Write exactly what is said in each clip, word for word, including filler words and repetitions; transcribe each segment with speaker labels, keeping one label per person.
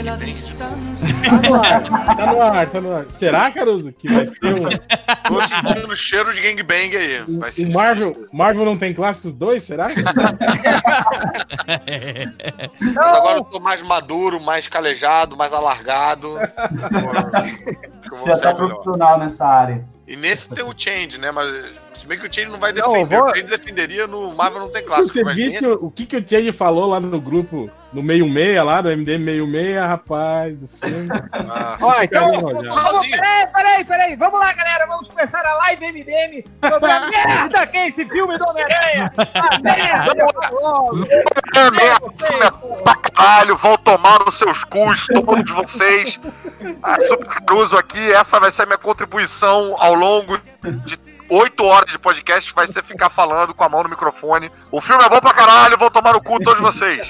Speaker 1: Gangbang.
Speaker 2: Tá no ar, tá no ar, tá no ar. Será, Caruso, que vai ser um...
Speaker 1: Tô sentindo o cheiro de gangbang aí. Vai ser
Speaker 2: o Marvel, Marvel não tem clássicos dois, será?
Speaker 1: Mas agora eu tô mais maduro, mais calejado, mais alargado.
Speaker 3: Já tá profissional nessa área.
Speaker 1: E nesse tem o Change, né? Mas se bem que o Change não vai
Speaker 2: Não,
Speaker 1: defender.
Speaker 2: vou...
Speaker 1: O Change defenderia no Marvel não tem clássico.
Speaker 2: Se você visse nesse... o que, que o Change falou lá no grupo, no meio meia, lá no M D M sessenta e seis, rapaz do filme.
Speaker 4: Ah, Ó, então, vamos, peraí, peraí, peraí. Vamos lá, galera. Vamos começar a live M D M sobre a merda que é esse filme do Homem-Aranha. A merda!
Speaker 1: Pra caralho, vão tomar nos seus cus, todos vocês. Ah, Super Caruso aqui, essa vai ser a minha contribuição ao longo de oito horas de podcast, vai ser ficar falando com a mão no microfone. O filme é bom pra caralho, vão tomar no cu todos vocês.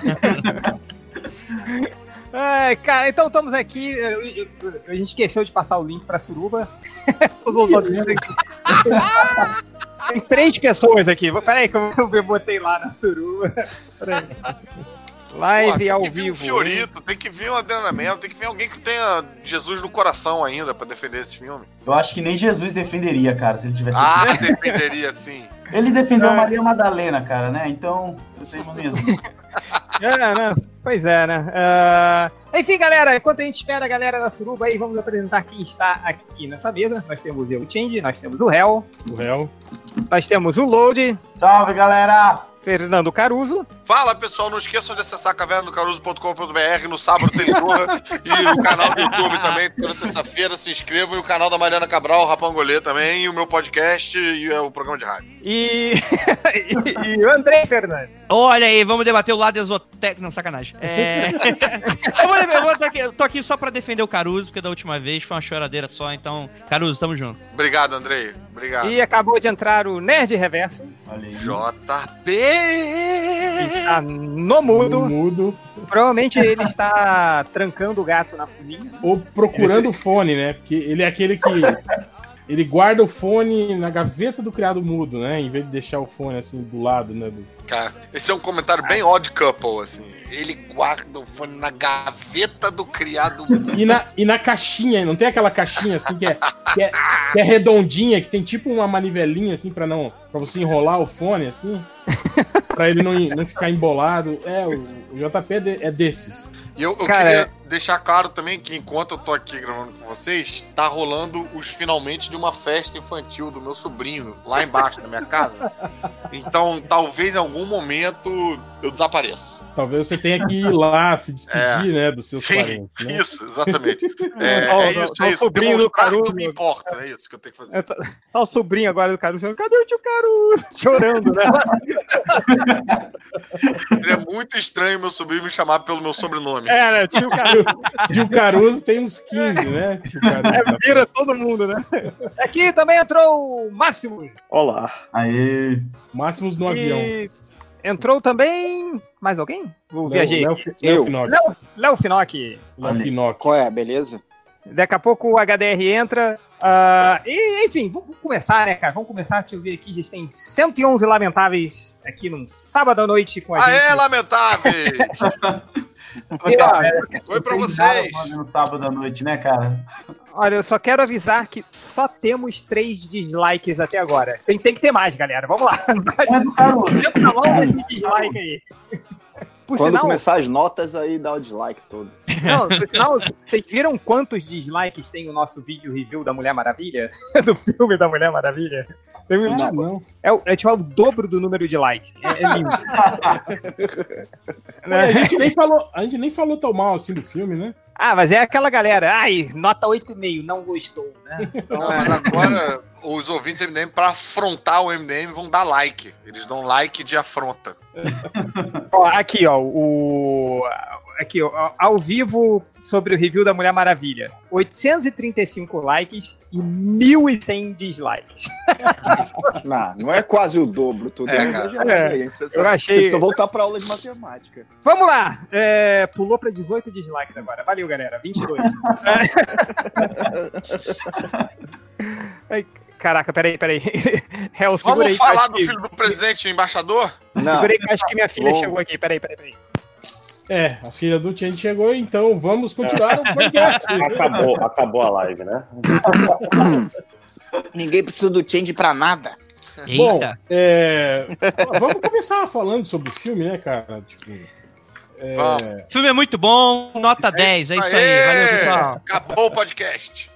Speaker 4: Ai, cara, então estamos aqui. Eu, eu, eu, a gente esqueceu de passar o link pra Suruba. Tem três pessoas aqui. Peraí, que eu, eu botei lá na Suruba. Peraí. Live Pô, ao vivo. Tem que vir um
Speaker 1: Fiorito, tem que vir um Adriana Mello, tem que vir alguém que tenha Jesus no coração ainda pra defender esse filme.
Speaker 3: Eu acho que nem Jesus defenderia, cara, se ele tivesse...
Speaker 1: Ah, assim. defenderia sim.
Speaker 3: Ele defendeu a Maria Madalena, cara, né? Então, eu tenho mesmo.
Speaker 4: É, né? Pois é, né? Uh... Enfim, galera, enquanto a gente espera a galera da Suruba aí, vamos apresentar quem está aqui nessa mesa. Nós temos eu, o Change, nós temos o Hell.
Speaker 2: O Hell.
Speaker 4: Nós temos o Load.
Speaker 3: Salve, galera!
Speaker 4: Fernando Caruso.
Speaker 1: Fala, pessoal, não esqueçam de acessar caverna do caruso ponto com ponto b r, no sábado tem Zorra, e o canal do YouTube também, toda terça-feira, se inscrevam, e o canal da Mariana Cabral, o Rapangolê também, e o meu podcast e o programa de rádio.
Speaker 4: E, e, e o André Fernandes.
Speaker 5: Olha aí, vamos debater o lado esotérico, não, sacanagem. É... eu vou, eu vou tô, aqui, eu tô aqui só pra defender o Caruso, porque da última vez foi uma choradeira só, então, Caruso, tamo junto.
Speaker 1: Obrigado, Andrei, obrigado.
Speaker 4: E acabou de entrar o Nerd Reverso.
Speaker 1: J P
Speaker 4: Está no mudo.
Speaker 2: No mudo.
Speaker 4: Provavelmente ele está trancando o gato na cozinha.
Speaker 2: Ou procurando o fone, né? Porque ele é aquele que... Ele guarda o fone na gaveta do criado mudo, né? Em vez de deixar o fone assim do lado, né? Do...
Speaker 1: Cara, esse é um comentário bem odd couple, assim. Ele guarda o fone na gaveta do criado mudo.
Speaker 2: E na, e na caixinha, não tem aquela caixinha assim que é, que é, que é redondinha, que tem tipo uma manivelinha assim pra, não, pra você enrolar o fone assim? Pra ele não, não ficar embolado. É, o, o J P é, de, é desses.
Speaker 1: E eu, eu
Speaker 4: Cara,
Speaker 1: queria
Speaker 4: é...
Speaker 1: deixar claro também que enquanto eu tô aqui gravando com vocês, tá rolando os finalmente de uma festa infantil do meu sobrinho, lá embaixo da minha casa. Então, talvez em algum momento eu desapareça.
Speaker 2: Talvez você tenha que ir lá se despedir, é. né, dos seus
Speaker 1: Sim,
Speaker 2: parentes. Né?
Speaker 1: Isso, exatamente. É,
Speaker 4: oh,
Speaker 1: é isso,
Speaker 4: oh,
Speaker 1: é isso.
Speaker 4: Sobrinho do Caruso.
Speaker 1: Não me importa, é isso que eu tenho que fazer.
Speaker 4: É, tá, tá o sobrinho agora do Caruso chorando. Cadê o tio Caruso? Chorando, né?
Speaker 1: Ele é muito estranho meu sobrinho me chamar pelo meu sobrenome.
Speaker 4: É, né? Tio Caruso.
Speaker 2: Tio Caruso tem uns quinze, né? Tio Caruso.
Speaker 4: É, vira todo mundo, né? Aqui também entrou o Máximo.
Speaker 6: Olá.
Speaker 3: Aê.
Speaker 2: Máximos no
Speaker 4: e...
Speaker 2: avião.
Speaker 4: Entrou também... Mais alguém? O viajei.
Speaker 2: Léo, Léo Finock.
Speaker 4: Léo, Léo Finock.
Speaker 2: Léo Finock.
Speaker 6: Qual é? Beleza?
Speaker 4: Daqui a pouco o H D R entra. Uh, e, enfim, vamos começar, né, cara? Vamos começar. Deixa eu ver aqui. A gente tem cento e onze lamentáveis aqui num sábado à noite com a
Speaker 1: Aê,
Speaker 4: gente.
Speaker 1: Aê, lamentáveis!
Speaker 3: Oi,
Speaker 1: Oi pra vocês!
Speaker 3: No sábado à noite, né, cara?
Speaker 4: Olha, eu só quero avisar que só temos três dislikes até agora. Tem, tem que ter mais, galera. Vamos lá. Tenta na mão desse dislike aí. Por
Speaker 6: Quando
Speaker 4: sinal,
Speaker 6: começar as notas, aí dá o dislike todo.
Speaker 4: Não, por sinal, vocês viram quantos dislikes tem o nosso vídeo review da Mulher Maravilha? Do filme da Mulher Maravilha? Tem um,
Speaker 2: Ah, não.
Speaker 4: É, é tipo o dobro do número de likes. É, é lindo.
Speaker 2: Ué, a, gente nem falou, a gente nem falou tão mal assim do filme, né?
Speaker 4: Ah, mas é aquela galera, ai, nota oito e meio, não gostou, né? Então,
Speaker 1: não, mas agora os ouvintes do M D M, pra afrontar o M D M, vão dar like. Eles dão like de afronta.
Speaker 4: Ó, aqui, ó, o... Aqui, ó, ao vivo sobre o review da Mulher Maravilha. oitocentos e trinta e cinco likes e mil e cem dislikes.
Speaker 6: Não, não é quase o dobro, tudo é, exagerado.
Speaker 4: É,
Speaker 6: aí. Você
Speaker 4: eu
Speaker 6: só,
Speaker 4: achei...
Speaker 6: você só voltar pra aula de matemática.
Speaker 4: Vamos lá! É, pulou pra dezoito dislikes agora. Valeu, galera. vinte e dois. Ai, caraca, peraí, peraí. Hell,
Speaker 1: Vamos falar
Speaker 4: aí,
Speaker 1: do filho do presidente, embaixador?
Speaker 6: Não.
Speaker 4: Segurei que acho que minha filha
Speaker 6: Bom.
Speaker 4: chegou aqui. Peraí, peraí, peraí.
Speaker 2: É, a filha do Change chegou, então vamos continuar o podcast.
Speaker 7: Acabou, acabou a live, né?
Speaker 6: Ninguém precisa do Change pra nada.
Speaker 2: Bom,
Speaker 5: Eita.
Speaker 2: é, vamos começar falando sobre o filme, né, cara? Tipo, é,
Speaker 5: O filme é muito bom, nota dez, é isso aí. Valeu, pessoal.
Speaker 1: Acabou o podcast.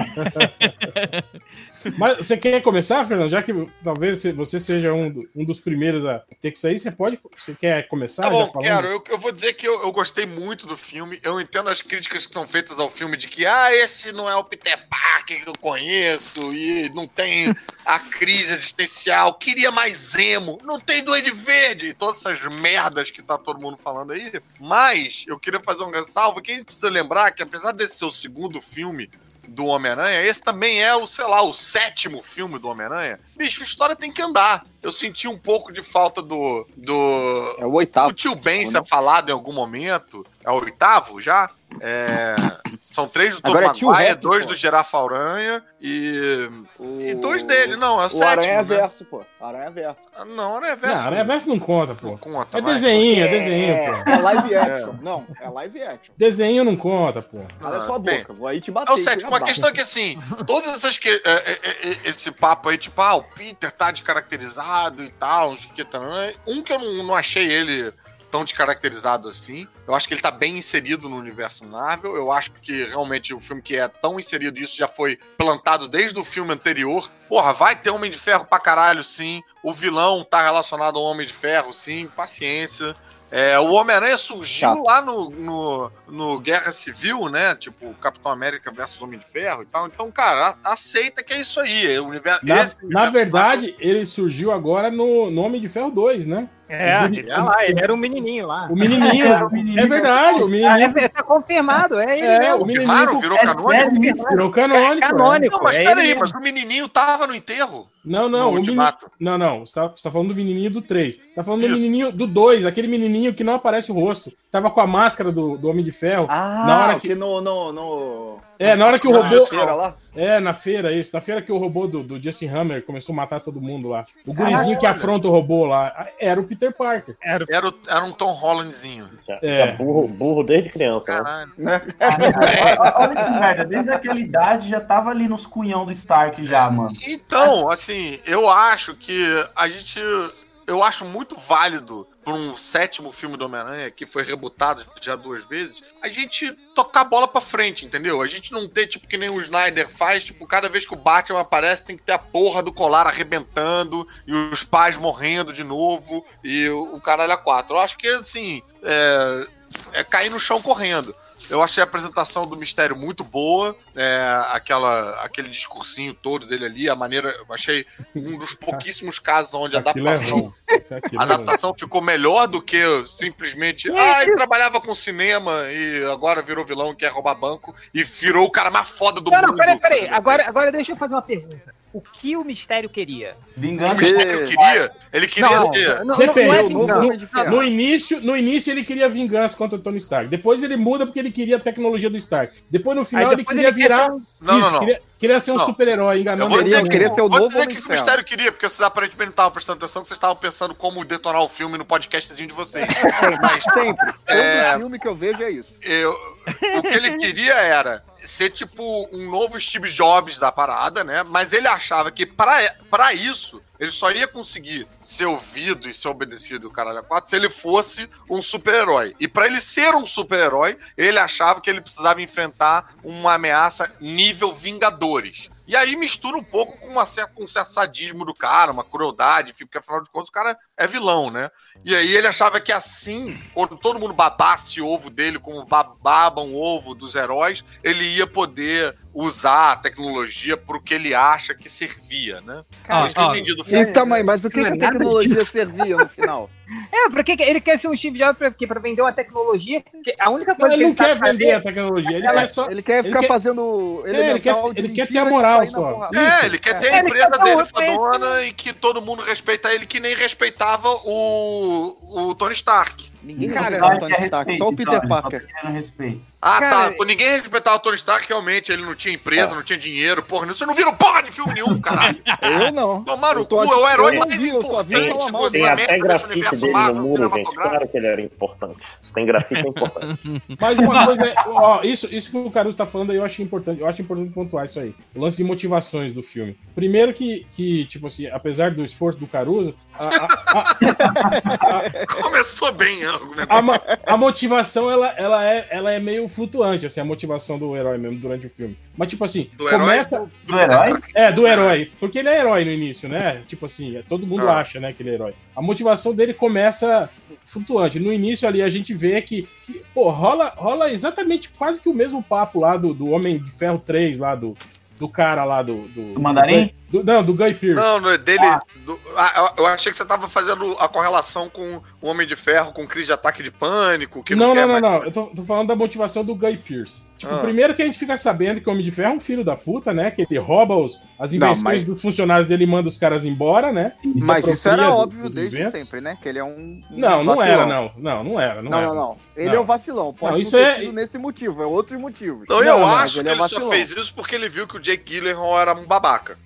Speaker 2: mas você quer começar, Fernando? Já que talvez você seja um, do- um dos primeiros a ter que sair, você pode. Você quer começar?
Speaker 1: Tá
Speaker 2: já
Speaker 1: bom,
Speaker 2: falando?
Speaker 1: quero. Eu, eu vou dizer que eu, eu gostei muito do filme. Eu entendo as críticas que são feitas ao filme de que, ah, esse não é o Peter Parker que eu conheço e não tem a crise existencial. Queria mais emo. Não tem Duende Verde. Todas essas merdas que tá todo mundo falando aí. Mas eu queria fazer um ressalvo que a gente precisa lembrar que, apesar desse ser o segundo filme do Homem-Aranha, esse também é o, sei lá, o sétimo filme do Homem-Aranha. Bicho, a história tem que andar. Eu senti um pouco de falta do... do...
Speaker 6: É o oitavo.
Speaker 1: O tio Ben ser falado em algum momento. É o oitavo já? É, são três do Tom
Speaker 6: Agora é tio
Speaker 1: Maguire,
Speaker 6: Rap,
Speaker 1: dois
Speaker 6: pô.
Speaker 1: do Girafa Aranha e...
Speaker 6: O...
Speaker 1: e dois dele. Não, é o,
Speaker 6: O
Speaker 1: sétimo,
Speaker 6: Aranha
Speaker 1: né?
Speaker 6: Verso, pô. Aranha Verso.
Speaker 1: Ah, Não, Aranha
Speaker 2: Não,
Speaker 1: Verso.
Speaker 2: Aranha Verso não conta,
Speaker 1: não
Speaker 2: pô.
Speaker 1: conta,
Speaker 2: É
Speaker 1: vai.
Speaker 2: desenho, é desenho, pô.
Speaker 6: É live action. Não, é live action.
Speaker 2: Desenho não conta, pô.
Speaker 6: Olha
Speaker 1: Ah,
Speaker 6: sua
Speaker 1: bem.
Speaker 6: boca, vou aí te
Speaker 1: É
Speaker 6: bater.
Speaker 1: o sétimo. A questão é que, assim, todas essas... Que, é, é, é, esse papo aí, tipo, ah, o Peter tá descaracterizado e tal, não sei o que também. Um que eu não, não achei ele tão descaracterizado assim. Eu acho que ele tá bem inserido no universo Marvel. Eu acho que, realmente, o filme que é tão inserido, isso já foi plantado desde o filme anterior. Porra, vai ter Homem de Ferro pra caralho, sim. O vilão tá relacionado ao Homem de Ferro, sim. Paciência. É, o Homem-Aranha surgiu
Speaker 6: Chato.
Speaker 1: lá no, no, no Guerra Civil, né? Tipo, Capitão América versus Homem de Ferro e tal. Então, cara, a- aceita que é isso aí. O universo,
Speaker 2: Na,
Speaker 1: esse
Speaker 2: na
Speaker 1: universo
Speaker 2: verdade, ele surgiu agora no, no Homem de Ferro dois, né?
Speaker 4: É,
Speaker 2: O
Speaker 4: ele, era lá, ele era um menininho lá.
Speaker 2: O menininho.
Speaker 3: É, o menininho.
Speaker 2: É verdade, o
Speaker 4: Ah,
Speaker 2: menininho.
Speaker 4: é, tá confirmado, é ele
Speaker 2: É,
Speaker 4: mesmo.
Speaker 2: o menininho
Speaker 1: Confirmaram?
Speaker 2: do-
Speaker 1: Virou
Speaker 3: É
Speaker 1: canônico?
Speaker 3: sério isso?
Speaker 2: virou canônico.
Speaker 4: É canônico.
Speaker 1: Não, mas
Speaker 4: é ele
Speaker 1: peraí,
Speaker 4: mesmo.
Speaker 1: mas o menininho tava no enterro.
Speaker 2: Não, não,
Speaker 1: No
Speaker 2: o menino...
Speaker 1: Ultimato.
Speaker 2: não, não, você tá, você tá falando do menininho do três. Tá falando do
Speaker 1: Isso.
Speaker 2: menininho do dois, aquele menininho que não aparece o rosto. Tava com a máscara do, do Homem de Ferro.
Speaker 6: Ah,
Speaker 2: Na hora que-
Speaker 6: que no, no, no...
Speaker 2: É, na hora que o
Speaker 1: Não,
Speaker 2: robô.
Speaker 1: isso
Speaker 6: Feira lá?
Speaker 2: É, na feira, isso. Na feira que o robô do, do Justin Hammer começou a matar todo mundo lá. O gurizinho que afronta o robô lá era o Peter Parker.
Speaker 4: Era o-
Speaker 1: Era, o- era um Tom Hollandzinho.
Speaker 7: Já,
Speaker 2: É.
Speaker 7: já burro, burro desde criança, né?
Speaker 1: Caralho.
Speaker 3: Olha que merda, desde aquela idade já tava ali nos cunhão do Stark já, mano.
Speaker 1: Então, assim, eu acho que a gente. Eu acho muito válido para um sétimo filme do Homem-Aranha, que foi rebutado já duas vezes, a gente tocar a bola pra frente, entendeu? A gente não ter, tipo, que nem o Snyder faz, tipo, cada vez que o Batman aparece tem que ter a porra do colar arrebentando e os pais morrendo de novo e o, o caralho a quatro. Eu acho que, assim, é, é cair no chão correndo. Eu achei a apresentação do Mistério muito boa, é, aquela, aquele discursinho todo dele ali, a maneira, eu achei um dos pouquíssimos casos onde a
Speaker 2: Aquilo é
Speaker 1: adaptação
Speaker 2: ruim. Aquilo
Speaker 1: a
Speaker 2: é ruim.
Speaker 1: adaptação ficou melhor do que simplesmente. Ah, ele trabalhava com cinema e agora virou vilão e quer roubar banco e virou o cara mais foda do
Speaker 4: Não,
Speaker 1: mundo.
Speaker 4: não, peraí, peraí. Agora, agora deixa eu fazer uma pergunta. O que o Mistério queria?
Speaker 1: O
Speaker 3: Vingança.
Speaker 1: Mistério queria. Ele queria
Speaker 4: Não,
Speaker 1: ser.
Speaker 4: não, não,
Speaker 2: Depende.
Speaker 4: não é
Speaker 6: O novo
Speaker 4: vingança.
Speaker 6: Homem de Ferro.
Speaker 2: No início, no início ele queria vingança contra o Tony Stark. Depois ele muda porque ele queria a tecnologia do Stark. Depois no final
Speaker 4: Aí
Speaker 2: ele
Speaker 4: depois
Speaker 2: queria
Speaker 4: ele quer
Speaker 2: virar.
Speaker 4: ser um-
Speaker 1: Não,
Speaker 2: isso,
Speaker 1: não, não.
Speaker 2: Queria, queria ser um
Speaker 1: Não.
Speaker 2: super-herói,
Speaker 1: Eu
Speaker 2: enganando
Speaker 1: vou dizer,
Speaker 6: Queria- queria ser o
Speaker 1: vou
Speaker 6: novo
Speaker 1: dizer
Speaker 6: Homem
Speaker 1: que
Speaker 6: de
Speaker 1: o
Speaker 6: Ferro.
Speaker 1: Mistério queria, porque vocês aparentemente não estavam prestando atenção, que vocês estavam pensando como detonar o filme no podcastzinho de vocês. Mas
Speaker 6: Sempre. Todo
Speaker 1: É.
Speaker 6: filme que eu vejo é isso.
Speaker 1: eu, o que ele queria era ser tipo um novo Steve Jobs da parada, né? Mas ele achava que pra, pra isso ele só ia conseguir ser ouvido e ser obedecido, o caralho a quatro, se ele fosse um super-herói. E pra ele ser um super-herói, ele achava que ele precisava enfrentar uma ameaça nível Vingadores. E aí mistura um pouco com, uma certa, com um certo sadismo do cara, uma crueldade, enfim, porque afinal de contas o cara é vilão, né? E aí ele achava que assim, quando todo mundo babasse o ovo dele como babam o ovo dos heróis, ele ia poder usar a tecnologia pro que ele acha que servia, né?
Speaker 5: Ó,
Speaker 1: É isso que eu
Speaker 5: ó,
Speaker 1: entendi do filme.
Speaker 6: Então, mãe, mas o que,
Speaker 4: Não
Speaker 6: que
Speaker 4: é
Speaker 6: a
Speaker 4: nada
Speaker 6: tecnologia servia no final?
Speaker 4: É, porque ele quer ser um Steve Jobs pra quê? Pra vender uma tecnologia. Que a única
Speaker 2: Não,
Speaker 4: coisa
Speaker 2: ele
Speaker 4: que
Speaker 2: não
Speaker 4: ele sabe
Speaker 2: quer vender
Speaker 4: fazer
Speaker 2: a tecnologia, ele
Speaker 4: Ela-
Speaker 2: quer só.
Speaker 6: Ele quer ficar
Speaker 2: quer-
Speaker 6: fazendo
Speaker 2: É, ele quer-
Speaker 6: elemental de
Speaker 2: ele quer
Speaker 6: mentira
Speaker 2: ter a
Speaker 6: e
Speaker 2: moral
Speaker 6: sair na
Speaker 2: só.
Speaker 6: porrada.
Speaker 1: É,
Speaker 2: Isso.
Speaker 1: ele quer ter
Speaker 4: É.
Speaker 1: a empresa
Speaker 4: Ele quer
Speaker 1: dele
Speaker 4: ter um
Speaker 1: fodona e que todo mundo respeita ele, que nem respeitava o, o Tony Stark.
Speaker 6: Ninguém
Speaker 3: Cara,
Speaker 6: respeitava o Tony
Speaker 3: quer
Speaker 6: Stark,
Speaker 3: respeito,
Speaker 6: só o Peter
Speaker 3: então,
Speaker 6: Parker.
Speaker 3: só querendo respeito.
Speaker 1: Ah,
Speaker 4: Cara,
Speaker 1: tá. Pô, ninguém respeitava o Tony Stark, realmente. Ele não tinha empresa, não tinha dinheiro. Porra, você não viram porra de filme nenhum, caralho.
Speaker 6: Eu não.
Speaker 1: Tomaram o
Speaker 6: Eu tô
Speaker 1: cu,
Speaker 6: aqui-
Speaker 1: é o herói
Speaker 6: eu não
Speaker 1: mais
Speaker 6: vi, eu só vi
Speaker 1: importante
Speaker 6: falar mal
Speaker 1: do
Speaker 6: dele.
Speaker 7: Tem
Speaker 1: orçamento
Speaker 7: até
Speaker 1: desse
Speaker 7: grafite
Speaker 1: universo
Speaker 7: dele no
Speaker 1: Marvel
Speaker 7: muro, gente.
Speaker 1: cinematográfico.
Speaker 7: Claro que ele era importante. Se tem grafite, é importante.
Speaker 2: Mas uma coisa, é, ó, isso, isso que o Caruso tá falando aí, eu acho importante, eu acho importante pontuar isso aí. O lance de motivações do filme. Primeiro que, que tipo assim, apesar do esforço do Caruso, a, a, a,
Speaker 1: Começou bem a argumentar.
Speaker 2: a, ma- a motivação, ela, ela, é, ela é meio flutuante, assim, a motivação do herói mesmo durante o filme. Mas, tipo assim,
Speaker 1: Do herói?
Speaker 2: começa...
Speaker 3: Do herói?
Speaker 2: É, do herói. Porque ele é herói no início, né? Tipo assim, todo mundo
Speaker 1: Ah.
Speaker 2: acha, né, que ele é herói. A motivação dele começa flutuante. No início ali a gente vê que, que pô, rola, rola exatamente quase que o mesmo papo lá do, do Homem de Ferro três, lá do, do cara lá do... Do,
Speaker 3: Do Mandarim?
Speaker 2: do- não, do Guy Pearce.
Speaker 1: Não, não é dele. do- ah, eu eu achei que você tava fazendo a correlação com o Homem de Ferro, com crise de ataque de pânico. Que
Speaker 2: Não,
Speaker 1: não,
Speaker 2: não,
Speaker 1: quer
Speaker 2: não,
Speaker 1: mais-
Speaker 2: não. Eu tô, tô falando da motivação do Guy Pearce. Tipo,
Speaker 1: Ah.
Speaker 2: primeiro que a gente fica sabendo que o Homem de Ferro é um filho da puta, né? Que ele rouba os, as
Speaker 6: Não,
Speaker 2: invenções
Speaker 6: mas-
Speaker 2: dos funcionários dele e manda os caras embora, né? E se
Speaker 6: Mas isso era
Speaker 2: apropria do-
Speaker 6: óbvio
Speaker 2: dos
Speaker 6: desde
Speaker 2: inventos.
Speaker 6: sempre, né? Que ele é um. um
Speaker 2: Não, não
Speaker 6: vacilão.
Speaker 2: era, não. Não, não era. Não,
Speaker 6: Não,
Speaker 2: era.
Speaker 6: não, não. Ele
Speaker 2: Não.
Speaker 6: é o vacilão. Pode
Speaker 2: Não,
Speaker 6: não,
Speaker 2: isso
Speaker 6: ter
Speaker 2: é-
Speaker 6: sido nesse motivo, é outros motivos.
Speaker 1: Não, eu
Speaker 2: Não, não,
Speaker 1: acho
Speaker 6: mas
Speaker 1: que
Speaker 6: ele é
Speaker 1: ele só
Speaker 6: vacilão.
Speaker 1: fez isso porque ele viu que o Jake Gyllenhaal era um babaca.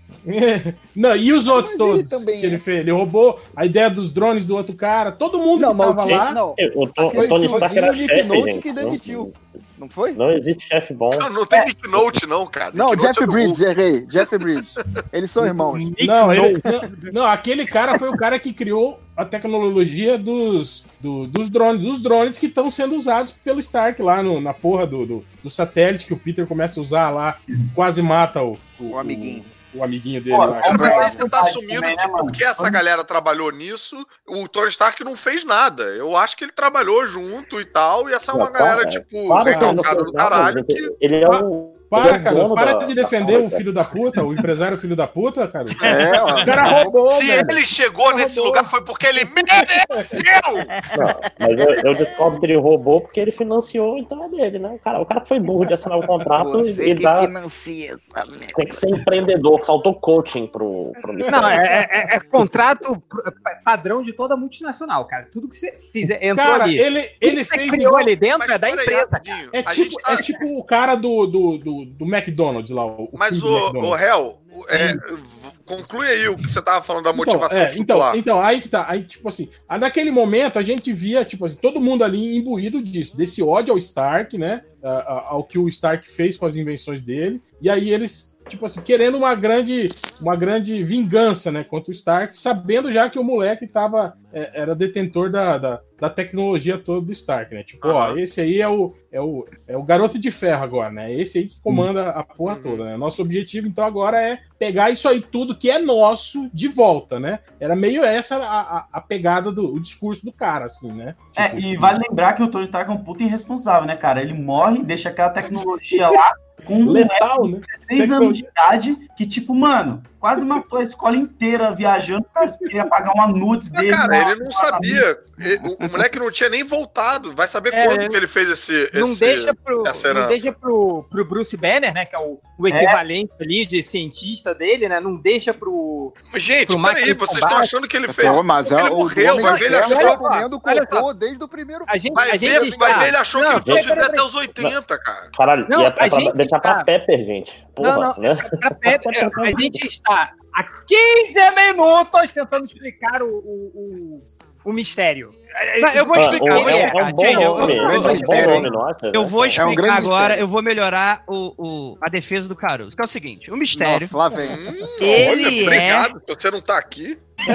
Speaker 2: Não, e os outros
Speaker 6: Mas ele
Speaker 2: todos
Speaker 6: também
Speaker 2: que ele
Speaker 6: é.
Speaker 2: fez? Ele roubou a ideia dos drones do outro cara. Todo mundo
Speaker 6: Não,
Speaker 2: que
Speaker 6: mas o
Speaker 2: tava
Speaker 6: Jake-
Speaker 2: lá.
Speaker 6: não.
Speaker 7: O, To-
Speaker 6: Aquele
Speaker 7: o Tony Stark
Speaker 6: tiozinho
Speaker 7: era
Speaker 6: Nick
Speaker 7: chefe,
Speaker 6: Nolte
Speaker 7: gente.
Speaker 6: que
Speaker 7: Não-
Speaker 6: demitiu. Não foi?
Speaker 7: Não existe chefe bom.
Speaker 1: Não, não tem Nick Note, não, cara.
Speaker 6: Não,
Speaker 1: Nick Note
Speaker 6: Jeff
Speaker 1: é do
Speaker 6: Bridges,
Speaker 1: Hulk.
Speaker 6: errei. Jeff Bridges. Eles são irmãos.
Speaker 2: Não, ele, não, não, aquele cara foi o cara que criou a tecnologia dos, do- dos drones. Os drones que estão sendo usados pelo Stark lá no- na porra do, do, do satélite que o Peter começa a usar lá. Quase mata o,
Speaker 6: O amiguinho.
Speaker 2: o amiguinho dele
Speaker 3: Pô,
Speaker 2: lá.
Speaker 3: é
Speaker 1: Mas
Speaker 3: verdade
Speaker 1: você tá assumindo
Speaker 3: também, né,
Speaker 1: que
Speaker 3: mano?
Speaker 1: porque essa galera trabalhou nisso, o Tony Stark não fez nada. Eu acho que ele trabalhou junto e tal, e essa é uma
Speaker 7: Não,
Speaker 1: galera,
Speaker 7: para,
Speaker 1: tipo,
Speaker 7: para, cara,
Speaker 1: recalcada
Speaker 7: não
Speaker 1: do
Speaker 7: fez nada,
Speaker 1: caralho.
Speaker 7: gente.
Speaker 1: Que...
Speaker 7: Ele é o.
Speaker 2: Para,
Speaker 7: ele é o
Speaker 2: cara.
Speaker 7: dono
Speaker 2: Para
Speaker 7: da-
Speaker 2: de
Speaker 7: da
Speaker 2: defender
Speaker 7: fábrica.
Speaker 2: o filho da puta, o empresário filho da puta, cara.
Speaker 6: É, ó.
Speaker 2: O cara roubou,
Speaker 1: Se
Speaker 2: velho.
Speaker 1: ele chegou
Speaker 2: Ele
Speaker 1: nesse
Speaker 2: roubou.
Speaker 1: lugar foi porque ele mereceu!
Speaker 7: Não, mas eu, eu descobro que ele roubou porque ele financiou, então é dele, né? O cara, o cara foi burro de assinar o contrato e,
Speaker 6: Você
Speaker 7: e
Speaker 6: que
Speaker 7: dá,
Speaker 6: financia essa merda.
Speaker 7: tem que ser empreendedor. Faltou coaching pro, pro
Speaker 4: Não, é, é- é contrato pr- padrão de toda multinacional, cara. Tudo que você fizer, entrou
Speaker 2: Cara,
Speaker 4: ali.
Speaker 2: ele,
Speaker 4: Tudo
Speaker 2: ele
Speaker 4: que você
Speaker 2: fez
Speaker 4: criou
Speaker 2: igual-
Speaker 4: ali dentro
Speaker 1: Mas
Speaker 4: é da
Speaker 1: peraí,
Speaker 4: empresa.
Speaker 1: rapidinho.
Speaker 2: É
Speaker 1: A
Speaker 2: tipo,
Speaker 1: gente tá-
Speaker 2: é tipo o cara do, do, do, do McDonald's lá, o
Speaker 1: Mas
Speaker 2: filho do
Speaker 1: o,
Speaker 2: McDonald's.
Speaker 1: o Hel, é, conclui aí o que você tava falando da
Speaker 2: Então,
Speaker 1: motivação
Speaker 2: é, então,
Speaker 1: flutuar.
Speaker 2: então, aí que tá. Aí, tipo assim, ah, naquele momento a gente via, tipo assim, todo mundo ali imbuído disso, desse ódio ao Stark, né? a- a- Ao que o Stark fez com as invenções dele. E aí eles, tipo assim, querendo uma grande, uma grande vingança, né? Contra o Stark, sabendo já que o moleque tava, é, era detentor da, da, da tecnologia toda do Stark, né? Tipo, ó,
Speaker 1: Aham.
Speaker 2: esse aí é o, é, o, é o garoto de ferro agora, né? Esse aí que comanda a porra
Speaker 1: Uhum.
Speaker 2: toda, né? Nosso objetivo, então, agora é pegar isso aí tudo que é nosso de volta, né? Era meio essa a, a, a pegada do o discurso do cara, assim, né?
Speaker 3: É,
Speaker 2: Tipo,
Speaker 3: e vale lembrar que o Tony Stark é um puta irresponsável, né, cara? Ele morre, deixa aquela tecnologia lá com um
Speaker 2: letal, né?
Speaker 3: dezesseis anos de idade que, tipo, mano, quase matou a escola inteira viajando, cara, queria pagar uma nudes
Speaker 1: Mas,
Speaker 3: dele.
Speaker 1: cara,
Speaker 3: na-
Speaker 1: ele não sabia. Ele- o, o moleque não tinha nem voltado. Vai saber
Speaker 4: É,
Speaker 1: quando
Speaker 4: ele-
Speaker 1: que ele fez esse.
Speaker 4: Não
Speaker 1: esse-
Speaker 4: deixa, pro,
Speaker 1: essa
Speaker 4: não
Speaker 1: herança.
Speaker 4: deixa pro, pro Bruce Banner, né? Que é o, o equivalente ali de cientista dele, né? Não deixa pro.
Speaker 1: Mas, gente,
Speaker 4: pro
Speaker 1: peraí,
Speaker 4: máquina de
Speaker 1: vocês
Speaker 4: combate.
Speaker 1: estão achando que ele fez.
Speaker 6: Pô, mas
Speaker 1: ele
Speaker 6: é, o
Speaker 1: morreu,
Speaker 6: Homem
Speaker 1: vai
Speaker 6: de
Speaker 1: ver, ele
Speaker 6: Ferro
Speaker 1: achou.
Speaker 6: tá comendo
Speaker 4: olha só.
Speaker 6: cocô desde o primeiro
Speaker 4: A gente,
Speaker 1: Vai
Speaker 4: a gente
Speaker 1: ver,
Speaker 4: está...
Speaker 1: vai ver, ele achou
Speaker 4: Não,
Speaker 1: que ele fosse
Speaker 4: peraí,
Speaker 1: viver
Speaker 4: peraí.
Speaker 1: até os oitenta, cara.
Speaker 7: Caralho,
Speaker 4: Não,
Speaker 7: e é,
Speaker 4: a
Speaker 7: é pra
Speaker 4: gente
Speaker 7: deixar
Speaker 4: tá-
Speaker 7: pra Pepper, gente. Porra,
Speaker 4: Não, não,
Speaker 7: né?
Speaker 4: Pra Pepe, a gente está há quinze minutos tentando explicar o, o, o, o mistério.
Speaker 5: Não, eu vou
Speaker 7: Ah,
Speaker 5: explicar.
Speaker 7: o-
Speaker 5: vou
Speaker 7: é, um-
Speaker 5: explicar.
Speaker 7: é um bom
Speaker 5: Gente, eu-
Speaker 7: nome.
Speaker 5: eu-
Speaker 7: É um
Speaker 6: grande
Speaker 7: bom
Speaker 6: mistério,
Speaker 7: nome,
Speaker 6: hein?
Speaker 7: nossa.
Speaker 5: Eu vou
Speaker 6: É um
Speaker 5: explicar
Speaker 6: grande
Speaker 5: agora,
Speaker 6: mistério.
Speaker 5: eu vou melhorar o, o- a defesa do Caruso. Que é o seguinte: o mistério.
Speaker 6: Nossa, lá vem.
Speaker 1: Hum,
Speaker 5: Ele
Speaker 1: olha,
Speaker 5: é-
Speaker 1: obrigado. Você não tá aqui.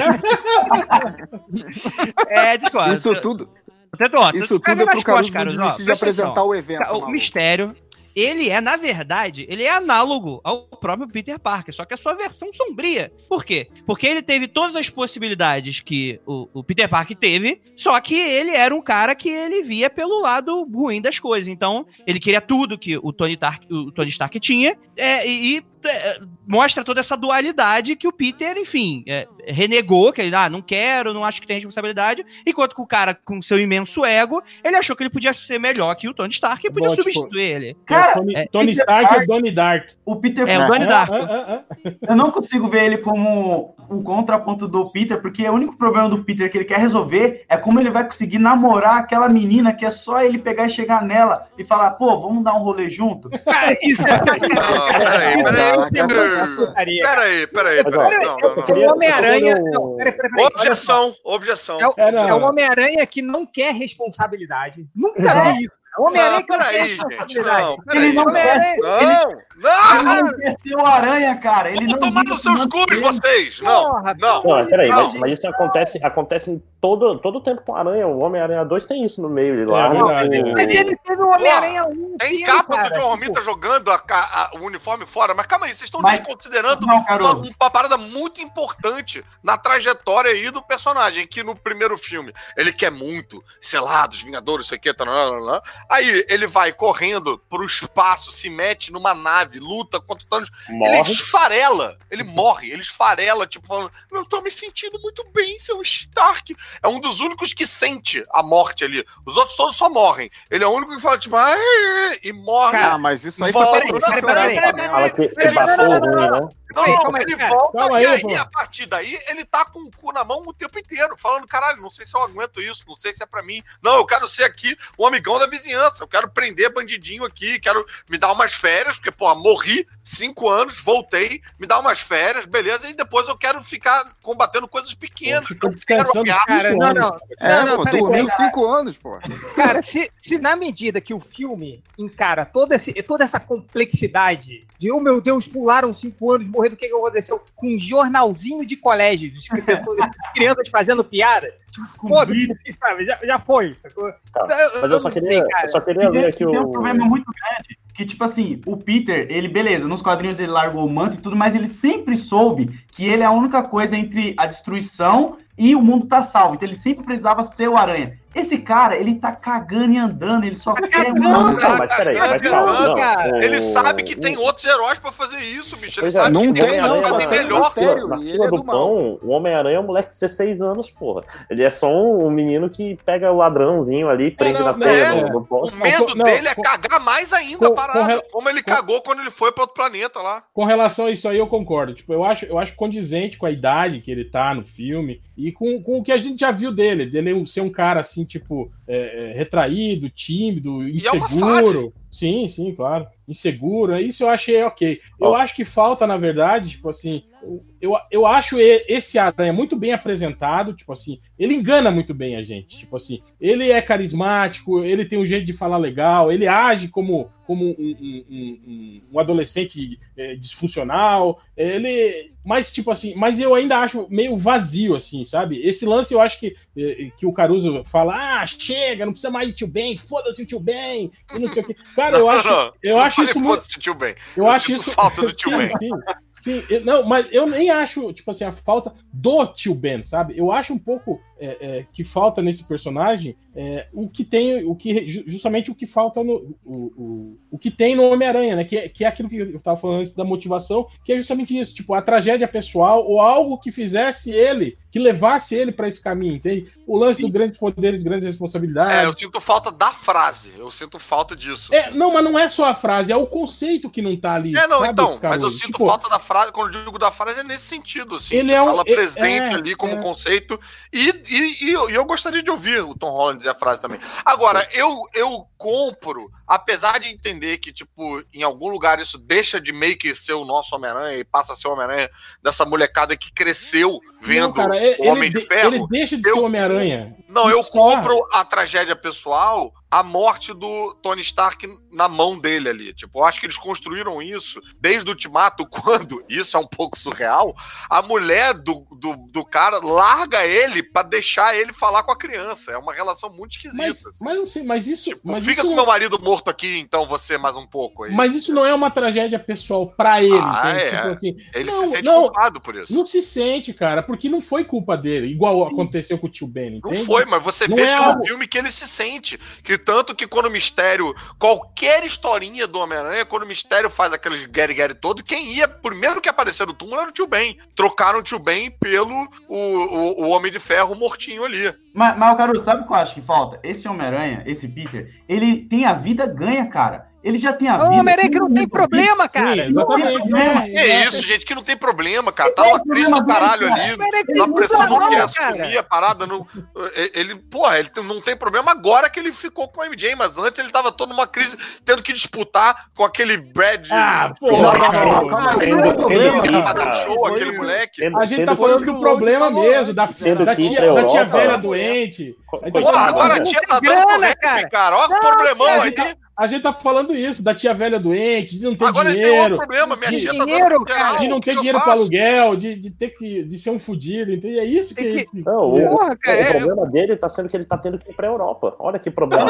Speaker 5: É, discordo.
Speaker 6: Isso tudo,
Speaker 5: Você tô, ó,
Speaker 6: isso
Speaker 5: tu pega
Speaker 6: tudo é pro
Speaker 5: nas
Speaker 6: Caruso
Speaker 5: costas,
Speaker 6: não
Speaker 5: Caruso, ó,
Speaker 6: desistir de
Speaker 5: presta atenção.
Speaker 6: apresentar o evento.
Speaker 5: O
Speaker 6: maluco.
Speaker 5: mistério, ele é, na verdade, ele é análogo ao próprio Peter Parker, só que a sua versão sombria. Por quê? Porque ele teve todas as possibilidades que o, o Peter Parker teve, só que ele era um cara que ele via pelo lado ruim das coisas. Então, ele queria tudo que o Tony Stark, o Tony Stark tinha, é, e, e é, mostra toda essa dualidade que o Peter, enfim, é, renegou, que ele, ah, não quero, não acho que tem responsabilidade, enquanto que o cara, com seu imenso ego, ele achou que ele podia ser melhor que o Tony Stark e podia
Speaker 2: Bom, tipo,
Speaker 5: substituir ele.
Speaker 2: Cara, Tony,
Speaker 5: é,
Speaker 2: Tony
Speaker 3: Peter
Speaker 2: Stark
Speaker 3: Parker-
Speaker 2: é o Donnie Dark.
Speaker 3: O Peter
Speaker 5: É, o Donnie Dark.
Speaker 2: Ah, ah, ah.
Speaker 3: Eu não consigo ver ele como um contraponto do Peter, porque o único problema do Peter que ele quer resolver é como ele vai conseguir namorar aquela menina que é só ele pegar e chegar nela e falar, pô, vamos dar um rolê junto?
Speaker 4: Cara, isso é.
Speaker 1: Não, peraí,
Speaker 6: Caraca,
Speaker 1: peraí. Peraí, peraí,
Speaker 7: Mas, ó,
Speaker 1: peraí. Não, não,
Speaker 4: É o
Speaker 1: não.
Speaker 4: Homem-Aranha. Não, peraí, peraí, peraí. Olha só.
Speaker 1: Objeção, objeção.
Speaker 4: É o,
Speaker 2: É, não.
Speaker 4: é o Homem-Aranha que não quer responsabilidade. Nunca vi isso. É o Homem-Aranha que não quer
Speaker 1: Peraí, gente.
Speaker 4: responsabilidade.
Speaker 1: Não,
Speaker 3: Ele
Speaker 1: peraí.
Speaker 3: não quer,
Speaker 1: Não,
Speaker 3: ele
Speaker 1: não!
Speaker 3: não quer ser o Aranha, cara. Ele
Speaker 1: Vamos
Speaker 3: não
Speaker 1: tomar
Speaker 3: liga
Speaker 1: nos seus
Speaker 3: pro
Speaker 1: cus,
Speaker 3: dele.
Speaker 1: vocês! Não,
Speaker 4: Porra,
Speaker 1: não.
Speaker 4: pelo amor
Speaker 7: Não,
Speaker 4: de
Speaker 7: peraí,
Speaker 4: Deus,
Speaker 7: mas,
Speaker 4: gente.
Speaker 7: mas isso acontece, acontece em todo, todo tempo com o Aranha. O Homem-Aranha dois tem isso no meio. Ele larga
Speaker 2: verdade,
Speaker 7: o-
Speaker 2: é.
Speaker 4: Mas ele teve o Homem-Aranha um.
Speaker 1: Tem
Speaker 4: inteiro,
Speaker 1: capa
Speaker 4: cara.
Speaker 1: do John Romita jogando a ca- a- o uniforme fora, mas calma aí, vocês estão
Speaker 3: Mas-
Speaker 1: desconsiderando
Speaker 3: Não,
Speaker 1: uma,
Speaker 3: Caruso.
Speaker 1: uma parada muito importante na trajetória aí do personagem, que no primeiro filme ele quer muito, sei lá, dos Vingadores, sei o que, tá, aí ele vai correndo pro espaço, se mete numa nave, luta contra o Thanos, ele
Speaker 7: morre.
Speaker 1: esfarela, ele morre, ele esfarela, tipo, falando, não tô me sentindo muito bem, seu Stark. É um dos únicos que sente a morte ali. Os outros todos só morrem. Ele é o único que fala, tipo, ai, e morre.
Speaker 6: Ah, mas isso aí
Speaker 1: Volta.
Speaker 6: foi pra
Speaker 4: Peraí,
Speaker 6: chorar,
Speaker 4: peraí,
Speaker 6: cara.
Speaker 4: peraí,
Speaker 7: Fala que
Speaker 4: Peraí,
Speaker 7: bateu
Speaker 4: não, não,
Speaker 7: ruim,
Speaker 4: não,
Speaker 7: né?
Speaker 1: Não,
Speaker 4: Calma aí, calma aí,
Speaker 1: ele
Speaker 4: cara.
Speaker 1: volta
Speaker 2: Calma
Speaker 1: e
Speaker 2: aí,
Speaker 1: aí,
Speaker 2: pô.
Speaker 1: a partir daí, ele tá com o cu na mão o tempo inteiro, falando, caralho, não sei se eu aguento isso, não sei se é pra mim. Não, eu quero ser aqui o amigão da vizinhança, eu quero prender bandidinho aqui, quero me dar umas férias, porque, pô, morri cinco anos, voltei, me dar umas férias, beleza, e depois eu quero ficar combatendo coisas pequenas.
Speaker 2: Ficou
Speaker 1: eu quero
Speaker 2: descansando
Speaker 1: apiar.
Speaker 4: Cara,
Speaker 2: cinco
Speaker 4: não,
Speaker 2: anos.
Speaker 4: não.
Speaker 6: É,
Speaker 4: não, não,
Speaker 6: pô,
Speaker 4: peraí,
Speaker 6: dormiu
Speaker 4: peraí.
Speaker 6: cinco anos, pô.
Speaker 4: Cara, se, se na medida que o filme encara todo esse, toda essa complexidade de, oh meu Deus, pularam cinco anos, morreram, o que, que aconteceu? Com um jornalzinho de colégio, de pessoas, crianças fazendo piada, tipo, foda-se, assim, sabe? Já, já foi. Sacou?
Speaker 7: Tá,
Speaker 4: Eu-
Speaker 7: Mas
Speaker 4: eu
Speaker 7: eu só
Speaker 4: não
Speaker 7: queria,
Speaker 4: sei, cara.
Speaker 7: eu só queria
Speaker 3: E
Speaker 7: ler
Speaker 3: tem,
Speaker 7: aqui
Speaker 3: e tem um
Speaker 7: o.
Speaker 3: problema muito grande, que tipo assim, o Peter, ele, beleza, nos quadrinhos ele largou o manto e tudo, mas ele sempre soube que ele é a única coisa entre a destruição e o mundo tá salvo, então ele sempre precisava ser o Aranha. Esse cara, ele tá cagando e andando, ele só quer...
Speaker 4: cagando,
Speaker 3: Mano,
Speaker 7: Não, mas peraí, mas calma. Não,
Speaker 4: cara.
Speaker 7: o-
Speaker 1: Ele sabe que tem
Speaker 7: o-
Speaker 1: outros heróis pra fazer isso, bicho. Ele
Speaker 7: Pois é,
Speaker 1: sabe
Speaker 6: Não
Speaker 1: que
Speaker 6: tem,
Speaker 1: tem
Speaker 6: não,
Speaker 1: outros
Speaker 6: só
Speaker 1: que
Speaker 6: tem
Speaker 1: melhor.
Speaker 6: mistério.
Speaker 7: Na
Speaker 6: e ele
Speaker 7: fila
Speaker 6: é
Speaker 7: do
Speaker 6: do mal.
Speaker 7: pão, o Homem-Aranha é um moleque de dezesseis anos, porra. Ele é só um, um menino que pega o ladrãozinho ali, prende
Speaker 2: não,
Speaker 7: na
Speaker 2: não,
Speaker 7: teia
Speaker 1: é.
Speaker 7: do, do pão.
Speaker 1: O medo
Speaker 2: Não,
Speaker 1: dele é
Speaker 2: com-
Speaker 1: cagar mais ainda
Speaker 2: com-
Speaker 1: a parada.
Speaker 2: com rel-
Speaker 1: Como ele
Speaker 2: com-
Speaker 1: cagou quando ele foi pra outro planeta lá.
Speaker 2: Com relação a isso aí, eu concordo. Tipo, eu acho, eu acho condizente com a idade que ele tá no filme e com, com o que a gente já viu dele. Dele ser um cara assim, tipo, é, é, retraído, tímido,
Speaker 1: é uma
Speaker 2: inseguro. Sim, sim, claro. Inseguro. Isso eu achei ok. Eu
Speaker 7: Ó.
Speaker 2: acho que falta, na verdade, tipo assim. Eu, eu acho e- esse Aranha muito bem apresentado, tipo assim, ele engana muito bem a gente, tipo assim, ele é carismático, ele tem um jeito de falar legal, ele age como, como um, um- um- um adolescente é, disfuncional, ele, mas tipo assim, mas eu ainda acho meio vazio, assim, sabe? Esse lance eu acho que, é, que o Caruso fala, ah, chega, não precisa mais de tio Ben, foda-se o tio Ben, e não sei o que. Cara, eu acho,
Speaker 1: Não,
Speaker 2: eu
Speaker 1: não
Speaker 2: acho
Speaker 1: falei
Speaker 2: isso muito...
Speaker 1: foda-se, tio Ben.
Speaker 2: Eu,
Speaker 1: Eu
Speaker 2: acho
Speaker 1: sinto
Speaker 2: isso.
Speaker 1: falta do tio
Speaker 2: sim,
Speaker 1: Ben.
Speaker 2: sim, sim. Eu- não, mas eu nem acho, tipo assim, a falta do tio Ben, sabe? Eu acho um pouco é, é, que falta nesse personagem é, o que tem, o que ju- justamente o que falta no. O, o, o que tem no Homem-Aranha, né? Que, é- que é aquilo que eu tava falando antes da motivação, que é justamente isso, tipo, a tragédia pessoal ou algo que fizesse ele, que levasse ele pra esse caminho, entende? O lance do grandes poderes, grandes responsabilidades.
Speaker 1: É, eu sinto falta da frase. Eu sinto falta disso.
Speaker 2: É, não, mas não é só a frase, é o conceito que não tá ali.
Speaker 1: É, não,
Speaker 2: sabe,
Speaker 1: então, mas
Speaker 2: Caruso?
Speaker 1: eu sinto
Speaker 2: Tipo,
Speaker 1: falta da frase, quando eu digo da frase, é nesse sentido, assim.
Speaker 2: Ele
Speaker 1: tipo,
Speaker 2: é um-
Speaker 1: ela
Speaker 2: é-
Speaker 1: presente
Speaker 2: é,
Speaker 1: ali como
Speaker 2: é.
Speaker 1: conceito, e, e, e eu, e eu gostaria de ouvir o Tom Holland dizer a frase também. Agora, eu, eu compro, apesar de entender que, tipo, em algum lugar isso deixa de meio que ser o nosso Homem-Aranha e passa a ser o Homem-Aranha dessa molecada que cresceu vendo
Speaker 2: não, cara, é-
Speaker 1: o Homem
Speaker 2: ele,
Speaker 1: de
Speaker 2: de-
Speaker 1: Ferro.
Speaker 2: ele deixa de
Speaker 1: eu-
Speaker 2: ser o Homem-Aranha.
Speaker 1: Não, eu
Speaker 2: Isso,
Speaker 1: compro a tragédia pessoal, a morte do Tony Stark na mão dele ali. Tipo, eu acho que eles construíram isso desde o Ultimato, quando, isso é um pouco surreal, a mulher do, do, do cara larga ele pra deixar ele falar com a criança. É uma relação muito esquisita.
Speaker 2: Mas,
Speaker 1: assim.
Speaker 2: mas não sei, mas isso.
Speaker 1: Tipo,
Speaker 2: mas
Speaker 1: fica
Speaker 2: isso
Speaker 1: com
Speaker 2: não,
Speaker 1: meu marido morto aqui, então você mais um pouco aí.
Speaker 2: mas isso não é uma tragédia pessoal pra ele.
Speaker 1: Ah,
Speaker 2: entende?
Speaker 1: é.
Speaker 2: Tipo assim,
Speaker 1: Ele
Speaker 2: não,
Speaker 1: se sente
Speaker 2: não,
Speaker 1: culpado por isso.
Speaker 2: não se sente, cara, porque não foi culpa dele, igual aconteceu com o tio Ben,
Speaker 1: Não
Speaker 2: entende?
Speaker 1: foi, mas você
Speaker 2: Não
Speaker 1: vê
Speaker 2: é
Speaker 1: pelo
Speaker 2: algo-
Speaker 1: filme que ele se sente. Que tanto que quando o Mistério, qualquer historinha do Homem-Aranha, quando o Mistério faz aqueles Gary-Gary todo, quem ia, primeiro que aparecer no túmulo era o Tio Ben. Trocaram o Tio Ben pelo o, o, o Homem de Ferro mortinho ali.
Speaker 3: Mas, mas Caruso, sabe o que eu acho que falta? Esse Homem-Aranha, esse Peter, ele tem a vida ganha, cara. Ele já tem a vida...
Speaker 4: Ô, Homem-Aranha que não tem problema, cara.
Speaker 2: Sim, exatamente.
Speaker 1: É, é isso, gente, que não tem problema, cara. Tá uma crise do caralho ali. Tá precisando que assumir a parada. No, ele, porra, ele não tem problema agora que ele ficou com a M J, mas antes ele tava todo numa crise, tendo que disputar com aquele Brad...
Speaker 2: Ah, porra,
Speaker 1: cara. Show, aquele moleque.
Speaker 2: A gente tá falando do problema mesmo, da, da, tia, da tia velha doente.
Speaker 1: Porra, agora a tia tá dando corrente, cara. Olha o problemão aí.
Speaker 2: A gente tá falando isso, da tia velha doente, de não ter
Speaker 1: Agora
Speaker 2: dinheiro.
Speaker 1: Agora problema, minha
Speaker 2: de,
Speaker 1: tia tá
Speaker 4: dinheiro,
Speaker 1: dando
Speaker 4: cara,
Speaker 2: de não ter dinheiro para aluguel, de, de ter que de ser um fudido, entendeu? É isso que...
Speaker 4: que...
Speaker 7: Não, o,
Speaker 4: Porra, cara,
Speaker 7: o
Speaker 4: é...
Speaker 7: problema dele tá sendo que ele tá tendo que ir pra Europa. Olha que problema.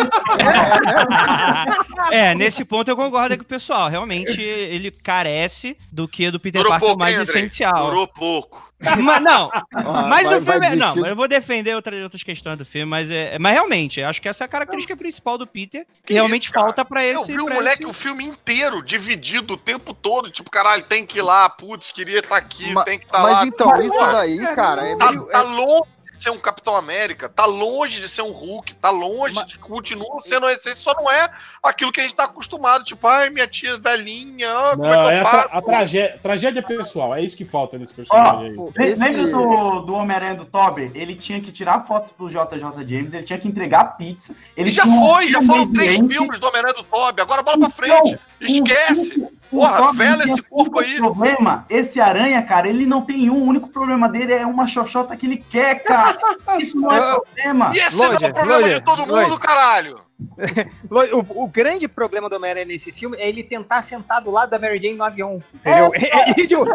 Speaker 5: É, nesse ponto eu concordo com o pessoal. Realmente, ele carece do que do Peter
Speaker 1: Durou
Speaker 5: Parker
Speaker 1: pouco,
Speaker 5: mais
Speaker 1: hein,
Speaker 5: essencial.
Speaker 1: Durou pouco.
Speaker 5: Mas não,
Speaker 6: Ah,
Speaker 5: mas
Speaker 6: vai-
Speaker 5: o filme.
Speaker 6: vai
Speaker 5: é- Não,
Speaker 6: desistir.
Speaker 5: eu vou defender outra, outras questões do filme, mas, é, mas realmente, eu acho que essa é a característica principal do Peter, que,
Speaker 1: Que
Speaker 5: realmente
Speaker 1: isso, cara?
Speaker 5: falta pra
Speaker 1: Eu
Speaker 5: esse.
Speaker 1: vi o
Speaker 5: pra
Speaker 1: moleque
Speaker 5: esse-
Speaker 1: o filme inteiro, dividido o tempo todo. Tipo, caralho, tem que ir lá, putz, queria estar aqui,
Speaker 6: Ma-
Speaker 1: tem que estar
Speaker 6: Mas
Speaker 1: lá.
Speaker 6: então, isso
Speaker 1: Porra,
Speaker 6: daí, cara, é
Speaker 1: Tá,
Speaker 6: meio.
Speaker 1: tá
Speaker 6: é-
Speaker 1: longe de ser um Capitão América, tá longe de ser um Hulk, tá longe
Speaker 6: Mas-
Speaker 1: de continua sendo a essência, só não é aquilo que a gente tá acostumado, tipo, ai, minha tia velhinha, ah, como
Speaker 2: Não,
Speaker 1: é que
Speaker 2: é
Speaker 1: eu
Speaker 2: a, tra-
Speaker 1: paro?
Speaker 2: a tragédia, tragédia pessoal, é isso que falta nesse personagem aí.
Speaker 6: Pô,
Speaker 3: Le-
Speaker 6: esse-
Speaker 3: Lembra do, do Homem-Aranha do Tobey? Ele tinha que tirar fotos pro J J James, ele tinha que entregar pizza. Ele
Speaker 1: E já
Speaker 3: tinha um
Speaker 1: foi, já
Speaker 3: time
Speaker 1: foram três
Speaker 3: doente.
Speaker 1: filmes do Homem-Aranha do Toby, agora bola pra
Speaker 3: Então,
Speaker 1: frente,
Speaker 3: o
Speaker 1: esquece.
Speaker 3: filme- o
Speaker 1: Porra,
Speaker 3: Tobey
Speaker 1: vela
Speaker 3: tinha
Speaker 1: esse corpo
Speaker 3: um
Speaker 1: aí.
Speaker 3: problema, esse aranha, cara, ele não tem um, o único problema dele é uma xoxota que ele quer, cara. Isso não é problema.
Speaker 1: E esse não é
Speaker 4: Roger,
Speaker 1: o problema
Speaker 4: Roger,
Speaker 1: de todo mundo,
Speaker 4: Roger.
Speaker 1: caralho.
Speaker 4: O, o grande problema do Homem-Aranha nesse filme é ele tentar sentar do lado da Mary Jane no avião, entendeu? É, tipo,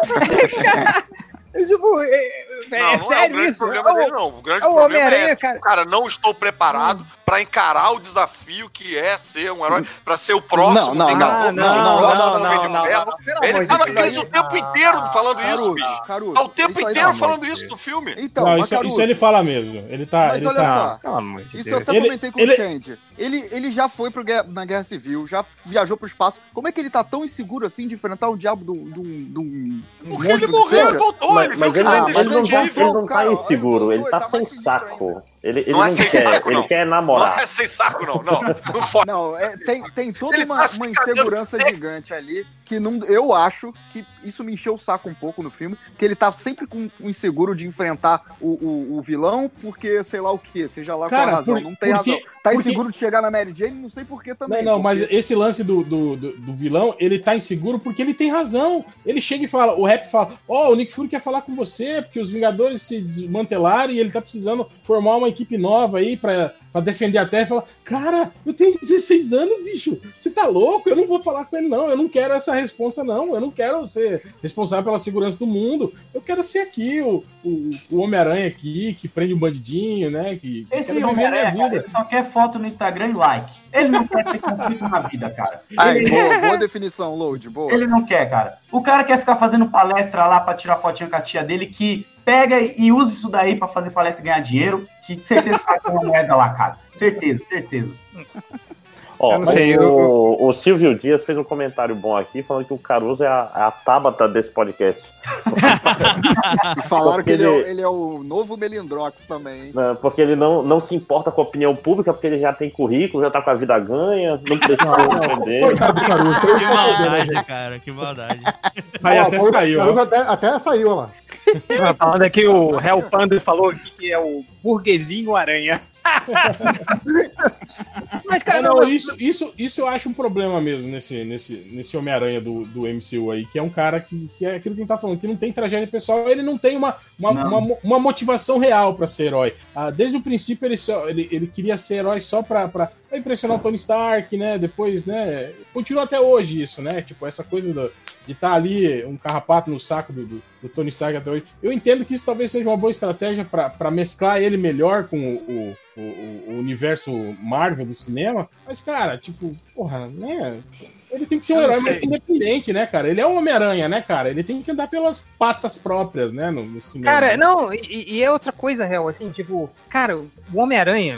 Speaker 4: é, tipo, é, é
Speaker 1: Não, não é o
Speaker 4: sério
Speaker 1: grande
Speaker 4: isso.
Speaker 1: problema
Speaker 4: É o-
Speaker 1: dele, não. O grande
Speaker 4: é o
Speaker 1: problema
Speaker 4: Homem-Aranha,
Speaker 1: é,
Speaker 4: cara.
Speaker 1: cara, não estou preparado pra encarar o desafio que é ser um herói, pra ser o próximo
Speaker 6: Não, não,
Speaker 1: Vingador,
Speaker 6: não,
Speaker 1: o
Speaker 6: não,
Speaker 1: próximo
Speaker 6: não,
Speaker 1: Homem de
Speaker 4: não,
Speaker 1: Ferro.
Speaker 4: não, pelo
Speaker 1: Ele
Speaker 4: amor
Speaker 1: tá
Speaker 4: de
Speaker 1: na
Speaker 6: Deus.
Speaker 1: crise o tempo inteiro falando isso,
Speaker 6: Caruso,
Speaker 1: bicho.
Speaker 6: Caruso,
Speaker 1: Tá o tempo
Speaker 6: isso aí
Speaker 1: inteiro
Speaker 6: não,
Speaker 1: falando
Speaker 6: mano.
Speaker 1: isso no filme.
Speaker 6: Então,
Speaker 2: Não,
Speaker 6: mas,
Speaker 2: isso,
Speaker 6: Caruso,
Speaker 2: isso ele fala mesmo. Ele tá.
Speaker 6: mas
Speaker 2: ele
Speaker 6: olha
Speaker 2: tá...
Speaker 6: só,
Speaker 4: Pelo amor de
Speaker 6: isso
Speaker 4: Deus.
Speaker 6: eu até
Speaker 2: Ele-
Speaker 6: comentei com
Speaker 2: ele-
Speaker 6: o Change. Ele, ele já foi pro guerra- na Guerra Civil, já viajou pro espaço. Como é que ele tá tão inseguro assim de enfrentar o diabo de um de um- de um
Speaker 1: Porque ele
Speaker 6: monstro que
Speaker 1: morreu e
Speaker 6: seja?
Speaker 1: voltou.
Speaker 7: Mas,
Speaker 1: Ele
Speaker 7: mas
Speaker 1: viu que
Speaker 7: ele,
Speaker 1: não
Speaker 6: Ah,
Speaker 7: não-
Speaker 1: é
Speaker 6: mas
Speaker 7: ele não
Speaker 6: ele
Speaker 7: tá,
Speaker 6: voltou,
Speaker 7: ele não tá
Speaker 6: cara,
Speaker 7: inseguro,
Speaker 6: ele
Speaker 7: ele
Speaker 6: voltou,
Speaker 7: tá
Speaker 6: tá
Speaker 7: sem
Speaker 6: mais sinistro
Speaker 7: saco. Ele, ele
Speaker 1: Não
Speaker 7: não,
Speaker 1: é sem
Speaker 7: quer,
Speaker 1: saco,
Speaker 7: ele
Speaker 1: não.
Speaker 7: quer
Speaker 1: Não
Speaker 7: namorar.
Speaker 1: é sem saco, não. Não, não fode.
Speaker 6: Não, é, tem, tem toda
Speaker 1: Ele
Speaker 6: uma,
Speaker 1: tá se
Speaker 6: uma
Speaker 1: cagando.
Speaker 6: insegurança gigante ali, que não, eu acho que isso me encheu o saco um pouco no filme, que ele tá sempre com um inseguro de enfrentar o, o, o vilão, porque sei lá o que, seja lá
Speaker 2: Cara,
Speaker 6: qual a razão,
Speaker 2: por-
Speaker 6: não tem
Speaker 2: porque-
Speaker 6: razão. Tá
Speaker 2: porque-
Speaker 6: inseguro de chegar na Mary Jane, não sei por que também.
Speaker 2: Não, não, mas
Speaker 6: porque-
Speaker 2: esse lance do, do, do, do vilão, ele tá inseguro porque ele tem razão. Ele chega e fala, o Rap fala, ó, o Nick Fury quer falar com você, porque os Vingadores se desmantelaram e ele tá precisando formar uma equipe nova aí pra, pra defender a Terra. E fala, cara, eu tenho dezesseis anos, bicho, você tá louco? Eu não vou falar com ele, não. Eu não quero essa responsa, não. Eu não quero ser responsável pela segurança do mundo. Eu quero ser aqui, o, o, o Homem-Aranha aqui, que prende um bandidinho, né? Que, que
Speaker 3: Esse
Speaker 2: quero viver minha
Speaker 3: Homem-Aranha, cara,
Speaker 2: vida.
Speaker 3: ele só quer foto no Instagram e like. Ele não quer ter conflito na vida, cara.
Speaker 6: Ai,
Speaker 3: Ele,
Speaker 6: boa, boa definição, Load, boa.
Speaker 3: ele não quer, cara. O cara quer ficar fazendo palestra lá pra tirar fotinha com a tia dele, que pega e usa isso daí pra fazer palestra e ganhar dinheiro, que certeza vai ter uma moeda lá, cara. Certeza, certeza.
Speaker 7: Ó,
Speaker 4: Eu não
Speaker 7: mas
Speaker 4: sei,
Speaker 7: o,
Speaker 4: eu-
Speaker 7: o Silvio Dias fez um comentário bom aqui, falando que o Caruso é a, é a Tabata desse podcast.
Speaker 6: E falaram que
Speaker 7: Porque
Speaker 6: ele, é, o-
Speaker 7: ele-
Speaker 6: ele é o novo Melindrox também, hein?
Speaker 7: Né? Porque ele não, não se importa com a opinião pública, porque ele já tem currículo, já tá com a vida ganha, não precisa defender.
Speaker 2: Coitado do Caruso.
Speaker 5: Que maldade, cara, que maldade.
Speaker 2: Aí
Speaker 8: Ó,
Speaker 2: até
Speaker 8: foi-
Speaker 2: saiu,
Speaker 8: Caruso
Speaker 2: ó.
Speaker 8: até, até saiu, ó lá.
Speaker 4: Ah, falando aqui, o Hell Panda falou aqui que é o burguesinho aranha. Mas, cara,
Speaker 2: É, não,
Speaker 4: não,
Speaker 2: isso, isso, isso eu acho um problema mesmo nesse, nesse, nesse Homem-Aranha do, do M C U aí, que é um cara que, que é aquilo que a gente tá falando, que não tem tragédia pessoal, ele não tem uma, uma,
Speaker 3: Não.
Speaker 2: uma, uma motivação real pra ser herói. Ah, desde o princípio ele, só, ele, ele queria ser herói só pra, pra, pra impressionar o Tony Stark, né? Depois, né? Continua até hoje isso, né? Tipo, essa coisa do, de estar ali, um carrapato no saco do, do, do Tony Stark até hoje. Eu entendo que isso talvez seja uma boa estratégia pra, pra mesclar ele melhor com o, o, o, o universo Marvel do cinema, mas, cara, tipo, porra, né? Ele tem que ser um herói mais independente, né, cara? Ele é um Homem-Aranha, né, cara? Ele tem que andar pelas patas próprias, né, no, no cinema.
Speaker 4: cara, não, e, e é outra coisa, real, assim, tipo, cara, o Homem-Aranha,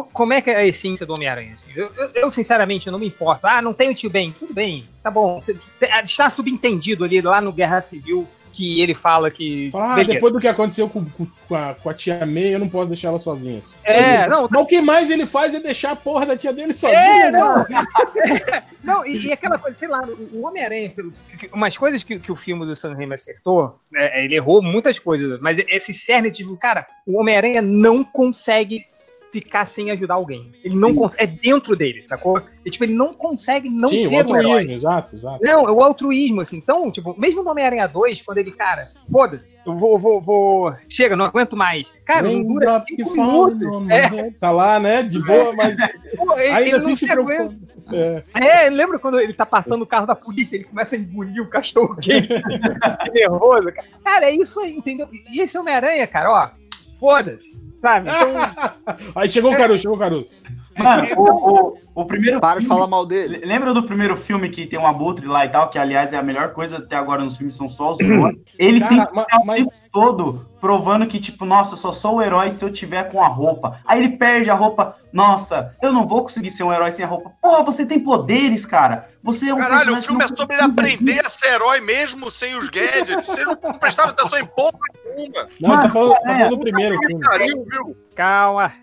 Speaker 4: como é que é a essência do Homem-Aranha? Assim? Eu, eu, eu, sinceramente, eu não me importo. Ah, não tem o tio Ben. Tudo bem, tá bom. Você, está subentendido ali, lá no Guerra Civil, que ele fala que...
Speaker 2: Ah, beleza. Depois do que aconteceu com, com, a, com a tia May, eu não posso deixar ela sozinha. Assim.
Speaker 4: É, não...
Speaker 2: Mas o que mais ele faz é deixar a porra da tia dele sozinha.
Speaker 4: É, não... é, não, e, e aquela coisa, sei lá, o Homem-Aranha, umas coisas que, que o filme do Sam Raimi acertou, é, ele errou muitas coisas, mas esse cerne, tipo, cara, o Homem-Aranha não consegue ficar sem ajudar alguém. Ele não consegue. É dentro dele, sacou? E, tipo, ele não consegue não
Speaker 2: Sim,
Speaker 4: ser
Speaker 2: o
Speaker 4: um herói.
Speaker 2: Exato, exato.
Speaker 4: Não, é o altruísmo, assim. Então, tipo, mesmo no Homem-Aranha dois, quando ele, cara, foda-se, eu vou, vou, vou. Chega, não aguento mais. Cara, não dura cinco minutos. É.
Speaker 2: Tá lá, né? De boa, mas.
Speaker 4: Pô, ele,
Speaker 2: ainda
Speaker 4: ele não se aguenta.
Speaker 2: É.
Speaker 4: é, lembra quando ele tá passando o carro da polícia, ele começa a engolir o cachorro quente, nervoso, cara. Cara, é isso aí, entendeu? E esse Homem-Aranha, cara, ó, foda-se. Sabe? Então...
Speaker 2: Aí chegou o Caruso, chegou o Caruso.
Speaker 3: Mano, o, o, o primeiro
Speaker 6: Para
Speaker 3: filme,
Speaker 6: de falar mal dele.
Speaker 3: Lembra do primeiro filme que tem um abutre lá e tal, que aliás é a melhor coisa até agora nos filmes, são só os vilões. Ele
Speaker 2: Cara,
Speaker 3: tem que
Speaker 2: mas-
Speaker 3: ficar o
Speaker 2: mas-
Speaker 3: tempo todo provando que, tipo, nossa, eu só sou o herói se eu tiver com a roupa. Aí ele perde a roupa, nossa, eu não vou conseguir ser um herói sem a roupa. Porra, você tem poderes, cara. Você é um
Speaker 1: Caralho, o
Speaker 3: personagem
Speaker 1: filme é
Speaker 3: que não
Speaker 1: sobre ele
Speaker 3: precisa
Speaker 1: aprender a ser herói mesmo sem os gadgets. Vocês não prestaram atenção em porra nenhuma.
Speaker 2: Não, tá
Speaker 3: Mano,
Speaker 2: falando, tá
Speaker 3: é.
Speaker 2: falando do primeiro filme.
Speaker 1: Carinho, viu?
Speaker 4: Calma.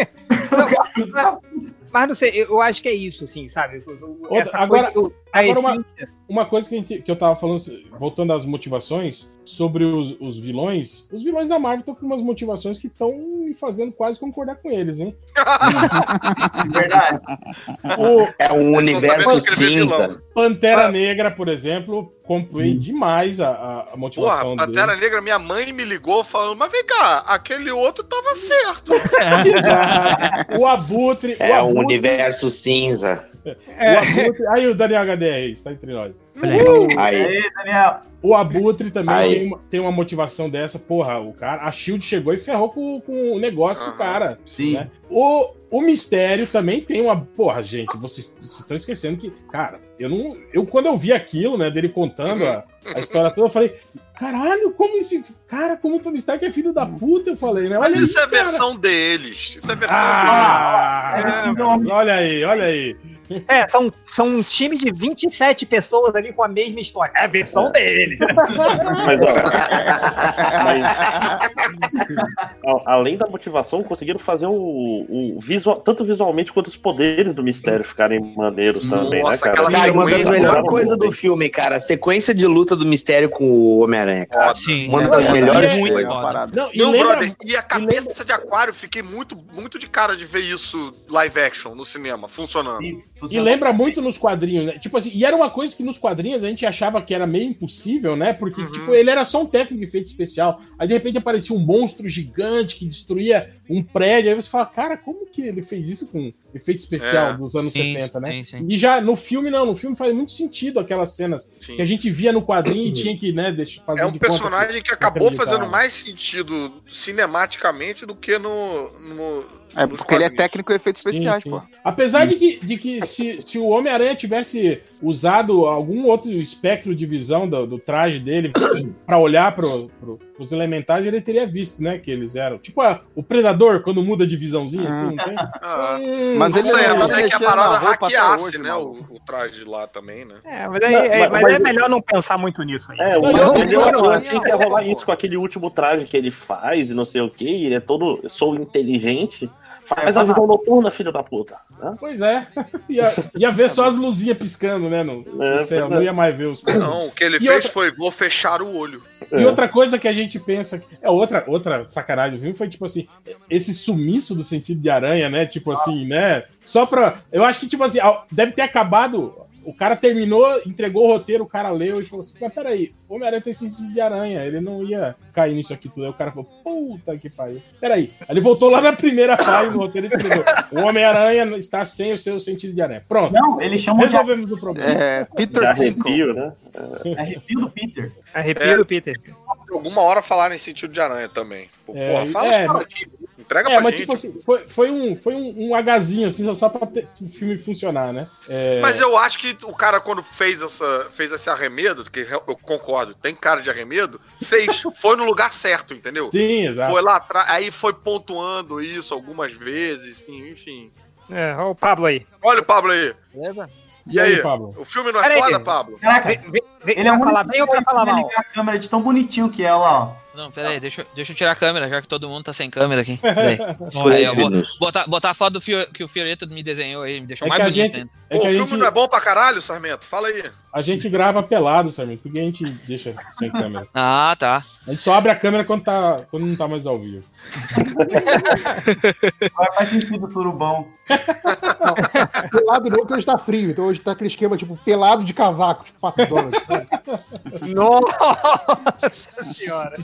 Speaker 4: Não, mas não sei, eu acho que é isso, assim, sabe?
Speaker 2: Outra- agora-
Speaker 4: coisa, a
Speaker 2: agora uma-
Speaker 4: essência-
Speaker 2: Uma coisa que, a gente- que eu tava falando, voltando às motivações, sobre os, os vilões, os vilões da Marvel estão com umas motivações que estão me fazendo quase concordar com eles, hein?
Speaker 3: de verdade.
Speaker 2: O
Speaker 8: É um universo
Speaker 1: sabendo escrever
Speaker 8: cinza.
Speaker 1: vilão.
Speaker 2: Pantera
Speaker 1: Ah.
Speaker 2: Negra, por exemplo, comprei demais a, a, a motivação
Speaker 1: Porra,
Speaker 2: dele.
Speaker 1: Pantera Negra, minha mãe me ligou falando, mas vem cá, aquele outro tava certo.
Speaker 2: O Abutre. o
Speaker 8: É um
Speaker 2: Abutre,
Speaker 8: universo cinza.
Speaker 2: o Abutre. Aí o Daniel H D R está entre nós.
Speaker 8: Aí,
Speaker 3: Aí, Daniel.
Speaker 2: O Abutre também
Speaker 8: Aí.
Speaker 2: tem uma, tem uma motivação dessa. Porra, o cara. A Shield chegou e ferrou com, com o negócio do
Speaker 1: Aham.
Speaker 2: cara.
Speaker 3: Sim.
Speaker 2: Né? O, o Mistério também tem uma. Porra, gente, vocês vocês estão esquecendo que. Cara, eu não. Eu, quando eu vi aquilo, né, dele contando a, a história toda, eu falei. Caralho, como esse. Cara, como o Tony Stark é filho da puta, eu falei, né?
Speaker 1: Mas
Speaker 2: Olha
Speaker 1: isso é a
Speaker 2: cara.
Speaker 1: versão deles. Isso é a versão
Speaker 2: Ah,
Speaker 3: Ah,
Speaker 2: olha aí, olha aí.
Speaker 4: É, são, são um time de vinte e sete pessoas ali com a mesma história. É a versão dele.
Speaker 7: Mas, ó, mas, a- além da motivação, conseguiram fazer o, o visual, tanto visualmente quanto os poderes do mistério ficarem maneiros também,
Speaker 1: Nossa,
Speaker 7: né, cara?
Speaker 1: aquela
Speaker 8: cara, uma das
Speaker 1: sequência-
Speaker 8: melhores coisas do filme, cara, a sequência de luta do mistério com o Homem-Aranha, cara.
Speaker 5: Sim.
Speaker 8: Uma das
Speaker 2: Não,
Speaker 8: melhores
Speaker 2: e é-
Speaker 5: muito
Speaker 8: coisas.
Speaker 5: foda.
Speaker 6: Parada.
Speaker 2: Não, e
Speaker 1: Não,
Speaker 2: lembra,
Speaker 1: brother, e a cabeça de aquário, fiquei muito, muito de cara de ver isso live action no cinema, funcionando.
Speaker 2: E lembra muito nos quadrinhos, né? Tipo assim, e era uma coisa que nos quadrinhos a gente achava que era meio impossível, né? Porque,
Speaker 1: Uhum.
Speaker 2: tipo, ele era só um técnico de efeito especial. Aí, de repente, aparecia um monstro gigante que destruía um prédio. Aí você fala, cara, como que ele fez isso com efeito especial
Speaker 1: É.
Speaker 2: dos anos
Speaker 5: Sim,
Speaker 2: setenta, né?
Speaker 5: sim, sim.
Speaker 2: E já no filme, não. No filme faz muito sentido aquelas cenas
Speaker 1: Sim.
Speaker 2: que a gente via no quadrinho e tinha que, né, deixar, fazer
Speaker 1: É um
Speaker 2: de conta
Speaker 1: personagem que acabou fazendo mais sentido cinematicamente do que no. no
Speaker 6: É
Speaker 1: nos
Speaker 6: porque ele é
Speaker 1: quadrinhos.
Speaker 6: técnico em efeitos
Speaker 2: Sim,
Speaker 6: especiais,
Speaker 2: sim.
Speaker 6: pô.
Speaker 2: Apesar de que, de que se, se o Homem-Aranha tivesse usado algum outro espectro de visão do, do traje dele pra olhar pro, pro, pros elementares, ele teria visto, né, que eles eram. Tipo a- o Predador, quando muda de visãozinha, assim, não tem?
Speaker 1: Ah,
Speaker 2: Hum,
Speaker 6: Mas
Speaker 1: não
Speaker 6: ele
Speaker 1: sei,
Speaker 6: não-
Speaker 1: a não
Speaker 6: ele
Speaker 1: ser que a
Speaker 6: mexeu
Speaker 1: parada
Speaker 6: na roupa até
Speaker 1: hackeasse,
Speaker 6: hoje,
Speaker 1: né?
Speaker 6: maluco.
Speaker 1: O, o traje lá também, né?
Speaker 4: É, mas aí
Speaker 7: Mas-
Speaker 4: é, mas
Speaker 7: mas-
Speaker 4: é melhor não pensar muito nisso aí.
Speaker 7: É, o
Speaker 2: Não,
Speaker 7: mas
Speaker 2: eu-
Speaker 7: eu,
Speaker 2: eu-
Speaker 7: eu
Speaker 6: eu-
Speaker 7: achei que ia
Speaker 6: eu-
Speaker 7: rolar
Speaker 6: eu-
Speaker 7: isso com aquele último traje que ele faz e não sei o que, ele é todo, sou inteligente, faz a visão noturna, filho da puta. Né?
Speaker 2: Pois é. ia, ia ver só as luzinhas piscando, né, no, no
Speaker 7: É,
Speaker 2: céu.
Speaker 7: pois é.
Speaker 2: Não ia mais ver os coisas.
Speaker 1: Não, o que ele
Speaker 2: E
Speaker 1: fez
Speaker 2: outra-
Speaker 1: foi, vou fechar o olho.
Speaker 2: E outra coisa que a gente pensa. É outra, outra sacanagem do filme foi, tipo assim, esse sumiço do sentido de aranha, né? Tipo assim, né? Só pra. Eu acho que, tipo assim, deve ter acabado. O cara terminou, entregou o roteiro, o cara leu e falou assim: mas peraí, o Homem-Aranha tem sentido de aranha, ele não ia cair nisso aqui tudo. Aí o cara falou: puta que pariu. Peraí. Aí ele voltou lá na primeira página do roteiro e escreveu: o Homem-Aranha está sem o seu sentido de aranha. Pronto.
Speaker 3: Não, eles chamam de
Speaker 2: Resolvemos o problema.
Speaker 6: É,
Speaker 7: De
Speaker 6: Peter Tinkle.
Speaker 7: arrepio, né?
Speaker 3: arrepio do Peter.
Speaker 4: Arrepio
Speaker 1: É.
Speaker 4: do Peter.
Speaker 1: Alguma hora falaram em sentido de aranha também. Pô,
Speaker 2: É,
Speaker 1: porra, fala
Speaker 2: é,
Speaker 1: as paradinhas, entendeu? Entrega
Speaker 2: É,
Speaker 1: pra
Speaker 2: mas
Speaker 1: gente.
Speaker 2: tipo assim, foi, foi, um, foi um, um Hzinho, assim, só pra ter, o filme funcionar, né? É...
Speaker 1: Mas eu acho que o cara, quando fez, essa, fez esse arremedo, que eu concordo, tem cara de arremedo, fez, foi no lugar certo, entendeu?
Speaker 2: Sim, exato.
Speaker 1: Foi lá atrás, aí foi pontuando isso algumas vezes, sim, enfim.
Speaker 4: É, olha o Pablo aí.
Speaker 1: Olha o Pablo aí.
Speaker 4: Beleza?
Speaker 1: E aí,
Speaker 2: Pablo?
Speaker 1: O filme não é
Speaker 4: Pera aí.
Speaker 1: foda, Pablo?
Speaker 3: Caraca,
Speaker 4: Vê- vê- vê-
Speaker 3: ele é um
Speaker 4: pra falar bem ou pra falar mal?
Speaker 3: ligar a câmera de tão bonitinho que é, lá, ó.
Speaker 9: Não, pera aí, deixa, eu- deixa eu tirar a câmera, já que todo mundo tá sem câmera aqui. Peraí. Aí, eu vou botar, botar a foto do fio, que o Fioreto me desenhou aí, me deixou
Speaker 2: É
Speaker 9: mais
Speaker 2: que a
Speaker 9: bonito
Speaker 2: gente-
Speaker 9: ainda.
Speaker 2: É
Speaker 1: Pô,
Speaker 2: que
Speaker 1: o
Speaker 2: a
Speaker 1: filme
Speaker 2: gente,
Speaker 1: não é bom pra caralho, Sarmento? Fala aí.
Speaker 2: a gente grava pelado, sabe? Porque a gente deixa sem câmera.
Speaker 9: Ah, tá.
Speaker 2: A gente só abre a câmera quando, tá, quando não tá mais ao vivo.
Speaker 3: Agora faz sentido o surubão.
Speaker 10: Pelado não, porque hoje tá frio. Então hoje tá aquele esquema, tipo, pelado de casaco, tipo, pato dólares.
Speaker 4: Nossa senhora.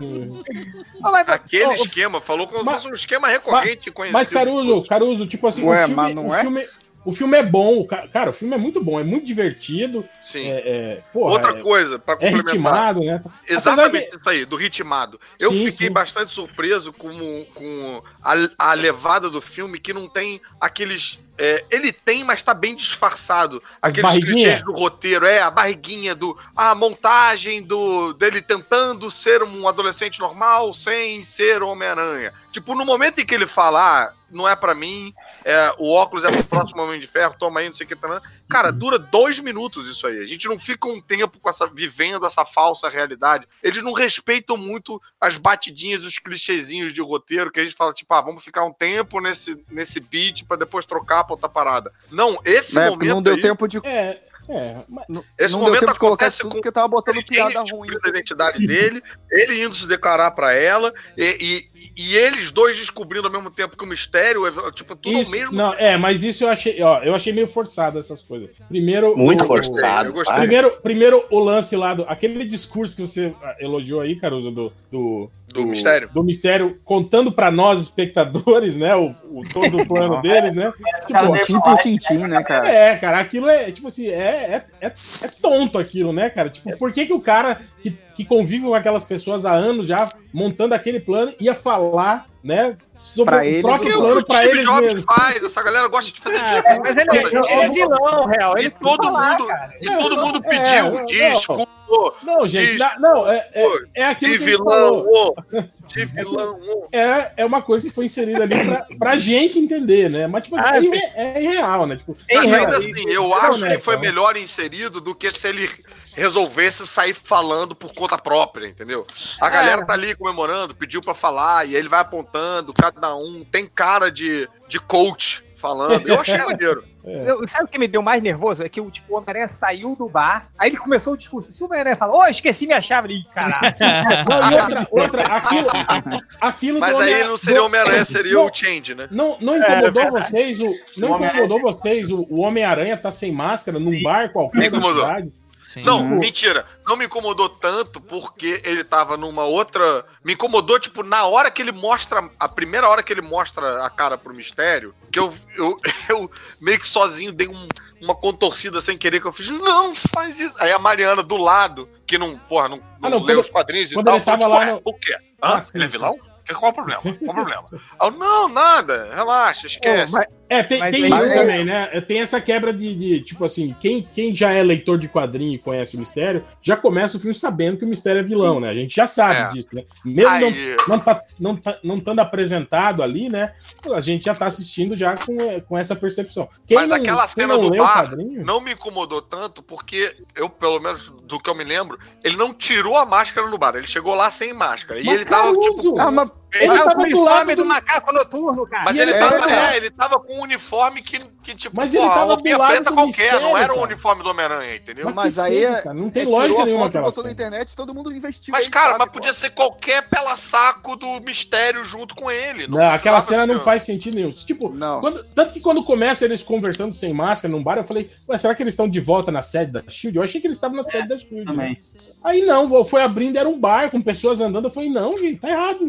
Speaker 4: Ô, mas-
Speaker 1: Aquele
Speaker 4: ô, ô,
Speaker 1: esquema, falou como se
Speaker 2: Mas-
Speaker 1: fosse um esquema recorrente, conhecido.
Speaker 2: Mas, Caruso, Caruso, tipo assim,
Speaker 6: Ué,
Speaker 2: o filme,
Speaker 6: mas não
Speaker 2: o
Speaker 6: é?
Speaker 2: filme, o filme é bom, ca- cara, o filme é muito bom, é muito divertido,
Speaker 1: Sim.
Speaker 2: é, é, porra,
Speaker 1: Outra
Speaker 2: é,
Speaker 1: coisa, pra
Speaker 2: é
Speaker 1: complementar.
Speaker 2: ritmado, né?
Speaker 1: Exatamente
Speaker 2: Apesar
Speaker 1: isso aí, do ritmado. Eu
Speaker 2: Sim,
Speaker 1: fiquei
Speaker 2: sim.
Speaker 1: bastante surpreso com, com a, a levada do filme, que não tem aqueles. É, ele tem, mas tá bem disfarçado.
Speaker 2: As
Speaker 1: Aqueles
Speaker 2: barriguinha?
Speaker 1: clichês do roteiro, é, a barriguinha do. A montagem do dele tentando ser um adolescente normal sem ser o Homem-Aranha. Tipo, no momento em que ele fala, ah, não é pra mim, é, o óculos é pro próximo Homem de Ferro, toma aí, não sei o que. Tá, cara, dura dois minutos isso aí. A gente não fica um tempo com essa, vivendo essa falsa realidade. Eles não respeitam muito as batidinhas, os clichêzinhos de roteiro, que a gente fala, tipo, ah, vamos ficar um tempo nesse, nesse beat pra depois trocar pra outra parada. Não, esse
Speaker 6: Né?
Speaker 1: momento
Speaker 6: Não deu
Speaker 1: aí,
Speaker 6: tempo de.
Speaker 2: É, é, mas-
Speaker 1: esse
Speaker 6: não
Speaker 1: momento
Speaker 6: deu tempo de colocar
Speaker 1: acontece
Speaker 6: isso tudo
Speaker 1: com
Speaker 6: porque tava botando
Speaker 1: ele
Speaker 6: piada
Speaker 1: descobrindo
Speaker 6: ruim.
Speaker 1: a identidade dele, ele indo se declarar pra ela, e, e, e eles dois descobrindo ao mesmo tempo que o mistério é, tipo, tudo
Speaker 2: isso,
Speaker 1: ao mesmo
Speaker 2: não, é, mas isso eu achei, ó, eu achei meio forçado essas coisas. Primeiro,
Speaker 8: Muito
Speaker 2: o-
Speaker 8: forçado.
Speaker 1: eu gostei.
Speaker 8: para.
Speaker 2: Primeiro, primeiro o lance lá do. Aquele discurso que você elogiou aí, Caruso, do. Do,
Speaker 1: Do mistério.
Speaker 2: Do mistério, contando pra nós, espectadores, né? O, o todo o plano deles, né? Tipo,
Speaker 6: Tintim por tintim, né, cara?
Speaker 2: é, cara, aquilo é, tipo assim, é, é, é, é tonto aquilo, né, cara? Tipo, por que, que o cara que, que convive com aquelas pessoas há anos já, montando aquele plano, ia falar, né, sobre
Speaker 6: Pra
Speaker 2: o
Speaker 6: eles,
Speaker 2: próprio
Speaker 1: Porque
Speaker 6: o
Speaker 2: plano
Speaker 1: o
Speaker 2: pra
Speaker 1: Steve
Speaker 2: eles
Speaker 1: Jobs
Speaker 2: mesmos?
Speaker 1: faz, essa galera gosta de fazer
Speaker 4: Ah,
Speaker 1: discurso.
Speaker 4: mas ele, ele é vilão, real.
Speaker 1: E
Speaker 4: Ele
Speaker 1: todo
Speaker 4: falar,
Speaker 1: mundo,
Speaker 4: cara.
Speaker 1: e todo mundo
Speaker 2: É,
Speaker 1: pediu,
Speaker 2: não,
Speaker 1: desculpa,
Speaker 2: Não, gente,
Speaker 1: Diz-
Speaker 2: na- não, é, é,
Speaker 1: Pô,
Speaker 2: é aquilo
Speaker 1: de
Speaker 2: que a gente
Speaker 1: vilão,
Speaker 2: falou.
Speaker 1: ô, de vilão, ô.
Speaker 2: É, é uma coisa que foi inserida ali pra, pra gente entender, né? Mas, tipo,
Speaker 4: Ah,
Speaker 2: é, irre- é irreal, né? Tipo,
Speaker 1: Mas
Speaker 2: é
Speaker 1: ainda
Speaker 2: irreal.
Speaker 1: assim, eu
Speaker 2: É
Speaker 1: acho
Speaker 2: honesto,
Speaker 1: que foi
Speaker 2: né?
Speaker 1: melhor inserido do que se ele resolvesse sair falando por conta própria, entendeu? A galera tá ali comemorando, pediu pra falar, e aí ele vai apontando, cada um tem cara de, de coach falando. Eu achei maneiro.
Speaker 4: Eu- sabe o que me deu mais nervoso? É que o, tipo, o Homem-Aranha saiu do bar, aí ele começou o discurso. Se o Homem-Aranha fala, ô, esqueci minha chave, ele, caralho.
Speaker 2: Não, e outra, outra, aquilo, aquilo
Speaker 1: Mas
Speaker 2: do
Speaker 1: aí
Speaker 2: Homem-
Speaker 1: não seria
Speaker 2: do-
Speaker 1: Homem-Aranha, seria
Speaker 2: Não.
Speaker 1: o Change, né?
Speaker 2: Não, não incomodou
Speaker 4: É,
Speaker 2: vocês o. Não
Speaker 3: O Homem-Aranha-
Speaker 2: incomodou vocês o, o Homem-Aranha tá sem máscara num bar qualquer
Speaker 1: Me
Speaker 2: da
Speaker 1: incomodou.
Speaker 2: cidade?
Speaker 5: Sim.
Speaker 1: Não,
Speaker 2: Tipo-
Speaker 1: mentira. Não me incomodou tanto porque ele tava numa outra. Me incomodou, tipo, na hora que ele mostra. A primeira hora que ele mostra a cara pro mistério, que eu, eu, eu meio que sozinho dei um- uma contorcida sem querer, que eu fiz, não, faz isso. Aí a Mariana do lado, que não, porra, não, não,
Speaker 2: Ah, não,
Speaker 1: lê
Speaker 2: quando-
Speaker 1: os quadrinhos e
Speaker 2: quando
Speaker 1: tal,
Speaker 2: ele
Speaker 1: falou,
Speaker 2: tava
Speaker 1: tipo,
Speaker 2: lá
Speaker 1: "Ué,
Speaker 2: no-
Speaker 1: o quê? Hã?
Speaker 2: Ah, sim,
Speaker 1: ele é
Speaker 2: sim.
Speaker 1: vilão? Qual o problema? Qual o problema? Aí eu, não, nada, relaxa, esquece.
Speaker 4: Pô, mas-
Speaker 2: É, tem,
Speaker 4: Mas
Speaker 2: tem
Speaker 4: aí-
Speaker 2: isso também, né? Tem essa quebra de, de, tipo assim, quem, quem já é leitor de quadrinho e conhece o mistério, já começa o filme sabendo que o mistério é vilão, né? A gente já sabe
Speaker 1: É.
Speaker 2: disso, né? Mesmo não,
Speaker 1: Aí,
Speaker 2: não, tá, não, tá, não estando apresentado ali, né? A gente já tá assistindo já com, com essa percepção. Quem
Speaker 1: Mas
Speaker 2: não,
Speaker 1: aquela
Speaker 2: quem
Speaker 1: cena
Speaker 2: não
Speaker 1: do
Speaker 2: leu o
Speaker 1: bar
Speaker 2: quadrinho,
Speaker 1: não me incomodou tanto, porque eu, pelo menos do que eu me lembro, ele não tirou a máscara no bar. Ele chegou lá sem máscara. E
Speaker 2: Mas,
Speaker 1: ele tava,
Speaker 2: Caruso!
Speaker 1: tipo.
Speaker 6: Ah, mas
Speaker 4: Ele,
Speaker 2: Ele
Speaker 4: é
Speaker 2: tava
Speaker 4: o
Speaker 2: do lado
Speaker 4: uniforme do...
Speaker 2: do-
Speaker 4: macaco noturno, cara.
Speaker 1: Mas
Speaker 2: E
Speaker 1: ele,
Speaker 2: ele
Speaker 1: tava,
Speaker 2: tava-
Speaker 1: é, ele tava com um uniforme que, que tipo,
Speaker 2: Mas ele
Speaker 1: pô,
Speaker 2: tava
Speaker 1: uma
Speaker 2: do
Speaker 1: roupinha
Speaker 2: lado
Speaker 1: preta
Speaker 2: do
Speaker 1: qualquer, não
Speaker 2: mistério,
Speaker 1: era o
Speaker 2: cara.
Speaker 1: uniforme do Homem-Aranha, entendeu?
Speaker 2: Mas,
Speaker 6: Mas
Speaker 2: que
Speaker 6: aí
Speaker 2: seja,
Speaker 6: é-
Speaker 2: cara, não tem
Speaker 6: tirou
Speaker 2: lógica
Speaker 6: a
Speaker 2: nenhuma
Speaker 6: foto,
Speaker 2: aquela
Speaker 6: botou na
Speaker 2: cena.
Speaker 6: internet, todo mundo investiga.
Speaker 1: Mas,
Speaker 6: e
Speaker 1: cara,
Speaker 6: sabe,
Speaker 1: mas
Speaker 6: pô.
Speaker 1: podia ser qualquer pela saco do mistério junto com ele.
Speaker 2: Não, aquela
Speaker 1: precisava
Speaker 2: cena não
Speaker 1: ser-
Speaker 2: faz sentido nenhum. Tipo,
Speaker 6: Não.
Speaker 2: quando- tanto que quando começa eles conversando sem máscara num bar, eu falei, ué, será que eles estão de volta na sede da Shield? Eu achei que eles estavam na sede da Shield.
Speaker 3: Também.
Speaker 2: Aí não, foi abrindo, era um bar com pessoas andando. Eu falei, não, gente, tá errado isso.
Speaker 1: E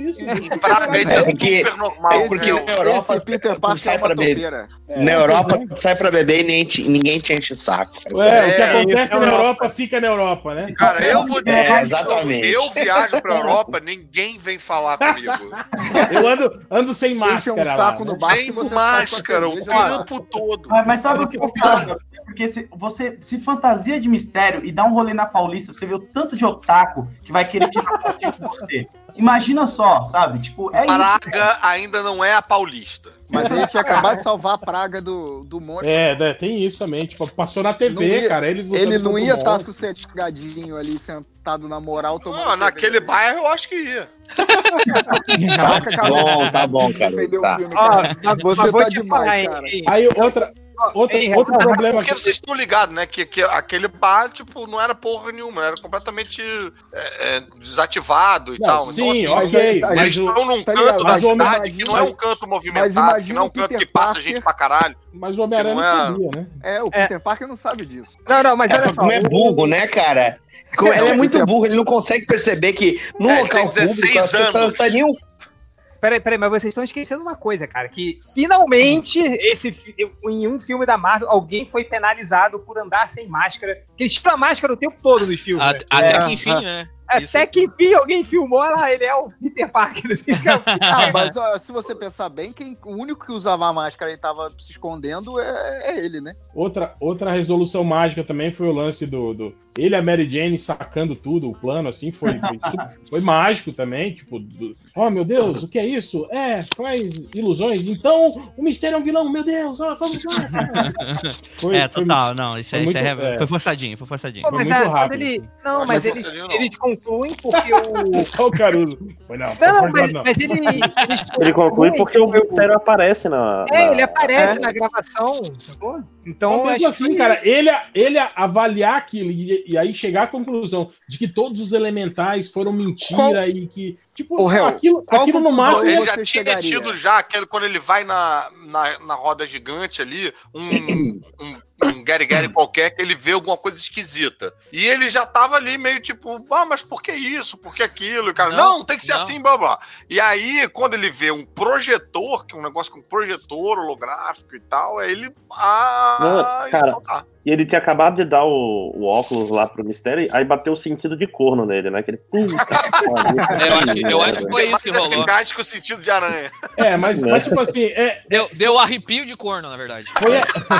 Speaker 1: Pra mim
Speaker 8: É porque,
Speaker 1: super normal.
Speaker 8: é porque
Speaker 1: né?
Speaker 8: na Europa
Speaker 6: Esse Peter
Speaker 8: tu
Speaker 6: Parker
Speaker 8: sai
Speaker 6: é uma
Speaker 8: pra beber.
Speaker 6: topeira.
Speaker 8: Na Europa, tu sai pra beber e nem te- ninguém te enche o saco.
Speaker 2: Ué, o que
Speaker 1: É,
Speaker 2: acontece
Speaker 3: isso,
Speaker 2: na
Speaker 3: Europa.
Speaker 2: Europa fica na Europa, né?
Speaker 1: Cara, eu vou dizer,
Speaker 8: É,
Speaker 1: que
Speaker 8: exatamente.
Speaker 1: eu viajo pra Europa, ninguém vem falar comigo.
Speaker 2: Eu ando, ando sem
Speaker 6: Enche um
Speaker 2: máscara lá.
Speaker 6: saco
Speaker 2: né?
Speaker 6: no bar
Speaker 1: Sem
Speaker 6: que você
Speaker 1: máscara, o
Speaker 6: sai com a cerveja.
Speaker 1: tempo todo.
Speaker 3: Mas, mas sabe o que eu falo? Porque se você se fantasia de mistério e dá um rolê na Paulista, você vê o tanto de otaku que vai querer tirar foto com você. Imagina só, sabe? Tipo, é isso.
Speaker 1: Praga ainda não é a paulista.
Speaker 6: Mas ele tinha acabado de salvar a praga do, do monstro.
Speaker 2: É, né, tem isso também. Tipo, passou na T V,
Speaker 6: Não ia-
Speaker 2: cara. Eles lutando
Speaker 6: Ele não
Speaker 2: contra o
Speaker 6: ia estar
Speaker 2: monstro.
Speaker 6: sossegadinho ali, sentado na moral, tomando
Speaker 1: Não, naquele
Speaker 6: cerveja.
Speaker 1: bairro eu acho que ia.
Speaker 6: Caraca,
Speaker 8: Tá bom, tá bom, cara.
Speaker 6: Defendeu o
Speaker 8: Tá.
Speaker 6: filme,
Speaker 4: Ó,
Speaker 6: cara.
Speaker 4: mas-
Speaker 6: Você
Speaker 4: mas vou
Speaker 6: tá
Speaker 4: te
Speaker 6: demais,
Speaker 4: falar, hein,
Speaker 6: cara.
Speaker 4: hein.
Speaker 2: Aí outra, outra,
Speaker 4: Ei,
Speaker 2: outro
Speaker 4: Renato,
Speaker 2: problema
Speaker 1: Porque
Speaker 2: aqui.
Speaker 1: vocês estão ligados, né? Que, que aquele bar, tipo, não era porra nenhuma, era completamente é, é, desativado e
Speaker 2: Não,
Speaker 1: tal.
Speaker 2: sim,
Speaker 1: então, assim,
Speaker 6: mas
Speaker 2: ok.
Speaker 6: aí-
Speaker 2: Mas
Speaker 1: eles
Speaker 2: o,
Speaker 1: estão num
Speaker 6: tá
Speaker 1: canto
Speaker 6: ligado?
Speaker 1: da
Speaker 2: Mas o
Speaker 1: cidade
Speaker 6: Homem-
Speaker 1: que não é um canto movimentado, que não é um
Speaker 6: imagina o
Speaker 1: canto que
Speaker 6: Peter
Speaker 1: passa
Speaker 6: Parker-
Speaker 1: gente pra caralho.
Speaker 2: mas o Homem-Aranha não,
Speaker 1: Não é-
Speaker 2: sabia, né?
Speaker 6: É, o Peter Parker não sabe disso.
Speaker 4: Não, não, mas
Speaker 8: É,
Speaker 4: olha só.
Speaker 8: como é burro, né, cara? Como- Ele é muito burro, ele não consegue perceber que no
Speaker 1: É, ele
Speaker 8: local
Speaker 1: tem dezesseis
Speaker 8: público as pessoas
Speaker 1: anos.
Speaker 8: estariam.
Speaker 4: Peraí, peraí, mas vocês estão esquecendo uma coisa, cara, que finalmente esse, fi- em um filme da Marvel, alguém foi penalizado por andar sem máscara. Que eles tiram a máscara o tempo todo nos filmes.
Speaker 9: A-
Speaker 4: né?
Speaker 9: Até
Speaker 6: É,
Speaker 9: que enfim, né? Isso-
Speaker 4: Até que enfim alguém filmou lá, ele é o Peter Parker. Assim, cara.
Speaker 6: Ah, mas ó, se você pensar bem, quem, o único que usava a máscara e tava se escondendo é, é ele, né?
Speaker 2: Outra, outra resolução mágica também foi o lance do, do ele e a Mary Jane sacando tudo, o plano, assim, foi, foi, super- foi mágico também, tipo, do- oh meu Deus, o que é isso? É, faz ilusões, então o mistério é um vilão, meu Deus, ó, vamos lá. Foi,
Speaker 5: é,
Speaker 2: foi-
Speaker 5: total, não, isso,
Speaker 2: foi
Speaker 5: é, isso é,
Speaker 2: muito- é.
Speaker 5: foi forçadinho, foi forçadinho.
Speaker 2: Foi
Speaker 4: mas
Speaker 2: muito
Speaker 4: é, quando
Speaker 2: rápido,
Speaker 4: ele.
Speaker 2: assim.
Speaker 4: Não,
Speaker 1: Mas
Speaker 4: mas
Speaker 1: não
Speaker 4: eles,
Speaker 1: seria, não.
Speaker 4: eles concluem porque o.
Speaker 2: Olha o Caruso. Foi não, foi
Speaker 4: Não,
Speaker 2: forte,
Speaker 4: mas,
Speaker 2: não.
Speaker 4: mas ele. Eles
Speaker 7: Ele conclui porque o
Speaker 4: concluem
Speaker 7: mistério aparece na.
Speaker 4: É,
Speaker 7: na-
Speaker 4: ele aparece
Speaker 6: É.
Speaker 4: na gravação, sacou? Então,
Speaker 2: Mas mesmo
Speaker 4: acho que
Speaker 2: assim,
Speaker 4: foi-
Speaker 2: cara, ele, ele avaliar aquilo e, e aí chegar à conclusão de que todos os elementais foram mentira
Speaker 6: Qual-
Speaker 2: e que, tipo,
Speaker 6: Ô, Hel,
Speaker 2: aquilo,
Speaker 6: qual
Speaker 2: aquilo no
Speaker 6: conclusão
Speaker 2: máximo.
Speaker 1: Ele
Speaker 6: você
Speaker 1: já tinha
Speaker 6: chegaria?
Speaker 1: tido já, aquele, quando ele vai na, na, na roda gigante ali, um, um, um Gary Gary qualquer, que ele vê alguma coisa esquisita. E ele já tava ali meio tipo, ah, mas por que isso? Por que aquilo? E o cara, não,
Speaker 9: Não,
Speaker 1: tem que ser
Speaker 9: não.
Speaker 1: assim, babá. E aí, quando ele vê um projetor, que é um negócio com projetor holográfico e tal, aí ele, ah,
Speaker 7: Não, cara,
Speaker 1: então tá.
Speaker 7: E ele tinha acabado de dar o, o óculos lá pro mistério, aí bateu o sentido de corno nele, né? Que ele...
Speaker 9: Eu acho, que- eu acho que foi isso que
Speaker 1: Mais
Speaker 9: rolou.
Speaker 1: eficaz que o sentido de aranha.
Speaker 2: É, mas, mas tipo assim, é,
Speaker 9: Deu, deu arrepio de corno, na verdade.
Speaker 2: foi,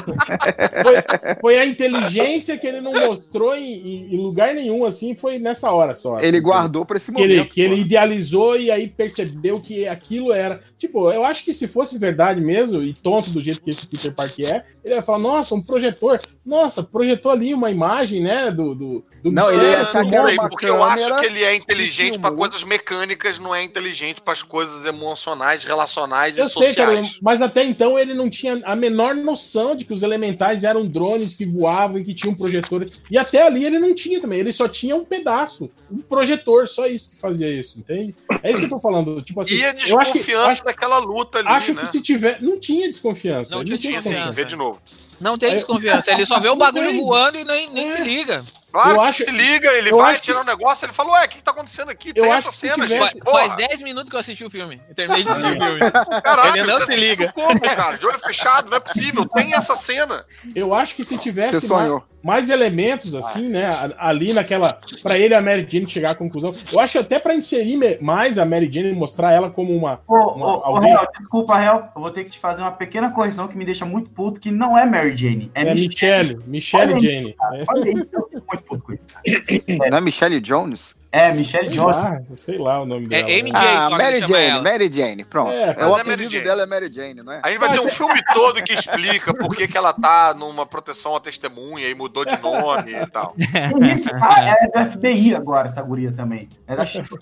Speaker 2: a, foi, foi a inteligência que ele não mostrou em, em- em lugar nenhum, assim, foi nessa hora só.
Speaker 6: Ele
Speaker 2: assim,
Speaker 6: guardou pra esse
Speaker 2: Que
Speaker 6: momento.
Speaker 2: ele, que ele
Speaker 6: pô.
Speaker 2: idealizou e aí percebeu que aquilo era. Tipo, eu acho que se fosse verdade mesmo, e tonto do jeito que esse Peter Parker é, ele ia falar, nossa, um projetor. Nossa, projetou ali uma imagem, né? Do, do, do
Speaker 6: Não, ele ia
Speaker 2: mistério,
Speaker 6: achar
Speaker 2: do
Speaker 6: que era
Speaker 2: monstro.
Speaker 1: Bem,
Speaker 6: uma
Speaker 1: porque eu acho
Speaker 6: câmera
Speaker 1: que ele é
Speaker 6: que
Speaker 1: inteligente para
Speaker 6: filmou.
Speaker 1: coisas mecânicas, não é inteligente para as coisas emocionais, relacionais
Speaker 2: Eu
Speaker 1: e
Speaker 2: sei, cara,
Speaker 1: sociais.
Speaker 2: mas até então ele não tinha a menor noção de que os elementais eram drones que voavam e que tinham projetor. E até ali ele não tinha também, ele só tinha um pedaço, um projetor, só isso que fazia isso, entende? É isso que eu tô falando. Tipo assim,
Speaker 1: E a
Speaker 2: eu acho que,
Speaker 1: desconfiança
Speaker 2: acho,
Speaker 1: daquela luta ali,
Speaker 2: acho
Speaker 1: né?
Speaker 2: que se tiver. Não tinha desconfiança.
Speaker 9: Não
Speaker 2: ele
Speaker 9: tinha
Speaker 1: Sim,
Speaker 9: desconfiança.
Speaker 1: vê de novo.
Speaker 9: Não tem
Speaker 2: Aí-
Speaker 9: desconfiança. Ele só vê o bagulho
Speaker 2: Não tem.
Speaker 9: voando e nem, nem
Speaker 2: É.
Speaker 9: se liga.
Speaker 1: Claro
Speaker 2: Eu
Speaker 1: que
Speaker 2: acho-
Speaker 1: se liga, ele
Speaker 2: eu
Speaker 1: vai
Speaker 2: acho que-
Speaker 1: tirar um negócio, ele fala, ué, o que, que tá acontecendo aqui?
Speaker 2: Eu
Speaker 1: Tem
Speaker 2: acho
Speaker 1: essa
Speaker 2: que se
Speaker 1: cena,
Speaker 2: tivesse-
Speaker 1: gente.
Speaker 9: Faz, faz
Speaker 1: Porra,
Speaker 9: dez minutos que eu assisti o filme. Eu terminei de assistir o filme.
Speaker 1: caralho,
Speaker 9: Ele não
Speaker 1: você
Speaker 9: se liga.
Speaker 1: assistiu como, cara? De olho fechado, não é possível. Tem essa cena.
Speaker 2: Eu acho que se
Speaker 6: Você
Speaker 2: tivesse mais,
Speaker 6: sonhou.
Speaker 2: mais elementos, assim, né, a- ali naquela. Pra ele e a Mary Jane chegar à conclusão. Eu acho que até pra inserir me- mais a Mary Jane e mostrar ela como uma.
Speaker 3: Ô,
Speaker 2: uma-
Speaker 3: ô, ô,
Speaker 2: alguém-
Speaker 3: Hel, desculpa, Hel, eu vou ter que te fazer uma pequena correção que me deixa muito puto, que não é Mary Jane, é,
Speaker 2: É
Speaker 3: Michelle.
Speaker 2: Michelle, Michelle
Speaker 3: Olha aí,
Speaker 2: Jane. É.
Speaker 3: Olha aí, eu fico muito puto com isso.
Speaker 6: Não é Michelle Jones?
Speaker 3: É, Michelle
Speaker 2: Sei
Speaker 3: Jones.
Speaker 2: lá, sei lá o nome
Speaker 9: É
Speaker 2: dela.
Speaker 9: Amy
Speaker 2: né?
Speaker 9: Jane.
Speaker 6: Ah,
Speaker 9: só que
Speaker 6: Mary
Speaker 9: ele chama
Speaker 6: Jane,
Speaker 9: ela.
Speaker 6: Mary Jane, pronto.
Speaker 2: É,
Speaker 6: É,
Speaker 1: mas
Speaker 6: o
Speaker 1: é Mary
Speaker 6: apelido
Speaker 1: Jane.
Speaker 6: dela é Mary Jane, não é?
Speaker 1: A gente vai ter um filme todo que explica por que, que ela tá numa proteção à testemunha e mudou de nome e tal.
Speaker 3: Tem isso. Ah, é do F B I agora, essa guria também. É da Chico.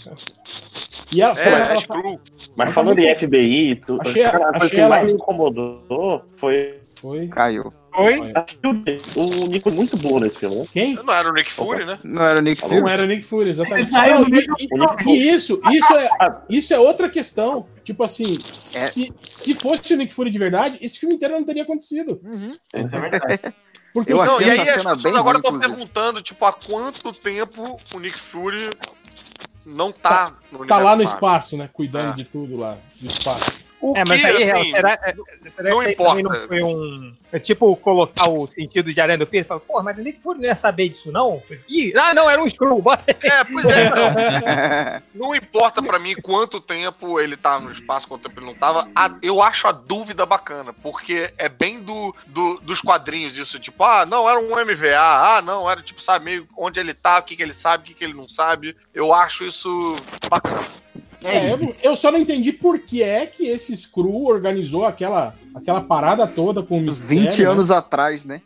Speaker 2: E ela, pô,
Speaker 1: É,
Speaker 2: ela-
Speaker 1: é Screw.
Speaker 7: Mas falando em F B I, tu...
Speaker 2: Achei-
Speaker 7: cara, a coisa
Speaker 2: achei
Speaker 7: que
Speaker 2: ela-
Speaker 7: mais me incomodou foi
Speaker 2: foi.
Speaker 6: Caiu.
Speaker 4: Oi?
Speaker 7: o Nico muito burro nesse filme, né?
Speaker 2: Quem?
Speaker 1: Não era o Nick Fury, né?
Speaker 6: Não era o Nick Fury?
Speaker 2: Não era o Nick Fury, exatamente.
Speaker 3: Ele saiu
Speaker 2: Não,
Speaker 3: no
Speaker 2: e,
Speaker 3: meio
Speaker 2: e- e isso, isso é,
Speaker 7: Ah.
Speaker 2: isso é outra questão. Tipo assim,
Speaker 6: É.
Speaker 2: se, se fosse o Nick Fury de verdade, esse filme inteiro não teria acontecido.
Speaker 9: Uhum.
Speaker 3: Isso é verdade.
Speaker 2: Porque
Speaker 6: Eu
Speaker 2: o-
Speaker 1: Não,
Speaker 6: achei
Speaker 1: e
Speaker 6: essa
Speaker 1: aí as
Speaker 6: cena
Speaker 1: pessoas
Speaker 6: bem
Speaker 1: agora
Speaker 6: ruim,
Speaker 1: estão
Speaker 6: inclusive.
Speaker 1: perguntando, tipo, há quanto tempo o Nick Fury não tá, no
Speaker 2: Tá lá no
Speaker 1: Marvel.
Speaker 2: espaço, né? Cuidando
Speaker 1: É.
Speaker 2: de tudo lá, do espaço.
Speaker 1: O
Speaker 4: É, mas
Speaker 1: que,
Speaker 4: aí,
Speaker 1: assim,
Speaker 4: será, será
Speaker 1: não
Speaker 4: que aí
Speaker 1: importa.
Speaker 4: também não foi um... É tipo colocar o sentido de Aranha do Peter e falar, pô, mas o Nick Fury não ia saber disso, não? Ih, ah, não, era um Skrull, bota aí.
Speaker 1: É, pois é, então. Não importa pra mim quanto tempo ele tá no espaço, quanto tempo ele não tava. A- eu acho a dúvida bacana, porque é bem do, do- dos quadrinhos isso, tipo, ah, não, era um M V A, ah, não, era tipo, sabe, meio onde ele tá, o que, que ele sabe, o que, que ele não sabe. Eu acho isso bacana.
Speaker 2: É, eu, eu só não entendi por que é que esse Skrull organizou aquela, aquela parada toda com o mistério,
Speaker 6: vinte
Speaker 2: né?
Speaker 6: anos atrás, né?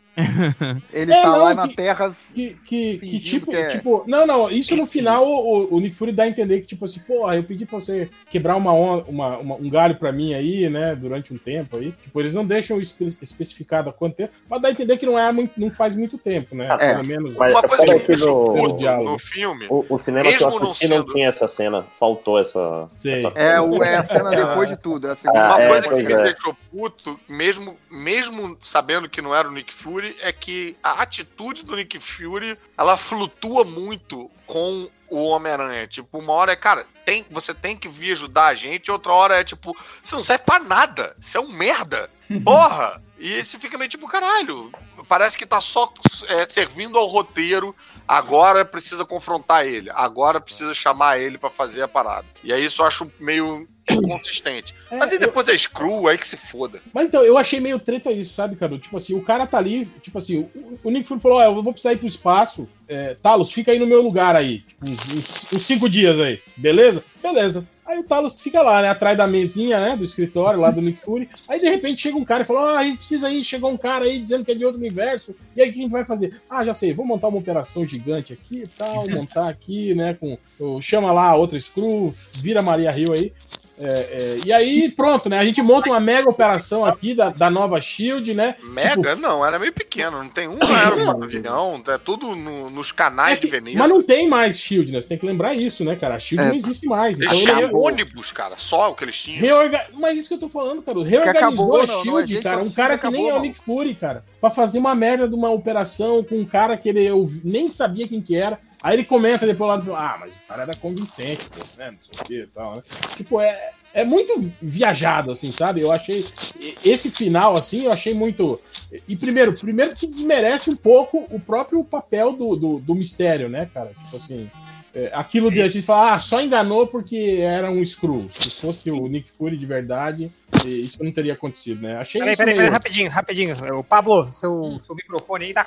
Speaker 6: Ele
Speaker 2: É,
Speaker 6: tá
Speaker 2: não,
Speaker 6: lá na
Speaker 2: que-
Speaker 6: Terra.
Speaker 2: Que, que, que
Speaker 6: fingindo
Speaker 2: tipo,
Speaker 6: que é-
Speaker 2: tipo, não, não, isso no final o, o Nick Fury dá a entender que, tipo assim, porra, eu pedi pra você quebrar uma, on- uma, uma- um galho pra mim aí, né, durante um tempo aí. Tipo, eles não deixam espe- especificado há quanto tempo, mas dá a entender que não, é muito, não faz muito tempo, né?
Speaker 6: É.
Speaker 2: Pelo menos.
Speaker 7: Mas
Speaker 1: Uma coisa que
Speaker 7: fala
Speaker 1: me
Speaker 7: que
Speaker 1: deixou
Speaker 7: no-
Speaker 2: pelo
Speaker 1: puto
Speaker 2: diálogo.
Speaker 1: no filme,
Speaker 7: O, o cinema que eu
Speaker 1: Mesmo não
Speaker 7: assisti não,
Speaker 1: sendo-
Speaker 7: tinha essa cena. Faltou essa.
Speaker 2: Sei.
Speaker 7: essa
Speaker 6: É,
Speaker 7: cena.
Speaker 6: o, é a cena depois de tudo. É a segunda
Speaker 1: uma
Speaker 7: Ah, é,
Speaker 1: coisa que
Speaker 7: pois
Speaker 1: me
Speaker 7: é.
Speaker 1: deixou puto, mesmo, mesmo sabendo que não era o Nick Fury, é que a atitude do Nick Fury, ela flutua muito com o Homem-Aranha. Tipo, uma hora é, cara, tem, você tem que vir ajudar a gente, outra hora é tipo, você não serve pra nada, você é um merda. Porra! E você fica meio tipo, caralho, parece que tá só é, servindo ao roteiro, agora precisa confrontar ele, agora precisa chamar ele pra fazer a parada. E aí isso eu acho meio inconsistente.
Speaker 2: É,
Speaker 1: Mas aí
Speaker 2: eu-
Speaker 1: depois é Skrull, aí que se foda.
Speaker 2: Mas então, eu achei meio treta isso, sabe, Cadu? Tipo assim, o cara tá ali, tipo assim, o, o Nick Fury falou, ó, eu vou precisar ir pro espaço, é, Talos, fica aí no meu lugar aí, tipo, uns, uns- uns cinco dias aí, beleza? Beleza. Aí o Talos fica lá, né, atrás da mesinha, né, do escritório lá do Nick Fury, aí de repente chega um cara e fala, ó, a gente precisa ir, chegou um cara aí dizendo que é de outro universo, e aí o que a gente vai fazer? Ah, já sei, vou montar uma operação gigante aqui e tal, montar aqui, né, com, chama lá a outra Skrull, vira Maria Hill aí, é, é, e aí, pronto, né? A gente monta uma mega operação aqui da, da nova Shield, né?
Speaker 1: Mega?
Speaker 2: Tipo,
Speaker 1: Não, era meio pequeno, não tem um aeroporto de avião, é tudo no- nos canais de Veneza.
Speaker 2: mas não tem mais Shield, né? Você tem que lembrar isso, né, cara? A Shield
Speaker 6: É.
Speaker 2: não existe mais. Então
Speaker 1: Eles
Speaker 2: ele
Speaker 1: tinham
Speaker 2: re-
Speaker 1: ônibus, cara, só o que eles tinham.
Speaker 2: reorga... Mas isso que eu tô falando, cara. Reorganizou
Speaker 6: acabou,
Speaker 2: a
Speaker 6: não, não, a
Speaker 2: Shield,
Speaker 6: gente
Speaker 2: cara. Um
Speaker 6: assume
Speaker 2: cara
Speaker 6: que
Speaker 2: que nem
Speaker 6: acabou,
Speaker 2: é o
Speaker 6: mano.
Speaker 2: Nick Fury, cara. Pra fazer uma merda de uma operação com um cara que ele eu nem sabia quem que era. Aí ele comenta depois lá do filme, ah, mas o cara era convincente, pô, né? Não sei o que e tal, né? Tipo, é, é muito viajado, assim, sabe? Eu achei. Esse final, assim, eu achei muito. E primeiro, primeiro que desmerece um pouco o próprio papel do, do, do mistério, né, cara? Tipo assim. É, aquilo de a gente falar, ah, só enganou porque era um Skrull. Se fosse o Nick Fury de verdade, isso não teria acontecido, né? Achei
Speaker 4: Peraí,
Speaker 2: isso
Speaker 4: peraí,
Speaker 2: meio...
Speaker 4: peraí, rapidinho, rapidinho. O Pablo, seu, seu microfone aí tá.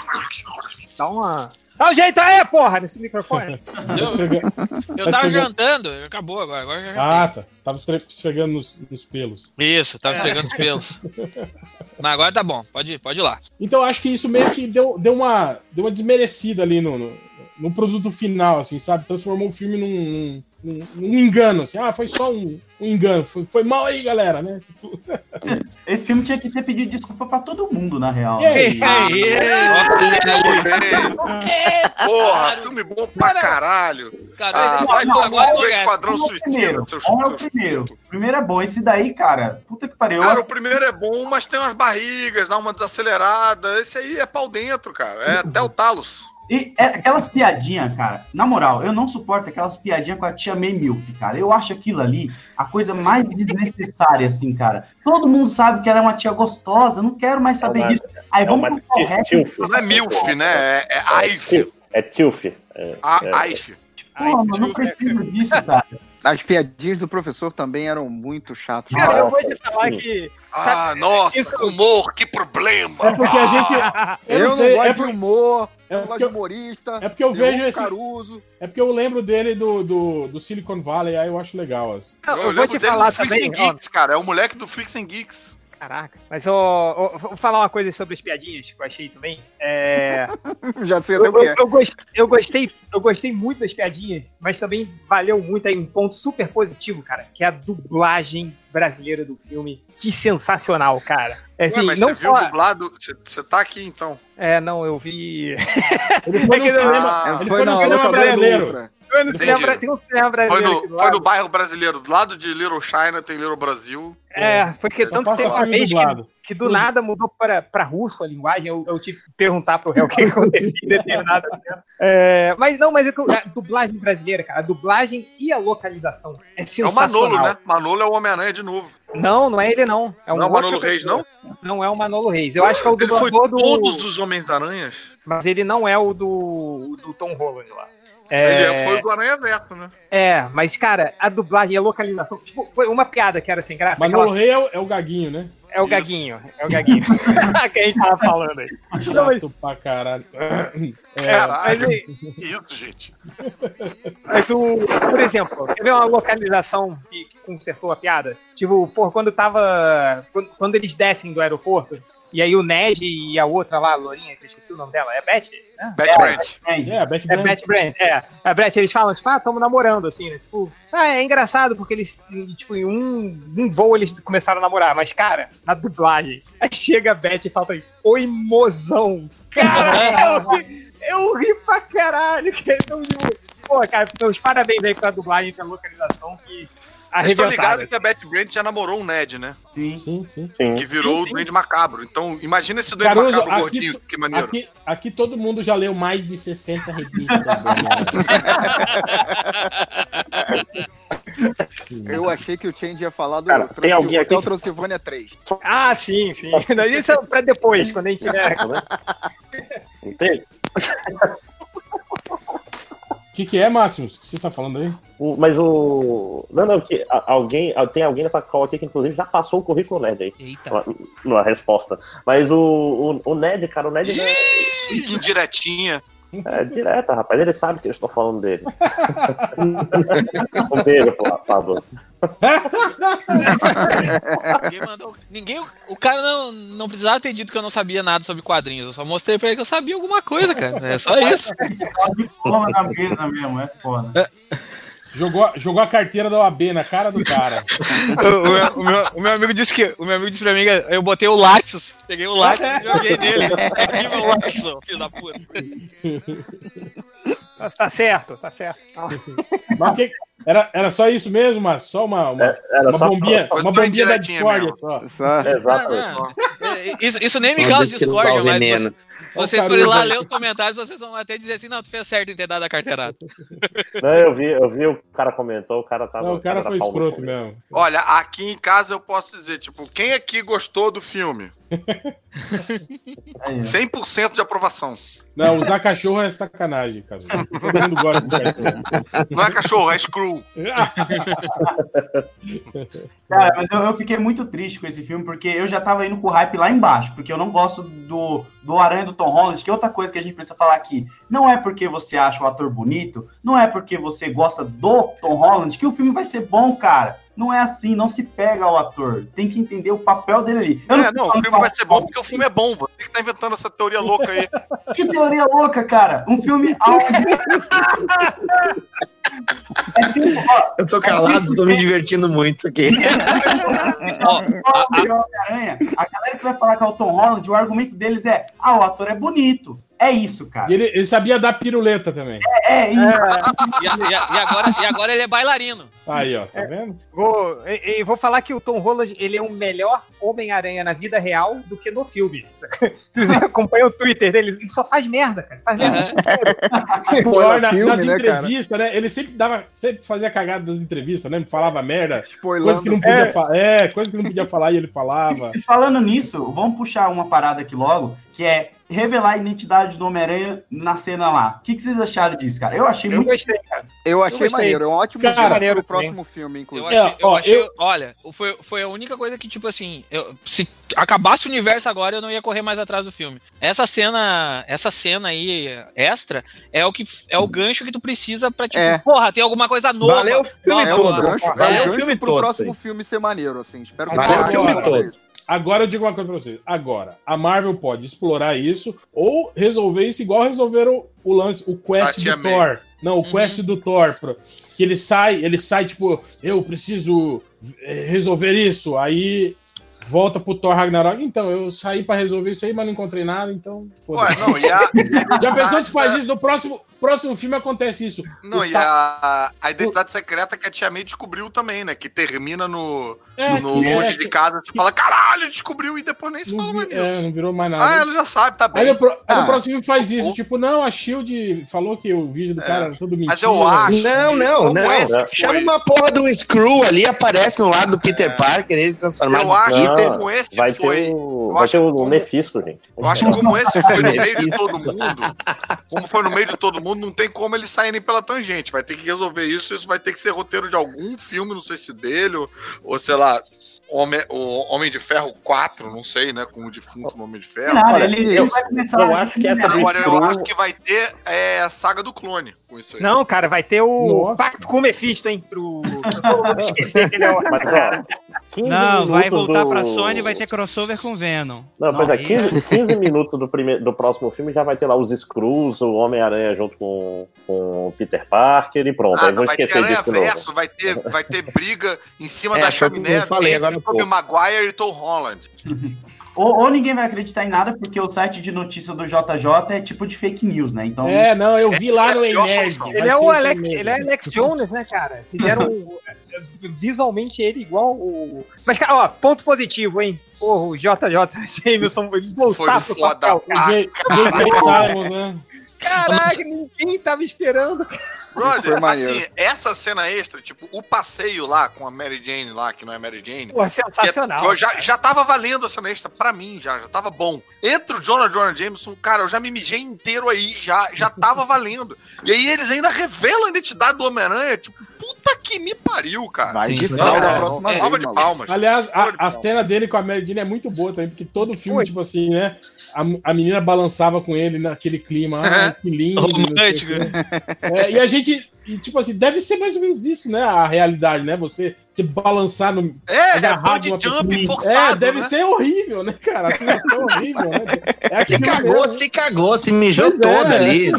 Speaker 4: Dá uma. Dá um jeito aí, porra, nesse microfone.
Speaker 9: Eu
Speaker 2: Tá
Speaker 9: tava
Speaker 2: chegando-
Speaker 9: jantando, acabou agora. agora já
Speaker 2: Ah,
Speaker 9: jantei.
Speaker 2: tá. Tava estre- esfregando nos, nos pelos.
Speaker 9: Isso, tava esfregando os pelos. Mas agora tá bom, pode, ir- pode ir lá.
Speaker 2: Então, acho que isso meio que deu, deu, uma, deu uma desmerecida ali no, no, no produto final, assim, sabe? Transformou o filme num, num, num engano, assim. Ah, foi só um, um engano. Foi, foi mal aí, galera, né? Tipo,
Speaker 3: Esse filme tinha que ter pedido desculpa pra todo mundo, na real.
Speaker 2: E aí?
Speaker 1: Porra, filme bom pra caralho.
Speaker 9: Cara,
Speaker 1: Ah, vai
Speaker 3: não,
Speaker 1: tomar
Speaker 9: agora
Speaker 1: o
Speaker 9: eu
Speaker 1: Esquadrão
Speaker 3: Vamos ao
Speaker 1: Suicida,
Speaker 3: primeiro.
Speaker 1: seus
Speaker 3: Vamos ao
Speaker 1: seus
Speaker 3: primeiro.
Speaker 1: putos.
Speaker 3: O primeiro é bom. Esse daí, cara, puta que pariu.
Speaker 1: Cara, o primeiro é bom, mas tem umas barrigas, dá uma desacelerada. Esse aí é pau dentro, cara. É até o Talos.
Speaker 3: E é, aquelas piadinhas, cara, na moral, eu não suporto aquelas piadinhas com a tia May Milk, cara. Eu acho aquilo ali a coisa mais desnecessária, assim, cara. Todo mundo sabe que ela é uma tia gostosa, não quero mais saber
Speaker 7: É uma-
Speaker 3: disso. Aí
Speaker 7: é
Speaker 3: vamos
Speaker 7: uma
Speaker 3: pro resto.
Speaker 7: tilf.
Speaker 1: Não é Milf, né? É, é Aif.
Speaker 7: É Tilf. É,
Speaker 1: A-
Speaker 7: é,
Speaker 1: Aif.
Speaker 3: Pô, mano, não preciso disso, cara.
Speaker 6: As piadinhas do professor também eram muito chatas.
Speaker 4: Cara, eu
Speaker 7: Ah,
Speaker 4: vou te falar
Speaker 7: sim.
Speaker 4: que.
Speaker 1: Ah,
Speaker 4: sabe,
Speaker 1: nossa,
Speaker 4: isso-
Speaker 1: humor, que problema.
Speaker 2: é porque a gente. Eu,
Speaker 6: Eu
Speaker 2: não
Speaker 6: não
Speaker 2: sei,
Speaker 6: gosto
Speaker 2: é,
Speaker 6: de
Speaker 2: por-
Speaker 6: humor,
Speaker 2: é
Speaker 6: eu não gosto
Speaker 2: porque
Speaker 6: de
Speaker 2: eu-
Speaker 6: humorista.
Speaker 2: é porque eu
Speaker 6: eu
Speaker 2: vejo
Speaker 6: amo
Speaker 2: esse.
Speaker 6: Caruso.
Speaker 2: É porque eu lembro dele do, do, do Silicon Valley, aí eu acho legal. Assim.
Speaker 4: Não,
Speaker 1: Eu
Speaker 4: eu vou
Speaker 1: lembro
Speaker 4: te
Speaker 1: dele
Speaker 4: falar
Speaker 1: do Freaks
Speaker 4: também.
Speaker 1: and
Speaker 4: Ó,
Speaker 1: Geeks, cara. É o moleque do Freaks and Geeks.
Speaker 4: caraca. Mas ó, ó, vou falar uma coisa sobre as piadinhas que eu achei também. É.
Speaker 6: Já sei
Speaker 4: Eu,
Speaker 6: até o que
Speaker 4: eu,
Speaker 6: é.
Speaker 4: eu gostei, eu, gostei, eu gostei muito das piadinhas, mas também valeu muito aí um ponto super positivo, cara, que é a dublagem brasileira do filme. Que sensacional, cara. É, assim,
Speaker 1: Ué, mas
Speaker 4: não
Speaker 1: você viu
Speaker 4: só...
Speaker 1: dublado? Você- Você tá aqui, então.
Speaker 4: É, não, eu vi...
Speaker 2: Ele foi
Speaker 4: É que
Speaker 2: no
Speaker 4: não-
Speaker 2: cinema,
Speaker 1: Ah,
Speaker 2: ele
Speaker 6: Foi
Speaker 2: foi no
Speaker 6: na
Speaker 2: cinema
Speaker 6: locadora do
Speaker 2: brasileiro.
Speaker 6: Ultra.
Speaker 4: Foi no cinema,
Speaker 1: Entendi.
Speaker 4: tem um cinema
Speaker 1: Foi
Speaker 4: brasileiro aqui
Speaker 1: no,
Speaker 4: do
Speaker 1: foi
Speaker 4: lado.
Speaker 1: no bairro brasileiro, do lado de Little China tem Little Brasil.
Speaker 4: É, foi que
Speaker 2: Só
Speaker 4: tanto que
Speaker 2: passa
Speaker 4: teve uma
Speaker 2: filme
Speaker 4: vez que,
Speaker 2: dublado.
Speaker 4: que do nada mudou para, para russo a linguagem, eu, eu tive que perguntar pro réu o que acontecia em determinada cena. É, mas não, mas é que a dublagem brasileira, cara, a dublagem e a localização é
Speaker 1: É o
Speaker 4: sensacional.
Speaker 1: Manolo, né? Manolo é o Homem-Aranha de novo.
Speaker 4: Não, não é ele não. É um
Speaker 1: Não é o
Speaker 4: outra
Speaker 1: Manolo Reis,
Speaker 4: pessoa.
Speaker 1: não?
Speaker 4: Não é o Manolo Reis. Eu acho que é o
Speaker 1: Ele foi
Speaker 4: dublador do...
Speaker 1: todos os Homens-Aranhas.
Speaker 4: Mas ele não é o do, do Tom Holland lá.
Speaker 1: Ele
Speaker 4: É,
Speaker 1: foi o do Aranha Verso, né?
Speaker 4: é, mas, cara, a dublagem e a localização... Tipo, foi uma piada que era sem graça.
Speaker 2: Manolo
Speaker 4: aquela-
Speaker 2: Rey é o, é o Gaguinho, né?
Speaker 4: É o
Speaker 1: Isso.
Speaker 4: Gaguinho. É o Gaguinho. que a gente tava falando aí. Não, mas-
Speaker 2: Chato pra caralho. É,
Speaker 1: Caralho.
Speaker 4: mas-
Speaker 1: Que isso, gente.
Speaker 4: Mas o, por exemplo, quer ver uma localização que, que consertou a piada? Tipo, por quando tava. Quando, quando eles descem do aeroporto, e aí o Ned e a outra lá, a Lourinha, que eu esqueci o nome dela, é Beth? Né?
Speaker 1: Bad Brand.
Speaker 2: é, a Beth
Speaker 4: É
Speaker 2: Brand.
Speaker 4: Beth Brand, é. A Beth, eles falam, tipo, ah, tamo namorando, assim, né? Tipo, ah, é engraçado porque eles, tipo, em um, um voo eles começaram a namorar, mas, cara, na dublagem, aí chega a Beth e fala pra ele, oi, mozão. Cara, eu, ri- eu ri pra caralho, que então, tipo, pô, cara, então, os parabéns aí pra dublagem e pra localização que
Speaker 1: Vocês estão
Speaker 4: arrebentaram.
Speaker 1: ligados que a Beth Brand já namorou um Ned, né?
Speaker 3: Sim.
Speaker 2: Sim, sim.
Speaker 7: Sim.
Speaker 1: Que virou
Speaker 4: Sim,
Speaker 1: o
Speaker 4: sim.
Speaker 1: Duende Macabro. Então, imagina esse Duende
Speaker 2: Caruso,
Speaker 1: Macabro
Speaker 2: aqui,
Speaker 1: gordinho, que maneiro.
Speaker 2: aqui, aqui todo mundo já leu mais de sessenta revistas. do Homem-Aranha.
Speaker 6: Eu achei que o Change ia falar do
Speaker 7: Cara,
Speaker 6: Transil-
Speaker 7: tem alguém aqui
Speaker 6: Hotel
Speaker 7: que-
Speaker 6: Transilvânia três.
Speaker 4: Ah, sim, sim. Isso é pra depois, quando a gente tiver...
Speaker 7: Entende?
Speaker 2: O que, que é, Máximo? O que você tá falando aí?
Speaker 7: O- Mas o. Não, não, que a- alguém. Tem alguém nessa call aqui que inclusive já passou o currículo Ned aí.
Speaker 5: Eita.
Speaker 7: Na, na resposta. Mas o, o, o Ned, cara, o Ned não é,
Speaker 1: Indiretinha.
Speaker 7: é direta, rapaz. Ele sabe que eu estou falando dele. Um beijo, pô, Pablo.
Speaker 9: Ninguém mandou. Ninguém. O cara não, não precisava ter dito que eu não sabia nada sobre quadrinhos. Eu só mostrei pra ele que eu sabia alguma coisa, cara. É só isso.
Speaker 3: Toma na mesa mesmo, é foda.
Speaker 2: Jogou, jogou a carteira da O A B na cara do cara.
Speaker 9: O, o meu, o meu- o meu amigo disse que. O meu amigo disse pra mim que eu botei o Laxus. Peguei o Laxus e joguei nele. É aqui meu Laxus, ô, filho da puta.
Speaker 4: Tá, tá certo, tá certo.
Speaker 2: Mas o que, era, era só isso mesmo, Márcio? Só uma, uma,
Speaker 7: É, era
Speaker 2: uma
Speaker 7: só-
Speaker 2: bombinha,
Speaker 1: Foi
Speaker 2: uma
Speaker 1: só
Speaker 2: bombinha da
Speaker 1: indiretinha
Speaker 2: discórdia
Speaker 1: mesmo.
Speaker 2: só.
Speaker 6: Só-
Speaker 7: Exato.
Speaker 9: Não, não. É, Isso, isso nem me
Speaker 8: Só
Speaker 9: causa
Speaker 8: deixa eu dar
Speaker 9: discórdia,
Speaker 8: o
Speaker 9: mas
Speaker 8: veneno.
Speaker 9: vocês, se vocês
Speaker 2: Ó, o
Speaker 9: forem lá
Speaker 2: Caruso.
Speaker 9: ler os comentários, vocês vão até dizer assim, não, tu fez certo em ter dado a carteirada.
Speaker 7: Não, eu vi, eu vi o cara comentou, o cara tava.
Speaker 2: Não, o cara
Speaker 7: tava
Speaker 2: foi
Speaker 7: pau no
Speaker 2: escroto
Speaker 7: cu.
Speaker 2: mesmo.
Speaker 1: Olha, aqui em casa eu posso dizer, tipo, quem aqui gostou do filme?
Speaker 3: Aí, ó.
Speaker 1: cem por cento de aprovação.
Speaker 2: Não, usar cachorro é sacanagem, cara. Todo mundo gosta de cachorro.
Speaker 1: Não é cachorro, é Screw.
Speaker 3: Cara, mas eu, eu fiquei muito triste com esse filme, porque eu já tava indo com o hype lá embaixo, porque eu não gosto do, do Aranha do Tom Holland, que é outra coisa que a gente precisa falar aqui. Não é porque você acha o ator bonito, não é porque você gosta do Tom Holland, que o filme vai ser bom, cara. Não é assim, não se pega ao ator. Tem que entender o papel dele ali. Eu
Speaker 1: É,
Speaker 3: sei
Speaker 1: não, o
Speaker 3: falar
Speaker 1: filme vai
Speaker 3: qual-
Speaker 1: ser bom porque o filme é bom. Você que tá inventando essa teoria louca aí.
Speaker 3: Que teoria louca, cara. Um filme onde... é tipo, ó,
Speaker 8: Eu tô calado, tô me divertindo muito aqui.
Speaker 9: Ó, a- a-
Speaker 3: o Homem-Aranha, a galera que vai falar que é o Tom Holland, o argumento deles é, ah, o ator é bonito. É isso, cara.
Speaker 2: E ele, ele sabia dar piruleta também.
Speaker 3: É, é isso.
Speaker 9: e, a- e a- e agora, e agora ele é bailarino.
Speaker 2: Aí, ó, tá vendo?
Speaker 4: Vou, e, e vou falar que o Tom Holland, ele é um melhor Homem-Aranha na vida real do que no filme. Se você acompanha o Twitter dele, ele só faz merda, cara. Faz merda.
Speaker 2: Pior, na-
Speaker 6: filme,
Speaker 2: nas
Speaker 6: né, cara?
Speaker 2: entrevistas, né? Ele sempre dava, sempre fazia cagada nas entrevistas, né? Falava merda,
Speaker 6: Spoilando.
Speaker 2: coisa que não podia falar. É, coisa que não podia falar e ele falava.
Speaker 3: E falando nisso, vamos puxar uma parada aqui logo, que é revelar a identidade do Homem-Aranha na cena lá. O que, que vocês acharam disso, cara? Eu achei
Speaker 4: Eu
Speaker 3: muito...
Speaker 4: gostei, cara.
Speaker 6: Eu achei
Speaker 4: gostei.
Speaker 6: maneiro, é um ótimo
Speaker 2: Cara,
Speaker 6: gesto
Speaker 4: maneiro
Speaker 6: pro
Speaker 4: também.
Speaker 6: próximo filme,
Speaker 9: Eu
Speaker 6: inclusive.
Speaker 9: achei,
Speaker 2: É,
Speaker 9: eu
Speaker 2: ó,
Speaker 9: achei-
Speaker 2: eu-
Speaker 9: olha, foi, foi a única coisa que, tipo assim, eu- se acabasse o universo agora, eu não ia correr mais atrás do filme. Essa cena, essa cena aí, extra, é o que é o gancho que tu precisa pra, tipo,
Speaker 6: É.
Speaker 9: porra, tem alguma coisa nova.
Speaker 8: Valeu o filme
Speaker 6: É
Speaker 8: todo.
Speaker 6: o gancho, é
Speaker 8: Valeu
Speaker 6: o
Speaker 8: o
Speaker 6: gancho
Speaker 8: filme
Speaker 6: pro
Speaker 8: todo.
Speaker 6: próximo filme ser maneiro, assim. Espero que
Speaker 2: Valeu
Speaker 6: tenha
Speaker 2: o filme
Speaker 6: uma
Speaker 8: todo.
Speaker 6: vez.
Speaker 2: Agora eu digo uma coisa pra vocês. Agora, a Marvel pode explorar isso ou resolver isso igual resolveram o lance, o
Speaker 1: Ah,
Speaker 2: quest
Speaker 1: Tia
Speaker 2: do
Speaker 1: May.
Speaker 2: Thor. Não, o
Speaker 9: Uhum.
Speaker 2: quest do Thor. pro- Que ele sai, ele sai, tipo, eu preciso eh, resolver isso. Aí volta pro Thor Ragnarok. Então, eu saí pra resolver isso aí, mas não encontrei nada, então
Speaker 1: Ué,
Speaker 2: foda-se.
Speaker 1: não, e a, e
Speaker 2: Já
Speaker 1: a
Speaker 2: pensou se faz
Speaker 1: identidade
Speaker 2: isso? No próximo, próximo filme acontece isso.
Speaker 1: Não,
Speaker 2: O
Speaker 1: e
Speaker 2: ta-
Speaker 1: a, a identidade secreta que a Tia May descobriu também, né? Que termina no,
Speaker 2: É,
Speaker 1: no
Speaker 2: que- é,
Speaker 1: longe de
Speaker 2: que-
Speaker 1: casa, você fala, caralho, descobriu, e depois nem se
Speaker 2: Não,
Speaker 1: fala
Speaker 2: vi-
Speaker 1: mais
Speaker 2: é,
Speaker 1: nisso.
Speaker 2: não virou mais nada.
Speaker 1: Ah, ela já sabe, tá bem.
Speaker 2: Aí, no, pro- aí
Speaker 6: Ah,
Speaker 2: no próximo filme faz isso,
Speaker 1: o-
Speaker 2: tipo, não, a Shield falou que o vídeo do
Speaker 1: É.
Speaker 2: cara era tudo mentira.
Speaker 1: Mas eu acho.
Speaker 8: Não,
Speaker 1: que
Speaker 8: não,
Speaker 1: como
Speaker 8: não.
Speaker 1: esse foi-
Speaker 8: Chama uma porra de um Screw ali, aparece no lado do Peter Parker, ele transformado
Speaker 1: Eu acho
Speaker 8: em
Speaker 1: que
Speaker 8: Peter.
Speaker 1: como esse
Speaker 7: Vai
Speaker 1: foi.
Speaker 7: ter o,
Speaker 1: eu
Speaker 7: vai
Speaker 1: acho
Speaker 7: ter o
Speaker 1: que como-
Speaker 7: Mephisto, gente.
Speaker 1: Eu acho que como esse foi no meio de todo mundo, como foi no meio de todo mundo, não tem como eles saírem pela tangente. Vai ter que resolver isso, isso vai ter que ser roteiro de algum filme, não sei se dele, ou, ou sei lá, Homem, o Homem de Ferro quatro, não sei, né? Com o defunto no Homem de Ferro.
Speaker 3: Nada,
Speaker 7: Olha,
Speaker 3: ele,
Speaker 7: eu-
Speaker 3: ele vai começar
Speaker 7: eu
Speaker 3: a
Speaker 7: acho que essa
Speaker 3: né?
Speaker 1: Agora eu
Speaker 7: Screw-
Speaker 1: acho que vai ter é, a saga do clone com isso aí.
Speaker 4: Não, cara, vai ter o
Speaker 2: Nossa.
Speaker 4: pacto com o Mephisto, hein? Pro. pra todo mundo esquecer que ele é o.
Speaker 7: Mas, ó, quinze
Speaker 5: Não, vai
Speaker 7: minutos
Speaker 5: voltar
Speaker 7: do-
Speaker 5: pra Sony e vai ter crossover com Venom.
Speaker 7: Não, pois é,
Speaker 5: Aí-
Speaker 7: quinze, quinze minutos do, primeiro, do próximo filme já vai ter lá os Screws, o Homem-Aranha junto com, com o Peter Parker e pronto. aí
Speaker 1: Ah,
Speaker 7: vou
Speaker 1: vai ter
Speaker 7: esquecer
Speaker 1: Aranha
Speaker 7: disso de novo.
Speaker 1: Verso, vai ter, vai ter briga em cima
Speaker 8: É,
Speaker 1: da
Speaker 8: foi o que
Speaker 1: chaminé
Speaker 8: eu falei agora
Speaker 1: entre
Speaker 8: há
Speaker 1: Tobey
Speaker 8: pouco.
Speaker 1: Maguire e Tom Holland.
Speaker 3: Ou, ou ninguém vai acreditar em nada, porque o site de notícia do J J é tipo de fake news, né? Então,
Speaker 2: É, não, eu vi lá no
Speaker 1: Essa é a pior
Speaker 2: Enerd.
Speaker 1: solução.
Speaker 4: Ele é o Alex, ele é Alex Jones, né, cara? Fizeram o- visualmente ele igual o. Mas, cara, ó, ponto positivo, hein? Porra, o J J Jameson ele voltar
Speaker 1: Foi
Speaker 4: pro
Speaker 1: foda.
Speaker 4: papel, cara.
Speaker 2: J J. Simons, né?
Speaker 4: Caraca, ninguém tava esperando.
Speaker 1: Brother,
Speaker 6: Foi maneiro.
Speaker 1: assim, essa cena extra, tipo, o passeio lá com a Mary Jane lá, que não é Mary Jane.
Speaker 4: Pô,
Speaker 1: que é-
Speaker 4: sensacional.
Speaker 1: eu já, já tava valendo a cena extra pra mim, já, já tava bom. Entra o Jonah Jonah Jameson, cara, eu já me mijei inteiro aí, já, já tava valendo. E aí eles ainda revelam a identidade do Homem-Aranha, tipo, puta que me pariu, cara.
Speaker 6: Vai
Speaker 5: Sim,
Speaker 6: de
Speaker 5: foi
Speaker 6: fralda
Speaker 1: legal.
Speaker 6: a próxima vez,
Speaker 1: Salva de
Speaker 6: maluco.
Speaker 1: palmas.
Speaker 2: Aliás,
Speaker 1: Salva de
Speaker 2: a, a
Speaker 1: palmas.
Speaker 2: cena dele com a Mary Jane é muito boa também, porque todo filme,
Speaker 4: Oi.
Speaker 2: tipo assim, né? A, a menina balançava com ele naquele clima, ah, que lindo. não sei o
Speaker 9: Romântico.
Speaker 2: quê. É, e a gente, e, tipo assim, deve ser mais ou menos isso, né? A realidade, né? Você se balançar no.
Speaker 1: É, é
Speaker 2: agarrado
Speaker 1: bungee
Speaker 2: numa
Speaker 1: jump
Speaker 2: pessoa.
Speaker 1: forçado,
Speaker 2: É, deve
Speaker 1: né?
Speaker 2: ser horrível, né, cara? A sensação é horrível, né? É
Speaker 8: Se
Speaker 2: aquilo
Speaker 8: cagou,
Speaker 2: mesmo.
Speaker 8: se cagou, se mijou
Speaker 2: Pois é.
Speaker 8: toda ali.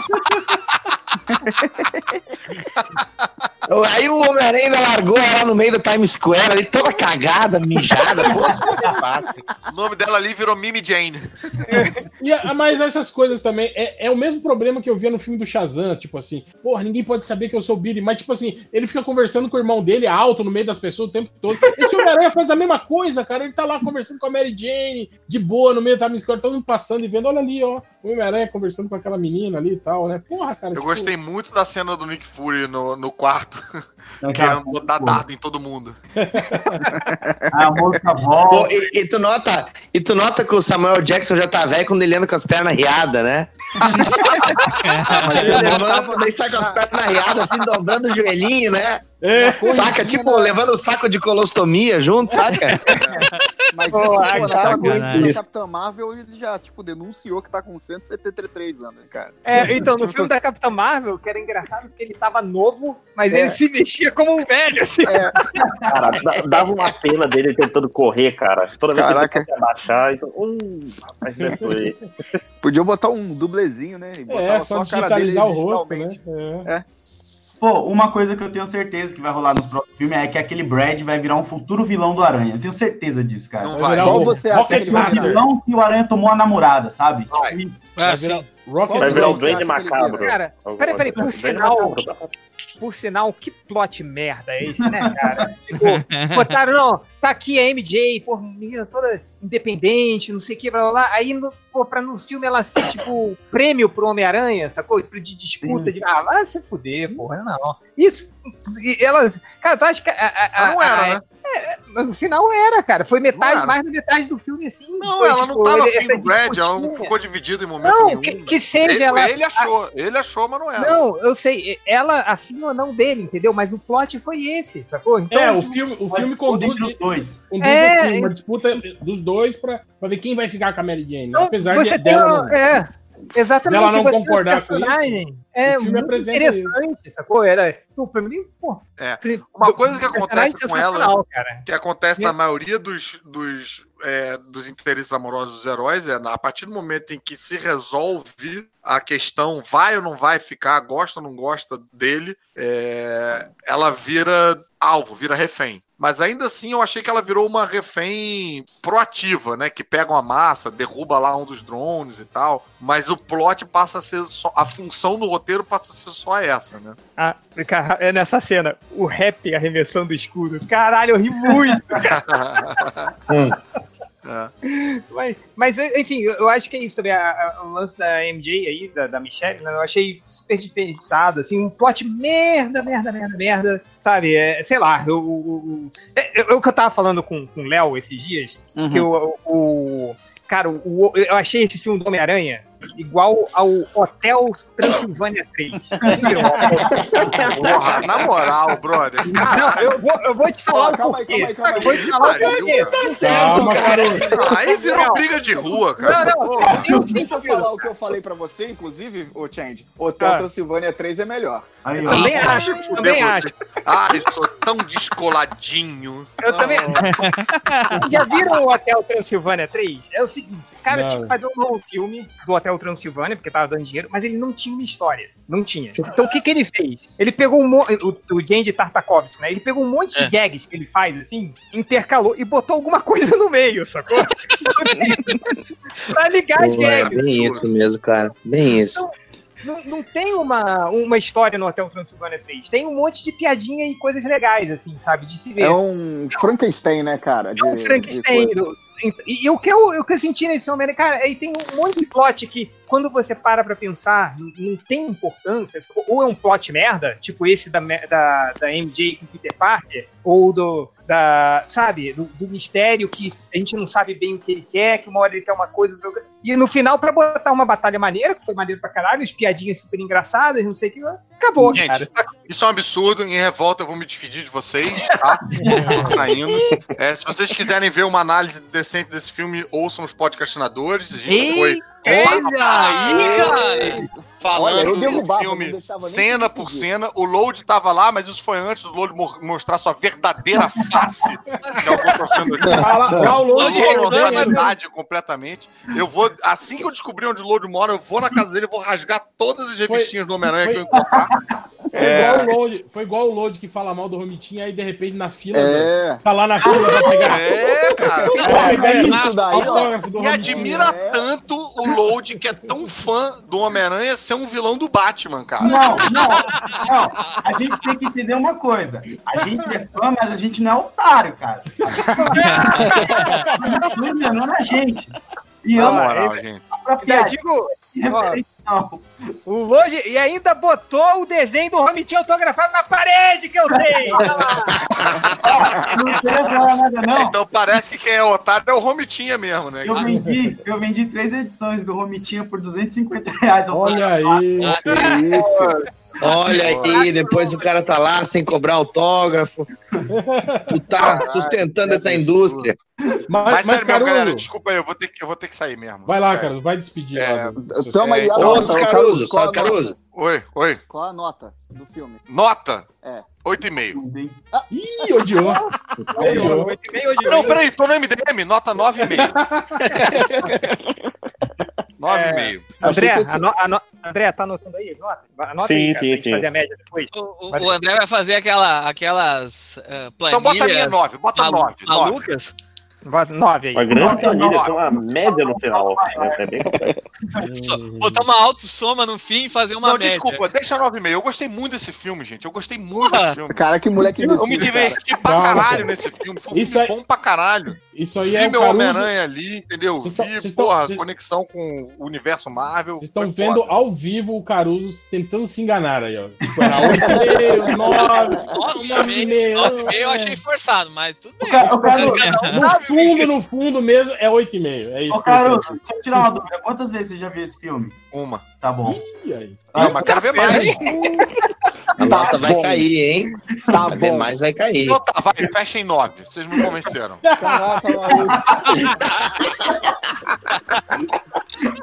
Speaker 8: Aí o Homem-Aranha ainda largou ela no meio da Times Square ali, toda cagada, mijada. Pô, isso é fácil.
Speaker 1: O nome dela ali virou Mimi Jane.
Speaker 2: E, a- mas essas coisas também, é, é o mesmo problema que eu via no filme do Shazam, tipo assim, porra, ninguém pode saber que eu sou o Billy, mas tipo assim, ele fica conversando com o irmão dele alto no meio das pessoas o tempo todo. Esse Homem-Aranha faz a mesma coisa, cara, ele tá lá conversando com a Mary Jane, de boa, no meio da Times Square, todo mundo passando e vendo, olha ali, ó, o Homem-Aranha conversando com aquela menina ali e tal, né? Porra, cara.
Speaker 1: Eu
Speaker 2: tipo,
Speaker 1: gostei muito da cena do Nick Fury no, no quarto,
Speaker 3: Naquela-
Speaker 1: querendo botar dardo em todo mundo.
Speaker 3: a música
Speaker 8: Pô,
Speaker 3: volta.
Speaker 8: e, e tu nota, e tu nota que o Samuel Jackson já tá velho quando ele anda com as pernas riadas, né? Ele levanta, daí sai com as pernas riadas, assim, dobrando o joelhinho, né?
Speaker 2: É,
Speaker 8: Saca, tipo, levando o saco de colostomia junto, saca?
Speaker 6: Mas
Speaker 4: Pô,
Speaker 6: isso,
Speaker 4: ai,
Speaker 6: pô,
Speaker 4: que
Speaker 6: naquela
Speaker 5: sacanagem.
Speaker 6: conhecida da
Speaker 8: Isso.
Speaker 6: Capitã Marvel, ele já, tipo, denunciou que tá com cento e setenta e três anos, cara.
Speaker 4: É, então, no filme da Capitã Marvel, que era engraçado porque ele tava novo, mas
Speaker 6: É.
Speaker 4: ele se mexia como um velho, assim.
Speaker 7: Cara, dá- dava uma pena dele tentando correr, cara. Toda vez
Speaker 6: Caraca.
Speaker 7: que ele tentava abaixar, então. Hum, rapaz, já foi.
Speaker 6: Podia botar um dublezinho, né? E botava
Speaker 2: é só
Speaker 6: a cara dele
Speaker 2: digitalizar o rosto, né?
Speaker 6: digitalmente.
Speaker 2: É.
Speaker 3: Pô, uma coisa que eu tenho certeza que vai rolar no próximo filme é que aquele Brad vai virar um futuro vilão do Aranha. Eu tenho certeza disso, cara.
Speaker 1: Não
Speaker 2: Vai
Speaker 1: vai.
Speaker 2: virar
Speaker 6: Qual
Speaker 2: o
Speaker 6: você acha
Speaker 2: Rocket
Speaker 6: que vai
Speaker 3: O
Speaker 6: ser?
Speaker 2: Master.
Speaker 3: vilão que o Aranha tomou a namorada, sabe?
Speaker 1: Vai.
Speaker 3: E-
Speaker 9: Ah,
Speaker 2: Vai
Speaker 9: sim.
Speaker 2: virar Rocket
Speaker 7: Vai virar o
Speaker 6: Você
Speaker 7: Duende
Speaker 6: acha que ele
Speaker 7: Macabro.
Speaker 6: vira?
Speaker 4: Cara, peraí, peraí, por
Speaker 7: Duende
Speaker 4: sinal,
Speaker 7: Macabro, tá?
Speaker 4: por sinal, que plot merda é esse, né, cara? Tipo, botaram, não, tá aqui a M J, pô, menina toda independente, não sei o que, blá blá blá. Aí, no, pô, pra no filme ela ser, tipo, prêmio pro Homem-Aranha, sacou? De disputa, de. Ah, vai se fuder, porra, não. Isso, e elas. Cara, tu acha que. A, a,
Speaker 1: Mas não era,
Speaker 4: a-
Speaker 1: né?
Speaker 4: Mas no final era, cara. Foi metade,
Speaker 1: era.
Speaker 4: mais da metade do filme, assim.
Speaker 1: Não,
Speaker 4: foi,
Speaker 1: ela
Speaker 4: tipo,
Speaker 1: não tava
Speaker 4: ele-
Speaker 1: afim
Speaker 4: essa
Speaker 1: do Brad, ela não
Speaker 4: disputinha.
Speaker 1: ficou dividida em momento
Speaker 4: Não,
Speaker 1: nenhum.
Speaker 4: que, que seja
Speaker 1: ele,
Speaker 4: ela.
Speaker 1: ele achou, ele achou, mas não era.
Speaker 4: Não, eu sei, ela afim ou não dele, entendeu? Mas o plot foi esse, sacou? Então,
Speaker 2: É, o filme, o filme conduz,
Speaker 3: entre os dois.
Speaker 2: conduz
Speaker 4: É,
Speaker 2: assim, uma
Speaker 4: é.
Speaker 2: disputa dos dois pra, pra ver quem vai ficar com a Mary Jane.
Speaker 4: então,
Speaker 2: Apesar
Speaker 4: você
Speaker 2: de
Speaker 4: tem
Speaker 2: dela
Speaker 4: uma-
Speaker 2: não.
Speaker 4: é, exatamente.
Speaker 2: dela não
Speaker 4: você tem um
Speaker 2: concordar com isso,
Speaker 4: personagem, É
Speaker 2: o filme
Speaker 4: muito
Speaker 2: apresenta
Speaker 4: interessante, sacou? Era, pô, pra mim, pô.
Speaker 1: É.
Speaker 4: pri-
Speaker 1: Uma coisa que
Speaker 4: o personagem
Speaker 1: acontece com ela-
Speaker 4: sensacional, cara.
Speaker 1: Que acontece na
Speaker 4: Minha-
Speaker 1: maioria dos, dos, é, dos interesses amorosos dos heróis é a partir do momento em que se resolve a questão vai ou não vai ficar, gosta ou não gosta dele, é, ela vira alvo, vira refém. mas ainda assim eu achei que ela virou uma refém proativa, né? Que pega uma massa, derruba lá um dos drones e tal, mas o plot passa a ser só, a função do roteiro passa a ser só essa, né?
Speaker 4: Ah, cara, é nessa cena, o rap arremessando o escudo. Caralho, eu ri muito.
Speaker 1: hum.
Speaker 4: É. Mas, mas, enfim, eu acho que é isso também. A, a, o lance da M J aí, da, da Michelle, né, eu achei super desperdiçado, assim, um plot merda, merda, merda, merda, sabe? É, sei lá, eu, eu, eu, eu que eu tava falando com, com o Léo esses dias, uhum. que o, o. Cara, o, eu achei esse filme do Homem-Aranha igual ao Hotel Transilvânia três.
Speaker 1: Porra, na moral, brother.
Speaker 4: Não, eu vou, eu vou te falar
Speaker 6: calma,
Speaker 4: o porquê.
Speaker 6: Calma aí, calma aí, calma aí.
Speaker 4: Eu vou te falar o porquê.
Speaker 1: Tá certo, calma, cara. Aí virou não. briga de rua, cara.
Speaker 6: Não, não, não. Eu, deixa eu falar o que eu falei pra você, inclusive, ô Change. Hotel ah. Transilvânia três é melhor.
Speaker 4: Aí, também ah, acho,
Speaker 1: acho
Speaker 4: também acho.
Speaker 1: Ai, sou tão descoladinho.
Speaker 4: Eu também. Já viram o Hotel Transilvânia três? É o seguinte, o cara não. tinha que fazer um novo filme do Hotel Transilvânia, porque tava dando dinheiro, mas ele não tinha uma história. Não tinha. Então o que que ele fez? Ele pegou um monte. O, o Gendy Tartakovsky, né? Ele pegou um monte de é. gags que ele faz, assim, intercalou e botou alguma coisa no meio, sacou? Pra ligar as gags.
Speaker 8: É bem isso mesmo, cara. Bem isso.
Speaker 4: Então, Não, não tem uma, uma história no Hotel Transilvânia três. Tem um monte de piadinha e coisas legais, assim, sabe? De se ver.
Speaker 6: É um Frankenstein, né, cara? De,
Speaker 4: é um Frankenstein. E, e o que eu, eu, que eu senti nesse homem, cara, aí tem um monte de plot que, quando você para pra pensar, não, não tem importância. Ou é um plot merda, tipo esse da, da, da M J com Peter Parker, ou do... Da, sabe, do, do mistério que a gente não sabe bem o que ele quer, que uma hora ele quer uma coisa, e no final, pra botar uma batalha maneira, que foi maneiro pra caralho, as piadinhas super engraçadas, não sei o que, acabou, gente, cara.
Speaker 1: Isso é um absurdo, em revolta eu vou me despedir de vocês, tá? Tô saindo. É, se vocês quiserem ver uma análise decente desse filme, ouçam os podcastinadores, a gente
Speaker 9: Ei,
Speaker 1: foi...
Speaker 9: Olha aí, cara!
Speaker 1: Falando do filme cena por cena, o Load tava lá, mas isso foi antes do Load mostrar sua verdadeira face. Que é o que eu tô achando aqui.
Speaker 2: Ah, o Load
Speaker 1: eu vou mostrar a verdade completamente. Eu vou, assim que eu descobrir onde o Load mora, eu vou na casa dele e vou rasgar todas as revistinhas do Homem-Aranha que eu encontrar.
Speaker 2: Foi, é... igual o Load, foi igual o Load que fala mal do Romitinho, aí de repente na fila, é... né, tá lá na fila pra pegar.
Speaker 1: É, cara.
Speaker 6: É, é isso daí.
Speaker 1: E admira é. tanto o Load, que é tão fã do Homem-Aranha, ser um vilão do Batman, cara.
Speaker 3: Não, não, não. A gente tem que entender uma coisa. A gente é fã, mas a gente não é otário, cara. Não é enganando a gente. E
Speaker 1: eu,
Speaker 3: moral,
Speaker 1: ele, gente.
Speaker 4: Eu digo, ó, o Load, e ainda botou o desenho do Romitinho autografado na parede, que eu sei.
Speaker 3: Não queria falar nada, não.
Speaker 1: Então parece que quem é otário é o Romitinha mesmo, né?
Speaker 3: Eu vendi, eu vendi três edições do Romitinha por duzentos e cinquenta reais.
Speaker 2: Olha aí.
Speaker 8: Que isso. Olha aí, depois o cara tá lá sem cobrar autógrafo. Tu tá sustentando essa indústria.
Speaker 1: Mas, mas, mas sério, Caruso, galera, desculpa aí, eu vou ter que, eu vou ter que sair mesmo.
Speaker 2: Vai lá, cara, vai despedir.
Speaker 1: É,
Speaker 6: Tamo aí,
Speaker 8: Ô, Caruso, só Caruso.
Speaker 1: Oi, oi.
Speaker 6: Qual a nota do filme?
Speaker 1: Nota?
Speaker 6: É.
Speaker 1: oito e meio.
Speaker 2: Ah. Ih, odiou.
Speaker 4: Odiou. oito e meio, odiou.
Speaker 1: Não, peraí, tô no M D M, nota nove e meio. nove e meio.
Speaker 4: É, André, ano, ano, André, tá anotando aí? Anota, anota
Speaker 7: sim,
Speaker 4: aí, cara,
Speaker 7: sim, sim.
Speaker 4: Fazer a média depois.
Speaker 9: O, o, o André vai fazer aquela, aquelas uh, planilhas...
Speaker 1: Então bota a minha nove, bota
Speaker 9: mal,
Speaker 1: nove.
Speaker 9: Malucas?
Speaker 4: nove aí.
Speaker 7: Uma grande planilha, tem uma média no final. É bem
Speaker 9: Botar uma autossoma no fim e fazer uma
Speaker 1: não,
Speaker 9: média.
Speaker 1: Desculpa, deixa nove e meio. Eu gostei muito desse filme, gente. Eu gostei muito
Speaker 6: Porra.
Speaker 1: desse filme.
Speaker 6: Cara, que moleque
Speaker 1: Eu me diverti pra
Speaker 2: Calma,
Speaker 1: caralho
Speaker 2: cara.
Speaker 1: nesse filme. Foi um
Speaker 2: Isso
Speaker 1: filme
Speaker 2: aí...
Speaker 1: bom pra caralho.
Speaker 2: Isso aí
Speaker 1: Vi
Speaker 2: é o
Speaker 1: meu
Speaker 2: Caruso...
Speaker 1: Homem-Aranha ali, entendeu?
Speaker 2: Cês
Speaker 1: Vi,
Speaker 2: cês
Speaker 1: porra,
Speaker 2: tão, cês...
Speaker 1: conexão com o universo Marvel.
Speaker 2: Vocês estão vendo foda. Ao vivo o Caruso tentando se enganar aí, ó. Tipo, era oito e meio, nove,
Speaker 9: nove e meio eu achei forçado, mas tudo bem.
Speaker 3: O Caruso,
Speaker 2: no fundo, no fundo mesmo, é oito e meio. É isso.
Speaker 3: Ô, Caruso, deixa eu tirar uma dúvida. Quantas vezes você já viu esse filme?
Speaker 1: Uma.
Speaker 3: Tá bom.
Speaker 2: Ih, aí.
Speaker 1: Não, mas quero ver mais.
Speaker 8: A nota vai
Speaker 6: bom.
Speaker 8: cair, hein?
Speaker 6: Tá
Speaker 8: Vai ver
Speaker 6: bom.
Speaker 8: mais, vai cair.
Speaker 1: Então tá, vai, fecha em nove. Vocês me convenceram.
Speaker 6: Caraca, maluco.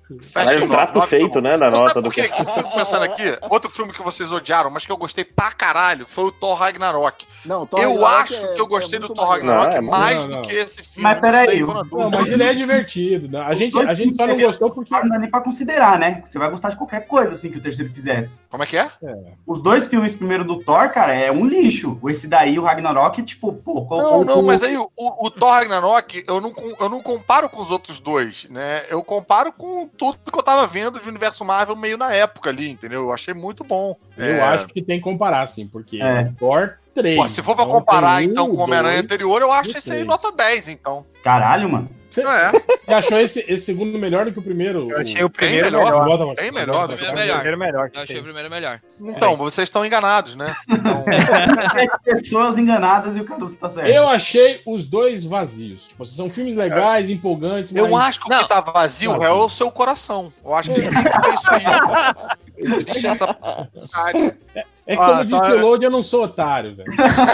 Speaker 7: Aí o trato feito, né, na
Speaker 1: Sabe
Speaker 7: nota
Speaker 1: por
Speaker 7: do
Speaker 1: que que eu fico pensando aqui? Outro filme que vocês odiaram, mas que eu gostei pra caralho, foi o Thor Ragnarok.
Speaker 6: Não, Thor
Speaker 1: Eu
Speaker 6: Ragnarok
Speaker 1: acho
Speaker 6: é-
Speaker 1: que eu gostei
Speaker 6: é
Speaker 1: do
Speaker 6: muito
Speaker 1: Thor
Speaker 6: maneiro.
Speaker 1: Ragnarok
Speaker 7: Não, é
Speaker 1: mais
Speaker 2: não,
Speaker 1: do
Speaker 2: não.
Speaker 1: que esse filme.
Speaker 3: Mas peraí,
Speaker 1: Não sei, tô na
Speaker 2: Não,
Speaker 1: dúvida.
Speaker 2: mas ele é divertido. Né? A, gente, a gente só não gostou porque.
Speaker 3: Não dá nem pra considerar, né? Você vai gostar de qualquer coisa, assim, que o terceiro fizesse.
Speaker 1: Como é que é?
Speaker 3: Os dois filmes primeiro do Thor, cara, é um lixo. Esse daí, o Ragnarok, tipo, pô... com-
Speaker 1: Não,
Speaker 3: com-
Speaker 1: não,
Speaker 3: com-
Speaker 1: mas aí o, o Thor Ragnarok, eu não, com- eu não comparo com os outros dois, né? Eu comparo com tudo que eu tava vendo de universo Marvel meio na época ali, entendeu? Eu achei muito bom.
Speaker 2: Eu
Speaker 1: É.
Speaker 2: acho que tem que comparar, sim, porque
Speaker 3: É.
Speaker 2: é Thor três.
Speaker 1: Pô, se for pra
Speaker 2: então
Speaker 1: comparar,
Speaker 2: tem um,
Speaker 1: então, com o Homem-Aranha
Speaker 2: dois,
Speaker 1: anterior, eu acho
Speaker 2: e
Speaker 1: esse aí
Speaker 2: três.
Speaker 1: nota dez, então.
Speaker 3: Caralho, mano.
Speaker 2: Você,
Speaker 1: É.
Speaker 2: você achou esse, esse segundo melhor do que o primeiro?
Speaker 4: Eu achei o
Speaker 1: Bem
Speaker 4: primeiro
Speaker 1: melhor,
Speaker 4: melhor.
Speaker 2: Bota, bota,
Speaker 1: bem
Speaker 2: bota,
Speaker 1: melhor.
Speaker 2: bota,
Speaker 9: O primeiro
Speaker 2: bota.
Speaker 9: melhor.
Speaker 4: Primeiro melhor.
Speaker 9: Eu achei o primeiro melhor.
Speaker 1: Então, vocês estão enganados, né? Então,
Speaker 3: Sete pessoas enganadas e o Caruso tá certo.
Speaker 2: Eu achei os dois vazios. Tipo, são filmes legais, empolgantes, mas...
Speaker 1: eu acho que o
Speaker 9: Não.
Speaker 1: que tá vazio
Speaker 2: Vazio.
Speaker 1: é o seu coração. Eu acho que tem que ter isso aí. Existe essa...
Speaker 2: É como
Speaker 4: Ah,
Speaker 2: disse
Speaker 4: tá.
Speaker 2: o Load, eu não sou otário, velho.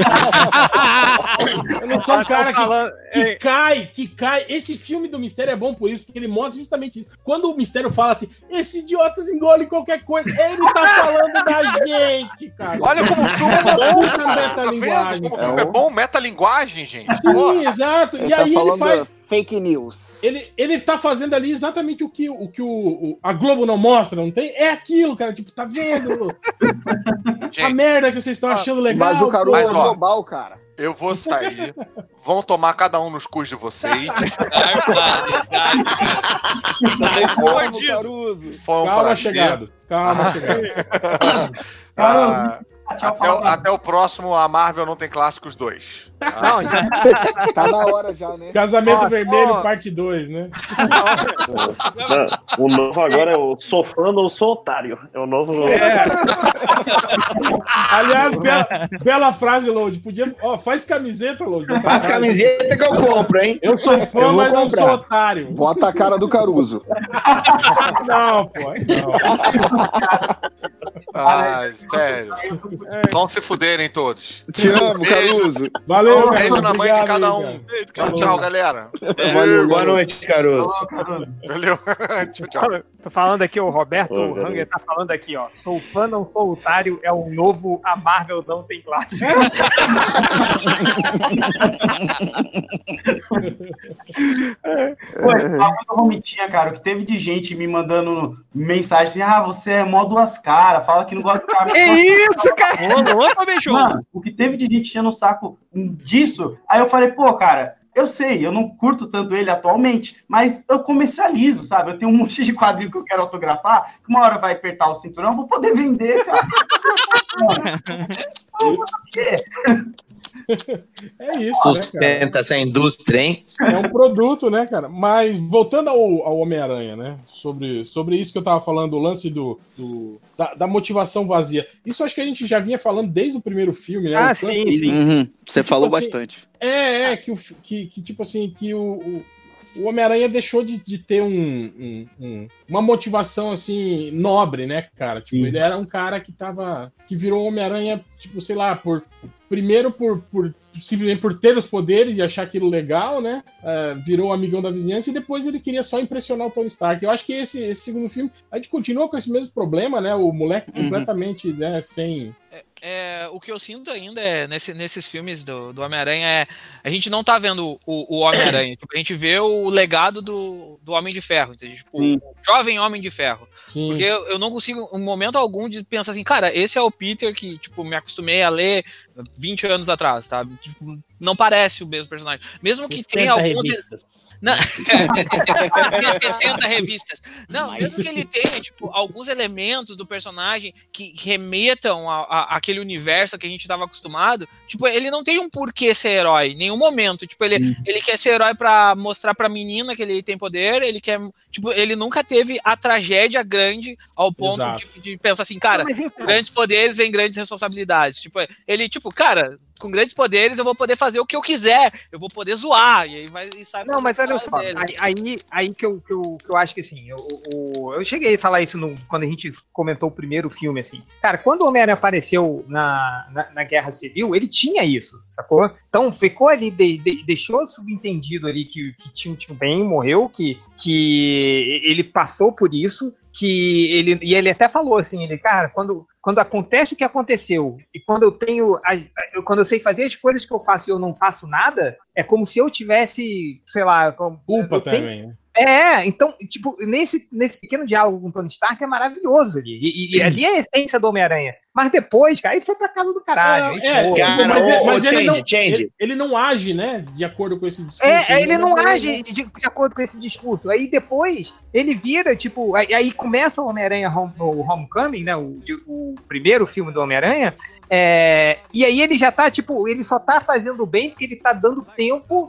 Speaker 2: Eu não sou um cara que,
Speaker 4: falando-
Speaker 2: que
Speaker 4: Ei.
Speaker 2: cai, que cai. Esse filme do Mistério é bom por isso, porque ele mostra justamente isso. Quando o Mistério fala assim, esses idiotas engolem qualquer coisa, ele tá falando da gente, cara.
Speaker 1: Olha como o filme é
Speaker 2: Puta
Speaker 1: bom, cara. Tá
Speaker 2: metalinguagem,
Speaker 1: vendo como o
Speaker 2: cara.
Speaker 1: filme é bom? Metalinguagem, gente.
Speaker 2: Sim,
Speaker 1: Porra.
Speaker 2: exato.
Speaker 6: Ele
Speaker 2: E
Speaker 6: tá
Speaker 2: aí ele
Speaker 6: falando
Speaker 2: faz...
Speaker 6: fake news.
Speaker 2: Ele, ele tá fazendo ali exatamente o que, o, que o, o- a Globo não mostra, não tem? É aquilo, cara. Tipo, tá vendo? A
Speaker 1: Gente,
Speaker 2: merda que vocês estão achando legal.
Speaker 6: Mas o Caruso
Speaker 1: Mas,
Speaker 6: é
Speaker 1: ó,
Speaker 6: global, cara.
Speaker 1: eu vou sair. Vão tomar cada um nos cus de vocês.
Speaker 9: Verdade, verdade, cara.
Speaker 6: Também como,
Speaker 9: bandido.
Speaker 6: Caruso.
Speaker 1: Foi um
Speaker 2: Calma,
Speaker 1: prazer.
Speaker 2: chegado. Calma, chegado.
Speaker 1: Ah,
Speaker 3: Tchau,
Speaker 1: até, o,
Speaker 3: fala.
Speaker 1: até o próximo, a Marvel não tem clássicos dois.
Speaker 4: Não, já-
Speaker 6: Tá na hora já, né?
Speaker 2: Casamento
Speaker 4: Ó,
Speaker 2: Vermelho,
Speaker 4: ó.
Speaker 2: parte dois, né?
Speaker 7: Não, o novo agora é o sou fã ou sou otário. É o novo.
Speaker 2: Aliás, bela, bela frase, Load. Podia, ó, faz camiseta, Load. dessa
Speaker 8: Faz
Speaker 2: frase.
Speaker 8: camiseta que eu compro, hein?
Speaker 2: Eu sou fã,
Speaker 8: Eu vou
Speaker 2: mas não
Speaker 8: comprar.
Speaker 2: sou otário.
Speaker 6: Bota a cara do Caruso.
Speaker 2: Não, pô. Não.
Speaker 1: Ah, sério. Vão se fuderem todos.
Speaker 6: Te amo,
Speaker 1: Beijo.
Speaker 6: Caruso.
Speaker 2: Valeu,
Speaker 1: Beijo
Speaker 2: cara.
Speaker 1: na mãe de
Speaker 2: Obrigado
Speaker 1: cada
Speaker 2: aí,
Speaker 1: um.
Speaker 2: cara.
Speaker 1: Tchau,
Speaker 2: Falou.
Speaker 1: tchau, galera.
Speaker 6: Valeu,
Speaker 8: Boa
Speaker 6: valeu.
Speaker 8: noite, Caruso.
Speaker 1: Valeu. tchau, tchau.
Speaker 4: Tô falando aqui, o Roberto
Speaker 7: Ô, velho.
Speaker 4: Hanger tá falando aqui, ó. Sou fã, não sou otário, é um novo A Marvel não tem classe.
Speaker 3: Pô, esse papo do Romitinha, cara, o que teve de gente me mandando mensagem assim, ah, você é mó duas caras, fala que não gosta de cara.
Speaker 4: Que isso, cara?
Speaker 5: Ô, louco, bicho!
Speaker 3: Mano, o que teve de gente enchendo o saco disso, aí eu falei, pô, cara, eu sei, eu não curto tanto ele atualmente, mas eu comercializo, sabe? Eu tenho um monte de quadrinho que eu quero autografar, que uma hora vai apertar o cinturão, eu vou poder vender, cara.
Speaker 2: É isso, né, cara?
Speaker 8: Sustenta essa indústria, hein?
Speaker 2: É um produto, né, cara? Mas voltando ao, ao Homem-Aranha, né? Sobre, sobre isso que eu tava falando, o lance do, do- da, da motivação vazia. Isso acho que a gente já vinha falando desde o primeiro filme, né?
Speaker 4: Ah,
Speaker 2: O quanto-
Speaker 4: sim, sim.
Speaker 6: Uhum, você falou
Speaker 2: assim,
Speaker 6: bastante.
Speaker 2: É, é, que, o, que, que tipo assim, que o, o, o Homem-Aranha deixou de, de ter um, um- um- uma motivação, assim, nobre, né, cara? Tipo, ele era um cara que tava, que virou Homem-Aranha, tipo, sei lá, por, primeiro por, por, simplesmente por ter os poderes e achar aquilo legal, né? É, virou amigão da vizinhança e depois ele queria só impressionar o Tony Stark. Eu acho que esse, esse segundo filme, a gente continua com esse mesmo problema, né? O moleque
Speaker 6: Uhum.
Speaker 2: completamente, né, sem...
Speaker 9: É, o que eu sinto ainda é, nesse- nesses filmes do, do Homem-Aranha é. A gente não tá vendo o, o Homem-Aranha. Tipo, a gente vê o legado do, do Homem de Ferro. Entende? Tipo,
Speaker 2: Sim.
Speaker 9: o jovem Homem de Ferro.
Speaker 2: Sim.
Speaker 9: Porque eu, eu não consigo, em momento algum, de pensar assim, cara, esse é o Peter que, tipo, me acostumei a ler vinte anos atrás, sabe? Tipo, não parece o mesmo personagem. Mesmo que tenha
Speaker 2: sessenta
Speaker 9: alguns.
Speaker 2: revistas.
Speaker 9: Não, é, sessenta revistas. Não, mesmo que ele tenha, tipo, alguns elementos do personagem que remetam a, a- àquele universo que a gente estava acostumado, tipo, ele não tem um porquê ser herói, em nenhum momento. Tipo, ele, ele quer ser herói pra mostrar pra menina que ele tem poder, ele quer, tipo, ele nunca teve a tragédia grande ao ponto
Speaker 2: Exato.
Speaker 9: de, de pensar assim, cara,
Speaker 4: Mas, então,
Speaker 9: grandes poderes vêm grandes responsabilidades. Tipo, ele, tipo, cara, com grandes poderes eu vou poder fazer o que eu quiser, eu vou poder zoar, e aí vai e sai.
Speaker 4: Não, mas olha só, aí, aí, aí que, eu, que, eu, que eu acho que assim, eu, eu, eu cheguei a falar isso no, quando a gente comentou o primeiro filme, assim. Cara, quando o Homem-Aranha apareceu na, na, na Guerra Civil, ele tinha isso, sacou? Então ficou ali, de, de, deixou subentendido ali que, que tinha, tinha bem, morreu, que, que ele passou por isso, que ele, e ele até falou assim, ele, cara, quando, quando acontece o que aconteceu, e quando eu tenho, a, a, quando eu sei fazer as coisas que eu faço e eu não faço nada, é como se eu tivesse, sei lá, como,
Speaker 2: culpa
Speaker 4: tenho,
Speaker 2: também, né?
Speaker 4: É, então, tipo, nesse, nesse pequeno diálogo com o Tony Stark é maravilhoso ali. E, e ali é a essência do Homem-Aranha. Mas depois, cara, aí foi pra casa do caralho.
Speaker 2: É, é,
Speaker 4: pô,
Speaker 2: cara, mas,
Speaker 8: ô,
Speaker 2: mas
Speaker 8: ô,
Speaker 2: ele,
Speaker 8: change,
Speaker 2: não,
Speaker 8: change.
Speaker 2: Ele, ele não age, né, de acordo com esse discurso.
Speaker 4: É, ele não,
Speaker 2: não
Speaker 4: age de, de acordo com esse discurso. Aí depois ele vira, tipo, aí, aí começa o Homem-Aranha Home, o Homecoming, né, o, o primeiro filme do Homem-Aranha, é, e aí ele já tá, tipo, ele só tá fazendo bem porque ele tá dando tempo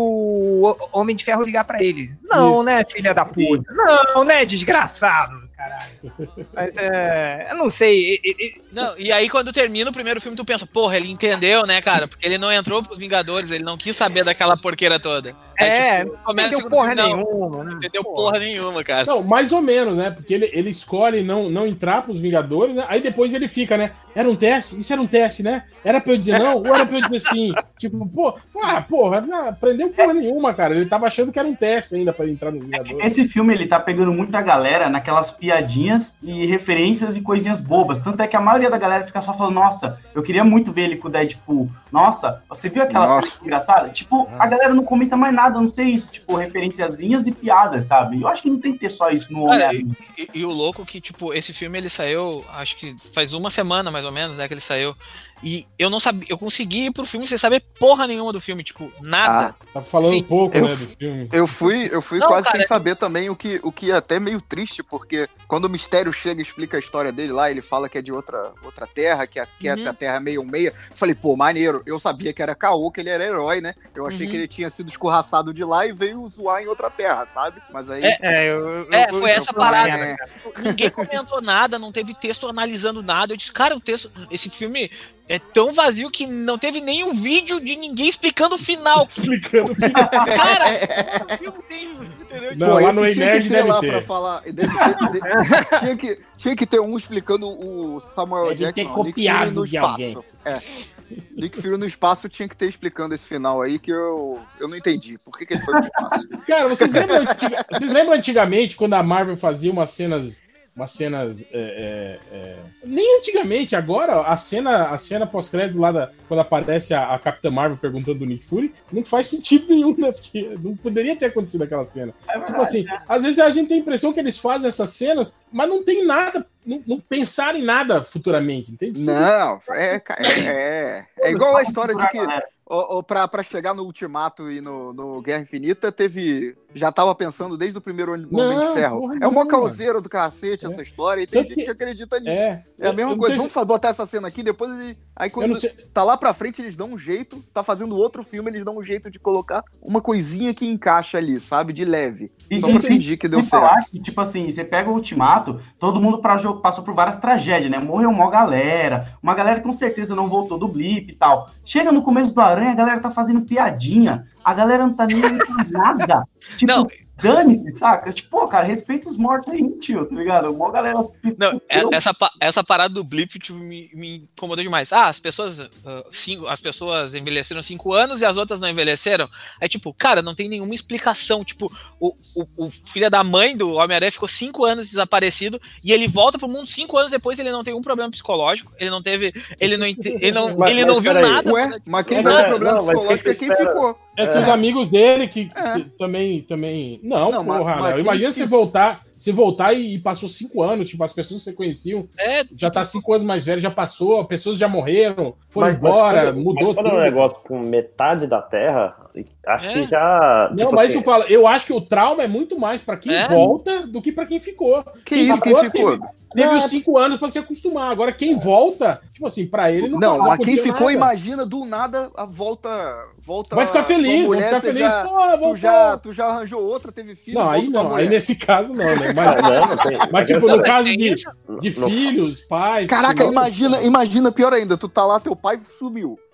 Speaker 4: pro Homem de Ferro ligar pra ele. Não, Isso. né, filha da puta? Não, né, desgraçado, caralho. Mas é, eu não sei. E, e,
Speaker 9: não, e aí quando termina o primeiro filme, tu pensa, porra, ele entendeu, né, cara? Porque ele não entrou pros Vingadores, ele não quis saber daquela porqueira toda. Aí,
Speaker 4: é,
Speaker 9: tipo,
Speaker 4: não entendeu porra
Speaker 9: filme,
Speaker 4: nenhuma, né?
Speaker 9: Não entendeu porra. porra nenhuma, cara.
Speaker 2: Não, mais ou menos, né? Porque ele, ele escolhe não, não entrar pros Vingadores, né? Aí depois ele fica, né? Era um teste? Isso era um teste, né? Era pra eu dizer não ou era pra eu dizer sim? Tipo, pô, ah, porra, não aprendeu porra nenhuma, cara. Ele tava achando que era um teste ainda pra entrar nos Vingadores.
Speaker 3: Esse filme, ele tá pegando muita galera naquelas piadinhas e referências e coisinhas bobas. Tanto é que a maioria da galera fica só falando, nossa, eu queria muito ver ele com o Deadpool. Nossa, você viu aquelas coisas engraçadas? Tipo, a galera não comenta mais nada, a não sei isso. Tipo, referenciazinhas e piadas, sabe? Eu acho que não tem que ter só isso no Homem-Aranha.
Speaker 9: E, e, e o louco que, tipo, esse filme, ele saiu, acho que faz uma semana, mais ou menos, né, que ele saiu. E eu não sabia, eu consegui ir pro filme sem saber porra nenhuma do filme, tipo, nada.
Speaker 2: Ah, tá falando Sim. pouco,
Speaker 6: eu,
Speaker 2: né, do filme.
Speaker 6: Eu fui, eu fui não, quase cara, sem saber também, o que, o que é até meio triste, porque quando o Mistério chega e explica a história dele lá, ele fala que é de outra, outra terra, que, a, que uhum. essa é a Terra meia um meia. Eu falei, pô, maneiro. Eu sabia que era caô, que ele era herói, né? Eu achei uhum. que ele tinha sido escorraçado de lá e veio zoar em outra terra, sabe? Mas aí...
Speaker 9: É, é, eu, eu, é foi eu, essa eu, parada. É. Ninguém comentou nada, não teve texto analisando nada. Eu disse, cara, o texto, esse filme... é tão vazio que não teve nenhum vídeo de ninguém explicando o final.
Speaker 2: Explicando o final.
Speaker 9: Cara, eu não tenho, entendeu?
Speaker 2: Não, lá no E-Nerd deve
Speaker 6: lá
Speaker 2: ter.
Speaker 6: Pra falar, deve ter, tinha, que, tinha que ter um explicando o Samuel
Speaker 2: deve
Speaker 6: Jackson.
Speaker 2: Ter copiado
Speaker 6: no
Speaker 2: de
Speaker 6: espaço.
Speaker 2: Alguém.
Speaker 6: É. Nick Fury no espaço tinha que ter explicando esse final aí que eu, eu não entendi. Por que, que ele foi pro espaço?
Speaker 2: Cara, vocês lembram, antiga, vocês lembram antigamente quando a Marvel fazia umas cenas... umas cenas é, é, é... nem antigamente, agora a cena, a cena pós-crédito lá da, quando aparece a, a Capitã Marvel perguntando do Nick Fury, não faz sentido nenhum, né? Porque não poderia ter acontecido aquela cena. É tipo assim, às vezes a gente tem a impressão que eles fazem essas cenas, mas não tem nada, não, não pensaram em nada futuramente, entende?
Speaker 6: Não, é, é, é, é igual a história de que ou, ou pra, pra chegar no Ultimato e no, no Guerra Infinita, teve... já tava pensando desde o primeiro Homem de Ferro. É uma causeira do cacete é. essa história, e tem Tanto gente que... que acredita nisso. É, é a mesma eu coisa. Vamos se... botar essa cena aqui, depois ele... aí quando sei... tá lá pra frente, eles dão um jeito, tá fazendo outro filme, eles dão um jeito de colocar uma coisinha que encaixa ali, sabe? De leve.
Speaker 3: E
Speaker 6: só pra fingir que deu certo.
Speaker 3: Falar que, tipo assim, você pega o Ultimato, todo mundo pra jogo passou por várias tragédias, né? Morreu uma galera, uma galera que com certeza não voltou do blip e tal. Chega no começo do Aranha, a galera tá fazendo piadinha, a galera não tá nem aí com nada. Tipo, não. Dane-se, saca? Tipo, pô, cara, respeita os mortos aí, tio, tá ligado? Uma galera...
Speaker 9: Não, essa, essa parada do blip tipo, me, me incomodou demais. Ah, as pessoas, uh, cinco, as pessoas envelheceram cinco anos e as outras não envelheceram. Aí, tipo, cara, não tem nenhuma explicação. Tipo, o, o, o filho da mãe do Homem-Aranha ficou cinco anos desaparecido e ele volta pro mundo cinco anos depois, ele não tem um problema psicológico, ele não teve... Ele não, ele não,
Speaker 6: mas,
Speaker 9: ele não viu
Speaker 6: aí.
Speaker 9: nada.
Speaker 6: Ué, mas quem vai ter problema não, psicológico é quem espera. ficou.
Speaker 2: É que é. os amigos dele que, é. que também, também... Não, não porra, mas, mas imagina se voltar, se voltar e, e passou cinco anos, tipo, as pessoas que você conheciam, é, tipo, já tá cinco anos mais velho, já passou, pessoas já morreram, foram mas, embora, mas quando, mudou
Speaker 7: mas quando tudo. É um negócio com metade da Terra, acho é. que já...
Speaker 2: Não,
Speaker 7: tipo
Speaker 2: mas
Speaker 7: assim...
Speaker 2: eu falo, eu acho que o trauma é muito mais pra quem é. volta do que pra quem ficou.
Speaker 6: Que
Speaker 2: quem
Speaker 6: isso,
Speaker 2: ficou,
Speaker 6: quem ficou?
Speaker 2: Teve, teve os cinco anos pra se acostumar, agora quem volta, tipo assim, pra ele não...
Speaker 6: Não,
Speaker 2: não
Speaker 6: mas quem ficou,
Speaker 2: nada.
Speaker 6: Imagina, do nada, a volta... volta
Speaker 2: vai ficar feliz,
Speaker 6: mulher,
Speaker 2: vai ficar feliz.
Speaker 6: Já,
Speaker 2: Pô,
Speaker 6: tu, já, tu já arranjou outra, teve filho.
Speaker 2: Não, aí não, aí nesse caso não, né? Mas, não, não tem, mas tipo, no caso de, de filhos, pais...
Speaker 6: Caraca, senão... imagina, imagina, pior ainda, tu tá lá, teu pai sumiu.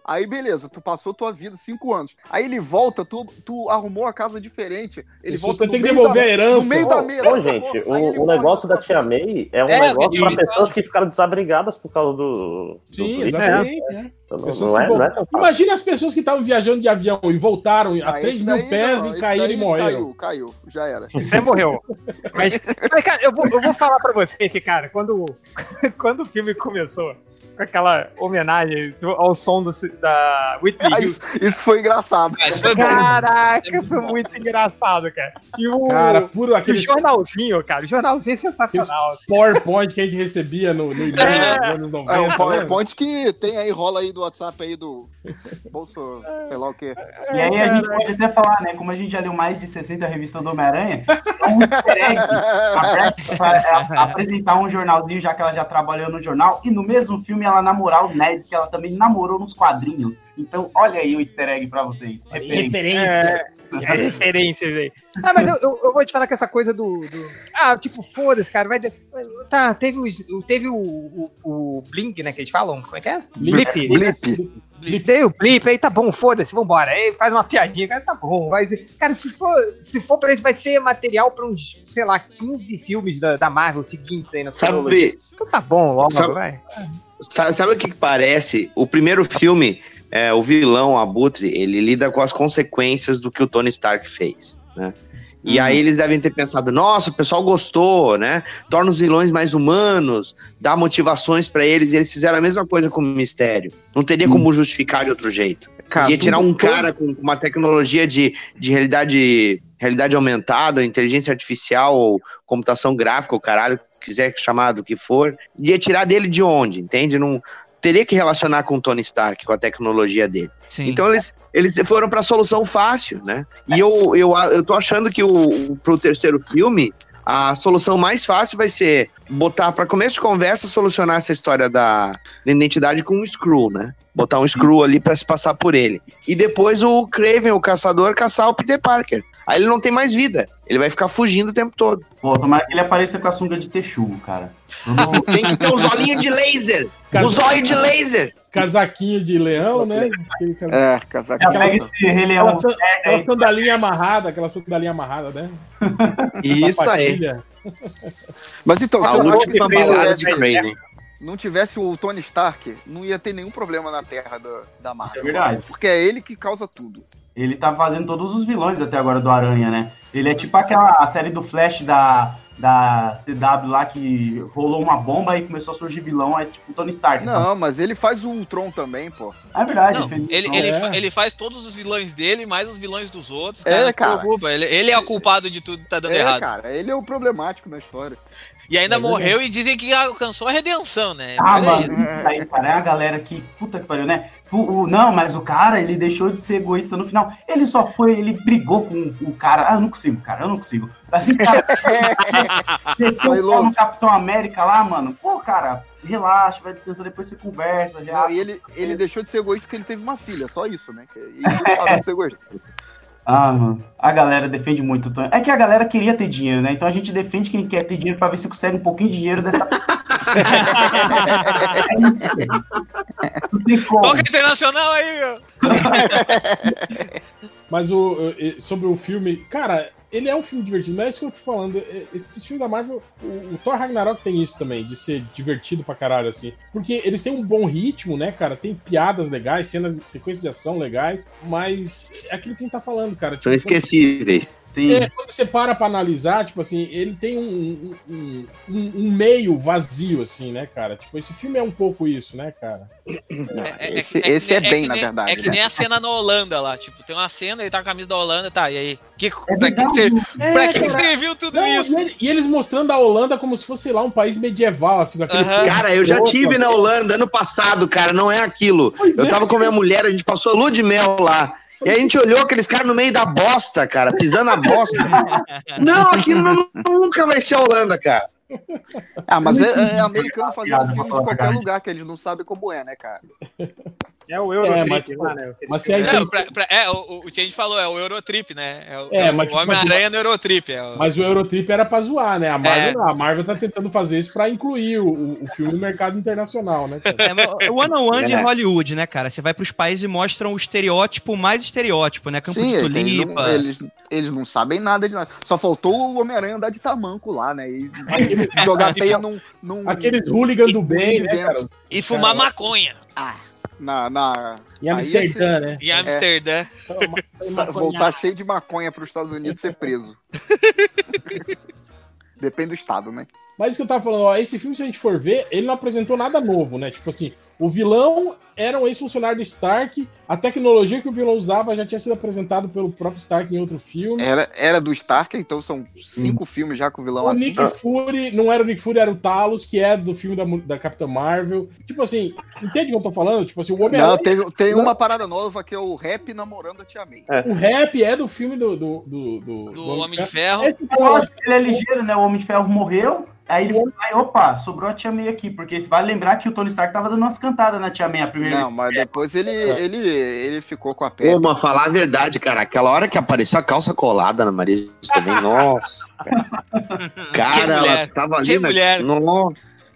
Speaker 6: Aí, beleza, tu passou tua vida, cinco anos. Aí ele volta, tu, tu arrumou a casa diferente. Ele
Speaker 2: Isso,
Speaker 6: volta
Speaker 2: você tem que
Speaker 6: meio
Speaker 2: devolver
Speaker 6: da-
Speaker 2: a herança.
Speaker 6: No meio da
Speaker 7: Ô,
Speaker 6: mesa.
Speaker 7: ô, gente,
Speaker 6: Aí
Speaker 7: o,
Speaker 6: ele
Speaker 7: o
Speaker 6: morre
Speaker 7: negócio
Speaker 6: na
Speaker 7: da Tia May é um
Speaker 9: É,
Speaker 7: negócio
Speaker 9: que
Speaker 7: pra
Speaker 9: ele
Speaker 7: pessoas
Speaker 9: fala.
Speaker 7: que ficaram desabrigadas por causa do. do
Speaker 2: Sim,
Speaker 7: Blitz.
Speaker 2: exatamente. né?
Speaker 7: Não,
Speaker 2: Pessoas
Speaker 7: não
Speaker 2: que
Speaker 7: é,
Speaker 2: vol-
Speaker 7: não é tão fácil.
Speaker 2: Imagina as pessoas que estavam viajando de avião e voltaram a
Speaker 6: Ah,
Speaker 2: três
Speaker 6: esse
Speaker 2: mil
Speaker 6: daí
Speaker 2: pés
Speaker 6: não,
Speaker 2: e
Speaker 6: esse
Speaker 2: caíram
Speaker 6: daí
Speaker 2: e morreram.
Speaker 6: Caiu, caiu, já era.
Speaker 4: Você morreu. Mas, mas, cara, eu vou, eu vou falar pra você que, cara, quando, quando o filme começou, com aquela homenagem ao som do, da Whitney
Speaker 6: Ah,
Speaker 4: Houston.
Speaker 6: isso, isso foi engraçado.
Speaker 9: Ah, isso foi bom.
Speaker 4: Caraca, foi muito engraçado, cara. E o,
Speaker 2: Cara, puro
Speaker 4: o
Speaker 2: aquele
Speaker 4: jornalzinho, cara, o jornalzinho é sensacional.
Speaker 2: PowerPoint que a gente recebia no, no e-mail
Speaker 4: É.
Speaker 2: dos anos noventa.
Speaker 6: É um
Speaker 2: né?
Speaker 6: PowerPoint que tem aí, rola aí do WhatsApp aí do bolso, sei lá o quê.
Speaker 3: E aí a gente pode até falar, né? Como a gente já leu mais de sessenta revistas do Homem-Aranha, é um easter egg. A Brett vai a- apresentar um jornalzinho, já que ela já trabalhou no jornal, e no mesmo filme ela namorar o Ned, que ela também namorou nos quadrinhos. Então, olha aí o easter egg pra vocês. Referência.
Speaker 2: Referência.
Speaker 4: É, referências aí. Ah, mas eu, eu, eu vou te falar que essa coisa do. do- ah, tipo, foda-se, cara. Vai de- tá, teve, os, teve o, o, o Blink, né? Que eles falam. Como é que é? Blip.
Speaker 6: Blip.
Speaker 4: Dei o blip, aí tá bom, foda-se, vambora. Aí faz uma piadinha, cara, tá bom. Vai ser, cara, se for, se for pra isso, vai ser material pra uns, sei lá, quinze filmes da, da Marvel seguintes aí na cronologia.
Speaker 8: Sabe,
Speaker 4: Então tá bom, logo,
Speaker 8: Sabe-
Speaker 4: vai.
Speaker 8: sabe, sabe o que que parece? O primeiro filme, é, o vilão, o Abutre, ele lida com as consequências do que o Tony Stark fez, né? E aí eles devem ter pensado, nossa, o pessoal gostou, né? Torna os vilões mais humanos, dá motivações pra eles, e eles fizeram a mesma coisa com o Mistério. Não teria como justificar de outro jeito.
Speaker 6: Cara,
Speaker 8: Ia tirar
Speaker 6: tudo-
Speaker 8: um cara com uma tecnologia de, de realidade, realidade aumentada, inteligência artificial, ou computação gráfica, o caralho, quiser chamar do que for, ia tirar dele de onde, entende? Não teria que relacionar com o Tony Stark, com a tecnologia dele.
Speaker 5: Sim.
Speaker 8: Então eles, eles foram pra solução fácil, né? E eu, eu, eu tô achando que o, pro terceiro filme, a solução mais fácil vai ser botar pra começo de conversa, solucionar essa história da, da identidade com o Skrull, né? Botar um Skrull ali pra se passar por ele. E depois o Kraven, o caçador, caçar o Peter Parker. Aí ele não tem mais vida. Ele vai ficar fugindo o tempo todo.
Speaker 3: Pô, tomara que ele apareça com a sunga de texugo, cara. Todo-
Speaker 8: Tem que ter os olhinhos de laser! Os olhos de laser!
Speaker 2: Casaquinho de leão, né? Aquele casa-
Speaker 6: É, casaco.
Speaker 3: Já pega esse Rei Leão.
Speaker 2: Aquela, san-
Speaker 3: É,
Speaker 2: aquela
Speaker 3: é,
Speaker 2: sandalinha amarrada, aquela sandalinha amarrada, né?
Speaker 8: Isso aí.
Speaker 2: Sapatilha.
Speaker 6: Mas então,
Speaker 8: A
Speaker 6: se o
Speaker 8: última
Speaker 6: Tony Stark
Speaker 8: balada de
Speaker 6: não
Speaker 8: Kraven.
Speaker 6: não tivesse o Tony Stark, não ia ter nenhum problema na Terra da, da Marvel.
Speaker 3: É verdade.
Speaker 6: Porque é ele que causa tudo.
Speaker 3: Ele tá fazendo todos os vilões até agora do Aranha, né? Ele é tipo aquela a série do Flash da, da C W lá que rolou uma bomba e começou a surgir vilão, é tipo o Tony Stark. sabe?
Speaker 6: Não, mas ele faz o Ultron também, pô.
Speaker 3: É verdade.
Speaker 9: Não,
Speaker 3: fez
Speaker 9: ele,
Speaker 3: isso.
Speaker 9: ele,
Speaker 2: É.
Speaker 9: fa- ele faz todos os vilões dele, mais os vilões dos outros.
Speaker 6: É,
Speaker 9: não se
Speaker 6: cara.
Speaker 9: preocupa, Ele, ele é o culpado de tudo que tá dando
Speaker 6: É,
Speaker 9: errado.
Speaker 6: cara, ele é o problemático na história.
Speaker 9: E ainda
Speaker 2: Mas é
Speaker 9: morreu e dizem que alcançou a redenção, né?
Speaker 3: Ah,
Speaker 9: Olha
Speaker 3: mano,
Speaker 9: isso.
Speaker 3: isso aí, cara, é a galera que, puta que pariu, né? O, o- não, mas o cara, ele deixou de ser egoísta no final. Ele só foi, ele brigou com o cara. Ah, eu não consigo, cara, eu não consigo. Assim, cara, meteu
Speaker 6: Foi
Speaker 3: o pau no
Speaker 6: louco.
Speaker 3: Capitão América lá, mano. Pô, cara, relaxa, vai descansar, depois você conversa.
Speaker 6: Não,
Speaker 3: Já.
Speaker 6: e ele, ele deixou de ser egoísta porque ele teve uma filha, só isso, né? E ele parou de ser egoísta.
Speaker 3: Ah, mano, a galera defende muito o Tony. É que a galera queria ter dinheiro, né? Então a gente defende quem quer ter dinheiro pra ver se consegue um pouquinho de dinheiro dessa. É isso. Não tem como.
Speaker 9: Toca internacional aí, meu.
Speaker 2: Mas o, eh, sobre o filme, cara, ele é um filme divertido, mas é isso que eu tô falando. eh, Esses filmes da Marvel, o, o Thor Ragnarok tem isso também, de ser divertido pra caralho, assim. Porque eles têm um bom ritmo, né, cara? Tem piadas legais, cenas, sequências de ação legais, mas é aquilo que a gente tá falando, cara.
Speaker 8: São
Speaker 2: Tipo,
Speaker 8: esquecíveis.
Speaker 3: Sim.
Speaker 2: É, quando você para pra analisar, tipo assim, ele tem um, um, um- um meio vazio, assim, né, cara? Tipo, esse filme é um pouco isso, né, cara?
Speaker 9: É,
Speaker 6: Esse-
Speaker 9: que-
Speaker 6: esse é
Speaker 9: que
Speaker 6: bem,
Speaker 9: nem-
Speaker 6: na verdade,
Speaker 9: É que
Speaker 6: né?
Speaker 9: nem a cena na Holanda lá. Tipo, tem uma cena, ele tá com a camisa da Holanda, tá, e aí? Que,
Speaker 3: É
Speaker 9: pra que,
Speaker 3: verdade.
Speaker 9: ser,
Speaker 2: É,
Speaker 9: pra que
Speaker 2: cara.
Speaker 9: serviu tudo
Speaker 2: Não,
Speaker 9: isso?
Speaker 2: e, ele- e eles mostrando a Holanda como se fosse, sei lá, um país medieval, assim, com aquele
Speaker 9: Aham.
Speaker 2: povo
Speaker 8: Cara, eu já
Speaker 2: louco,
Speaker 8: tive na Holanda ano passado, cara, não é aquilo.
Speaker 2: Pois
Speaker 8: Eu
Speaker 2: é,
Speaker 8: tava com a minha mulher, a gente passou a lua de mel lá. E aí a gente olhou aqueles caras no meio da bosta, cara, pisando na bosta. Não, aquilo não- nunca vai ser a Holanda, cara.
Speaker 6: Ah, mas é, é americano fazer um filme de qualquer lugar, que eles não sabem como é, né, cara?
Speaker 4: É o Eurotrip
Speaker 2: é,
Speaker 4: lá, né?
Speaker 2: Mas se a
Speaker 9: Não, pra, pra, é, o, o Change falou, é o Eurotrip, né? É o,
Speaker 2: É,
Speaker 9: é
Speaker 2: mas,
Speaker 9: o
Speaker 2: tipo,
Speaker 9: Homem-Aranha
Speaker 2: mas-
Speaker 9: no Eurotrip. É o...
Speaker 2: Mas o Eurotrip era pra zoar, né? A Marvel,
Speaker 9: É.
Speaker 2: não. A Marvel tá tentando fazer isso pra incluir o, o- o filme no mercado internacional, né, cara?
Speaker 5: É, mas o one on one de
Speaker 8: É.
Speaker 5: Hollywood, né, cara? Você vai pros países e mostram o estereótipo mais estereótipo, né? Campo
Speaker 6: Sim,
Speaker 5: de
Speaker 6: eles
Speaker 5: tulipa.
Speaker 6: não, eles, eles não sabem nada de nada. Só faltou o Homem-Aranha andar de tamanco lá, né? E jogar teia num, num.
Speaker 2: Aqueles hooligan do bem,
Speaker 6: de
Speaker 2: né,
Speaker 6: vento.
Speaker 2: cara?
Speaker 9: E fumar maconha
Speaker 6: Ah, na. na
Speaker 2: Em
Speaker 6: aí
Speaker 2: Amsterdã, né?
Speaker 9: em Amsterdã.
Speaker 6: esse- voltar cheio de maconha para os Estados Unidos e ser preso. Depende do estado, né?
Speaker 2: Mas isso que eu tava falando, ó, esse filme, se a gente for ver, ele não apresentou nada novo, né? Tipo assim, o vilão era um ex-funcionário do Stark, a tecnologia que o vilão usava já tinha sido apresentado pelo próprio Stark em outro filme.
Speaker 6: Era, era do Stark, então são cinco filmes já com o vilão
Speaker 2: O
Speaker 6: assim.
Speaker 2: Nick Fury, não era o Nick Fury, era o Talos, que é do filme da, da Capitã Marvel. Tipo assim, entende o que eu tô falando? Tipo assim, o
Speaker 6: Não,
Speaker 2: Homem-Aranha.
Speaker 6: tem, tem
Speaker 2: Não.
Speaker 6: uma parada nova que é o rap namorando a Tia May.
Speaker 2: O rap é do filme do. Do, do, do,
Speaker 9: Do Homem de Ferro.
Speaker 2: Esse
Speaker 3: Eu acho que ele é ligeiro, né? O Homem de Ferro morreu, aí ele
Speaker 2: É.
Speaker 3: falou, "Ai, opa, sobrou a Tia May aqui", porque vale lembrar que o Tony Stark tava dando umas cantadas na Tia May a primeira
Speaker 6: Não,
Speaker 3: vez.
Speaker 6: mas depois ele, ele, ele ficou com a
Speaker 8: Pô,
Speaker 6: pele.
Speaker 8: mas falar a verdade, cara, aquela hora que apareceu a calça colada na Marisa também, nossa. Cara, cara
Speaker 9: Que mulher.
Speaker 8: ela tava ali
Speaker 9: Que
Speaker 8: na...
Speaker 9: mulher.
Speaker 8: Nossa.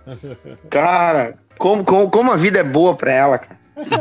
Speaker 8: Cara, como, como, como a vida é boa pra ela, cara.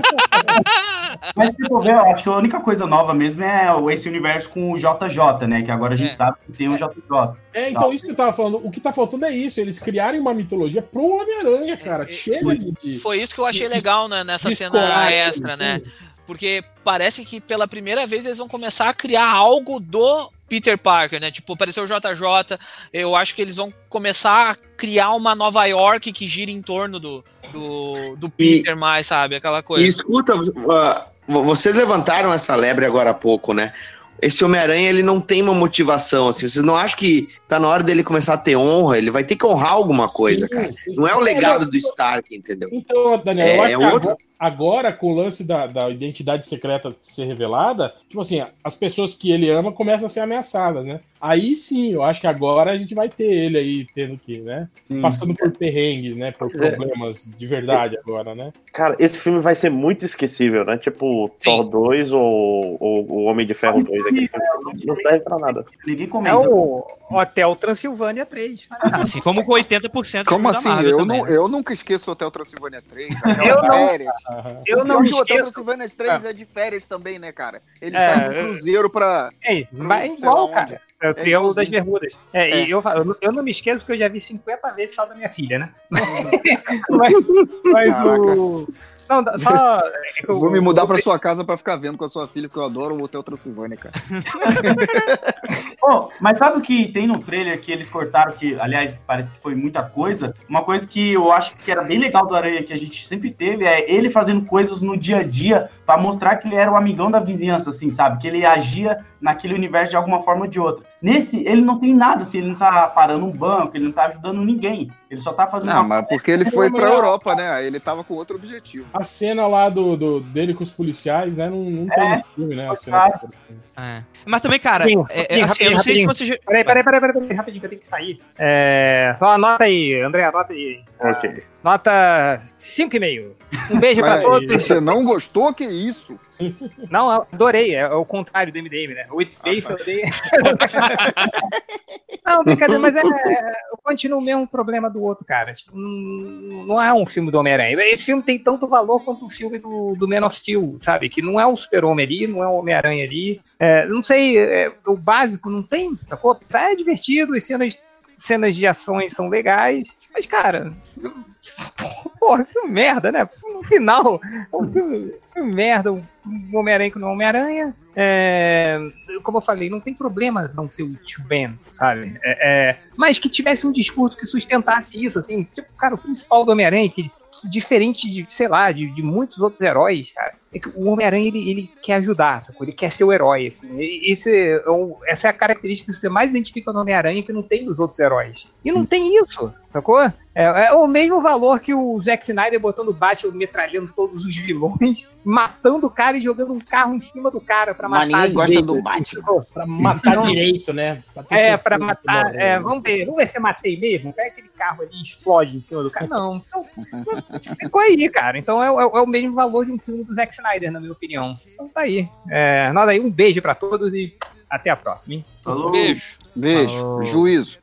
Speaker 3: Mas se for ver, eu acho que a única coisa nova mesmo é esse universo com o J J, né? Que agora a gente
Speaker 9: É.
Speaker 3: sabe que tem um J J.
Speaker 2: É, então isso que eu tava falando. O que tá faltando é isso. Eles criarem uma mitologia pro Homem-Aranha, cara.
Speaker 9: É, é,
Speaker 2: Chega
Speaker 9: foi-
Speaker 2: de. de-
Speaker 9: Foi isso que eu achei
Speaker 2: de-
Speaker 9: legal né, nessa
Speaker 2: de
Speaker 9: cena
Speaker 2: escorar
Speaker 9: extra,
Speaker 2: tudo,
Speaker 9: né?
Speaker 2: tudo.
Speaker 9: Porque parece que pela primeira vez eles vão começar a criar algo do Peter Parker, né? Tipo, apareceu o J J. Eu acho que eles vão começar a criar uma Nova York que gira em torno do, do, do Peter mais, sabe? Aquela coisa.
Speaker 8: E escuta, uh, vocês levantaram essa lebre agora há pouco, né? Esse Homem-Aranha, ele não tem uma motivação, assim. Vocês não acham que tá na hora dele começar a ter honra? Ele vai ter que honrar alguma coisa,
Speaker 2: Sim,
Speaker 8: cara.
Speaker 2: sim.
Speaker 8: Não é o legado do Stark, entendeu?
Speaker 2: Então, Daniel,
Speaker 8: É,
Speaker 2: eu acho
Speaker 8: é
Speaker 2: que
Speaker 8: outro-
Speaker 2: agora, agora, com o lance da, da identidade secreta ser revelada, tipo assim, as pessoas que ele ama começam a ser ameaçadas, né? Aí sim, eu acho que agora a gente vai ter ele aí tendo que, né?
Speaker 3: Sim.
Speaker 2: Passando por perrengues, né? Por problemas de verdade agora, né?
Speaker 7: Cara, esse filme vai ser muito esquecível, né? Tipo, Thor dois ou, ou o Homem de Ferro dois. Aquele filme não serve pra nada.
Speaker 3: Ninguém
Speaker 4: É
Speaker 3: comenta.
Speaker 4: o Hotel Transilvânia três.
Speaker 5: Assim como com oitenta por cento
Speaker 6: Como
Speaker 5: da
Speaker 6: assim?
Speaker 5: Marvel
Speaker 6: Eu,
Speaker 5: também,
Speaker 6: não,
Speaker 5: né?
Speaker 6: eu nunca esqueço o Hotel Transilvânia três.
Speaker 4: Eu
Speaker 6: aquelas
Speaker 4: não-
Speaker 6: férias.
Speaker 4: Eu
Speaker 6: O
Speaker 4: não
Speaker 6: pior
Speaker 4: me
Speaker 6: que o Hotel
Speaker 4: esqueço.
Speaker 6: Transilvânia três é de férias também, né, cara? Ele
Speaker 4: É,
Speaker 6: sai do
Speaker 4: eu-
Speaker 6: cruzeiro pra...
Speaker 4: É, mas é
Speaker 6: sei
Speaker 4: igual,
Speaker 6: lá onde.
Speaker 4: cara. É o Triângulo das
Speaker 6: igualzinho.
Speaker 4: Bermudas. É,
Speaker 6: É.
Speaker 4: e eu, falo, eu, não- eu não me esqueço porque eu já vi cinquenta vezes falar da minha filha, né? mas mas o. Não, dá- só. é que eu-
Speaker 6: Vou me mudar
Speaker 4: eu
Speaker 6: pra
Speaker 4: preciso-
Speaker 6: sua casa pra ficar vendo com a sua filha, que eu adoro o Hotel Transilvânia, cara.
Speaker 3: Pô, mas sabe o que tem no trailer que eles cortaram, que, aliás, parece que foi muita coisa? Uma coisa que eu acho que era bem legal do Aranha, que a gente sempre teve, é ele fazendo coisas no dia a dia pra mostrar que ele era o amigão da vizinhança, assim, sabe? Que ele agia naquele universo de alguma forma ou de outra. Nesse, ele não tem nada, assim, ele não tá parando um banco, ele não tá ajudando ninguém. Ele só tá fazendo
Speaker 6: Não,
Speaker 3: uma
Speaker 6: mas porque ele foi pra Europa, né? Aí ele tava com outro objetivo.
Speaker 2: A cena lá do, do- dele com os policiais, né? Não, não tem
Speaker 3: É,
Speaker 2: no filme, né? A cena
Speaker 3: claro.
Speaker 5: É. Mas também, cara,
Speaker 4: Rapidinho,
Speaker 5: é, é, assim, eu não sei se você já...
Speaker 4: Peraí, peraí, peraí, peraí, peraí, rapidinho que eu tenho que sair. É, só anota aí, André, anota aí.
Speaker 7: Ok.
Speaker 4: Nota cinco e meio. Um beijo pra
Speaker 6: Mas
Speaker 4: todos.
Speaker 6: você não gostou? Que isso?
Speaker 4: Não, eu adorei. É, é o contrário do M D M, né? O It Face eu odeio. Não, brincadeira, mas é, é, eu continuo o mesmo problema do outro, cara. Tipo, não, não é um filme do Homem-Aranha. Esse filme tem tanto valor quanto o filme do, do Man of Steel, sabe? Que não é o Super-Homem ali, não é o Homem-Aranha ali. É, não sei, é, o básico não tem, sacou? É divertido, as cenas, cenas de ações são legais, mas, cara, porra, que merda, né? No final, um filme, filme merda, um Homem-Aranha que não é Homem-Aranha. É, como eu falei, não tem problema não ter o Tio Ben, sabe? É, é, mas que tivesse um discurso que sustentasse isso, assim, tipo, cara, o principal do Homem-Aranha, que, que diferente de, sei lá, de, de muitos outros heróis, cara, é que o Homem-Aranha, ele, ele quer ajudar, sacou? Ele quer ser o herói, assim. E esse é o, essa é a característica que você mais identifica no Homem-Aranha que não tem nos outros heróis. E não tem isso, sacou? É, é o mesmo valor que o Zack Snyder botando o Batman metralhando todos os vilões, matando o cara e jogando um carro em cima do cara pra
Speaker 6: Mas
Speaker 4: matar.
Speaker 6: ninguém gosta
Speaker 4: direito,
Speaker 6: do Batman.
Speaker 4: sacou?
Speaker 2: Pra matar
Speaker 4: Não.
Speaker 2: direito, né? Pra ter
Speaker 4: É,
Speaker 2: certeza
Speaker 4: pra
Speaker 2: que
Speaker 4: matar.
Speaker 2: morreu.
Speaker 4: É, vamos ver. Vamos ver se eu matei mesmo. Pega aquele carro ali e explode em cima do cara. Não, então ficou aí, cara. Então é, é, é o mesmo valor de um filme do Zack Snyder, na minha opinião. Então tá aí. É, nada aí, um beijo pra todos e até a próxima, hein?
Speaker 9: Falou. Beijo.
Speaker 6: Beijo.
Speaker 4: Falou.
Speaker 6: Juízo.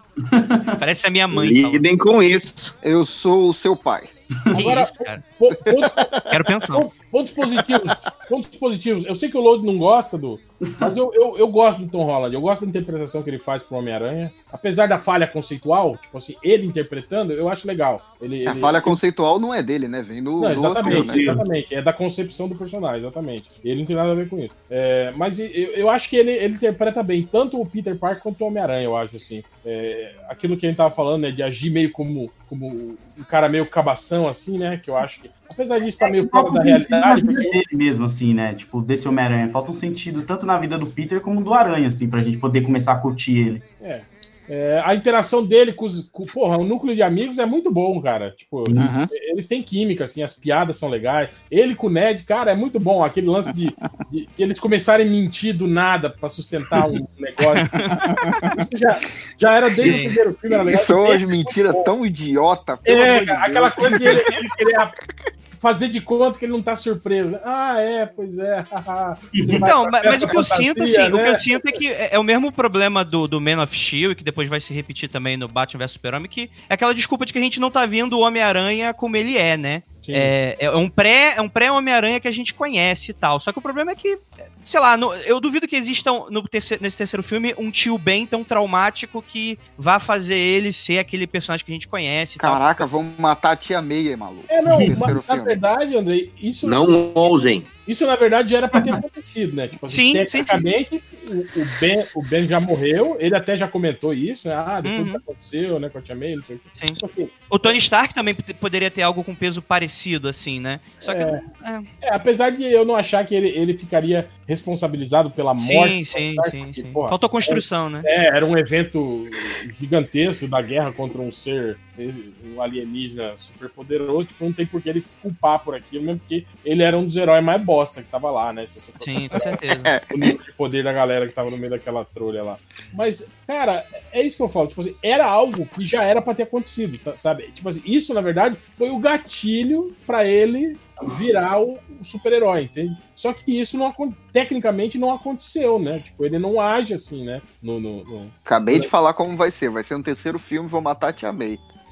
Speaker 5: Parece a minha mãe.
Speaker 8: Lidem com isso.
Speaker 6: Eu sou o seu pai.
Speaker 5: Que
Speaker 2: Agora,
Speaker 5: isso, cara?
Speaker 2: po- pontos,
Speaker 5: Quero pensar.
Speaker 2: pontos positivos. Pontos positivos. Eu sei que o Load não gosta do. Mas eu, eu, eu gosto do Tom Holland. Eu gosto da interpretação que ele faz pro Homem-Aranha. Apesar da falha conceitual, tipo assim, ele interpretando, eu acho legal. Ele,
Speaker 6: A
Speaker 2: ele-
Speaker 6: falha conceitual não é dele, né? Vem do,
Speaker 2: Não,
Speaker 6: do
Speaker 2: exatamente,
Speaker 6: autor, né?
Speaker 2: exatamente. É da concepção do personagem, exatamente. Ele não tem nada a ver com isso. É, mas eu, eu acho que ele, ele interpreta bem tanto o Peter Parker quanto o Homem-Aranha, eu acho, assim. É, aquilo que a gente tava falando, né, de agir meio como, como um cara meio cabação, assim, né, que eu acho que, apesar disso, tá meio fora da realidade, porque...
Speaker 3: dele mesmo, assim, né? Tipo, desse Homem-Aranha. Falta um sentido tanto na vida do Peter como do Aranha, assim, pra gente poder começar a curtir ele.
Speaker 2: É. É, a interação dele com os. Com, porra, o núcleo de amigos é muito bom, cara. Tipo,
Speaker 6: Uhum.
Speaker 2: eles têm química, assim, as piadas são legais. Ele com o Ned, cara, é muito bom. Aquele lance de, de, de eles começarem a mentir do nada pra sustentar um negócio. Isso já, já era desde
Speaker 5: Sim.
Speaker 2: o primeiro filme. Era legal.
Speaker 6: E são umas mentiras tão idiota. pelo
Speaker 2: É,
Speaker 6: amor de
Speaker 2: cara,
Speaker 6: Deus.
Speaker 2: aquela coisa de ele, ele querer fazer de conta que ele não tá surpreso. Ah, é, pois é. Você vai
Speaker 5: Então,
Speaker 2: pra
Speaker 5: mas,
Speaker 2: festa
Speaker 5: mas o que eu
Speaker 2: fantasia,
Speaker 5: sinto, assim, o que
Speaker 2: né?
Speaker 5: eu sinto é que é, é o mesmo problema do, do Man of Steel, que depois vai se repetir também no Batman versus Super-Homem, que é aquela desculpa de que a gente não tá vendo o Homem-Aranha como ele é, né?
Speaker 2: Sim.
Speaker 5: É, é um pré, é um pré-Homem-Aranha que a gente conhece e tal. Só que o problema é que, sei lá, no- eu duvido que exista um- no terceiro- nesse terceiro filme um tio Ben tão traumático que vá fazer ele ser aquele personagem que a gente conhece e tal.
Speaker 6: Caraca, vamos matar a tia Meia, maluco.
Speaker 2: É, não,
Speaker 6: No
Speaker 2: mas,
Speaker 6: terceiro
Speaker 2: na
Speaker 6: filme.
Speaker 2: verdade, Andrei, isso,
Speaker 8: Não ousem.
Speaker 2: isso na verdade já era pra ter acontecido, né? Tipo,
Speaker 5: Sim,
Speaker 2: tecnicamente, o, o ben, o Ben já morreu, ele até já comentou isso, né? Ah, depois
Speaker 5: Uhum.
Speaker 2: do que aconteceu, né, com a Tia May, não sei o que.
Speaker 5: Sim.
Speaker 2: Tipo assim,
Speaker 5: O Tony Stark também p- poderia ter algo com peso parecido, assim, né? Só que.
Speaker 2: É.
Speaker 5: é.
Speaker 2: é, apesar de eu não achar que ele, ele ficaria responsabilizado pela morte.
Speaker 5: Sim, sim,
Speaker 2: do Stark,
Speaker 5: sim,
Speaker 2: porque,
Speaker 5: sim.
Speaker 2: porra,
Speaker 5: Faltou construção, né?
Speaker 2: É, era um evento gigantesco da guerra contra um ser, um alienígena super poderoso, tipo, não tem por que ele se culpar por aquilo, mesmo porque ele era um dos heróis mais bosta que tava lá, né? Se você for
Speaker 5: Sim, com certeza.
Speaker 2: o nível de poder da galera que tava no meio daquela trolha lá. Mas, cara, é isso que eu falo. Tipo assim, era algo que já era pra ter acontecido, tá- sabe? Tipo assim, isso, na verdade, foi o gatilho pra ele virar o, o super-herói, entende? Só que isso não, acon- tecnicamente não aconteceu, né? Tipo, ele não age assim, né? No, no, no-
Speaker 6: Acabei de falar como vai ser. Vai ser no terceiro filme, vou matar a tia May.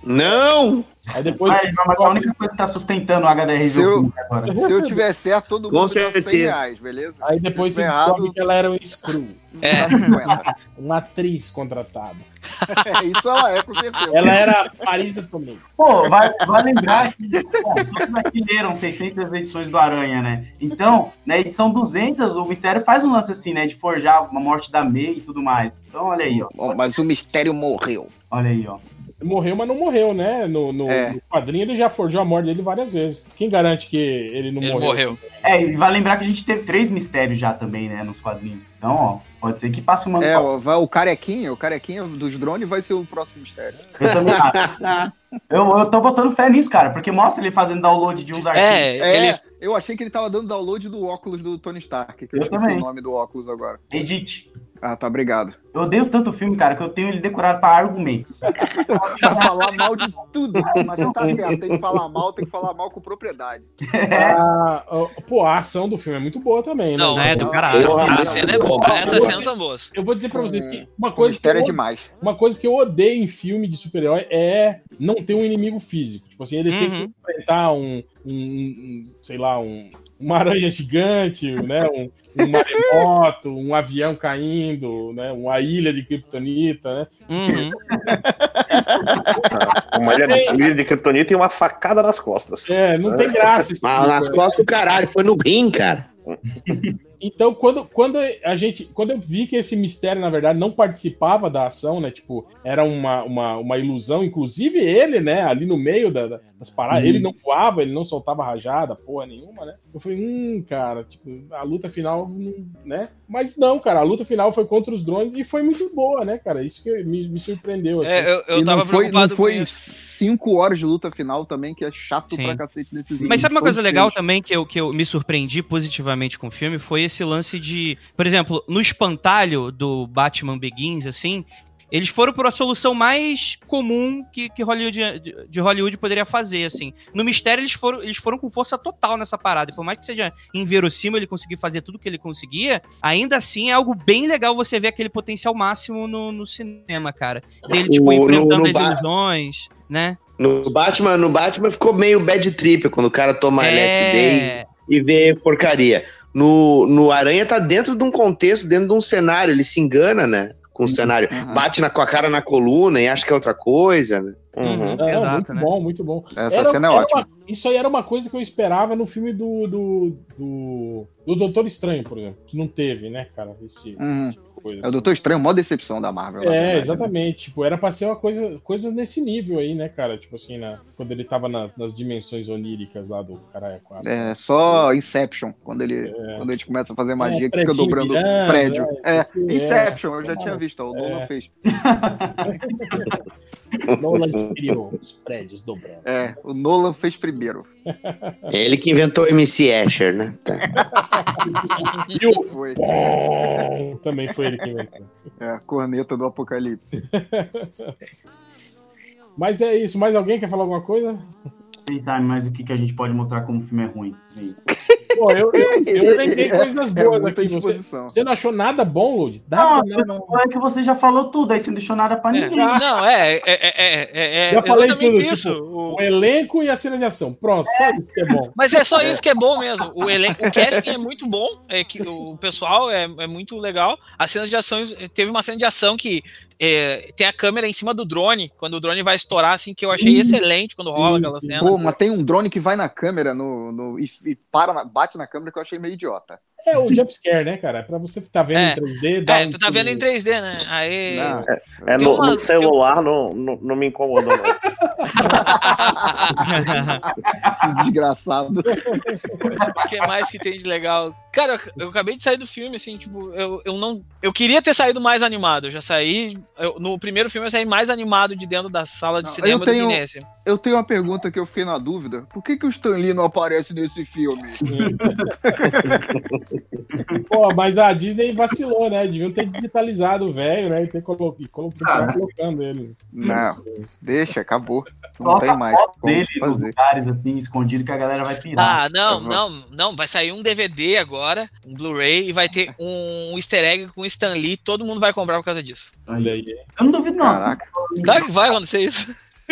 Speaker 8: Não!
Speaker 2: Aí depois.
Speaker 3: Mas, mas a única coisa que tá sustentando o H D R
Speaker 6: Se eu-
Speaker 3: filme agora.
Speaker 6: Se eu tiver certo, todo
Speaker 8: Com
Speaker 6: mundo dá cem
Speaker 8: certeza.
Speaker 6: reais, beleza?
Speaker 2: Aí depois
Speaker 6: Se
Speaker 2: você
Speaker 6: eu tiver
Speaker 2: descobre
Speaker 6: errado,
Speaker 2: que ela era um screw,
Speaker 9: É.
Speaker 6: dá cinquenta.
Speaker 2: uma atriz contratada.
Speaker 6: É, isso ela é, com certeza.
Speaker 2: Ela era a Marisa Tomei.
Speaker 3: Pô, vai, vai lembrar que bom, todos aqui leram seiscentas edições do Aranha, né? Então, na edição duzentas, o Mistério faz um lance assim, né? De forjar uma morte da May e tudo mais. Então, olha aí, ó.
Speaker 6: Bom, mas o mistério morreu.
Speaker 3: Olha aí, ó.
Speaker 2: Morreu, mas não morreu, né? No, no,
Speaker 6: É.
Speaker 2: no quadrinho ele já forjou a morte dele várias vezes. Quem garante que ele não
Speaker 9: Ele
Speaker 2: morreu?
Speaker 9: morreu.
Speaker 3: É, e vai lembrar que a gente teve três mistérios já também, né? Nos quadrinhos. Então, ó, pode ser que passe uma.
Speaker 6: É, ó, vai, o carequinha, o carequinha dos drones vai ser o próximo mistério.
Speaker 3: Eu também acho. Eu, eu tô botando fé nisso, cara, porque mostra ele fazendo download de uns arquivos.
Speaker 9: É,
Speaker 6: É,
Speaker 9: ele.
Speaker 6: eu achei que ele tava dando download do óculos do Tony Stark, que eu,
Speaker 3: Eu
Speaker 6: esqueci
Speaker 3: também.
Speaker 6: o nome do óculos agora.
Speaker 3: Edit.
Speaker 6: Ah, tá, obrigado.
Speaker 3: Eu odeio tanto o filme, cara, que eu tenho ele decorado pra argumentos.
Speaker 6: Pra falar mal de tudo, mas você tá certo, tem que falar mal, tem que falar mal com propriedade.
Speaker 2: Ah, ó, pô, a ação do filme é muito boa também, né?
Speaker 9: Não,
Speaker 5: É, do caralho.
Speaker 8: Porra,
Speaker 9: A cena é boa. Essas cenas são boas.
Speaker 2: Eu vou dizer pra vocês que uma
Speaker 6: O
Speaker 2: coisa que,
Speaker 6: mistério é
Speaker 2: eu,
Speaker 6: demais.
Speaker 2: uma coisa que eu odeio em filme de super-herói é não ter um inimigo físico. Tipo assim, ele tem que
Speaker 5: Uhum.
Speaker 2: enfrentar um, um- um- sei lá, um, uma aranha gigante, né? Um, um maremoto, um avião caindo, né? Uma ilha de Kryptonita, né?
Speaker 5: Uhum.
Speaker 7: Uma ilha de, uma ilha de Kryptonita e uma facada nas costas.
Speaker 2: É, não tem graça. isso.
Speaker 8: Mas nas costas do caralho, foi no rim, cara.
Speaker 2: Então, quando, quando a gente. Quando eu vi que esse mistério, na verdade, não participava da ação, né? Tipo, era uma, uma, uma ilusão, inclusive ele, né? Ali no meio da, da- das paradas,
Speaker 3: Uhum.
Speaker 2: ele não voava, ele não soltava rajada, porra nenhuma, né? Eu falei, hum, cara, tipo, a luta final, não- né? Mas não, cara, a luta final foi contra os drones e foi muito boa, né, cara? Isso que me, me surpreendeu, assim.
Speaker 9: É, eu, eu
Speaker 6: e
Speaker 9: tava
Speaker 6: não foi, não
Speaker 9: preocupado
Speaker 6: foi
Speaker 9: com isso.
Speaker 6: cinco horas de luta final também, que é chato
Speaker 5: Sim.
Speaker 6: pra cacete nesses
Speaker 5: Mas sabe uma coisa
Speaker 6: todos
Speaker 5: legal
Speaker 6: eles.
Speaker 5: também que eu, que eu me surpreendi positivamente com o filme? Foi esse lance de. Por exemplo, no espantalho do Batman Begins, assim. eles foram por uma solução mais comum que, que Hollywood, de, de Hollywood poderia fazer, assim. No Mistério, eles foram, eles foram com força total nessa parada. E por mais que seja inverossímil ele conseguir fazer tudo que ele conseguia, ainda assim é algo bem legal você ver aquele potencial máximo no, no cinema, cara. Dele, tipo,
Speaker 8: O-
Speaker 5: enfrentando
Speaker 8: no- no
Speaker 5: as
Speaker 8: ba-
Speaker 5: ilusões, né?
Speaker 8: No Batman, no Batman ficou meio bad trip quando o cara toma L S D
Speaker 5: É...
Speaker 8: e, e vê porcaria. No, no Aranha tá dentro de um contexto, dentro de um cenário, ele se engana, né? Com o cenário.
Speaker 6: Uhum.
Speaker 8: Bate na, com a cara na coluna e acha que é outra coisa, né?
Speaker 5: Uhum,
Speaker 2: É,
Speaker 5: exato,
Speaker 2: muito
Speaker 5: né?
Speaker 2: bom, muito bom.
Speaker 6: Essa
Speaker 2: Era-
Speaker 6: cena é
Speaker 2: era
Speaker 6: ótima.
Speaker 2: uma- isso aí era uma coisa que eu esperava no filme do, do, do, do Doutor Estranho, por exemplo, que não teve, né, cara? Esse,
Speaker 6: Uhum.
Speaker 2: esse tipo de coisa,
Speaker 6: É o Doutor Estranho, mó decepção da Marvel. na
Speaker 2: É,
Speaker 6: verdade, né?
Speaker 2: exatamente. Tipo, era pra ser uma coisa, coisa nesse nível aí, né, cara? Tipo assim, na, quando ele tava nas, nas dimensões oníricas lá do Caralho quatro.
Speaker 6: É só Inception, quando ele,
Speaker 2: É.
Speaker 6: quando a gente começa a fazer magia,
Speaker 2: É,
Speaker 6: que fica
Speaker 2: predinho
Speaker 6: dobrando o
Speaker 2: virando,
Speaker 6: prédio.
Speaker 2: é,
Speaker 6: É,
Speaker 2: é,
Speaker 6: Inception, eu
Speaker 2: é,
Speaker 6: já
Speaker 2: é,
Speaker 6: tinha visto, o Nolan
Speaker 2: é.
Speaker 6: fez.
Speaker 2: Nolan criou os prédios dobrando.
Speaker 6: É, o Nolan fez primeiro.
Speaker 8: É ele que inventou o M C Escher, né? Tá.
Speaker 2: E o
Speaker 6: Foi.
Speaker 2: Bom, também foi ele que inventou.
Speaker 6: É, a corneta do Apocalipse.
Speaker 2: Mas é isso. Mais alguém quer falar alguma coisa?
Speaker 3: Pensar mais o que, que a gente pode mostrar como o filme é ruim. Sim.
Speaker 2: Pô, eu, eu, eu elenquei coisas
Speaker 6: É
Speaker 2: boas
Speaker 6: muita
Speaker 2: aqui. Você,
Speaker 6: disposição.
Speaker 2: você não achou nada bom, Lud?
Speaker 3: Não,
Speaker 2: Nada, nada.
Speaker 3: é que você já falou tudo, aí você não deixou nada pra
Speaker 9: É,
Speaker 3: ninguém.
Speaker 9: não, é, é, é, é, é
Speaker 2: Já falei
Speaker 9: exatamente
Speaker 2: tudo,
Speaker 9: isso.
Speaker 2: tipo,
Speaker 9: O-
Speaker 2: o elenco e a cena de ação. Pronto, só isso que é bom.
Speaker 9: Mas é só isso que é bom mesmo. O, elen- o casting é muito bom, é que o pessoal é, é muito legal. As cenas de ação, teve uma cena de ação que é, tem a câmera em cima do drone, quando o drone vai estourar, assim, que eu achei excelente quando rola
Speaker 2: Sim,
Speaker 9: aquela
Speaker 2: sim.
Speaker 9: cena.
Speaker 6: Pô, mas tem um drone que vai na câmera no, no- e, e para, na- bate na câmera que eu achei meio idiota.
Speaker 2: É o jumpscare, né, cara? É pra você que tá vendo
Speaker 9: É,
Speaker 2: em três D, dá
Speaker 9: É,
Speaker 2: um
Speaker 9: tu tá vendo
Speaker 2: pulo.
Speaker 9: em três D, né? Aí.
Speaker 6: Não.
Speaker 7: É,
Speaker 9: Tem
Speaker 7: no,
Speaker 9: uma-
Speaker 7: no celular não, não, não me incomodou, não.
Speaker 6: Que desgraçado.
Speaker 9: O que mais que tem de legal? Cara, eu, eu acabei de sair do filme, assim, tipo, eu, eu não. Eu queria ter saído mais animado. Eu já saí. eu- no primeiro filme eu saí mais animado de dentro da sala de
Speaker 6: Não,
Speaker 9: cinema
Speaker 6: eu tenho-
Speaker 9: do que nesse.
Speaker 6: Eu tenho uma pergunta que eu fiquei na dúvida. Por que, que o Stan Lee não aparece nesse filme?
Speaker 2: Pô, mas a Disney vacilou, né? Deviam ter digitalizado o velho, né? E ter colo... e colo... continuar colocando ele.
Speaker 6: Não, deixa, acabou. Não
Speaker 3: Coloca
Speaker 6: tem mais
Speaker 3: a foto
Speaker 6: como
Speaker 3: dele nos
Speaker 6: fazer.
Speaker 3: lugares assim, escondido, que a galera vai pirar.
Speaker 9: Ah, não,
Speaker 6: Eu vou-
Speaker 9: não, não. Vai sair um D V D agora, um Blu-ray, e vai ter um easter egg com Stan Lee. Todo mundo vai comprar por causa disso.
Speaker 2: Olha aí.
Speaker 3: Eu não duvido, não.
Speaker 6: Caraca.
Speaker 9: Claro que vai acontecer isso.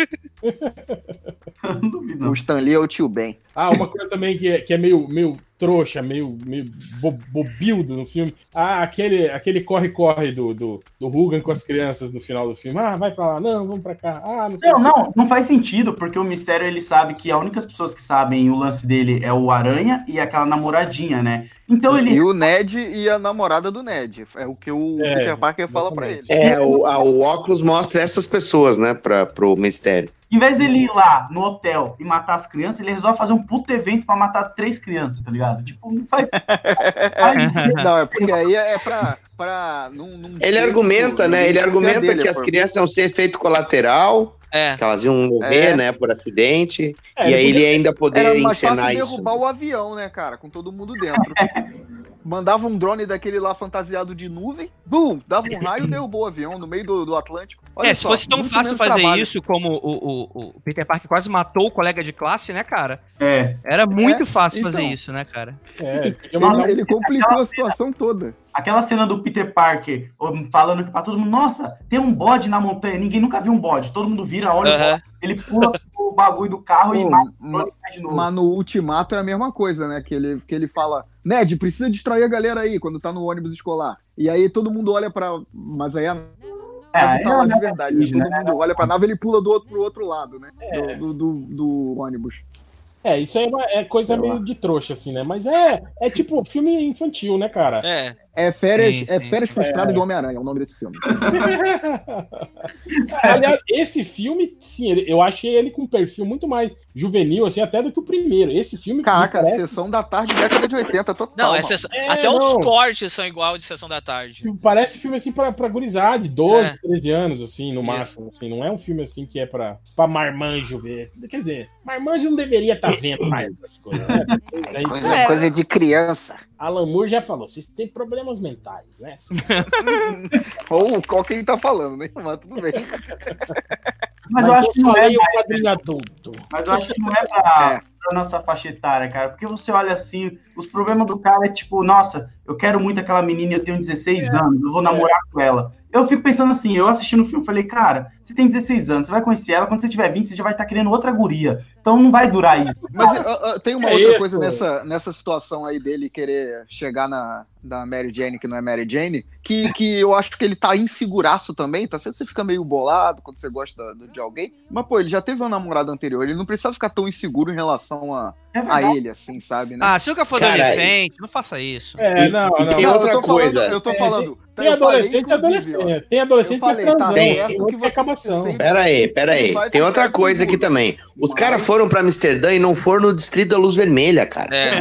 Speaker 3: Eu não duvido, não.
Speaker 6: O Stan Lee é o tio Ben.
Speaker 2: Ah, uma coisa também que é, que é meio, meio trouxa, meio, meio bo- bobildo no filme. Ah, aquele aquele corre-corre do, do, do Hogan com as crianças no final do filme. Ah, vai pra lá. Não, vamos pra cá. Ah, não sei.
Speaker 3: Não,
Speaker 2: o quê.
Speaker 3: não, não faz sentido, porque o Mistério, ele sabe que as únicas pessoas que sabem o lance dele é o Aranha e aquela namoradinha, né? Então ele...
Speaker 6: E o Ned e a namorada do Ned. É o que o
Speaker 2: É,
Speaker 6: Peter Parker fala pra ele.
Speaker 2: exatamente.
Speaker 8: É, o, a- o óculos mostra essas pessoas, né, pra, pro mistério.
Speaker 3: Em vez dele ir lá no hotel e matar as crianças, ele resolve fazer um puto evento pra matar três crianças, tá ligado? Tipo, não faz... faz
Speaker 6: Não, é porque aí é pra. pra não, não
Speaker 8: Ele
Speaker 6: ter,
Speaker 8: argumenta,
Speaker 6: tipo,
Speaker 8: né? Ele
Speaker 6: desconfiar
Speaker 8: argumenta
Speaker 6: dele,
Speaker 8: que as
Speaker 6: pô.
Speaker 8: crianças iam ser efeito colateral,
Speaker 9: É.
Speaker 8: que elas iam morrer,
Speaker 6: É.
Speaker 8: né, por acidente,
Speaker 2: É,
Speaker 8: e aí
Speaker 2: ele
Speaker 8: ele ainda
Speaker 6: Era
Speaker 8: poder
Speaker 6: mais fácil
Speaker 8: encenar isso.
Speaker 6: derrubar o avião, né, cara? Com todo mundo dentro. Mandava um drone daquele lá fantasiado de nuvem, bum, dava um raio e derrubou o avião no meio do, do Atlântico. Olha
Speaker 5: É, se
Speaker 6: só,
Speaker 5: fosse tão
Speaker 6: muito
Speaker 5: fácil
Speaker 6: menos
Speaker 5: fazer
Speaker 6: trabalho.
Speaker 5: isso como o, o, o Peter Parker quase matou o colega de classe, né, cara?
Speaker 3: É,
Speaker 5: Era muito
Speaker 6: É,
Speaker 5: fácil
Speaker 6: então.
Speaker 5: fazer isso, né, cara?
Speaker 2: É, podia
Speaker 6: Ele,
Speaker 2: mandar um-
Speaker 6: ele complicou a situação toda.
Speaker 3: aquela cena do Peter Parker falando que pra todo mundo, nossa, tem um bode na montanha, ninguém nunca viu um bode, todo mundo vira, olha o
Speaker 9: Aham.
Speaker 3: bode, ele pula o bagulho do carro e
Speaker 6: Pô,
Speaker 3: mata o
Speaker 6: ma-
Speaker 3: drone e sai de novo.
Speaker 6: Mas no Ultimato é a mesma coisa, né? Que ele, que ele fala, Ned, precisa distrair a galera aí quando tá no ônibus escolar. E aí todo mundo olha pra. Mas aí a nave
Speaker 3: É,
Speaker 6: tá lá
Speaker 3: é,
Speaker 6: de verdade.
Speaker 3: é,
Speaker 6: Todo
Speaker 3: né?
Speaker 6: mundo olha pra nave e ele pula do outro, pro outro lado, né?
Speaker 2: É.
Speaker 6: Do, do, do- do ônibus.
Speaker 2: É, isso aí é, uma- é coisa
Speaker 6: Sei
Speaker 2: meio
Speaker 6: lá.
Speaker 2: de trouxa, assim, né? Mas é, é tipo filme infantil, né, cara?
Speaker 9: É.
Speaker 6: É Férias,
Speaker 5: Sim,
Speaker 6: é
Speaker 5: sim.
Speaker 6: férias Frustradas do Homem-Aranha, é o nome desse filme.
Speaker 2: Aliás, esse filme, sim, ele- eu achei ele com um perfil muito mais juvenil, assim, até do que o primeiro. Esse filme.
Speaker 6: Caraca,
Speaker 2: me parece,
Speaker 6: sessão da tarde, década de oitenta, total.
Speaker 9: Não, é
Speaker 6: mano.
Speaker 9: sessão-
Speaker 2: É,
Speaker 9: até
Speaker 2: não.
Speaker 9: os cortes são igual de Sessão da Tarde.
Speaker 2: parece filme assim pra, pra gurizada, de doze,
Speaker 9: É.
Speaker 2: treze anos, assim, no
Speaker 9: Isso.
Speaker 2: máximo. Assim, não é um filme assim que é pra, pra marmanjo ver. Quer dizer, marmanjo não deveria estar vendo mais essas coisas. Né? Vocês aí-
Speaker 11: Coisa,
Speaker 9: É.
Speaker 11: coisa de criança.
Speaker 2: Alan Moore já falou, vocês têm problemas mentais, né?
Speaker 6: Ou qual quem tá falando, né? Mas tudo bem.
Speaker 3: Mas,
Speaker 2: Mas
Speaker 3: eu acho que não é
Speaker 2: falei o
Speaker 3: mais-
Speaker 2: quadrinho adulto.
Speaker 3: Mas eu acho que não é pra, pra nossa faixa etária, cara. Porque você olha assim, os problemas do cara é tipo, nossa, eu quero muito aquela menina, eu tenho dezesseis anos, eu vou namorar com ela. Eu fico pensando assim, eu assistindo o filme, falei, cara, você tem dezesseis anos, você vai conhecer ela, quando você tiver vinte, você já vai estar querendo outra guria. Então não vai durar isso.
Speaker 6: Mas uh, uh, tem uma
Speaker 2: É
Speaker 6: outra
Speaker 2: isso.
Speaker 6: coisa nessa, nessa situação aí dele querer chegar na da Mary Jane, que não é Mary Jane, que, que eu acho que ele tá inseguraço também, tá certo? Você fica meio bolado quando você gosta de alguém, mas pô, ele já teve uma namorada anterior, ele não precisa ficar tão inseguro em relação a,
Speaker 3: É
Speaker 6: a
Speaker 3: verdade.
Speaker 6: ele, assim, sabe, né?
Speaker 5: Ah, se nunca for
Speaker 8: Cara,
Speaker 5: adolescente, não faça isso.
Speaker 2: É,
Speaker 8: E-
Speaker 2: não,
Speaker 8: e
Speaker 2: não.
Speaker 8: tem
Speaker 6: Não,
Speaker 8: outra
Speaker 6: eu tô
Speaker 8: coisa.
Speaker 6: falando, eu tô
Speaker 2: É,
Speaker 6: falando.
Speaker 2: Tem
Speaker 6: eu falei,
Speaker 2: adolescente e
Speaker 6: inclusive, ó,
Speaker 2: adolescente. Tem adolescente
Speaker 6: eu falei,
Speaker 2: que é
Speaker 6: tá
Speaker 2: transão,
Speaker 6: certo
Speaker 2: tem
Speaker 6: que
Speaker 2: outro que é
Speaker 6: você
Speaker 2: acabação.
Speaker 6: sempre-
Speaker 8: Pera aí, pera
Speaker 6: Ele
Speaker 8: aí.
Speaker 6: vai
Speaker 8: Tem outra
Speaker 6: ficar
Speaker 8: coisa aqui
Speaker 6: seguro.
Speaker 8: também. Os
Speaker 6: Mas-
Speaker 8: caras foram pra Amsterdã e não foram no Distrito da Luz Vermelha, cara.
Speaker 9: É.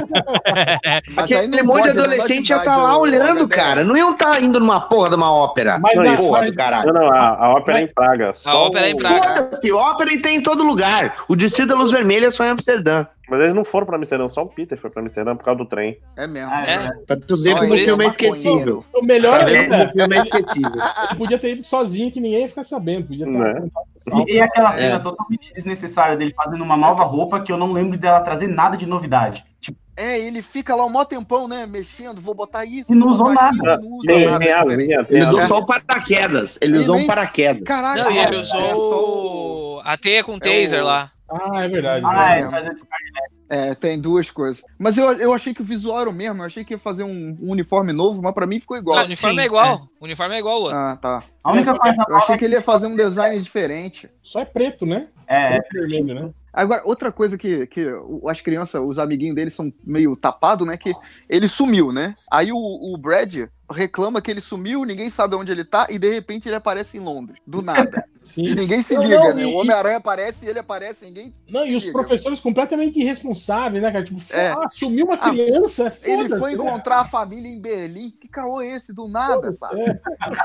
Speaker 6: Mas aí
Speaker 8: Aquele
Speaker 6: não
Speaker 8: monte de
Speaker 6: pode, né?
Speaker 8: adolescente já tá
Speaker 6: Idade,
Speaker 8: lá
Speaker 6: ô,
Speaker 8: olhando,
Speaker 6: H D.
Speaker 8: cara. Não iam estar indo numa porra de uma ópera.
Speaker 2: Mas
Speaker 7: Não,
Speaker 2: na-
Speaker 7: isso-
Speaker 8: Porra
Speaker 2: mas-
Speaker 8: do caralho.
Speaker 7: Não, não, a, a ópera é em Praga.
Speaker 9: A
Speaker 7: Só
Speaker 9: ópera é em
Speaker 7: o-
Speaker 9: Praga.
Speaker 8: Foda-se, ópera tem em todo lugar. O Distrito da Luz Vermelha é só em Amsterdã.
Speaker 7: Mas eles não foram pra Amsterdã, só o Peter foi pra Amsterdã por causa do trem.
Speaker 6: É mesmo.
Speaker 3: Ah,
Speaker 9: É.
Speaker 8: Pra tu ver
Speaker 6: Só
Speaker 8: como o
Speaker 6: ele,
Speaker 8: filme é
Speaker 6: maconheiro.
Speaker 8: esquecível.
Speaker 2: O melhor
Speaker 8: Pra ver como
Speaker 2: ainda,
Speaker 8: o filme é esquecível.
Speaker 2: ele podia ter ido sozinho que ninguém ia ficar sabendo. Podia estar
Speaker 7: Né?
Speaker 3: E, e aquela
Speaker 8: É.
Speaker 3: cena totalmente desnecessária dele fazendo uma nova roupa que eu não lembro dela trazer nada de novidade. Tipo,
Speaker 6: É, ele fica lá um mó tempão, né, mexendo, vou botar isso.
Speaker 3: E não
Speaker 6: vou
Speaker 3: usou
Speaker 6: botar
Speaker 3: nada.
Speaker 6: aquilo, não usa
Speaker 7: Tem,
Speaker 6: nada
Speaker 7: tem a
Speaker 6: diferente.
Speaker 7: linha, tem
Speaker 8: Ele
Speaker 7: a
Speaker 8: usou
Speaker 7: linha.
Speaker 8: só o paraquedas. Ele
Speaker 6: Ele
Speaker 8: usou
Speaker 6: nem-
Speaker 8: um paraquedas.
Speaker 6: Caraca,
Speaker 9: Não, e ele
Speaker 6: é,
Speaker 9: usou
Speaker 6: é, só
Speaker 9: o- a teia com taser
Speaker 6: o-
Speaker 9: lá.
Speaker 2: Ah, é verdade.
Speaker 3: ah,
Speaker 2: né?
Speaker 3: é, fazer descarga.
Speaker 6: É, tem duas coisas. Mas eu, eu achei que o visual era o mesmo, eu achei que ia fazer um, um uniforme novo, mas pra mim ficou igual.
Speaker 9: Não, o uniforme
Speaker 2: sim,
Speaker 9: é igual. O uniforme é igual ao outro.
Speaker 6: Ah, tá.
Speaker 3: A única
Speaker 2: É, só
Speaker 3: coisa
Speaker 6: Eu achei que ele ia fazer um design diferente.
Speaker 2: Só é preto, né?
Speaker 3: é,
Speaker 2: Preto e vermelho, né?
Speaker 6: Agora, outra coisa que, que o- as crianças, os amiguinhos dele são meio tapados, né? Que ele sumiu, né? Aí o, o Brad reclama que ele sumiu, ninguém sabe onde ele tá, e de repente ele aparece em Londres, do nada.
Speaker 2: Sim.
Speaker 6: E ninguém se
Speaker 2: Não,
Speaker 6: liga,
Speaker 2: não,
Speaker 6: né?
Speaker 2: e-
Speaker 6: O Homem-Aranha aparece e ele aparece, ninguém.
Speaker 2: Não, e os
Speaker 6: liga.
Speaker 2: professores completamente irresponsáveis, né, cara? Tipo,
Speaker 6: É.
Speaker 2: ah, sumiu uma
Speaker 6: Ah,
Speaker 2: criança, é
Speaker 6: Ele
Speaker 2: foda-se,
Speaker 6: foi
Speaker 2: né?
Speaker 6: encontrar a família em Berlim. Que caô é esse? Do nada, sabe?
Speaker 2: É.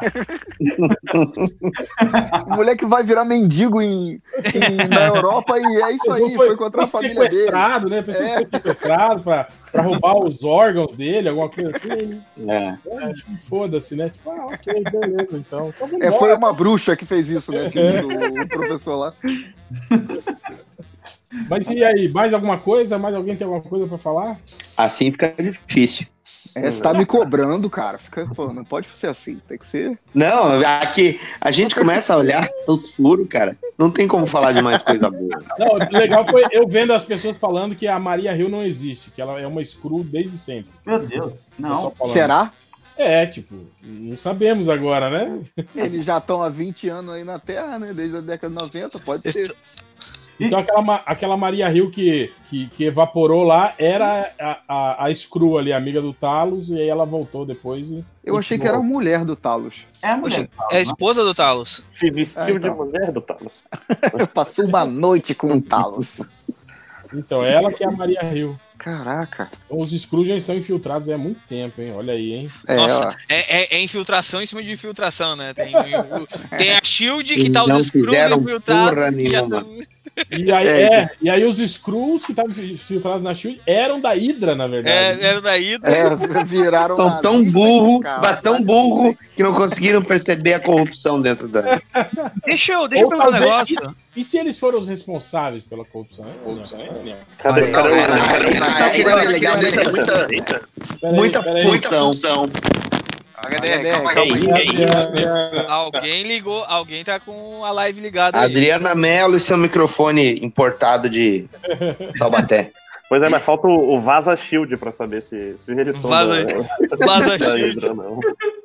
Speaker 6: O moleque vai virar mendigo em, em- na Europa e é isso aí. Foi, encontrar a
Speaker 2: foi
Speaker 6: família dele.
Speaker 2: sequestrado, né? A pessoa
Speaker 6: É.
Speaker 2: foi sequestrado pra, pra roubar os órgãos dele, alguma coisa assim.
Speaker 8: É.
Speaker 2: É, tipo, foda-se, né? Tipo, ah, ok, beleza, então. Então vamos
Speaker 6: É, foi
Speaker 2: embora.
Speaker 6: uma bruxa que fez isso, né? Segundo o professor lá.
Speaker 2: Mas e aí, mais alguma coisa? Mais alguém tem alguma coisa pra falar?
Speaker 8: Assim fica difícil.
Speaker 6: É, você tá me cobrando, cara. Fica, pô, não pode ser assim. Tem que ser.
Speaker 8: Não, aqui a gente começa a olhar os furos, cara. Não tem como falar de mais coisa boa.
Speaker 2: Não, o legal foi eu vendo as pessoas falando que a Maria Hill não existe, que ela é uma Screw desde sempre.
Speaker 3: meu Deus. Não.
Speaker 2: Pessoal falando.
Speaker 6: Será?
Speaker 2: É, tipo, não sabemos agora, né?
Speaker 6: Eles já estão há vinte anos aí na Terra, né? Desde a década de noventa, pode ser.
Speaker 2: Então aquela, Ma- aquela Maria Hill que, que, que evaporou lá era a, a, a Screw ali, amiga do Talos, e aí ela voltou depois e...
Speaker 6: Eu achei que era a mulher do Talos.
Speaker 3: É a mulher.
Speaker 9: É a esposa do Talos.
Speaker 7: Se vestiu
Speaker 6: Ah, então.
Speaker 7: de mulher do Thanos.
Speaker 6: Passou uma noite com o Talos.
Speaker 2: Então, ela que é a Maria Hill.
Speaker 6: Caraca.
Speaker 2: Os Screws já estão infiltrados há muito tempo, hein? Olha aí, hein?
Speaker 6: É,
Speaker 9: Nossa,
Speaker 6: ó.
Speaker 9: é, é- é infiltração em cima de infiltração, né? Tem, o- tem a Shield que
Speaker 8: Eles
Speaker 9: tá
Speaker 8: não
Speaker 9: os Screws
Speaker 8: fizeram
Speaker 9: infiltrados.
Speaker 8: porra
Speaker 9: que já
Speaker 8: nenhuma.
Speaker 9: tão-
Speaker 2: E aí,
Speaker 6: É,
Speaker 2: é, e aí os Screws que estavam infiltrados na SHIELD eram da Hydra, na verdade.
Speaker 9: É, era da Hydra.
Speaker 6: É, viraram
Speaker 8: São tão
Speaker 6: nazistas,
Speaker 8: burro,
Speaker 6: cara.
Speaker 8: mas tão burro que não conseguiram perceber a corrupção dentro da.
Speaker 5: Deixa eu, deixa eu
Speaker 2: Ou
Speaker 5: perguntar um
Speaker 2: talvez-
Speaker 5: negócio.
Speaker 2: E, e se eles foram os responsáveis pela corrupção? hein? Corrupção, hein, Daniel?
Speaker 7: Cadê,
Speaker 5: Olha,
Speaker 7: cadê
Speaker 8: não,
Speaker 7: o-
Speaker 8: é, não,
Speaker 7: cadê o-
Speaker 8: é, não, é que é legal, né? Tem muita,
Speaker 2: Peraí,
Speaker 8: muita
Speaker 2: peraí.
Speaker 8: função.
Speaker 6: H D R, calma aí.
Speaker 8: Que isso?
Speaker 9: Alguém ligou, alguém tá com a live ligada aí.
Speaker 8: Adriana Mello e seu microfone importado de Taubaté.
Speaker 7: Pois é, mas falta o, o Vaza Shield pra saber se, se eles são
Speaker 9: Vaza-
Speaker 7: da,
Speaker 9: Vaza
Speaker 7: da
Speaker 9: Shield.
Speaker 7: Hydra, não.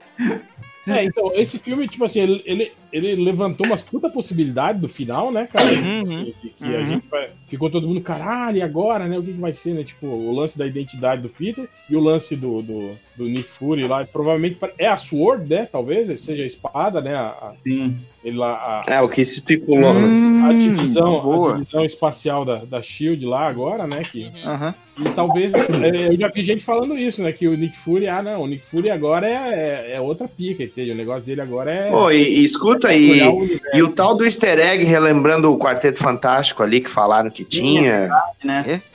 Speaker 2: É, então, esse filme, tipo assim, ele, ele, ele levantou umas puta possibilidades do final, né, cara?
Speaker 5: Uhum.
Speaker 2: Assim, que que a
Speaker 5: Uhum.
Speaker 2: gente vai- ficou todo mundo, caralho, e agora, né? O que, que vai ser, né? Tipo, o lance da identidade do Peter e o lance do, do, do Nick Fury lá. Provavelmente é a Sword, né? Talvez, seja a espada, né? A, a-
Speaker 3: Sim.
Speaker 2: ele lá, a,
Speaker 8: É, o que se especulou, né?
Speaker 2: a
Speaker 6: Hum,
Speaker 2: divisão, a
Speaker 6: boa.
Speaker 2: divisão espacial da, da SHIELD lá agora, né? Que,
Speaker 6: Aham.
Speaker 2: e talvez, é, eu já vi gente falando isso, né? Que o Nick Fury, ah, não, o Nick Fury agora é, é, é outra pica, entende? O negócio dele agora é.
Speaker 8: Pô, e, e escuta aí.
Speaker 2: olhar o universo.
Speaker 8: E o tal do easter egg, relembrando o Quarteto Fantástico ali que falaram que tinha.
Speaker 3: Né?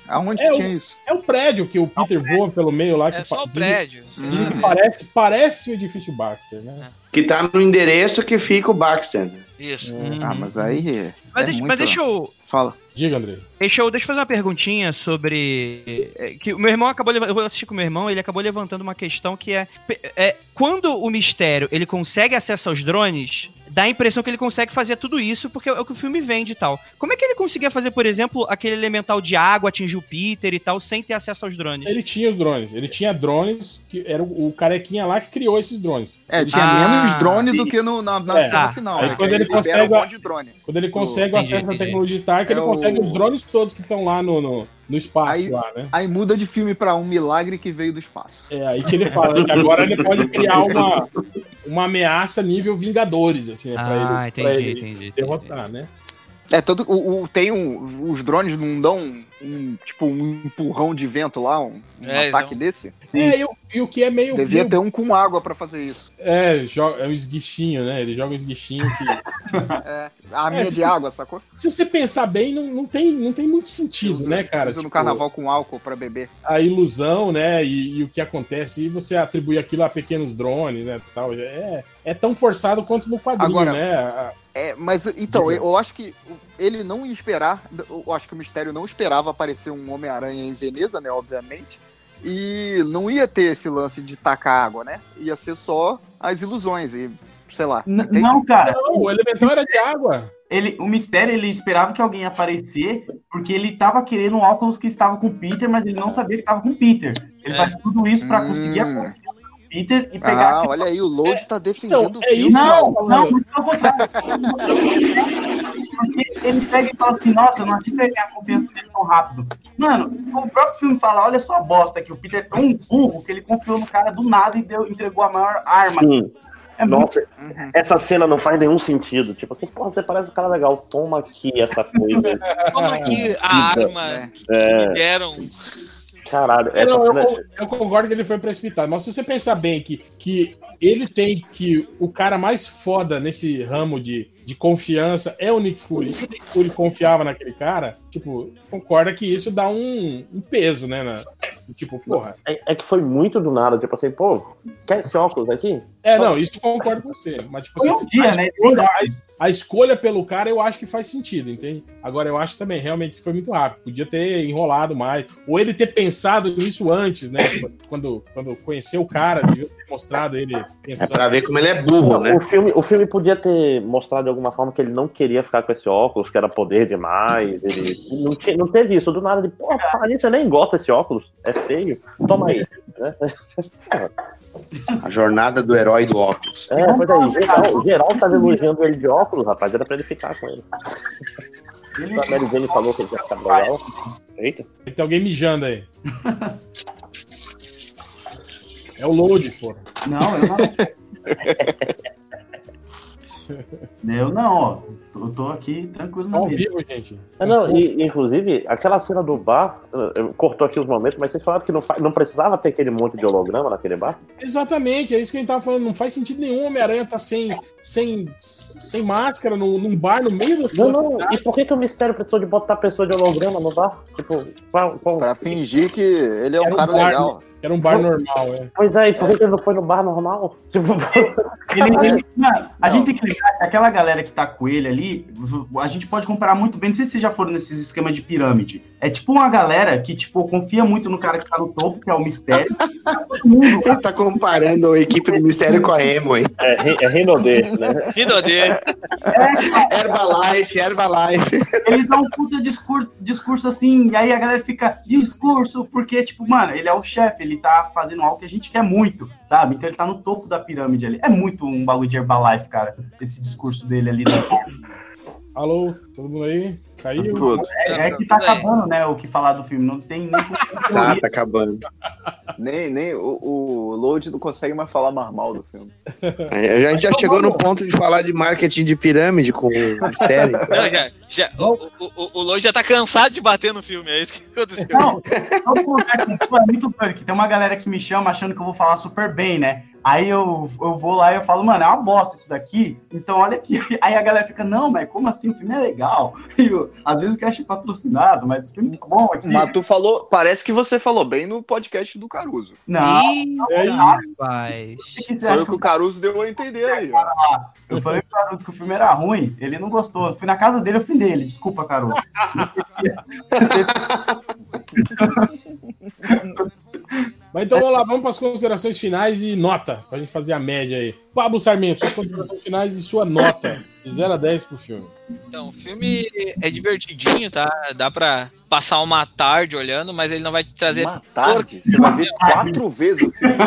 Speaker 6: Aonde
Speaker 2: É
Speaker 6: tinha
Speaker 2: o-
Speaker 6: isso?
Speaker 2: É o prédio que o Peter voa pelo meio lá.
Speaker 9: É
Speaker 2: que
Speaker 9: só
Speaker 2: pa-
Speaker 9: o prédio.
Speaker 2: dizem que parece, parece o edifício Baxter, né?
Speaker 8: Que tá no endereço que fica o Baxter. né?
Speaker 9: Isso.
Speaker 6: Ah, mas aí.
Speaker 5: Mas,
Speaker 6: é
Speaker 5: deixa,
Speaker 6: muito-
Speaker 5: mas deixa eu.
Speaker 6: Fala.
Speaker 2: Diga, André.
Speaker 5: Deixa eu, deixa eu fazer uma perguntinha sobre. é, Que o meu irmão acabou. leva- Eu vou assistir com o meu irmão, ele acabou levantando uma questão que é, é. Quando o mistério ele consegue acesso aos drones, dá a impressão que ele consegue fazer tudo isso, porque é o que o filme vende e tal. Como é que ele conseguia fazer, por exemplo, aquele elemental de água atingir o Peter e tal, sem ter acesso aos drones?
Speaker 2: Ele tinha os drones. Ele tinha drones, que era o, o carequinha lá que criou esses drones.
Speaker 6: É, tinha
Speaker 5: Ah,
Speaker 6: menos drone do
Speaker 2: sim.
Speaker 6: que no, na, na
Speaker 2: É.
Speaker 6: cena
Speaker 5: Ah,
Speaker 6: final.
Speaker 2: aí
Speaker 6: né?
Speaker 2: quando
Speaker 6: Que
Speaker 2: ele
Speaker 6: libera
Speaker 2: consegue
Speaker 6: um
Speaker 2: a-
Speaker 6: monte de drone.
Speaker 2: Quando ele consegue
Speaker 5: Entendi,
Speaker 2: o acesso à
Speaker 5: entendi.
Speaker 2: tecnologia Stark,
Speaker 6: É
Speaker 2: ele
Speaker 6: o-
Speaker 2: consegue os drones todos que estão lá no, no, no espaço
Speaker 6: Aí-
Speaker 2: lá, né?
Speaker 6: Aí muda de filme pra um milagre que veio do espaço.
Speaker 2: É aí que ele fala que agora ele pode criar uma, uma ameaça nível Vingadores, assim, né, pra
Speaker 5: Ah,
Speaker 2: ele, pra
Speaker 5: entendi,
Speaker 2: ele
Speaker 5: entendi, entendi.
Speaker 2: derrotar, né?
Speaker 6: É, tanto o, o- tem um. Os drones não dão um, um, tipo um empurrão de vento lá, um, um
Speaker 9: É,
Speaker 6: ataque
Speaker 9: eles
Speaker 6: desse.
Speaker 2: É, e, o- e o que é meio...
Speaker 6: Devia
Speaker 2: meio
Speaker 6: ter um com água pra fazer isso.
Speaker 2: é, joga, é um esguichinho, né? Ele joga um esguichinho que...
Speaker 6: É, a minha
Speaker 2: É,
Speaker 6: de
Speaker 2: se-
Speaker 6: água, sacou?
Speaker 2: Se você pensar bem, não, não, tem, não tem muito sentido, né, cara?
Speaker 6: Usa no
Speaker 2: Tipo,
Speaker 6: carnaval com álcool pra beber.
Speaker 2: a ilusão, né, e, e o que acontece, e você atribui aquilo a pequenos drones, né, tal, é, é tão forçado quanto no quadrinho,
Speaker 6: Agora-
Speaker 2: né? A-
Speaker 6: É, mas então,
Speaker 2: Diga.
Speaker 6: eu acho que ele não ia esperar, eu acho que o Mistério não esperava aparecer um Homem-Aranha em Veneza, né, obviamente, e não ia ter esse lance de tacar água, né? Ia ser só as ilusões e, sei lá.
Speaker 3: N-
Speaker 6: entende?
Speaker 3: não, cara.
Speaker 2: Não, o elemental era de água.
Speaker 3: Ele, o mistério, ele esperava que alguém ia aparecer, porque ele tava querendo um óculos que estava com o Peter, mas ele não sabia que estava com o Peter. Ele
Speaker 9: É.
Speaker 3: faz tudo isso pra
Speaker 6: Hum.
Speaker 3: conseguir a confiança do Peter e pegar.
Speaker 6: Ah, olha aí, o Load tá defendendo
Speaker 2: Então,
Speaker 6: o
Speaker 2: é
Speaker 6: filme.
Speaker 2: isso,
Speaker 3: Não,
Speaker 2: Paulo.
Speaker 3: não, muito pelo contrário. Porque ele pega e fala assim, nossa, eu não achei que eu ia ganhar a confiança dele tão rápido. Mano, o próprio filme fala, olha só a bosta, que o Peter é tão burro que ele confiou no cara do nada e deu, entregou a maior arma.
Speaker 7: Sim.
Speaker 3: É muito...
Speaker 7: Nossa,
Speaker 6: Uhum.
Speaker 7: essa cena não faz nenhum sentido. Tipo assim, pô, você parece um cara legal, toma aqui essa coisa.
Speaker 9: Como que a
Speaker 7: Vida,
Speaker 9: arma
Speaker 6: né?
Speaker 9: que, que
Speaker 7: É.
Speaker 9: me deram.
Speaker 7: Caralho,
Speaker 2: É,
Speaker 7: essa
Speaker 2: não, eu,
Speaker 7: cena.
Speaker 2: con- eu concordo que ele foi precipitado, mas se você pensar bem que, que ele tem que o cara mais foda nesse ramo de, de confiança é o Nick Fury, e o Nick Fury confiava naquele cara, tipo, concorda que isso dá um, um peso, né? na- tipo, porra.
Speaker 7: É, é que foi muito do nada, tipo assim, pô, quer esse óculos aqui?
Speaker 2: É, não, isso eu concordo com você. Mas, tipo,
Speaker 3: Foi
Speaker 2: assim,
Speaker 3: um dia,
Speaker 2: a,
Speaker 3: né?
Speaker 2: escolha, a, a escolha pelo cara eu acho que faz sentido, entende? Agora, eu acho também, realmente, que foi muito rápido. Podia ter enrolado mais. Ou ele ter pensado nisso antes, né? Tipo, Quando, quando conheceu o cara, devia ter mostrado ele
Speaker 8: É
Speaker 2: pensando.
Speaker 8: pra ver como ele é burro, né?
Speaker 7: O filme, o filme podia ter mostrado de alguma forma que ele não queria ficar com esse óculos, que era poder demais. Ele não, tinha, não teve isso. Do nada, de, pô, falar nisso, você nem gosta desse óculos. É feio. Toma aí. Né?
Speaker 8: A jornada do herói do óculos.
Speaker 7: É, pois aí, geral, geral tava elogiando ele de óculos, rapaz. Era pra ele ficar com ele. A Mary Jane falou que ele ia ficar legal. Eita.
Speaker 2: Tem alguém mijando aí. É o load, porra.
Speaker 3: Não, eu não. Eu não, ó. Eu tô aqui tranquilo
Speaker 2: Estão
Speaker 3: na
Speaker 2: ao
Speaker 3: vida.
Speaker 2: vivo, gente.
Speaker 7: É, não, e, inclusive, aquela cena do bar, eh, cortou aqui os momentos, mas vocês falaram que não, fa- não precisava ter aquele monte de holograma naquele bar?
Speaker 2: Exatamente, é isso que a gente tava falando. Não faz sentido nenhum o Homem-Aranha tá sem, sem, sem máscara no, num bar no meio da
Speaker 7: Não,
Speaker 2: da
Speaker 7: não,
Speaker 2: cidade.
Speaker 7: e por que, que o mistério precisou de botar pessoa de holograma no bar? Tipo, qual, qual...
Speaker 6: Pra fingir que ele é um
Speaker 2: Era um
Speaker 6: cara
Speaker 2: bar,
Speaker 6: legal.
Speaker 2: Era um bar normal, é.
Speaker 7: Pois é, e por que, que ele não foi no bar normal? Tipo,
Speaker 3: Ele, ele- mano, a
Speaker 6: Não.
Speaker 3: gente tem que lembrar que aquela galera que tá com ele ali, a gente pode comparar muito bem, não sei se vocês já foram nesses esquemas de pirâmide. É tipo uma galera que, tipo, confia muito no cara que tá no topo, que é o mistério. Todo mundo,
Speaker 8: Ele tá comparando a equipe do Mistério com a Emo, hein?
Speaker 7: é, Re- é Renaudet, né?
Speaker 9: Rinodê.
Speaker 8: Herbalife, Herbalife.
Speaker 3: eles dão um puta discurso, discurso assim, e aí a galera fica, discurso, porque, tipo, mano, ele é o chefe, ele tá fazendo algo que a gente quer muito, sabe? Então ele tá no topo da pirâmide ali. É muito um bagulho de Herbalife, cara, esse discurso dele ali.
Speaker 2: Alô, todo mundo aí? Caiu?
Speaker 6: Tudo.
Speaker 3: É, é que tá acabando, né, o que falar do filme, não tem nem como
Speaker 8: Tá, tá acabando.
Speaker 6: Nem, nem o, o Load não consegue mais falar mais mal do filme.
Speaker 8: A gente já chegou no ponto de falar de marketing de pirâmide com o Mistério.
Speaker 9: Não, já, já, o, o, o, o Lloyd já tá cansado de bater no filme, é isso que aconteceu.
Speaker 3: Não, vamos colocar aqui, pô, é muito doido, que tem uma galera que me chama achando que eu vou falar super bem, né? Aí eu, eu vou lá e eu falo, mano, é uma bosta isso daqui, então olha aqui. Aí a galera fica, não, mas como assim? O filme é legal. E eu, entendeu? Às vezes o cast é patrocinado, mas o filme tá bom aqui.
Speaker 6: Mas tu falou, parece que você falou bem no podcast do Caruso.
Speaker 3: Não,
Speaker 5: Ih, rapaz.
Speaker 3: o que você
Speaker 6: Foi
Speaker 3: acha
Speaker 6: o que o Caruso deu a entender aí, ó.
Speaker 3: Ah, eu falei pro Caruso que o filme era ruim, ele não gostou. Eu fui na casa dele, eu fui dele. Desculpa, Caruso.
Speaker 2: Mas então vamos lá, vamos para as considerações finais e nota, pra gente fazer a média aí. Pablo Sarmento, suas considerações finais e sua nota de zero a dez pro filme.
Speaker 9: Então, o filme é divertidinho, tá? Dá pra passar uma tarde olhando, mas ele não vai te trazer...
Speaker 6: Uma tarde? Você vai ver quatro vezes o filme.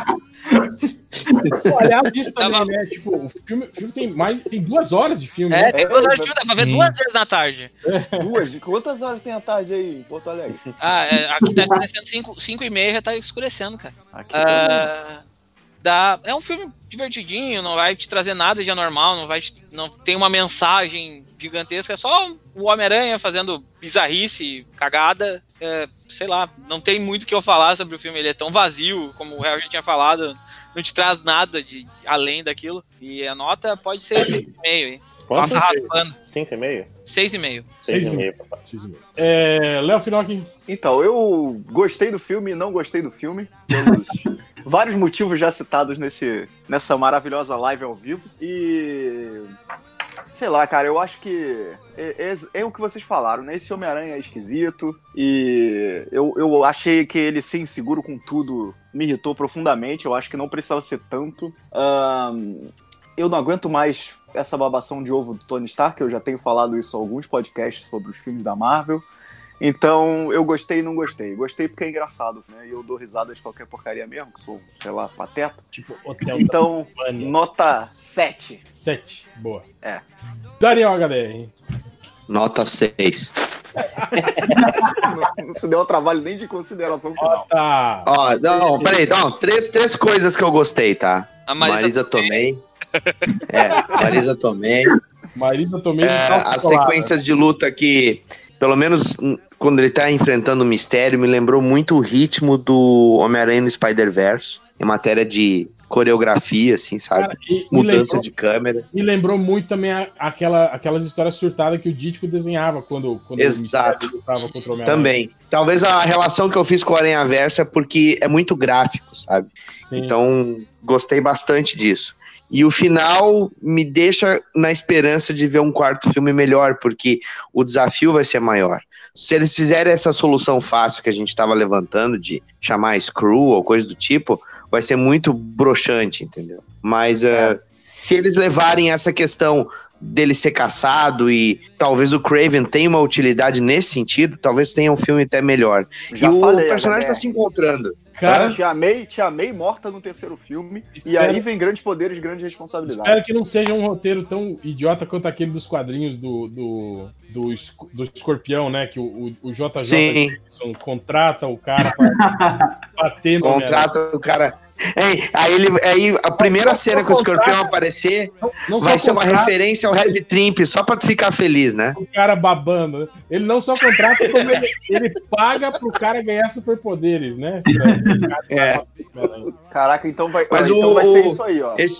Speaker 2: Aliás, isso também, né? Tipo, o filme, o filme tem mais. Tem duas horas de filme.
Speaker 9: É,
Speaker 2: né?
Speaker 9: tem duas horas de filme, dá pra ver
Speaker 5: Sim.
Speaker 9: duas vezes na tarde.
Speaker 6: Duas? Quantas horas tem a tarde aí em Porto Alegre?
Speaker 9: Ah, é, aqui tá escurecendo cinco e meia, já tá escurecendo, cara.
Speaker 6: Aqui
Speaker 9: Ah, dá, é um filme divertidinho, não vai te trazer nada de anormal, não vai te- não tem uma mensagem gigantesca, é só o Homem-Aranha fazendo bizarrice, cagada, é, sei lá, não tem muito o que eu falar sobre o filme, ele é tão vazio, como o Real já tinha falado, não te traz nada de, de além daquilo, e a nota pode ser seis e meio, hein?
Speaker 7: Quanto?
Speaker 9: Passa raspando,
Speaker 7: Cinco e meio?
Speaker 9: seis e meio.
Speaker 7: Seis
Speaker 2: Seis
Speaker 7: e
Speaker 2: e
Speaker 7: meio.
Speaker 2: Seis e meio. É, Léo Finocchi.
Speaker 6: Então, eu gostei do filme e não gostei do filme, pelos vários motivos já citados nesse, nessa maravilhosa live ao vivo. E... sei lá, cara, eu acho que é, é- é o que vocês falaram, né? Esse Homem-Aranha é esquisito e eu, eu achei que ele ser inseguro com tudo me irritou profundamente. Eu acho que não precisava ser tanto. Ahn, eu não aguento mais essa babação de ovo do Tony Stark, eu já tenho falado isso em alguns podcasts sobre os filmes da Marvel. Então, eu gostei e não gostei. Gostei porque é engraçado, né? E eu dou risada de qualquer porcaria mesmo, que sou, sei lá, pateta.
Speaker 2: Tipo, Hotel
Speaker 6: Então,
Speaker 2: Transilvânia.
Speaker 6: nota sete.
Speaker 2: Sete. Boa.
Speaker 6: É.
Speaker 2: Daniel H D R.
Speaker 8: Nota seis.
Speaker 6: Não se deu ao trabalho nem de consideração final.
Speaker 2: Tá.
Speaker 8: Ó, não, peraí, não, três, três coisas que eu gostei, tá?
Speaker 9: A Marisa,
Speaker 8: Marisa Tomei. É, Marisa Tomei.
Speaker 2: Marisa Tomei.
Speaker 8: É, as sequências de luta que, pelo menos hum, quando ele tá enfrentando o mistério, me lembrou muito o ritmo do Homem-Aranha no Spider-Verse, em matéria de coreografia, assim, sabe?
Speaker 2: Cara, e, me,
Speaker 8: Mudança
Speaker 2: lembrou,
Speaker 8: de câmera.
Speaker 2: me lembrou muito também a- aquela, aquelas histórias surtadas que o Dítico desenhava quando, quando
Speaker 8: Exato.
Speaker 2: o mistério lutava contra o Homem-Aranha.
Speaker 8: Também. Talvez a relação que eu fiz com o Aranha Versa é porque é muito gráfico, sabe?
Speaker 2: Sim.
Speaker 8: Então, gostei bastante disso. E o final me deixa na esperança de ver um quarto filme melhor, porque o desafio vai ser maior. Se eles fizerem essa solução fácil que a gente estava levantando, de chamar Screw ou coisa do tipo, vai ser muito broxante, entendeu? Mas uh, se eles levarem essa questão dele ser caçado e talvez o Kraven tenha uma utilidade nesse sentido, talvez tenha um filme até melhor.
Speaker 6: Já
Speaker 8: e o
Speaker 6: falei,
Speaker 8: personagem
Speaker 6: né?
Speaker 8: está se encontrando.
Speaker 2: Cara,
Speaker 6: Te amei, te amei morta no terceiro filme. E
Speaker 2: Espero-
Speaker 6: aí vem grandes poderes, grandes responsabilidades.
Speaker 2: espero que não seja um roteiro tão idiota quanto aquele dos quadrinhos do, do, do, Esco- do Escorpião, né? Que o, o, o J J
Speaker 8: Sim.
Speaker 2: Jameson contrata o cara pra bater no Homem-Aranha.
Speaker 8: Contrata o cara. Ei, aí, ele, aí a primeira cena que o escorpião aparecer
Speaker 2: Não, não
Speaker 8: vai
Speaker 2: só
Speaker 8: ser uma
Speaker 2: contrata
Speaker 8: referência ao Heavy Trimp, só pra tu ficar feliz, né?
Speaker 2: o cara babando. Né? Ele não só contrata, como ele, ele paga pro cara ganhar superpoderes, né? Pra-
Speaker 8: É.
Speaker 6: Caraca, então vai,
Speaker 8: Mas
Speaker 6: ó, então
Speaker 8: o-
Speaker 6: vai ser isso aí, ó.
Speaker 8: Esse,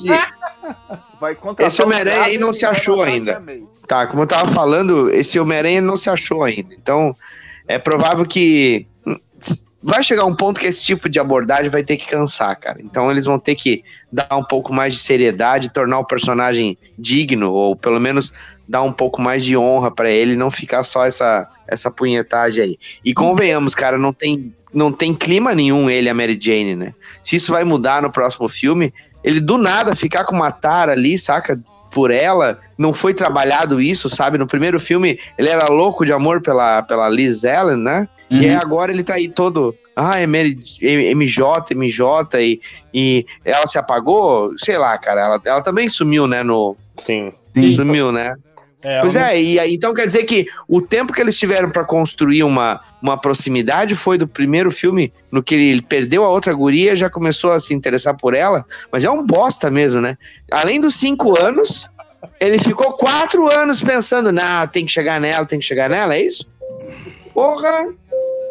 Speaker 6: Vai contratar
Speaker 8: esse Homem-Aranha
Speaker 6: um
Speaker 8: aí não
Speaker 6: e
Speaker 8: se
Speaker 6: vai
Speaker 8: achou
Speaker 6: matar
Speaker 8: ainda.
Speaker 6: Te Amei.
Speaker 8: tá, como eu tava falando, esse Homem-Aranha não se achou ainda. Então, é provável que hum, vai chegar um ponto que esse tipo de abordagem vai ter que cansar, cara. Então, eles vão ter que dar um pouco mais de seriedade, tornar o personagem digno, ou pelo menos dar um pouco mais de honra pra ele, não ficar só essa, essa punhetagem aí. E convenhamos, cara, não tem, não tem clima nenhum ele e a Mary Jane, né? Se isso vai mudar no próximo filme, ele do nada ficar com uma tara ali, saca? Por ela, não foi trabalhado isso, sabe? No primeiro filme, ele era louco de amor pela, pela Liz Allen, né?
Speaker 3: Uhum.
Speaker 8: E aí agora ele tá aí todo... Ah, é Mary, M J, M J, e, e ela se apagou? Sei lá, cara, ela, ela também sumiu, né? No,
Speaker 7: Sim.
Speaker 3: Sim.
Speaker 8: sumiu, né?
Speaker 2: É,
Speaker 8: Pois
Speaker 2: ela
Speaker 8: é, e aí, então quer dizer que o tempo que eles tiveram pra construir uma, uma proximidade foi do primeiro filme, no que ele perdeu a outra guria, já começou a se interessar por ela, mas é um bosta mesmo, né? Além dos cinco anos, ele ficou quatro anos pensando, não, tem que chegar nela, tem que chegar nela, é isso? Porra!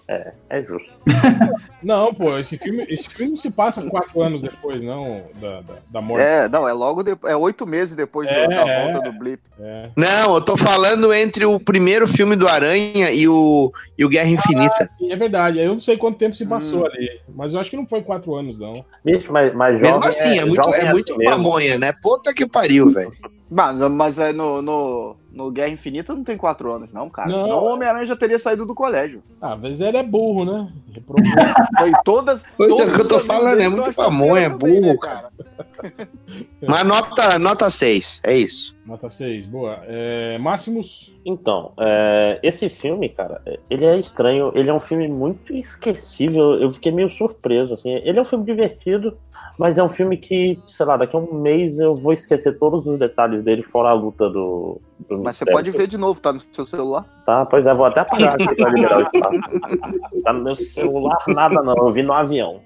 Speaker 7: É, é justo.
Speaker 2: Não, pô, esse filme, esse filme não se passa quatro anos depois, não, da, da, da morte.
Speaker 6: É, não, é logo depois, é oito meses depois do-
Speaker 2: É,
Speaker 6: da
Speaker 2: é.
Speaker 6: volta do Blip.
Speaker 2: É.
Speaker 8: Não, eu tô falando entre o primeiro filme do Aranha e o, e o Guerra Infinita.
Speaker 2: Sim, é verdade. Eu não sei quanto tempo se passou
Speaker 6: Hum.
Speaker 2: ali, mas eu acho que não foi quatro anos, não.
Speaker 7: Bicho, mas, mas
Speaker 8: Mesmo
Speaker 7: jovem
Speaker 8: assim, é, muito,
Speaker 7: jovem
Speaker 8: é muito
Speaker 7: assim mesmo.
Speaker 8: pamonha, né? Puta que pariu, velho.
Speaker 6: Mas, mas é no, no, no Guerra Infinita não tem quatro anos, não, cara.
Speaker 2: Não.
Speaker 6: Senão o Homem-Aranha já teria saído do colégio.
Speaker 2: Ah, às vezes ele é burro, né? Reprovou.
Speaker 6: Foi todas.
Speaker 8: Pois é,
Speaker 6: todos
Speaker 8: o que eu tô
Speaker 6: os amigos
Speaker 8: falando,
Speaker 6: dele
Speaker 8: é
Speaker 6: são
Speaker 8: muito
Speaker 6: as tampeiras
Speaker 8: pamonha,
Speaker 6: também, né,
Speaker 8: burro,
Speaker 6: cara?
Speaker 8: Mas nota, nota seis, é isso.
Speaker 2: Nota seis, boa. É, Máximos?
Speaker 7: Então, é, esse filme, cara, ele é estranho, ele é um filme muito esquecível, eu fiquei meio surpreso, assim, ele é um filme divertido, mas é um filme que, sei lá, daqui a um mês eu vou esquecer todos os detalhes dele, fora a luta do... do
Speaker 6: Mas você
Speaker 7: mistério.
Speaker 6: pode ver de novo, tá no seu celular.
Speaker 7: Tá, pois é, vou até apagar aqui pra liberar o espaço. Tá no meu celular, nada não, eu vi no avião.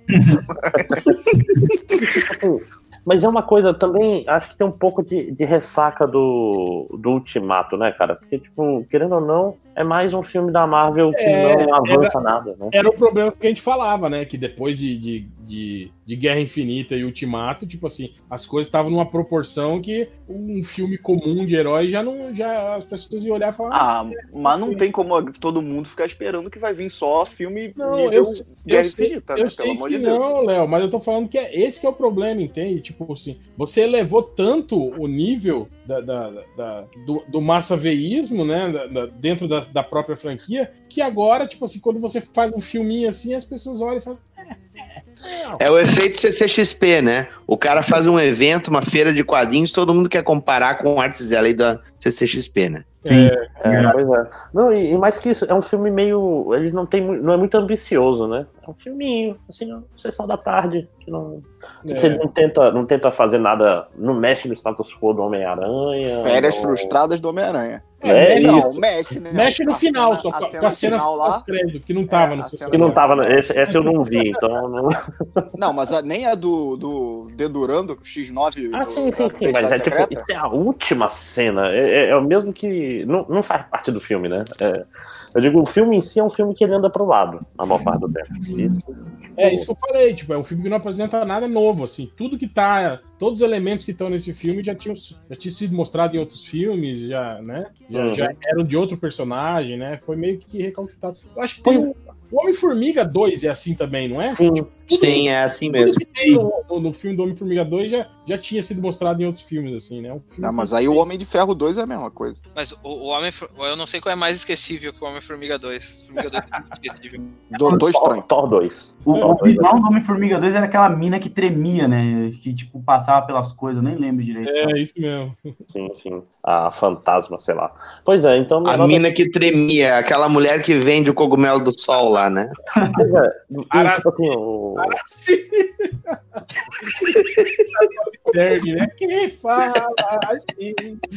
Speaker 7: Mas é uma coisa também, acho que tem um pouco de, de ressaca do, do Ultimato, né, cara? Porque, tipo, querendo ou não, é mais um filme da Marvel que
Speaker 2: É,
Speaker 7: não avança
Speaker 2: era-
Speaker 7: nada, né?
Speaker 2: Era o problema que a gente falava, né? Que depois de, de, de, de Guerra Infinita e Ultimato, tipo assim, as coisas estavam numa proporção que um filme comum de herói já não. Já as pessoas iam olhar e falar.
Speaker 6: Ah, mas não tem como todo mundo ficar esperando que vai vir só filme
Speaker 2: Não,
Speaker 6: nível
Speaker 2: eu,
Speaker 6: Guerra
Speaker 2: eu sei,
Speaker 6: Infinita,
Speaker 2: eu
Speaker 6: né? Pelo
Speaker 2: sei
Speaker 6: amor
Speaker 2: que
Speaker 6: de Deus.
Speaker 2: não, Léo, mas eu tô falando que é esse que é o problema, entende? Tipo assim, você elevou tanto o nível da, da- da- do, do massaveísmo, né, da- da- dentro da, da própria franquia, que agora, tipo assim, quando você faz um filminho assim, as pessoas olham e falam,
Speaker 8: É o efeito C C X P, né? O cara faz um evento, uma feira de quadrinhos, todo mundo quer comparar com o Arts Alley da C C X P, né?
Speaker 2: Sim.
Speaker 7: É, pois é. Não, e, e mais que isso, é um filme meio. Ele não tem, mu- não é muito ambicioso, né? É um filminho, assim, uma sessão da tarde, que não.
Speaker 2: É.
Speaker 7: Você não tenta, não tenta fazer nada, não mexe no status quo do Homem-Aranha.
Speaker 6: Férias
Speaker 7: não-
Speaker 6: frustradas do Homem-Aranha.
Speaker 2: É,
Speaker 7: É,
Speaker 6: Não,
Speaker 7: isso.
Speaker 6: mexe, né?
Speaker 2: mexe no
Speaker 6: A
Speaker 2: final,
Speaker 6: cena-
Speaker 2: só
Speaker 6: a
Speaker 2: com,
Speaker 6: cena
Speaker 2: com as cenas
Speaker 6: final lá.
Speaker 2: pós-crédito, que não tava
Speaker 6: É,
Speaker 2: no
Speaker 6: a
Speaker 2: seu
Speaker 6: cena
Speaker 7: Que não
Speaker 2: celular.
Speaker 7: tava. Esse, esse eu não vi, então. Não...
Speaker 6: Não, mas a- nem a do, do Dedurando, X nove.
Speaker 7: Ah,
Speaker 6: do-
Speaker 7: sim, sim,
Speaker 6: da
Speaker 7: sim, mas
Speaker 6: Identidade
Speaker 7: é tipo,
Speaker 6: Secreta.
Speaker 7: isso é a última cena. É, é- é o mesmo que. Não, não faz parte do filme, né? É, eu digo, o filme em si é um filme que ele anda pro lado, a maior parte do tempo. Isso,
Speaker 2: É isso que eu falei, tipo, é um filme que não apresenta nada novo, assim, tudo que tá, todos os elementos que estão nesse filme já tinham, já tinham sido mostrados em outros filmes, já, né, já,
Speaker 7: Uhum.
Speaker 2: já eram de outro personagem, né, foi meio que recalchutado. Eu acho que tem o, o Homem-Formiga dois é assim também, não é?
Speaker 7: Sim,
Speaker 8: Sim, é assim
Speaker 2: Tudo
Speaker 8: mesmo.
Speaker 2: que tem no, no- no filme do Homem-Formiga dois já, já tinha sido mostrado em outros filmes, assim, né? Um filme
Speaker 6: Não, mas aí o Homem de Ferro dois é a mesma coisa.
Speaker 9: Mas o, o Homem. Eu não sei qual é mais esquecível que o Homem-Formiga dois. Formiga dois é muito esquecível.
Speaker 6: Doutor
Speaker 7: Thor,
Speaker 6: Estranho.
Speaker 7: Thor dois.
Speaker 3: O,
Speaker 7: Thor
Speaker 3: o
Speaker 7: dois,
Speaker 3: vilão do Homem-Formiga dois era aquela mina que tremia, né? Que, tipo, passava pelas coisas, eu nem lembro direito.
Speaker 2: É, isso mesmo.
Speaker 7: Sim, sim. A fantasma, sei lá. Pois é, então. minha
Speaker 8: A
Speaker 7: nota-
Speaker 8: mina que tremia, aquela mulher que vende o cogumelo do sol lá, né?
Speaker 7: Pois é, e,
Speaker 2: Araci-
Speaker 7: tipo assim, o...
Speaker 2: Sim. Serve, né? Quem fala assim?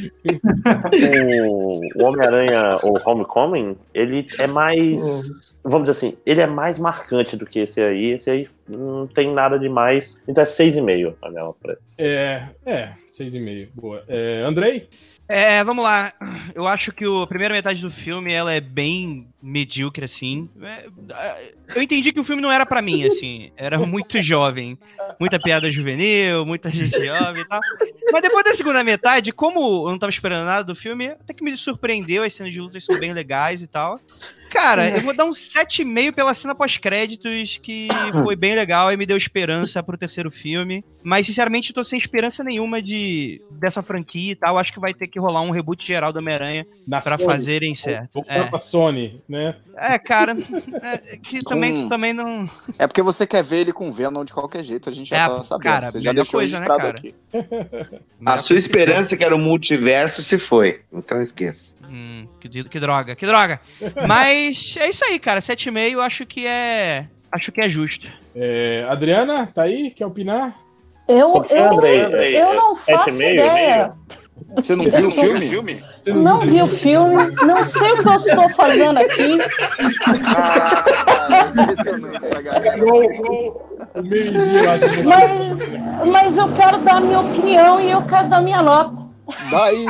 Speaker 7: o, o Homem-Aranha, o Homecoming, ele é mais. Vamos dizer assim, ele é mais marcante do que esse aí. Esse aí não tem nada de mais. Então é seis e meio a minha nota.
Speaker 2: É, é, seis e meio, boa. É, Andrei?
Speaker 5: É, vamos lá. Eu acho que a primeira metade do filme ela é bem medíocre, assim. É, eu entendi que o filme não era pra mim, assim. Era muito jovem. Muita piada juvenil, muita gente jovem e tal. Mas depois da segunda metade, como eu não tava esperando nada do filme, até que me surpreendeu. As cenas de luta são bem legais e tal. Cara, eu vou dar um sete e meio pela cena pós-créditos, que foi bem legal e me deu esperança pro terceiro filme. Mas, sinceramente, eu tô sem esperança nenhuma de, dessa franquia e tal. Acho que vai ter que rolar um reboot geral do Homem-Aranha
Speaker 2: Na
Speaker 5: pra
Speaker 2: Sony.
Speaker 5: fazerem certo.
Speaker 2: Voltando
Speaker 5: É,
Speaker 2: pra Sony, né?
Speaker 5: é cara, é, que também,
Speaker 6: Com-
Speaker 5: isso também não...
Speaker 6: É porque você quer ver ele com Venom de qualquer jeito, a gente já
Speaker 5: É,
Speaker 6: tá sabendo.
Speaker 5: cara,
Speaker 6: você já
Speaker 5: melhor
Speaker 6: deixou
Speaker 5: coisa, né,
Speaker 6: registrado
Speaker 5: cara?
Speaker 6: aqui.
Speaker 8: A sua esperança, que era o multiverso, se foi. Então esqueça.
Speaker 5: Hum, que, que droga, que droga. Mas é isso aí, cara. sete e meio acho que é... Acho que é justo.
Speaker 2: É, Adriana, tá aí? Quer opinar?
Speaker 11: Eu, eu,
Speaker 7: Andrei,
Speaker 11: eu não
Speaker 7: sete e
Speaker 11: faço
Speaker 7: meio,
Speaker 11: ideia.
Speaker 6: Você não viu o filme?
Speaker 2: Você
Speaker 11: Não
Speaker 2: você
Speaker 11: vi o filme, não sei o que eu estou fazendo aqui.
Speaker 6: Ah, cara, impressionante essa galera.
Speaker 2: Igual- igual o meio-dia lá de-
Speaker 11: Mas, mas eu quero dar minha opinião e eu quero dar minha nota.
Speaker 6: Daí.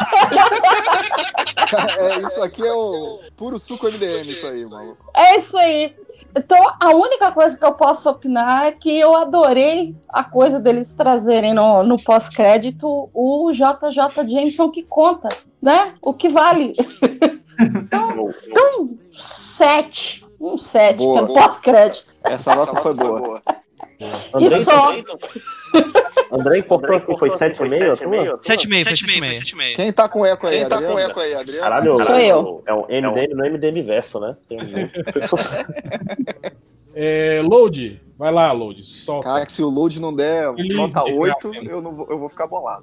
Speaker 6: É, isso aqui é o puro suco M D M, isso aí, mano.
Speaker 11: É isso aí. Então, a única coisa que eu posso opinar é que eu adorei a coisa deles trazerem no, no pós-crédito o J J Jameson que conta, né? O que vale. Então, então sete. Um sete
Speaker 6: Boa,
Speaker 11: pelo pós-crédito.
Speaker 6: Essa nota foi boa.
Speaker 7: Andrei,
Speaker 11: E só.
Speaker 7: Andrei contou aqui, foi sete e meio?
Speaker 5: sete e meio, foi sete e meio.
Speaker 6: Quem tá com eco aí,
Speaker 8: Quem tá
Speaker 6: Adriano?
Speaker 8: com eco aí, Adriano?
Speaker 7: Caralho,
Speaker 11: Sou eu.
Speaker 7: É um M D M no M D M verso, né? Tem um...
Speaker 2: É, Load, vai lá, Load, solta.
Speaker 6: Cara, que se o load não der
Speaker 2: Feliz
Speaker 6: nota
Speaker 2: de
Speaker 6: oito,
Speaker 2: graça.
Speaker 6: eu, não vou, eu vou ficar bolado.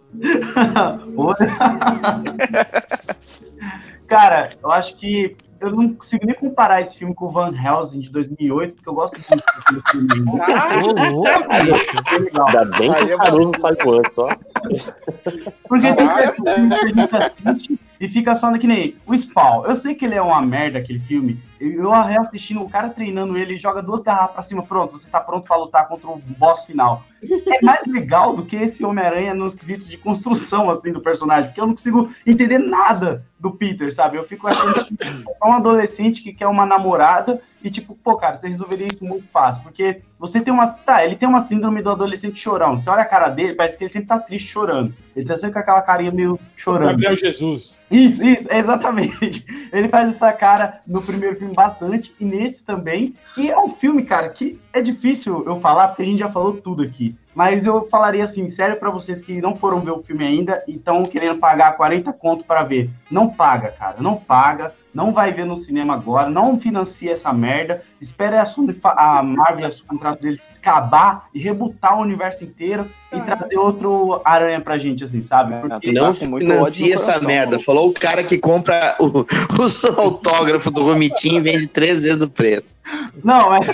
Speaker 3: Cara, eu acho que eu não consigo nem comparar esse filme com o Van Helsing de dois mil e oito, porque eu gosto muito daquele filme. É legal.
Speaker 7: Ainda bem que
Speaker 6: Aí é
Speaker 7: o Caruso faz o antes, ó.
Speaker 3: Porque tem certos filmes que a gente assiste e fica só que nem o Spawn. Eu sei que ele é uma merda, aquele filme. Eu assistindo o cara treinando ele, joga duas garrafas pra cima, pronto, você tá pronto pra lutar contra o boss final. É mais legal do que esse Homem-Aranha no quesito de construção, assim, do personagem, porque eu não consigo entender nada do Peter, sabe? Eu fico achando que é só um adolescente que quer uma namorada e, tipo, pô, cara, você resolveria isso muito fácil, porque você tem uma... Tá, ele tem uma síndrome do adolescente chorão. Você olha a cara dele, parece que ele sempre tá triste chorando. Ele tá sempre com aquela carinha meio chorando.
Speaker 2: Gabriel Jesus.
Speaker 3: Isso, isso, exatamente. Ele faz essa cara no primeiro filme bastante, e nesse também, que é um filme, cara, que é difícil eu falar, porque a gente já falou tudo aqui. Mas eu falaria assim, sério pra vocês que não foram ver o filme ainda e estão querendo pagar quarenta conto pra ver. Não paga, cara, não paga. Não vai ver no cinema agora, não financia essa merda. Espera a, Sony, a Marvel, o contrato deles acabar e rebutar o universo inteiro e trazer outro Aranha pra gente, assim, sabe? Porque
Speaker 8: Não
Speaker 6: tá com muito
Speaker 8: financia
Speaker 6: ódio no
Speaker 8: essa
Speaker 6: coração,
Speaker 8: merda.
Speaker 6: mano.
Speaker 8: Falou o cara que compra o, o autógrafo do Romitinho e vende três vezes o preço.
Speaker 3: Não, é...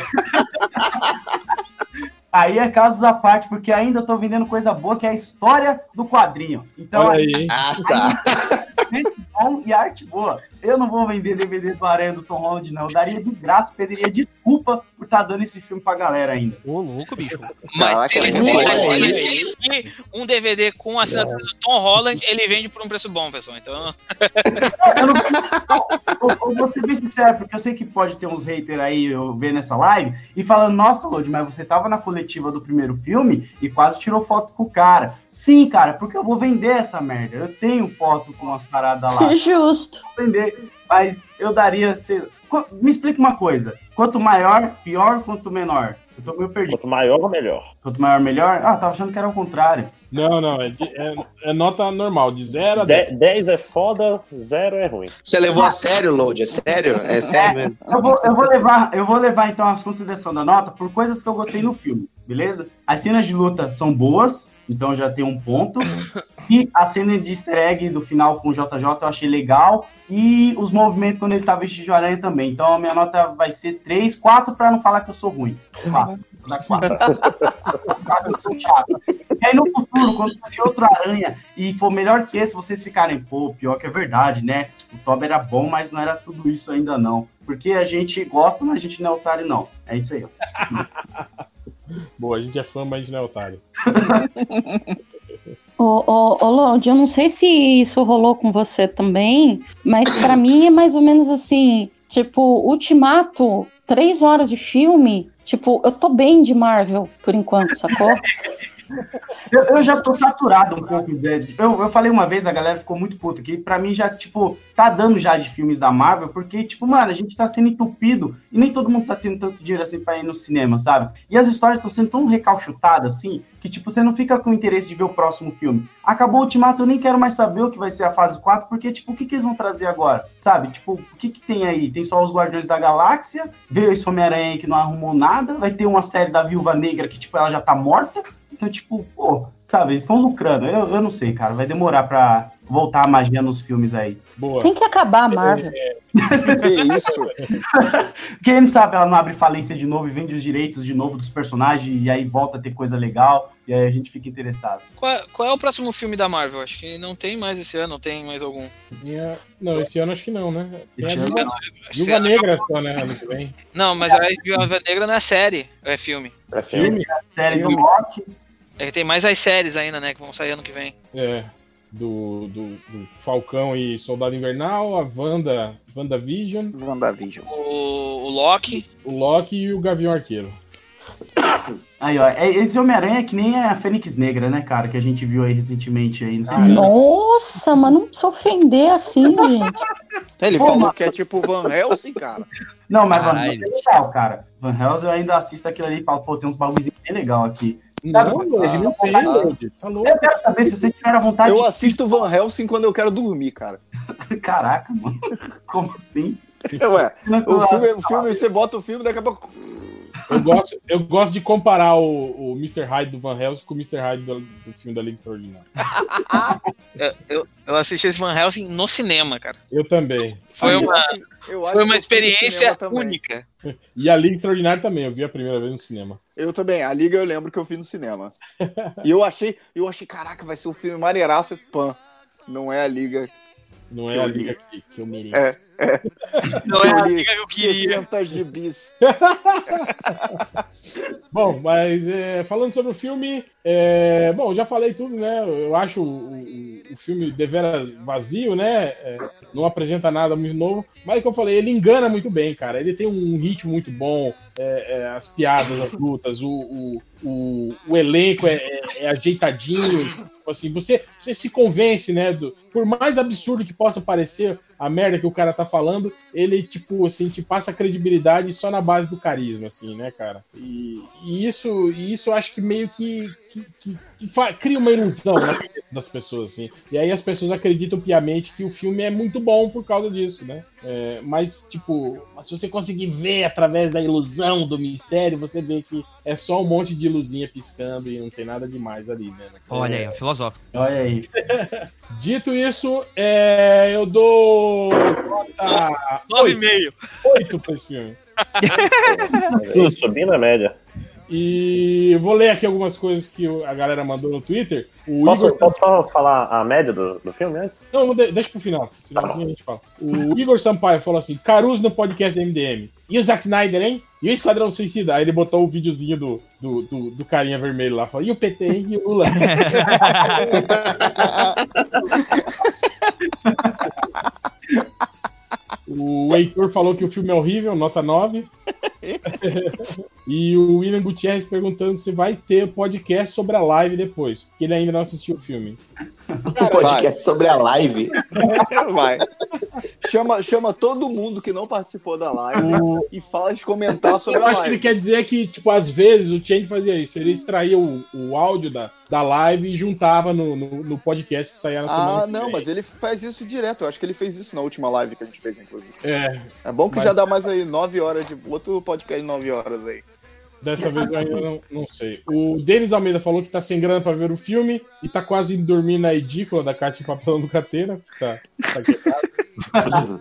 Speaker 3: Aí é casos à parte, porque ainda tô vendendo coisa boa, que é a história do quadrinho. Então,
Speaker 2: Olha aí.
Speaker 8: Ah, tá.
Speaker 3: bom e arte boa. Eu não vou vender D V D do Aranha do Tom Holland, não. Eu daria de graça, pediria desculpa por estar dando esse filme pra galera ainda.
Speaker 4: Ô, louco, bicho.
Speaker 9: Mas
Speaker 6: Caraca,
Speaker 9: ele
Speaker 6: é
Speaker 9: vende
Speaker 6: verdade.
Speaker 9: e um D V D com a assinatura do Tom Holland, ele vende por um preço bom, pessoal. Então,
Speaker 3: Eu não eu, eu vou ser bem sincero, porque eu sei que pode ter uns haters aí eu ver nessa live e falando, nossa, Lodi, mas você tava na coletiva do primeiro filme e quase tirou foto com o cara. Sim, cara, porque eu vou vender essa merda. Eu tenho foto com umas paradas lá.
Speaker 11: Justo.
Speaker 3: Vou vender, mas eu daria... sei- Qu- Me explica uma coisa. Quanto maior, pior, quanto menor? Eu tô meio perdido.
Speaker 7: Quanto maior, melhor.
Speaker 3: Quanto maior, melhor? Ah, tava achando que era o contrário.
Speaker 2: Não, não, é, de- é- é nota normal, de zero a
Speaker 7: De-
Speaker 2: dez.
Speaker 7: dez é foda, zero é ruim.
Speaker 8: Você levou a sério, Load? É sério? É sério mesmo?
Speaker 3: Eu vou, eu vou levar, eu vou levar então as considerações da nota por coisas que eu gostei no filme, beleza? As cenas de luta são boas, então já tem um ponto. E a cena de easter egg do final com o J J eu achei legal. E os movimentos quando ele tá vestido de aranha também. Então a minha nota vai ser três, quatro pra não falar que eu sou ruim. quatro. Vou dar quatro. quatro, eu sou chato. E aí no futuro, quando for outro aranha e for melhor que esse, vocês ficarem, pô, pior que é verdade, né? O Toby era bom, mas não era tudo isso ainda não. Porque a gente gosta, mas a gente não é otário, não. É isso aí, ó.
Speaker 2: Boa, a gente é fã, mas a gente não é otário.
Speaker 11: Ô, ô, ô Lodi, eu não sei se isso rolou com você também, mas pra mim é mais ou menos assim, tipo, Ultimato, três horas de filme, tipo, eu tô bem de Marvel, por enquanto, sacou?
Speaker 3: Eu, eu já tô saturado um pouco. Né? Eu, eu falei uma vez, a galera ficou muito puta, que pra mim já, tipo, tá dando já de filmes da Marvel, porque, tipo, mano, a gente tá sendo entupido e nem todo mundo tá tendo tanto dinheiro assim pra ir no cinema, sabe? E as histórias estão sendo tão recalchutadas, assim, que, tipo, você não fica com interesse de ver o próximo filme. Acabou o Ultimato, eu nem quero mais saber o que vai ser a fase quatro, porque, tipo, o que que eles vão trazer agora? Sabe? Tipo, o que que tem aí? Tem só os Guardiões da Galáxia, veio esse Homem-Aranha que não arrumou nada, vai ter uma série da Viúva Negra que, tipo, ela já tá morta. Então, tipo, pô, sabe, eles estão lucrando. Eu, eu não sei, cara. Vai demorar pra voltar a magia nos filmes aí.
Speaker 2: Boa.
Speaker 11: Tem que acabar a Marvel.
Speaker 6: Que isso?
Speaker 3: Quem não sabe, ela não abre falência de novo e vende os direitos de novo dos personagens e aí volta a ter coisa legal e aí a gente fica interessado.
Speaker 9: qual, qual é o próximo filme da Marvel? Acho que não tem mais esse ano, tem mais algum.
Speaker 2: Tinha- Não, esse ano acho que não, né? Tem a
Speaker 3: Esse
Speaker 2: Viúva,
Speaker 9: ano- esse
Speaker 2: Viúva
Speaker 9: ano-
Speaker 2: Negra só, né? Ano que vem.
Speaker 9: Não, mas a Viúva Negra não é série, é filme.
Speaker 7: É filme.
Speaker 2: Filme?
Speaker 3: Série do
Speaker 6: Filme.
Speaker 3: Loki.
Speaker 9: É que tem mais as séries ainda, né, que vão sair ano que vem.
Speaker 2: É. do, do, do Falcão e Soldado Invernal, a Wanda, WandaVision,
Speaker 6: WandaVision.
Speaker 9: O, o Loki.
Speaker 2: o Loki e o Gavião Arqueiro.
Speaker 3: Aí, ó, é- esse Homem-Aranha é que nem a Fênix Negra, né, cara, que a gente viu aí recentemente aí, não sei se...
Speaker 11: Nossa, mas não precisa ofender assim, gente.
Speaker 6: Ele
Speaker 3: Pô,
Speaker 6: falou
Speaker 3: mas-
Speaker 6: que é tipo Van Helsing, cara.
Speaker 3: Não, mas Van
Speaker 5: Caralho.
Speaker 3: Helsing é legal, cara. Van Helsing eu ainda assisto aquilo ali e falo, pô, tem uns bagulhozinhos bem legal aqui.
Speaker 2: Não,
Speaker 3: Sabe,
Speaker 2: Lorde, não tem,
Speaker 6: ah,
Speaker 2: Lorde. Tá louco.
Speaker 3: Eu quero saber se você tiver a vontade
Speaker 6: Eu assisto Van Helsing quando eu quero dormir, cara.
Speaker 3: de... Caraca, mano. Como assim?
Speaker 6: Ué, o filme, o filme, você bota o filme, daqui a pouco...
Speaker 2: Eu gosto, eu gosto de comparar o, o mister Hyde do Van Helsing com o mister Hyde do, do filme da Liga Extraordinária.
Speaker 9: Eu, eu, eu assisti esse Van Helsing no cinema, cara.
Speaker 2: Eu também.
Speaker 9: Foi
Speaker 6: Eu
Speaker 9: uma,
Speaker 6: acho- eu acho
Speaker 9: foi
Speaker 6: que
Speaker 9: uma
Speaker 6: eu fui no
Speaker 9: experiência
Speaker 6: cinema também.
Speaker 9: única.
Speaker 2: E a Liga Extraordinária também, eu vi a primeira vez no cinema.
Speaker 6: Eu também, a Liga eu lembro que eu vi no cinema. E eu achei, eu achei, caraca, vai ser um filme maneiraço. Pã, não é a Liga.
Speaker 2: Não é a Liga que, que eu mereço.
Speaker 6: É, é.
Speaker 9: Não é a
Speaker 6: li
Speaker 9: liga que eu queria.
Speaker 6: sessenta gibis.
Speaker 2: Bom, mas é, falando sobre o filme, é, bom, já falei tudo, né? Eu acho o, o, o filme deveras vazio, né? É, não apresenta nada muito novo, mas como eu falei, ele engana muito bem, cara. Ele tem um ritmo muito bom, é, é, as piadas, as lutas, o, o, o, o elenco é, é, é ajeitadinho. Assim, você, você se convence, né? Do, por mais absurdo que possa parecer a merda que o cara tá falando, ele, tipo, assim, te passa credibilidade só na base do carisma, assim, né, cara? E, e isso, e isso eu acho que meio que, que, que, que fa- cria uma ilusão na cabeça das pessoas, assim. E aí as pessoas acreditam piamente que o filme é muito bom por causa disso, né? É, mas, tipo, se você conseguir ver através da ilusão do mistério, você vê que é só um monte de luzinha piscando e não tem nada demais ali, né?
Speaker 5: Olha aí,
Speaker 2: É,
Speaker 5: ó, filosófico.
Speaker 3: Olha aí.
Speaker 2: Dito isso, é, eu dou nota
Speaker 9: nove e meio.
Speaker 2: oito pra esse filme.
Speaker 7: Subindo a média.
Speaker 2: E eu vou ler aqui algumas coisas que o- a galera mandou no Twitter. O
Speaker 7: Posso,
Speaker 2: Igor.
Speaker 7: posso só falar a média do, do filme antes?
Speaker 2: Não, não, de- deixa pro final. No finalzinho a gente fala. O Igor Sampaio falou assim: Caruso no podcast M D M. E o Zack Snyder, hein? E o Esquadrão Suicida? Aí ele botou o videozinho do, do, do, do carinha vermelho lá. Falou: e o P T, hein? E o Lula? O Heitor falou que o filme é horrível, nota nove. E o William Gutierrez perguntando se vai ter podcast sobre a live depois, porque ele ainda não assistiu o filme.
Speaker 8: Um podcast sobre a live.
Speaker 6: Vai. Chama, chama todo mundo que não participou da live
Speaker 2: O-
Speaker 6: e fala de comentar sobre
Speaker 2: Eu
Speaker 6: a
Speaker 2: acho que ele
Speaker 6: live.
Speaker 2: quer dizer que, tipo, às vezes o Change fazia isso. Ele extraía o, o áudio da, da live e juntava no, no, no podcast que saía na semana.
Speaker 6: Ah,
Speaker 2: que
Speaker 6: não,
Speaker 2: vem.
Speaker 6: mas ele faz isso direto. Eu acho que ele fez isso na última live que a gente fez, inclusive.
Speaker 2: É,
Speaker 6: É bom que
Speaker 2: Mas-
Speaker 6: já dá mais aí nove horas de outro podcast de nove horas aí.
Speaker 2: dessa vez eu ainda não, não sei. O Denis Almeida falou que tá sem grana pra ver o filme e tá quase indo dormir na edícula da caixa de papelão do Catena, que tá, tá quebrado.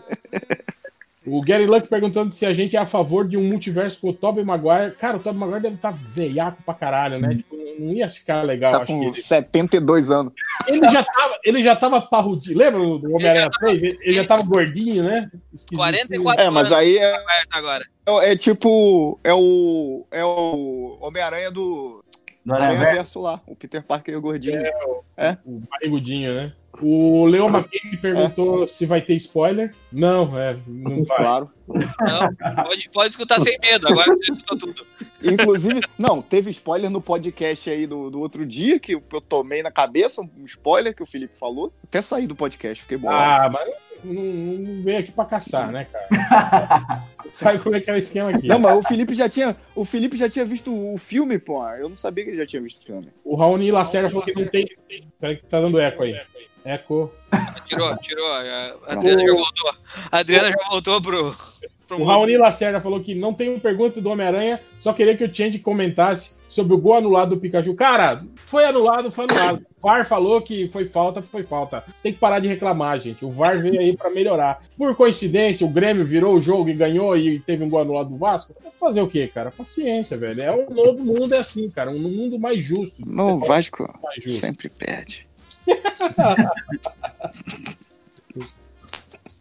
Speaker 2: O Gary Luck perguntando se a gente é a favor de um multiverso com o Tobey Maguire. Cara, o Tobey Maguire deve estar veiaco pra caralho, né? Tipo, não ia ficar legal,
Speaker 6: Tá
Speaker 2: acho
Speaker 6: com
Speaker 2: que ele...
Speaker 6: setenta e dois anos.
Speaker 2: Ele já tava, ele já tava parrudinho. Lembra do Homem-Aranha três? Ele, ele já tava gordinho, né? Esquisitinho.
Speaker 9: quarenta e quatro
Speaker 6: É, mas aí é,
Speaker 9: agora.
Speaker 6: é tipo. É o. É o Homem-Aranha do.
Speaker 3: Do Aranha
Speaker 6: Aranha
Speaker 3: Verso.
Speaker 6: Verso lá. O Peter Parker gordinho.
Speaker 2: O barrigudinho, né? O Leo McKay perguntou se vai ter spoiler. Não, é, não vai.
Speaker 6: Claro.
Speaker 9: Não, pode, pode escutar sem medo, agora você escutou tudo.
Speaker 6: Inclusive, não, teve spoiler no podcast aí do, do outro dia que eu eu tomei na cabeça, um spoiler que o Felipe falou. Até saí do podcast, fiquei bom.
Speaker 2: Ah, mas não, não veio aqui pra caçar, né, cara? Sabe como é que é o esquema aqui?
Speaker 6: Não, mas o Felipe já tinha, o Felipe já tinha visto o filme, pô. Eu não sabia que ele já tinha visto o filme.
Speaker 2: O Raoni Lacerda falou que não tem. Peraí que tá dando eco aí. Eco.
Speaker 9: Tirou, tirou. A Adriana já voltou. A Adriana já voltou pro. pro
Speaker 2: O
Speaker 9: mundo.
Speaker 2: Raoni Lacerda falou que não tem pergunta do Homem-Aranha, só queria que o Change comentasse sobre o gol anulado do Pikachu. Cara, foi anulado, foi anulado. O V A R falou que foi falta, foi falta. Você tem que parar de reclamar, gente. O V A R veio aí pra melhorar. Por coincidência, o Grêmio virou o jogo e ganhou e teve um gol anulado do Vasco. Fazer o quê, cara? Paciência, velho. É um novo mundo, é assim, cara. Um mundo mais justo.
Speaker 6: Não, o Vasco
Speaker 2: Mais justo.
Speaker 6: sempre perde.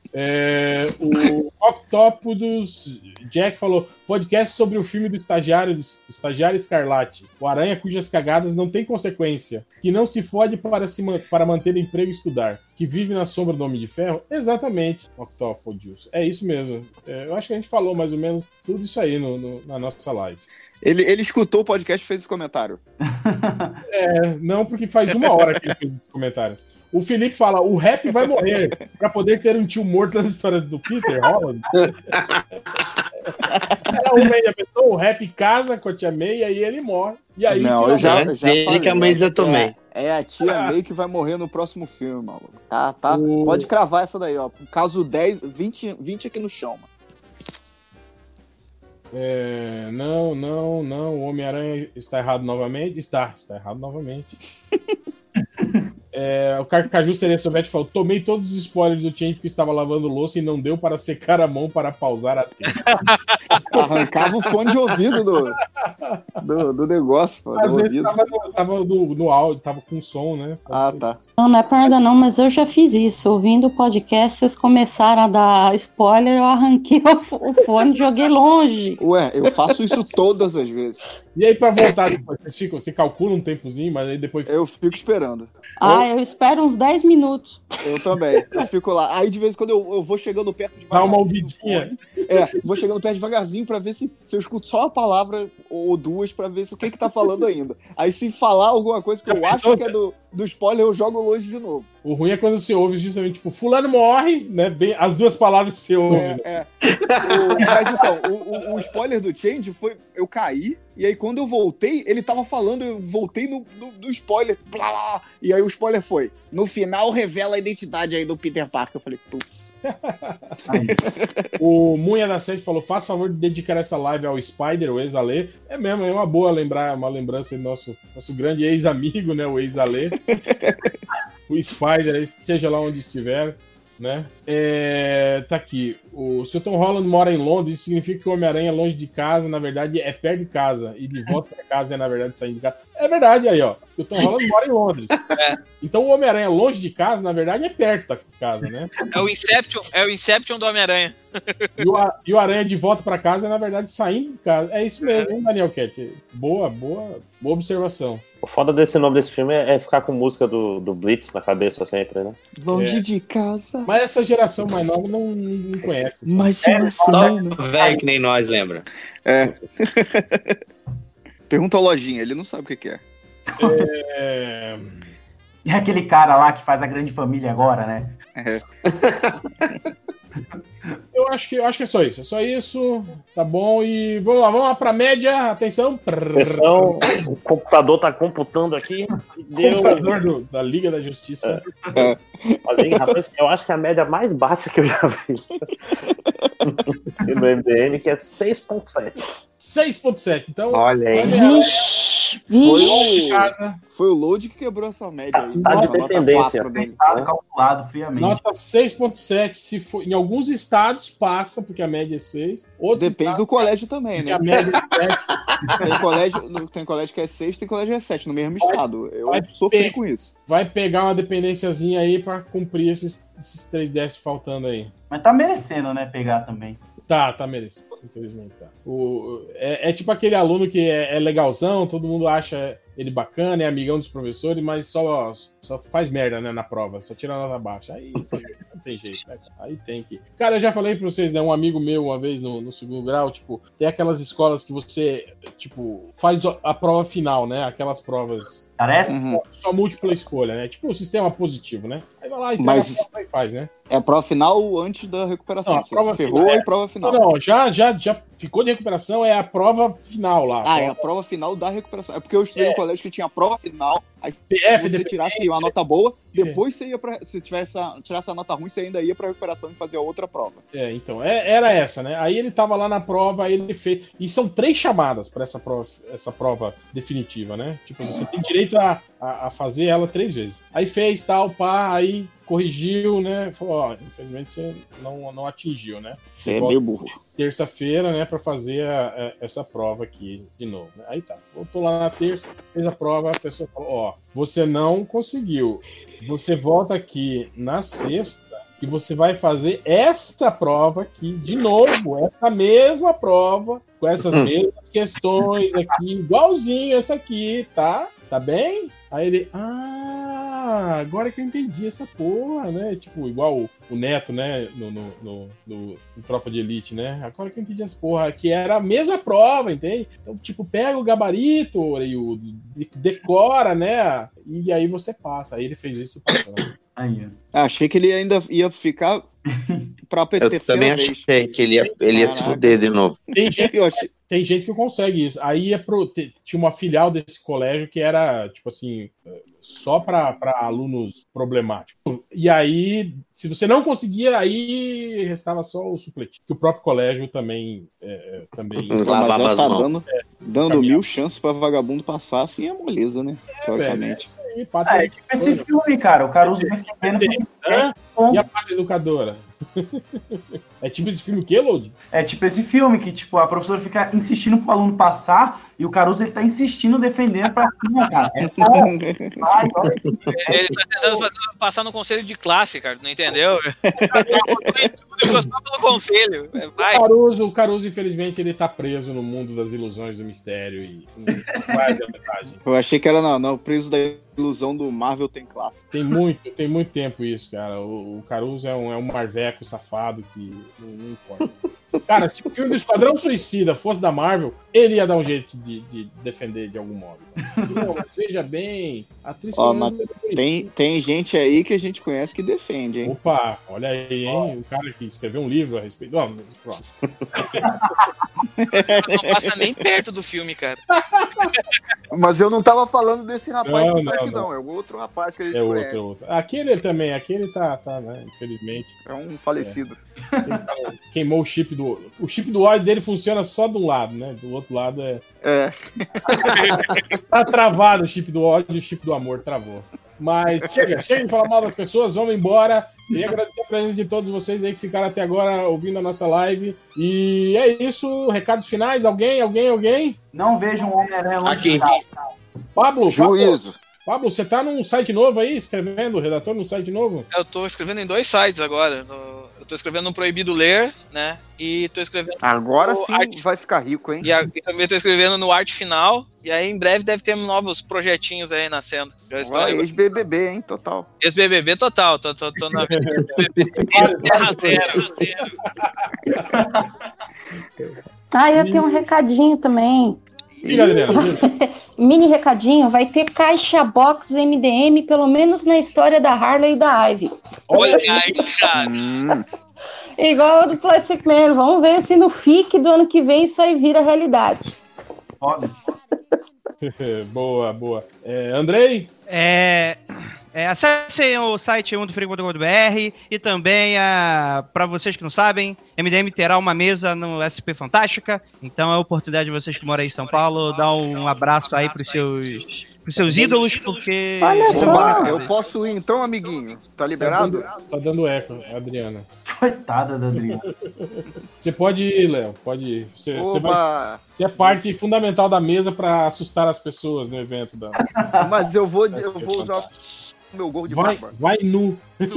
Speaker 2: É, o Octópodos Jack falou: podcast sobre o filme do estagiário, do estagiário Escarlate. O Aranha cujas cagadas não tem consequência. Que não se fode para, se man- para manter emprego e estudar. Que vive na sombra do Homem de Ferro. Exatamente, Octópodos. É isso mesmo. É, eu acho que a gente falou mais ou menos tudo isso aí no, no, na nossa live.
Speaker 6: Ele, ele escutou o podcast e fez esse comentário.
Speaker 2: É, não, porque faz uma hora que ele fez esse comentário. O Felipe fala: o rap vai morrer pra poder ter um tio morto nas histórias do Peter Holland. Era o meia pessoa, o rap casa com a tia May, aí ele morre. E aí,
Speaker 6: Não, eu já,
Speaker 2: finalmente-
Speaker 6: eu já
Speaker 8: Ele
Speaker 6: falei,
Speaker 8: que a Maisa
Speaker 6: é-
Speaker 8: também.
Speaker 6: É, é a tia May que vai morrer no próximo filme, maluco. Tá, tá. Pode cravar essa daí, ó. Caso dez, vinte, vinte aqui no chão, mano.
Speaker 2: É, não, não, não. O Homem-Aranha está errado novamente. Está, está errado novamente. É, o Carcaju Sereia Soviética falou: tomei todos os spoilers do Change porque estava lavando louça e não deu para secar a mão para pausar a tela.
Speaker 6: Arrancava o fone de ouvido do, do, do negócio, pô.
Speaker 2: Às
Speaker 6: do
Speaker 2: vezes
Speaker 6: ouvido.
Speaker 2: tava, no, tava no, no áudio, tava com som, né? Pode
Speaker 6: Ah,
Speaker 2: ser.
Speaker 6: tá.
Speaker 11: Não, não é perda não, mas eu já fiz isso. Ouvindo o podcast, vocês começaram a dar spoiler, eu arranquei o, f- o fone e joguei longe.
Speaker 6: Ué, eu faço isso todas as vezes.
Speaker 2: E aí, pra voltar depois, vocês ficam, você calcula um tempozinho, mas aí depois.
Speaker 6: Eu fico esperando.
Speaker 11: Ah, eu espero uns dez minutos.
Speaker 6: Eu também. Eu fico lá. Aí de vez em quando eu, eu vou chegando perto de
Speaker 2: Dá uma ouvidinha.
Speaker 6: É, vou chegando perto devagarzinho pra ver se, se eu escuto só uma palavra ou duas pra ver se o que que tá falando ainda. Aí se falar alguma coisa que eu acho que é do, do spoiler, eu jogo longe de novo.
Speaker 2: O ruim é quando você ouve justamente, tipo, fulano morre, né? Bem, as duas palavras que você ouve.
Speaker 6: É,
Speaker 2: né?
Speaker 6: é. O- mas então, o, o- o spoiler do Change foi eu caí, e aí quando eu voltei, ele tava falando, eu voltei no, no, no spoiler, blá, blá, e aí o spoiler foi: no final revela a identidade aí do Peter Parker. Eu falei, putz.
Speaker 2: O Munha da Sete falou: faz favor de dedicar essa live ao Spider, o ex-Alê. É mesmo, é uma boa lembrar, uma lembrança do nosso, nosso grande ex-amigo, né? O ex-Alê. O Spider, aí, seja lá onde estiver, né? É, tá aqui. O seu Tom Holland mora em Londres, isso significa que o Homem-Aranha é longe de casa, na verdade é perto de casa. E de volta pra casa é, na verdade, saindo de casa. É verdade aí, ó. O Tom Holland mora em Londres. Então o Homem-Aranha longe de casa, na verdade, é perto da casa, né?
Speaker 9: É o Inception, é o Inception do Homem-Aranha.
Speaker 2: E o, a- e o Aranha de volta pra casa é, na verdade, saindo de casa. É isso mesmo, hein, Daniel Cat? Boa, boa, boa observação.
Speaker 7: O foda desse nome desse filme é, é ficar com música do, do Blitz na cabeça sempre, né?
Speaker 6: Longe
Speaker 2: É.
Speaker 6: de casa.
Speaker 2: Mas essa geração mais nova não, não conhece.
Speaker 6: Mas
Speaker 2: É,
Speaker 6: uma
Speaker 8: Só
Speaker 6: semana.
Speaker 8: velho que nem nós, lembra?
Speaker 6: É. Pergunta ao Lojinha, ele não sabe o que, que é.
Speaker 2: É...
Speaker 3: E aquele cara lá que faz a grande família agora, né?
Speaker 6: É.
Speaker 2: Eu acho que, eu acho que é só isso. É só isso. Tá bom. E vamos lá, vamos lá pra média. Atenção.
Speaker 7: Atenção, o computador tá computando aqui. Deu.
Speaker 2: Computador do- da Liga da Justiça.
Speaker 7: Olha aí, rapaz, eu acho que é a média mais baixa que eu já vi. E no M D M, que é seis ponto sete.
Speaker 2: seis ponto sete. Então,
Speaker 8: Olha aí.
Speaker 11: Vixe,
Speaker 6: Foi
Speaker 11: vixe.
Speaker 2: de
Speaker 6: o,
Speaker 2: casa,
Speaker 6: foi o Load que quebrou essa média aí.
Speaker 7: Tá de
Speaker 6: Nota
Speaker 7: dependência.
Speaker 6: quatro dele.
Speaker 3: Pensado, calculado friamente.
Speaker 2: nota seis ponto sete. Se for, em alguns estados passa, porque a média é seis. Outros
Speaker 6: Depende do
Speaker 2: estados,
Speaker 6: colégio também,
Speaker 2: porque a
Speaker 6: né?
Speaker 2: média é sete.
Speaker 6: Tem colégio, no- tem colégio que é seis, tem colégio que é sete, no mesmo estado. Eu
Speaker 2: vai
Speaker 6: sofri
Speaker 2: pe-
Speaker 6: com isso.
Speaker 2: Vai pegar uma dependênciazinha aí pra cumprir esses, esses três décimos faltando aí.
Speaker 3: Mas tá merecendo, né, pegar também.
Speaker 2: Tá, tá merecido. Infelizmente tá. O, é, é tipo aquele aluno que é, é legalzão, todo mundo acha ele bacana, é amigão dos professores, mas só, só faz merda, né, na prova, só tira a nota baixa. Aí não tem jeito, né? Aí tem que. Cara, eu já falei pra vocês, né? Um amigo meu, uma vez no, no segundo grau, tipo, tem aquelas escolas que você, tipo, faz a prova final, né? Aquelas provas.
Speaker 3: Parece?
Speaker 6: Uhum.
Speaker 2: Só múltipla escolha, né? Tipo o sistema positivo, né? Aí vai lá e entrega
Speaker 6: Mas-
Speaker 2: a prova e faz, né?
Speaker 6: É a prova final antes da recuperação.
Speaker 2: Não, a
Speaker 6: Você
Speaker 2: prova
Speaker 6: se ferrou
Speaker 2: final é-
Speaker 6: e prova final.
Speaker 2: Não, não, já, já, já ficou de recuperação, é a prova final lá.
Speaker 6: Ah, é
Speaker 2: prova
Speaker 6: a prova final da recuperação. É porque eu estudei
Speaker 2: É.
Speaker 6: no colégio que tinha a prova final, aí
Speaker 2: P F,
Speaker 6: se você
Speaker 2: D P,
Speaker 6: tirasse uma nota boa,
Speaker 2: É.
Speaker 6: depois você ia pra. Se tivesse a, tirasse a nota ruim, você ainda ia pra recuperação e fazia outra prova.
Speaker 2: É, então, é- era essa, né? Aí ele tava lá na prova, aí ele fez. E são três chamadas pra essa prova, essa prova definitiva, né? Tipo, você tem direito a, a, a fazer ela três vezes. Aí fez tal, pá, aí corrigiu, né? Falou, ó, infelizmente você não, não atingiu, né?
Speaker 6: Você é
Speaker 2: Volta
Speaker 6: meio burro.
Speaker 2: terça-feira, né, pra fazer a- a- essa prova aqui de novo. Né? Aí tá, voltou lá na terça, fez a prova, a pessoa falou, ó, você não conseguiu. Você volta aqui na sexta que você vai fazer essa prova aqui, de novo, essa mesma prova, com essas mesmas questões aqui, igualzinho essa aqui, tá? Tá bem? Aí ele, ah, agora que eu entendi essa porra, né? Tipo, igual o, o Neto, né? No, no, no, no, no Tropa de Elite, né? Agora que eu entendi essa porra, que era a mesma prova, entende? Então, tipo, pega o gabarito, Oreiudo, decora, né? E aí você passa. Aí ele fez isso passando.
Speaker 3: Aí,
Speaker 6: achei que ele ainda ia ficar pra
Speaker 8: Eu
Speaker 6: terceira
Speaker 8: também
Speaker 6: vez.
Speaker 8: achei que ele ia, ele ia se
Speaker 6: Caraca.
Speaker 8: fuder de novo.
Speaker 2: Tem gente,
Speaker 6: Eu achei...
Speaker 2: tem gente que consegue isso. Aí é pro, t- tinha uma filial desse colégio que era, tipo assim, só para alunos problemáticos. E aí, se você não conseguia, aí restava só o supletivo. Que o próprio colégio também... É, também
Speaker 6: Mas
Speaker 8: Lavava
Speaker 6: ela
Speaker 8: as
Speaker 6: tá
Speaker 8: mãos.
Speaker 6: dando, dando mil chances pra vagabundo passar, assim é moleza, né? Teoricamente.
Speaker 2: E,
Speaker 3: Ah, é tipo esse filme, cara. O Caruso defendendo porque
Speaker 2: Hã?
Speaker 3: bom.
Speaker 2: E a parte educadora? É tipo esse filme o quê, Load?
Speaker 3: É tipo esse filme que, tipo, a professora fica insistindo pro aluno passar e o Caruso ele tá insistindo, defendendo pra cima, cara. É bom. Vai, olha.
Speaker 9: Ele tá tentando fazer- passar no conselho de classe, cara, não entendeu? Ele ficou só pelo conselho. Vai.
Speaker 2: O Caruso, o Caruso, infelizmente, ele tá preso no mundo das ilusões do mistério e não vai da metade.
Speaker 6: Eu achei que era não, não, preso da ilusão do Marvel tem classe.
Speaker 2: Tem muito, tem muito tempo isso, cara. O, o Caruso é um, é um marveco safado que não, não importa. Cara, se o filme do Esquadrão Suicida fosse da Marvel, ele ia dar um jeito de, de defender de algum modo. Não, mas veja bem, a atriz
Speaker 6: Ó,
Speaker 2: Fernanda
Speaker 6: mas tem, tem gente aí que a gente conhece que defende, hein?
Speaker 2: Opa, olha aí, hein? O cara que escreveu um livro a respeito. Não, pronto.
Speaker 9: Não passa nem perto do filme, cara.
Speaker 6: Mas eu não tava falando desse rapaz
Speaker 2: Não,
Speaker 6: que tá
Speaker 2: não,
Speaker 6: aqui,
Speaker 2: não.
Speaker 6: não. É o outro rapaz que a gente
Speaker 2: É outro,
Speaker 6: conhece.
Speaker 2: é outro. Aquele também, aquele tá, tá, né? Infelizmente.
Speaker 6: É um falecido.
Speaker 2: Ele tá- queimou o chip do. O chip do ódio dele funciona só de um lado, né? Do outro lado é.
Speaker 6: É.
Speaker 2: Tá travado o chip do ódio e o chip do amor travou. Mas chega, chega de falar mal das pessoas, vamos embora. E agradecer a presença de todos vocês aí que ficaram até agora ouvindo a nossa live. E é isso. Recados finais? Alguém? Alguém? Alguém?
Speaker 3: Não vejo um Homem-Aranha longe
Speaker 8: Aqui.
Speaker 3: de casa.
Speaker 2: Pablo, Pablo,
Speaker 6: Juízo.
Speaker 2: Pablo, você tá num site novo aí, escrevendo, redator num site novo?
Speaker 9: Eu tô escrevendo em dois sites agora. No- Eu tô escrevendo no Proibido Ler, né? E tô escrevendo.
Speaker 6: Agora
Speaker 9: no
Speaker 6: sim
Speaker 9: Arte-
Speaker 6: vai ficar rico, hein?
Speaker 9: E, a- e também tô escrevendo no Arte Final. E aí em breve deve ter novos projetinhos aí nascendo. Já estou
Speaker 6: Vai, ex-B B B, hein? Total.
Speaker 9: Esse-B B B total, tô, tô, tô na Terra Zero. zero.
Speaker 11: Ah, eu tenho um recadinho também.
Speaker 2: Diga, Adriano. diga.
Speaker 11: Mini recadinho, vai ter caixa box M D M, pelo menos na história da Harley e da Ivy.
Speaker 9: Olha aí, cara.
Speaker 6: Hum.
Speaker 11: Igual a do Plastic Man. Vamos ver se no F I C do ano que vem isso aí vira realidade.
Speaker 3: Foda.
Speaker 2: Boa, boa. É, Andrei?
Speaker 5: É, é, acessem o site mundo frio ponto com ponto b r e também, para vocês que não sabem, M D M terá uma mesa no S P Fantástica, então é a oportunidade de vocês que moram aí em São Paulo, dar um abraço aí pros seus, pros seus ídolos, porque...
Speaker 11: Olha só.
Speaker 6: Opa, eu posso ir então, amiguinho? Tá liberado?
Speaker 2: Tá dando eco, é a Adriana.
Speaker 3: Coitada da Adriana.
Speaker 2: Você pode ir, Léo, pode ir. Você, você, vai-
Speaker 6: Opa!
Speaker 2: você é parte fundamental da mesa pra assustar as pessoas no evento. Da,
Speaker 6: Mas eu vou, eu vou usar o meu gol de
Speaker 2: vai,
Speaker 6: barba.
Speaker 2: vai nu.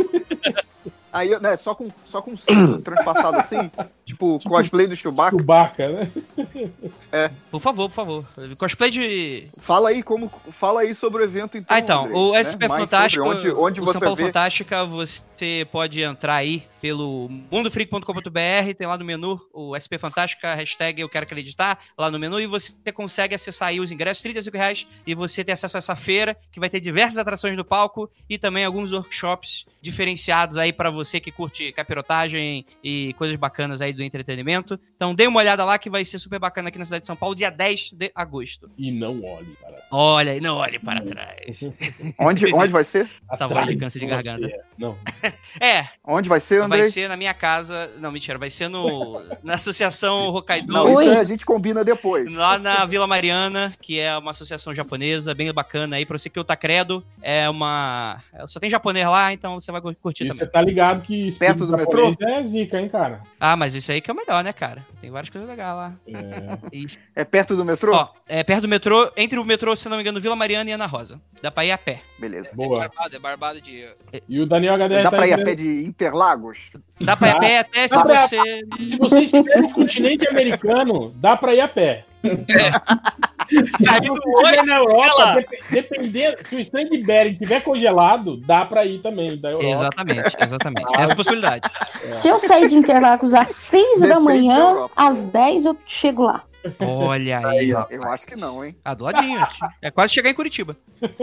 Speaker 6: Aí, né, só com, só com cinto transpassado assim, tipo cosplay do Chewbacca.
Speaker 2: Chewbacca, né?
Speaker 5: Por favor, por favor. Cosplay de...
Speaker 6: Fala aí como, fala aí sobre o evento então.
Speaker 5: Ah, então,
Speaker 6: Andrei,
Speaker 5: o
Speaker 6: né?
Speaker 5: S P
Speaker 6: Mais
Speaker 5: Fantástico,
Speaker 6: sobre onde, onde
Speaker 5: o
Speaker 6: você
Speaker 5: São Paulo
Speaker 6: vê.
Speaker 5: Fantástica, você pode entrar aí pelo mundo freak ponto com ponto b r, tem lá no menu o S P Fantástica, hashtag eu quero acreditar, lá no menu, e você consegue acessar aí os ingressos, trinta e cinco reais, e você tem acesso a essa feira, que vai ter diversas atrações no palco, e também alguns workshops diferenciados aí pra você que curte capirotagem e coisas bacanas aí do entretenimento. Então dê uma olhada lá que vai ser super bacana aqui na cidade de São Paulo, dia dez de agosto.
Speaker 2: E não olhe para
Speaker 5: Olha aí, não olhe para trás.
Speaker 6: Onde, onde vai ser?
Speaker 5: Essa
Speaker 2: atrás
Speaker 5: voz de câncer de
Speaker 2: você.
Speaker 5: garganta.
Speaker 2: Não.
Speaker 5: É,
Speaker 6: Onde vai ser, Andrei?
Speaker 5: vai ser na minha casa. Não, mentira, vai ser no, na Associação Hokkaido.
Speaker 6: Não,
Speaker 11: Ui.
Speaker 6: isso aí a gente combina depois.
Speaker 5: Lá na Vila Mariana, que é uma associação japonesa bem bacana aí, pra você que outa credo, é uma... Só tem japonês lá, então você vai curtir
Speaker 2: E
Speaker 5: também.
Speaker 2: você tá ligado que
Speaker 6: Perto do
Speaker 2: japonês é zica, hein, cara?
Speaker 5: Ah, mas isso aí que é o melhor, né, cara? Tem várias coisas legais lá.
Speaker 2: É.
Speaker 5: E,
Speaker 6: É perto do metrô?
Speaker 5: ó, é perto do metrô, entre o metrô, se não me engano, Vila Mariana e Ana Rosa. Dá pra ir a pé.
Speaker 6: Beleza.
Speaker 2: Boa.
Speaker 9: É barbado, é barbado de...
Speaker 2: E o Daniel H D R
Speaker 6: Dá
Speaker 2: tá
Speaker 6: pra ir a
Speaker 2: querendo-
Speaker 6: pé de Interlagos?
Speaker 5: Dá pra ir a pé até se
Speaker 2: Dá pra-
Speaker 5: você...
Speaker 2: Se você estiver no continente americano, dá pra ir a pé. Se você estiver na Europa, dep- dependendo, se o stand de Bering estiver congelado, dá pra ir também da Europa.
Speaker 5: Exatamente, exatamente. Tem essa possibilidade.
Speaker 11: Se eu sair de Interlagos às seis da
Speaker 6: Depende da
Speaker 11: manhã,
Speaker 6: Europa.
Speaker 11: às dez eu chego lá.
Speaker 5: Olha aí.
Speaker 6: Eu acho que não, hein?
Speaker 5: Ah, do ladinho. tio. É quase chegar em Curitiba.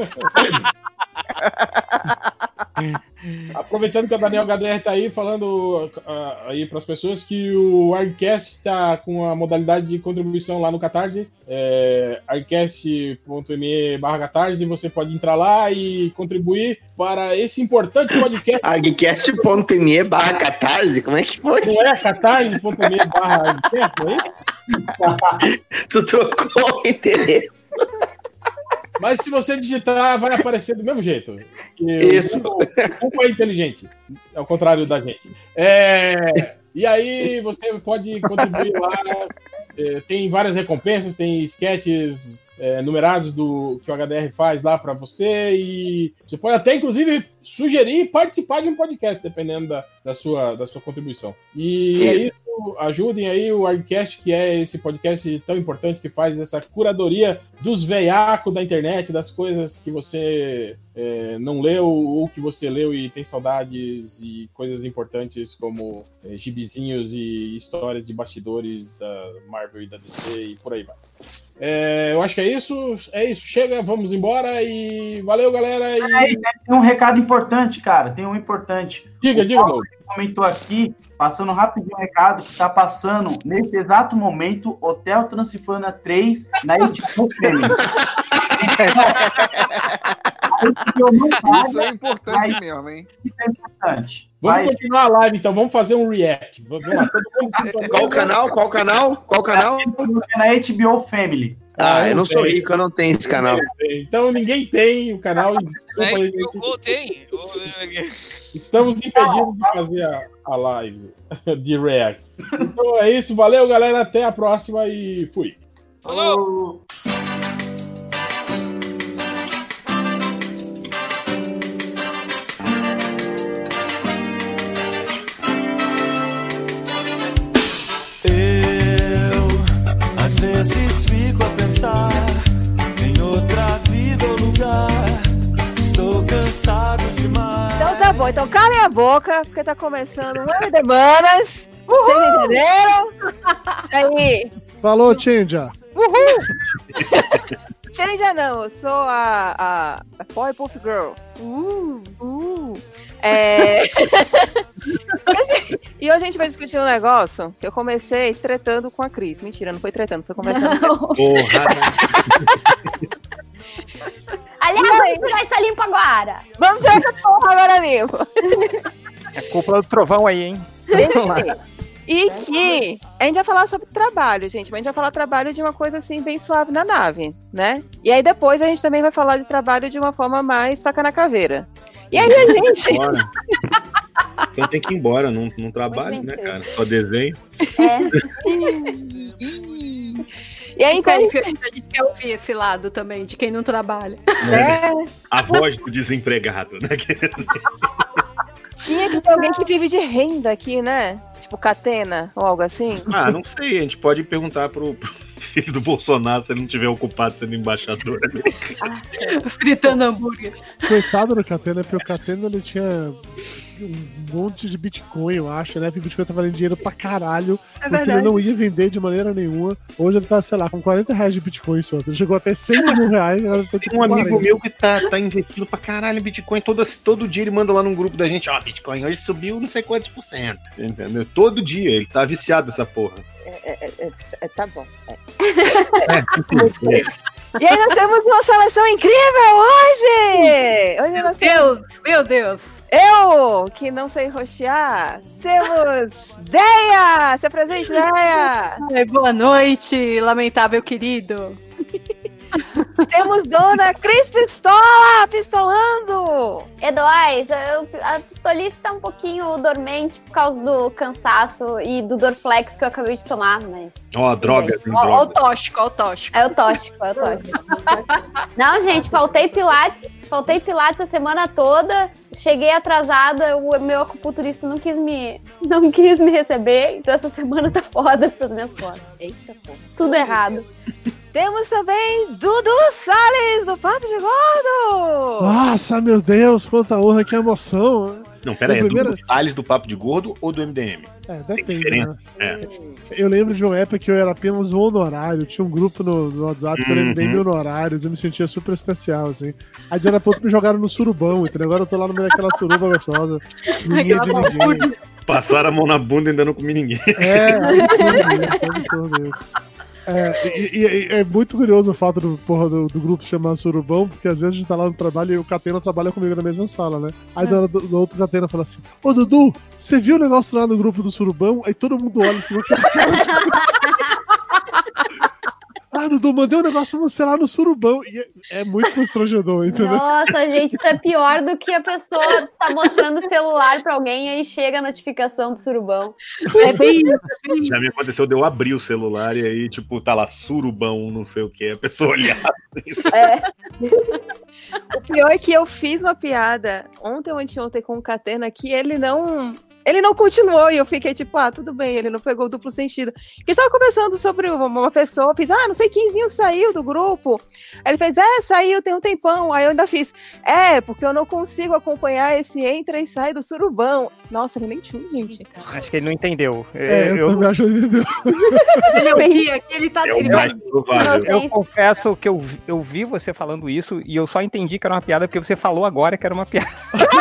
Speaker 2: Aproveitando que o Daniel H D R tá aí, falando uh, aí pras pessoas que o Argcast tá com a modalidade de contribuição lá no Catarse, é, argcast.me barra Catarse, você pode entrar lá e contribuir para esse importante podcast.
Speaker 8: argcast.me barra catarse, como é que foi?
Speaker 2: Não é catarse.me barra Argcast, não é isso?
Speaker 8: Tu trocou o interesse.
Speaker 2: Mas se você digitar, vai aparecer do mesmo jeito.
Speaker 8: Isso.
Speaker 2: O Google é inteligente, ao contrário da gente. É, e aí você pode contribuir lá. É, tem várias recompensas, tem sketches é, numerados do que o H D R faz lá para você. E você pode até, inclusive, sugerir participar de um podcast, dependendo da, da, sua, da sua contribuição. E é isso. Ajudem aí o Argcast, que é esse podcast tão importante que faz essa curadoria dos veiacos da internet, das coisas que você é, não leu ou que você leu e tem saudades, e coisas importantes como é, gibizinhos e histórias de bastidores da Marvel e da D C e por aí vai. É, eu acho que é isso. É isso. Chega, vamos embora e valeu, galera. E...
Speaker 3: Aí, né, tem um recado importante, cara. Tem um importante.
Speaker 2: Diga,
Speaker 3: o
Speaker 2: diga,
Speaker 3: Paulo
Speaker 2: Lou.
Speaker 3: comentou aqui, passando rapidinho um recado, que tá passando, nesse exato momento, Hotel Transilvânia três na H B O Family.
Speaker 6: Isso é importante mesmo, hein?
Speaker 3: Isso é importante.
Speaker 2: Vamos
Speaker 3: Vai.
Speaker 2: continuar a live, então. Vamos fazer um react. Vamos lá, todo mundo se
Speaker 8: Qual canal? Qual canal? Qual canal?
Speaker 3: É na H B O Family.
Speaker 8: Ah, eu não sou
Speaker 2: tem.
Speaker 8: rico, eu não tenho esse canal.
Speaker 2: Então ninguém tem o canal. Desculpa,
Speaker 9: É,
Speaker 2: aí,
Speaker 9: eu
Speaker 2: gente.
Speaker 9: voltei.
Speaker 2: Estamos impedidos de fazer a, a live de react. Então é isso. Valeu, galera. Até a próxima e fui.
Speaker 3: Falou!
Speaker 12: Eu, às vezes, fico a pensar em outra vida ou lugar. Estou cansado demais.
Speaker 13: Então tá bom, então calem a boca, porque tá começando o Nove Semanas. Vocês entenderam? Isso aí.
Speaker 10: Falou, Tinja.
Speaker 13: Uhul! Tinja não, eu sou a, a, a Boy Puff Girl. Uh, uh. É... E hoje a gente vai discutir um negócio que eu comecei tretando com a Cris. Mentira, não foi tretando, foi conversando.
Speaker 7: Porra.
Speaker 11: Aliás, vamos tirar essa limpa agora.
Speaker 13: Vamos tirar essa porra agora limpa.
Speaker 4: É culpa do trovão aí, hein?
Speaker 13: E que a gente vai falar sobre trabalho, gente, mas a gente vai falar trabalho de uma coisa assim bem suave na nave, né? E aí depois a gente também vai falar de trabalho de uma forma mais faca na caveira. E aí a gente...
Speaker 14: Bora. Então tem que ir embora, não, não trabalho, né, cara? Só desenho.
Speaker 13: E aí então...
Speaker 15: A gente, a gente quer ouvir esse lado também, de quem não trabalha.
Speaker 13: É.
Speaker 14: A voz do desempregado, né?
Speaker 13: Tinha que ter alguém que vive de renda aqui, né? Tipo Catena ou algo assim.
Speaker 14: Ah, não sei, a gente pode perguntar pro, pro filho do Bolsonaro se ele não estiver ocupado sendo embaixador.
Speaker 15: Fritando hambúrguer.
Speaker 10: Coitado do Catena, porque o Catena ele tinha um monte de Bitcoin, eu acho, né? Porque o Bitcoin tá valendo dinheiro pra caralho,
Speaker 15: É
Speaker 10: porque
Speaker 15: verdade.
Speaker 10: ele não ia vender de maneira nenhuma. Hoje ele tá, sei lá, com quarenta reais de Bitcoin só. Ele chegou até cem mil reais, agora tá tipo
Speaker 14: Tem um amigo
Speaker 10: quarenta.
Speaker 14: meu que tá, tá investindo pra caralho em Bitcoin. Todo, todo dia ele manda lá num grupo da gente, ó, Bitcoin hoje subiu não sei quantos por cento. Entendeu? Todo dia, ele tá viciado nessa porra.
Speaker 13: É, é, é, é, tá bom. É.
Speaker 14: É,
Speaker 13: E aí nós temos uma seleção incrível hoje! Hoje nós temos...
Speaker 15: Deus, meu Deus!
Speaker 13: Eu, que não sei rostear, temos Deia! Se apresente, Deia!
Speaker 15: Ai, boa noite, lamentável querido.
Speaker 13: Temos Dona Cris Pistola, pistolando!
Speaker 16: Eduardo, eu- a pistolice tá um pouquinho dormente por causa do cansaço e do Dorflex que eu acabei de tomar, mas...
Speaker 14: Ó, drogas, hein,
Speaker 15: Ó, ó o
Speaker 14: drogas.
Speaker 15: tóxico, ó o tóxico.
Speaker 16: É o tóxico, é o tóxico. Não, gente, faltei pilates, faltei pilates a semana toda, cheguei atrasada, o meu acupunturista não quis me, não quis me receber, então essa semana tá foda pras minhas costas. Eita, pô. Tudo errado.
Speaker 13: Temos também Dudu Salles, do Papo de Gordo!
Speaker 10: Nossa, meu Deus, quanta honra, que emoção.
Speaker 14: Não, pera aí,
Speaker 10: No
Speaker 14: é
Speaker 10: primeiro-
Speaker 14: do Salles do Papo de Gordo ou do M D M?
Speaker 10: É,
Speaker 14: Tem
Speaker 10: depende,
Speaker 14: diferença.
Speaker 10: né?
Speaker 14: É.
Speaker 10: Eu lembro de uma época que eu era apenas um honorário, tinha um grupo no, no WhatsApp que eu
Speaker 14: Uhum.
Speaker 10: lembrei de honorários, eu me sentia super especial, assim. Aí de hora a pouco me jogaram no surubão, entendeu? Agora eu tô lá no meio daquela suruba gostosa, ninguém é de ninguém.
Speaker 14: Passaram a mão na bunda e ainda não comi ninguém.
Speaker 10: É, absurdo, absurdo isso. É, e, e- e é muito curioso o fato do, porra, do, do grupo chamar Surubão, porque às vezes a gente tá lá no trabalho e o Catena trabalha comigo na mesma sala, né? Aí do, do, do outro Catena fala assim: Ô Dudu, você viu o negócio lá no grupo do Surubão? Aí todo mundo olha e fala: Ah, Dudu, mandei um negócio pra você lá no Surubão. E é, é muito constrangedor, entendeu?
Speaker 16: Nossa, gente, isso é pior do que a pessoa tá mostrando o celular pra alguém e aí chega a notificação do surubão.
Speaker 15: É bem isso.
Speaker 14: Já me aconteceu de eu abrir o celular e aí, tipo, tá lá, surubão, não sei o que, a pessoa olhar.
Speaker 16: É.
Speaker 13: O pior é que eu fiz uma piada ontem ou anteontem com o Catena que ele não. Ele não continuou e eu fiquei tipo, ah, tudo bem, ele não pegou o duplo sentido. Porque estava conversando sobre uma, uma pessoa, fiz, ah, não sei, quinzinho saiu do grupo. Aí ele fez, é, saiu tem um tempão. Aí eu ainda fiz, é, porque eu não consigo acompanhar esse entra e sai do surubão. Nossa, ele nem tinha, gente.
Speaker 4: Acho que ele não entendeu.
Speaker 10: É, eu,
Speaker 4: eu,
Speaker 10: também acho que entendeu.
Speaker 15: Ele ouvia aqui, ele tá...
Speaker 14: É o
Speaker 15: ele
Speaker 14: mais
Speaker 15: vai-
Speaker 14: provável.
Speaker 4: eu confesso que eu, vi- eu vi você falando isso e eu só entendi que era uma piada porque você falou agora que era uma piada.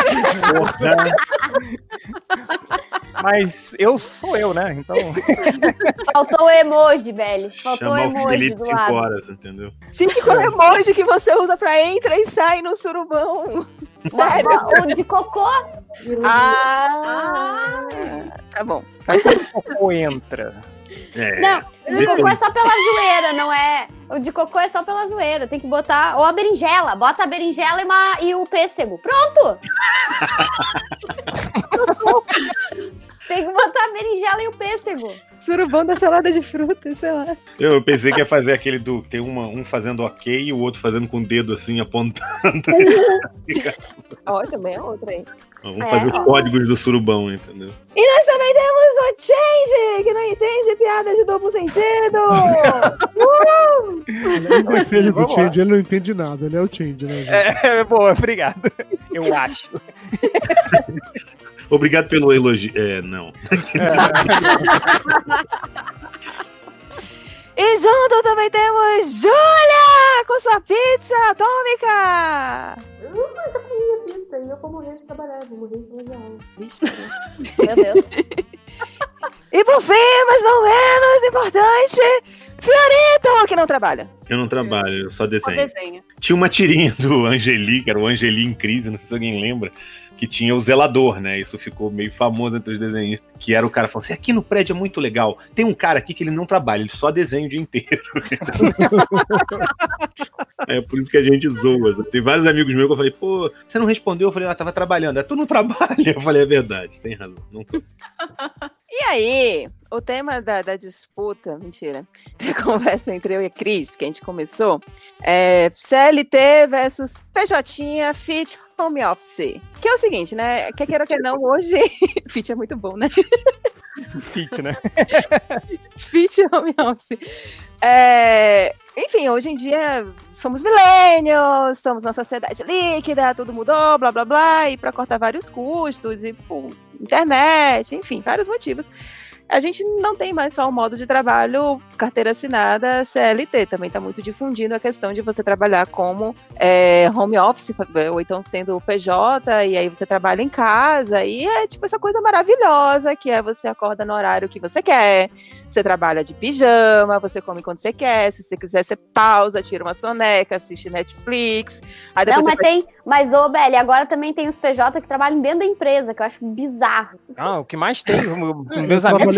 Speaker 4: Mas eu sou eu, né? Então.
Speaker 16: Faltou o emoji, velho. Faltou o
Speaker 14: Chamar o
Speaker 16: emoji
Speaker 14: Felipe
Speaker 16: do
Speaker 14: cinco
Speaker 16: lado.
Speaker 14: horas, entendeu?
Speaker 13: Gente, qual é o emoji que você usa pra entra e sai no surubão? Sério?
Speaker 16: O de cocô.
Speaker 13: Ah, tá bom.
Speaker 4: Faz o cocô entra.
Speaker 14: É.
Speaker 16: Não, o de cocô é só pela zoeira, não é? O de cocô é só pela zoeira. Tem que botar. Ou a berinjela. Bota a berinjela e, uma, e o pêssego. Pronto! Tem que botar a berinjela e o pêssego.
Speaker 13: Surubão da salada de frutas, sei lá.
Speaker 14: Eu, eu pensei que ia fazer aquele do. Tem uma, um fazendo ok e o outro fazendo com o dedo assim, apontando.
Speaker 13: Ó, também é outra aí.
Speaker 14: Vamos
Speaker 13: É,
Speaker 14: fazer os
Speaker 13: ó.
Speaker 14: códigos do surubão, entendeu?
Speaker 13: E nós também temos o Change, que não entende piada de duplo sentido. uh!
Speaker 10: Em defesa do
Speaker 4: Vamos lá.
Speaker 10: Change, ele não entende nada, ele é o Change, né? gente?
Speaker 4: É, boa, obrigado. Eu acho.
Speaker 14: Obrigado pelo elogio. É, não.
Speaker 13: E junto também temos Júlia com sua pizza atômica.
Speaker 17: Eu já comi a pizza e eu vou morrer de trabalhar, vou morrer de trabalhar.
Speaker 16: Meu Deus.
Speaker 13: E por fim, mas não menos importante, Fiorito, que não trabalha.
Speaker 14: Eu não trabalho, eu só
Speaker 15: Só
Speaker 14: desenho.
Speaker 15: desenha.
Speaker 14: Tinha uma tirinha do Angeli, que era o Angeli em crise, não sei se alguém lembra, que tinha o zelador, né? Isso ficou meio famoso entre os desenhistas, que era o cara falando assim, aqui no prédio é muito legal, tem um cara aqui que ele não trabalha, ele só desenha o dia inteiro. É por isso que a gente zoa. Tem vários amigos meus que eu falei, pô, você não respondeu? Eu falei, ah, tava trabalhando. É, tu não trabalha? Eu falei, é verdade, tem razão. Não tô.
Speaker 13: E aí, o tema da, da disputa, mentira, da conversa entre eu e a Cris, que a gente começou, é C L T versus P J Fit Home Office. Que é o seguinte, né? Quer queira ou quer não, hoje... Fit é muito bom, né?
Speaker 4: Fit, né?
Speaker 13: Fit Home Office. É, enfim, hoje em dia somos millennials, estamos na sociedade líquida, tudo mudou, blá blá blá, e para cortar vários custos, e por internet, enfim, vários motivos. A gente não tem mais só o modo de trabalho carteira assinada C L T, também está muito difundindo a questão de você trabalhar como é, home office, ou então sendo o P J, e aí você trabalha em casa, e é tipo essa coisa maravilhosa, que é você acorda no horário que você quer, você trabalha de pijama, você come quando você quer, se você quiser você pausa, tira uma soneca, assiste Netflix, aí
Speaker 16: Não,
Speaker 13: depois
Speaker 16: mas
Speaker 13: você...
Speaker 16: tem. Mas, ô, Beli, agora também tem os P J que trabalham dentro da empresa, que eu acho bizarro.
Speaker 4: Ah, o que mais tem, o-
Speaker 10: É,
Speaker 4: meus
Speaker 10: eu
Speaker 4: amigos
Speaker 10: trabalhei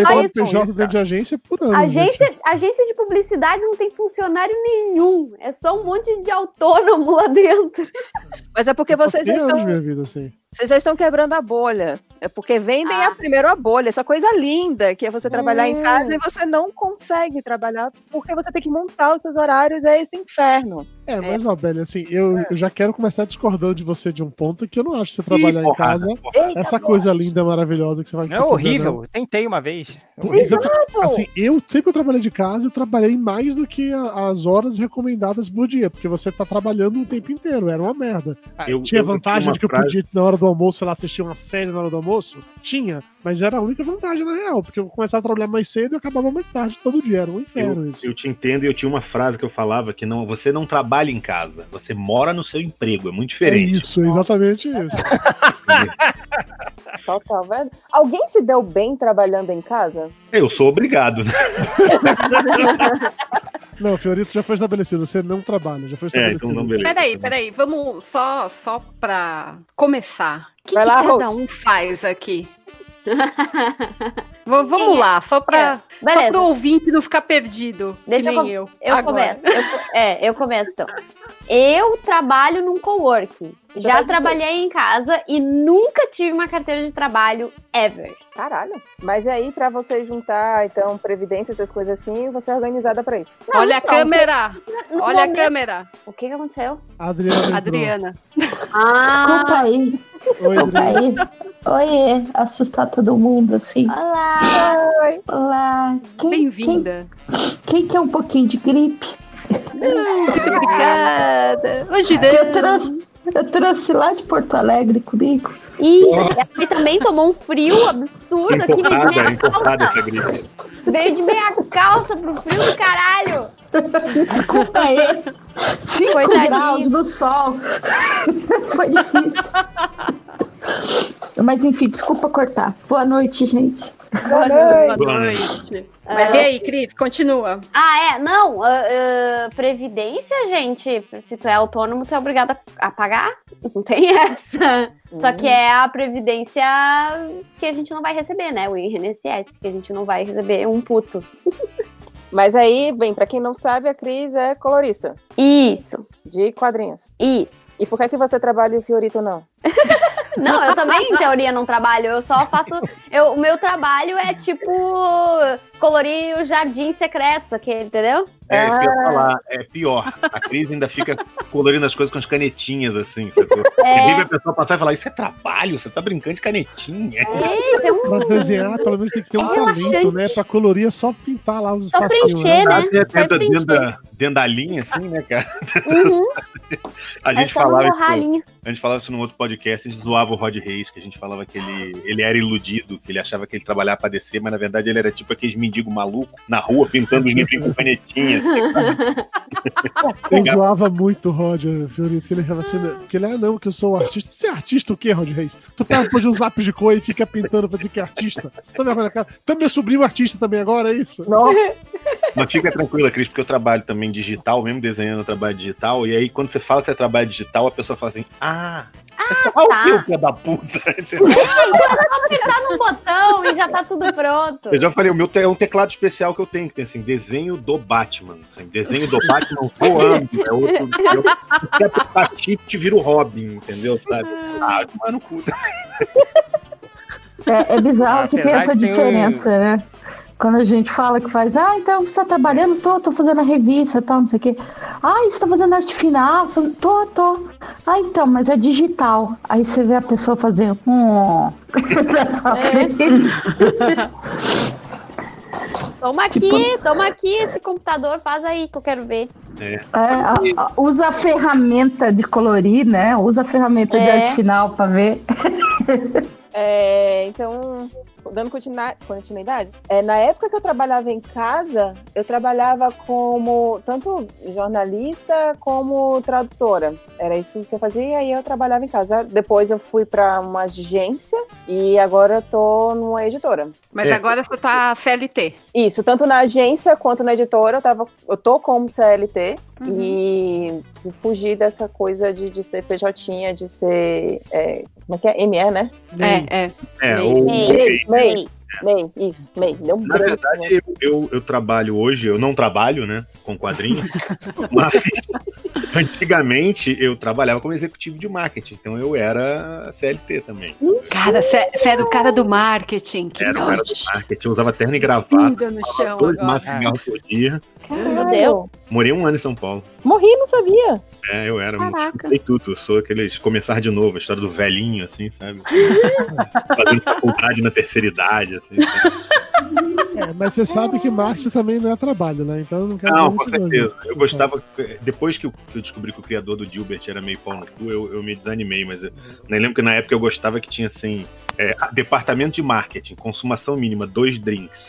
Speaker 10: C
Speaker 16: só
Speaker 10: N
Speaker 16: isso.
Speaker 10: P J dentro de agência por ano.
Speaker 16: Agência, agência de publicidade não tem funcionário nenhum. É só um monte de autônomo lá dentro.
Speaker 13: Mas é porque vocês já
Speaker 10: Passei anos
Speaker 13: estão...
Speaker 10: de minha vida, assim.
Speaker 13: Vocês já estão quebrando a bolha. É porque vendem
Speaker 16: Ah.
Speaker 13: a primeiro a bolha. Essa coisa linda que é você trabalhar em
Speaker 16: Hum.
Speaker 13: casa e você não consegue trabalhar porque você tem que montar os seus horários. É esse inferno.
Speaker 10: É, mas, ó, Beli, assim, eu, eu já quero começar discordando de você de um ponto que eu não acho que você trabalhar em
Speaker 14: porrada,
Speaker 10: casa,
Speaker 14: porrada.
Speaker 10: essa coisa linda, maravilhosa que você vai
Speaker 4: É horrível. Tentei uma vez.
Speaker 10: Exato. Assim, eu sempre que eu trabalhei de casa, eu trabalhei mais do que a- as horas recomendadas por dia, porque você tá trabalhando o tempo inteiro, era uma merda.
Speaker 14: Eu-
Speaker 10: tinha
Speaker 14: eu- eu
Speaker 10: vantagem
Speaker 14: tinha uma
Speaker 10: de que eu
Speaker 14: frase-
Speaker 10: podia ir na hora do almoço, sei lá, assistir uma série na hora do almoço? Tinha, mas era a única vantagem na real, porque eu começava a trabalhar mais cedo e acabava mais tarde todo dia, era um inferno
Speaker 14: Eu,
Speaker 10: isso.
Speaker 14: eu te entendo e eu tinha uma frase que eu falava que não, você não trabalha em casa, você mora no seu emprego, é muito
Speaker 10: É
Speaker 14: diferente.
Speaker 10: isso, é exatamente isso.
Speaker 13: Total, velho. Alguém se deu bem trabalhando em casa?
Speaker 14: Eu sou obrigado, né?
Speaker 10: Não, Fiorito, já foi estabelecido, você não trabalha, já foi
Speaker 14: É,
Speaker 10: estabelecido.
Speaker 14: então não, beleza.
Speaker 15: Peraí, peraí, vamos só, só pra começar. O que,
Speaker 13: Vai
Speaker 15: que
Speaker 13: lá,
Speaker 15: cada
Speaker 13: Rose.
Speaker 15: um faz aqui? V- vamos lá, só pra, só
Speaker 16: Beleza.
Speaker 15: pro ouvinte não ficar perdido,
Speaker 16: Deixa
Speaker 15: que
Speaker 16: eu,
Speaker 15: nem
Speaker 16: com-
Speaker 15: eu.
Speaker 16: eu
Speaker 15: agora.
Speaker 16: começo. Eu, co- é, eu começo então. Eu trabalho num coworking. Já
Speaker 13: Trabalho de
Speaker 16: trabalhei em casa e nunca tive uma carteira de trabalho ever.
Speaker 13: Caralho. Mas aí, pra você juntar, então, previdência, essas coisas assim, você é organizada pra isso.
Speaker 16: Não,
Speaker 15: Olha a
Speaker 16: então,
Speaker 15: câmera,
Speaker 16: no
Speaker 15: olha a
Speaker 16: momento-
Speaker 15: câmera.
Speaker 16: O que que aconteceu?
Speaker 10: A Adriana. entrou.
Speaker 15: Adriana.
Speaker 11: Desculpa aí.
Speaker 10: Oi,
Speaker 11: Desculpa
Speaker 10: Adriana.
Speaker 11: aí. Oiê, assustar todo mundo assim.
Speaker 16: Olá!
Speaker 11: Olá. Quem,
Speaker 15: Bem-vinda.
Speaker 11: Quem, quem quer um pouquinho de gripe?
Speaker 15: Obrigada. Hoje
Speaker 11: Eu trouxe, eu trouxe lá de Porto Alegre comigo.
Speaker 16: Ixi, ele também tomou um frio absurdo aqui, veio de
Speaker 14: Importada,
Speaker 16: meia
Speaker 14: importada essa
Speaker 16: calça.
Speaker 14: gripe.
Speaker 16: Veio de meia calça pro frio do caralho.
Speaker 11: Desculpa aí. cinco
Speaker 16: Coitadinho.
Speaker 11: graus no sol. Foi difícil. Mas enfim, desculpa cortar. Boa noite, gente.
Speaker 16: Boa
Speaker 15: Boa
Speaker 14: Boa
Speaker 15: noite. Mas e aí, Cris, continua.
Speaker 16: Ah, é? Não, ah, ah, previdência, gente, se tu é autônomo, tu é obrigado a, a pagar. Não tem essa. Só que é a previdência que a gente não vai receber, né? O I N S S, que a gente não vai receber um puto.
Speaker 13: Mas aí, bem, pra quem não sabe, a Cris é colorista
Speaker 16: Isso,
Speaker 13: de quadrinhos.
Speaker 16: isso.
Speaker 13: E por que, que você trabalha e o Fiorito não?
Speaker 16: Não, eu também, em teoria, não trabalho. Eu só faço... Eu, o meu trabalho é, tipo, colorir os jardins secretos aqui, entendeu?
Speaker 14: É, isso que eu ia falar, é pior. A Cris ainda fica colorindo as coisas com as canetinhas, assim, sacou?
Speaker 16: É.
Speaker 14: E vive a pessoa passar e falar, isso é trabalho, você tá brincando de canetinha.
Speaker 16: Isso, é um...
Speaker 10: Pra desenhar, pelo menos tem que ter um
Speaker 16: É
Speaker 10: talento,
Speaker 16: relaxante.
Speaker 10: né? Pra colorir é só pintar lá os
Speaker 16: Só
Speaker 10: espacinhos.
Speaker 16: preencher, né?
Speaker 14: Até
Speaker 16: Só
Speaker 14: dentro,
Speaker 16: preencher.
Speaker 14: dentro, da, dentro da linha, assim, né, cara?
Speaker 16: Uhum.
Speaker 14: A
Speaker 16: É
Speaker 14: gente
Speaker 16: só não
Speaker 14: falava
Speaker 16: borrar a
Speaker 14: isso,
Speaker 16: linha.
Speaker 14: a gente falava isso num outro podcast, a gente zoava o Rod Reis, que a gente falava que ele, ele era iludido, que ele achava que ele trabalhava pra descer, mas na verdade ele era tipo aqueles mendigos malucos na rua, pintando os livros com canetinha. Assim.
Speaker 10: Eu zoava muito o Roger, Fiorito, que ele achava assim, porque ele, ah, não, que eu sou artista. Você é artista o quê, Roger Reis? Tu pega depois de uns lápis de cor e fica pintando pra dizer que é artista. Tá vendo na cara? Então meu sobrinho é artista também agora, é isso?
Speaker 13: Nossa.
Speaker 14: Mas fica tranquila, Cris, porque eu trabalho também digital, mesmo desenhando eu trabalho digital, e aí quando você fala que você trabalha digital, a pessoa fala assim, ah,
Speaker 16: Ah,
Speaker 14: ah o
Speaker 16: tá.
Speaker 14: que, filho da puta?
Speaker 16: É, então é só apertar no botão e já tá tudo pronto.
Speaker 14: Eu já falei, o meu te- é um teclado especial que eu tenho, que tem assim, desenho do Batman. Assim, desenho do Batman voando. É outro. Eu, se apertar shift, vira o Robin, entendeu? Sabe? Ah, tomar no cu.
Speaker 11: É, é bizarro
Speaker 4: Ah,
Speaker 11: que tem
Speaker 4: apesar
Speaker 11: essa
Speaker 4: que tem
Speaker 11: diferença, né? Quando a gente fala que faz, ah, então você tá trabalhando? Tô, tô fazendo a revista e tal, não sei o quê. Ah, você tá fazendo arte final? Tô, tô. Ah, então, mas é digital. Aí você vê a pessoa fazendo, hum, na sua frente.
Speaker 16: Toma aqui, toma aqui esse computador, faz aí que eu quero ver.
Speaker 14: É.
Speaker 11: É, a- a- usa a ferramenta de colorir, né? Usa a ferramenta de
Speaker 16: É.
Speaker 11: arte final pra ver.
Speaker 13: É, então, dando continua- continuidade, é, na época que eu trabalhava em casa, eu trabalhava como tanto jornalista como tradutora. Era isso que eu fazia e aí eu trabalhava em casa. Depois eu fui para uma agência e agora eu tô numa editora.
Speaker 15: Mas
Speaker 14: É.
Speaker 15: agora você tá C L T.
Speaker 13: Isso, tanto na agência quanto na editora, eu, tava, eu tô como C L T
Speaker 15: Uhum.
Speaker 13: e eu fugi dessa coisa de, de ser P J, de ser. É, como é que é? M E, né?
Speaker 15: É, é.
Speaker 14: É,
Speaker 15: Meio.
Speaker 14: ou
Speaker 16: Meio.
Speaker 13: MEI. May, isso, May. Deu um
Speaker 14: Na verdade, eu, eu, eu trabalho hoje, eu não trabalho, né, com quadrinhos, mas antigamente eu trabalhava como executivo de marketing, então eu era C L T também.
Speaker 15: Cara, você é do cara do marketing. Que
Speaker 14: Era o cara do
Speaker 15: nojo.
Speaker 14: marketing, eu usava terno e gravata,
Speaker 15: Pinga no chão
Speaker 14: dois
Speaker 15: agora.
Speaker 14: maços por dia.
Speaker 13: Meu Deus.
Speaker 14: Morei um ano em São Paulo.
Speaker 13: Morri, não sabia.
Speaker 14: É, eu era.
Speaker 13: Caraca.
Speaker 14: Sei tudo. Eu sou aqueles começar de novo, a história do velhinho, assim, sabe? Fazendo faculdade na terceira idade, assim. Sabe?
Speaker 10: É, mas você sabe que marketing também não é trabalho, né? Então não quer
Speaker 14: Não,
Speaker 10: dizer
Speaker 14: com
Speaker 10: muito
Speaker 14: certeza.
Speaker 10: longe.
Speaker 14: Eu gostava. Depois que eu, que eu descobri que o criador do Dilbert era meio pau no cu, eu, eu me desanimei, mas eu, nem lembro que na época eu gostava que tinha assim. É, departamento de marketing, consumação mínima, dois drinks.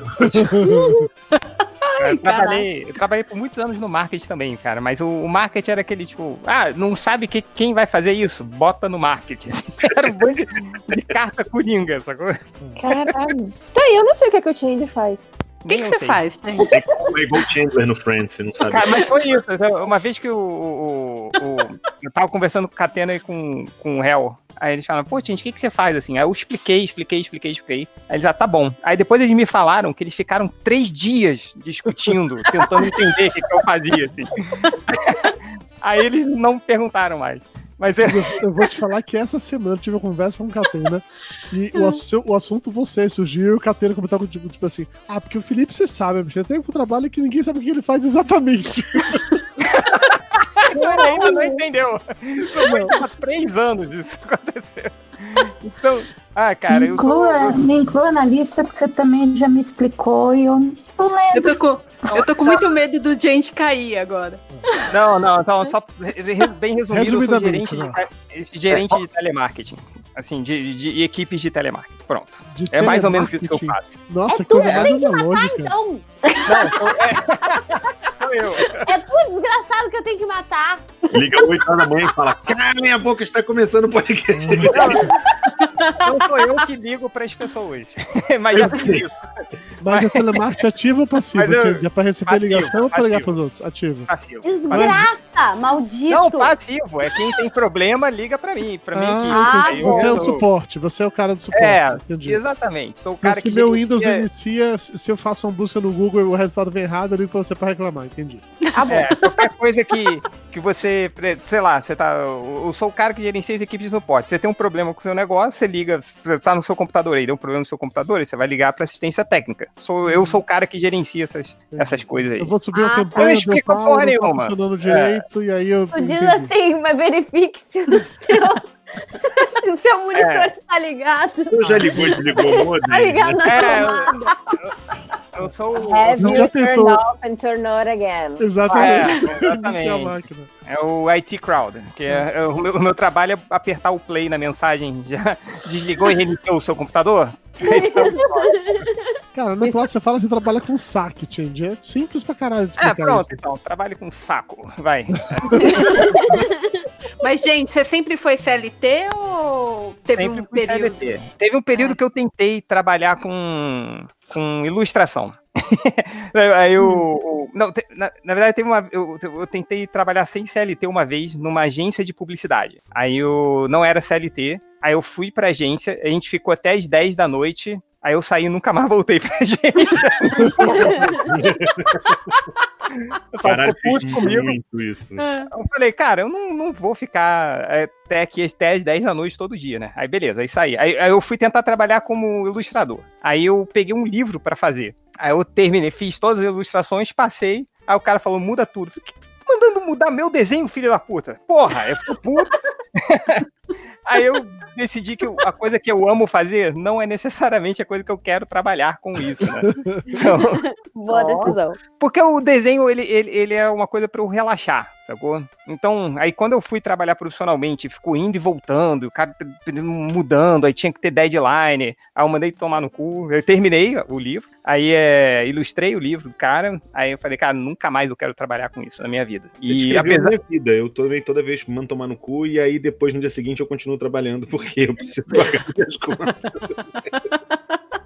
Speaker 4: Eu trabalhei, eu trabalhei por muitos anos no marketing também, cara. Mas o, o marketing era aquele tipo, ah, não sabe que, quem vai fazer isso? Bota no marketing. Era um bando de, de carta coringa, sacou?
Speaker 13: Caralho. Tá aí, eu não sei o que, é que o Change faz.
Speaker 15: O que, que você faz, gente?
Speaker 14: É igual o Chandler no Friends, você não sabe.
Speaker 4: Cara, mas foi isso. Uma vez que o, o, o- eu tava conversando com o Catena e com, com o Hel. Aí eles falaram, pô, gente, o que, que você faz assim? Aí eu expliquei, expliquei, expliquei, expliquei. Aí eles, ah, tá bom. Aí depois eles me falaram que eles ficaram três dias discutindo, tentando entender o que, que eu fazia, assim. Aí eles não perguntaram mais. Mas eu...
Speaker 10: eu vou te falar que essa semana eu tive uma conversa com o Catena e o, ass- o assunto você surgiu e o Catena comentou tipo, tipo assim, ah, porque o Felipe você sabe, bicho, ele tem um trabalho que ninguém sabe o que ele faz exatamente.
Speaker 4: Ele ainda não entendeu. Foi há três anos isso aconteceu. Então, ah, cara,
Speaker 18: me,
Speaker 4: eu
Speaker 18: inclua,
Speaker 4: tô...
Speaker 18: me inclua na lista que você também já me explicou e eu não lembro.
Speaker 15: Eu tô com, eu tô com muito medo do gente cair agora.
Speaker 4: Não, não, então, só re- bem resumido, eu sou
Speaker 10: Resumidamente,
Speaker 4: gerente,
Speaker 10: né?
Speaker 4: de, gerente de telemarketing. Assim, de, de equipes de telemarketing. Pronto.
Speaker 10: De
Speaker 4: É mais ou menos isso que eu
Speaker 10: telemarketing.
Speaker 4: faço.
Speaker 10: Nossa,
Speaker 16: É
Speaker 10: que
Speaker 16: tu
Speaker 10: coisa
Speaker 16: que
Speaker 10: mais
Speaker 16: tem que matar,
Speaker 10: analógica.
Speaker 16: então.
Speaker 4: Sou eu.
Speaker 16: É tu, desgraçado, que eu tenho que matar.
Speaker 14: Liga oito horas da manhã e fala, calem a boca, está começando o podcast.
Speaker 4: Não sou eu que ligo para as pessoas. Mas já fiz isso.
Speaker 10: Mas é telemarketing ativo ou passivo?
Speaker 4: Mas eu-
Speaker 10: É pra receber
Speaker 4: passivo,
Speaker 10: ligação ou pra ligar
Speaker 4: passivo.
Speaker 10: pros outros? Ativo.
Speaker 4: Passivo.
Speaker 16: Desgraça, maldito.
Speaker 4: Não, passivo. É quem tem problema, liga pra mim. Pra mim aqui.
Speaker 10: Ah,
Speaker 4: Aí
Speaker 10: entendi. Você é
Speaker 4: eu-
Speaker 10: o suporte, você é o cara do suporte.
Speaker 4: É,
Speaker 10: entendi.
Speaker 4: exatamente. Sou o
Speaker 10: Então,
Speaker 4: cara
Speaker 10: se
Speaker 4: que
Speaker 10: meu Windows
Speaker 4: gerencia-
Speaker 10: inicia, se eu faço uma busca no Google e o resultado vem errado, eu ligo pra você pra reclamar, entendi.
Speaker 4: É, qualquer coisa que, que você, sei lá, você tá. Eu sou o cara que gerencia as equipes de suporte. Você tem um problema com o seu negócio, você liga, você tá no seu computador aí, deu um problema no seu computador, aí você vai ligar pra assistência técnica. Sou, eu sou o cara que gerencia essas, essas coisas aí.
Speaker 10: Eu vou subir uma
Speaker 16: Ah,
Speaker 10: campanha,
Speaker 4: não
Speaker 10: do
Speaker 4: explica
Speaker 10: Paulo,
Speaker 4: porra
Speaker 10: não tá
Speaker 4: nenhuma.
Speaker 10: funcionando direito, e aí eu.
Speaker 16: Tu diz
Speaker 10: entendi.
Speaker 16: assim, mas verifique se o seu, se o seu monitor
Speaker 4: É.
Speaker 16: está ligado.
Speaker 14: Eu já ligou e desligou o modem.
Speaker 16: Tá ligado na
Speaker 4: É, eu-
Speaker 16: tomada.
Speaker 4: Eu sou o.
Speaker 13: Have
Speaker 10: Não,
Speaker 13: you
Speaker 10: já
Speaker 13: turned
Speaker 10: tentou.
Speaker 13: off and turn on again.
Speaker 10: Exatamente.
Speaker 4: É, exatamente.
Speaker 10: Iniciar a máquina.
Speaker 4: É o I T Crowd, que é, é o, meu, o meu trabalho é apertar o play na mensagem. Já desligou e reiniciou o seu computador?
Speaker 10: Cara, na próxima você fala que você trabalha com saque, Change. É simples pra caralho de
Speaker 4: É,
Speaker 10: explicar
Speaker 4: pronto,
Speaker 10: isso.
Speaker 4: então. Trabalho com saco. Vai.
Speaker 15: Mas, gente, você sempre foi C L T ou teve
Speaker 4: Sempre
Speaker 15: um
Speaker 4: fui
Speaker 15: período?
Speaker 4: C L T. Teve um período que eu tentei trabalhar com, com ilustração. Aí eu. Não, te- na, na verdade, teve uma, eu, eu tentei trabalhar sem C L T uma vez numa agência de publicidade. Aí eu não era C L T. Aí eu fui pra agência, a gente ficou até as dez da noite. Aí eu saí e nunca mais voltei pra agência. O pessoal
Speaker 14: Caralho,
Speaker 4: ficou puto
Speaker 14: fiz
Speaker 4: comigo.
Speaker 14: muito isso.
Speaker 4: Eu falei, cara, eu não, não vou ficar é, até aqui até as dez da noite todo dia, né? Aí beleza, aí saí. Aí, aí eu fui tentar trabalhar como ilustrador. Aí eu peguei um livro pra fazer. Aí eu terminei, fiz todas as ilustrações, passei. Aí o cara falou, muda tudo. Eu falei, que tu tá mandando mudar meu desenho, filho da puta? Porra, eu fico puto. Aí eu decidi que eu- a coisa que eu amo fazer não é necessariamente a coisa que eu quero trabalhar com isso, né? Então,
Speaker 13: Boa decisão.
Speaker 4: porque o desenho, ele, ele, ele é uma coisa pra eu relaxar, sacou? Então, aí quando eu fui trabalhar profissionalmente, ficou indo e voltando, o cara mudando, aí tinha que ter deadline, aí eu mandei tomar no cu, eu terminei o livro, aí é, ilustrei o livro do cara, aí eu falei, cara, nunca mais eu quero trabalhar com isso na minha vida.
Speaker 14: E
Speaker 4: E apesar...
Speaker 14: a minha vida, eu também toda vez mando tomar no cu e aí depois no dia seguinte eu continuo trabalhando porque eu preciso pagar minhas contas.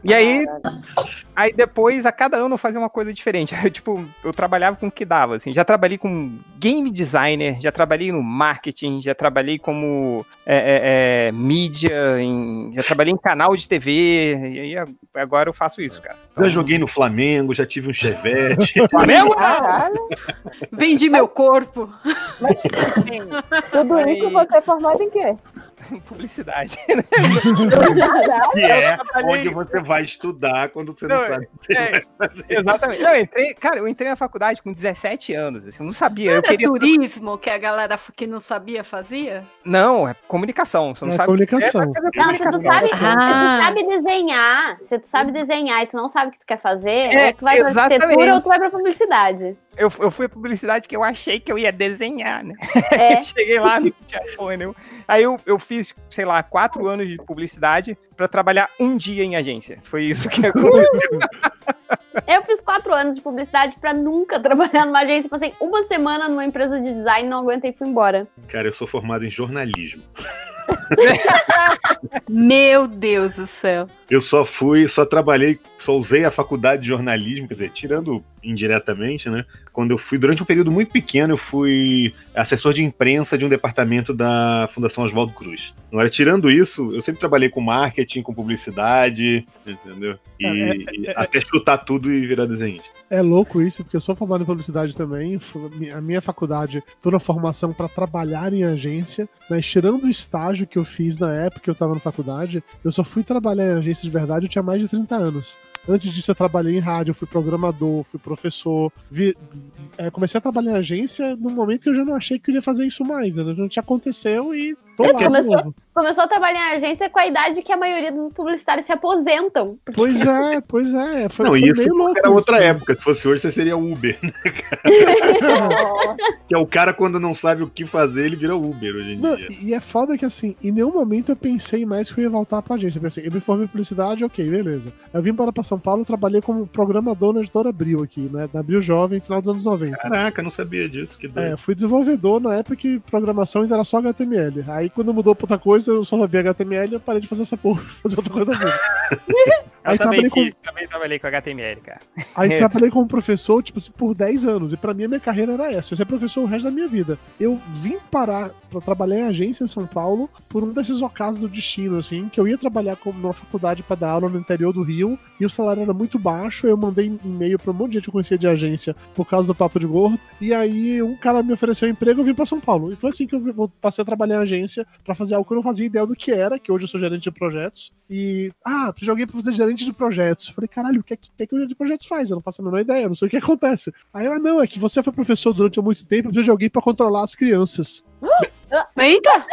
Speaker 4: E aí, aí depois, a cada ano eu fazia uma coisa diferente. Eu, tipo, eu trabalhava com o que dava, assim. Já trabalhei como game designer, já trabalhei no marketing, já trabalhei como é, é, é, mídia, em, já trabalhei em canal de T V, e aí agora eu faço isso, cara.
Speaker 14: Já joguei no Flamengo, já tive um Chevette.
Speaker 4: Flamengo?
Speaker 15: Caralho. Vendi meu corpo.
Speaker 13: Mas tudo isso você é formado em quê?
Speaker 4: Publicidade.
Speaker 14: Que é onde você vai estudar quando você não, não sabe o que você
Speaker 4: é,
Speaker 14: vai fazer.
Speaker 4: Exatamente. Não, eu entrei, cara, eu entrei na faculdade com dezessete anos. Assim, eu não sabia. Eu queria
Speaker 15: turismo que a galera que não sabia fazia?
Speaker 4: Não, é comunicação. Você não
Speaker 10: é
Speaker 4: sabe
Speaker 10: comunicação.
Speaker 16: É, não, se tu sabe, ah. se tu sabe desenhar, se tu sabe desenhar e tu não sabe o que tu quer fazer,
Speaker 4: é,
Speaker 16: ou tu vai pra
Speaker 4: exatamente.
Speaker 16: arquitetura ou tu vai pra publicidade.
Speaker 4: Eu, eu fui a publicidade porque eu achei que eu ia desenhar, né?
Speaker 16: É.
Speaker 4: Cheguei lá, não tinha porra nenhuma. Aí eu, eu fiz, sei lá, quatro anos de publicidade pra trabalhar um dia em agência. Foi isso que aconteceu.
Speaker 16: Eu fiz quatro anos de publicidade pra nunca trabalhar numa agência. Passei uma semana numa empresa de design, não aguentei e fui embora.
Speaker 14: Cara, eu sou formado em jornalismo.
Speaker 15: Meu Deus do céu.
Speaker 14: Eu só fui, só trabalhei, só usei a faculdade de jornalismo, quer dizer, tirando indiretamente, né? Quando eu fui, durante um período muito pequeno, eu fui assessor de imprensa de um departamento da Fundação Oswaldo Cruz. Não era, tirando isso, eu sempre trabalhei com marketing, com publicidade, entendeu? E, é, é, e até chutar tudo e virar desenhista.
Speaker 10: É louco isso, porque eu sou formado em publicidade também. A minha faculdade, toda a formação para trabalhar em agência, mas tirando o estágio que eu fiz na época que eu estava na faculdade, eu só fui trabalhar em agência de verdade, eu tinha mais de trinta anos. Antes disso eu trabalhei em rádio, fui programador, fui professor, vi, é, comecei a trabalhar em agência num momento que eu já não achei que eu ia fazer isso mais, né? Não tinha aconteceu e tô lá
Speaker 16: começou,
Speaker 10: de novo.
Speaker 16: Começou a trabalhar em agência com a idade que a maioria dos publicitários se aposentam.
Speaker 10: Pois é, pois é. Foi,
Speaker 14: não,
Speaker 10: foi
Speaker 14: isso
Speaker 10: meio louco.
Speaker 14: Era
Speaker 10: isso,
Speaker 14: outra
Speaker 10: né?
Speaker 14: época, se fosse hoje você seria Uber, né, cara? Que é o cara quando não sabe o que fazer, ele vira Uber hoje em
Speaker 10: não,
Speaker 14: dia.
Speaker 10: E é foda que assim, em nenhum momento eu pensei mais que eu ia voltar pra agência. Eu pensei, eu me formei em publicidade, ok, beleza. Eu vim para pra São Paulo, trabalhei como programador na editora Abril aqui, né? Na Abril Jovem, final dos anos noventa.
Speaker 14: Caraca, não sabia disso, que doido.
Speaker 10: É, fui desenvolvedor na época que programação ainda era só H T M L. Aí quando mudou pra outra coisa, eu só sabia H T M L e eu parei de fazer essa porra, fazer outra coisa da vida.
Speaker 4: Eu
Speaker 10: Aí
Speaker 4: também,
Speaker 10: trabalhei
Speaker 4: fiz,
Speaker 10: com...
Speaker 4: também trabalhei com H T M L, cara.
Speaker 10: Aí trabalhei como professor, tipo assim, por dez anos. E pra mim a minha carreira era essa. Eu ser professor o resto da minha vida. Eu vim parar pra trabalhar em agência em São Paulo por um desses ocasos do destino, assim, que eu ia trabalhar como numa faculdade pra dar aula no interior do Rio e o salário era muito baixo. Eu mandei e-mail pra um monte de gente que eu conhecia de agência por causa do Papo de Gordo. E aí um cara me ofereceu um emprego e eu vim pra São Paulo. E foi assim que eu passei a trabalhar em agência pra fazer algo que eu não fazia ideia do que era, que hoje eu sou gerente de projetos. E, ah, joguei pra fazer gerente de projetos. Eu falei, caralho, o que é que, que, é que o gerente de projetos faz? Eu não faço a menor ideia, eu não sei o que acontece. Aí eu, ah, não, é que você foi professor durante muito tempo, eu preciso de alguém pra controlar as crianças.
Speaker 15: Eita!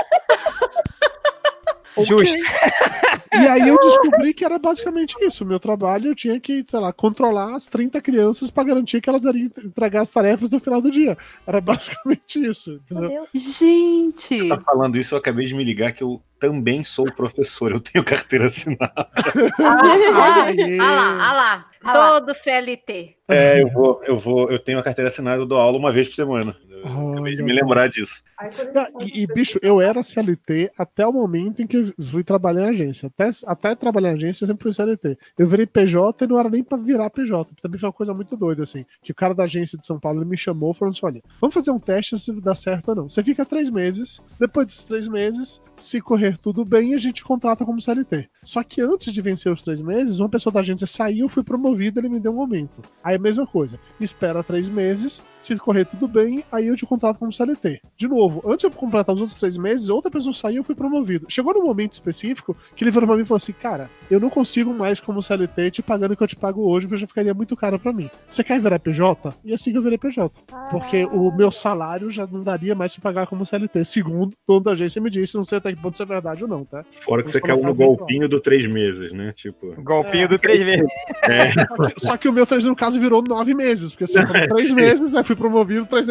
Speaker 4: Justo.
Speaker 10: E aí eu descobri que era basicamente isso. O meu trabalho, eu tinha que, sei lá, controlar as trinta crianças pra garantir que elas iriam entregar as tarefas no final do dia. Era basicamente isso. Entendeu?
Speaker 15: Gente!
Speaker 14: Tá falando isso, eu acabei de me ligar que eu também sou professor, eu tenho carteira assinada.
Speaker 15: Ah, olha lá, olha lá. Todo C L T.
Speaker 14: É, eu vou, eu vou, eu tenho a carteira assinada, eu dou aula uma vez por semana. Eu acabei de me lembrar disso.
Speaker 10: E, e, bicho, eu era C L T até o momento em que eu fui trabalhar em agência. Até, até trabalhar em agência, eu sempre fui C L T. Eu virei P J e não era nem pra virar P J. Também foi uma coisa muito doida, assim. Que o cara da agência de São Paulo ele me chamou falando assim: olha, vamos fazer um teste se dá certo ou não. Você fica três meses, depois desses três meses, se correr tudo bem, a gente contrata como C L T. Só que antes de vencer os três meses, uma pessoa da agência saiu, eu fui promovido, ele me deu um aumento. Aí a mesma coisa. Espera três meses, se correr tudo bem, aí eu te contrato como C L T. De novo, antes de eu completar os outros três meses, outra pessoa saiu e eu fui promovido. Chegou num momento específico que ele virou pra mim e falou assim: cara, eu não consigo mais como C L T te pagando o que eu te pago hoje, porque já ficaria muito caro pra mim. Você quer virar P J? E assim que eu virei P J. Porque o meu salário já não daria mais pra pagar como C L T. Segundo, o dono da agência me disse, não sei até que ponto isso é verdade ou não, tá?
Speaker 14: Fora que você caiu no golpinho do três meses, né? Tipo...
Speaker 4: Golpinho é. do três meses.
Speaker 14: É.
Speaker 10: Só que o meu três, no caso, virou nove meses. Porque assim, foram três meses, aí fui promovido, três meses fui promovido.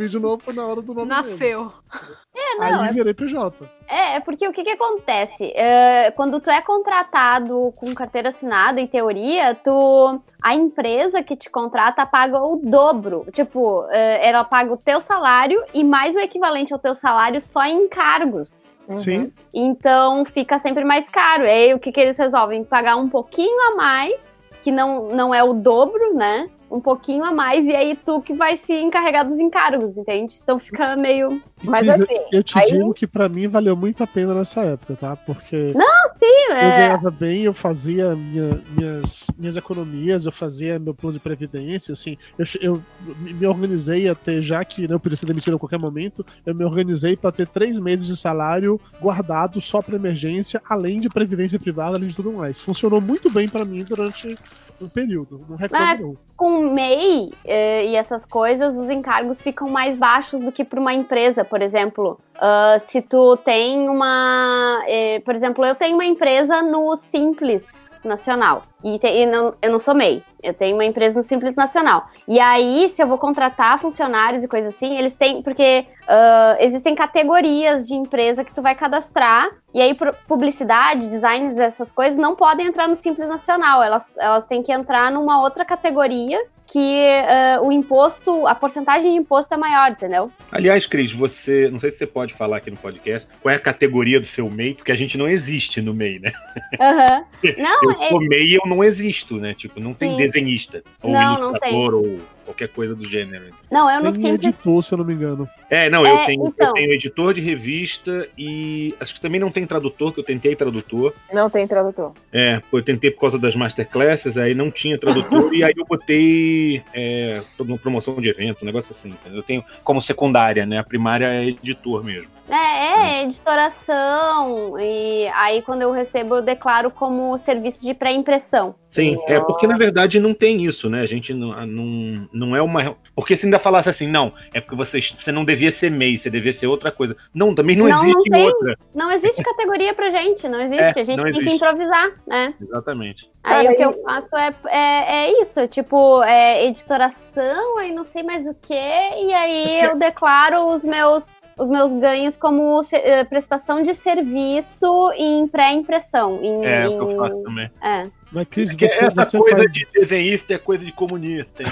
Speaker 10: escrevi de novo, foi na hora do nome
Speaker 19: Nasceu.
Speaker 16: É, não,
Speaker 10: Aí
Speaker 16: é-
Speaker 10: virei P J.
Speaker 16: É, é porque o que que acontece? É, quando tu é contratado com carteira assinada, em teoria, tu a empresa que te contrata paga o dobro. Tipo, é, ela paga o teu salário e mais o equivalente ao teu salário só em encargos.
Speaker 10: Sim.
Speaker 16: Então fica sempre mais caro. E aí o que que eles resolvem? Pagar um pouquinho a mais, que não, não é o dobro, né? Um pouquinho a mais, e aí tu que vai se encarregar dos encargos, entende? Então fica meio...
Speaker 11: Mas
Speaker 10: Cris,
Speaker 11: assim,
Speaker 10: eu te
Speaker 11: aí-
Speaker 10: digo que pra mim valeu muito a pena nessa época, tá? Porque
Speaker 16: Não, sim,
Speaker 10: eu
Speaker 16: é...
Speaker 10: ganhava bem, eu fazia minha- minhas, minhas economias, eu fazia meu plano de previdência, assim, eu, che- eu me me organizei até, já que não podia ser demitido a qualquer momento, eu me organizei pra ter três meses de salário guardado só pra emergência, além de previdência privada, além de tudo mais. Funcionou muito bem pra mim durante um período, não reclamo
Speaker 16: Mas
Speaker 10: não.
Speaker 16: com o M E I eh, e essas coisas, os encargos ficam mais baixos do que para uma empresa, por exemplo. Ah, se tu tem uma... eh, por exemplo, eu tenho uma empresa no Simples Nacional. E, te- e não- eu não sou M E I. Eu tenho uma empresa no Simples Nacional. E aí, se eu vou contratar funcionários e coisa assim, eles têm... Porque ah, existem categorias de empresa que tu vai cadastrar. E aí, pro- publicidade, designs, essas coisas, não podem entrar no Simples Nacional. Elas, elas têm que entrar numa outra categoria que ah, o imposto, a porcentagem de imposto é maior, entendeu?
Speaker 14: Aliás, Cris, você. Não sei se você pode falar aqui no podcast qual é a categoria do seu M E I, porque a gente não existe no M E I, né?
Speaker 16: Aham. Não,
Speaker 14: eu
Speaker 16: é-
Speaker 14: sou M E I, eu não existo, né? Tipo, não tem
Speaker 16: Sim.
Speaker 14: desenhista. Ou
Speaker 16: Não, não
Speaker 14: ilustrador, ou qualquer coisa do gênero.
Speaker 16: Não, eu no
Speaker 10: Tem
Speaker 16: Simples...
Speaker 10: editor, se eu não me engano.
Speaker 14: É, não,
Speaker 16: É,
Speaker 14: eu, tenho,
Speaker 16: então.
Speaker 14: eu tenho editor de revista e acho que também não tem tradutor, que eu tentei tradutor.
Speaker 11: Não tem tradutor.
Speaker 14: É, pô, eu tentei por causa das masterclasses, aí não tinha tradutor, e aí eu botei é, uma promoção de eventos, um negócio assim. Entendeu? Eu tenho como secundária, né? A primária é editor mesmo.
Speaker 16: É, é, editoração. E aí, quando eu recebo, eu declaro como serviço de pré-impressão.
Speaker 14: Sim, é porque na verdade não tem isso, né? A gente não, não, não é uma. Porque se ainda falasse assim, não, é porque você, você não devia ser M E I, você devia ser outra coisa. Não, também não, existe
Speaker 16: tem,
Speaker 14: outra.
Speaker 16: Não existe categoria pra gente, não existe.
Speaker 14: É,
Speaker 16: a gente
Speaker 14: não
Speaker 16: tem que
Speaker 14: existe.
Speaker 16: improvisar, né?
Speaker 14: Exatamente.
Speaker 16: Aí
Speaker 11: Cara,
Speaker 16: o que
Speaker 11: e-
Speaker 16: eu faço é, é, é isso, tipo, é editoração, aí não sei mais o que, e aí eu declaro os meus, os meus ganhos como se- eh, prestação de serviço em pré-impressão. Em,
Speaker 14: É,
Speaker 16: em-
Speaker 14: o que eu faço também.
Speaker 16: É.
Speaker 10: Mas, Cris,
Speaker 14: Porque
Speaker 10: você,
Speaker 14: essa
Speaker 10: você
Speaker 14: coisa
Speaker 10: faz-
Speaker 14: de desenhista é coisa de comunista. Hein?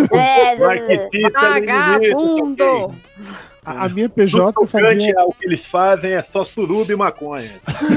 Speaker 16: É,
Speaker 14: Marxista,
Speaker 19: Vagabundo!
Speaker 14: leninista,
Speaker 10: a, a minha P J
Speaker 14: Tudo
Speaker 10: fazia.
Speaker 14: tocante ao que eles fazem é só suruba e maconha.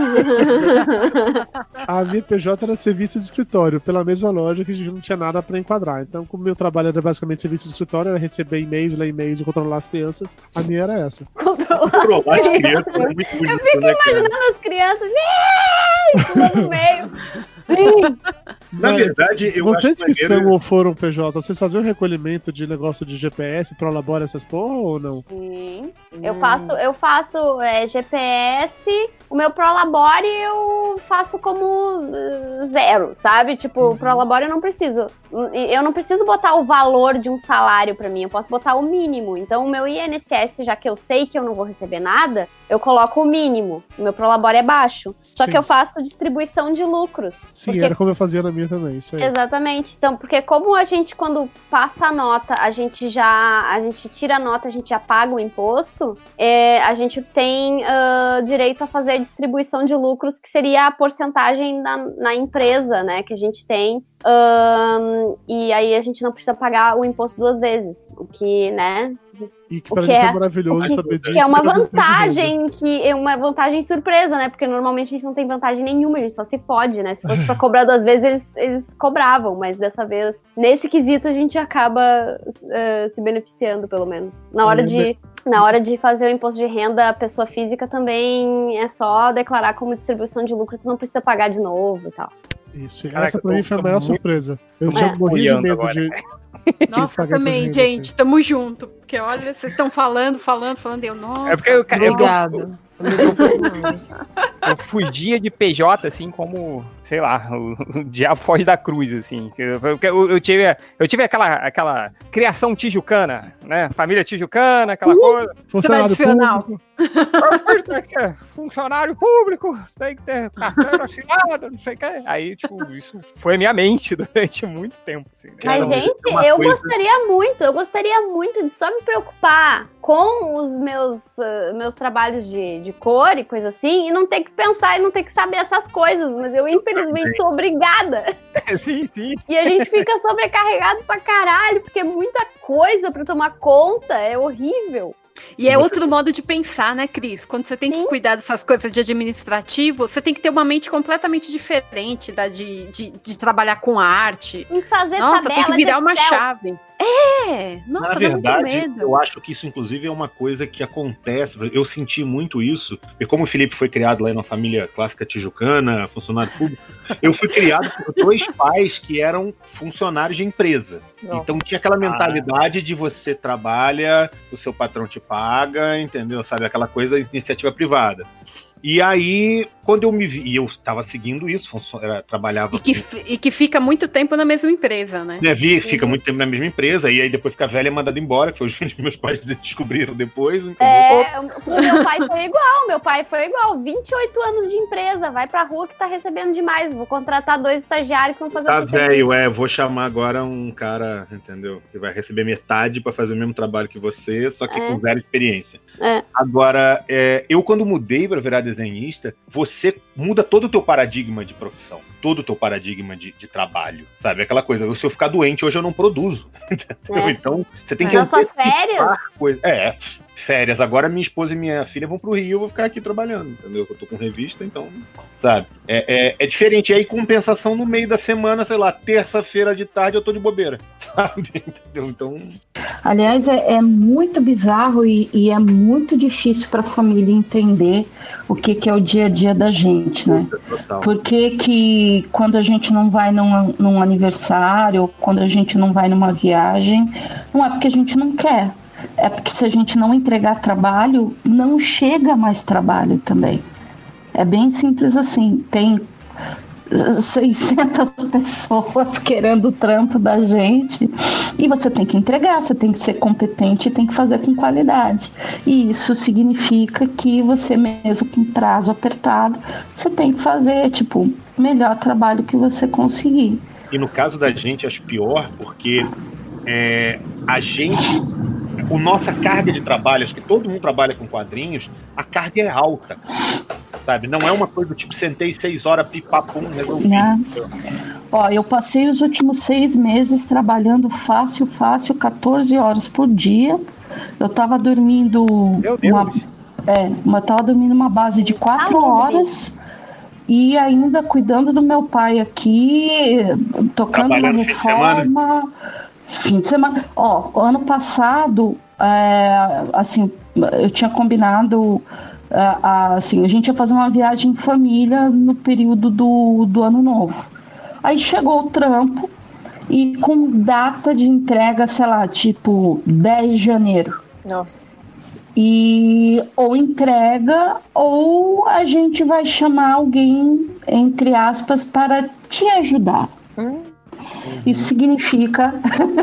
Speaker 10: A minha P J era serviço de escritório, pela mesma lógica que a gente não tinha nada pra enquadrar. Então, como meu trabalho era basicamente serviço de escritório, era receber e-mails, ler e-mails e controlar as crianças, a minha era essa.
Speaker 14: Controlar as crianças é muito
Speaker 16: Eu
Speaker 14: bonito,
Speaker 16: fico
Speaker 14: né, cara?
Speaker 16: imaginando as crianças "Ei!" pulando no meio. Sim.
Speaker 14: Na
Speaker 10: Mas
Speaker 14: verdade, eu
Speaker 10: vocês
Speaker 14: acho
Speaker 10: que
Speaker 14: maneiro-
Speaker 10: são ou foram P J, vocês faziam recolhimento de negócio de G P S, prolabora essas porra ou não?
Speaker 16: Sim. Eu faço, eu faço é, G P S, o meu Prolabore eu faço como uh, zero, sabe? Tipo, o Prolabore eu não preciso. Eu não preciso botar o valor de um salário pra mim, eu posso botar o mínimo. Então, o meu I N S S, já que eu sei que eu não vou receber nada, eu coloco o mínimo. O meu Prolabore é baixo. Só
Speaker 10: Sim.
Speaker 16: que eu faço distribuição de lucros.
Speaker 10: Sim,
Speaker 16: porque-
Speaker 10: era como eu fazia na minha também, isso aí.
Speaker 16: Exatamente. Então, porque como a gente, quando passa a nota, a gente já. A gente tira a nota, a gente já paga o imposto, é, a gente tem ah, direito a fazer a distribuição de lucros, que seria a porcentagem na, na empresa, né? Que a gente tem. Ahn, e aí a gente não precisa pagar o imposto duas vezes. O que, né?
Speaker 10: E que
Speaker 16: O
Speaker 10: pra
Speaker 16: que
Speaker 10: gente
Speaker 16: é-
Speaker 10: é maravilhoso
Speaker 16: o que-
Speaker 10: saber disso.
Speaker 16: Que é uma
Speaker 10: porque eu não tenho dinheiro.
Speaker 16: vantagem, que é uma vantagem surpresa, né? Porque normalmente a gente não tem vantagem nenhuma, a gente só se fode, né? Se fosse pra cobrar duas vezes, eles, eles cobravam, mas dessa vez, nesse quesito, a gente acaba eh, se beneficiando, pelo menos. Na hora de. Na hora de fazer o imposto de renda, a pessoa física também é só declarar como distribuição de lucro, tu não precisa pagar de novo e tal.
Speaker 10: Isso,
Speaker 19: Caraca,
Speaker 10: essa pra mim
Speaker 19: eu
Speaker 10: foi a
Speaker 19: tô
Speaker 10: maior
Speaker 19: muito-
Speaker 10: surpresa. Eu
Speaker 19: tô
Speaker 10: já
Speaker 19: muito
Speaker 10: morri de
Speaker 19: boiando
Speaker 10: medo
Speaker 19: agora.
Speaker 10: de.
Speaker 19: Nossa,
Speaker 10: pagar
Speaker 19: também,
Speaker 10: imposto de renda,
Speaker 19: gente, tamo junto. Porque olha, vocês estão falando, falando, falando, eu, nossa.
Speaker 9: É porque eu, eu,
Speaker 19: obrigado.
Speaker 9: Eu,
Speaker 4: eu fugia de P J, assim, como, sei lá, o, o diabo foge da cruz, assim. Eu, eu, eu, tive, eu tive aquela, aquela criação tijucana, né? Família tijucana, aquela uhum. coisa.
Speaker 10: Funcionário público.
Speaker 4: Funcionário público, tem que ter carteira assinada, não sei o que. Aí, tipo, isso foi a minha mente durante muito tempo. Assim.
Speaker 16: Mas, gente, eu coisa... gostaria muito, eu gostaria muito de só me preocupar com os meus, uh, meus trabalhos de, de cor e coisa assim, e não ter que pensar e não ter que saber essas coisas, mas eu, infelizmente, sou obrigada.
Speaker 4: Sim, sim.
Speaker 16: E a gente fica sobrecarregado pra caralho, porque é muita coisa pra tomar conta, é horrível.
Speaker 19: E é outro modo de pensar, né, Cris? Quando você tem Sim. que cuidar dessas coisas de administrativo, você tem que ter uma mente completamente diferente da de, de, de trabalhar com arte.
Speaker 16: Em fazer
Speaker 19: Nossa,
Speaker 16: tabela
Speaker 19: tem que virar
Speaker 16: de
Speaker 19: uma
Speaker 16: Excel.
Speaker 19: chave. É! Nossa,
Speaker 14: Na verdade, eu acho que isso, inclusive, é uma coisa que acontece. Eu senti muito isso. E como o Felipe foi criado lá em uma família clássica tijucana, funcionário público, eu fui criado por dois pais que eram funcionários de empresa. Nossa. Então tinha aquela mentalidade de você trabalha, o seu patrão te paga, entendeu? Sabe, aquela coisa, iniciativa privada. E aí, quando eu me vi, e eu estava seguindo isso, era, trabalhava...
Speaker 19: E que, com... e que fica muito tempo na mesma empresa, né?
Speaker 14: É, vi, fica muito tempo na mesma empresa, e aí depois fica velha e é mandado embora, que foi os que meus pais descobriram depois, entendeu?
Speaker 16: É, o meu pai foi igual, meu pai foi igual, vinte e oito anos de empresa, vai pra rua que tá recebendo demais, vou contratar dois estagiários que vão fazer...
Speaker 14: Tá velho, é, vou chamar agora um cara, entendeu? Que vai receber metade pra fazer o mesmo trabalho que você, só que é. com zero experiência.
Speaker 16: É.
Speaker 14: Agora, é, eu quando mudei pra virar desenhista, você muda todo o teu paradigma de profissão, todo o teu paradigma de, de trabalho, sabe? Aquela coisa, se eu ficar doente hoje eu não produzo, entendeu? É. Então, você tem que...
Speaker 16: Nossas férias?
Speaker 14: Coisa. É, férias. Agora minha esposa e minha filha vão pro Rio e eu vou ficar aqui trabalhando, entendeu? Eu tô com revista, então, sabe? É, é, é diferente. E aí, compensação no meio da semana, sei lá, terça-feira de tarde eu tô de bobeira, sabe? Entendeu? Então...
Speaker 18: Aliás, é, é muito bizarro e, e é muito difícil para a família entender o que, que é o dia a dia da gente, né? Por que que quando a gente não vai num, num aniversário, quando a gente não vai numa viagem, não é porque a gente não quer. É porque se a gente não entregar trabalho, não chega mais trabalho também. É bem simples assim. Tem seiscentas pessoas querendo o trampo da gente e você tem que entregar, você tem que ser competente e tem que fazer com qualidade. E isso significa que você mesmo com prazo apertado, você tem que fazer, tipo, o melhor trabalho que você conseguir.
Speaker 14: E no caso da gente, acho pior, porque é, a gente... A nossa carga de trabalho, acho que todo mundo trabalha com quadrinhos, a carga é alta, sabe? Não é uma coisa do tipo, sentei seis horas, pipapum, resolvi.
Speaker 18: Ó, eu passei os últimos seis meses trabalhando fácil, fácil, catorze horas por dia. Eu tava dormindo...
Speaker 4: Meu Deus!
Speaker 18: Uma, é, eu tava dormindo uma base de quatro horas... E ainda cuidando do meu pai aqui, tocando uma reforma... Fim de semana. Ó, ano passado, é, assim, eu tinha combinado, é, assim, a gente ia fazer uma viagem em família no período do, do ano novo. Aí chegou o trampo e com data de entrega, sei lá, tipo dez de janeiro.
Speaker 16: Nossa. E
Speaker 18: ou entrega ou a gente vai chamar alguém, entre aspas, para te ajudar. Hum. Isso significa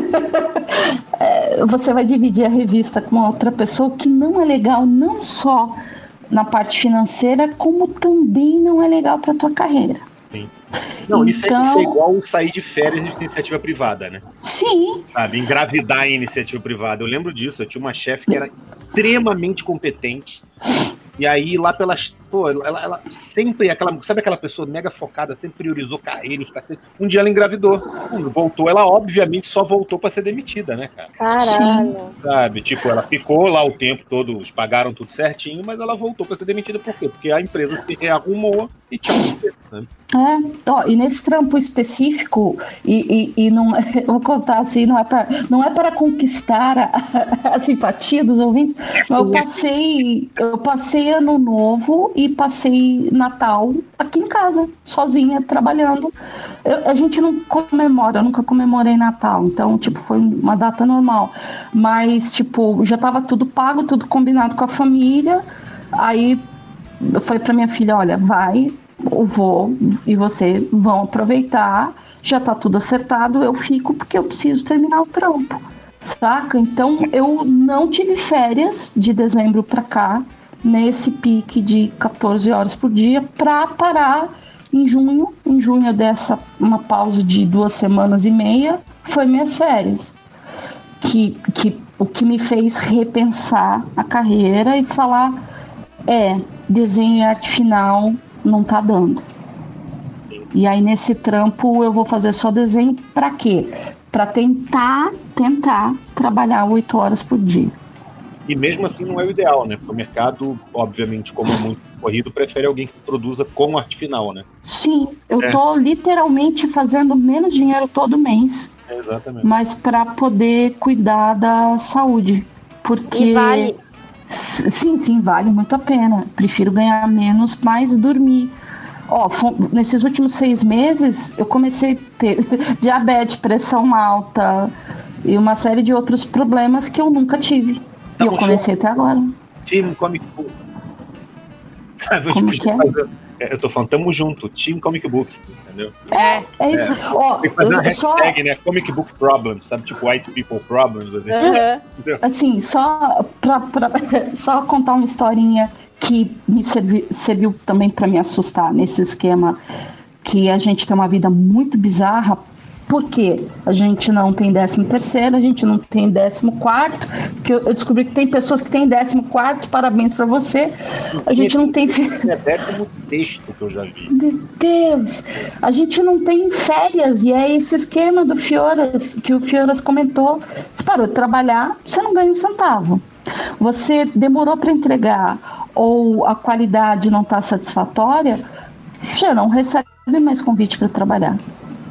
Speaker 18: você vai dividir a revista com outra pessoa, que não é legal não só na parte financeira, como também não é legal para tua carreira.
Speaker 14: Sim. Não, então... isso, é, isso é igual sair de férias de iniciativa privada, né?
Speaker 18: Sim.
Speaker 14: Sabe, engravidar em iniciativa privada. Eu lembro disso, eu tinha uma chefe que era extremamente competente. E aí, lá pelas... Pô, ela, ela sempre... aquela Sabe aquela pessoa mega focada, sempre priorizou carreira, um dia ela engravidou. Quando voltou, ela obviamente só voltou pra ser demitida, né, cara?
Speaker 16: Caralho.
Speaker 14: Sabe? Tipo, ela ficou lá o tempo todo, eles pagaram tudo certinho, mas ela voltou pra ser demitida por quê? Porque a empresa se rearrumou e tchau. Né?
Speaker 18: É, ó, e nesse trampo específico, e, e, e não, eu vou contar assim, não é para não é para conquistar a, a simpatia dos ouvintes, mas eu passei, eu passei ano novo e passei Natal aqui em casa, sozinha, trabalhando. Eu, a gente não comemora, eu nunca comemorei Natal, então, tipo, foi uma data normal. Mas, tipo, já tava tudo pago, tudo combinado com a família, aí eu falei pra minha filha, olha, vai, eu vou e você vão aproveitar, já tá tudo acertado, eu fico porque eu preciso terminar o trampo, saca? Então eu não tive férias de dezembro pra cá, nesse pique de catorze horas por dia, pra parar em junho. Em junho eu dei essa, uma pausa de duas semanas e meia, foi minhas férias. Que, que, o que me fez repensar a carreira e falar, é, desenho e arte final não tá dando. E aí nesse trampo eu vou fazer só desenho pra quê? Pra tentar, tentar trabalhar oito horas por dia.
Speaker 14: E mesmo assim não é o ideal, né? Porque o mercado, obviamente, como é muito corrido, prefere alguém que produza com arte final, né?
Speaker 18: Sim, eu
Speaker 14: é.
Speaker 18: tô literalmente fazendo menos dinheiro todo mês.
Speaker 14: É, exatamente.
Speaker 18: Mas para poder cuidar da saúde. Porque.
Speaker 16: E vale.
Speaker 18: Sim, sim, vale muito a pena. Prefiro ganhar menos, mas dormir. Ó, nesses últimos seis meses, eu comecei a ter diabetes, pressão alta e uma série de outros problemas que eu nunca tive. E eu comecei até agora.
Speaker 14: Time Comic Book. Sabe,
Speaker 18: Como que é?
Speaker 14: Fazer... Eu tô falando, tamo junto, Team Comic Book, entendeu?
Speaker 18: É, é isso.
Speaker 14: É.
Speaker 18: Ó,
Speaker 14: tem que fazer uma
Speaker 18: eu só...
Speaker 14: hashtag, né? Comic Book Problems, sabe? Tipo White People Problems. Assim,
Speaker 18: uhum. Assim, só pra, pra só contar uma historinha que me servi, serviu também pra me assustar nesse esquema que a gente tem uma vida muito bizarra. Porque a gente não tem décimo terceiro, a gente não tem décimo quarto, que eu, eu descobri que tem pessoas que têm décimo quarto, parabéns pra você. A gente não tem.
Speaker 14: É décimo sexto que eu já vi.
Speaker 18: Meu Deus! A gente não tem férias, e é esse esquema do Fioras, que o Fioras comentou. Você parou de trabalhar, você não ganha um centavo. Você demorou para entregar, ou a qualidade não está satisfatória, já não recebe mais convite para trabalhar.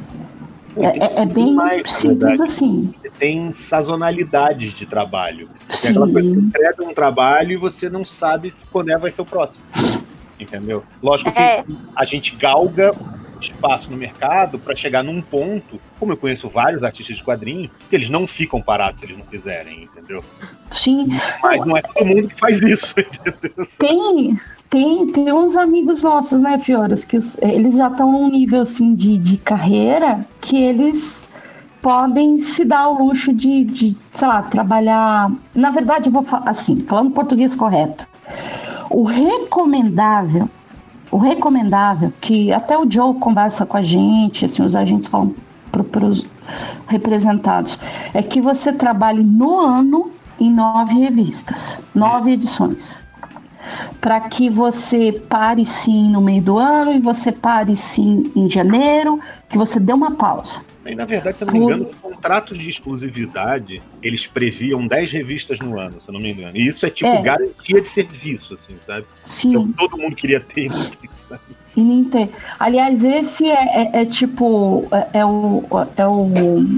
Speaker 18: É, é bem mais, simples assim.
Speaker 14: Você tem sazonalidades de trabalho. Tem aquela coisa que você entrega um trabalho e você não sabe quando é vai ser o próximo. Entendeu? Lógico que é. a gente galga espaço no mercado para chegar num ponto, como eu conheço vários artistas de quadrinhos, que eles não ficam parados se eles não quiserem, entendeu?
Speaker 18: Sim.
Speaker 14: Mas não é todo mundo que faz isso, entendeu?
Speaker 18: Tem... Tem, tem uns amigos nossos, né, Fioras, que os, eles já estão num nível, assim, de, de carreira que eles podem se dar o luxo de, de, sei lá, trabalhar... Na verdade, eu vou falar assim, falando português correto. O recomendável, o recomendável, que até o Joe conversa com a gente, assim, os agentes falam para os representados, é que você trabalhe no ano em nove revistas, nove edições. Para que você pare sim no meio do ano e você pare sim em janeiro, que você dê uma pausa.
Speaker 14: E, na verdade, se eu não me engano, os contratos de exclusividade, eles previam dez revistas no ano, se eu não me engano. E isso é tipo é. garantia de serviço, assim, sabe?
Speaker 18: Sim.
Speaker 14: Então, todo mundo queria ter, sabe?
Speaker 18: E nem tem. Aliás, esse é, é, é tipo, é, é o... É o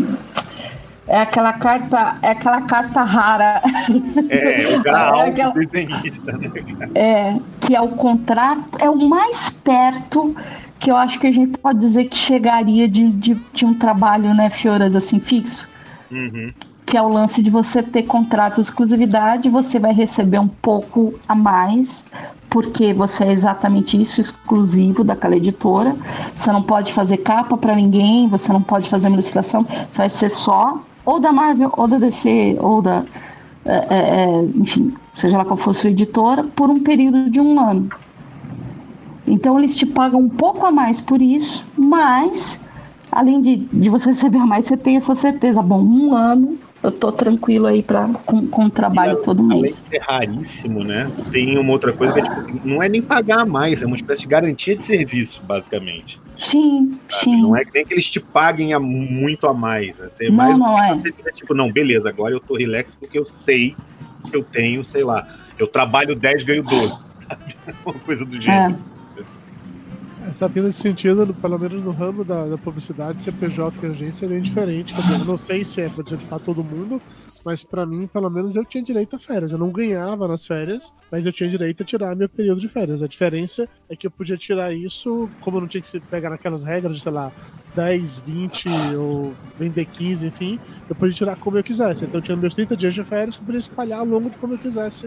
Speaker 18: É aquela carta, é aquela carta rara.
Speaker 14: É, o graal
Speaker 18: é aquela,
Speaker 14: do desenhista, né?
Speaker 18: É, que é o contrato, é o mais perto que eu acho que a gente pode dizer que chegaria de, de, de um trabalho, né, Fioras, assim, fixo.
Speaker 14: Uhum.
Speaker 18: Que é o lance de você ter contrato de exclusividade, você vai receber um pouco a mais, porque você é exatamente isso, exclusivo daquela editora. Você não pode fazer capa para ninguém, você não pode fazer uma ilustração, você vai ser só ou da Marvel, ou da D C, ou da... É, é, enfim, seja lá qual for a sua editora, por um período de um ano. Então eles te pagam um pouco a mais por isso, mas, além de, de você receber a mais, você tem essa certeza. Bom, um ano eu tô tranquilo aí pra, com, com o trabalho
Speaker 14: e,
Speaker 18: todo mês.
Speaker 14: Além de ser raríssimo, né? Tem uma outra coisa que é, tipo, não é nem pagar a mais, é uma espécie de garantia de serviço, basicamente.
Speaker 18: Sim,
Speaker 14: sabe?
Speaker 18: sim.
Speaker 14: Não é que nem que eles te paguem a muito a mais. Né?
Speaker 18: Não,
Speaker 14: mais
Speaker 18: não é.
Speaker 14: Você fica, tipo, não, beleza, agora eu tô relax porque eu sei que eu tenho, sei lá, eu trabalho dez, ganho doze. Sabe? Uma coisa do gênero.
Speaker 10: É. É, sabe, nesse sentido, pelo menos no ramo da, da publicidade, C P J e agência é bem diferente. Quer dizer, eu não sei se é pra adiantar todo mundo, mas pra mim, pelo menos, eu tinha direito a férias. Eu não ganhava nas férias, mas eu tinha direito a tirar meu período de férias. A diferença é que eu podia tirar isso, como eu não tinha que se pegar naquelas regras de, sei lá, dez, vinte ou vender quinze, enfim, eu podia tirar como eu quisesse. Então eu tinha meus trinta dias de férias que eu podia espalhar ao longo de como eu quisesse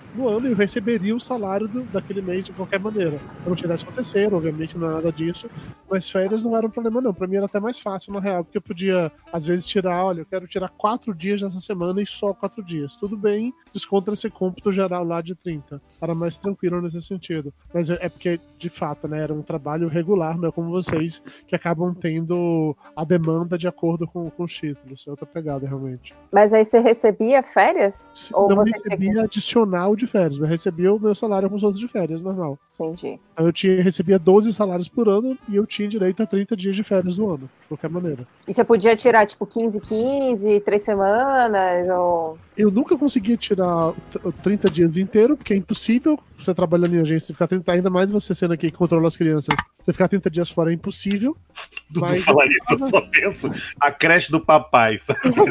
Speaker 10: no ano e eu receberia o salário do, daquele mês de qualquer maneira. Eu não tivesse acontecido, obviamente não é nada disso, mas férias não era um problema não. Pra mim era até mais fácil, na real, porque eu podia, às vezes, tirar, olha, eu quero tirar quatro dias dessa semana e só quatro dias. Tudo bem, desconta esse cômputo geral lá de trinta. Era mais tranquilo nesse sentido. Mas é porque, de fato, né, era um trabalho regular, não é como vocês, que acabam tendo a demanda de acordo com, com os títulos. É outra pegada, realmente.
Speaker 13: Mas aí você recebia férias? Ou
Speaker 10: Não
Speaker 13: você
Speaker 10: recebia
Speaker 13: tinha
Speaker 10: adicional de férias, mas recebia o meu salário como se fosse de férias, normal.
Speaker 13: Entendi.
Speaker 10: Então eu tinha, recebia doze salários por ano e eu tinha direito a trinta dias de férias no ano, de qualquer maneira.
Speaker 13: E você podia tirar, tipo, quinze, quinze, três semanas, ou...
Speaker 10: Eu nunca conseguia tirar t- trinta dias inteiro, porque é impossível você trabalhando em agência, ficar trinta, ainda mais você sendo aqui que controla as crianças, você ficar trinta dias fora é impossível.
Speaker 14: Dudu
Speaker 10: Mas
Speaker 14: fala
Speaker 10: eu-
Speaker 14: isso, eu só penso a creche do papai.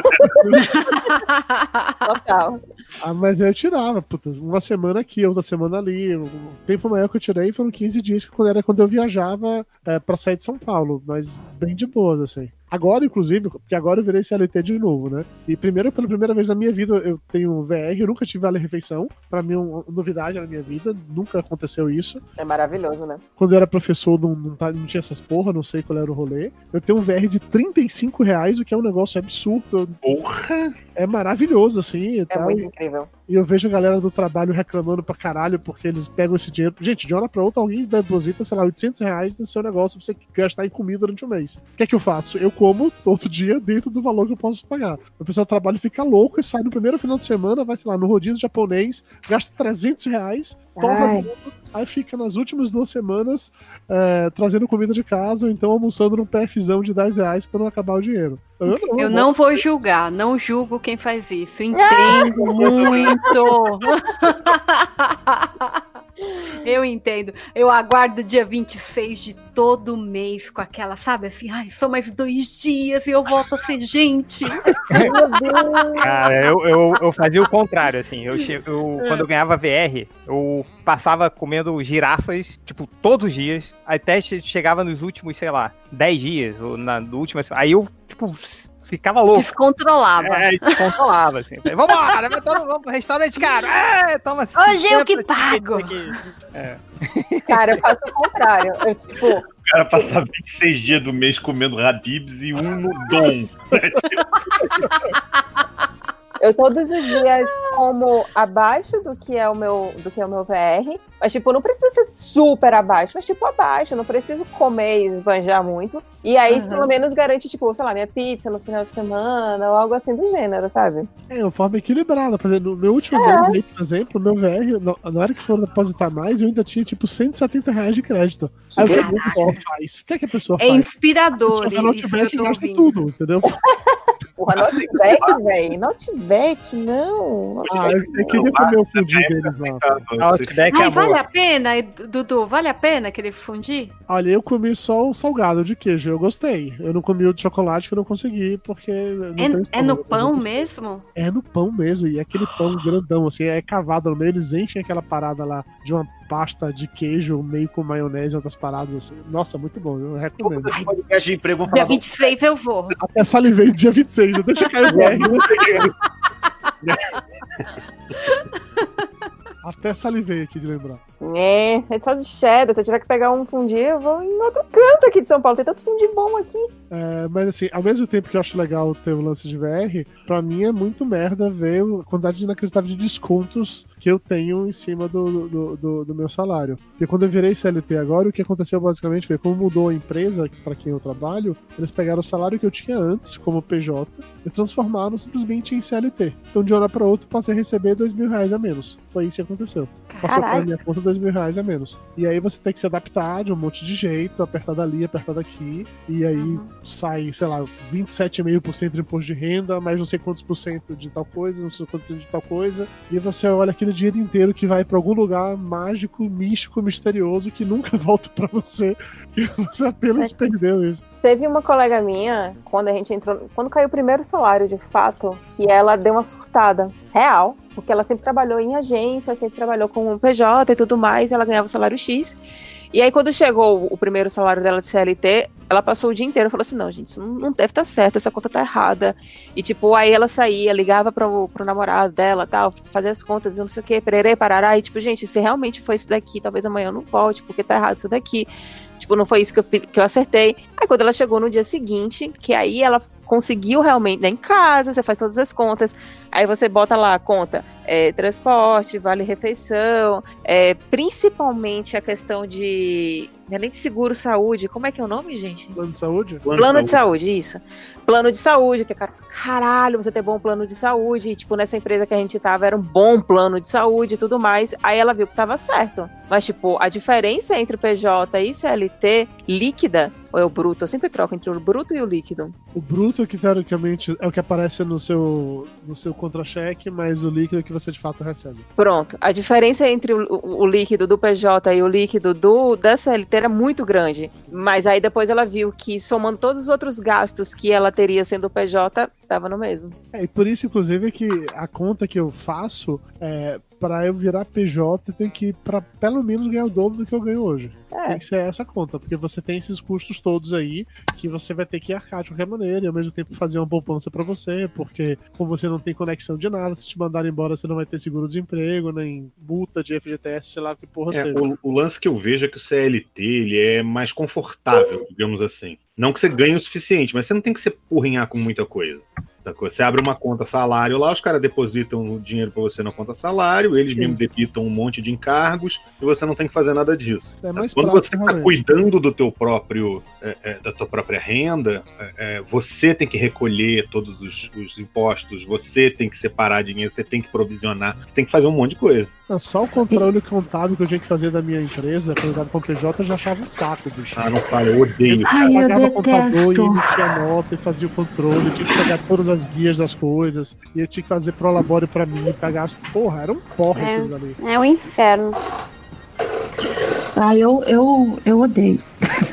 Speaker 13: Total.
Speaker 10: Ah, mas aí eu tirava, puta, uma semana aqui, outra semana ali. O tempo maior que eu tirei foram quinze dias, que quando era quando eu viajava é, pra sair de São Paulo, mas bem de boas, assim. Agora, inclusive, porque agora eu virei C L T de novo, né? E primeiro, pela primeira vez na minha vida, eu tenho V R, eu nunca tive vale-refeição. Pra mim, é uma novidade na minha vida, nunca aconteceu isso.
Speaker 13: É maravilhoso, né?
Speaker 10: Quando eu era professor, não, não, tá- não tinha essas porra, não sei qual era o rolê. Eu tenho um V R de trinta e cinco reais, o que é um negócio absurdo.
Speaker 14: Porra!
Speaker 10: É maravilhoso, assim. E
Speaker 13: É
Speaker 10: tal.
Speaker 13: muito incrível.
Speaker 10: E eu vejo a galera do trabalho reclamando pra caralho porque eles pegam esse dinheiro. Gente, de hora pra outra, alguém deposita, sei lá, oitocentos reais nesse seu negócio pra você gastar em comida durante o mês. O que é que eu faço? Eu como todo dia dentro do valor que eu posso pagar. O pessoal do trabalho fica louco e sai no primeiro final de semana, vai, sei lá, no rodízio japonês, gasta trezentos reais, torra
Speaker 13: Ai.
Speaker 10: tudo, aí fica nas últimas duas semanas é, trazendo comida de casa ou então almoçando num PFzão de dez reais pra não acabar o dinheiro. Eu não,
Speaker 19: Eu não vou julgar, não julgo quem faz isso. Entendo muito. Eu entendo. Eu aguardo o dia vinte e seis de todo mês com aquela, sabe assim, ai, só mais dois dias e eu volto a ser gente.
Speaker 4: Cara, eu, eu, eu fazia o contrário, assim. Eu, che- eu, quando eu ganhava V R, eu passava comendo girafas, tipo, todos os dias, até che- chegava nos últimos, sei lá, dez dias, ou na no última. Aí eu, tipo, ficava louco.
Speaker 19: Descontrolava.
Speaker 4: É, descontrolava, assim. Falei, vambora, vai todo- vamos pro restaurante, cara. É, toma
Speaker 19: Hoje eu que
Speaker 4: cinquenta
Speaker 19: pago.
Speaker 4: aqui. É.
Speaker 13: Cara, eu faço o contrário. Eu, tipo,
Speaker 14: O cara passa vinte e seis dias do mês comendo Habibs e um no Dom.
Speaker 13: eu todos os dias como abaixo do que é o meu, do que é o meu V R. Mas, tipo, não precisa ser super abaixo, mas, tipo, abaixo. Eu não preciso comer e esbanjar muito. E aí,
Speaker 11: Uhum.
Speaker 13: pelo menos, garante, tipo, sei lá, minha pizza no final de semana ou algo assim do gênero, sabe?
Speaker 10: É uma forma equilibrada. Por exemplo, no meu último
Speaker 13: É.
Speaker 10: ano, por exemplo, o meu V R, na na hora que for depositar mais, eu ainda tinha tipo cento e setenta reais de crédito. Aí o que a pessoa faz? O que, é que a pessoa
Speaker 19: É
Speaker 10: faz?
Speaker 19: inspirador
Speaker 10: A pessoa vai no
Speaker 19: isso,
Speaker 10: notebook
Speaker 19: eu
Speaker 10: e
Speaker 19: tô
Speaker 10: gasta
Speaker 19: ouvindo.
Speaker 10: tudo, entendeu?
Speaker 13: Porra, Notback, velho. Notback, não.
Speaker 10: Ah, eu, eu queria comer o fundi deles lá.
Speaker 19: Ai, vale a pena, Dudu? Vale a pena aquele fundi?
Speaker 10: Olha, eu comi só o salgado de queijo, eu gostei. Eu não comi o de chocolate que eu não consegui, porque. não tem
Speaker 19: É, é no
Speaker 10: estômago, mas
Speaker 19: pão
Speaker 10: eu gostei.
Speaker 19: mesmo?
Speaker 10: É no pão mesmo, e aquele pão grandão, assim, é cavado no meio, eles enchem aquela parada lá de uma pasta de queijo, meio com maionese e outras paradas assim. Nossa, muito bom, eu recomendo.
Speaker 14: Podcast de emprego, vamos
Speaker 19: Dia
Speaker 14: falar
Speaker 19: vinte e seis eu vou.
Speaker 10: Até salivei dia vinte e seis, deixa cair o V R. Até salivei aqui de lembrar.
Speaker 13: É, é só de cheddar. Se eu tiver que pegar um fundi, eu vou em outro canto aqui de São Paulo. Tem tanto fundi bom aqui.
Speaker 10: É, mas assim, ao mesmo tempo que eu acho legal ter o lance de V R, pra mim é muito merda ver a quantidade inacreditável de descontos que eu tenho em cima do, do, do, do meu salário. Porque quando eu virei C L T agora, o que aconteceu basicamente foi, como mudou a empresa pra quem eu trabalho, eles pegaram o salário que eu tinha antes, como P J, e transformaram simplesmente em C L T. Então de uma hora pra outra eu passei a receber dois mil reais a menos. Foi isso que aconteceu. Passou pra minha conta dois mil reais a menos. E aí você tem que se adaptar de um monte de jeito, apertar dali, apertar daqui, e aí
Speaker 19: Uhum.
Speaker 10: sai, sei lá, vinte e sete vírgula cinco por cento de imposto de renda, mais não sei quantos por cento de tal coisa, não sei quantos por cento de tal coisa, e você olha aquele dinheiro inteiro que vai pra algum lugar mágico, místico, misterioso, que nunca volta pra você, e você apenas perdeu isso.
Speaker 13: Teve uma colega minha, quando a gente entrou, quando caiu o primeiro salário, de fato, que ela deu uma surtada real, porque ela sempre trabalhou em agência, sempre trabalhou com o P J e tudo mais, e ela ganhava o salário X. E aí, quando chegou o primeiro salário dela de C L T, ela passou o dia inteiro e falou assim, não, gente, isso não, não deve estar certo, essa conta tá errada. E tipo, aí ela saía, ligava pro, pro namorado dela, tal, fazia as contas e não sei o que, pererê, parará, e tipo, gente, se realmente foi isso daqui, talvez amanhã eu não volte, porque tá errado isso daqui. Tipo, não foi isso que eu, que eu acertei. Aí quando ela chegou no dia seguinte, que aí ela conseguiu realmente, né, em casa, você faz todas as contas, aí você bota lá a conta, é, transporte, vale refeição, é, principalmente a questão de, além de seguro saúde, como é que é o nome, gente?
Speaker 10: Plano de saúde?
Speaker 13: Plano, plano de saúde. saúde, isso. Plano de saúde, que é cara, caralho, você ter bom plano de saúde, e tipo, nessa empresa que a gente tava, era um bom plano de saúde e tudo mais, aí ela viu que tava certo. Mas, tipo, a diferença entre P J e C L T líquida, ou é o bruto? Eu sempre troco entre o bruto e o líquido.
Speaker 10: O bruto, que teoricamente é o que aparece no seu, no seu contra-cheque, mas o líquido é que você de fato recebe.
Speaker 13: Pronto. A diferença entre o, o, o líquido do P J e o líquido do, da C L T era muito grande. Mas aí depois ela viu que, somando todos os outros gastos que ela teria sendo P J, estava no mesmo.
Speaker 10: É, e por isso, inclusive, que a conta que eu faço é... Pra eu virar P J, eu tenho que ir pra pelo menos ganhar o dobro do que eu ganho hoje. É. Tem que ser essa conta, porque você tem esses custos todos aí que você vai ter que arcar de qualquer maneira e ao mesmo tempo fazer uma poupança pra você, porque como você não tem conexão de nada, se te mandarem embora você não vai ter seguro-desemprego, nem multa de F G T S, sei lá que porra
Speaker 14: é,
Speaker 10: seja.
Speaker 14: O, o lance que eu vejo é que o C L T ele é mais confortável, digamos assim. Não que você ganhe o suficiente, mas você não tem que se porrinhar com muita coisa. Você abre uma conta salário lá, os caras depositam o dinheiro pra você na conta salário, eles Sim. mesmo debitam um monte de encargos e você não tem que fazer nada disso. É mais Quando prático, você está cuidando do teu próprio, é, é, da tua própria renda, é, é, você tem que recolher todos os, os impostos, você tem que separar dinheiro, você tem que provisionar, você tem que fazer um monte de coisa.
Speaker 10: É só o controle contábil que eu tinha que fazer da minha empresa, quando eu tava com o P J, eu já achava um saco, bicho.
Speaker 14: Ah, não fala, eu odeio.
Speaker 10: Ai, eu pagava o computador e emitia nota e fazia o controle, eu tinha que pegar todas as guias das coisas, e eu tinha que fazer prolabore pra mim, pegar as... Porra, era um porra
Speaker 16: é,
Speaker 10: aquilo ali.
Speaker 16: É um inferno.
Speaker 18: Ah, eu, eu, eu odeio.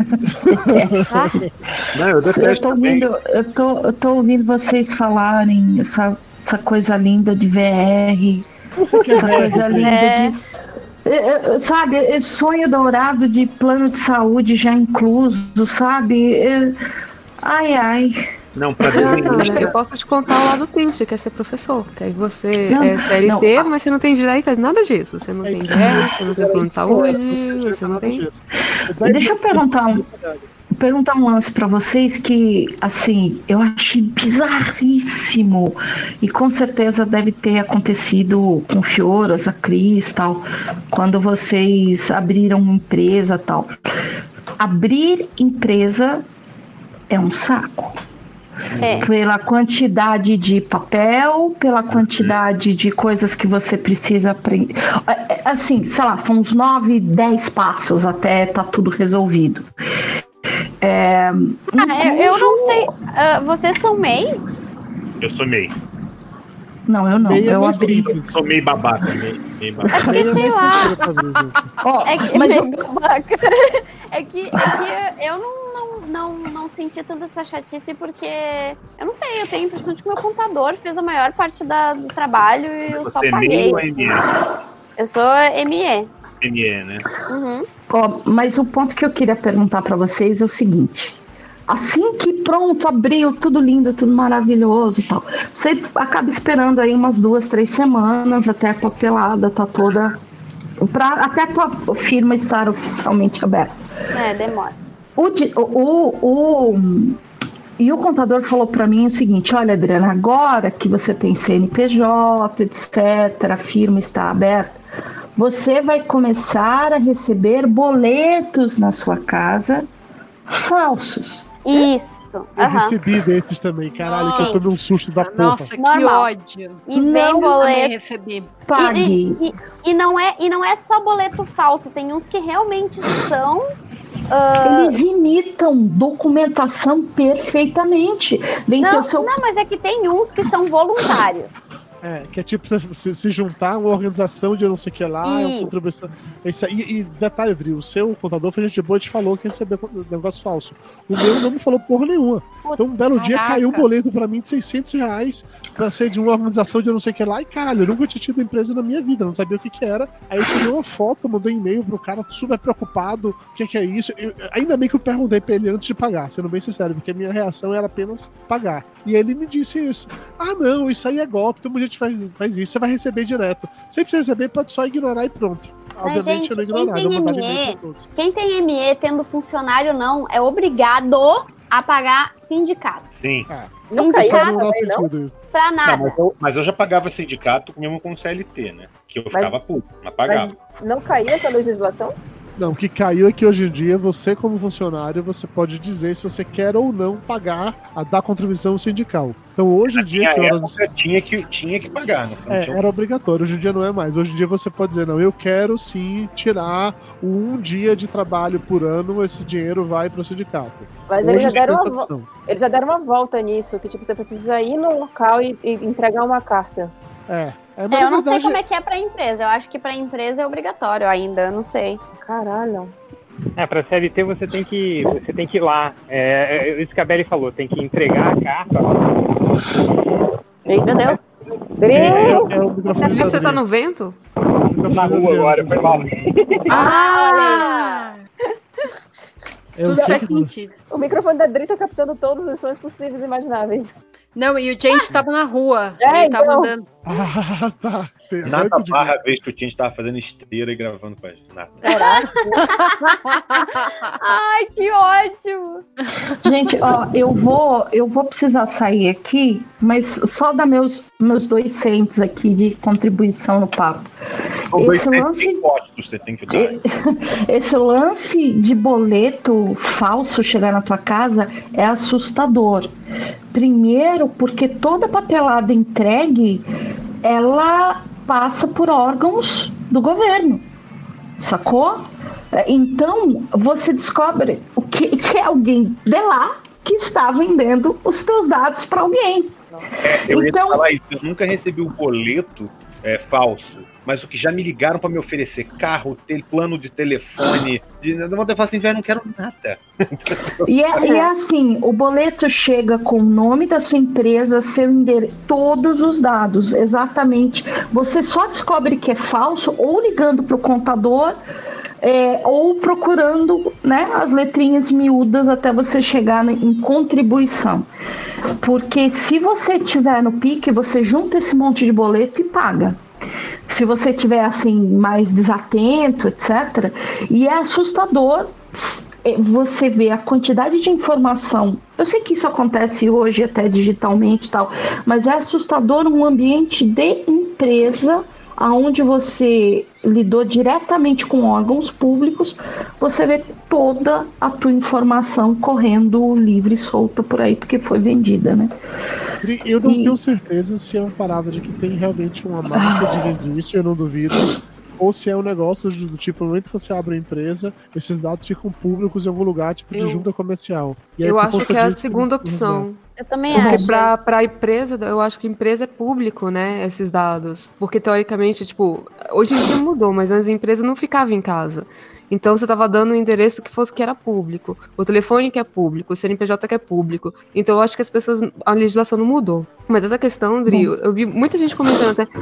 Speaker 14: Não, eu detesto
Speaker 18: eu tô ouvindo, eu tô, eu tô ouvindo vocês falarem essa, essa coisa linda de V R, essa coisa linda é. de... Sabe, sonho dourado de plano de saúde já incluso, sabe? Ai, ai.
Speaker 14: Não, pra
Speaker 17: desenhista... Eu posso te contar o lado triste, que é ser professor. Que aí você não, é C L T, não, mas você não tem direito a nada disso. Você não tem V R, você não tem plano de saúde, você não tem...
Speaker 18: Deixa eu perguntar um, perguntar um lance pra vocês que, assim, eu achei bizarríssimo. E com certeza deve ter acontecido com Fioras, a Cris, tal, quando vocês abriram uma empresa, tal. Abrir empresa é um saco. É. Pela quantidade de papel, pela quantidade de coisas que você precisa aprender. Assim, sei lá, são uns nove, dez passos até tá tudo resolvido. É,
Speaker 16: ah, eu, eu não sei. Uh, vocês são M E I?
Speaker 14: Eu sou M E I.
Speaker 18: Não, eu não.
Speaker 14: Meio
Speaker 18: eu abri.
Speaker 14: Eu sou meio babaca. Meio, meio babaca.
Speaker 16: É porque, sei lá.
Speaker 18: Oh,
Speaker 16: é que,
Speaker 18: mas
Speaker 16: meio
Speaker 18: eu...
Speaker 16: babaca. É que, é que eu não, não, não, não senti tanta essa chatice porque, eu não sei, eu tenho a impressão de que meu contador fez a maior parte da, do trabalho e eu
Speaker 14: Você
Speaker 16: só
Speaker 14: é
Speaker 16: paguei.
Speaker 14: Ou M E?
Speaker 16: Eu sou M E.
Speaker 14: M E, né?
Speaker 16: Uhum.
Speaker 18: Oh, mas o ponto que eu queria perguntar para vocês é o seguinte: assim que pronto, abriu, tudo lindo, tudo maravilhoso e tal, você acaba esperando aí umas duas, três semanas até a papelada tá toda, pra, até a tua firma estar oficialmente aberta.
Speaker 16: É, demora.
Speaker 18: O, o, o, e o contador falou para mim o seguinte: olha, Adriana, agora que você tem C N P J, etcétera, a firma está aberta, você vai começar a receber boletos na sua casa falsos.
Speaker 16: Isso.
Speaker 10: Eu
Speaker 16: uhum.
Speaker 10: recebi desses também, caralho, que eu tomei um susto da porra.
Speaker 19: Nossa, que Normal. ódio.
Speaker 16: E vem boleto.
Speaker 19: Recebi.
Speaker 18: Pague.
Speaker 16: E, e, e, não é, e não é só boleto falso, tem uns que realmente são...
Speaker 18: Uh... Eles imitam documentação perfeitamente. Vem
Speaker 16: não,
Speaker 18: seu...
Speaker 16: não, mas é que tem uns que são voluntários.
Speaker 10: É, que é tipo se, se juntar uma organização de não sei o que lá, é uma contribuição. Isso aí, e detalhe, Adri, o seu contador foi gente boa e te falou que recebeu negócio falso. O meu não me falou porra nenhuma. Então, um belo dia caiu um boleto pra mim de seiscentos reais pra ser de uma organização de não sei o que lá. E caralho, eu nunca tinha tido empresa na minha vida, não sabia o que que era. Aí eu tirei uma foto, mandei um e-mail pro cara super preocupado. O que que é isso? Eu, ainda bem que eu perguntei pra ele antes de pagar, sendo bem sincero, porque a minha reação era apenas pagar. E ele me disse isso. Ah, não, isso aí é golpe, então a gente faz, faz isso, você vai receber direto. Se você receber, pode só ignorar e pronto.
Speaker 16: Mas,
Speaker 10: Obviamente
Speaker 16: gente,
Speaker 10: eu não ignorar,
Speaker 16: quem
Speaker 10: eu
Speaker 16: tem,
Speaker 10: vou mandar
Speaker 16: M
Speaker 10: e-mail
Speaker 16: E,
Speaker 10: pra todos.
Speaker 16: quem tem M E tendo funcionário não, é obrigado a pagar sindicato.
Speaker 14: Sim.
Speaker 16: Não caiu
Speaker 14: não
Speaker 16: pra nada.
Speaker 14: Não, mas, eu, mas eu já pagava sindicato mesmo com C L T, né? Que eu
Speaker 13: Mas-
Speaker 14: ficava puto, mas pagava.
Speaker 13: Mas não caiu essa legislação?
Speaker 10: Não, o que caiu é que hoje em dia, você como funcionário, você pode dizer se você quer ou não pagar a dar contribuição sindical. Então hoje em dia,
Speaker 14: Tinha
Speaker 10: senhoras...
Speaker 14: época, tinha, que, tinha que pagar, não
Speaker 10: É,
Speaker 14: tinha-
Speaker 10: era obrigatório, hoje em dia não é mais. Hoje em dia você pode dizer, não, eu quero sim tirar um dia de trabalho por ano, esse dinheiro vai para o sindicato.
Speaker 13: Mas
Speaker 10: Hoje
Speaker 13: eles já,
Speaker 10: tem
Speaker 13: deram
Speaker 10: essa
Speaker 13: uma, vo-
Speaker 10: opção.
Speaker 13: eles já deram uma volta nisso, que tipo, você precisa ir no local e, e entregar uma carta.
Speaker 10: É. É,
Speaker 16: É, eu não sei como é que é pra empresa. Eu acho que pra empresa é obrigatório ainda, eu não sei.
Speaker 13: Caralho.
Speaker 4: É, pra C L T você tem que, você tem que ir lá. É, é isso que a Beli falou, tem que entregar a carta.
Speaker 16: Meu Deus.
Speaker 10: É, é o microfone
Speaker 17: Felipe, você
Speaker 10: da
Speaker 17: tá
Speaker 10: Adri.
Speaker 17: no vento?
Speaker 4: Na rua agora, foi mal.
Speaker 13: Ah!
Speaker 10: É o
Speaker 19: Tudo
Speaker 10: que
Speaker 19: faz
Speaker 10: que-
Speaker 19: sentido.
Speaker 13: O microfone da Adri tá captando todos os sons possíveis e imagináveis.
Speaker 19: Não, e o gente tava na rua.
Speaker 13: É,
Speaker 19: ele tava
Speaker 13: então.
Speaker 19: andando.
Speaker 10: Ah, tá. Tem-
Speaker 14: Nada
Speaker 10: ranking de-
Speaker 14: barra a vez que o Tim estava fazendo esteira e gravando com a gente. Nada.
Speaker 16: Ai, que ótimo!
Speaker 18: Gente, ó, eu vou, eu vou precisar sair aqui, mas só dar meus, meus dois cents aqui de contribuição no papo.
Speaker 14: São dois
Speaker 18: Esse
Speaker 14: centos
Speaker 18: lance,
Speaker 14: de impostos você tem que dar.
Speaker 18: esse lance de boleto falso chegar na tua casa é assustador. Primeiro, porque toda papelada entregue, ela passa por órgãos do governo, sacou? Então, você descobre o que, que é alguém de lá que está vendendo os teus dados para alguém.
Speaker 14: É, eu
Speaker 18: Então-
Speaker 14: ia falar isso, eu nunca recebi um boleto é, falso, mas o que já me ligaram para me oferecer carro, ter plano de telefone, de, eu vou falar assim, velho, não quero nada.
Speaker 18: E é, e é assim, o boleto chega com o nome da sua empresa, seu endereço, todos os dados, exatamente. Você só descobre que é falso ou ligando para o contador, é, ou procurando, né, as letrinhas miúdas até você chegar na- em contribuição. Porque se você tiver no pique, você junta esse monte de boleto e paga. Se você tiver assim mais desatento, etcétera. E é assustador você ver a quantidade de informação. Eu sei que isso acontece hoje até digitalmente e tal, mas é assustador um ambiente de empresa onde você lidou diretamente com órgãos públicos, você vê toda a tua informação correndo livre e solta por aí, porque foi vendida, né?
Speaker 10: Eu não
Speaker 18: E-
Speaker 10: tenho certeza se é uma parada de que tem realmente uma marca de vender isso, eu não duvido. Ou se é um negócio do do tipo, no momento que você abre a empresa, esses dados ficam públicos em algum lugar, tipo de
Speaker 17: Eu-
Speaker 10: junta comercial. E aí,
Speaker 17: Eu
Speaker 10: por
Speaker 17: acho
Speaker 10: conta
Speaker 17: que é a
Speaker 10: disso,
Speaker 17: segunda
Speaker 10: eles- eles
Speaker 17: opção.
Speaker 16: Eu também
Speaker 17: Porque
Speaker 16: acho.
Speaker 17: pra, pra empresa, eu acho que empresa é público, né, esses dados. Porque, teoricamente, tipo, hoje em dia mudou, mas antes a empresa não ficava em casa. Então você estava dando um endereço que fosse que era público, o telefone que é público, o C N P J que é público. Então eu acho que as pessoas, a legislação não mudou. Mas essa questão, Dri, eu eu vi muita gente comentando até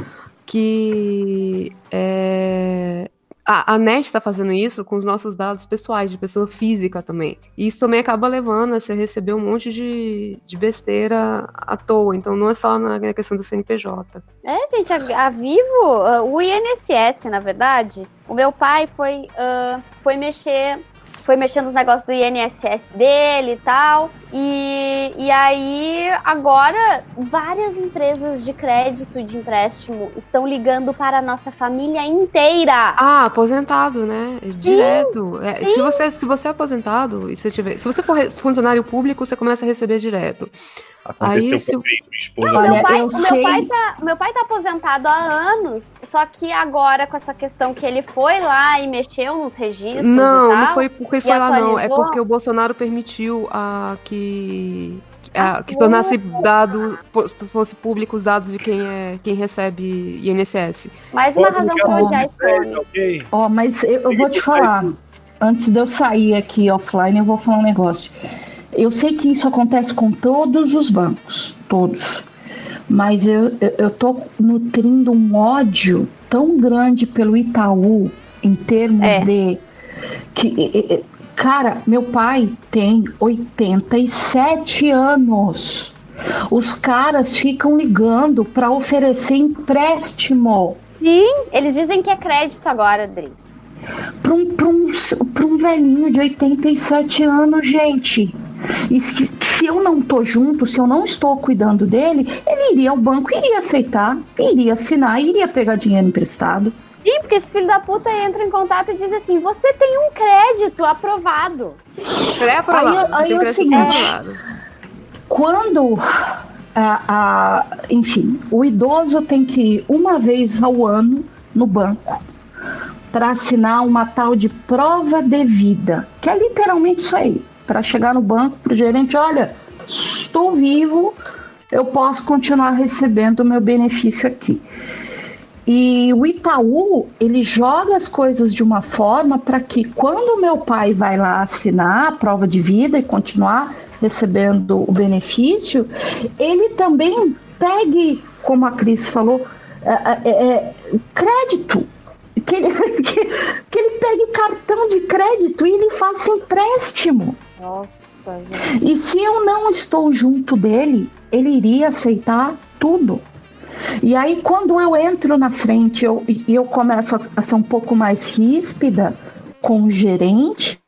Speaker 17: que é, a, a NET está fazendo isso com os nossos dados pessoais, de pessoa física também. E isso também acaba levando a você receber um monte de, de besteira à toa. Então não é só na questão do C N P J.
Speaker 16: É, gente, a, a Vivo, ah, o I N S S, na verdade, o meu pai foi, ah, foi mexer, foi mexer nos negócios do I N S S dele e tal, e, e aí agora várias empresas de crédito e de empréstimo estão ligando para a nossa família inteira.
Speaker 17: Ah, aposentado, né? Direto. É, se, você, se você é aposentado, e se, tiver, se você for re- funcionário público, você começa a receber direto. Aí,
Speaker 14: Aconteceu
Speaker 17: se...
Speaker 14: com a minha esposa.
Speaker 16: Não, meu
Speaker 18: Olha,
Speaker 16: pai,
Speaker 18: eu
Speaker 16: o
Speaker 18: sei-
Speaker 16: meu pai, tá, o meu pai tá aposentado há anos, só que agora com essa questão que ele foi lá e mexeu nos registros
Speaker 17: Não,
Speaker 16: e tal,
Speaker 17: não foi porque ele
Speaker 16: e
Speaker 17: foi lá, não. É
Speaker 16: atualizou.
Speaker 17: porque o Bolsonaro permitiu a que.
Speaker 16: Ah,
Speaker 17: a- que
Speaker 16: foi?
Speaker 17: tornasse dado, fosse público os dados de quem, é, quem recebe I N S S.
Speaker 16: Mais uma razão pra odiar esse homem.
Speaker 18: Ó, mas eu, eu vou te falar, antes de eu sair aqui offline, eu vou falar um negócio. Eu sei que isso acontece com todos os bancos, todos. Mas eu, eu, eu tô nutrindo um ódio tão grande pelo Itaú, em termos
Speaker 16: É.
Speaker 18: de... que e- e- Cara, meu pai tem oitenta e sete anos. Os caras ficam ligando para oferecer empréstimo.
Speaker 16: Sim, eles dizem que é crédito agora, Adri.
Speaker 18: Para um, pra um, pra um velhinho de oitenta e sete anos, gente. E se, se eu não tô junto, se eu não estou cuidando dele, ele iria ao banco, iria aceitar, iria assinar, iria pegar dinheiro emprestado.
Speaker 16: Sim, porque esse filho da puta entra em contato e diz assim, você tem um crédito aprovado.
Speaker 18: Aí, aí é o seguinte, quando, a, a, enfim, o idoso tem que ir uma vez ao ano no banco para assinar uma tal de prova de vida, que é literalmente isso aí, para chegar no banco, para o gerente, olha, estou vivo, eu posso continuar recebendo o meu benefício aqui. E o Itaú, ele joga as coisas de uma forma para que quando meu pai vai lá assinar a prova de vida e continuar recebendo o benefício, ele também pegue, como a Cris falou, é, é, é, crédito. Que ele, que, que ele pegue cartão de crédito e ele faça empréstimo.
Speaker 16: Nossa, gente.
Speaker 18: E se eu não estou junto dele, ele iria aceitar tudo. E aí, quando eu entro na frente eu, e eu começo a, a ser um pouco mais ríspida com o gerente,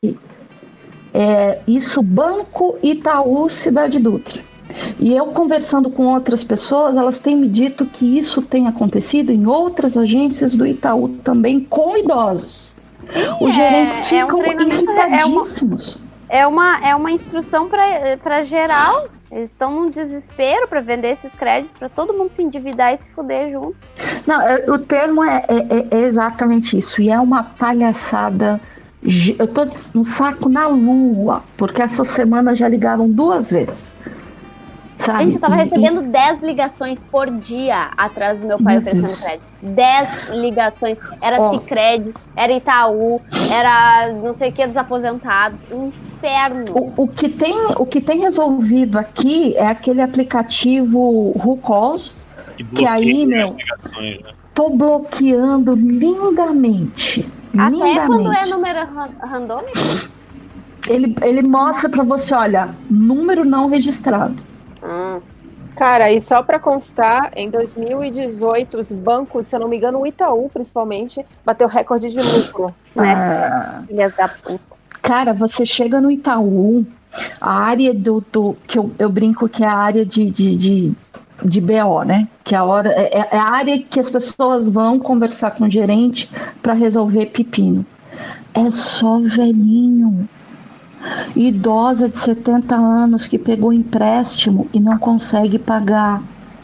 Speaker 18: é, isso Banco Itaú Cidade Dutra. E eu conversando com outras pessoas, elas têm me dito que isso tem acontecido em outras agências do Itaú também com idosos.
Speaker 16: Sim,
Speaker 18: Os
Speaker 16: é-
Speaker 18: gerentes
Speaker 16: é um
Speaker 18: ficam
Speaker 16: treinamento,
Speaker 18: irritadíssimos.
Speaker 16: É uma, é uma instrução para geral. Eles estão num desespero para vender esses créditos para todo mundo se endividar e se fuder junto.
Speaker 18: Não, é, o termo é, é- é exatamente isso. E é uma palhaçada. ge- Eu tô no saco na lua, porque essa semana já ligaram duas vezes. Sabe?
Speaker 16: Gente, eu tava
Speaker 18: E-
Speaker 16: recebendo dez ligações por dia atrás do meu pai
Speaker 18: Meu
Speaker 16: oferecendo
Speaker 18: Deus.
Speaker 16: crédito. dez ligações. Era
Speaker 18: Ó.
Speaker 16: Sicredi, era Itaú, era não sei o que dos aposentados. Um inferno.
Speaker 18: O, o, que tem, o que tem resolvido aqui é aquele aplicativo Who Calls, que aí, meu, tô bloqueando lindamente.
Speaker 16: Até
Speaker 18: lindamente.
Speaker 16: quando é número ran- randômico?
Speaker 18: Ele, ele mostra pra você, olha, número não registrado.
Speaker 13: Cara, e só pra constar, em dois mil e dezoito, os bancos, se eu não me engano, o Itaú, principalmente, bateu recorde de lucro, né?
Speaker 18: Ah.
Speaker 16: Filha da puta.
Speaker 18: Cara, você chega no Itaú, a área do, do que eu, eu brinco que é a área de, de, de, de B O, né? Que é a, hora, é, é a área que as pessoas vão conversar com o gerente para resolver pepino. É só velhinho. Idosa de setenta anos que pegou empréstimo e não consegue pagar.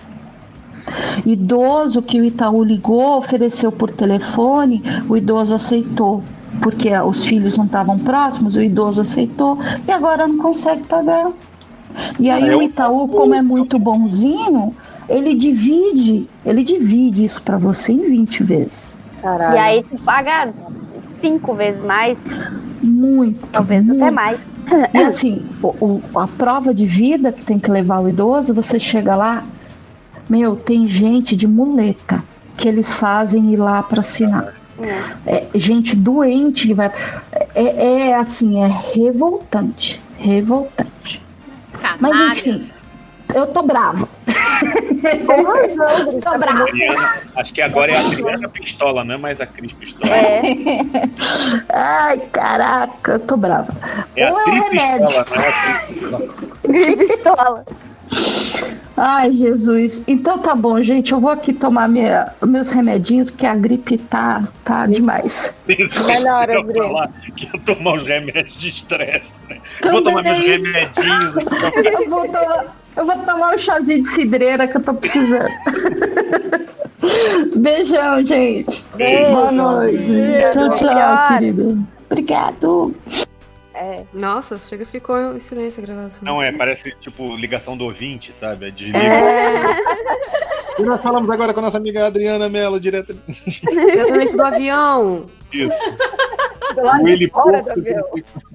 Speaker 18: Idoso que o Itaú ligou, ofereceu por telefone, o idoso aceitou, porque os filhos não estavam próximos, o idoso aceitou e agora não consegue pagar. E aí o Itaú, como é muito bonzinho, ele divide, ele divide isso para você em vinte vezes.
Speaker 16: E aí tu paga cinco vezes mais.
Speaker 18: Muito.
Speaker 16: Talvez até mais.
Speaker 18: E assim, o, o- a prova de vida que tem que levar o idoso, você chega lá, meu, tem gente de muleta que eles fazem ir lá para assinar. É, gente doente que vai. É, é assim, é revoltante. Revoltante. Mas enfim, eu tô brava. tô brava.
Speaker 14: Adriana, acho que agora é a Adriana Pistola, não é mais a Cris Pistola.
Speaker 18: Ai, caraca, eu tô brava.
Speaker 14: É a
Speaker 18: Ou é o
Speaker 14: Cris
Speaker 18: remédio.
Speaker 14: Pistola, não é a Cris Pistola.
Speaker 16: Pistola.
Speaker 18: Ai, Jesus. Então tá bom, gente. Eu vou aqui tomar minha, meus remedinhos, porque a gripe tá, tá demais.
Speaker 13: Melhor,
Speaker 14: eu
Speaker 13: André.
Speaker 14: falar que eu tomar os remédios de estresse, né? Eu vou tomar meus remedinhos.
Speaker 18: Eu vou tomar, eu vou tomar um chazinho de cidreira que eu tô precisando. Beijão, gente.
Speaker 16: Beijo.
Speaker 18: Boa noite.
Speaker 16: Beijo.
Speaker 18: Tchau, tchau,
Speaker 16: Melhor.
Speaker 18: querido. Obrigado.
Speaker 16: É.
Speaker 17: Nossa, chega ficou em silêncio a gravação.
Speaker 14: Não, é, parece tipo ligação do ouvinte, sabe? É desliga.
Speaker 17: É.
Speaker 14: E nós falamos agora com a nossa amiga Adriana Mello, direto.
Speaker 17: Diretamente do avião.
Speaker 14: Isso.
Speaker 13: Do lado
Speaker 14: O
Speaker 13: de
Speaker 14: heliporto
Speaker 13: fora do avião.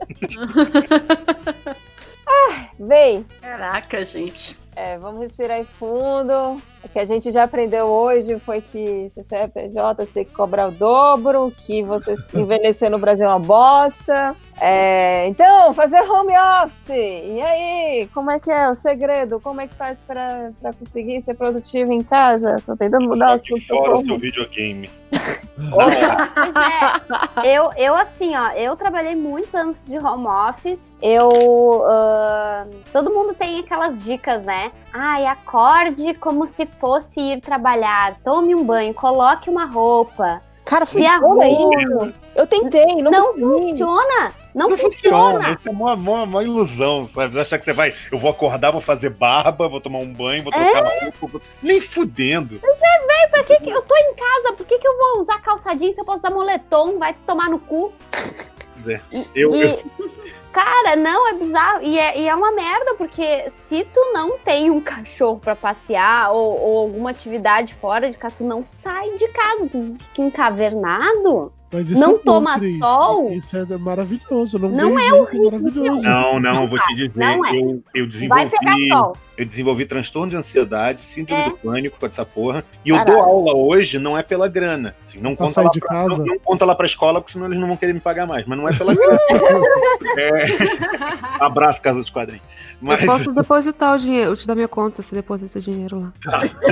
Speaker 13: Ah, vem.
Speaker 19: Caraca, gente.
Speaker 13: É, vamos respirar em fundo. O que a gente já aprendeu hoje foi que se você é P J, você tem que cobrar o dobro, que você se envelhecer no Brasil é uma bosta. É, então, fazer home office. E aí, como é que é o segredo? Como é que faz pra, pra conseguir ser produtivo em casa? Tô tentando mudar os
Speaker 14: Jogue fora o seu videogame.
Speaker 16: Pois é, eu, eu assim, ó, eu trabalhei muitos anos de home office, eu, ah, todo mundo tem aquelas dicas, né? Ai, acorde como se fosse ir trabalhar, tome um banho, coloque uma roupa.
Speaker 13: Cara,
Speaker 16: se
Speaker 13: funciona
Speaker 16: arrume.
Speaker 13: isso? Eu tentei, não
Speaker 16: Não
Speaker 13: consegui.
Speaker 16: funciona, não,
Speaker 14: Não
Speaker 16: funciona.
Speaker 14: funciona. Isso é uma, uma, uma ilusão, sabe? Você acha que você vai, eu vou acordar, vou fazer barba, vou tomar um banho, vou trocar
Speaker 16: É.
Speaker 14: roupa. vou- Nem fudendo.
Speaker 16: Mas, velho, pra que que eu tô em casa? Por que que eu vou usar calça jeans se eu posso usar moletom? Vai tomar no cu.
Speaker 14: É. Eu,
Speaker 16: E,
Speaker 14: eu-
Speaker 16: cara, não, é bizarro. E é, e é uma merda, porque se tu não tem um cachorro pra passear ou, ou alguma atividade fora de casa, tu não sai de casa, tu fica encavernado,
Speaker 10: Mas isso
Speaker 16: não
Speaker 10: é bom,
Speaker 16: toma
Speaker 10: Cris.
Speaker 16: sol.
Speaker 10: Isso é maravilhoso. Não,
Speaker 16: Não
Speaker 10: vejo
Speaker 16: é
Speaker 10: jeito
Speaker 16: horrível.
Speaker 10: maravilhoso.
Speaker 14: Não, não, vou te dizer.
Speaker 16: Não é.
Speaker 14: Eu, eu
Speaker 16: Vai pegar
Speaker 14: desenvolvi.
Speaker 16: sol.
Speaker 14: Eu desenvolvi transtorno de ansiedade, síndrome
Speaker 16: É.
Speaker 14: do pânico com essa porra. E eu
Speaker 16: Caralho.
Speaker 14: dou aula hoje, não é pela grana. Assim, não,
Speaker 10: Pra
Speaker 14: conta
Speaker 10: sair
Speaker 14: lá
Speaker 10: de
Speaker 14: pra,
Speaker 10: casa?
Speaker 14: não, não conta lá pra escola, porque senão eles não vão querer me pagar mais. Mas não é pela grana. É... Abraço, Casa dos Quadrinhos. Mas...
Speaker 17: Eu posso depositar o dinheiro, eu te dou minha conta, você deposita o dinheiro lá.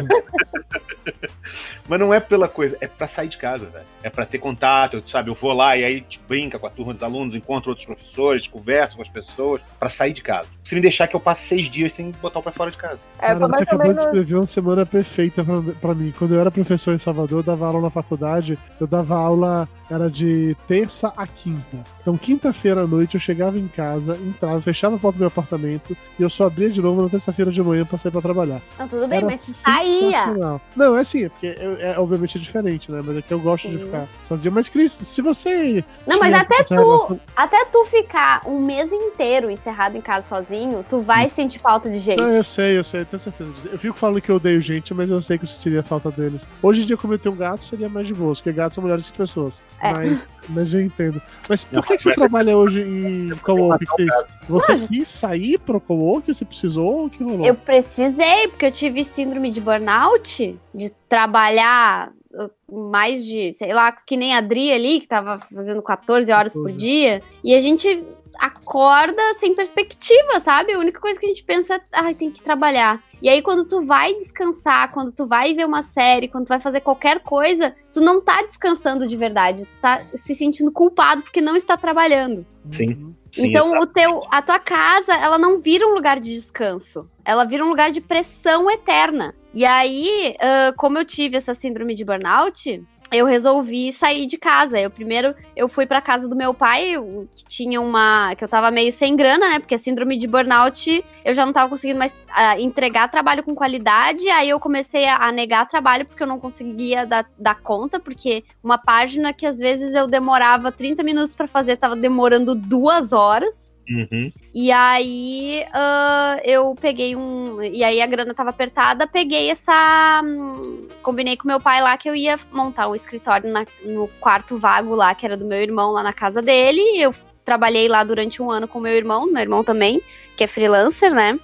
Speaker 14: Mas não é pela coisa, é pra sair de casa, velho. É pra ter contato, eu, sabe? Eu vou lá e aí te brinca com a turma dos alunos, encontro outros professores, converso com as pessoas, pra sair de casa. Se me deixar que eu passe seis dias sem botar o pé fora de casa.
Speaker 13: É,
Speaker 10: Cara,
Speaker 13: foi
Speaker 10: você
Speaker 13: mais ou
Speaker 10: acabou de
Speaker 13: menos-
Speaker 10: descrever uma semana perfeita pra, pra mim. Quando eu era professor em Salvador, eu dava aula na faculdade, eu dava aula, era de terça a quinta. Então, quinta-feira à noite, eu chegava em casa, entrava, fechava a porta do meu apartamento e eu só abria de novo na terça-feira de manhã pra sair pra trabalhar.
Speaker 16: Não, tudo bem,
Speaker 10: Era
Speaker 16: mas tu saía.
Speaker 10: sensacional. Não, é assim, é porque eu- é, obviamente é diferente, né? Mas é que eu gosto de ficar sozinho. Mas, Cris, se você.
Speaker 16: Não, mas
Speaker 10: tinha
Speaker 16: até
Speaker 10: essa
Speaker 16: tu,
Speaker 10: relação-
Speaker 16: até tu ficar um mês inteiro encerrado em casa sozinho, tu vai sentir falta de gente.
Speaker 10: Não, eu sei, eu sei, eu tenho certeza disso. Eu fico falando que eu odeio gente, mas eu sei que eu sentiria falta deles. Hoje em dia, como eu tenho um gato, seria mais de boa, porque gatos são melhores que pessoas.
Speaker 16: É.
Speaker 10: Mas, mas eu entendo. Mas por que, que você trabalha hoje em co-work, Cris? Você
Speaker 16: Não,
Speaker 10: quis sair pro co-work? Você precisou? O que rolou?
Speaker 16: Eu precisei, porque eu tive síndrome de burnout, de trabalhar uh, mais de, sei lá, que nem a Adri ali, que tava fazendo quatorze horas por dia, e a gente acorda sem perspectiva, sabe? A única coisa que a gente pensa é, ai, tem que trabalhar. E aí, quando tu vai descansar, quando tu vai ver uma série, quando tu vai fazer qualquer coisa, tu não tá descansando de verdade, tu tá se sentindo culpado porque não está trabalhando.
Speaker 14: Sim. Sim,
Speaker 16: Então,
Speaker 14: exato.
Speaker 16: o teu, a tua casa, ela não vira um lugar de descanso. Ela vira um lugar de pressão eterna. E aí, ah, como eu tive essa síndrome de burnout, eu resolvi sair de casa. Eu primeiro, eu fui pra casa do meu pai, eu- que tinha uma... que eu tava meio sem grana, né? Porque a síndrome de burnout, eu já não tava conseguindo mais ah, entregar trabalho com qualidade. Aí eu comecei a, a negar trabalho, porque eu não conseguia dar, dar conta. Porque uma página que às vezes eu demorava trinta minutos pra fazer, tava demorando duas horas.
Speaker 14: Uhum.
Speaker 16: E aí ah, eu peguei um. E aí a grana tava apertada, peguei essa. hum, Combinei com meu pai lá que eu ia montar um escritório na- no quarto vago lá, que era do meu irmão, lá na casa dele. Eu trabalhei lá durante um ano com meu irmão, meu irmão também, que é freelancer, né?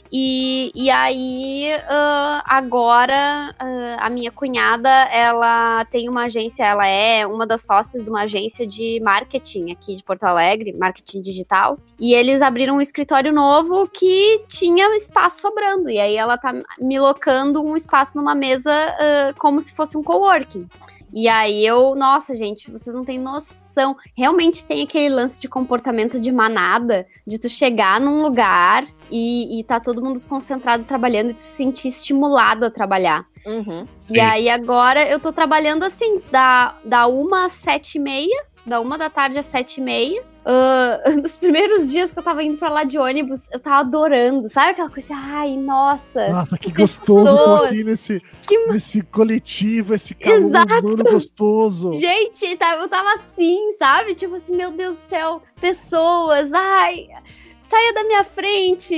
Speaker 16: E, e aí, ah, agora, ah, a minha cunhada, ela tem uma agência, ela é uma das sócias de uma agência de marketing aqui de Porto Alegre, marketing digital, e eles abriram um escritório novo que tinha espaço sobrando, e aí ela tá me locando um espaço numa mesa ah, como se fosse um coworking. E aí eu, nossa, gente, vocês não têm noção organização. Realmente tem aquele lance de comportamento de manada, de tu chegar num lugar e, e tá todo mundo concentrado trabalhando e tu se sentir estimulado a trabalhar.
Speaker 13: Uhum.
Speaker 16: E
Speaker 13: Sim.
Speaker 16: aí agora eu tô trabalhando assim, da, da uma às sete e meia, da uma da tarde às sete e meia. Uh, nos primeiros dias que eu tava indo pra lá de ônibus, eu tava adorando, sabe aquela coisa assim, ai, nossa.
Speaker 10: Nossa, que gostoso tô aqui nesse, que... nesse coletivo, esse calor humano gostoso.
Speaker 16: Gente, eu tava assim, sabe? Tipo assim, meu Deus do céu, pessoas, ai... Saia da minha frente!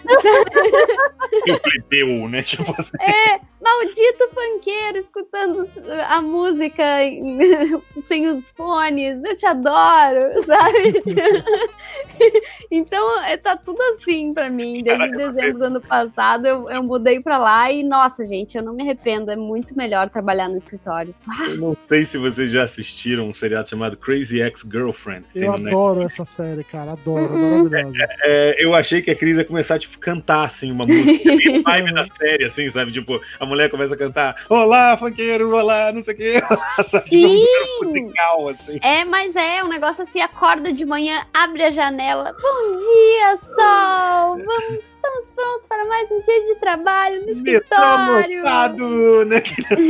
Speaker 14: Eu plebeu, né? Tipo assim.
Speaker 16: É, maldito funkeiro escutando a música sem os fones. Eu te adoro, sabe? Então, tá tudo assim pra mim. Desde dezembro do ano passado, eu, eu mudei pra lá e, nossa, gente, eu não me arrependo. É muito melhor trabalhar no escritório.
Speaker 14: Eu não sei se vocês já assistiram um seriado chamado Crazy Ex-Girlfriend.
Speaker 10: Eu adoro essa série, cara. Adoro, uh-uh. maravilhosa.
Speaker 14: É, eu achei que a Cris ia começar a tipo, cantar assim, uma música bem vibe da série, assim, sabe? Tipo, a mulher começa a cantar Olá, funkeiro, olá, não sei o que. Sabe?
Speaker 16: Sim!
Speaker 14: Tipo, musical, assim.
Speaker 16: É, mas é um negócio assim, acorda de manhã, abre a janela. Bom dia, sol! Vamos, estamos prontos para mais um dia de trabalho no escritório.
Speaker 14: Metrô, né?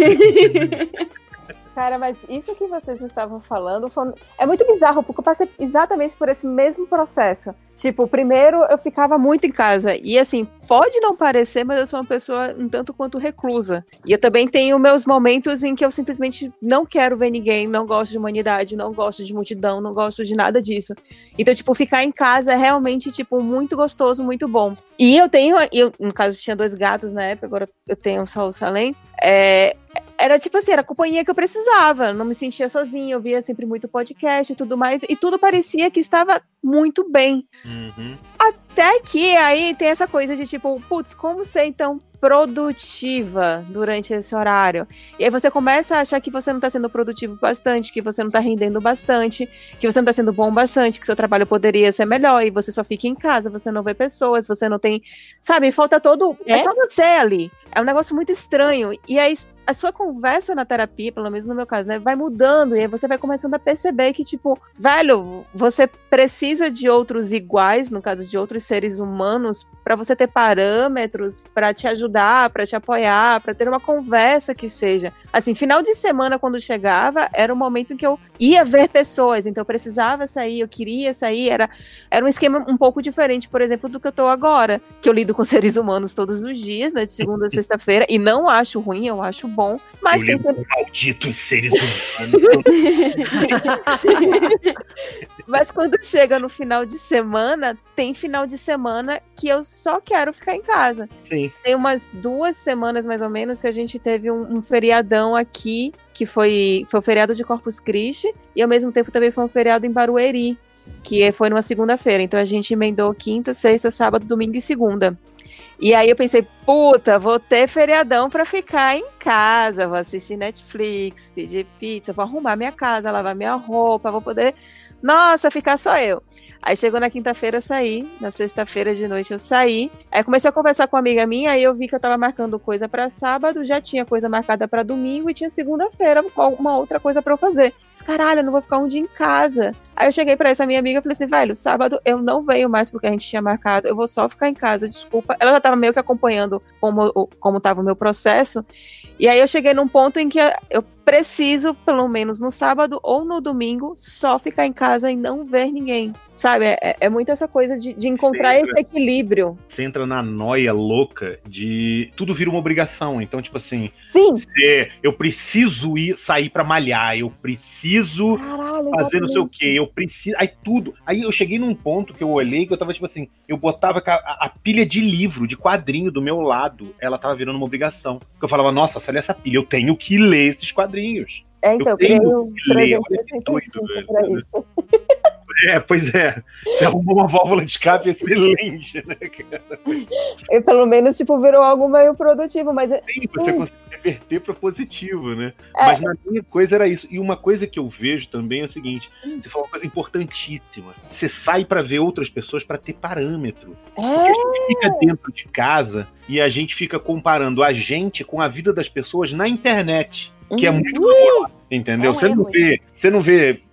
Speaker 13: Cara, mas isso que vocês estavam falando foi... é muito bizarro, porque eu passei exatamente por esse mesmo processo. Tipo, primeiro eu ficava muito em casa, e assim, pode não parecer, mas eu sou uma pessoa um tanto quanto reclusa. E eu também tenho meus momentos em que eu simplesmente não quero ver ninguém, não gosto de humanidade, não gosto de multidão, não gosto de nada disso. Então, tipo, ficar em casa é realmente, tipo, muito gostoso, muito bom. E eu tenho, eu, no caso, tinha dois gatos na época, agora eu tenho só o Salem, é... Era tipo assim, era a companhia que eu precisava, não me sentia sozinha, eu via sempre muito podcast e tudo mais, e tudo parecia que estava muito bem.
Speaker 14: Uhum.
Speaker 13: Até que aí tem essa coisa de tipo, putz, como ser então produtiva durante esse horário? E aí você começa a achar que você não tá sendo produtivo bastante, que você não tá rendendo bastante, que você não tá sendo bom bastante, que seu trabalho poderia ser melhor, e você só fica em casa, você não vê pessoas, você não tem, sabe, falta todo, é, é só você ali. É um negócio muito estranho. E aí a sua conversa na terapia, pelo menos no meu caso, né, vai mudando, e aí você vai começando a perceber que, tipo, velho, você precisa de outros iguais, no caso de outros seres humanos, pra você ter parâmetros, pra te ajudar, pra te apoiar, pra ter uma conversa que seja. Assim, final de semana, quando chegava, era o momento em que eu ia ver pessoas, então eu precisava sair, eu queria sair, era, era um esquema um pouco diferente, por exemplo, do que eu tô agora, que eu lido com seres humanos todos os dias, né, de segunda a sexta-feira, e não acho ruim, eu acho bom, mas
Speaker 14: eu
Speaker 13: tem que...
Speaker 14: malditos seres humanos.
Speaker 13: Mas quando chega no final de semana, tem final de semana que eu só quero ficar em casa.
Speaker 14: Sim.
Speaker 13: Tem umas duas semanas, mais ou menos, que a gente teve um, um feriadão aqui, que foi, foi o feriado de Corpus Christi, e ao mesmo tempo também foi um feriado em Barueri, que foi numa segunda-feira. Então a gente emendou quinta, sexta, sábado, domingo e segunda. E aí eu pensei, puta, vou ter feriadão pra ficar em casa, vou assistir Netflix, pedir pizza, vou arrumar minha casa, lavar minha roupa, vou poder, nossa, ficar só eu. Aí chegou na quinta-feira, eu saí, na sexta-feira de noite eu saí, aí comecei a conversar com uma amiga minha, aí eu vi que eu tava marcando coisa pra sábado, já tinha coisa marcada pra domingo e tinha segunda-feira uma outra coisa pra eu fazer. Disse, caralho, eu não vou ficar um dia em casa. Aí eu cheguei pra essa minha amiga e falei assim, velho, sábado eu não venho mais porque a gente tinha marcado, eu vou só ficar em casa, desculpa. Ela já tava meio que acompanhando como, como tava o meu processo, e aí eu cheguei num ponto em que eu preciso, pelo menos no sábado ou no domingo, só ficar em casa e não ver ninguém, sabe? É, é muito essa coisa de, de encontrar entra, esse equilíbrio.
Speaker 14: Você entra na noia louca de tudo vira uma obrigação, então tipo assim,
Speaker 13: sim,
Speaker 14: você, eu preciso ir sair pra malhar, eu preciso
Speaker 13: Caralho,
Speaker 14: fazer não sei o que, eu preciso, aí tudo, aí eu cheguei num ponto que eu olhei que eu tava tipo assim, eu botava a, a pilha de livro, de quadrinho do meu lado, ela tava virando uma obrigação, porque eu falava, nossa, olha essa pilha, eu tenho que ler esses quadrinhos.
Speaker 13: É, então, eu, eu criei um trezentos e sessenta e cinco pra isso.
Speaker 14: É, pois é. Você arrumou uma válvula de escape excelente, né, cara?
Speaker 13: E pelo menos, tipo, virou algo meio produtivo, mas...
Speaker 14: Sim, você hum. consegue reverter para positivo, né? É. Mas na minha coisa era isso. E uma coisa que eu vejo também é o seguinte, hum. você falou uma coisa importantíssima. Você sai para ver outras pessoas para ter parâmetro.
Speaker 13: É.
Speaker 14: Porque a gente fica dentro de casa e a gente fica comparando a gente com a vida das pessoas na internet, que hum. é muito boa, entendeu? É um você, não vê, você não vê...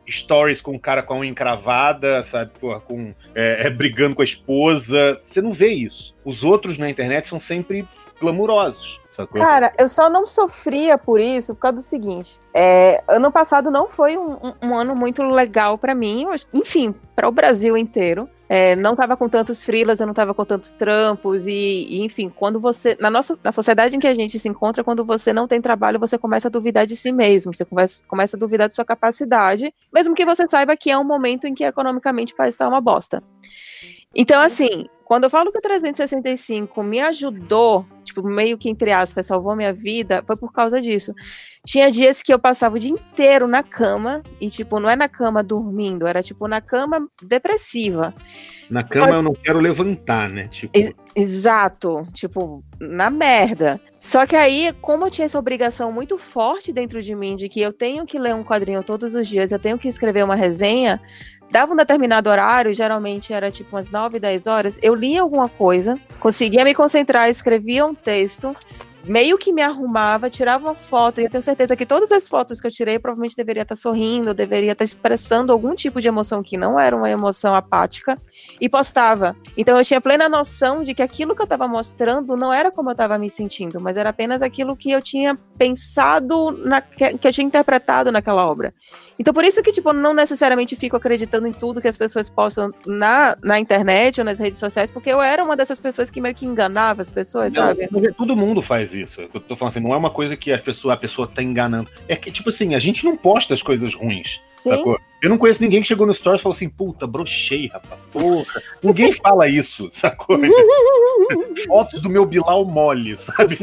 Speaker 14: stories com o cara com a unha encravada, sabe, porra, com, é, é, brigando com a esposa. Você não vê isso. Os outros na internet são sempre glamurosos. Sacou?
Speaker 13: Cara, eu só não sofria por isso por causa do seguinte. É, ano passado não foi um, um, um ano muito legal pra mim, enfim, para o Brasil inteiro. É, não tava com tantos freelas, eu não tava com tantos trampos e, e, enfim, quando você, na nossa, na sociedade em que a gente se encontra, quando você não tem trabalho, você começa a duvidar de si mesmo, você começa, começa a duvidar de sua capacidade, mesmo que você saiba que é um momento em que economicamente o país tá uma bosta. Então, assim, quando eu falo que o trezentos e sessenta e cinco me ajudou, tipo, meio que entre aspas, salvou minha vida, foi por causa disso. Tinha dias que eu passava o dia inteiro na cama, e tipo, não é na cama dormindo, era tipo na cama depressiva.
Speaker 14: Na cama eu não quero levantar, né? Tipo...
Speaker 13: Ex- exato, tipo, na merda. Só que aí, como eu tinha essa obrigação muito forte dentro de mim, de que eu tenho que ler um quadrinho todos os dias, eu tenho que escrever uma resenha, dava um determinado horário, geralmente era tipo umas nove, dez horas, eu lia alguma coisa, conseguia me concentrar, escrevia um texto, meio que me arrumava, tirava uma foto, e eu tenho certeza que todas as fotos que eu tirei, provavelmente deveria estar sorrindo, deveria estar expressando algum tipo de emoção que não era uma emoção apática, e postava. Então eu tinha plena noção de que aquilo que eu estava mostrando não era como eu estava me sentindo, mas era apenas aquilo que eu tinha pensado, na, que, que eu tinha interpretado naquela obra. Então por isso que, tipo, não necessariamente fico acreditando em tudo que as pessoas postam na, na internet ou nas redes sociais, porque eu era uma dessas pessoas que meio que enganava as pessoas,
Speaker 14: não,
Speaker 13: sabe?
Speaker 14: Todo mundo faz isso. Eu tô falando assim, não é uma coisa que a pessoa, a pessoa tá enganando. É que, tipo assim, a gente não posta as coisas ruins.
Speaker 13: Sim.
Speaker 14: Sacou? Eu não conheço ninguém que chegou no Stories e falou assim, puta, brochei, rapaz, porra. Ninguém fala isso, sacou? Fotos do meu Bilal mole, sabe?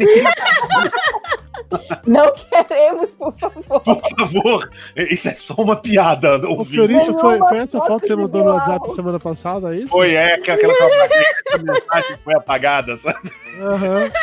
Speaker 13: Não queremos, por favor.
Speaker 14: Por favor, isso é só uma piada.
Speaker 10: O Fiorito, foi, foi essa foto que você mandou no WhatsApp semana passada, é isso?
Speaker 14: Foi, é, aquela que eu apaguei, essa mensagem foi apagada, sabe?
Speaker 10: Aham. Uhum.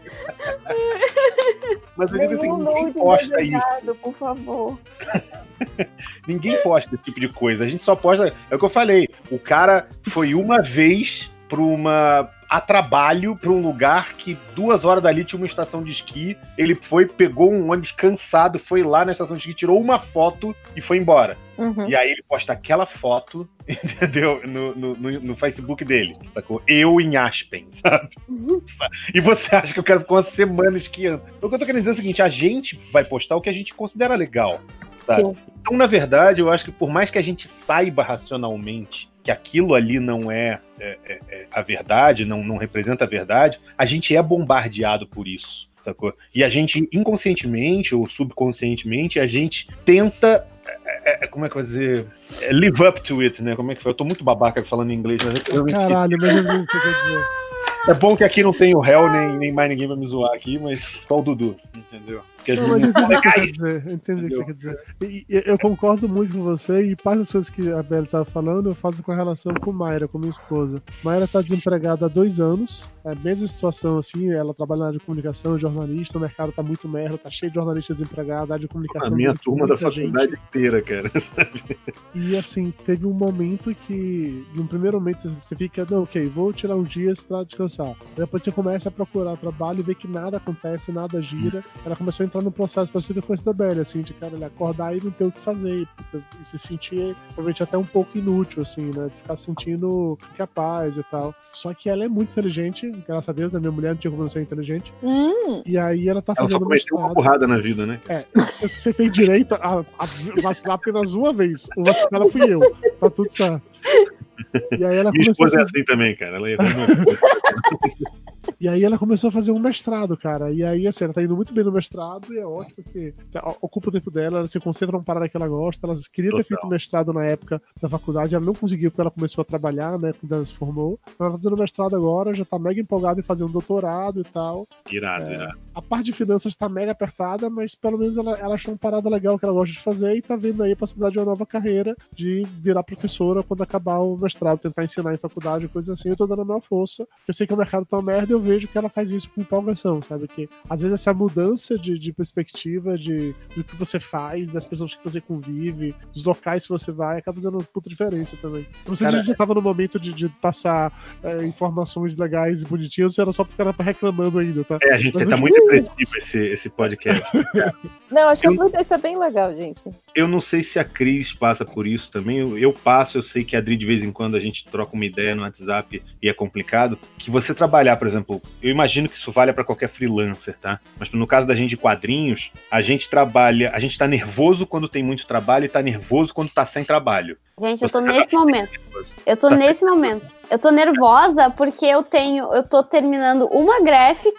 Speaker 14: Mas eu digo assim, ninguém posta isso.
Speaker 13: Por favor.
Speaker 14: Ninguém posta esse tipo de coisa. A gente só posta. É o que eu falei. O cara foi uma vez para uma. a trabalho para um lugar que duas horas dali tinha uma estação de esqui. Ele foi, pegou um ônibus cansado, foi lá na estação de esqui, tirou uma foto e foi embora. Uhum. E aí ele posta aquela foto, entendeu? No, no, no, no Facebook dele. Sacou? Eu em Aspen, sabe? Uhum. E você acha que eu quero ficar uma semana esquiando? O que eu tô querendo dizer é o seguinte: a gente vai postar o que a gente considera legal. Sabe? Sim. Então, na verdade, eu acho que por mais que a gente saiba racionalmente que aquilo ali não é, é, é, é a verdade, não, não representa a verdade, a gente é bombardeado por isso, sacou? E a gente, inconscientemente ou subconscientemente, a gente tenta, é, é, como é que eu vou dizer, é, live up to it, né? Como é que foi? Eu tô muito babaca falando em inglês, mas eu
Speaker 10: Caralho, mas eu não sei o que quer dizer.
Speaker 14: É bom que aqui não tem o réu, nem, nem mais ninguém vai me zoar aqui, mas só o Dudu, entendeu? Porque
Speaker 10: não, mas eu entendi o que você quer dizer. Eu entendi o que você quer dizer. E, e, eu concordo muito com você, e parte das coisas que a Bela estava falando, eu faço com relação com Mayra, com minha esposa. Mayra está desempregada há dois anos, é a mesma situação assim, ela trabalha na área de comunicação, jornalista, o mercado tá muito merda, tá cheio de jornalistas desempregados, a área de comunicação.
Speaker 14: A minha
Speaker 10: muito,
Speaker 14: turma da faculdade gente. inteira, cara.
Speaker 10: E assim, teve um momento que, de um primeiro momento, você fica, não, ok, vou tirar uns dias pra descansar. Depois você começa a procurar trabalho e vê que nada acontece, nada gira. Ela começou a entrar no processo parecido com esse da Bela, assim, de cara, ele acordar e não ter o que fazer, e se sentir, provavelmente, até um pouco inútil, assim, né? De ficar se sentindo incapaz e tal. Só que ela é muito inteligente, graças a Deus, né? Minha mulher não tinha como ser inteligente.
Speaker 13: Hum.
Speaker 10: E aí ela tá
Speaker 14: ela
Speaker 10: fazendo
Speaker 14: só cometeu uma porrada na vida, né?
Speaker 10: É, você tem direito a, a vacilar apenas uma vez. O vacilar fui eu. Tá tudo certo. E aí ela
Speaker 14: Minha
Speaker 10: começou
Speaker 14: esposa
Speaker 10: a fazer...
Speaker 14: é assim também, cara. Ela é
Speaker 10: E aí ela começou a fazer um mestrado, cara. E aí, assim, ela tá indo muito bem no mestrado e é ótimo porque ocupa o tempo dela, ela se concentra numa parada que ela gosta. Ela queria ter feito mestrado na época da faculdade, ela não conseguiu porque ela começou a trabalhar, né, quando ela se formou. Ela tá fazendo mestrado agora, já tá mega empolgada em fazer um doutorado e tal.
Speaker 14: Irado,
Speaker 10: é,
Speaker 14: irado.
Speaker 10: A parte de finanças tá mega apertada, mas pelo menos ela, ela achou uma parada legal que ela gosta de fazer e tá vendo aí a possibilidade de uma nova carreira, de virar professora quando acabar o mestrado, tentar ensinar em faculdade, coisa assim. Eu tô dando a maior força. Eu sei que o mercado tá uma merda, eu vejo que ela faz isso com empolgação, sabe? Que às vezes essa mudança de, de perspectiva, de, do que você faz, das pessoas que você convive, dos locais que você vai, acaba fazendo uma puta diferença também. Não sei Cara, se a gente tava no momento de, de passar é, informações legais e bonitinhas, ou se era só ficar reclamando ainda, tá?
Speaker 14: É, a gente
Speaker 10: Mas,
Speaker 14: tá muito depressivo esse, esse podcast.
Speaker 13: Não, acho que
Speaker 14: eu,
Speaker 13: a Fluidez tá bem legal, gente.
Speaker 14: Eu não sei se a Cris passa por isso também. Eu, eu passo, eu sei que a Adri, de vez em quando, a gente troca uma ideia no WhatsApp e é complicado. Que você trabalhar, por exemplo, eu imagino que isso vale para qualquer freelancer, tá? Mas no caso da gente de quadrinhos, a gente trabalha, a gente tá nervoso quando tem muito trabalho e tá nervoso quando tá sem trabalho.
Speaker 16: Gente, eu tô nesse momento. Eu tô nesse momento. Eu tô nervosa porque eu tenho, eu tô terminando uma graphic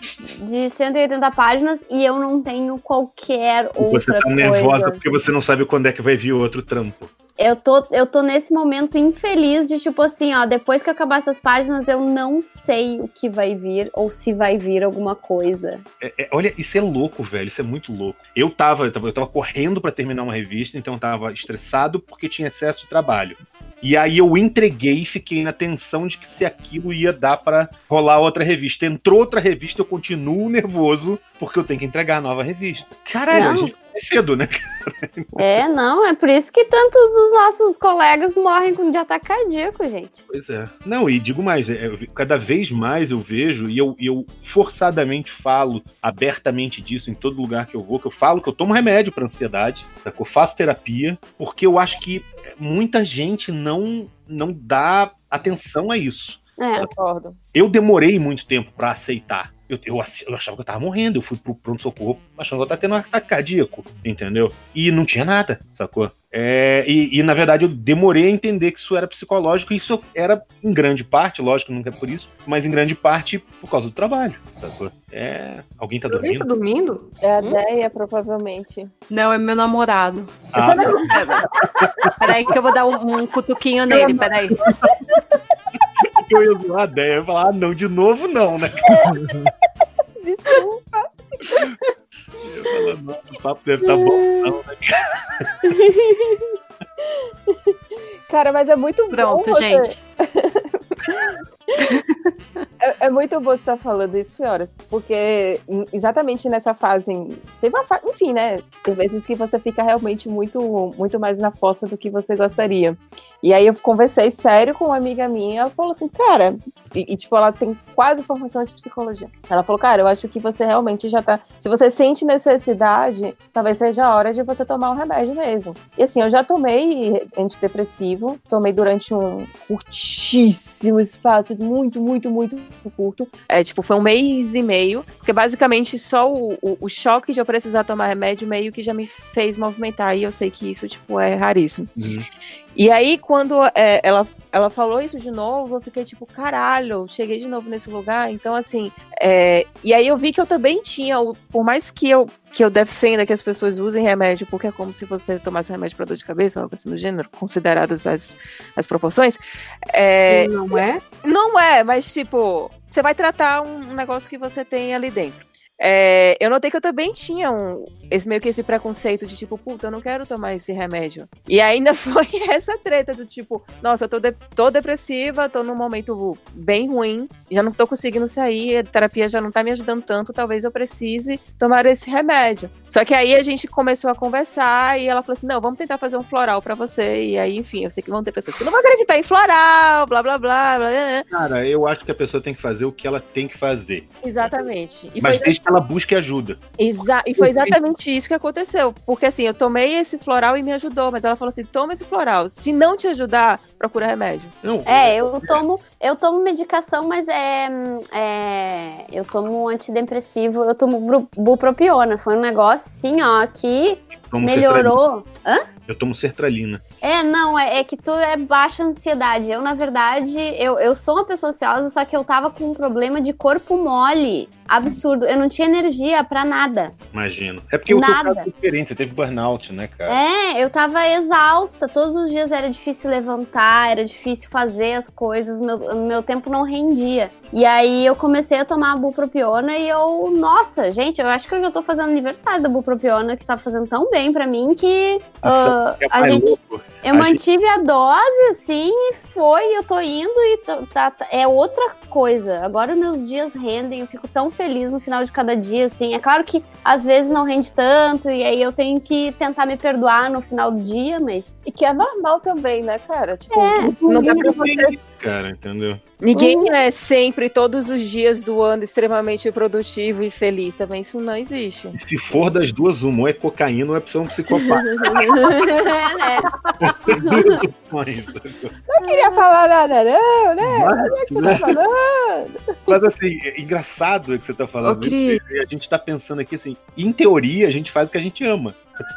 Speaker 16: de cento e oitenta páginas e eu não tenho qualquer outra coisa.
Speaker 14: Você tá nervosa porque você não sabe quando é que vai vir outro trampo.
Speaker 16: Eu tô, eu tô nesse momento infeliz de tipo assim, ó, depois que eu acabar essas páginas eu não sei o que vai vir ou se vai vir alguma coisa.
Speaker 14: É, é, olha, isso é louco, velho, isso é muito louco. Eu tava, eu tava, eu tava correndo pra terminar uma revista, então eu tava estressado porque tinha excesso de trabalho. E aí eu entreguei e fiquei na tensão de que se aquilo ia dar pra rolar outra revista. Entrou outra revista, eu continuo nervoso porque eu tenho que entregar a nova revista. Caralho,
Speaker 16: Não.
Speaker 14: a gente é cedo, né, cara?
Speaker 16: É, não, é por isso que tantos dos nossos colegas morrem com de ataque cardíaco, gente.
Speaker 14: Pois é. Não, e digo mais, é, eu, cada vez mais eu vejo, e eu, eu forçadamente falo abertamente disso em todo lugar que eu vou, que eu falo que eu tomo remédio pra ansiedade, tá? Que eu faço terapia, porque eu acho que muita gente não, não dá atenção a isso.
Speaker 16: É,
Speaker 13: concordo.
Speaker 14: Eu demorei muito tempo pra aceitar. Eu, eu, eu achava que eu tava morrendo, eu fui pro pronto-socorro achando que eu tava tendo um ataque cardíaco, entendeu? E não tinha nada, sacou? É, e, e, na verdade, eu demorei a entender que isso era psicológico, e isso era, em grande parte, lógico, nunca é por isso, mas em grande parte por causa do trabalho, sacou? É... Alguém tá dormindo?
Speaker 17: Alguém tá dormindo?
Speaker 13: É a Deia, provavelmente.
Speaker 19: Não, é meu namorado.
Speaker 14: Ah,
Speaker 19: Peraí que eu vou dar um, um cutuquinho nele, peraí.
Speaker 14: Eu ia zoar a ideia, eu ia falar, ah, não, de novo não, né?
Speaker 13: Desculpa.
Speaker 14: Eu ia falar, nossa, o papo deve estar bom, não, né?
Speaker 13: Cara, mas é muito
Speaker 19: Pronto,
Speaker 13: bom. Pronto,
Speaker 19: gente.
Speaker 13: É, é muito bom você estar falando isso, Fioras, porque exatamente nessa fase, teve uma fase, enfim, né? Tem vezes que você fica realmente muito, muito mais na fossa do que você gostaria. E aí eu conversei sério com uma amiga minha, ela falou assim, cara, e, e tipo, ela tem quase formação de psicologia. Ela falou, cara, eu acho que você realmente já tá, se você sente necessidade, talvez seja a hora de você tomar um remédio mesmo. E assim, eu já tomei antidepressivo, tomei durante um curtíssimo espaço, muito, muito, muito curto. É, tipo, foi um mês e meio, porque basicamente só o, o, o choque de eu precisar tomar remédio meio que já me fez movimentar, e eu sei que isso, tipo, é raríssimo. Uhum. E aí, quando é, ela, ela falou isso de novo, eu fiquei tipo, caralho, cheguei de novo nesse lugar. Então, assim, é, e aí eu vi que eu também tinha, por mais que eu, que eu defenda que as pessoas usem remédio, porque é como se você tomasse um remédio para dor de cabeça, ou algo assim do gênero, consideradas as, as proporções. É,
Speaker 17: não é?
Speaker 13: Não é, mas tipo, você vai tratar um negócio que você tem ali dentro. É, eu notei que eu também tinha um, esse, meio que esse preconceito de tipo, puta, eu não quero tomar esse remédio. E ainda foi essa treta do tipo, nossa, eu tô, de, tô depressiva, tô num momento bem ruim, já não tô conseguindo sair, a terapia já não tá me ajudando tanto, talvez eu precise tomar esse remédio. Só que aí a gente começou a conversar e ela falou assim, não, vamos tentar fazer um floral pra você. E aí, enfim, eu sei que vão ter pessoas que não vão acreditar em floral, blá, blá, blá, blá, blá.
Speaker 14: Cara, eu acho que a pessoa tem que fazer o que ela tem que fazer.
Speaker 13: Exatamente. E
Speaker 14: Mas
Speaker 13: foi...
Speaker 14: desde que ela busque ajuda.
Speaker 13: Exa- e foi exatamente isso que aconteceu. Porque assim, eu tomei esse floral e me ajudou, mas ela falou assim, toma esse floral. Se não te ajudar, procura remédio.
Speaker 14: Não,
Speaker 16: É, eu tomo, eu tomo medicação, mas é, é eu tomo antidepressivo, eu tomo bru- bupropiona. Foi um negócio assim, ó, que
Speaker 14: Tomo
Speaker 16: melhorou. Hã?
Speaker 14: Eu tomo sertralina.
Speaker 16: É, não, é, é que tu é baixa ansiedade. Eu, na verdade, eu, eu sou uma pessoa ansiosa, só que eu tava com um problema de corpo mole. Absurdo. Eu não tinha energia pra nada.
Speaker 14: Imagino. É porque o teu
Speaker 16: Nada.
Speaker 14: caso é diferente, você teve burnout, né, cara?
Speaker 16: É, eu tava exausta. Todos os dias era difícil levantar, era difícil fazer as coisas. Meu, meu tempo não rendia. E aí eu comecei a tomar a bupropiona e eu, nossa, gente, eu acho que eu já tô fazendo aniversário da bupropiona, que tá fazendo tão bem pra mim que uh,
Speaker 14: é
Speaker 16: a gente,
Speaker 14: louco.
Speaker 16: eu
Speaker 14: a
Speaker 16: mantive gente... a dose, assim, e foi, eu tô indo e tá, tá, é outra coisa. Agora meus dias rendem, eu fico tão feliz no final de cada dia, assim. É claro que às vezes não rende tanto e aí eu tenho que tentar me perdoar no final do dia, mas...
Speaker 13: E que é normal também, né, cara? Tipo,
Speaker 16: é,
Speaker 13: não dá pra você...
Speaker 14: Cara, entendeu?
Speaker 13: Ninguém
Speaker 16: Uhum.
Speaker 13: é sempre, todos os dias do ano, extremamente produtivo e feliz. Também isso não existe.
Speaker 14: E se for das duas, uma, ou é cocaína ou é opção psicopata.
Speaker 13: Não queria falar nada, não, né? Mas, é que você tá falando.
Speaker 14: Mas assim, é engraçado o que você tá falando.
Speaker 17: Ô, Cris.
Speaker 14: A gente tá pensando aqui assim, em teoria, a gente faz o que a gente ama.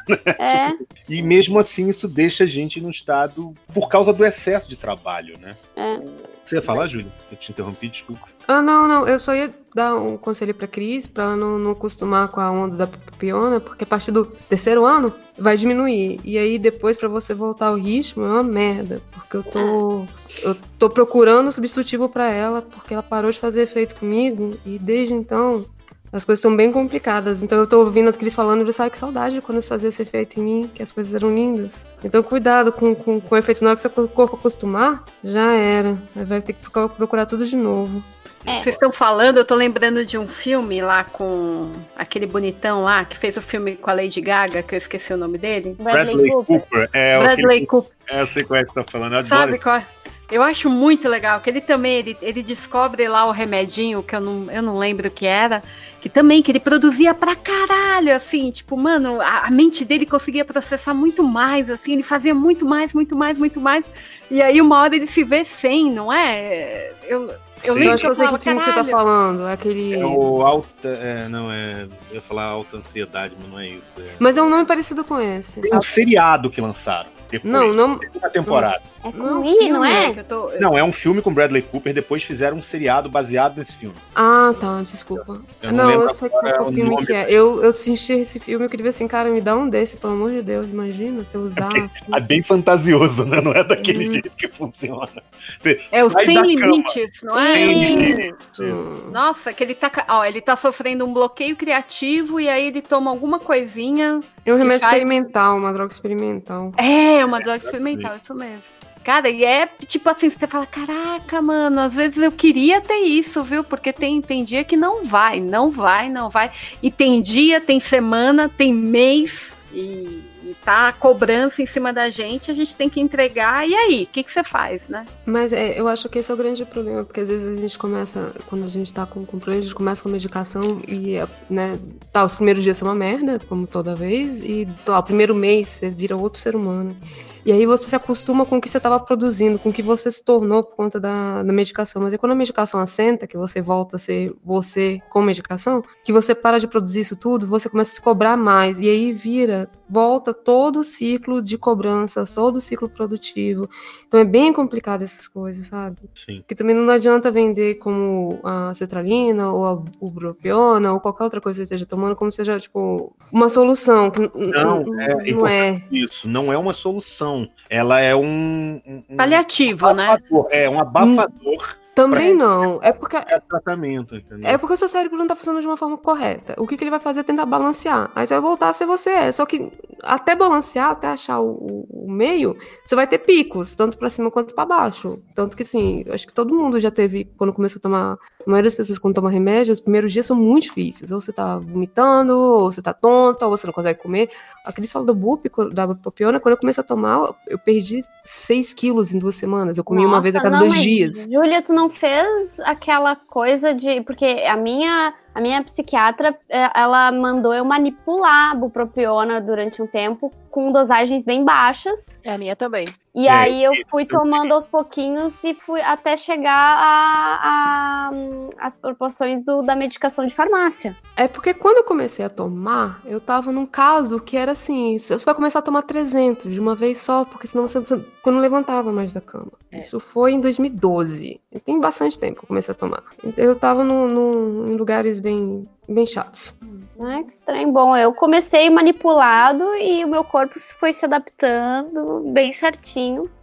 Speaker 16: É.
Speaker 14: E mesmo assim, isso deixa a gente num estado por causa do excesso de trabalho, né?
Speaker 16: É.
Speaker 14: Você ia falar, Júlia? Eu te interrompi, desculpa.
Speaker 17: Ah, não, não. Eu só ia dar um conselho pra Cris, pra ela não, não acostumar com a onda da bupropiona, porque a partir do terceiro ano vai diminuir. E aí depois, pra você voltar ao ritmo, é uma merda. Porque eu tô, eu tô procurando substitutivo pra ela, porque ela parou de fazer efeito comigo. E desde então, as coisas estão bem complicadas. Então eu tô ouvindo a Cris falando, eu falei, que saudade quando isso fazia esse efeito em mim, que as coisas eram lindas. Então cuidado com, com, com o efeito. Na hora que seu corpo acostumar, já era. Aí vai ter que procurar, procurar tudo de novo.
Speaker 19: É. Vocês estão falando, eu tô lembrando de um filme lá com aquele bonitão lá, que fez o filme com a Lady Gaga, que eu esqueci o nome dele.
Speaker 14: Bradley, Bradley Cooper. Cooper. É,
Speaker 19: Bradley
Speaker 14: que...
Speaker 19: Cooper.
Speaker 14: É, eu sei qual é que você tá falando. Eu
Speaker 19: Sabe qual é? Eu acho muito legal, que ele também, ele, ele descobre lá o remedinho, que eu não, eu não lembro o que era, que também, que ele produzia pra caralho, assim, tipo, mano, a, a mente dele conseguia processar muito mais, assim, ele fazia muito mais, muito mais, muito mais, e aí uma hora ele se vê sem, não é? Eu... Eu
Speaker 17: Sim.
Speaker 19: lembro
Speaker 17: Eu acho que eu sei que filme que você tá falando. É aquele.
Speaker 14: É o alta. É, não, é. Eu ia falar alta ansiedade, mas não é isso. É...
Speaker 17: Mas é um nome parecido com esse.
Speaker 14: Tem um seriado que lançaram. Depois,
Speaker 17: não, não.
Speaker 14: Uma temporada.
Speaker 16: É com I, não é?
Speaker 19: Que eu tô...
Speaker 14: Não, é um filme com Bradley Cooper. Depois fizeram um seriado baseado nesse filme.
Speaker 17: Ah, tá, desculpa.
Speaker 14: Eu
Speaker 17: não,
Speaker 14: não
Speaker 17: eu sei qual é o filme nome... que é. Eu, eu assisti esse filme, eu queria ver assim, cara, me dá um desse, pelo amor de Deus, imagina se eu usar.
Speaker 14: É, assim. É bem fantasioso, né? Não é daquele hum. jeito que funciona.
Speaker 19: Você é o Sem Limites, cama. Não é?
Speaker 14: Sem Limites.
Speaker 19: Nossa, que ele tá, ó, ele tá sofrendo um bloqueio criativo e aí ele toma alguma coisinha.
Speaker 17: É um remédio faz... experimental, uma droga experimental.
Speaker 19: É, uma droga experimental, isso mesmo. Cara, e é tipo assim, você fala, caraca, mano, às vezes eu queria ter isso, viu? Porque tem, tem dia que não vai, não vai, não vai. E tem dia, tem semana, tem mês, e, e tá a cobrança em cima da gente, a gente tem que entregar. E aí, o que, que você faz, né?
Speaker 17: Mas é, eu acho que esse é o grande problema, porque às vezes a gente começa, quando a gente tá com, com problema, a gente começa com medicação e, né, tá, os primeiros dias são uma merda, como toda vez, e tá, o primeiro mês você vira outro ser humano. E aí você se acostuma com o que você estava produzindo, com o que você se tornou por conta da, da medicação. Mas aí quando a medicação assenta, que você volta a ser você com medicação, que você para de produzir isso tudo, você começa a se cobrar mais. E aí vira, volta todo o ciclo de cobrança, todo o ciclo produtivo. Então é bem complicado essas coisas, sabe?
Speaker 14: Sim.
Speaker 17: Porque também não adianta vender como a cetralina ou a bupropiona ou qualquer outra coisa que você esteja tomando, como seja, tipo, uma solução. Que
Speaker 14: não,
Speaker 17: não
Speaker 14: é,
Speaker 17: não é.
Speaker 14: Isso, não é uma solução. Ela é um... um
Speaker 19: paliativo,
Speaker 14: um abafador,
Speaker 19: né?
Speaker 14: É, um abafador.
Speaker 17: Também não. É porque...
Speaker 14: É tratamento, entendeu?
Speaker 17: É porque o seu cérebro não tá funcionando de uma forma correta. O que, que ele vai fazer é tentar balancear. Aí você vai voltar a ser você é. Só que até balancear, até achar o, o, o meio, você vai ter picos, tanto pra cima quanto pra baixo. Tanto que, assim, acho que todo mundo já teve, quando começa a tomar... A maioria das pessoas, quando toma remédio, os primeiros dias são muito difíceis. Ou você tá vomitando, ou você tá tonta, ou você não consegue comer. A Cris fala do bup, da bupropiona, quando eu comecei a tomar, eu perdi seis quilos em duas semanas. Eu comi
Speaker 16: Nossa,
Speaker 17: uma vez a cada
Speaker 16: não,
Speaker 17: dois
Speaker 16: mas,
Speaker 17: dias.
Speaker 16: Júlia, tu não fez aquela coisa de... Porque a minha, a minha psiquiatra, ela mandou eu manipular a bupropiona durante um tempo com dosagens bem baixas.
Speaker 13: É a minha também.
Speaker 16: E é, aí eu fui tomando aos pouquinhos e fui até chegar a, a, as proporções do, da medicação de farmácia.
Speaker 17: É porque quando eu comecei a tomar, eu tava num caso que era assim, você vai começar a tomar trezentos de uma vez só, porque senão você, você eu não levantava mais da cama. É. Isso foi em dois mil e doze. Tem bastante tempo que eu comecei a tomar. Então eu tava no, no, em lugares bem, bem chatos.
Speaker 16: Ai, que estranho. Bom, eu comecei manipulado e o meu corpo foi se adaptando bem certinho.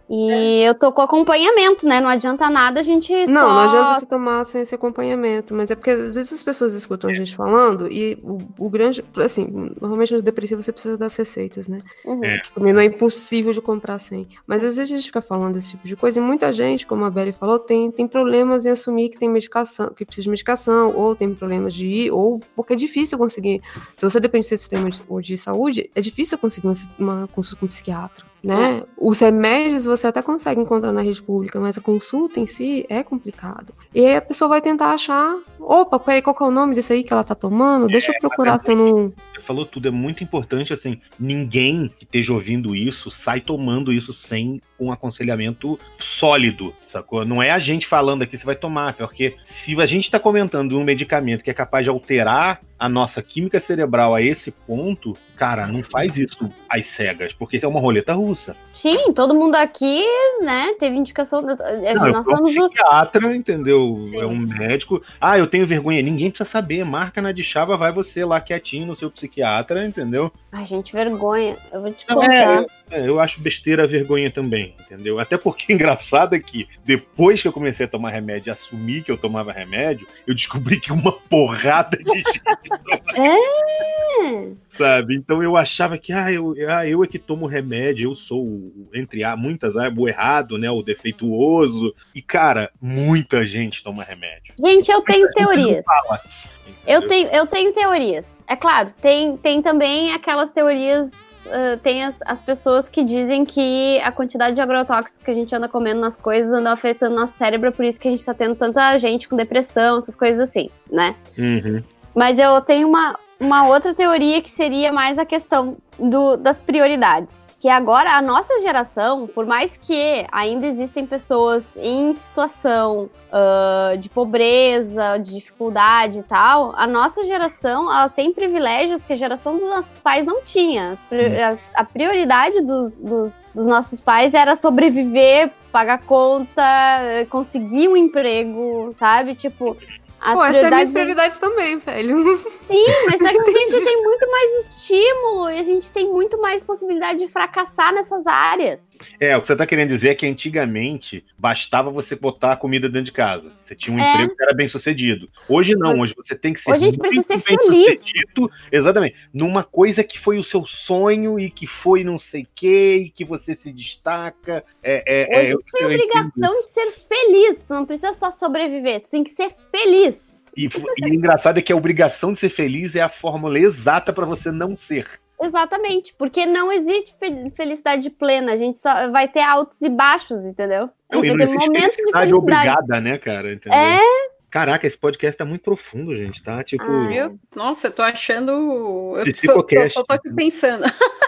Speaker 16: E eu tô com acompanhamento, né? Não adianta nada a gente
Speaker 17: Não,
Speaker 16: só...
Speaker 17: não adianta você tomar sem esse acompanhamento, mas é porque às vezes as pessoas escutam a gente falando e o, o grande, assim, normalmente nos depressivos você precisa das receitas, né?
Speaker 16: Uhum.
Speaker 14: É.
Speaker 17: Que também não é impossível de comprar sem. Mas às vezes a gente fica falando desse tipo de coisa e muita gente, como a Beli falou, tem, tem problemas em assumir que tem medicação, que precisa de medicação, ou tem problemas de ir, ou porque é difícil conseguir. Se você depende do sistema de, de saúde, é difícil conseguir uma, uma consulta com um psiquiatra. Né? Os remédios você até consegue encontrar na rede pública, mas a consulta em si é complicado. E aí a pessoa vai tentar achar, opa, peraí, qual que é o nome desse aí que ela tá tomando? Deixa eu procurar se eu não...
Speaker 14: Você falou tudo, é muito importante, assim, ninguém que esteja ouvindo isso sai tomando isso sem um aconselhamento sólido, sacou? Não é a gente falando aqui, você vai tomar, porque se a gente tá comentando um medicamento que é capaz de alterar a nossa química cerebral a esse ponto, cara, não faz isso às cegas, porque é uma roleta russa.
Speaker 16: Sim, todo mundo aqui, né, teve indicação...
Speaker 14: Não,
Speaker 16: nós
Speaker 14: é um
Speaker 16: somos o...
Speaker 14: psiquiatra, entendeu?
Speaker 16: Sim.
Speaker 14: É um médico. Ah, eu tenho vergonha. Ninguém precisa saber. Marca na de chava, vai você lá quietinho no seu psiquiatra, entendeu?
Speaker 16: Ai, gente, vergonha. Eu vou te
Speaker 14: Não,
Speaker 16: contar.
Speaker 14: é, eu, é, eu acho besteira a vergonha também, entendeu? Até porque o engraçado é que depois que eu comecei a tomar remédio e assumi que eu tomava remédio, eu descobri que uma porrada de gente
Speaker 16: É!
Speaker 14: sabe? Então eu achava que ah, eu, ah, eu é que tomo remédio, eu sou, o- entre a, muitas, ah, o errado, né? O defeituoso. E, cara, muita gente toma remédio.
Speaker 16: Gente, eu tenho teorias.
Speaker 14: Fala.
Speaker 16: Eu tenho, eu tenho teorias. É claro, tem, tem também aquelas teorias. ah, tem as, as pessoas que dizem que a quantidade de agrotóxico que a gente anda comendo nas coisas anda afetando nosso cérebro, é por isso que a gente tá tendo tanta gente com depressão, essas coisas assim, né?
Speaker 14: Uhum.
Speaker 16: Mas eu tenho uma, uma outra teoria que seria mais a questão do, das prioridades. Que agora a nossa geração, por mais que ainda existem pessoas em situação ah, de pobreza, de dificuldade e tal, a nossa geração ela tem privilégios que a geração dos nossos pais não tinha. As pri- A, a prioridade dos, dos, dos nossos pais era sobreviver, pagar conta, conseguir um emprego, sabe? Tipo, as
Speaker 17: Pô, essa é minhas
Speaker 16: prioridades...
Speaker 17: prioridades também, velho.
Speaker 16: Sim, mas só que a gente tem muito mais estímulo e a gente tem muito mais possibilidade de fracassar nessas áreas.
Speaker 14: É, o que você tá querendo dizer é que antigamente bastava você botar a comida dentro de casa. Você tinha um
Speaker 16: É.
Speaker 14: emprego que era bem sucedido. Hoje não, hoje você tem que ser
Speaker 16: Hoje a gente precisa ser
Speaker 14: bem
Speaker 16: feliz.
Speaker 14: sucedido, exatamente, numa coisa que foi o seu sonho e que foi não sei o que, e que você se destaca. É, é,
Speaker 16: Hoje
Speaker 14: é, eu,
Speaker 16: tu tem
Speaker 14: eu entendo
Speaker 16: obrigação
Speaker 14: isso.
Speaker 16: de ser feliz, tu não precisa só sobreviver, tu tem que ser feliz.
Speaker 14: E, e o engraçado é que a obrigação de ser feliz é a fórmula exata pra você não ser.
Speaker 16: Exatamente, porque não existe fe- felicidade plena, a gente só vai ter altos e baixos, entendeu? A
Speaker 14: Não,
Speaker 16: gente
Speaker 14: e
Speaker 16: vai
Speaker 14: não
Speaker 16: ter
Speaker 14: existe
Speaker 16: momentos de
Speaker 14: felicidade
Speaker 16: felicidade.
Speaker 14: obrigada, né, cara? Entendeu?
Speaker 16: É,
Speaker 14: Caraca, esse podcast tá muito profundo, gente, tá? Tipo,
Speaker 19: Viu? Nossa, eu tô achando. Eu só,
Speaker 14: Psicocast.
Speaker 19: só tô aqui pensando.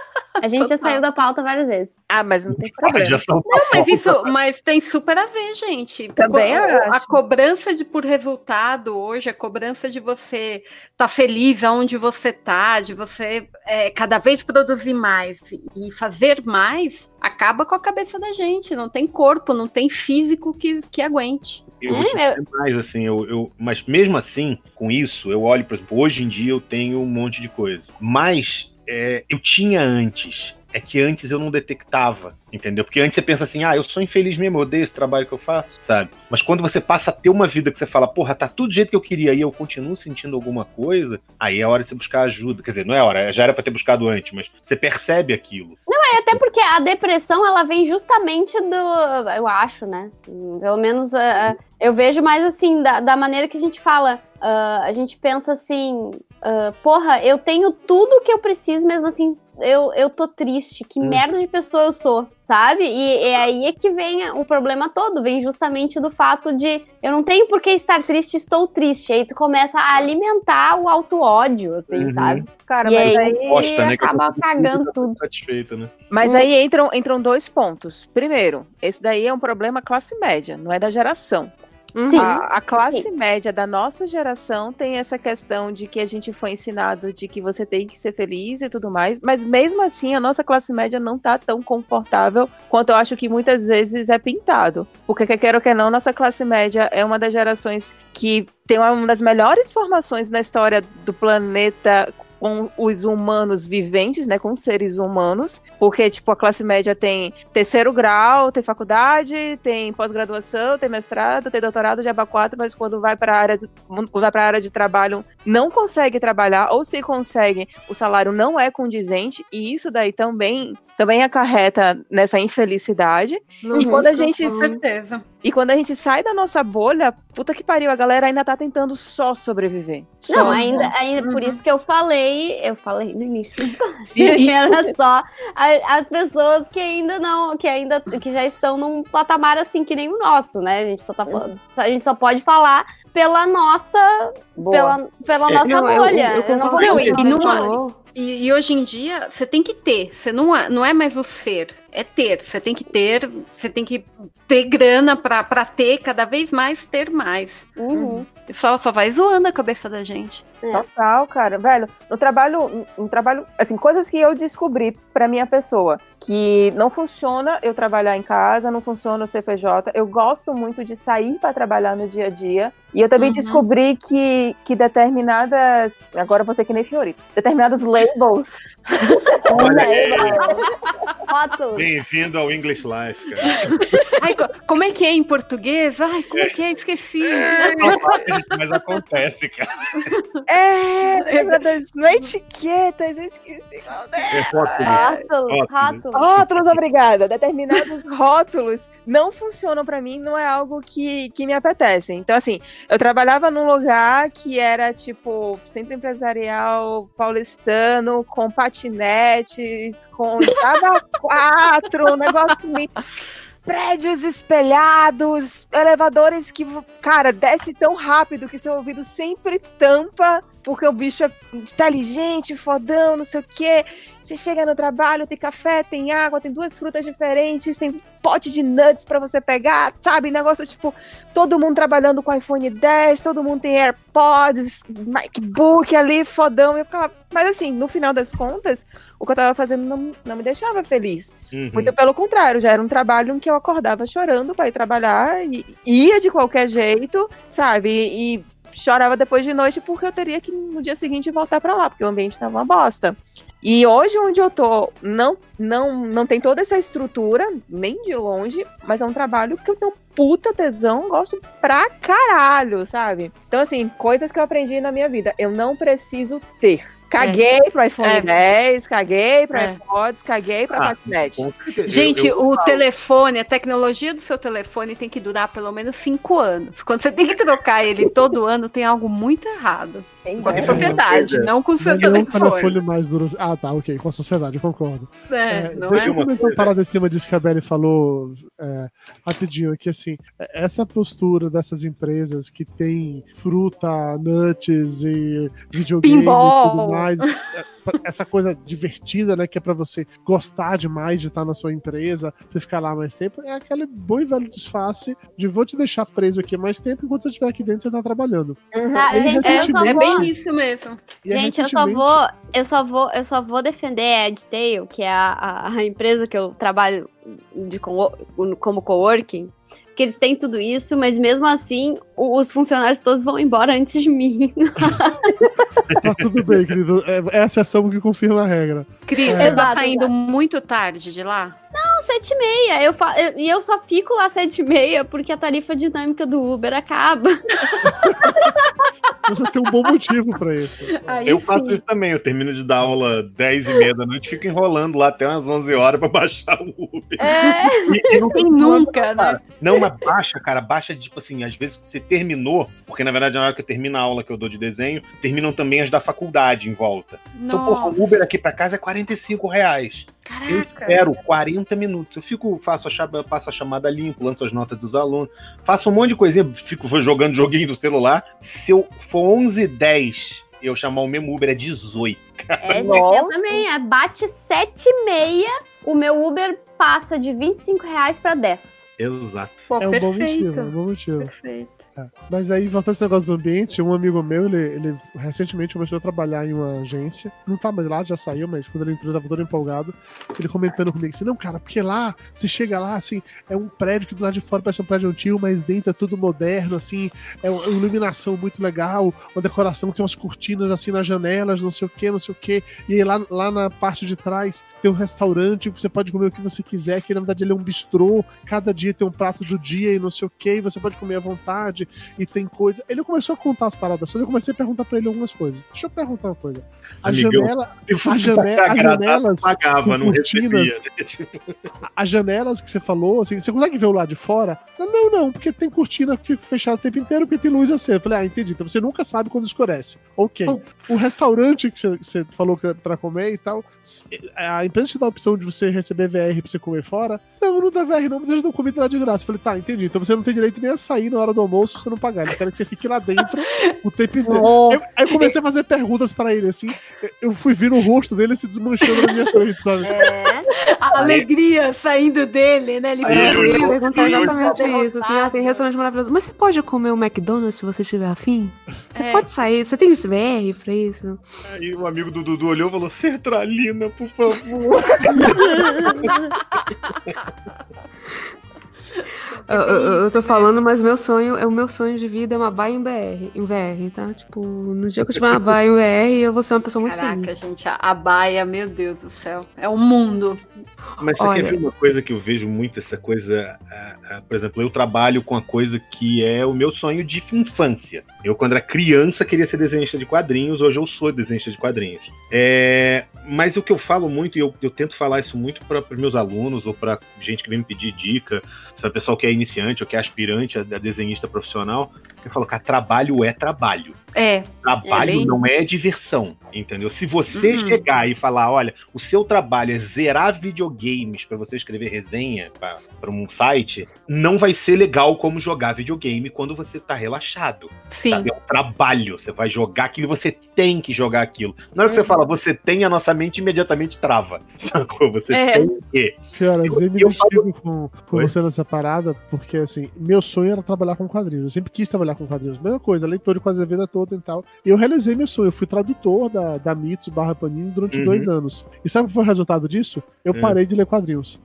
Speaker 16: a gente já saiu da pauta várias vezes.
Speaker 13: Ah, mas não tem
Speaker 14: já
Speaker 13: problema.
Speaker 14: são
Speaker 19: Não, mas isso mas tem super a ver, gente.
Speaker 13: Também
Speaker 19: Co-
Speaker 13: eu
Speaker 19: a
Speaker 13: acho.
Speaker 19: cobrança de por resultado hoje, a cobrança de você estar feliz aonde você tá, de você é, cada vez produzir mais e fazer mais, acaba com a cabeça da gente. Não tem corpo, não tem físico que, que aguente.
Speaker 14: Eu vou te
Speaker 16: É,
Speaker 14: dizer mais, assim, eu, eu- mas mesmo assim, com isso, eu olho, por exemplo, hoje em dia eu tenho um monte de coisa. Mas é, eu tinha antes. É que antes eu não detectava, entendeu? Porque antes você pensa assim, ah, eu sou infeliz mesmo, eu odeio esse trabalho que eu faço, sabe? Mas quando você passa a ter uma vida que você fala, porra, tá tudo do jeito que eu queria e eu continuo sentindo alguma coisa, aí é hora de você buscar ajuda. Quer dizer, não é hora, já era pra ter buscado antes, mas você percebe aquilo.
Speaker 16: Não, é até porque a depressão, ela vem justamente do... Eu acho, né? Pelo menos uh, eu vejo mais assim, da, da maneira que a gente fala. Uh, a gente pensa assim... Uh, porra, eu tenho tudo que eu preciso, mesmo assim, eu, eu tô triste. Que
Speaker 14: Hum.
Speaker 16: merda de pessoa eu sou, sabe? E, e aí é que vem o problema todo. Vem justamente do fato de eu não tenho por que estar triste, estou triste. Aí tu começa a alimentar o auto-ódio, assim,
Speaker 14: Uhum.
Speaker 16: sabe?
Speaker 13: Cara,
Speaker 16: E
Speaker 13: mas
Speaker 16: aí
Speaker 13: aí,
Speaker 14: Bosta, né? Que eu
Speaker 16: acaba
Speaker 14: tô
Speaker 16: cagando tudo.
Speaker 14: satisfeita, né?
Speaker 13: mas aí entram, entram dois pontos. Primeiro, esse daí é um problema classe média, não é da geração.
Speaker 16: Sim.
Speaker 13: A, a classe
Speaker 16: Sim.
Speaker 13: média da nossa geração tem essa questão de que a gente foi ensinado de que você tem que ser feliz e tudo mais, mas mesmo assim a nossa classe média não tá tão confortável quanto eu acho que muitas vezes é pintado. Porque quer queira ou quer não, nossa classe média é uma das gerações que tem uma das melhores formações na história do planeta com os humanos viventes, né, com seres humanos, porque, tipo, a classe média tem terceiro grau, tem faculdade, tem pós-graduação, tem mestrado, tem doutorado de aba quatro, mas quando vai para a área de, quando vai para a área de trabalho, não consegue trabalhar, ou se consegue, o salário não é condizente, e isso daí também, também acarreta nessa infelicidade.
Speaker 19: Uhum,
Speaker 13: e quando a gente
Speaker 19: com certeza.
Speaker 13: E quando a gente sai da nossa bolha, puta que pariu, a galera ainda tá tentando só sobreviver.
Speaker 16: Não,
Speaker 13: Só.
Speaker 16: ainda, ainda por
Speaker 13: Uhum.
Speaker 16: isso que eu falei, eu falei no início,
Speaker 13: E- e-
Speaker 16: era só a- as pessoas que ainda não, que ainda, que já estão num patamar assim que nem o nosso, né? A gente só tá falando, só- a gente só pode falar pela nossa,
Speaker 13: Boa.
Speaker 16: pela, pela
Speaker 19: É,
Speaker 16: nossa
Speaker 19: não, eu-
Speaker 16: bolha.
Speaker 19: eu
Speaker 16: Eu não vou
Speaker 19: Não, e,
Speaker 16: falar.
Speaker 19: e numa- e- e hoje em dia, você tem que ter. Você não é, não é mais o ser, é ter. Você tem que ter, você tem que ter grana pra, pra ter, cada vez mais, ter mais.
Speaker 16: Uhum.
Speaker 19: Só, só vai zoando a cabeça da gente.
Speaker 13: Total, cara. Velho, no trabalho, no trabalho, assim, coisas que eu descobri pra minha pessoa, que não funciona eu trabalhar em casa, não funciona o C P J. Eu gosto muito de sair pra trabalhar no dia a dia. E eu também
Speaker 19: Uhum.
Speaker 13: descobri que, que determinadas, agora eu vou ser que nem Fiorito, determinados labels.
Speaker 16: Rótulos.
Speaker 14: Bem-vindo ao English Life, cara.
Speaker 19: Ai, co- como é que é em português? Ai, como é que é? Esqueci.
Speaker 14: Mas acontece, cara.
Speaker 13: É, lembra das não é etiquetas, eu esqueci qual é.
Speaker 14: É rótulos.
Speaker 16: Rótulos,
Speaker 14: Rótulos.
Speaker 13: Rótulos, obrigada. Determinados rótulos não funcionam pra mim, não é algo que, que me apetece. Então, assim, eu trabalhava num lugar que era, tipo, centro empresarial paulistano, com patinetes, com Java quatro, um negócio meio... Prédios espelhados, elevadores que, cara, desce tão rápido que seu ouvido sempre tampa, porque o bicho é inteligente, fodão, não sei o quê. Você chega no trabalho, tem café, tem água, tem duas frutas diferentes, tem pote de nuts pra você pegar, sabe? Negócio, tipo, todo mundo trabalhando com iPhone dez, todo mundo tem AirPods, MacBook ali, fodão. E eu ficava... Mas assim, no final das contas, o que eu tava fazendo não, não me deixava feliz.
Speaker 14: Uhum.
Speaker 13: Muito pelo contrário, já era um trabalho em que eu acordava chorando pra ir trabalhar, e ia de qualquer jeito, sabe? E, e chorava depois de noite porque eu teria que no dia seguinte voltar pra lá, porque o ambiente tava uma bosta. E hoje, onde eu tô, não, não, não tem toda essa estrutura, nem de longe, mas é um trabalho que eu tenho puta tesão, gosto pra caralho, sabe? Então, assim, coisas que eu aprendi na minha vida, eu não preciso ter. Caguei
Speaker 19: É.
Speaker 13: pro iPhone
Speaker 19: É.
Speaker 13: dez, caguei pro
Speaker 19: É.
Speaker 13: AirPods, caguei pra
Speaker 14: Ah,
Speaker 13: patinete.
Speaker 19: Gente,
Speaker 14: Eu- eu
Speaker 19: o
Speaker 14: falo.
Speaker 19: telefone, a tecnologia do seu telefone tem que durar pelo menos cinco anos. Quando você tem que trocar ele todo ano, tem algo muito errado. Com a
Speaker 10: É.
Speaker 19: sociedade, não com o seu
Speaker 10: Não é um
Speaker 19: telefone.
Speaker 10: telefone mais duro. Ah, tá, ok. Com a sociedade, eu concordo.
Speaker 19: É, não
Speaker 10: deixa
Speaker 19: é?
Speaker 10: eu comentar uma parada em cima disso que a Belly falou é, rapidinho aqui, assim. Essa postura dessas empresas que tem fruta, nuts e videogame
Speaker 19: Pinball.
Speaker 10: e tudo mais. é, Essa coisa divertida, né? Que é pra você gostar demais de estar na sua empresa, você ficar lá mais tempo. É aquele bom e velho disfarce de vou te deixar preso aqui mais tempo enquanto você estiver aqui dentro você tá trabalhando.
Speaker 16: Tá,
Speaker 10: E aí,
Speaker 16: gente, eu só
Speaker 10: recentemente-
Speaker 19: É
Speaker 16: vou...
Speaker 19: bem isso mesmo.
Speaker 10: e aí,
Speaker 16: Gente, eu só
Speaker 10: recentemente-
Speaker 16: vou, eu só vou, eu só vou defender a EdTale, que é a, a, a empresa que eu trabalho de co como coworking, que eles têm tudo isso, mas mesmo assim o- os funcionários todos vão embora antes de mim.
Speaker 10: Tá tudo bem, querido. É, é a exceção que confirma a regra.
Speaker 19: Cris,
Speaker 10: É.
Speaker 19: você tá
Speaker 16: Exato,
Speaker 19: saindo
Speaker 16: exato.
Speaker 19: muito tarde de lá?
Speaker 16: Não, sete e meia. Eu fa eu- e eu só fico lá sete e meia porque a tarifa dinâmica do Uber acaba.
Speaker 10: Você tem um bom motivo pra isso.
Speaker 19: Aí
Speaker 14: Eu
Speaker 19: sim.
Speaker 14: faço isso também, eu termino de dar aula dez e meia da noite, fico enrolando lá até umas onze horas pra baixar o Uber.
Speaker 16: É.
Speaker 14: E, e não
Speaker 19: Quem nunca, né?
Speaker 14: Não, mas baixa, cara, baixa, tipo assim, às vezes você terminou, porque na verdade na hora que eu termino a aula que eu dou de desenho, terminam também as da faculdade em volta. Então, porra, o Uber aqui pra casa é quarenta e cinco reais. Eu espero quarenta minutos. Eu fico, faço a, chama, faço a chamada limpo, lanço as notas dos alunos, faço um monte de coisinha, fico jogando joguinho do celular. Se eu for onze e dez, eu chamar o mesmo Uber é dezoito.
Speaker 16: É, gente, eu também. É, bate sete e meia, o meu Uber passa de vinte e cinco reais pra dez.
Speaker 14: Exato.
Speaker 19: Pô,
Speaker 10: É um bom
Speaker 19: perfeito.
Speaker 10: motivo, é um bom motivo.
Speaker 19: Perfeito.
Speaker 10: É. Mas aí, voltando esse negócio do ambiente, um amigo meu, ele, ele recentemente começou a trabalhar em uma agência. Não tá mais lá, já saiu, mas quando ele entrou, ele tava todo empolgado. Ele comentando comigo assim, não, cara, porque lá, você chega lá, assim, é um prédio que do lado de fora parece um prédio antigo, mas dentro é tudo moderno, assim, é uma iluminação muito legal, uma decoração que tem umas cortinas, assim, nas janelas, não sei o que, não sei o que. E aí lá, lá na parte de trás tem um restaurante que você pode comer o que você quiser, que na verdade ele é um bistrô, cada dia tem um prato do dia e não sei o que, e você pode comer à vontade, e tem coisa. Ele começou a contar as paradas, só eu comecei a perguntar pra ele algumas coisas. Deixa eu perguntar uma coisa. A
Speaker 14: Amigão,
Speaker 10: janela, a jane, as janelas,
Speaker 14: pagava, não
Speaker 10: cortinas,
Speaker 14: recebia.
Speaker 10: as janelas que você falou, assim, você consegue ver o lado de fora? Não, não, não, porque tem cortina que fica fechada o tempo inteiro, porque tem luz acesa. Eu falei, ah, entendi. Então você nunca sabe quando escurece. Ok. O restaurante que você, você falou que é pra comer e tal, a empresa te dá a opção de você receber V R pra você comer fora? Não, não dá V R não, mas eles dão comida lá de graça. Eu falei, tá, entendi. Então você não tem direito nem a sair na hora do almoço se você não pagar. Eles querem que você fique lá dentro o tempo inteiro. Eu, aí eu comecei a fazer perguntas pra ele, assim. Eu fui vir no rosto dele se desmanchando na minha frente, sabe?
Speaker 19: É. A alegria saindo dele, né? Ele
Speaker 17: é, eu ia perguntar exatamente isso. Assim, ah, tem restaurante maravilhoso. Mas você pode comer o McDonald's se você estiver afim? Você é. pode sair? Você tem V R pra isso?
Speaker 14: Aí o amigo do Dudu olhou e falou, sertralina, por favor.
Speaker 17: Eu, eu, eu tô falando, mas meu sonho, é o meu sonho de vida é uma baia em B R, em V R, tá? Tipo, no dia que eu tiver uma baia em V R, eu vou ser uma pessoa muito
Speaker 19: Caraca,
Speaker 17: feliz.
Speaker 19: gente, a, a baia, meu Deus do céu, é um mundo.
Speaker 14: Mas você
Speaker 17: Olha,
Speaker 14: quer ver uma coisa que eu vejo muito, essa coisa, uh, uh, por exemplo, eu trabalho com a coisa que é o meu sonho de infância. Eu, quando era criança, queria ser desenhista de quadrinhos, hoje eu sou desenhista de quadrinhos. É, mas o que eu falo muito, e eu, eu tento falar isso muito para os meus alunos, ou para gente que vem me pedir dica, se é pessoal que é iniciante ou que é aspirante a desenhista profissional, eu falo, cara, trabalho é trabalho.
Speaker 19: É.
Speaker 14: Trabalho
Speaker 19: é bem...
Speaker 14: não é diversão, entendeu? Se você
Speaker 19: uhum.
Speaker 14: chegar e falar, olha, o seu trabalho é zerar videogames para você escrever resenha para um site, não vai ser legal como jogar videogame quando você tá relaxado.
Speaker 19: Sim.
Speaker 14: Sabe? É um trabalho, você vai jogar aquilo, você tem que jogar aquilo. Na hora que
Speaker 19: uhum.
Speaker 14: você fala, você tem, a nossa mente imediatamente trava. Sacou? Você
Speaker 19: é.
Speaker 14: tem que.
Speaker 10: Cara, eu me identifico com, com você nessa parada, porque assim, meu sonho era trabalhar com quadrinhos. Eu sempre quis trabalhar com quadrinhos. Mesma coisa, leitor de quadrinhos a vida toda e tal. E eu realizei meu sonho. Eu fui tradutor da, da Mitos barra Panini durante
Speaker 14: Uhum.
Speaker 10: dois anos. E sabe o que foi o resultado disso? Eu
Speaker 14: Uhum.
Speaker 10: parei de ler quadrinhos.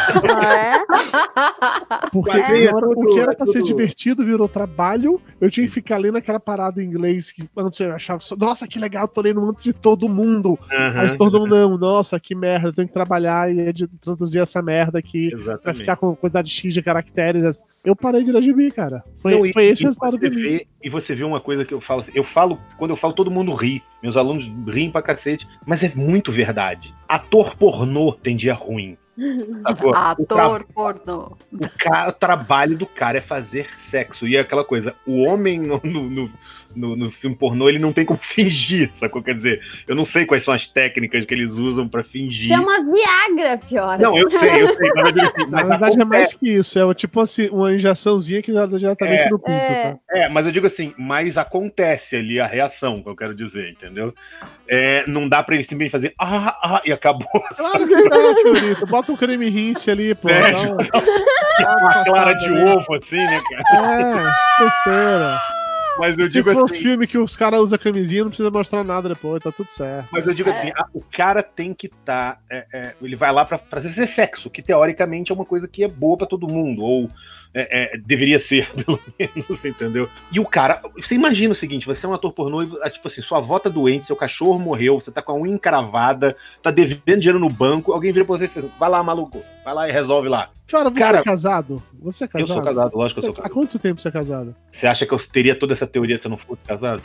Speaker 10: Porque
Speaker 14: É,
Speaker 10: agora,
Speaker 14: tudo,
Speaker 10: o que era pra
Speaker 14: é
Speaker 10: ser
Speaker 14: tudo.
Speaker 10: divertido virou trabalho. Eu tinha que ficar lendo aquela parada em inglês que antes eu achava, nossa, que legal, tô lendo antes de todo mundo.
Speaker 14: Uhum.
Speaker 10: Aí se tornou, não, nossa, que merda, eu tenho que trabalhar e ed- traduzir essa merda aqui.
Speaker 14: Exatamente.
Speaker 10: Pra ficar com quantidade X de caracteres. Eu parei de ler gibi, cara. Foi,
Speaker 14: Não, e-
Speaker 10: foi esse
Speaker 14: e
Speaker 10: o resultado
Speaker 14: você
Speaker 10: pra mim.
Speaker 14: vê- E você vê uma coisa que eu falo assim, eu falo, quando eu falo, todo mundo ri. Meus alunos riem pra cacete, mas é muito verdade. Ator pornô tem dia ruim. Sacou? O
Speaker 19: Ator
Speaker 14: tra-
Speaker 19: pornô.
Speaker 14: O, cara, o trabalho do cara é fazer sexo. E é aquela coisa, o homem no, no, no, no- no filme pornô, ele não tem como fingir, sacou? Quer dizer, eu não sei quais são as técnicas que eles usam pra fingir.
Speaker 16: Chama Viagra, Fiora.
Speaker 14: Não, eu sei, eu sei. Mas, eu digo assim,
Speaker 10: Na
Speaker 14: mas
Speaker 10: verdade é mais
Speaker 14: acontece.
Speaker 10: que isso, é tipo assim, uma injeçãozinha que dá diretamente
Speaker 14: É.
Speaker 10: no pinto,
Speaker 16: É.
Speaker 10: tá?
Speaker 14: É, mas eu digo assim, mas acontece ali a reação, que eu quero dizer, entendeu? É, não dá pra ele simplesmente fazer ah, ah, e acabou.
Speaker 10: Claro que dá, Fiorito. Bota um creme rinse ali, pô.
Speaker 14: É,
Speaker 10: dá um-
Speaker 14: Uma clara de
Speaker 10: ali.
Speaker 14: ovo, assim, né, cara?
Speaker 10: É, terceira.
Speaker 14: Mas eu
Speaker 10: Se
Speaker 14: digo
Speaker 10: for
Speaker 14: assim,
Speaker 10: filme que os caras usam camisinha, não precisa mostrar nada depois, tá tudo certo.
Speaker 14: mas eu digo assim, a- o cara tem que estar. Ele vai lá pra fazer sexo, que teoricamente é uma coisa que é boa pra todo mundo, ou é, é, deveria ser, pelo menos, entendeu? E o cara, você imagina o seguinte: você é um ator pornô, e, ah, tipo assim, sua avó tá doente, seu cachorro morreu, você tá com a unha encravada, tá devendo dinheiro no banco, alguém vira pra você e fala, vai lá, maluco, vai lá e resolve lá.
Speaker 10: Cara, você
Speaker 14: Cara,
Speaker 10: é casado? Você é
Speaker 14: Eu
Speaker 10: casado?
Speaker 14: sou casado, lógico que eu sou
Speaker 10: Há
Speaker 14: casado.
Speaker 10: quanto tempo você é casado?
Speaker 14: Você acha que eu teria toda essa teoria se eu não fosse casado?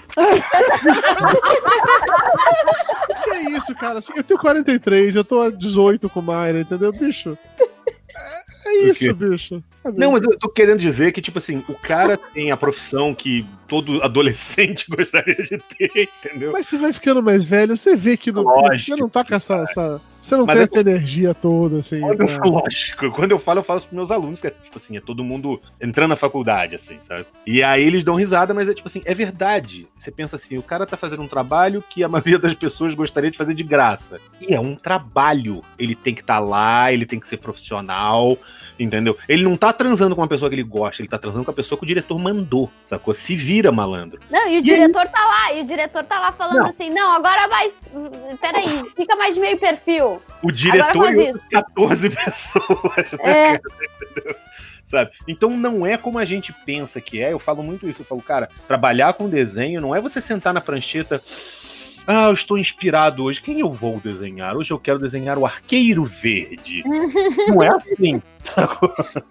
Speaker 10: Que é isso, cara? Assim, eu tenho quarenta e três, eu tô a dezoito com Mayra, entendeu, bicho? É, é isso,
Speaker 14: quê?
Speaker 10: bicho. É
Speaker 14: Não, mas
Speaker 10: mesmo.
Speaker 14: eu tô querendo dizer que, tipo assim, o cara tem a profissão que todo adolescente gostaria de ter, entendeu?
Speaker 10: Mas você vai ficando mais velho, você vê que não,
Speaker 14: Lógico
Speaker 10: você não tá com essa, essa- Você não
Speaker 14: Mas
Speaker 10: tem
Speaker 14: é
Speaker 10: essa energia toda, assim.
Speaker 14: Quando eu
Speaker 10: pra-
Speaker 14: falo, lógico, quando eu falo, eu falo pros meus alunos, que é tipo assim, é todo mundo entrando na faculdade, assim, sabe? E aí eles dão risada, mas é tipo assim, é verdade. Você pensa assim, o cara tá fazendo um trabalho que a maioria das pessoas gostaria de fazer de graça. E é um trabalho. Ele tem que estar lá, ele tem que ser profissional. entendeu? Ele não tá transando com uma pessoa que ele gosta, ele tá transando com a pessoa que o diretor mandou, sacou? Se vira, malandro.
Speaker 16: Não, e o
Speaker 14: E
Speaker 16: diretor aí? tá lá, e o diretor tá lá falando
Speaker 14: Não.
Speaker 16: assim, não, agora mais, peraí, fica mais de meio perfil.
Speaker 14: O diretor e
Speaker 16: isso.
Speaker 14: outras quatorze pessoas, né,
Speaker 16: É.
Speaker 14: cara? Entendeu? Sabe? Então não é como a gente pensa que é. Eu falo muito isso. Eu falo, cara, trabalhar com desenho não é você sentar na prancheta. Ah, eu estou inspirado hoje. Quem eu vou desenhar? Hoje eu quero desenhar o Arqueiro Verde. Não é assim. Sacou?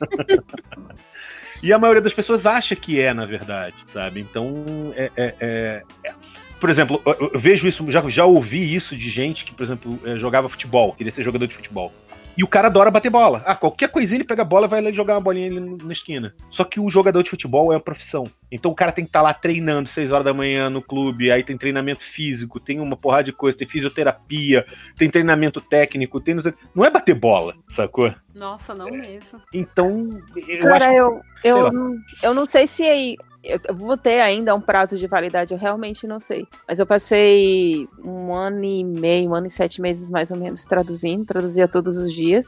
Speaker 14: E a maioria das pessoas acha que é, na verdade, sabe? Então, é... é, é, é. Por exemplo, eu, eu vejo isso, já, já ouvi isso de gente que, por exemplo, jogava futebol, queria ser jogador de futebol. E o cara adora bater bola. Ah, qualquer coisinha ele pega a bola e vai lá jogar uma bolinha ali na esquina. Só que o jogador de futebol é a profissão. Então o cara tem que estar lá treinando seis horas da manhã no clube, aí tem treinamento físico, tem uma porrada de coisa, tem fisioterapia, tem treinamento técnico, tem... Não é bater bola, sacou?
Speaker 19: Nossa, não mesmo.
Speaker 14: Então, eu
Speaker 13: Cara,
Speaker 14: acho
Speaker 13: eu,
Speaker 14: sei
Speaker 13: eu,
Speaker 14: lá.
Speaker 13: não- eu não sei se aí. Eu vou ter ainda um prazo de validade, eu realmente não sei. Mas eu passei um ano e meio, um ano e sete meses mais ou menos traduzindo, traduzia todos os dias.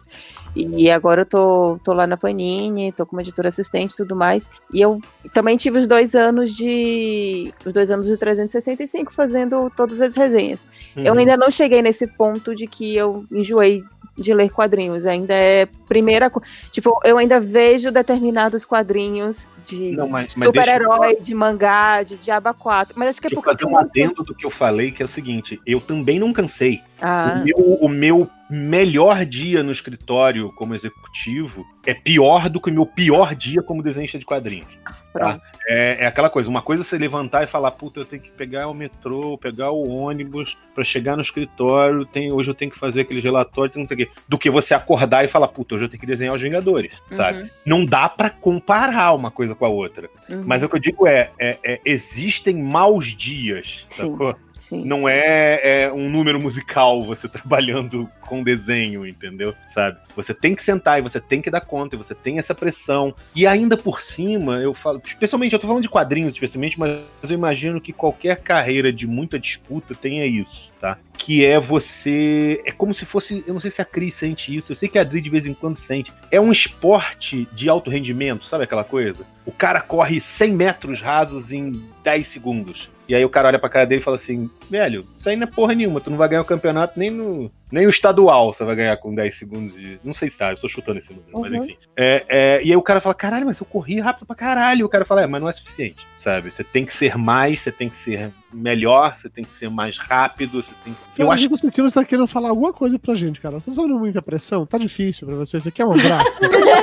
Speaker 13: E agora eu tô, tô lá na Panini, tô como editora assistente e tudo mais. E eu também tive os dois anos de. Os dois anos de trezentos e sessenta e cinco fazendo todas as resenhas. Eu
Speaker 20: Uhum.
Speaker 13: ainda não cheguei nesse ponto de que eu enjoei de ler quadrinhos. Ainda é primeira. co- Tipo, eu ainda vejo determinados quadrinhos de
Speaker 14: Não, mas- mas
Speaker 13: super-herói, de mangá, de Diaba quatro. Mas acho que é
Speaker 14: Deixa eu
Speaker 13: porque.
Speaker 14: fazer um adendo do que eu falei, que é o seguinte, eu também não cansei.
Speaker 13: Ah.
Speaker 14: O, meu, o meu melhor dia no escritório como executivo é pior do que o meu pior dia como desenhista de quadrinhos. Tá? É, é aquela coisa, uma coisa é você levantar e falar, puta, eu tenho que pegar o metrô, pegar o ônibus pra chegar no escritório, tem, hoje eu tenho que fazer aquele relatório, não sei o quê. Do que você acordar e falar, puta, hoje eu tenho que desenhar os Vingadores,
Speaker 20: Uhum.
Speaker 14: sabe? Não dá pra comparar uma coisa com a outra.
Speaker 20: Uhum.
Speaker 14: Mas o que eu digo é, é- é, existem maus dias,
Speaker 13: Sim,
Speaker 14: sacou?
Speaker 13: sim.
Speaker 14: Não é, é um número musical você trabalhando com desenho, entendeu? Sabe? Você tem que sentar e você tem que dar conta, e você tem essa pressão. E ainda por cima, eu falo, especialmente, eu tô falando de quadrinhos especialmente, mas eu imagino que qualquer carreira de muita disputa tenha isso, tá? Que é você... É como se fosse... Eu não sei se a Cris sente isso, eu sei que a Adri de vez em quando sente. É um esporte de alto rendimento, sabe aquela coisa? O cara corre cem metros rasos em dez segundos. E aí o cara olha pra cara dele e fala assim, velho, isso aí não é porra nenhuma, tu não vai ganhar o campeonato nem no nem o estadual você vai ganhar com dez segundos de... Não sei se tá, eu tô chutando esse número, mas
Speaker 20: Uhum.
Speaker 14: enfim. É, é, e aí o cara fala, caralho, mas eu corri rápido pra caralho. E o cara fala, é, mas não é suficiente, sabe? Você tem que ser mais, você tem que ser melhor, você tem que ser mais rápido, você tem que...
Speaker 10: Eu
Speaker 14: Eu
Speaker 10: acho
Speaker 14: acho
Speaker 10: que o Cetino está querendo falar alguma coisa pra gente, cara. Vocês estão dando muita pressão? Tá difícil pra você? Você quer um abraço?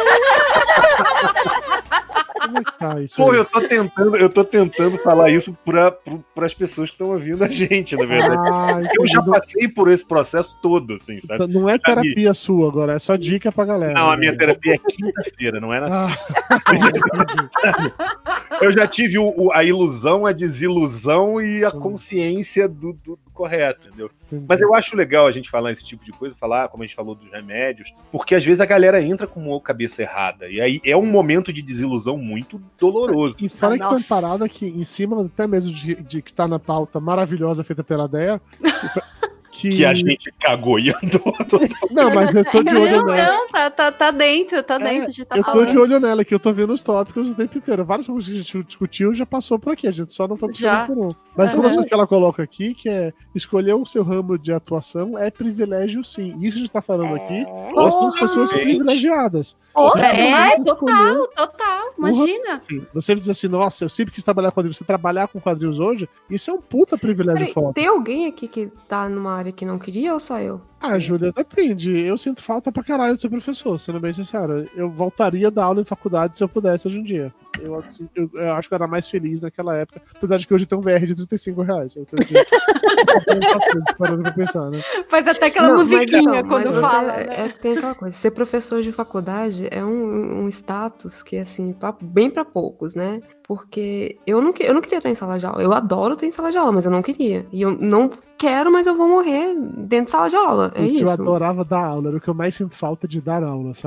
Speaker 10: Como é que tá isso
Speaker 14: Pô,
Speaker 10: aí?
Speaker 14: eu tô tentando, eu tô tentando falar isso para as pessoas que estão ouvindo a gente, na verdade.
Speaker 10: Ah,
Speaker 14: eu já
Speaker 10: entendi.
Speaker 14: passei por esse processo todo, assim, sabe?
Speaker 10: Não é
Speaker 14: Sabe?
Speaker 10: terapia sua agora, é só dica pra galera.
Speaker 14: Não, a
Speaker 10: né?
Speaker 14: minha terapia é quinta-feira, não é na
Speaker 10: Ah.
Speaker 14: Eu já tive o- o- a ilusão, a desilusão e a consciência do, do- do correto, entendeu? Mas eu acho legal a gente falar esse tipo de coisa, falar, como a gente falou dos remédios, porque às vezes a galera entra com uma cabeça errada. E aí é um momento de desilusão muito doloroso.
Speaker 10: E fora que tem uma parada que, em cima até mesmo de, de que tá na pauta maravilhosa feita pela Deia, que...
Speaker 14: Que a gente cagou e andou.
Speaker 10: Não, mas eu tô de olho
Speaker 19: Não,
Speaker 10: nela.
Speaker 19: não, tá, tá, tá dentro, tá dentro. de tá
Speaker 10: Eu tô
Speaker 19: falando.
Speaker 10: de olho nela, que eu tô vendo os tópicos o tempo inteiro. Várias coisas que a gente discutiu já passou por aqui, a gente só não foi
Speaker 19: Já.
Speaker 10: por um. Mas
Speaker 19: Uhum.
Speaker 10: uma coisa que ela coloca aqui, que é escolher o seu ramo de atuação é privilégio, sim. Isso que a gente tá falando aqui, nós somos pessoas
Speaker 19: Gente.
Speaker 10: privilegiadas.
Speaker 19: Oh,
Speaker 10: Ela
Speaker 19: é,
Speaker 10: escolheu-
Speaker 19: total, total. Imagina.
Speaker 10: Sim. Você diz assim, nossa, eu sempre quis trabalhar com quadrinhos. Você trabalhar com quadrinhos hoje, isso é um puta privilégio
Speaker 17: Peraí,
Speaker 10: foda.
Speaker 17: tem alguém aqui que tá numa área que não queria ou só eu?
Speaker 10: Ah, Júlia, depende. Eu sinto falta pra caralho de ser professor, sendo bem sincero. Eu voltaria a dar aula em faculdade se eu pudesse hoje em dia. Eu, assim, eu, eu acho que eu era mais feliz naquela época, apesar de que hoje tem um V R de trinta e cinco reais. Eu tenho que... parando pra pensar, né?
Speaker 19: Faz até aquela
Speaker 17: Não, mas
Speaker 19: musiquinha
Speaker 17: então,
Speaker 19: quando
Speaker 17: mas você-
Speaker 19: fala.
Speaker 17: é,
Speaker 19: né?
Speaker 17: é que tem aquela coisa. Ser professor de faculdade é um, um status que, assim, pra- bem pra poucos, né? Porque eu não, que- eu não queria estar em sala de aula. Eu adoro estar em sala de aula, mas eu não queria. E eu não quero, mas eu vou morrer dentro de sala de aula. É
Speaker 10: Putz,
Speaker 17: isso.
Speaker 10: eu adorava dar aula, era o que eu mais sinto falta de dar aula, sabe?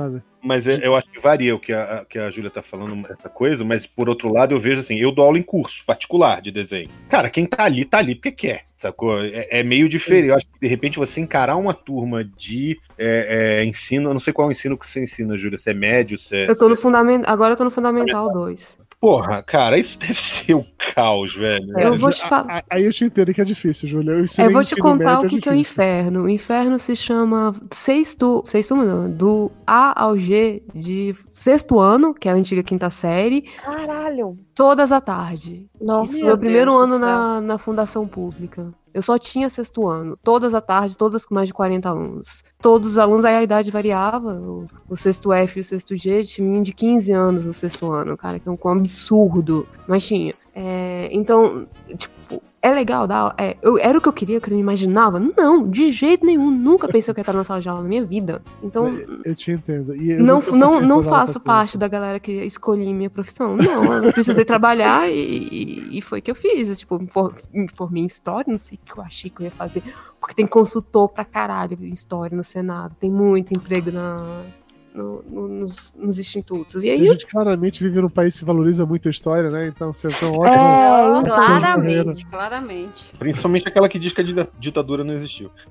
Speaker 14: Mas é, eu acho que varia o que a, que a Júlia tá falando, essa coisa, mas por outro lado eu vejo assim, eu dou aula em curso particular de desenho. Cara, quem tá ali, tá ali porque quer, sacou? É, é meio diferente. Eu acho que de repente você encarar uma turma de é, é, ensino, eu não sei qual é o ensino que você ensina, Júlia, se é médio, se é...
Speaker 17: Eu tô no fundamental, agora eu tô no Fundamental dois.
Speaker 14: Porra, cara, isso deve ser o caos, velho.
Speaker 17: Eu vou te falar.
Speaker 10: Aí eu te entendo que é difícil, Júlia. Eu,
Speaker 17: eu vou te contar o que, que é o inferno. O inferno se chama sexto, sexto não, do A ao G de sexto ano, que é a antiga quinta série.
Speaker 13: Caralho.
Speaker 17: Todas à tarde.
Speaker 13: Nossa,
Speaker 17: Isso foi o primeiro
Speaker 13: Deus
Speaker 17: ano na, na fundação pública. Eu só tinha sexto ano, todas à tarde, todas com mais de quarenta alunos. Todos os alunos, aí a idade variava, o, o sexto F e o sexto G tinham de quinze anos no sexto ano, cara, que é um, um absurdo, mas tinha. É, então, tipo, é legal dar aula? É, eu, era o que eu queria, que eu não imaginava? Não, de jeito nenhum, nunca pensei que eu ia estar na sala de aula na minha vida. Então,
Speaker 10: eu, eu te entendo. E eu
Speaker 17: não não, não faço parte da galera que escolhi minha profissão. Não, eu precisei trabalhar e, e, e foi o que eu fiz. Eu, tipo, me, for, me formei em História, não sei o que eu achei que eu ia fazer. Porque tem consultor pra caralho em História no Senado. Tem muito emprego na... No, no, nos, nos institutos. E aí,
Speaker 10: a gente claramente vive num país que valoriza muito a história, né? Então, vocês são ótimos.
Speaker 17: É,
Speaker 19: claramente, claramente.
Speaker 14: Principalmente aquela que diz que a ditadura não existiu.
Speaker 10: Ah.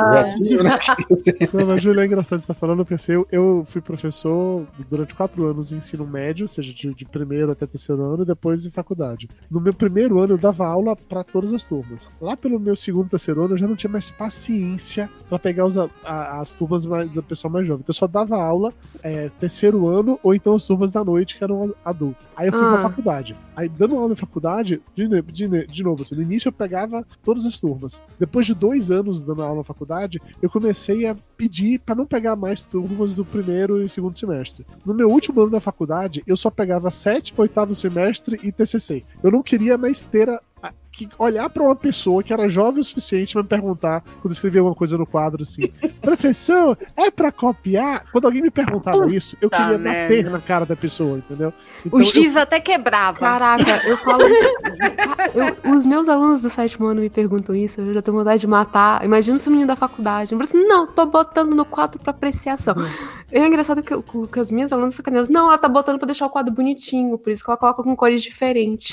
Speaker 14: Mas,
Speaker 10: não, mas Júlia, é engraçado você tá falando, eu pensei, eu, eu fui professor durante quatro anos em ensino médio, ou seja, de, de primeiro até terceiro ano, e depois em faculdade. No meu primeiro ano, eu dava aula para todas as turmas. Lá pelo meu segundo, terceiro ano, eu já não tinha mais paciência para pegar os, a, as turmas mais, do pessoal mais jovem. Então, eu só dava aula É, terceiro ano, ou então as turmas da noite, que eram adultos. Aí eu fui ah. pra faculdade. Aí, dando aula na faculdade, de, de, de novo, assim, no início eu pegava todas as turmas. Depois de dois anos dando aula na faculdade, eu comecei a pedir pra não pegar mais turmas do primeiro e segundo semestre. No meu último ano da faculdade, eu só pegava sétimo, oitavo semestre e T C C. Eu não queria mais ter a que olhar pra uma pessoa que era jovem o suficiente pra me perguntar, quando eu escrevia alguma coisa no quadro assim, professor, é pra copiar? Quando alguém me perguntava Puta isso, eu queria merda. bater na cara da pessoa, entendeu?
Speaker 19: Então, o giz eu... até quebrava.
Speaker 17: Caraca, eu falo eu, os meus alunos do sétimo ano me perguntam isso, eu já tenho vontade de matar. Imagina se o menino da faculdade, eu falo assim, não, tô botando no quadro pra apreciação. Uhum. É engraçado que, que as minhas alunas sacaneiam, não, ela tá botando pra deixar o quadro bonitinho, por isso que ela coloca com cores diferentes.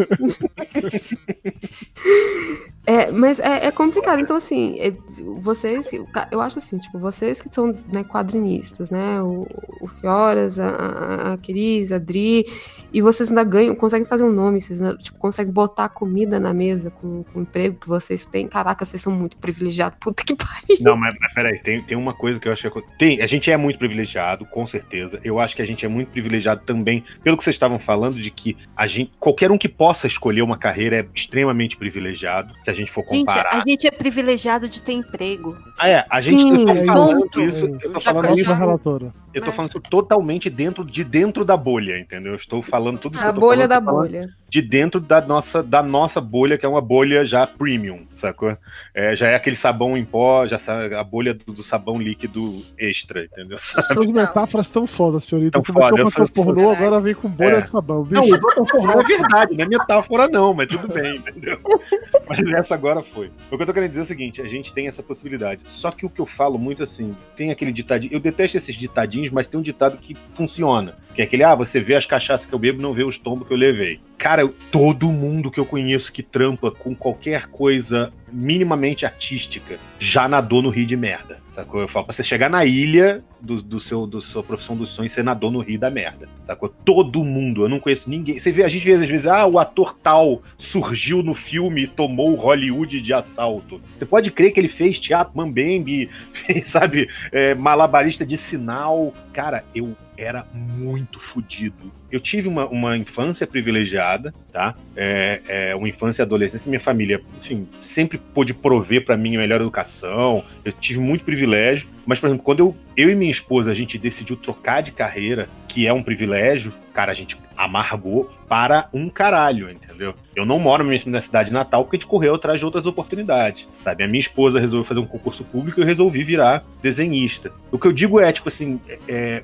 Speaker 17: É, mas é, é complicado, então assim, é, vocês, eu acho assim, tipo, vocês que são, né, quadrinistas, né, o, o Fioras, a, a Cris, a Dri, e vocês ainda ganham, conseguem fazer um nome, vocês tipo, conseguem botar comida na mesa com, com o emprego que vocês têm, caraca, vocês são muito privilegiados, puta que pariu.
Speaker 14: Não, mas, mas peraí, tem, tem uma coisa que eu acho que tem, a gente é muito privilegiado, com certeza, eu acho que a gente é muito privilegiado também, pelo que vocês estavam falando, de que a gente, qualquer um que possa escolher uma carreira é extremamente privilegiado, se a gente for comparar.
Speaker 19: Gente, a gente é privilegiado de ter emprego.
Speaker 14: Ah, é, a gente
Speaker 10: Sim,
Speaker 14: tá
Speaker 10: é
Speaker 14: falando
Speaker 10: isso,
Speaker 14: isso,
Speaker 10: é
Speaker 14: eu tô
Speaker 10: isso.
Speaker 14: falando isso,
Speaker 10: relatora.
Speaker 14: eu tô falando isso totalmente dentro de dentro da bolha, entendeu? Eu estou falando tudo isso.
Speaker 17: A bolha da bolha.
Speaker 14: De dentro da nossa, da nossa bolha, que é uma bolha já premium, sacou? É, já é aquele sabão em pó, já sabe, a bolha do, do sabão líquido extra, entendeu?
Speaker 10: Suas metáforas tão fodas, senhorita.
Speaker 14: Tão
Speaker 10: Começou
Speaker 14: foda,
Speaker 10: com o pornô, agora vem com bolha
Speaker 14: é.
Speaker 10: de sabão.
Speaker 14: Não,
Speaker 10: Bicho.
Speaker 14: o doutor Pornô é verdade, não é metáfora não, mas tudo bem, entendeu? Mas essa agora foi. O que eu tô querendo dizer é o seguinte, a gente tem essa possibilidade. Só que o que eu falo muito assim, tem aquele ditadinho, eu detesto esses ditadinhos, mas tem um ditado que funciona. Que é aquele, ah, você vê as cachaças que eu bebo, não vê os tombos que eu levei. Cara, eu, todo mundo que eu conheço que trampa com qualquer coisa minimamente artística já nadou no rio de merda. Sacou? Eu falo, pra você chegar na ilha do, do seu, do sua profissão dos sonhos, você nadou no rio da merda. Sacou? Todo mundo, eu não conheço ninguém. Você vê, a gente vê às vezes, ah, o ator tal surgiu no filme e tomou o Hollywood de assalto. Você pode crer que ele fez teatro Mambembe, fez, sabe, é, malabarista de sinal. Cara, eu era muito fodido. Eu tive uma, uma infância privilegiada, tá? É, é, uma infância e adolescência. Minha família, enfim, sempre pôde prover pra mim a melhor educação. Eu tive muito privilégio. Mas, por exemplo, quando eu, eu e minha esposa, a gente decidiu trocar de carreira, que é um privilégio, cara, a gente amargou para um caralho, entendeu? Eu não moro na minha cidade natal porque a gente correu atrás de outras oportunidades, sabe? A minha esposa resolveu fazer um concurso público e eu resolvi virar desenhista. O que eu digo é, tipo assim, é,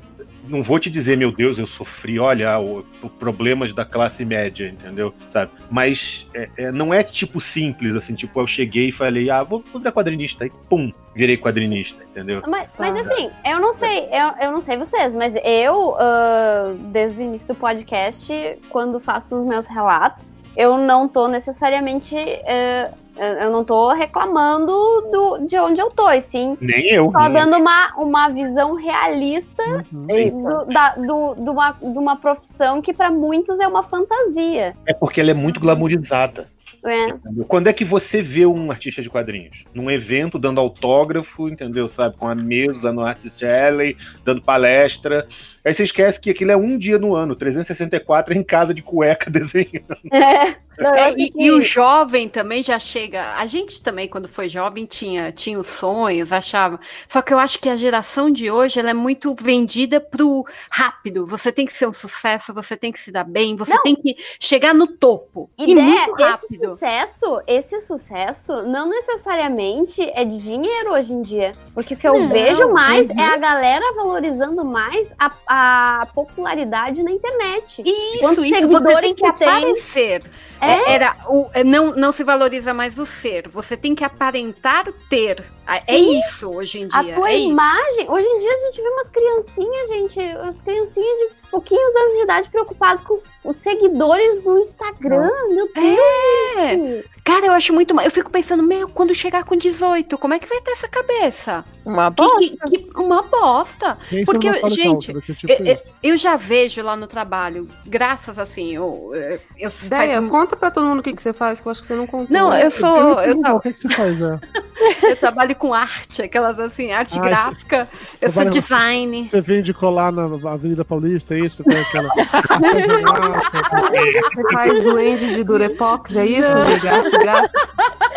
Speaker 14: não vou te dizer, meu Deus, eu sofri, olha, o, o problemas da classe média, entendeu? Sabe? Mas é, é, não é tipo simples, assim, tipo, eu cheguei e falei, ah, vou, vou virar quadrinista, aí pum, virei quadrinista, entendeu?
Speaker 16: Mas, mas assim, eu não sei, eu, eu não sei vocês, mas eu, uh, desde o início do podcast, quando faço os meus relatos, eu não tô necessariamente... Uh, eu não tô reclamando do, de onde eu tô, e sim.
Speaker 14: Nem eu.
Speaker 16: Só
Speaker 14: nem
Speaker 16: dando uma, uma visão realista
Speaker 14: Uhum.
Speaker 16: do, da, do, de, uma, de uma profissão que pra muitos é uma fantasia.
Speaker 14: É porque ela é muito glamourizada.
Speaker 16: É.
Speaker 14: Entendeu? Quando é que você vê um artista de quadrinhos? Num evento, dando autógrafo, entendeu? Sabe? Com a mesa no Artist Alley, dando palestra. Aí você esquece que aquilo é um dia no ano, trezentos e sessenta e quatro em casa de cueca desenhando.
Speaker 19: É. É, e, e o jovem também já chega. A gente também, quando foi jovem, tinha, tinha os sonhos, achava. Só que eu acho que a geração de hoje ela é muito vendida pro rápido. Você tem que ser um sucesso, você tem que se dar bem, você
Speaker 16: Não.
Speaker 19: tem que chegar no topo.
Speaker 16: E,
Speaker 19: E
Speaker 16: né,
Speaker 19: muito
Speaker 16: esse
Speaker 19: rápido.
Speaker 16: sucesso, esse sucesso não necessariamente é de dinheiro hoje em dia. Porque o que eu
Speaker 19: Não,
Speaker 16: vejo mais
Speaker 19: uhum.
Speaker 16: é a galera valorizando mais a, a popularidade na internet.
Speaker 19: Isso,
Speaker 16: Quantos
Speaker 19: isso, você
Speaker 16: seguidores
Speaker 19: tem que
Speaker 16: tu tem?
Speaker 19: aparecer. É, Era o, é, não, não se valoriza mais o ser, você tem que aparentar ter. É
Speaker 16: Sim.
Speaker 19: isso hoje em
Speaker 16: A
Speaker 19: dia.
Speaker 16: tua
Speaker 19: é isso.
Speaker 16: imagem, hoje em dia a gente vê umas criancinhas, gente, as criancinhas de pouquinhos anos de idade preocupadas com os, os seguidores do Instagram, meu Deus!
Speaker 19: É. Cara, eu acho muito. Eu fico pensando, meu, quando chegar com dezoito, como é que vai ter essa cabeça?
Speaker 13: Uma
Speaker 19: bosta. Que, que, que, uma bosta.
Speaker 10: Quem
Speaker 19: Porque,
Speaker 10: não fala
Speaker 19: gente,
Speaker 10: calça, vai ser tipo
Speaker 19: eu, eu,
Speaker 10: isso.
Speaker 19: eu já vejo lá no trabalho, graças assim, eu. eu
Speaker 17: Ideia,
Speaker 19: faz-
Speaker 17: conta pra todo mundo o que, que você faz, que eu acho que você não contou.
Speaker 19: Não, eu sou. Eu,
Speaker 10: O que, que você faz, né?
Speaker 19: eu trabalho com arte, aquelas assim, arte
Speaker 10: Ah,
Speaker 19: gráfica.
Speaker 10: você- você
Speaker 19: eu sou
Speaker 10: trabalha-
Speaker 19: design.
Speaker 10: Você vende colar na Avenida Paulista, é isso? Tem aquela...
Speaker 17: Você faz duende de Durepox, é isso? De arte gráfica?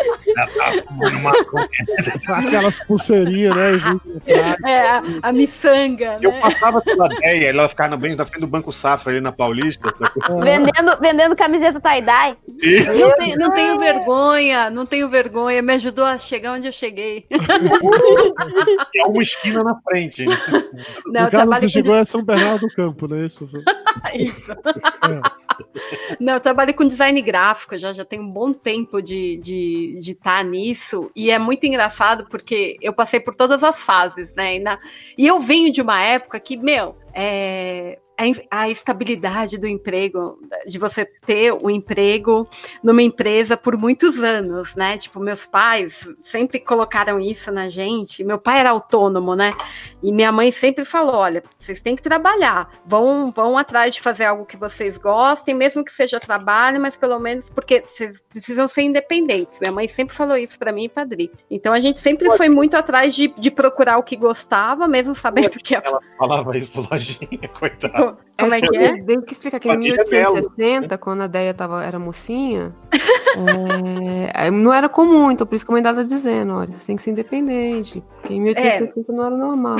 Speaker 10: Aquelas pulseirinhas, né? e vende atrás.
Speaker 19: É, a, a miçanga,
Speaker 14: Eu
Speaker 19: né?
Speaker 14: passava pela ideia, ela ficava bem na frente do Banco Safra ali na Paulista.
Speaker 16: Vendendo, vendendo camiseta tie-dye.
Speaker 19: Não tenho, não tenho vergonha, não tenho vergonha. Me ajudou a chegar onde eu cheguei.
Speaker 14: É uma esquina na frente. Né?
Speaker 19: Não, eu
Speaker 10: no caso,
Speaker 19: trabalho
Speaker 10: você
Speaker 19: com
Speaker 10: chegou a São Bernardo do Campo, não é isso?
Speaker 19: Isso. Não, eu trabalho com design gráfico, já, já tem um bom tempo de estar de, de tá nisso, e é muito engraçado porque eu passei por todas as fases, né? E, na, e eu venho de uma época que, meu, é, a, a estabilidade do emprego, de você ter um emprego numa empresa por muitos anos, né? Tipo, meus pais sempre colocaram isso na gente. Meu pai era autônomo, né? E minha mãe sempre falou, olha, vocês têm que trabalhar, vão, vão atrás de fazer algo que vocês gostem, mesmo que seja trabalho, mas pelo menos porque vocês precisam ser independentes. Minha mãe sempre falou isso pra mim e pra Dri. Então a gente sempre foi muito atrás de, de procurar o que gostava, mesmo sabendo que a...
Speaker 14: Ela falava isso pro Lojinha, coitado.
Speaker 19: Como é que é?
Speaker 17: Tem que explicar que em mil oitocentos e sessenta, quando a Deia tava, era mocinha, é, não era comum, então por isso que a mãe dela tá dizendo, olha, você tem que ser independente, porque em mil oitocentos e sessenta não era normal.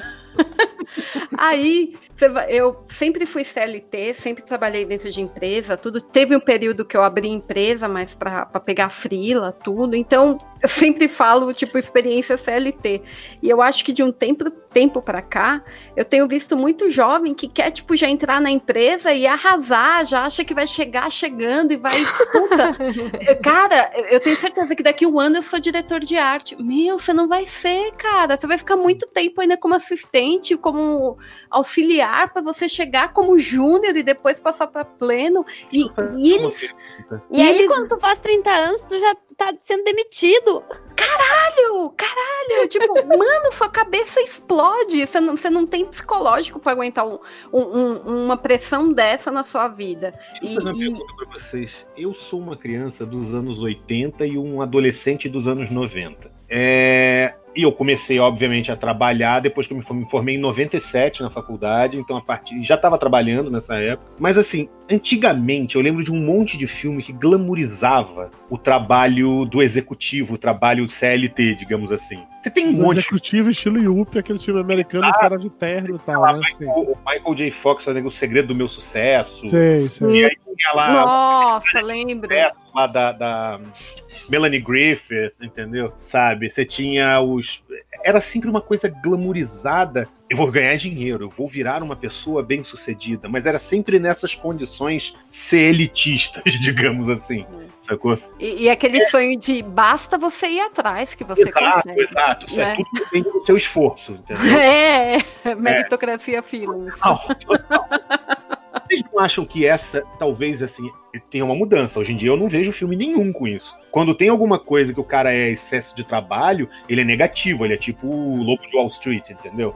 Speaker 19: Aí, eu sempre fui C L T, sempre trabalhei dentro de empresa, tudo. Teve um período que eu abri empresa, mas para pegar frila, tudo. Então, eu sempre falo, tipo, experiência C L T. E eu acho que de um tempo, tempo para cá, eu tenho visto muito jovem que quer, tipo, já entrar na empresa e arrasar, já acha que vai chegar chegando e vai... Puta, cara, eu tenho certeza que daqui a um ano eu sou diretor de arte. Meu, você não vai ser, cara. Você vai ficar muito tempo ainda como assistente, como auxiliar, para você chegar como júnior e depois passar para pleno. E, e eles...
Speaker 16: E, e aí, eles... quando tu faz trinta anos, tu já tá sendo demitido.
Speaker 19: Caralho, caralho. Tipo, mano, sua cabeça explode. Você não, você não tem psicológico para aguentar um, um, uma pressão dessa na sua vida.
Speaker 14: Deixa eu fazer uma pergunta para vocês. Eu sou uma criança dos anos oitenta e um adolescente dos anos noventa. É... E eu comecei, obviamente, a trabalhar depois que eu me formei em noventa e sete na faculdade, então a partir já estava trabalhando nessa época. Mas assim, antigamente eu lembro de um monte de filme que glamourizava o trabalho do executivo, o trabalho C L T, digamos assim. Você tem um
Speaker 10: do
Speaker 14: monte
Speaker 10: executivo, estilo Yuppie, aquele filme americano, os caras de terno e tal, né?
Speaker 14: Michael, o Michael J. Fox fazendo O Segredo do Meu Sucesso.
Speaker 10: Sei, sei.
Speaker 14: E aí tinha lá...
Speaker 19: Nossa, lembro.
Speaker 14: Lá da... da... Melanie Griffith, entendeu? Sabe? Você tinha os... Era sempre uma coisa glamourizada eu vou ganhar dinheiro, eu vou virar uma pessoa bem-sucedida, mas era sempre nessas condições ser elitistas, digamos assim, sacou?
Speaker 19: E, e aquele é. sonho de basta você ir atrás que você
Speaker 14: exato,
Speaker 19: consegue.
Speaker 14: Exato, isso
Speaker 19: né?
Speaker 14: é tudo que depende do seu esforço, entendeu?
Speaker 19: É, meritocracia é. feelings.
Speaker 14: Não, total. Vocês não acham que essa, talvez, assim, tenha uma mudança? Hoje em dia eu não vejo filme nenhum com isso. Quando tem alguma coisa que o cara é excesso de trabalho, ele é negativo, ele é tipo o Lobo de Wall Street, entendeu?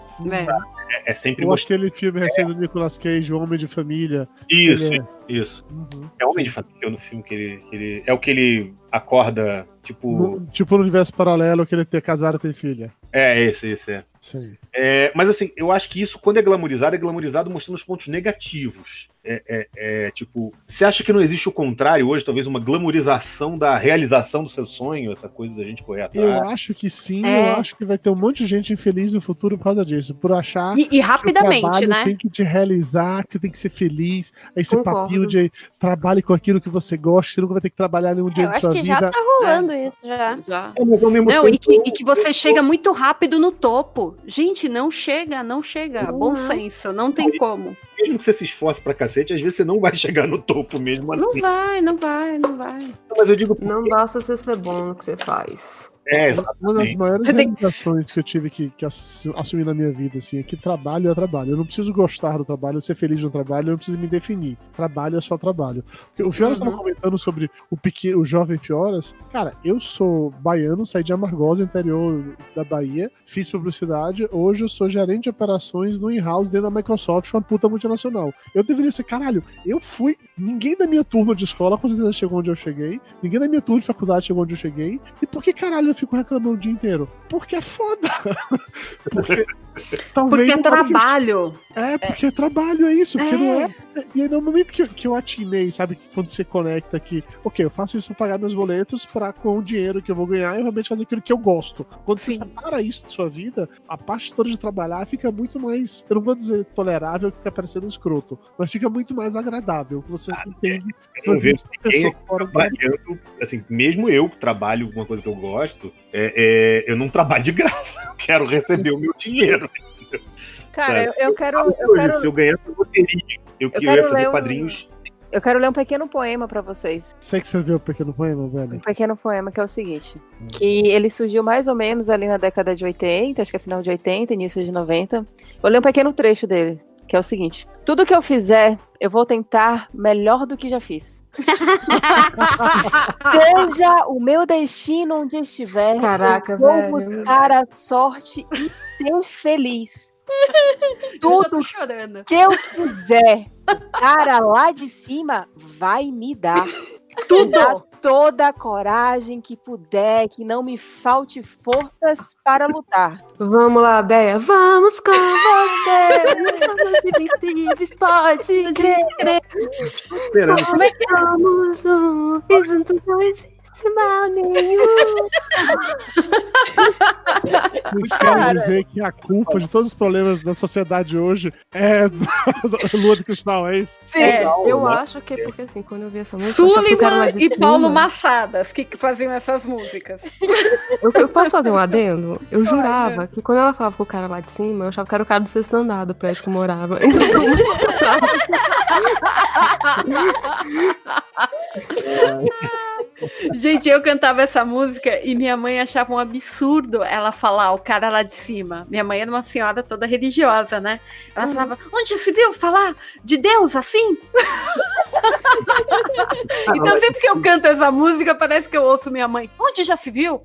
Speaker 19: É,
Speaker 14: é, é sempre...
Speaker 10: Ou aquele filme recente do Nicolas Cage, O Homem de Família.
Speaker 14: Isso,
Speaker 10: é...
Speaker 14: isso.
Speaker 10: Uhum.
Speaker 14: É o Homem de Família no filme que ele, que ele... É o que ele acorda, tipo...
Speaker 10: No, tipo no universo paralelo, que ele é casado e tem filha.
Speaker 14: É, esse, esse é.
Speaker 10: Sim.
Speaker 14: É, mas assim, eu acho que isso, quando é glamorizado, é glamorizado mostrando os pontos negativos. É, é, é tipo, você acha que não existe o contrário hoje, talvez uma glamorização da realização do seu sonho, essa coisa da gente correr atrás?
Speaker 10: Eu acho que sim,
Speaker 19: É.
Speaker 10: eu acho que vai ter um monte de gente infeliz no futuro por causa disso, por achar
Speaker 19: E, e rapidamente,
Speaker 10: que o trabalho
Speaker 19: né?
Speaker 10: tem que te realizar, que você tem que ser feliz, esse
Speaker 16: Concordo.
Speaker 10: papinho de trabalhe com aquilo que você gosta, você nunca vai ter que trabalhar nenhum dia
Speaker 16: Eu
Speaker 10: da
Speaker 16: acho
Speaker 10: sua
Speaker 16: que
Speaker 10: vida.
Speaker 16: já tá rolando isso já.
Speaker 19: Já.
Speaker 14: É, mas ao mesmo
Speaker 19: Não,
Speaker 14: tempo,
Speaker 19: e que, e que você chega muito rápido no topo. Gente, não chega, não chega. Bom senso, não tem como.
Speaker 14: mesmo que você se esforce pra cacete, às vezes você não vai chegar no topo mesmo assim.
Speaker 19: Não vai, não vai, não vai.
Speaker 14: Mas eu digo...
Speaker 17: Não basta você ser bom no que você faz.
Speaker 14: É,
Speaker 10: Uma das maiores
Speaker 19: Você tem-
Speaker 10: realizações que eu tive que, que assu- assumir na minha vida, assim, é que trabalho é trabalho. Eu não preciso gostar do trabalho, ser feliz no trabalho, eu não preciso me definir. Trabalho é só trabalho. Porque o Fioras estava
Speaker 19: Uhum.
Speaker 10: comentando sobre o, pequeno, o jovem Fioras. Cara, eu sou baiano, saí de Amargosa, interior da Bahia, fiz publicidade, hoje eu sou gerente de operações no in-house dentro da Microsoft, uma puta multinacional. Eu deveria ser, caralho, eu fui... Ninguém da minha turma de escola com certeza chegou onde eu cheguei, ninguém da minha turma de faculdade chegou onde eu cheguei, e por que caralho eu fico reclamando o dia inteiro? Porque é foda. Porque talvez
Speaker 19: Porque é
Speaker 10: na hora que eu-
Speaker 19: trabalho.
Speaker 10: É, porque é trabalho, é isso, porque
Speaker 19: É.
Speaker 10: não é. E aí no momento que, eu- que eu atinei, sabe, que quando você conecta aqui, ok, eu faço isso pra pagar meus boletos, pra com o dinheiro que eu vou ganhar, eu realmente fazer aquilo que eu gosto. Quando você separa isso da sua vida, a parte toda de trabalhar fica muito mais, eu não vou dizer tolerável, que fica parecendo escroto, mas fica muito mais agradável, que você entende.
Speaker 14: Eu não
Speaker 10: fazer
Speaker 14: vejo
Speaker 10: isso com
Speaker 14: ninguém
Speaker 10: pessoa
Speaker 14: aqui
Speaker 10: fora do-
Speaker 14: trabalhando, assim, mesmo eu que trabalho com uma coisa que eu gosto, é, é, eu não trabalho de graça, eu quero receber o meu dinheiro.
Speaker 13: Cara, eu,
Speaker 14: Sabe?
Speaker 13: eu quero.
Speaker 14: falo
Speaker 13: Eu
Speaker 14: hoje,
Speaker 13: quero
Speaker 14: Se eu ganhasse, eu teria. Eu,
Speaker 13: Eu
Speaker 14: eu
Speaker 13: quero
Speaker 14: ia fazer
Speaker 13: ler um-
Speaker 14: quadrinhos.
Speaker 13: Eu quero ler um pequeno poema pra vocês.
Speaker 10: Você que escreveu o pequeno poema, velho?
Speaker 13: Um pequeno poema que é o seguinte: que ele surgiu mais ou menos ali na década de oitenta, acho que é final de oitenta, início de noventa. Vou ler um pequeno trecho dele, que é o seguinte: tudo que eu fizer, eu vou tentar melhor do que já fiz. Seja o meu destino onde estiver,
Speaker 17: Caraca,
Speaker 13: eu vou
Speaker 17: velho.
Speaker 13: buscar a sorte e ser feliz.
Speaker 19: Eu já
Speaker 13: Tudo
Speaker 19: tô chorando.
Speaker 13: que eu quiser, o cara lá de cima vai me dar.
Speaker 19: Tudo!
Speaker 13: Dá toda a coragem que puder, que não me falte forças para lutar.
Speaker 17: Vamos lá, Deia. Vamos com você. Vamos invencíveis, pode crer.
Speaker 14: Esperando.
Speaker 17: Vamos um, e juntos não existe mal nenhum.
Speaker 10: Vocês querem dizer que a culpa de todos os problemas da sociedade hoje é da da Lua de Cristal, é isso?
Speaker 17: É, eu
Speaker 14: né?
Speaker 17: acho que é porque assim, quando eu vi essa música. eu achava que o cara lá
Speaker 19: Sullivan
Speaker 17: de
Speaker 19: e Paulo
Speaker 17: cima-
Speaker 19: Massadas que que faziam essas músicas.
Speaker 17: Eu, eu posso fazer um adendo? Eu jurava que quando ela falava com o cara lá de cima, eu achava que era o cara do sexto andar do prédio que eu morava. Então,
Speaker 19: Gente, eu cantava essa música e minha mãe achava um absurdo ela falar o cara lá de cima. Minha mãe era uma senhora toda religiosa, né? Ela
Speaker 17: Uhum.
Speaker 19: falava, onde se viu falar de Deus assim? Então sempre que eu canto essa música, parece que eu ouço minha mãe. Onde já se viu?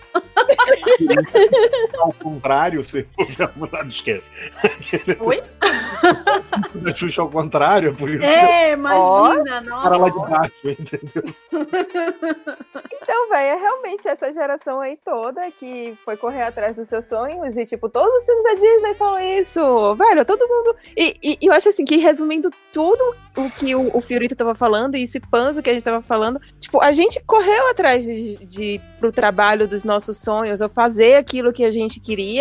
Speaker 14: Ao contrário, você já não esquece.
Speaker 19: Oi?
Speaker 14: Da Xuxa ao contrário, é por isso
Speaker 19: É,
Speaker 14: que
Speaker 19: imagina,
Speaker 14: o cara lá de
Speaker 19: nossa.
Speaker 14: baixo, entendeu?
Speaker 13: Então, velho, é realmente essa geração aí toda que foi correr atrás dos seus sonhos e, tipo, todos os filmes da Disney falam isso, velho, todo mundo... E, e- e eu acho, assim, que resumindo tudo o que o, o Fiorito tava falando e esse panzo que a gente tava falando, tipo, a gente correu atrás de, de, pro trabalho dos nossos sonhos, ou fazer aquilo que a gente queria,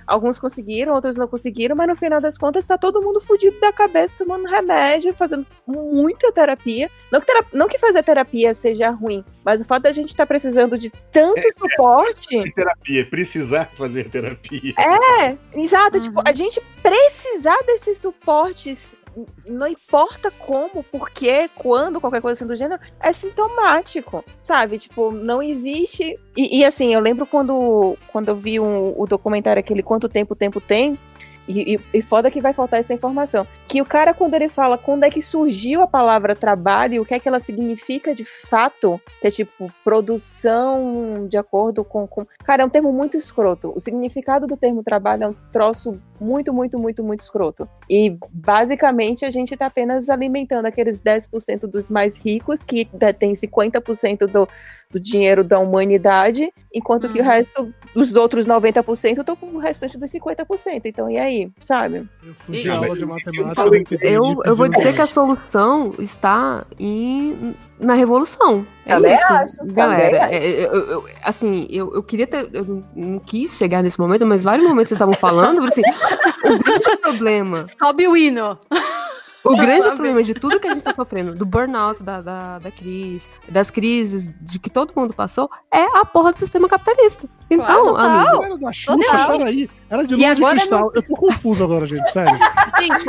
Speaker 13: alguns conseguiram, outros não conseguiram, mas no final das contas tá todo mundo fudido da cabeça, tomando remédio, fazendo muita terapia. Não que, terapia, não que fazer terapia seja ruim, mas o fato da gente estar tá precisando de tanto é, suporte...
Speaker 14: É, terapia, precisar fazer terapia.
Speaker 13: É, exato. Uhum. Tipo, a gente precisar desses suportes, não importa como, porquê, quando, qualquer coisa assim do gênero, é sintomático, sabe? Tipo, não existe... E, e assim, eu lembro quando, quando eu vi um, o documentário aquele Quanto Tempo o Tempo Tem, E, e, e foda que vai faltar essa informação. Que o cara, quando ele fala quando é que surgiu a palavra trabalho, o que é que ela significa de fato, que é tipo produção de acordo com, com... Cara, é um termo muito escroto. O significado do termo trabalho é um troço muito, muito, muito, muito escroto. E basicamente a gente tá apenas alimentando aqueles dez por cento dos mais ricos que detêm cinquenta por cento do, do dinheiro da humanidade, enquanto uhum. que o resto, os outros noventa por cento estão com o restante dos cinquenta por cento. Então, e aí, sabe?
Speaker 10: Eu, aula de matemática,
Speaker 17: eu, eu vou dizer que a solução está em, na revolução. É
Speaker 13: Também
Speaker 17: isso,
Speaker 13: acho,
Speaker 17: galera.
Speaker 13: também
Speaker 17: É, eu, eu, assim, eu, eu queria ter. Eu não quis chegar nesse momento, mas vários momentos vocês estavam falando, assim, o grande problema.
Speaker 19: Sobe o hino.
Speaker 17: O grande problema de tudo que a gente está sofrendo, do burnout da, da, da crise, das crises de que todo mundo passou, é a porra do sistema capitalista. Então,
Speaker 10: claro,
Speaker 17: amigo...
Speaker 10: Era da Xuxa, peraí. Era de lua de cristal. Não... Eu tô confuso agora, gente, sério.
Speaker 19: Gente,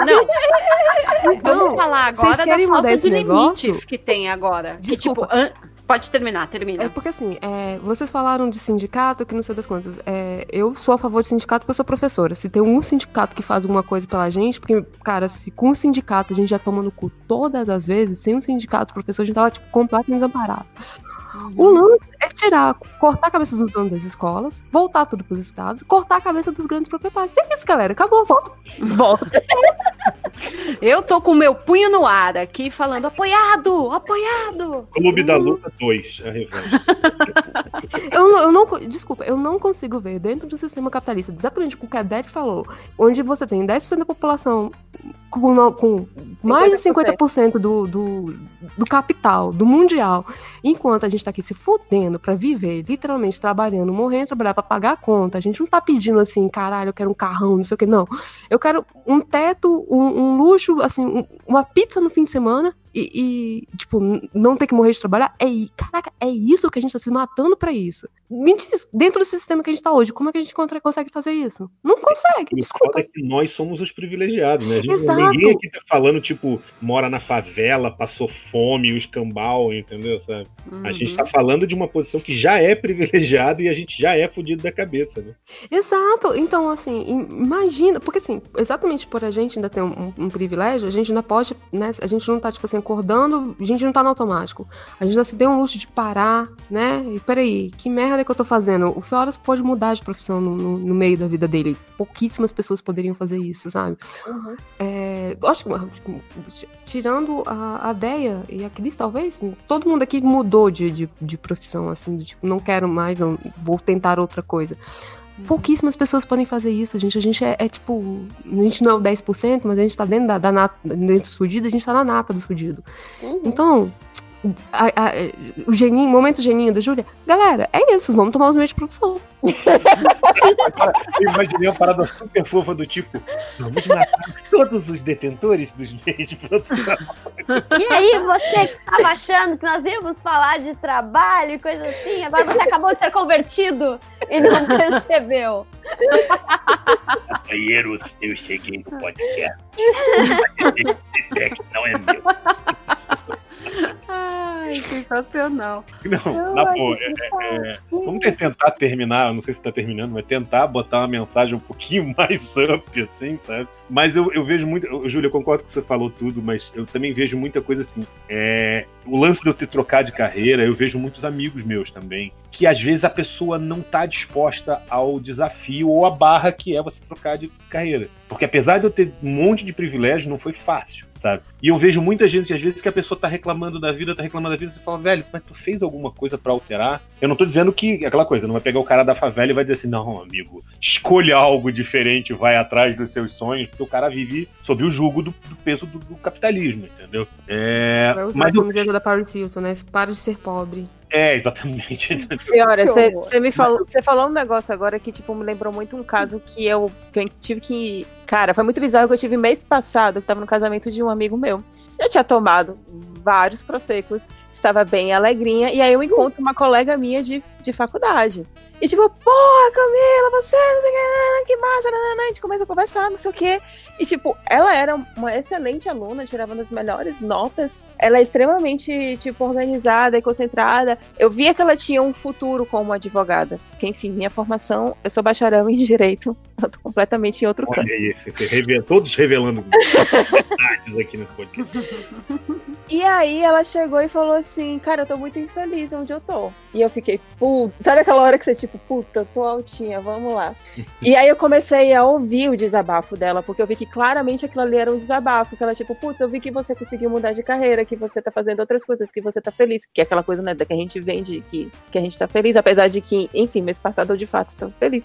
Speaker 19: não.
Speaker 17: Então,
Speaker 19: vamos falar agora da falta de limites que tem agora.
Speaker 17: Desculpa.
Speaker 19: Que, tipo, an... Pode terminar, termina.
Speaker 17: É porque assim, é, vocês falaram de sindicato, que não sei das quantas. É, eu sou a favor de sindicato porque eu sou professora. Se tem um sindicato que faz alguma coisa pela gente, porque, cara, se com o sindicato a gente já toma no cu todas as vezes, sem um sindicato, o professor, a gente tava, tipo, completamente desamparado. Uhum. O lance é tirar, cortar a cabeça dos donos das escolas, voltar tudo pros estados, cortar a cabeça dos grandes proprietários. É isso, galera. Acabou, volta. Volta.
Speaker 19: Eu tô com o meu punho no ar aqui falando apoiado, apoiado.
Speaker 14: Clube da Luta dois, a revanche.
Speaker 17: eu, eu não, desculpa, eu não consigo ver dentro do sistema capitalista, exatamente o que a Deb falou, onde você tem dez por cento da população com, com mais de cinquenta por cento do, do, do capital, do mundial, enquanto a gente tá aqui se fudendo pra viver, literalmente trabalhando, morrendo, trabalhar pra pagar a conta. A gente não tá pedindo assim, caralho, eu quero um carrão, não sei o que, não. Eu quero um teto, um, um luxo, assim, um, uma pizza no fim de semana e, e, tipo, não ter que morrer de trabalhar. É, caraca, é isso que a gente tá se matando pra isso. Me diz, dentro do sistema que a gente tá hoje, como é que a gente contra, consegue fazer isso? Não consegue,
Speaker 14: o
Speaker 17: desculpa.
Speaker 14: É que nós somos os privilegiados, né? A gente,
Speaker 17: Exato.
Speaker 14: Ninguém aqui tá falando, tipo, mora na favela, passou fome, o escambau, entendeu? Sabe? Uhum. A gente tá falando de uma posição que já é privilegiada e a gente já é fudido da cabeça, né?
Speaker 17: Exato. Então, assim, imagina, porque assim, exatamente por a gente ainda ter um, um privilégio, a gente ainda pode, né? A gente não tá, tipo assim, acordando, a gente não tá no automático. A gente ainda se deu um luxo de parar, né? E peraí, que merda que eu tô fazendo? O Fioras pode mudar de profissão no, no, no meio da vida dele. Pouquíssimas pessoas poderiam fazer isso, sabe? Uhum. É, eu acho que, tipo, tirando a, a Deia e a Cris, talvez, todo mundo aqui mudou de, de, de profissão, assim, de, tipo, não quero mais, não, vou tentar outra coisa. Pouquíssimas pessoas podem fazer isso, gente. A gente é, é tipo, a gente não é o dez por cento, mas a gente tá dentro da, da nata, dentro dos fudidos, a gente tá na nata dos fudidos. Uhum. Então, a, a, o geninho, momento geninho da Júlia, galera, é isso, vamos tomar os meios de produção.
Speaker 14: Agora, eu imaginei uma parada super fofa do tipo, vamos matar todos os detentores dos meios de produção.
Speaker 16: E aí, você que estava achando que nós íamos falar de trabalho e coisa assim, agora você acabou de ser convertido e não percebeu.
Speaker 14: Banheiros, eu cheguei no podcast. Esse feedback não é meu.
Speaker 19: Ai, sensacional.
Speaker 14: Não, na boa, é, é, é, vamos tentar terminar, não sei se tá terminando, mas tentar botar uma mensagem um pouquinho mais ampla, assim, sabe? Mas eu, eu vejo muito, eu, Júlia, eu concordo que você falou tudo, mas eu também vejo muita coisa assim. É, o lance de eu ter trocado de carreira, eu vejo muitos amigos meus também, que às vezes a pessoa não tá disposta ao desafio ou à barra que é você trocar de carreira. Porque apesar de eu ter um monte de privilégio, não foi fácil. Sabe? E eu vejo muita gente, às vezes, que a pessoa tá reclamando da vida, tá reclamando da vida, você fala, velho, mas tu fez alguma coisa pra alterar? Eu não tô dizendo que, aquela coisa, não vai pegar o cara da favela e vai dizer assim, não, amigo, escolha algo diferente, vai atrás dos seus sonhos, porque o cara vive sob o jugo do, do peso do, do capitalismo, entendeu? É,
Speaker 17: eu
Speaker 14: mas
Speaker 17: eu... da Paris Hilton, né? Para de ser pobre.
Speaker 14: É, exatamente.
Speaker 13: Fiora, você me falou, você falou um negócio agora que, tipo, me lembrou muito um caso que eu, que eu tive que... Cara, foi muito bizarro que eu tive mês passado, que tava no casamento de um amigo meu. Eu tinha tomado vários Proseccos, estava bem alegrinha, e aí eu encontro uma colega minha de, de faculdade. E tipo, porra, Camila, você, não sei o que, que massa, nanana. A gente começa a conversar, não sei o que. E tipo, ela era uma excelente aluna, tirava as melhores notas. Ela é extremamente, tipo, organizada e concentrada. Eu via que ela tinha um futuro como advogada. Porque, enfim, minha formação, eu sou bacharel em Direito. Eu tô completamente em outro
Speaker 14: Olha
Speaker 13: campo.
Speaker 14: aí, você revela, todos revelando verdades aqui nesse podcast.
Speaker 13: E aí ela chegou e falou assim, cara, eu tô muito infeliz onde eu tô. E eu fiquei, puta, sabe aquela hora que você tipo, puta, eu tô altinha, vamos lá. E aí eu comecei a ouvir o desabafo dela, porque eu vi que claramente aquilo ali era um desabafo, que ela tipo, putz, eu vi que você conseguiu mudar de carreira, que você tá fazendo outras coisas, que você tá feliz, que é aquela coisa, né, que a gente vende, que, que a gente tá feliz, apesar de que, enfim, mês passado eu de fato estou feliz.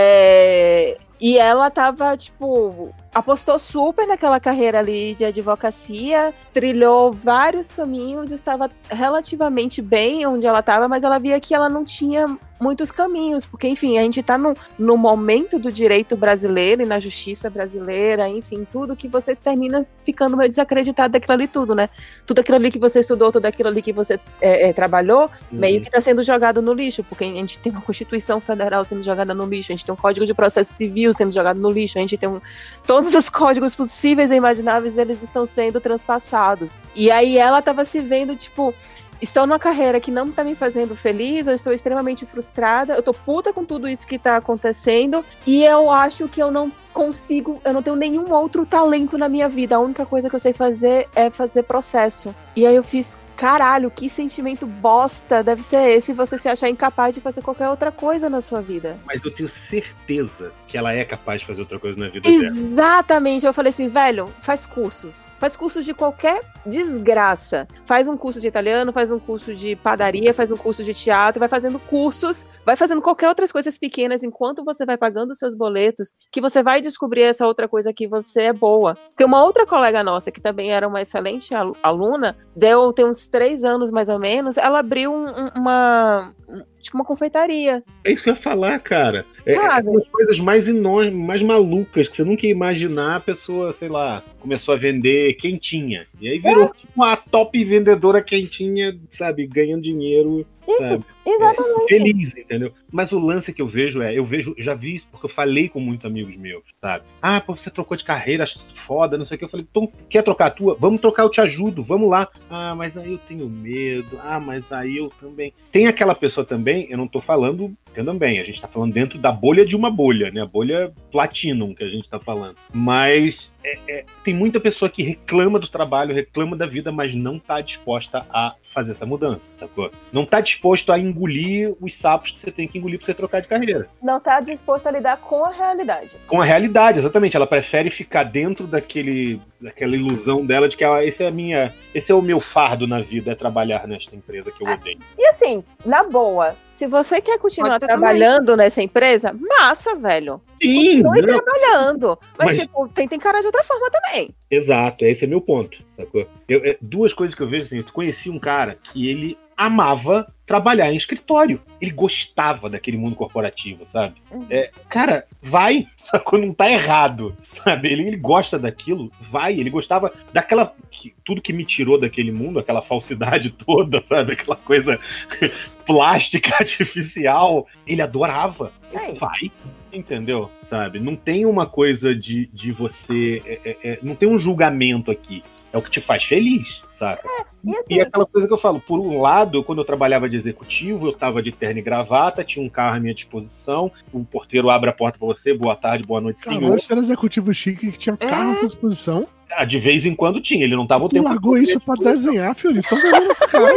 Speaker 13: É... E ela tava, tipo, apostou super naquela carreira ali de advocacia, trilhou vários caminhos, estava relativamente bem onde ela estava, mas ela via que ela não tinha muitos caminhos, porque, enfim, a gente tá no, no momento do direito brasileiro e na justiça brasileira, enfim, tudo que você termina ficando meio desacreditado daquilo ali tudo, né? Tudo aquilo ali que você estudou, tudo aquilo ali que você é, é, trabalhou, uhum. meio que tá sendo jogado no lixo, porque a gente tem uma Constituição Federal sendo jogada no lixo, a gente tem um Código de Processo Civil sendo jogado no lixo, a gente tem um... Todos os códigos possíveis e imagináveis, eles estão sendo transpassados. E aí ela tava se vendo, tipo... Estou numa carreira que não tá me fazendo feliz, eu estou extremamente frustrada, eu tô puta com tudo isso que tá acontecendo, e eu acho que eu não consigo, eu não tenho nenhum outro talento na minha vida, a única coisa que eu sei fazer é fazer processo. E aí eu fiz, caralho, que sentimento bosta deve ser esse você se achar incapaz de fazer qualquer outra coisa na sua vida.
Speaker 14: Mas eu tenho certeza que ela é capaz de fazer outra coisa na vida dela.
Speaker 13: Exatamente, eu falei assim, velho, faz cursos. Faz cursos de qualquer desgraça. Faz um curso de italiano, faz um curso de padaria, faz um curso de teatro, vai fazendo cursos, vai fazendo qualquer outras coisas pequenas enquanto você vai pagando os seus boletos, que você vai descobrir essa outra coisa que você é boa. Porque uma outra colega nossa, que também era uma excelente aluna, deu, tem uns três anos mais ou menos, ela abriu um, uma... tipo uma confeitaria.
Speaker 14: É isso que eu ia falar, cara. É, é as coisas mais enormes, mais malucas, que você nunca ia imaginar. A pessoa, sei lá, começou a vender quentinha. E aí virou é. tipo uma top vendedora quentinha, sabe, ganhando dinheiro.
Speaker 13: Isso,
Speaker 14: sabe?
Speaker 13: exatamente.
Speaker 14: É, feliz, entendeu? Mas o lance que eu vejo é, eu vejo, já vi isso porque eu falei com muitos amigos meus, sabe? Ah, pô, você trocou de carreira, acho foda, não sei o que. Eu falei, então, quer trocar a tua? Vamos trocar, eu te ajudo, vamos lá. Ah, mas aí eu tenho medo. Ah, mas aí eu também. Tem aquela pessoa também, eu não tô falando, entendam bem, a gente tá falando dentro da bolha de uma bolha, né? A bolha Platinum que a gente tá falando. Mas é, é, tem muita pessoa que reclama do trabalho, reclama da vida, mas não tá disposta a fazer essa mudança, sacou? Não tá disposto a engolir os sapos que você tem que engolir pra você trocar de carreira.
Speaker 13: Não tá disposto a lidar com a realidade.
Speaker 14: Com a realidade, exatamente. Ela prefere ficar dentro daquele, daquela ilusão dela de que ela, esse é a minha, esse é o meu fardo na vida, é trabalhar nesta empresa que eu odeio.
Speaker 13: E assim, na boa, se você quer continuar trabalhando também nessa empresa, massa, velho.
Speaker 14: Sim,
Speaker 13: Continue
Speaker 14: não.
Speaker 13: trabalhando. Mas,
Speaker 14: Mas,
Speaker 13: tipo, tenta encarar de outra forma também.
Speaker 14: Exato, esse é meu ponto, sacou? Eu, é, duas coisas que eu vejo assim, eu conheci um cara que ele amava trabalhar em escritório. Ele gostava daquele mundo corporativo, sabe? Uhum. É, cara, vai, sacou? Não tá errado, sabe? Ele, ele gosta daquilo, vai. Ele gostava daquela... Que, tudo que me tirou daquele mundo, aquela falsidade toda, sabe? Aquela coisa plástica, artificial. Ele adorava. Ele vai, entendeu? Sabe? Não tem uma coisa de, de você... É, é, é, não tem um julgamento aqui. É o que te faz feliz, saca? É, e, assim, e aquela coisa que eu falo, por um lado, quando eu trabalhava de executivo, eu tava de terno e gravata, tinha um carro à minha disposição, o porteiro abre a porta pra você, boa tarde, boa noite, senhor.
Speaker 10: Caramba, você era executivo chique que tinha carro é. à sua disposição?
Speaker 14: Ah, de vez em quando tinha, ele não tava o
Speaker 10: tu
Speaker 14: tempo...
Speaker 10: largou isso pra desenhar, filho? Então vai no cara,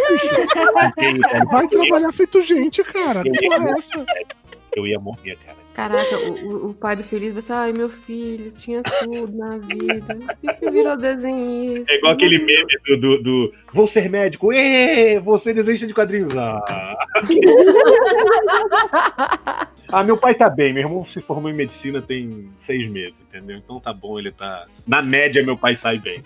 Speaker 10: bicho. Vai trabalhar feito gente, cara.
Speaker 14: Eu
Speaker 10: que
Speaker 14: ia,
Speaker 10: porra é essa?
Speaker 14: Eu ia morrer, cara.
Speaker 17: Caraca, o, o pai do Feliz vai ser, ai, meu filho, tinha tudo na vida. Por que virou desenhista?
Speaker 14: É igual aquele meme do, do, do vou ser médico, ê, vou ser desenhista de quadrinhos. Ah. Ah, meu pai tá bem. Meu irmão se formou em medicina tem seis meses, entendeu? Então tá bom, ele tá... Na média, meu pai sai bem.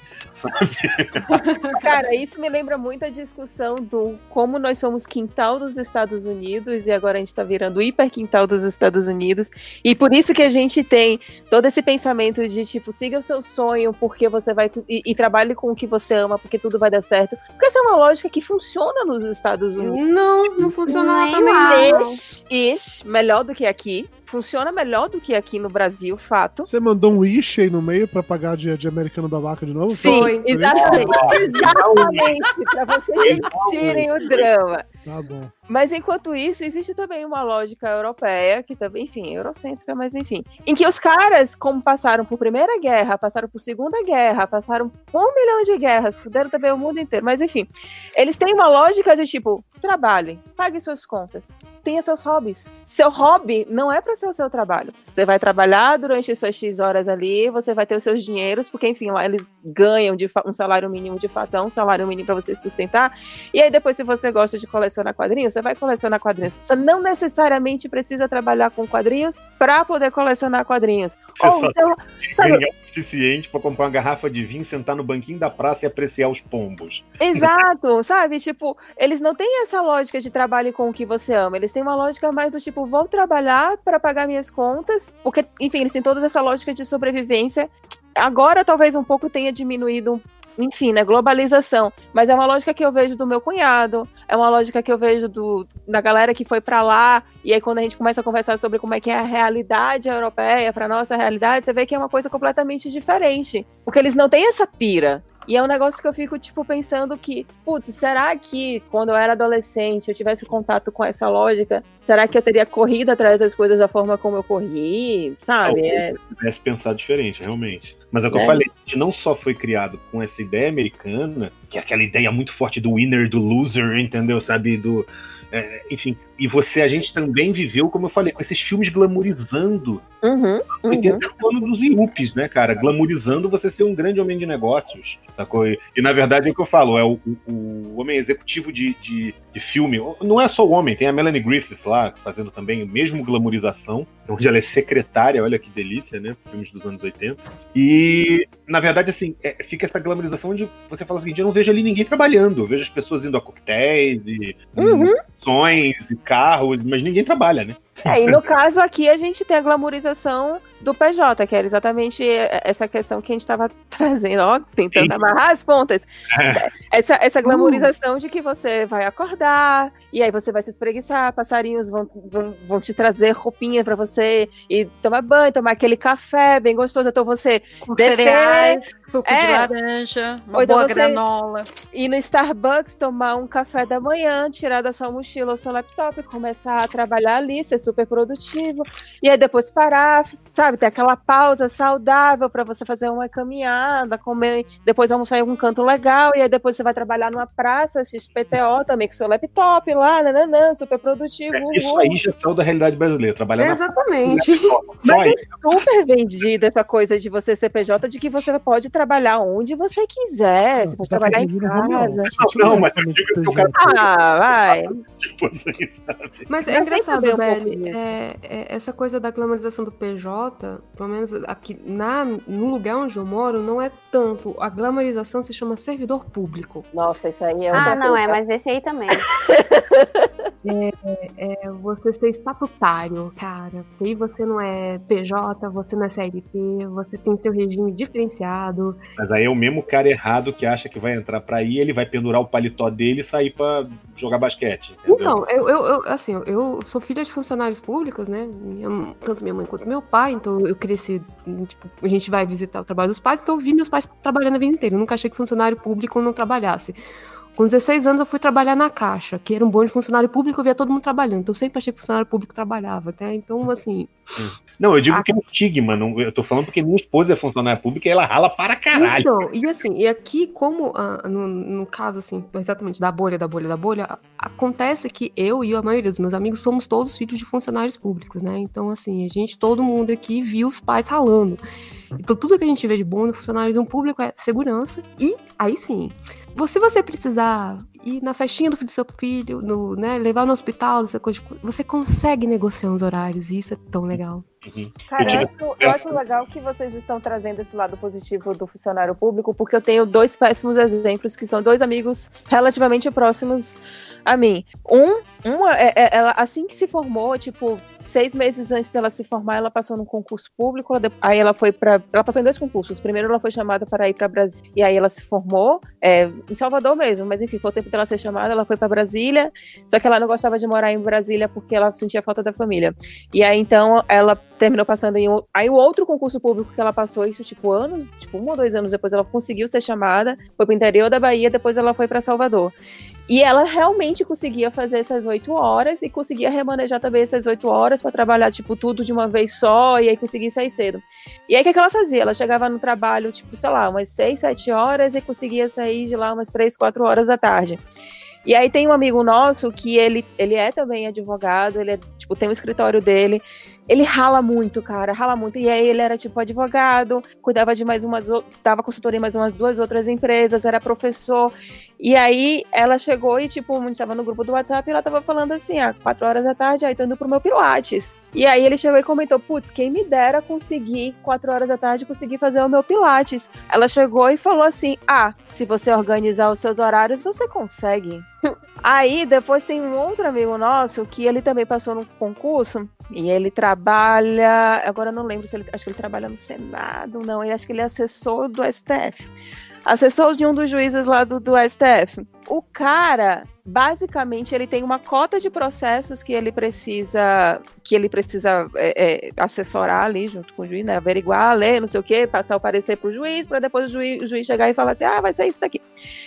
Speaker 13: Cara, isso me lembra muito a discussão do como nós somos quintal dos Estados Unidos e agora a gente tá virando hiper quintal dos Estados Unidos. E por isso que a gente tem todo esse pensamento de, tipo, siga o seu sonho porque você vai... E, e trabalhe com o que você ama porque tudo vai dar certo. Porque essa é uma lógica que funciona nos Estados Unidos.
Speaker 17: Não, não funciona lá
Speaker 13: Nem
Speaker 17: também.
Speaker 13: lá. Ish, ish, melhor do que aqui. Funciona melhor do que aqui no Brasil, fato.
Speaker 10: Você mandou um ish aí no meio pra pagar de, de americano babaca de novo?
Speaker 13: Sim,
Speaker 10: Foi.
Speaker 13: exatamente. Exatamente, pra vocês sentirem o drama.
Speaker 10: Tá bom.
Speaker 13: Mas enquanto isso, existe também uma lógica europeia, que também, enfim, eurocêntrica, mas enfim, em que os caras, como passaram por Primeira Guerra, passaram por Segunda Guerra, passaram por um milhão de guerras, fuderam também o mundo inteiro, mas enfim, eles têm uma lógica de tipo, trabalhe, pague suas contas, tenha seus hobbies. Seu hobby não é pra ser o seu trabalho. Você vai trabalhar durante suas X horas ali, você vai ter os seus dinheiros, porque enfim, lá eles ganham de um salário mínimo de fato, é um salário mínimo pra você se sustentar, e aí depois se você gosta de colecionar quadrinhos, você vai colecionar quadrinhos. Você não necessariamente precisa trabalhar com quadrinhos para poder colecionar quadrinhos.
Speaker 14: Você
Speaker 13: Ou
Speaker 14: só
Speaker 13: então,
Speaker 14: tem ganhar o suficiente para comprar uma garrafa de vinho, sentar no banquinho da praça e apreciar os pombos.
Speaker 13: exato, sabe? Tipo, eles não têm essa lógica de trabalho com o que você ama. Eles têm uma lógica mais do tipo, vou trabalhar para pagar minhas contas, porque, enfim, eles têm toda essa lógica de sobrevivência. Agora, talvez um pouco tenha diminuído, enfim, né, globalização, mas é uma lógica que eu vejo do meu cunhado, é uma lógica que eu vejo do, da galera que foi pra lá, e aí quando a gente começa a conversar sobre como é que é a realidade europeia pra nossa realidade, você vê que é uma coisa completamente diferente, porque eles não têm essa pira. E é um negócio que eu fico, tipo, pensando que, putz, será que quando eu era adolescente eu tivesse contato com essa lógica, será que eu teria corrido atrás das coisas da forma como eu corri, sabe?
Speaker 14: Talvez
Speaker 13: É...
Speaker 14: eu pudesse pensar diferente, realmente. Mas é o que
Speaker 13: É.
Speaker 14: eu falei, a gente não só foi criado com essa ideia americana, que é aquela ideia muito forte do winner, do loser, entendeu? Sabe, do... É, enfim, e você, a gente também viveu, como eu falei, com esses filmes glamorizando
Speaker 13: Uhum,
Speaker 14: oitenta anos dos IUPs, né, cara? Glamorizando você ser um grande homem de negócios, sacou? E, e, na verdade, é o que eu falo, é o, o, o homem executivo de, de, de filme. Não é só o homem, tem a Melanie Griffith lá, fazendo também o mesmo glamorização, onde ela é secretária, olha que delícia, né? Filmes dos anos oitenta. E, na verdade, assim, é, fica essa glamorização onde você fala o seguinte, eu não vejo ali ninguém trabalhando, eu vejo as pessoas indo a coquetéis e
Speaker 13: Uhum.
Speaker 14: sonhos e carros, mas ninguém trabalha, né?
Speaker 13: É, e no caso aqui a gente tem a glamorização do P J, que era exatamente essa questão que a gente estava trazendo, ó, tentando
Speaker 14: Sim.
Speaker 13: amarrar as pontas.
Speaker 14: É.
Speaker 13: Essa, essa glamorização de que você vai acordar, e aí você vai se espreguiçar, passarinhos vão, vão, vão te trazer roupinha pra você, e tomar banho, tomar aquele café bem gostoso, então você
Speaker 19: Com
Speaker 13: descer,
Speaker 19: cereais, suco de
Speaker 13: é,
Speaker 19: laranja, uma
Speaker 13: ou então
Speaker 19: boa
Speaker 13: você
Speaker 19: granola.
Speaker 13: ir no Starbucks, tomar um café da manhã, tirar da sua mochila ou seu laptop, começar a trabalhar ali, ser super produtivo, e aí depois parar, sabe, ter aquela pausa saudável pra você fazer uma caminhada, comer, depois almoçar em algum canto legal, e aí depois você vai trabalhar numa praça, X P T O também, com seu laptop lá, nananã, super produtivo.
Speaker 14: É, isso aí já saiu da realidade brasileira, trabalhar na
Speaker 17: Exatamente.
Speaker 14: Só
Speaker 13: Mas é
Speaker 14: isso.
Speaker 13: super vendido essa coisa de você ser P J, de que você pode trabalhar onde você quiser, você pode
Speaker 10: tá
Speaker 13: trabalhar em
Speaker 10: confundindo home
Speaker 13: casa.
Speaker 10: office.
Speaker 14: Não, mas eu digo que o cara
Speaker 13: Ah, vai.
Speaker 14: tipo assim, sabe?
Speaker 17: Mas é
Speaker 13: Mas tem
Speaker 17: engraçado,
Speaker 13: também um pouco
Speaker 17: Beli,
Speaker 13: disso.
Speaker 17: é, é, essa coisa da glamorização do P J, pelo menos aqui na, no lugar onde eu moro, não é tanto. A glamorização se chama servidor público.
Speaker 13: Nossa, isso aí é outra
Speaker 16: Ah, não, é,
Speaker 13: coisa.
Speaker 16: mas esse aí também.
Speaker 17: É, é você ser estatutário, cara. E aí você não é P J, você não é C L T, você tem seu regime diferenciado.
Speaker 14: Mas aí é o mesmo cara errado que acha que vai entrar pra ir, ele vai pendurar o paletó dele e sair pra jogar basquete. Entendeu?
Speaker 17: Então, eu, eu, eu, assim, eu sou filha de funcionários públicos, né? Minha- tanto minha mãe quanto meu pai, então eu cresci, tipo, a gente vai visitar o trabalho dos pais, então eu vi meus pais trabalhando a vida inteira. Eu nunca achei que funcionário público não trabalhasse. Com dezesseis anos eu fui trabalhar na Caixa, que era um bom de funcionário público, eu via todo mundo trabalhando. Então eu sempre achei que funcionário público trabalhava, tá? Então, assim...
Speaker 14: Não, eu digo
Speaker 17: Ah.
Speaker 14: que é um estigma, não, eu tô falando porque minha esposa é funcionária pública e ela rala para caralho.
Speaker 17: Então, e assim, e aqui, como ah, no, no caso, assim, exatamente da bolha, da bolha, da bolha, a- acontece que eu e a maioria dos meus amigos somos todos filhos de funcionários públicos, né? Então, assim, a gente, todo mundo aqui viu os pais ralando. Então, tudo que a gente vê de bom no funcionalismo público é segurança e, aí sim, Se você precisar ir na festinha do filho do seu filho, no, né, levar no hospital, você consegue negociar os horários, e isso é tão legal.
Speaker 13: Cara, eu acho, eu acho legal que vocês estão trazendo esse lado positivo do funcionário público, porque eu tenho dois péssimos exemplos, que são dois amigos relativamente próximos a mim. Um, uma, é, é, ela, assim que se formou, tipo, seis meses antes dela se formar, ela passou num concurso público, ela, aí ela foi pra. Ela passou em dois concursos. Primeiro ela foi chamada para ir para Brasília, e aí ela se formou, é, em Salvador mesmo, mas enfim, foi o tempo dela ser chamada, ela foi para Brasília, só que ela não gostava de morar em Brasília porque ela sentia falta da família. E aí então ela terminou passando em um. Aí o outro concurso público que ela passou, isso tipo anos, tipo um ou dois anos depois, ela conseguiu ser chamada, foi pro interior da Bahia, depois ela foi para Salvador. E ela realmente conseguia fazer essas oito horas e conseguia remanejar também essas oito horas para trabalhar, tipo, tudo de uma vez só e aí conseguir sair cedo. E aí o que, que ela fazia? Ela chegava no trabalho, tipo, sei lá, umas seis, sete horas e conseguia sair de lá umas três, quatro horas da tarde. E aí tem um amigo nosso que ele, ele é também advogado, ele é, tipo, tem um escritório dele, ele rala muito, cara, rala muito, e aí ele era, tipo, advogado, cuidava de mais umas, dava consultoria em mais umas duas outras empresas, era professor, e aí ela chegou e, tipo, a gente tava no grupo do WhatsApp e ela tava falando assim, ah, quatro horas da tarde, aí tô indo pro meu Pilates. E aí ele chegou e comentou, putz, quem me dera conseguir, quatro horas da tarde, conseguir fazer o meu Pilates. Ela chegou e falou assim, ah, se você organizar os seus horários, você consegue. Aí, depois tem um outro amigo nosso que ele também passou no concurso e ele trabalha, agora eu não lembro se ele, acho que ele trabalha no Senado, não, ele acho que ele é assessor do S T F. Assessor de um dos juízes lá do, do S T F. O cara, basicamente, ele tem uma cota de processos que ele precisa, que ele precisa é, é, assessorar ali junto com o juiz, né? Averiguar, ler, não sei o quê, passar o parecer pro juiz, para depois o juiz, o juiz chegar e falar assim, ah, vai ser isso daqui.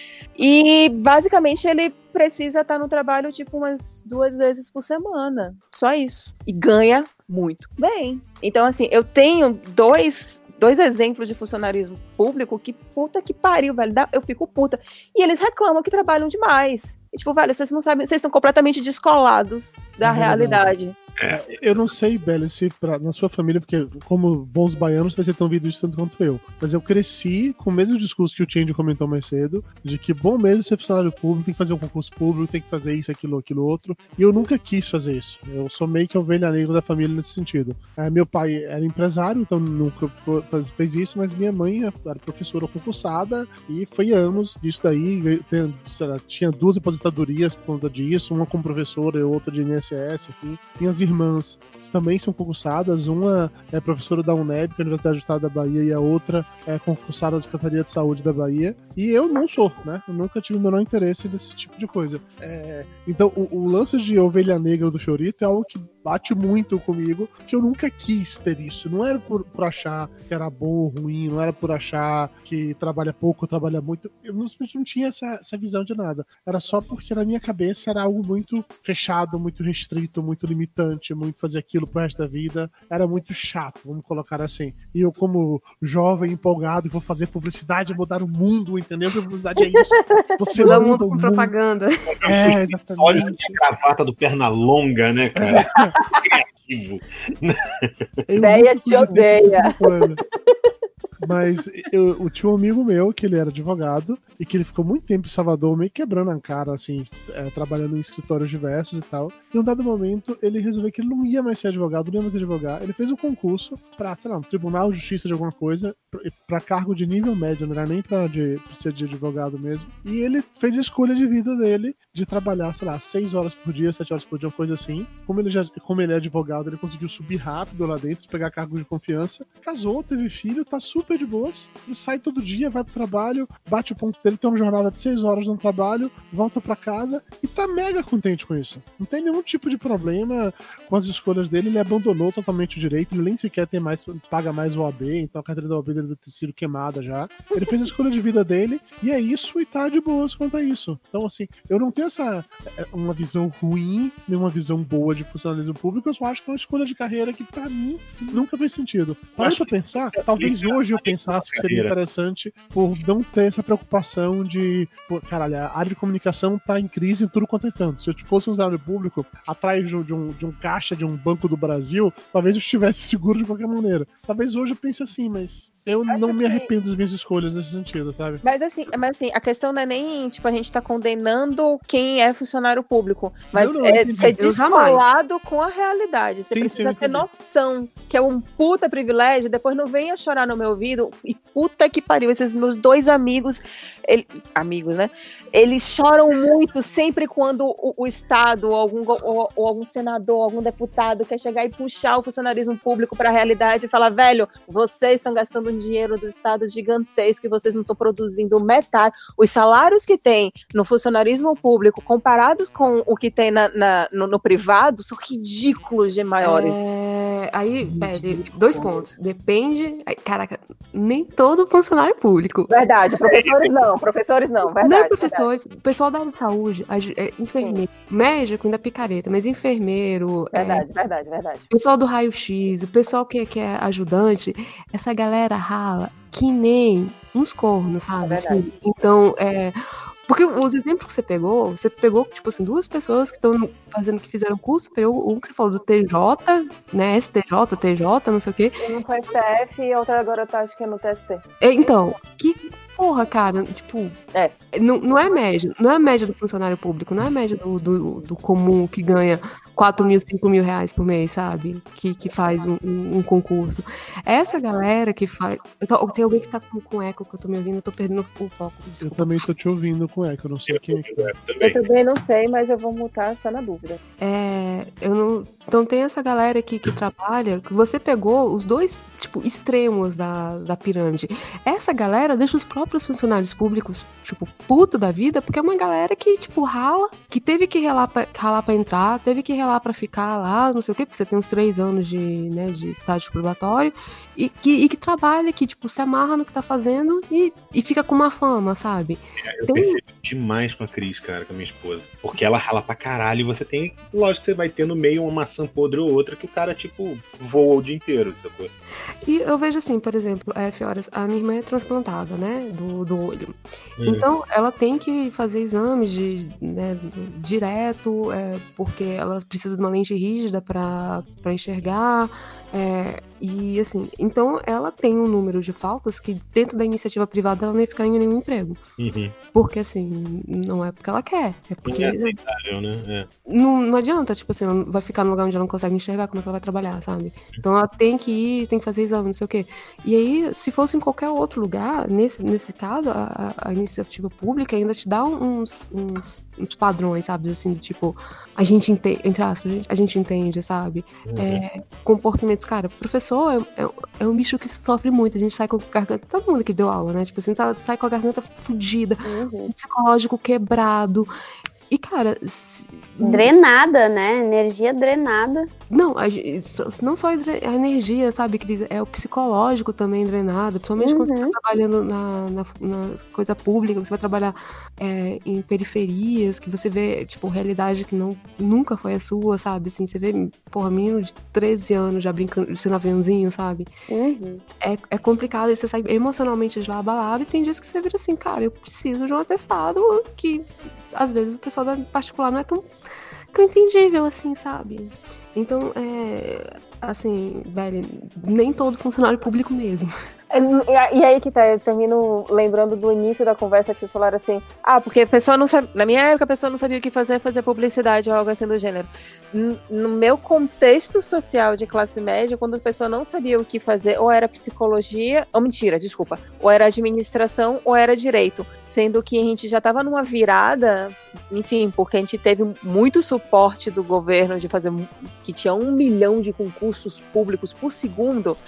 Speaker 13: E, basicamente, ele precisa estar no trabalho, tipo, umas duas vezes por semana. Só isso. E ganha muito bem. Então, assim, eu tenho dois... dois exemplos de funcionarismo público que puta que pariu, velho, eu fico puta. E eles reclamam que trabalham demais. E, tipo, velho, vocês não sabem, vocês estão completamente descolados da
Speaker 10: Não,
Speaker 13: realidade.
Speaker 10: É, eu não sei, Bela, se pra, na sua família, porque como bons baianos, vocês estão ouvindo isso tanto quanto eu. Mas eu cresci com o mesmo discurso que o Change comentou mais cedo, de que bom mesmo ser funcionário público, tem que fazer um concurso público, tem que fazer isso, aquilo, aquilo, outro. E eu nunca quis fazer isso. Eu sou meio que a ovelha negra da família nesse sentido. É, meu pai era empresário, então nunca foi, fez isso, mas minha mãe era professora concursada e foi anos disso daí. Tem, lá, tinha duas aposentadorias por conta disso, uma como professora e outra de I N S S. Enfim. Minhas irmãs também são concursadas, uma é professora da UNEB, que é a Universidade do Estado da Bahia, e a outra é concursada da Secretaria de Saúde da Bahia. E eu não sou, né? Eu nunca tive o menor interesse nesse tipo de coisa. É, então, o, o lance de ovelha negra do Fiorito é algo que bate muito comigo, que eu nunca quis ter isso. Não era por, por achar que era bom ou ruim, não era por achar que trabalha pouco ou trabalha muito. Eu não, não tinha essa, essa visão de nada. Era só porque na minha cabeça era algo muito fechado, muito restrito, muito limitante, muito fazer aquilo pro resto da vida. Era muito chato, vamos colocar assim. E eu, como jovem, empolgado, vou fazer publicidade e mudar o mundo, entendeu? Publicidade é isso. Você
Speaker 17: mudar
Speaker 10: muda
Speaker 17: o mundo com propaganda.
Speaker 10: É, exatamente.
Speaker 14: Olha a gravata do Pernalonga, né, cara? Criativo.
Speaker 13: Ideia te odeia.
Speaker 10: Mas eu, eu tinha um amigo meu que ele era advogado e que ele ficou muito tempo em Salvador meio quebrando a cara, assim, é, trabalhando em escritórios diversos e tal. E em um dado momento ele resolveu que ele não ia mais ser advogado, não ia mais advogar. Ele fez um concurso pra, sei lá, um tribunal de justiça de alguma coisa, pra, pra cargo de nível médio, não era nem pra, de, pra ser de advogado mesmo. E ele fez a escolha de vida dele de trabalhar, sei lá, seis horas por dia, sete horas por dia, uma coisa assim. Como ele, já, como ele é advogado, ele conseguiu subir rápido lá dentro, pegar cargo de confiança. Casou, teve filho, tá super de boas, ele sai todo dia, vai pro trabalho, bate o ponto dele, tem uma jornada de seis horas no trabalho, volta pra casa e tá mega contente com isso. Não tem nenhum tipo de problema com as escolhas dele, ele abandonou totalmente o direito, ele nem sequer tem mais, paga mais o O A B, então a carteira da O A B dele deve ter sido queimada já. Ele fez a escolha de vida dele e é isso, e tá de boas quanto a isso. Então, assim, eu não tenho essa uma visão ruim, nem uma visão boa de funcionalismo público, eu só acho que é uma escolha de carreira que pra mim nunca fez sentido. Para pra pensar, talvez hoje eu pensasse que seria interessante por não ter essa preocupação de, pô, caralho, a área de comunicação tá em crise em tudo quanto é canto. Se eu fosse um funcionário público atrás de um, de, um, de um caixa de um banco do Brasil, talvez eu estivesse seguro de qualquer maneira. Talvez hoje eu pense assim, mas Eu não me
Speaker 13: que-
Speaker 10: arrependo das minhas escolhas nesse sentido, sabe?
Speaker 13: Mas assim, mas assim, a questão não é nem, tipo, a gente tá condenando quem é funcionário público, mas
Speaker 10: Não, não,
Speaker 13: é
Speaker 10: entendi.
Speaker 13: ser
Speaker 10: Eu jamais.
Speaker 13: descolado com a realidade. Você
Speaker 10: Sim,
Speaker 13: precisa
Speaker 10: sim, eu
Speaker 13: ter
Speaker 10: entendi.
Speaker 13: noção que é um puta privilégio, depois não venha chorar no meu ouvido, e puta que pariu, esses meus dois amigos, ele- amigos, né? Eles choram muito sempre quando o, o Estado, ou algum, go- ou, ou algum senador, algum deputado quer chegar e puxar o funcionarismo público pra realidade e falar, velho, vocês estão gastando um dinheiro dos estados gigantesco e vocês não estão produzindo metade. Os salários que tem no funcionarismo público comparados com o que tem na, na- no, no privado são ridículos de maiores.
Speaker 17: É, aí, pede dois pontos. Depende. ai, Caraca, nem todo funcionário público.
Speaker 13: Verdade, professores não, professores não, verdade.
Speaker 17: Não é professores, o pessoal da área de saúde, a ju- é, enfermeiro, médico ainda picareta, mas enfermeiro, é,
Speaker 13: Verdade, verdade, verdade.
Speaker 17: pessoal do raio-x, o pessoal que, que é ajudante, essa galera rala que nem uns cornos, sabe?
Speaker 13: É verdade.
Speaker 17: assim? Então, é. Porque os exemplos que você pegou, você pegou, tipo assim, duas pessoas que estão fazendo, que fizeram curso, pegou um que você falou do T J, né? S T J, T J, não sei o quê.
Speaker 13: Um foi S T F e outra agora eu acho que é no T S T.
Speaker 17: É, Então, que porra, cara, tipo,
Speaker 13: É.
Speaker 17: não, não é média, não é a média do funcionário público, não é a média do, do, do comum que ganha quatro mil, cinco mil reais por mês, sabe? Que, que faz um, um- um concurso. Essa galera que faz. Eu tô- tem alguém que tá com, com eco que eu tô me ouvindo, eu tô perdendo o foco.
Speaker 10: Eu
Speaker 17: Desculpa.
Speaker 10: também tô te ouvindo com eco, eu não sei quem é que tá.
Speaker 13: Eu também não sei, mas eu vou mutar só na dúvida.
Speaker 17: É, eu não. Então tem essa galera aqui que trabalha, que você pegou os dois, tipo, extremos da, da pirâmide. Essa galera deixa os próprios funcionários públicos, tipo, puto da vida, porque é uma galera que, tipo, rala, que teve que ralar pra, ralar pra entrar, teve que ralar pra ficar lá, não sei o quê, porque você tem uns três anos de, né, de estágio probatório, e que, e que trabalha, que, tipo, se amarra no que tá fazendo e, e fica com uma fama, sabe?
Speaker 14: Eu
Speaker 17: Tem-
Speaker 14: percebo demais com a Cris, cara, com a minha esposa. Porque ela rala pra caralho e você tem. Lógico que você vai ter no meio uma maçã podre ou outra que o cara, tipo, voa o dia inteiro, sacou?
Speaker 17: E eu vejo assim, por exemplo, é, Fioras, a minha irmã é transplantada, né, do, do olho.
Speaker 14: Hum.
Speaker 17: Então, ela tem que fazer exames de, né, direto, é, porque ela precisa de uma lente rígida para enxergar. é, e assim, então ela tem um número de faltas que dentro da iniciativa privada ela não ia ficar em nenhum emprego.
Speaker 14: Uhum.
Speaker 17: Porque assim, não é porque ela quer, é porque
Speaker 14: É aceitável, né? É.
Speaker 17: não, não adianta, tipo assim, ela vai ficar num lugar onde ela não consegue enxergar, como é que ela vai trabalhar, sabe? Então ela tem que ir, tem que fazer exame, não sei o quê. E aí, se fosse em qualquer outro lugar, nesse, nesse caso, a, a iniciativa pública ainda te dá uns, uns, uns padrões, sabe? Assim, do tipo, a gente entende, entre aspas, a gente, a gente entende, sabe?
Speaker 14: Uhum.
Speaker 17: É, comportamentos, cara, professor é, é, é um bicho que sofre muito, a gente sai com a garganta, todo mundo que deu aula, né? Tipo assim, sai, sai com a garganta fodida, um psicológico quebrado. E, cara, se-
Speaker 16: Drenada, né? Energia drenada.
Speaker 17: não, a gen- só- não só a dre- a energia, sabe, Cris? É o psicológico também drenado, principalmente quando você tá trabalhando na, na, na coisa pública, você vai trabalhar é, em periferias, que você vê, tipo, realidade que não, nunca foi a sua, sabe? Assim, você vê, porra, menino de treze anos já brincando, sendo aviãozinho, sabe? É, é complicado, e você sai emocionalmente de lá abalado, e tem dias que você vira assim, cara, eu preciso de um atestado que, às vezes, o pessoal da particular não é tão, tão entendível assim, sabe? Então, é, assim, velho, nem todo funcionário público mesmo.
Speaker 13: É, E e aí que tá, eu termino lembrando do início da conversa que vocês falaram assim, ah, porque a pessoa não sabe, na minha época a pessoa não sabia o que fazer, fazer publicidade ou algo assim do gênero. N- No meu contexto social de classe média, quando a pessoa não sabia o que fazer, ou era psicologia, ou mentira, desculpa, ou era administração ou era direito, sendo que a gente já tava numa virada, enfim, porque a gente teve muito suporte do governo de fazer, mu- que tinha um milhão de concursos públicos por segundo,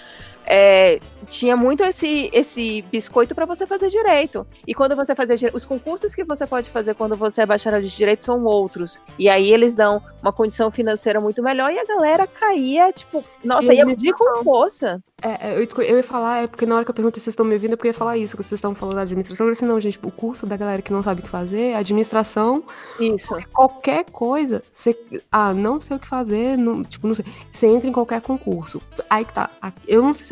Speaker 13: é, tinha muito esse, esse biscoito para você fazer direito. E quando você fazia direito, os concursos que você pode fazer quando você é bacharel de direito são outros. E aí eles dão uma condição financeira muito melhor e a galera caía, tipo, nossa,
Speaker 17: E
Speaker 13: ia
Speaker 17: a
Speaker 13: pedir com força.
Speaker 17: É, é, eu, eu ia falar, é porque na hora que eu perguntei se vocês estão me ouvindo, é porque eu ia falar isso, que vocês estão falando da administração. Eu falei assim, não, gente, o curso da galera que não sabe o que fazer é administração.
Speaker 13: Isso.
Speaker 17: Qualquer coisa, você, ah, não sei o que fazer, não, tipo, não sei. Você entra em qualquer concurso. Aí que tá. a- Eu não sei se é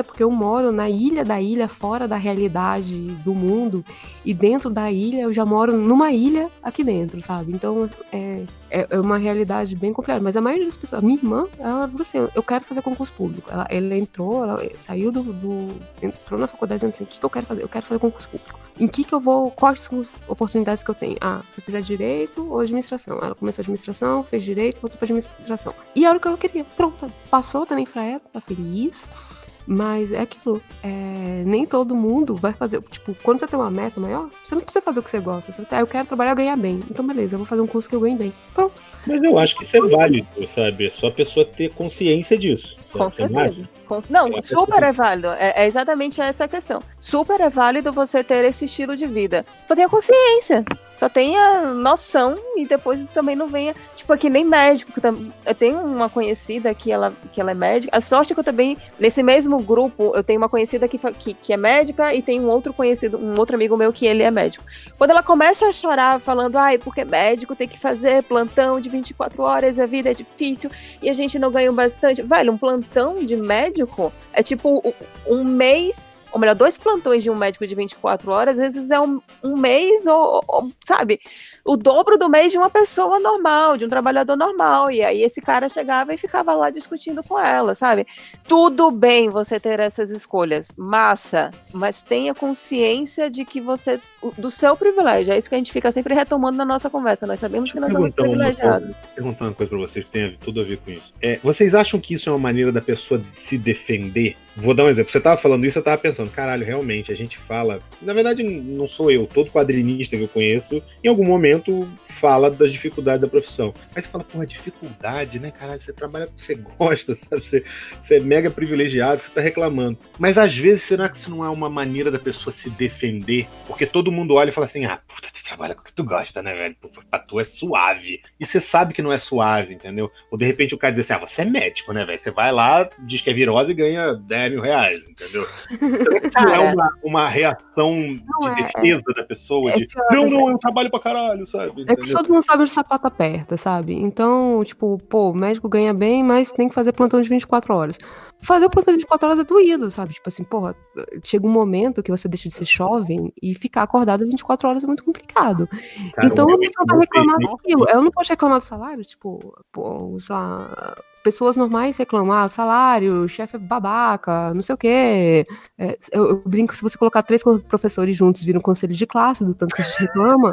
Speaker 17: porque eu moro na ilha da ilha, fora da realidade do mundo, e dentro da ilha eu já moro numa ilha aqui dentro, sabe? Então é, é uma realidade bem complicada. Mas a maioria das pessoas, a minha irmã, ela falou assim, eu quero fazer concurso público. Ela, ela entrou, ela saiu do, do... entrou na faculdade dizendo assim, o que, que eu quero fazer? Eu quero fazer concurso público. Em que que eu vou... Quais são as oportunidades que eu tenho? Ah, se eu fizer direito ou administração. Ela começou administração, fez direito, voltou pra administração. E era o que ela queria. Pronto, passou, tá na infraero, tá feliz. Mas é aquilo, é, nem todo mundo vai fazer, tipo, quando você tem uma meta maior, você não precisa fazer o que você gosta. Você vai, ah, eu quero trabalhar e ganhar bem. Então beleza, eu vou fazer um curso que eu ganhe bem. Pronto.
Speaker 14: Mas eu acho que isso é válido, sabe? É só a pessoa ter consciência disso.
Speaker 13: Com certeza. Com... Não, é super é válido. É, é exatamente essa a questão. Super é válido você ter esse estilo de vida. Só tenha consciência. Só tenha noção e depois também não venha... Tipo, aqui nem médico. Eu tenho uma conhecida que ela, que ela é médica. A sorte é que eu também, nesse mesmo grupo, eu tenho uma conhecida que, que, que é médica e tem um outro conhecido, um outro amigo meu que ele é médico. Quando ela começa a chorar falando, ai, porque médico tem que fazer plantão de vinte e quatro horas, a vida é difícil e a gente não ganha bastante. Velho, um plantão de médico é tipo um mês... ou melhor, dois plantões de um médico de vinte e quatro horas, às vezes é um, um mês, ou, ou, sabe, o dobro do mês de uma pessoa normal, de um trabalhador normal, e aí esse cara chegava e ficava lá discutindo com ela, sabe? Tudo bem você ter essas escolhas, massa, mas tenha consciência de que você, do seu privilégio, é isso que a gente fica sempre retomando na nossa conversa, nós sabemos que nós somos privilegiados.
Speaker 14: Vou perguntar uma coisa pra vocês que tem tudo a ver com isso. É, vocês acham que isso é uma maneira da pessoa se defender? Vou dar um exemplo. Você tava falando isso, eu tava pensando, caralho, realmente, a gente fala... Na verdade, não sou eu, todo quadrinista que eu conheço, em algum momento fala das dificuldades da profissão. Aí você fala, porra, dificuldade, né, caralho? Você trabalha com o que você gosta, sabe? Você, você é mega privilegiado, você tá reclamando. Mas às vezes, será que isso não é uma maneira da pessoa se defender? Porque todo mundo olha e fala assim, ah, puta, tu trabalha com o que tu gosta, né, velho? Pô, pra tu é suave. E você sabe que não é suave, entendeu? Ou de repente o cara diz assim, ah, você é médico, né, velho? Você vai lá, diz que é virose e ganha dez mil reais, entendeu? Será que isso não é uma, uma reação não de é, defesa é, da pessoa? É de, não, não, eu trabalho pra caralho, sabe?
Speaker 17: É que todo mundo sabe onde o sapato aperta, sabe? Então, tipo, pô, o médico ganha bem, mas tem que fazer plantão de vinte e quatro horas. Fazer o plantão de vinte e quatro horas é doído, sabe? Tipo assim, porra, chega um momento que você deixa de ser jovem e ficar acordado vinte e quatro horas é muito complicado. Cara, então a pessoa vai reclamar daquilo. Ela não pode reclamar do salário, tipo, pô, sei lá, pessoas normais reclamar, salário, chefe babaca, não sei o quê. É, eu, eu brinco, se você colocar três professores juntos, vira um conselho de classe, do tanto que a gente reclama.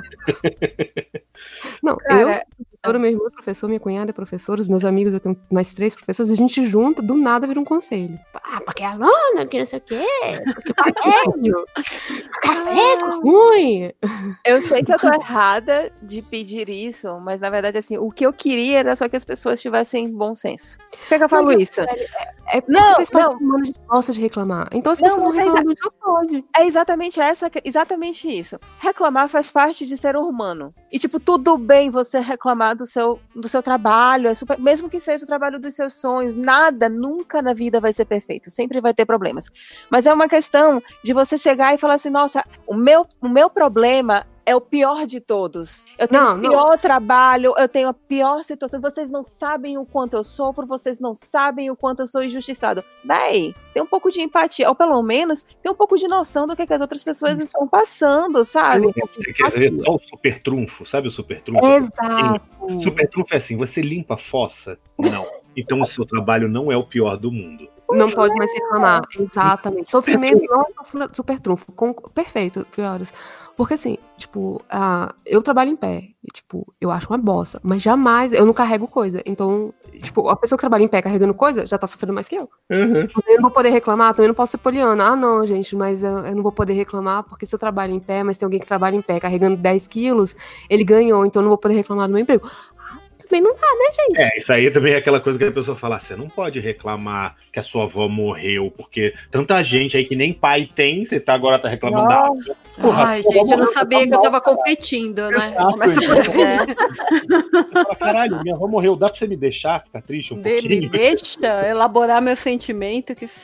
Speaker 17: Não, cara, eu, professora, meu irmão é professor, minha cunhada é professora, os meus amigos, eu tenho mais três professores, a gente junta, do nada vira um conselho. Ah, porque é aluna, que não sei o quê, porque tá velho, café tá ruim.
Speaker 13: Eu sei que eu tô errada de pedir isso, mas na verdade, assim, o que eu queria era só que as pessoas tivessem bom senso. Por que, que eu falo
Speaker 17: mas,
Speaker 13: isso?
Speaker 17: É, é porque não, faz parte do mundo, a gente gosta de reclamar. Então as não, pessoas não reclamam, já pode.
Speaker 13: É exatamente, essa, exatamente isso. Reclamar faz parte de ser humano. E, tipo, tudo bem você reclamar do seu, do seu trabalho, é super, mesmo que seja o trabalho dos seus sonhos, nada, nunca na vida vai ser perfeito, sempre vai ter problemas. Mas é uma questão de você chegar e falar assim, nossa, o meu, o meu problema é o pior de todos. Eu tenho não, o pior não. trabalho, eu tenho a pior situação. Vocês não sabem o quanto eu sofro, vocês não sabem o quanto eu sou injustiçado. Bem, tem um pouco de empatia, ou pelo menos tem um pouco de noção do que, que as outras pessoas estão passando, sabe?
Speaker 14: Você quer saber só o super trunfo, sabe o super trunfo?
Speaker 17: Exato.
Speaker 14: Super trunfo é assim, você limpa a fossa? Não. Então o seu trabalho não é o pior do mundo.
Speaker 17: Não pode mais reclamar, exatamente. Sofrimento não é super trunfo. Com... Perfeito, Fioras. Porque assim, tipo, uh, eu trabalho em pé, e, tipo, eu acho uma bosta, mas jamais, eu não carrego coisa. Então, tipo, a pessoa que trabalha em pé carregando coisa já tá sofrendo mais que eu.
Speaker 14: Uhum.
Speaker 17: Eu não vou poder reclamar, também não posso ser poliana. Ah, não, gente, mas eu, eu não vou poder reclamar porque se eu trabalho em pé, mas tem alguém que trabalha em pé carregando dez quilos, ele ganhou, então eu não vou poder reclamar do meu emprego. Também não dá, né, gente?
Speaker 14: É, isso aí também é aquela coisa que a pessoa fala, você não pode reclamar que a sua avó morreu, porque tanta gente aí que nem pai tem, você tá, agora tá reclamando da água.
Speaker 19: Porra, Ai, gente, eu não sabia que eu tava competindo, né?
Speaker 14: Exato,
Speaker 19: Começa por aí.
Speaker 14: Fala, caralho, minha avó morreu, dá pra você me deixar ficar triste um
Speaker 19: de,
Speaker 14: pouquinho?
Speaker 19: Me deixa elaborar meu sentimento, que saco.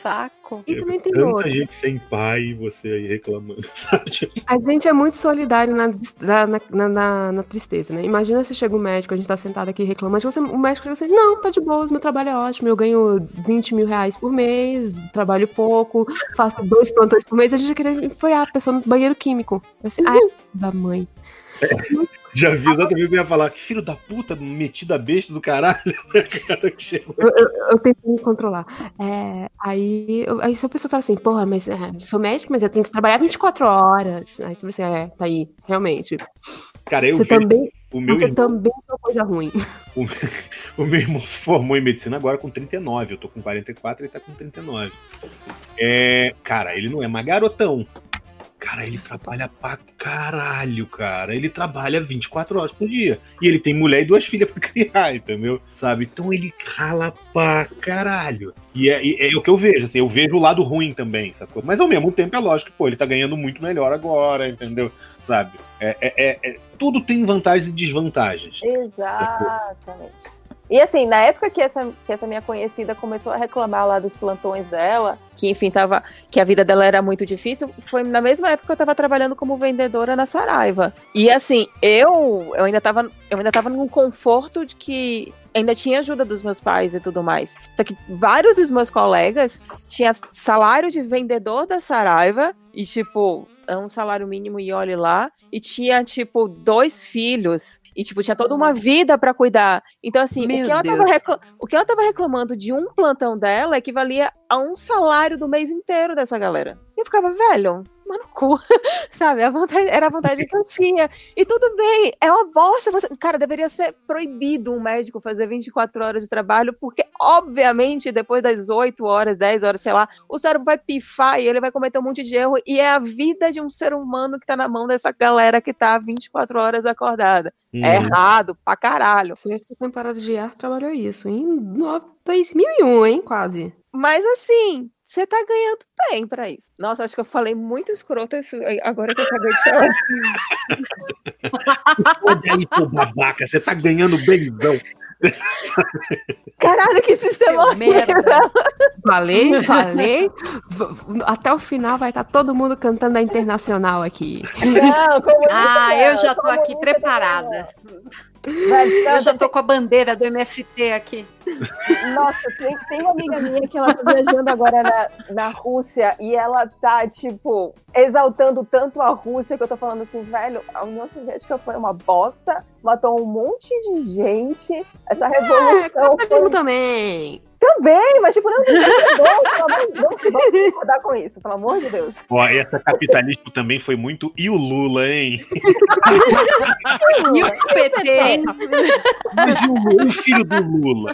Speaker 16: louco.
Speaker 17: E também tem
Speaker 14: Tanta
Speaker 17: outro.
Speaker 14: gente sem pai e você aí reclamando, sabe?
Speaker 17: A gente é muito solidário na, na, na, na, na tristeza, né? Imagina se chega um médico, a gente tá sentado aqui reclamando, você, o médico diz assim, não, tá de boas, meu trabalho é ótimo, eu ganho vinte mil reais por mês, trabalho pouco, faço dois plantões por mês, a gente já queria enfiar a pessoa no banheiro químico. Eu assim, ai, da mãe.
Speaker 14: Já vi exatamente o que eu ia falar. Que filho da puta, metida besta do caralho. Cara, que chegou.
Speaker 17: Eu, eu, eu tento me controlar. É, aí, eu, aí se a pessoa fala assim, porra, mas é, sou médico, mas eu tenho que trabalhar vinte e quatro horas. Aí você assim, é, tá aí, realmente.
Speaker 14: Cara, eu
Speaker 17: você
Speaker 14: vi
Speaker 17: também,
Speaker 14: o meu
Speaker 17: você
Speaker 14: irmão,
Speaker 17: também é uma coisa ruim.
Speaker 14: o, o meu irmão se formou em medicina agora com trinta e nove. Eu tô com quarenta e quatro e ele tá com trinta e nove. É, cara, ele não é mais garotão. Cara, ele trabalha pra caralho, cara. Ele trabalha vinte e quatro horas por dia. E ele tem mulher e duas filhas pra criar, entendeu? Sabe? Então ele rala pra caralho. E é, é, é o que eu vejo, assim. Eu vejo o lado ruim também, sacou? Mas ao mesmo tempo é lógico que, pô, ele tá ganhando muito melhor agora, entendeu? Sabe? É, é, é, é, tudo tem vantagens e desvantagens.
Speaker 13: Exatamente. E assim, na época que essa, que essa minha conhecida começou a reclamar lá dos plantões dela, que enfim, tava, que a vida dela era muito difícil, foi na mesma época que eu tava trabalhando como vendedora na Saraiva. E assim, eu, eu, ainda, tava, eu ainda tava num conforto de que ainda tinha ajuda dos meus pais e tudo mais. Só que vários dos meus colegas tinham salário de vendedor da Saraiva e tipo, é um salário mínimo e olhe lá, e tinha tipo dois filhos. E, tipo, tinha toda uma vida pra cuidar. Então, assim, o que, ela tava recla- o que ela tava reclamando de um plantão dela equivalia a um salário do mês inteiro dessa galera. E eu ficava, velho, mano, cu, sabe? A vontade, era a vontade que eu tinha. E tudo bem, é uma bosta. Você... Cara, deveria ser proibido um médico fazer vinte e quatro horas de trabalho, porque, obviamente, depois das oito horas, dez horas, sei lá, o cérebro vai pifar e ele vai cometer um monte de erro. E é a vida de um ser humano que tá na mão dessa galera que tá vinte e quatro horas acordada. Hum. É errado pra caralho.
Speaker 17: Sexta temporada de Ar trabalhou isso em dois mil e um, hein? Quase.
Speaker 13: Mas assim, você tá ganhando bem pra isso. Nossa, acho que eu falei muito escroto isso agora que eu acabei de falar.
Speaker 14: Olha aí, seu babaca, você tá ganhando bem, não.
Speaker 13: Caralho, que sistema
Speaker 17: merda. Falei, falei. Até o final vai estar todo mundo cantando a Internacional aqui.
Speaker 13: Não, como
Speaker 19: ah, eu já tô aqui preparada. Eu já tô com a bandeira do M S T aqui.
Speaker 13: Nossa, tem, tem uma amiga minha que ela tá viajando agora na, na Rússia e ela tá, tipo, exaltando tanto a Rússia que eu tô falando assim, velho, a União Soviética foi uma bosta, matou um monte de gente, essa revolução...
Speaker 17: É, foi... também.
Speaker 13: Também, mas tipo, não, não, não, não, vamos rodar com isso, pelo amor de Deus.
Speaker 14: Ó, essa capitalismo também foi muito, e o Lula, hein?
Speaker 19: E o P T?
Speaker 14: Mas e o, o filho do Lula?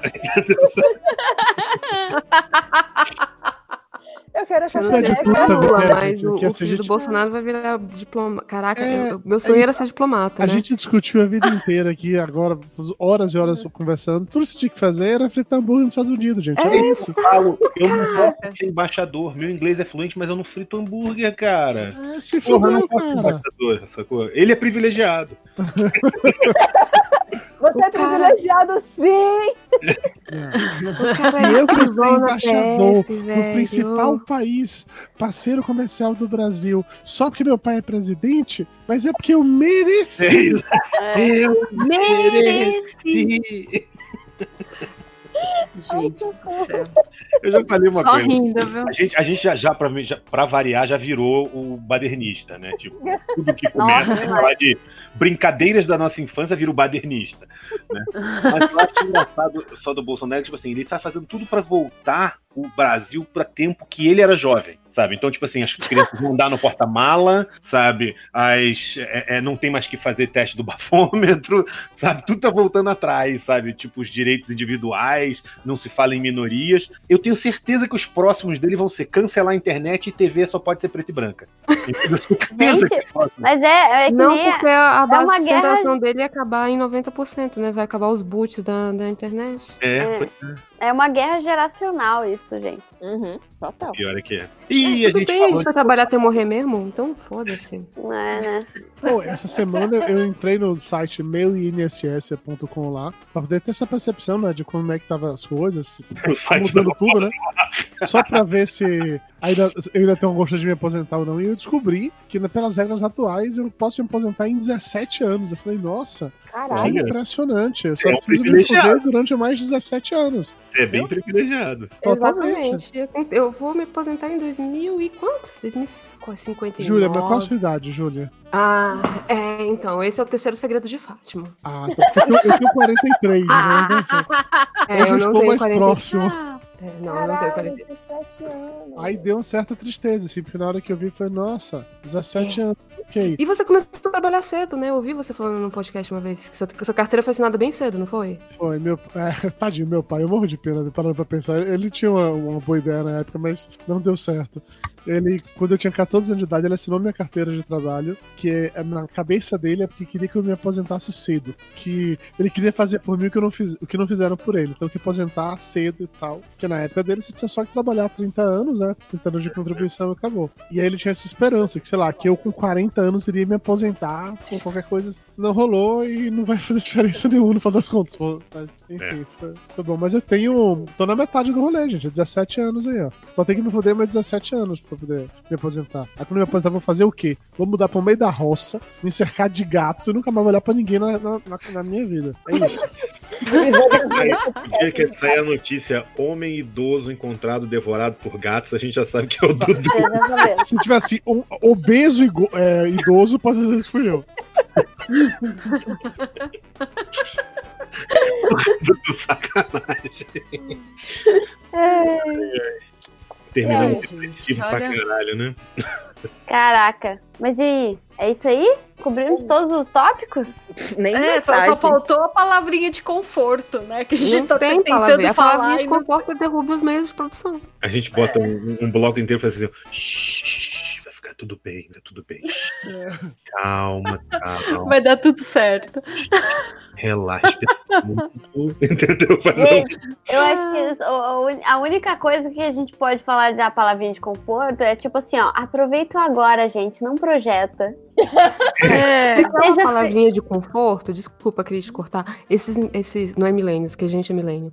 Speaker 13: Eu quero essa
Speaker 17: filho
Speaker 13: é
Speaker 17: Lula, mas o, o filho gente... do Bolsonaro vai virar diplomata. Caraca, é, eu, meu sonho era ser diplomata,
Speaker 10: A
Speaker 17: né?
Speaker 10: gente discutiu a vida inteira aqui, agora, horas e horas conversando. Tudo que você tinha que fazer era fritar hambúrguer nos Estados Unidos, gente. Era
Speaker 14: é
Speaker 10: isso.
Speaker 14: Eu, falo, eu não posso ser embaixador. Meu inglês é fluente, mas eu não frito hambúrguer, cara.
Speaker 10: É, se
Speaker 14: Porra,
Speaker 10: fudeu,
Speaker 14: eu não posso ser embaixador, sacou? Ele é privilegiado.
Speaker 13: Você é privilegiado, sim!
Speaker 10: Se eu que sou embaixador do principal país, parceiro comercial do Brasil, só porque meu pai é presidente, mas é porque eu mereci!
Speaker 19: É.
Speaker 14: Eu
Speaker 19: mereci! Gente do céu.
Speaker 14: Eu já falei uma
Speaker 19: Só
Speaker 14: coisa.
Speaker 19: rindo, viu?
Speaker 14: A gente, a gente já, já, pra, já, pra variar, já virou o badernista, né? Tipo, tudo que começa
Speaker 19: Nossa,
Speaker 14: a falar de brincadeiras da nossa infância vira o badernista. Né? Mas eu acho engraçado só do Bolsonaro, tipo assim, ele tá fazendo tudo pra voltar o Brasil pra tempo que ele era jovem, sabe? Então, tipo assim, as crianças vão andar no porta-mala, sabe? As, é, é, não tem mais que fazer teste do bafômetro, sabe? Tudo tá voltando atrás, sabe? Tipo, os direitos individuais, não se fala em minorias. Eu tenho certeza que os próximos dele vão ser cancelar a internet e T V só pode ser preta e branca.
Speaker 16: Gente, mas é, é que
Speaker 17: não,
Speaker 16: nem
Speaker 17: porque a, a
Speaker 16: é
Speaker 17: base
Speaker 16: uma
Speaker 17: de
Speaker 16: guerra...
Speaker 17: sustentação dele ia acabar em noventa por cento, né? Vai acabar os boots da, da internet.
Speaker 14: É,
Speaker 16: É.
Speaker 14: pois é.
Speaker 16: É uma guerra geracional isso, gente.
Speaker 13: Uhum, total.
Speaker 14: Pior é que é.
Speaker 17: Ih, é, a gente bem, falou... a gente vai trabalhar até morrer mesmo, então foda-se.
Speaker 16: É, né?
Speaker 10: Pô, essa semana eu entrei no site meu i n s s ponto com lá, pra poder ter essa percepção, né, de como é que tava as coisas, tá mudando tudo, né? Só pra ver se ainda, eu ainda tenho gosto de me aposentar ou não. E eu descobri que, pelas regras atuais, eu posso me aposentar em dezessete anos. Eu falei, nossa,
Speaker 16: Caralho.
Speaker 10: que impressionante. Eu só
Speaker 14: É um
Speaker 10: preciso me fuder durante mais de dezessete anos.
Speaker 14: É bem privilegiado.
Speaker 17: Exatamente. Eu, eu vou me aposentar em dois mil e quanto? dois mil e cinquenta e nove.
Speaker 10: Júlia, mas qual a sua idade, Júlia?
Speaker 17: Ah, é, então, esse é o terceiro segredo de Fátima.
Speaker 10: Ah, tá, porque eu, eu tenho quarenta e três, né?
Speaker 17: É,
Speaker 10: Hoje eu,
Speaker 17: eu
Speaker 10: estou
Speaker 17: tenho
Speaker 10: mais
Speaker 17: quarenta...
Speaker 10: próximo.
Speaker 17: É, não, eu não tenho quarenta.
Speaker 16: dezessete anos.
Speaker 10: Aí deu uma certa tristeza, assim, porque na hora que eu vi, foi, nossa, dezessete anos, ok.
Speaker 17: E você começou a trabalhar cedo, né? Eu ouvi você falando no podcast uma vez que sua, que sua carteira foi assinada bem cedo, não foi?
Speaker 10: Foi, meu é, tadinho, meu pai, eu morro de pena, parando pra pensar. Ele tinha uma, uma boa ideia na época, mas não deu certo. Ele, quando eu tinha catorze anos de idade, ele assinou minha carteira de trabalho, que é, na cabeça dele é porque queria que eu me aposentasse cedo. Que ele queria fazer por mim o que, eu não fiz, o que não fizeram por ele. Então, que aposentar cedo e tal. Porque na época dele, você tinha só que trabalhar trinta anos, né? trinta anos de contribuição e acabou. E aí ele tinha essa esperança, que sei lá, que eu com quarenta anos iria me aposentar com qualquer coisa. Não rolou e não vai fazer diferença nenhuma no final das contas. Mas, enfim, é. foi, foi bom. Mas eu tenho. Tô na metade do rolê, gente. dezessete anos aí, ó. Só tem que me foder mais dezessete anos pra poder me aposentar. Aí quando me aposentar, vou fazer o quê? Vou mudar pro meio da roça, me cercar de gato e nunca mais olhar pra ninguém na, na, na minha vida. É isso.
Speaker 14: O dia que sair a notícia: homem idoso encontrado devorado por gatos, a gente já sabe que é o Dudu.
Speaker 10: Se tivesse um obeso é, idoso, pode dizer que fui eu.
Speaker 14: Dudu, sacanagem.
Speaker 16: É.
Speaker 14: Terminamos depressivo pra caralho, né?
Speaker 16: Caraca, mas e é isso aí? Cobrimos todos os tópicos?
Speaker 13: Nem
Speaker 19: é, só, só faltou a palavrinha de conforto, né? Que a gente
Speaker 17: não
Speaker 19: tá
Speaker 17: tem
Speaker 19: tentando
Speaker 17: palavrinha.
Speaker 19: falar.
Speaker 17: A palavrinha de
Speaker 19: não...
Speaker 17: conforto derruba os meios de produção.
Speaker 14: A gente bota um, um bloco inteiro pra dizer, shh, vai ficar tudo bem, vai tudo bem. É. Calma, calma.
Speaker 19: Vai dar tudo certo.
Speaker 14: Relaxa. Entendeu?
Speaker 16: Gente, eu acho que a única coisa que a gente pode falar da palavrinha de conforto é tipo assim, ó, aproveita o agora, gente, não projeta.
Speaker 17: É, a palavrinha de conforto, desculpa, Cris, de cortar. Esses, esses, não é milênios, que a gente é milênio.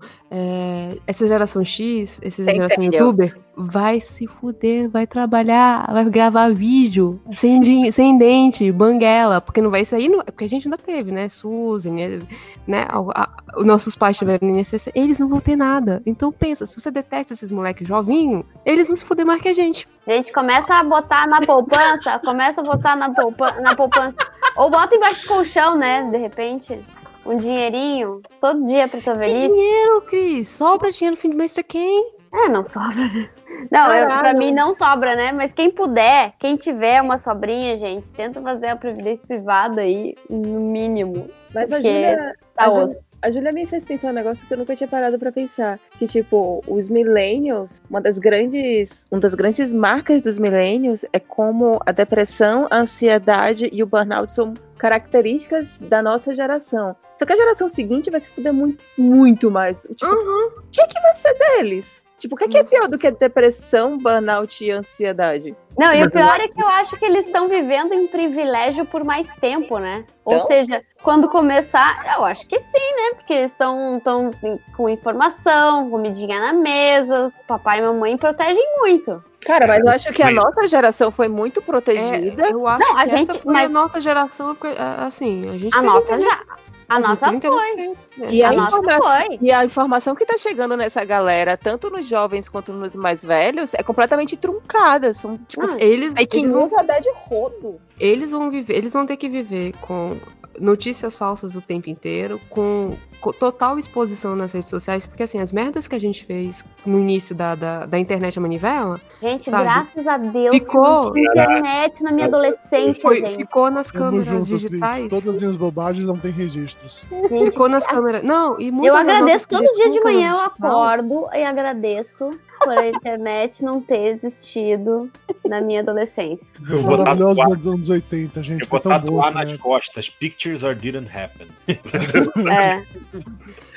Speaker 17: É, essa geração X, essa
Speaker 13: Sem
Speaker 17: geração
Speaker 13: Deus.
Speaker 17: youtuber, vai se fuder, vai trabalhar, vai gravar vídeo, sem, din- sem dente, banguela, porque não vai sair, no, porque a gente ainda teve, né, Suzy, né, né a, a, os nossos pais tiveram I N S S, eles não vão ter nada. Então pensa, se você detesta esses moleques jovinhos, eles vão se fuder mais que a gente.
Speaker 16: Gente, começa a botar na poupança, começa a botar na poupança, na poupança, ou bota embaixo do colchão, né, de repente, um dinheirinho, todo dia pra tua velhice.
Speaker 17: Que dinheiro, Cris? Sobra dinheiro no fim do mês pra quem?
Speaker 16: É, não sobra, né? Não, eu, pra mim não sobra, né? Mas quem puder, quem tiver uma sobrinha, gente, tenta fazer a previdência privada aí, no mínimo.
Speaker 13: Mas a
Speaker 16: porque
Speaker 13: Júlia,
Speaker 16: tá
Speaker 13: a,
Speaker 16: osso.
Speaker 13: Júlia, a Júlia me fez pensar um negócio que eu nunca tinha parado pra pensar. Que, tipo, os millennials, uma das grandes, uma das grandes marcas dos millennials é como a depressão, a ansiedade e o burnout são características da nossa geração. Só que a geração seguinte vai se fuder muito, muito mais. Tipo,
Speaker 17: uhum.
Speaker 13: O que é que vai ser deles? Tipo, o que é, que é pior do que depressão, burnout e ansiedade?
Speaker 16: Não, e o pior é que eu acho que eles estão vivendo em privilégio por mais tempo, né? Ou
Speaker 13: Então?
Speaker 16: seja, quando começar, eu acho que sim, né? Porque eles estão com informação, comidinha na mesa, os papai e mamãe protegem muito.
Speaker 13: Cara, mas eu acho que a nossa geração foi muito protegida.
Speaker 17: É, eu acho
Speaker 16: Não, a
Speaker 17: que
Speaker 16: gente-
Speaker 17: essa foi
Speaker 16: mas-
Speaker 17: a nossa geração, porque, assim, a gente
Speaker 16: A
Speaker 17: teve
Speaker 16: nossa
Speaker 17: internet-
Speaker 16: já. A
Speaker 17: gente
Speaker 16: nossa
Speaker 17: teve internet
Speaker 16: foi.
Speaker 17: frente, né?
Speaker 13: E a,
Speaker 16: A nossa
Speaker 13: informação,
Speaker 16: foi.
Speaker 13: e a informação que tá chegando nessa galera, tanto nos jovens quanto nos mais velhos, é completamente truncada. São, tipo,
Speaker 17: Não, eles,
Speaker 13: fake
Speaker 17: eles
Speaker 13: news
Speaker 17: vão-
Speaker 13: a dar de rodo.
Speaker 17: Eles vão viver, eles vão ter que viver com notícias falsas o tempo inteiro, com, com total exposição nas redes sociais, porque assim, as merdas que a gente fez no início da, da, da internet a manivela,
Speaker 16: Gente,
Speaker 17: sabe?
Speaker 16: graças a Deus,
Speaker 17: Ficou-
Speaker 16: não tinha internet na minha adolescência,
Speaker 17: Foi-
Speaker 16: gente.
Speaker 17: ficou nas
Speaker 10: Tamo
Speaker 17: câmeras
Speaker 10: junto,
Speaker 17: digitais.
Speaker 10: Cris. Todas as minhas bobagens não tem registros.
Speaker 16: Gente,
Speaker 17: Ficou nas câmeras. Não, e muitas
Speaker 16: eu
Speaker 17: das
Speaker 16: agradeço
Speaker 17: nossas
Speaker 16: todo dia de
Speaker 17: câmeras
Speaker 16: manhã, eu
Speaker 17: digital.
Speaker 16: acordo e agradeço por a internet não ter existido na minha adolescência.
Speaker 14: Eu vou
Speaker 10: Maravilhosos
Speaker 14: tatuar,
Speaker 10: dos anos oitenta, gente.
Speaker 14: eu
Speaker 10: Foi
Speaker 14: vou
Speaker 10: tão bom.
Speaker 14: tatuar
Speaker 10: né?
Speaker 14: nas costas. Pictures or didn't happen.
Speaker 16: É.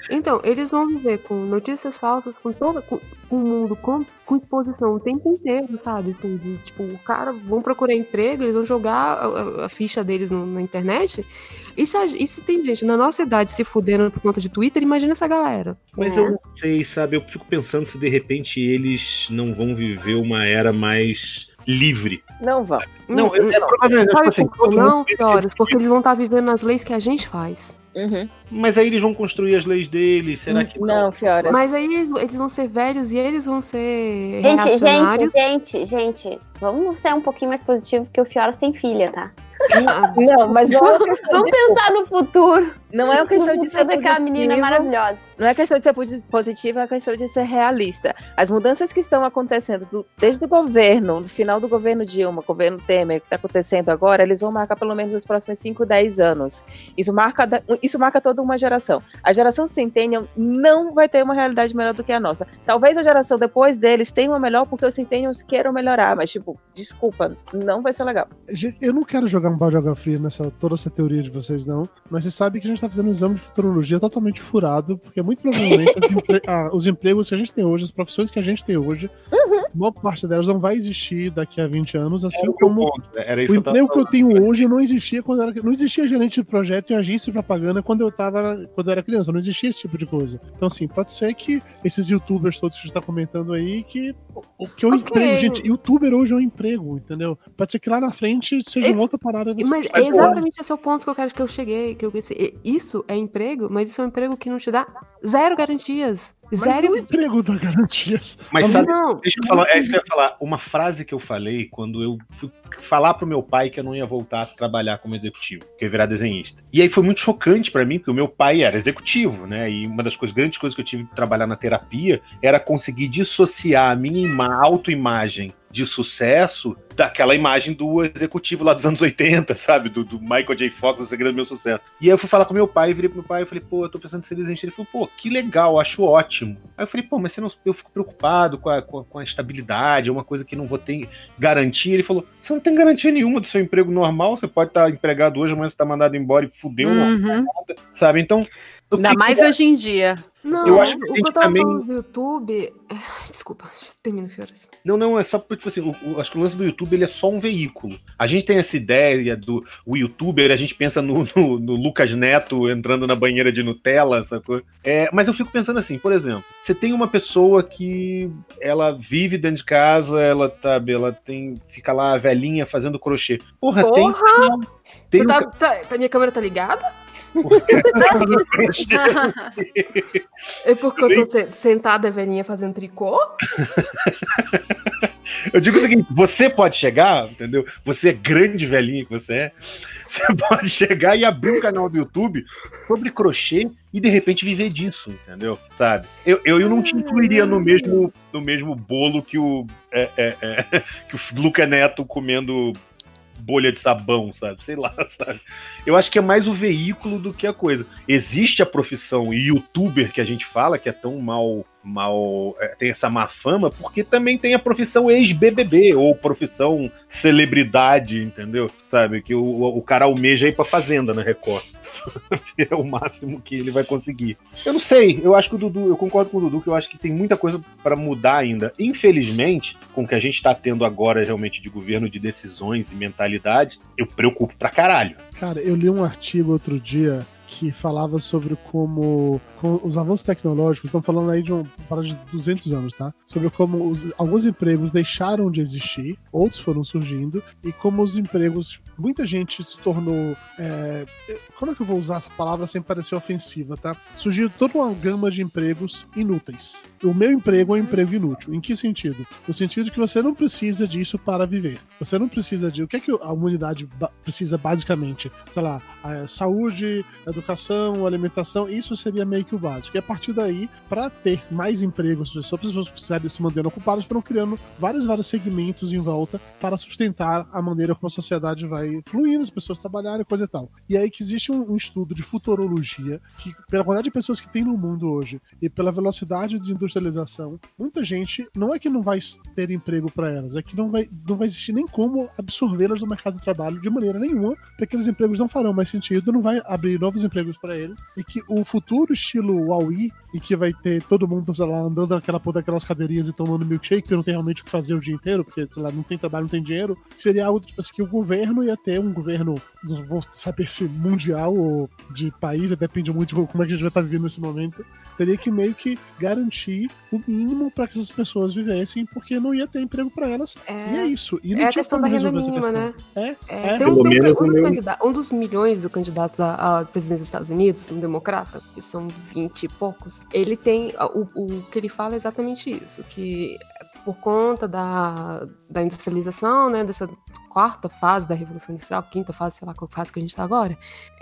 Speaker 17: Então, eles vão viver com notícias falsas, com todo com, com o mundo, com, com exposição o tempo inteiro, sabe? Assim, de, tipo, o cara vão procurar emprego, eles vão jogar a, a ficha deles no, na internet. E se, a, e se tem gente na nossa idade se fudendo por conta de Twitter, imagina essa galera.
Speaker 14: Mas eu não sei, sabe? Eu fico pensando se de repente eles não vão viver uma era mais livre.
Speaker 13: Não vão.
Speaker 14: Não, eu, é, provavelmente,
Speaker 17: Sabe
Speaker 14: tipo assim,
Speaker 17: por que não, Fioras? Porque eles vão estar vivendo as leis que a gente faz.
Speaker 13: Uhum.
Speaker 14: Mas aí eles vão construir as leis deles, será que não?
Speaker 13: Não, Fioras.
Speaker 17: Mas aí eles, eles vão ser velhos e eles vão ser
Speaker 16: Gente,
Speaker 17: reacionários.
Speaker 16: gente, gente, gente, vamos ser um pouquinho mais positivo, porque o Fioras tem filha, tá?
Speaker 13: Não, mas não é uma questão
Speaker 16: Vamos
Speaker 13: de...
Speaker 16: pensar no futuro.
Speaker 13: Não é uma questão de ser
Speaker 16: positivo. Aquela menina é maravilhosa.
Speaker 13: Não é questão de ser positiva, é uma questão de ser realista. As mudanças que estão acontecendo do, desde o governo, no final do governo Dilma, governo Temer, que está acontecendo agora, eles vão marcar pelo menos os próximos cinco, dez anos. Isso marca, isso marca toda uma geração. A geração Centennial não vai ter uma realidade melhor do que a nossa. Talvez a geração depois deles tenha uma melhor porque os Centennials queiram melhorar, mas, tipo, desculpa, não vai ser legal.
Speaker 10: Eu não quero jogar um balde de água fria nessa toda essa teoria de vocês, não, mas vocês sabem que a gente tá fazendo um exame de futurologia totalmente furado, porque muito provavelmente os, empre... ah, os empregos que a gente tem hoje, as profissões que a gente tem hoje, uhum. a maior parte delas não vai existir daqui a vinte anos, assim como
Speaker 14: Era
Speaker 10: o emprego que eu tenho hoje não existia quando eu era... não existia gerente de projeto em agência de propaganda quando eu tava, quando eu era criança, não existia esse tipo de coisa. Então, assim, pode ser que esses youtubers todos que a gente tá comentando aí, que o que é um okay. emprego, gente, youtuber hoje é um emprego, entendeu? Pode ser que lá na frente seja uma outra parada.
Speaker 17: Mas é exatamente esse é o ponto que eu quero que eu cheguei, que eu quero dizer. Isso é emprego, mas isso é um emprego que não te dá zero garantias.
Speaker 10: Mas
Speaker 17: zero
Speaker 10: não é emprego dá garantias.
Speaker 14: Mas sabe,
Speaker 17: não.
Speaker 14: deixa eu falar, é isso que eu ia falar. Uma frase que eu falei quando eu fui falar pro meu pai que eu não ia voltar a trabalhar como executivo, que eu ia virar desenhista. E aí foi muito chocante pra mim, porque o meu pai era executivo, né? E uma das coisas, grandes coisas que eu tive que trabalhar na terapia era conseguir dissociar a minha ima- autoimagem de sucesso daquela imagem do executivo lá dos anos oitenta, sabe? Do, do Michael J. Fox, o segredo do meu sucesso. E aí eu fui falar com meu pai, virei pro meu pai e falei, pô, eu tô pensando em ser desenhista. Ele falou, pô, que legal, acho ótimo. Aí eu falei, pô, mas você não, eu fico preocupado com a, com a, com a estabilidade, é uma coisa que não vou ter garantia. Ele falou, você não tem garantia nenhuma do seu emprego normal, você pode estar empregado hoje, amanhã você tá mandado embora e fudeu,
Speaker 19: Uhum.
Speaker 14: não, nada, sabe? Então...
Speaker 19: Ainda mais hoje em dia.
Speaker 17: Não,
Speaker 14: eu acho que a
Speaker 17: o
Speaker 14: gente
Speaker 17: que eu tava
Speaker 14: também...
Speaker 17: falando do YouTube... Desculpa, termina, Fioras.
Speaker 14: Não, não, é só porque, tipo assim, o, o, acho que o lance do YouTube, ele é só um veículo. A gente tem essa ideia do o youtuber, a gente pensa no, no, no Lucas Neto entrando na banheira de Nutella, sacou? É, mas eu fico pensando assim, por exemplo, você tem uma pessoa que ela vive dentro de casa, ela, tá, ela tem, fica lá velhinha fazendo crochê. Porra,
Speaker 17: Porra!
Speaker 14: tem... tem
Speaker 17: Você
Speaker 14: um...
Speaker 17: tá, tá, tá, minha câmera tá ligada? É porque eu tô se- sentada velhinha fazendo tricô?
Speaker 14: Eu digo o seguinte, você pode chegar, entendeu? Você é grande velhinha que você é, você pode chegar e abrir um canal do YouTube sobre crochê e de repente viver disso, entendeu? Sabe? Eu, eu, eu não te incluiria no mesmo, no mesmo bolo que o, é, é, é, que o Luca Neto comendo bolha de sabão, sabe? Sei lá, sabe? Eu acho que é mais o veículo do que a coisa. Existe a profissão youtuber que a gente fala, que é tão mal, mal é, tem essa má fama, porque também tem a profissão ex-B B B, ou profissão celebridade, entendeu? Sabe? Que o, o cara almeja ir pra fazenda na Record. É o máximo que ele vai conseguir. Eu não sei, eu acho que o Dudu, eu concordo com o Dudu, que eu acho que tem muita coisa para mudar ainda. Infelizmente, com o que a gente tá tendo agora realmente de governo, de decisões e mentalidade, eu preocupo pra caralho.
Speaker 10: Cara, eu li um artigo outro dia que falava sobre como, como os avanços tecnológicos, estão falando aí de uma parada de duzentos anos, tá? Sobre como os, alguns empregos deixaram de existir, outros foram surgindo, e como os empregos, muita gente se tornou, é, como é que eu vou usar essa palavra sem parecer ofensiva, tá? Surgiu toda uma gama de empregos inúteis. O meu emprego é um emprego inútil. Em que sentido? No sentido de que você não precisa disso para viver. Você não precisa de... O que é que a humanidade ba- precisa basicamente? Sei lá, a saúde, a educação, alimentação, isso seria meio que o básico. E a partir daí, para ter mais empregos, as pessoas precisarem se manterem ocupadas, foram criando vários, vários segmentos em volta para sustentar a maneira como a sociedade vai vai fluindo, as pessoas trabalharem, coisa e tal. E aí que existe um, um estudo de futurologia, que pela quantidade de pessoas que tem no mundo hoje e pela velocidade de industrialização, muita gente, não é que não vai ter emprego para elas, é que não vai, não vai existir nem como absorvê-las no mercado de trabalho de maneira nenhuma, porque aqueles empregos não farão mais sentido, não vai abrir novos empregos para eles, e que o futuro estilo Huawei, em que vai ter todo mundo, sei lá, andando naquela porra daquelas cadeirinhas e tomando milkshake, porque não tem realmente o que fazer o dia inteiro, porque, sei lá, não tem trabalho, não tem dinheiro, seria algo tipo assim, que o governo ia ter um governo, não vou saber se mundial ou de país, depende muito de como é que a gente vai estar vivendo nesse momento, teria que meio que garantir o mínimo para que essas pessoas vivessem, porque não ia ter emprego para elas,
Speaker 17: É,
Speaker 10: e é isso. E não
Speaker 17: é a
Speaker 10: tinha
Speaker 17: questão
Speaker 10: como
Speaker 17: da renda
Speaker 10: resolver essa
Speaker 17: mínima,
Speaker 10: questão.
Speaker 17: né?
Speaker 10: É,
Speaker 17: É,
Speaker 10: é.
Speaker 17: tem um, tem um,
Speaker 10: Pelo
Speaker 17: um, dos
Speaker 10: menos o
Speaker 17: candida- um dos milhões de candidatos a, a presidente dos Estados Unidos, um democrata, que são vinte e poucos, ele tem, o, o que ele fala é exatamente isso, que por conta da, da industrialização, né, dessa quarta fase da Revolução Industrial, quinta fase, sei lá qual fase que a gente está agora,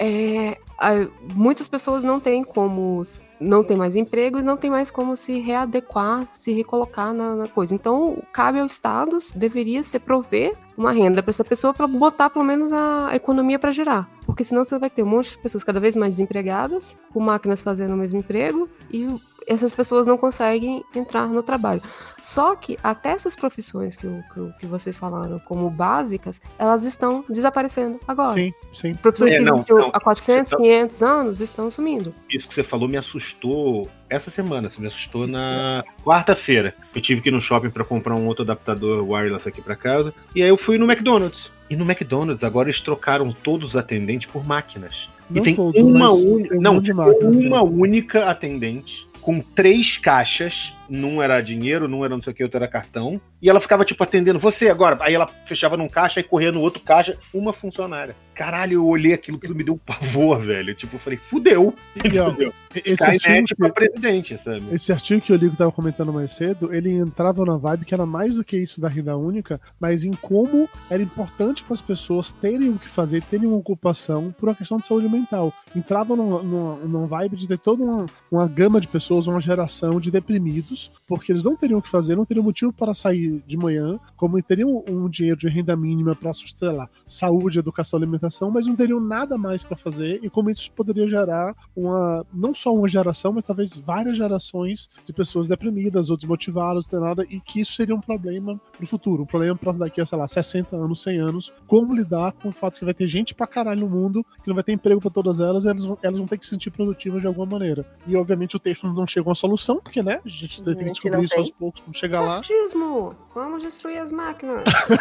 Speaker 17: é, a, muitas pessoas não têm como, não tem mais emprego e não tem mais como se readequar, se recolocar na, na coisa. Então, cabe ao Estado, deveria ser prover uma renda para essa pessoa para botar pelo menos a economia para girar. Porque senão você vai ter um monte de pessoas cada vez mais desempregadas, com máquinas fazendo o mesmo emprego, e essas pessoas não conseguem entrar no trabalho. Só que até essas profissões que, o, que, o, que vocês falaram como básicas, elas estão desaparecendo agora.
Speaker 10: Sim, sim.
Speaker 17: Profissões
Speaker 14: É,
Speaker 17: que
Speaker 14: não,
Speaker 17: existiam
Speaker 14: não.
Speaker 17: há quatrocentos, quinhentos anos estão sumindo.
Speaker 14: Isso que você falou me assustou essa semana, você me assustou na quarta-feira. Eu tive que ir no shopping para comprar um outro adaptador wireless aqui para casa, e aí eu fui no McDonald's. E no McDonald's agora eles trocaram todos os atendentes por máquinas.
Speaker 10: Não
Speaker 14: e tem
Speaker 10: todos,
Speaker 14: uma,
Speaker 10: mas
Speaker 14: uni-
Speaker 10: tem um
Speaker 14: não,
Speaker 10: monte de
Speaker 14: tem
Speaker 10: máquinas,
Speaker 14: uma
Speaker 10: sim.
Speaker 14: única atendente com três caixas. Num era dinheiro, num era não sei o que, outro era cartão. E ela ficava, tipo, atendendo você agora. Aí ela fechava num caixa e corria no outro caixa, uma funcionária. Caralho, eu olhei aquilo, aquilo me deu um pavor, velho. Tipo, eu falei, fudeu.
Speaker 10: Legal.
Speaker 14: Fudeu.
Speaker 10: Esse
Speaker 14: Skynet
Speaker 10: artigo
Speaker 14: pra presidente, sabe?
Speaker 10: Esse artigo que o Ligo estava comentando mais cedo, ele entrava na vibe que era mais do que isso da renda única, mas em como era importante para as pessoas terem o que fazer, terem uma ocupação por uma questão de saúde mental. Entrava numa, numa, numa vibe de ter toda uma, uma gama de pessoas, uma geração de deprimidos, porque eles não teriam o que fazer, não teriam motivo para sair de manhã, como teriam um dinheiro de renda mínima para sustentar saúde, educação, alimentação, mas não teriam nada mais para fazer, e como isso poderia gerar uma, não só uma geração, mas talvez várias gerações de pessoas deprimidas ou desmotivadas, não tem nada, e que isso seria um problema no futuro, um problema para daqui a, sei lá, sessenta anos, cem anos, como lidar com o fato que vai ter gente pra caralho no mundo, que não vai ter emprego para todas elas, e elas, vão- elas vão ter que se sentir produtivas de alguma maneira. E obviamente o texto não chega a uma solução, porque, né, a gente tem que descobrir isso aos poucos, quando chegar lá.
Speaker 17: Fascismo! Vamos destruir as máquinas.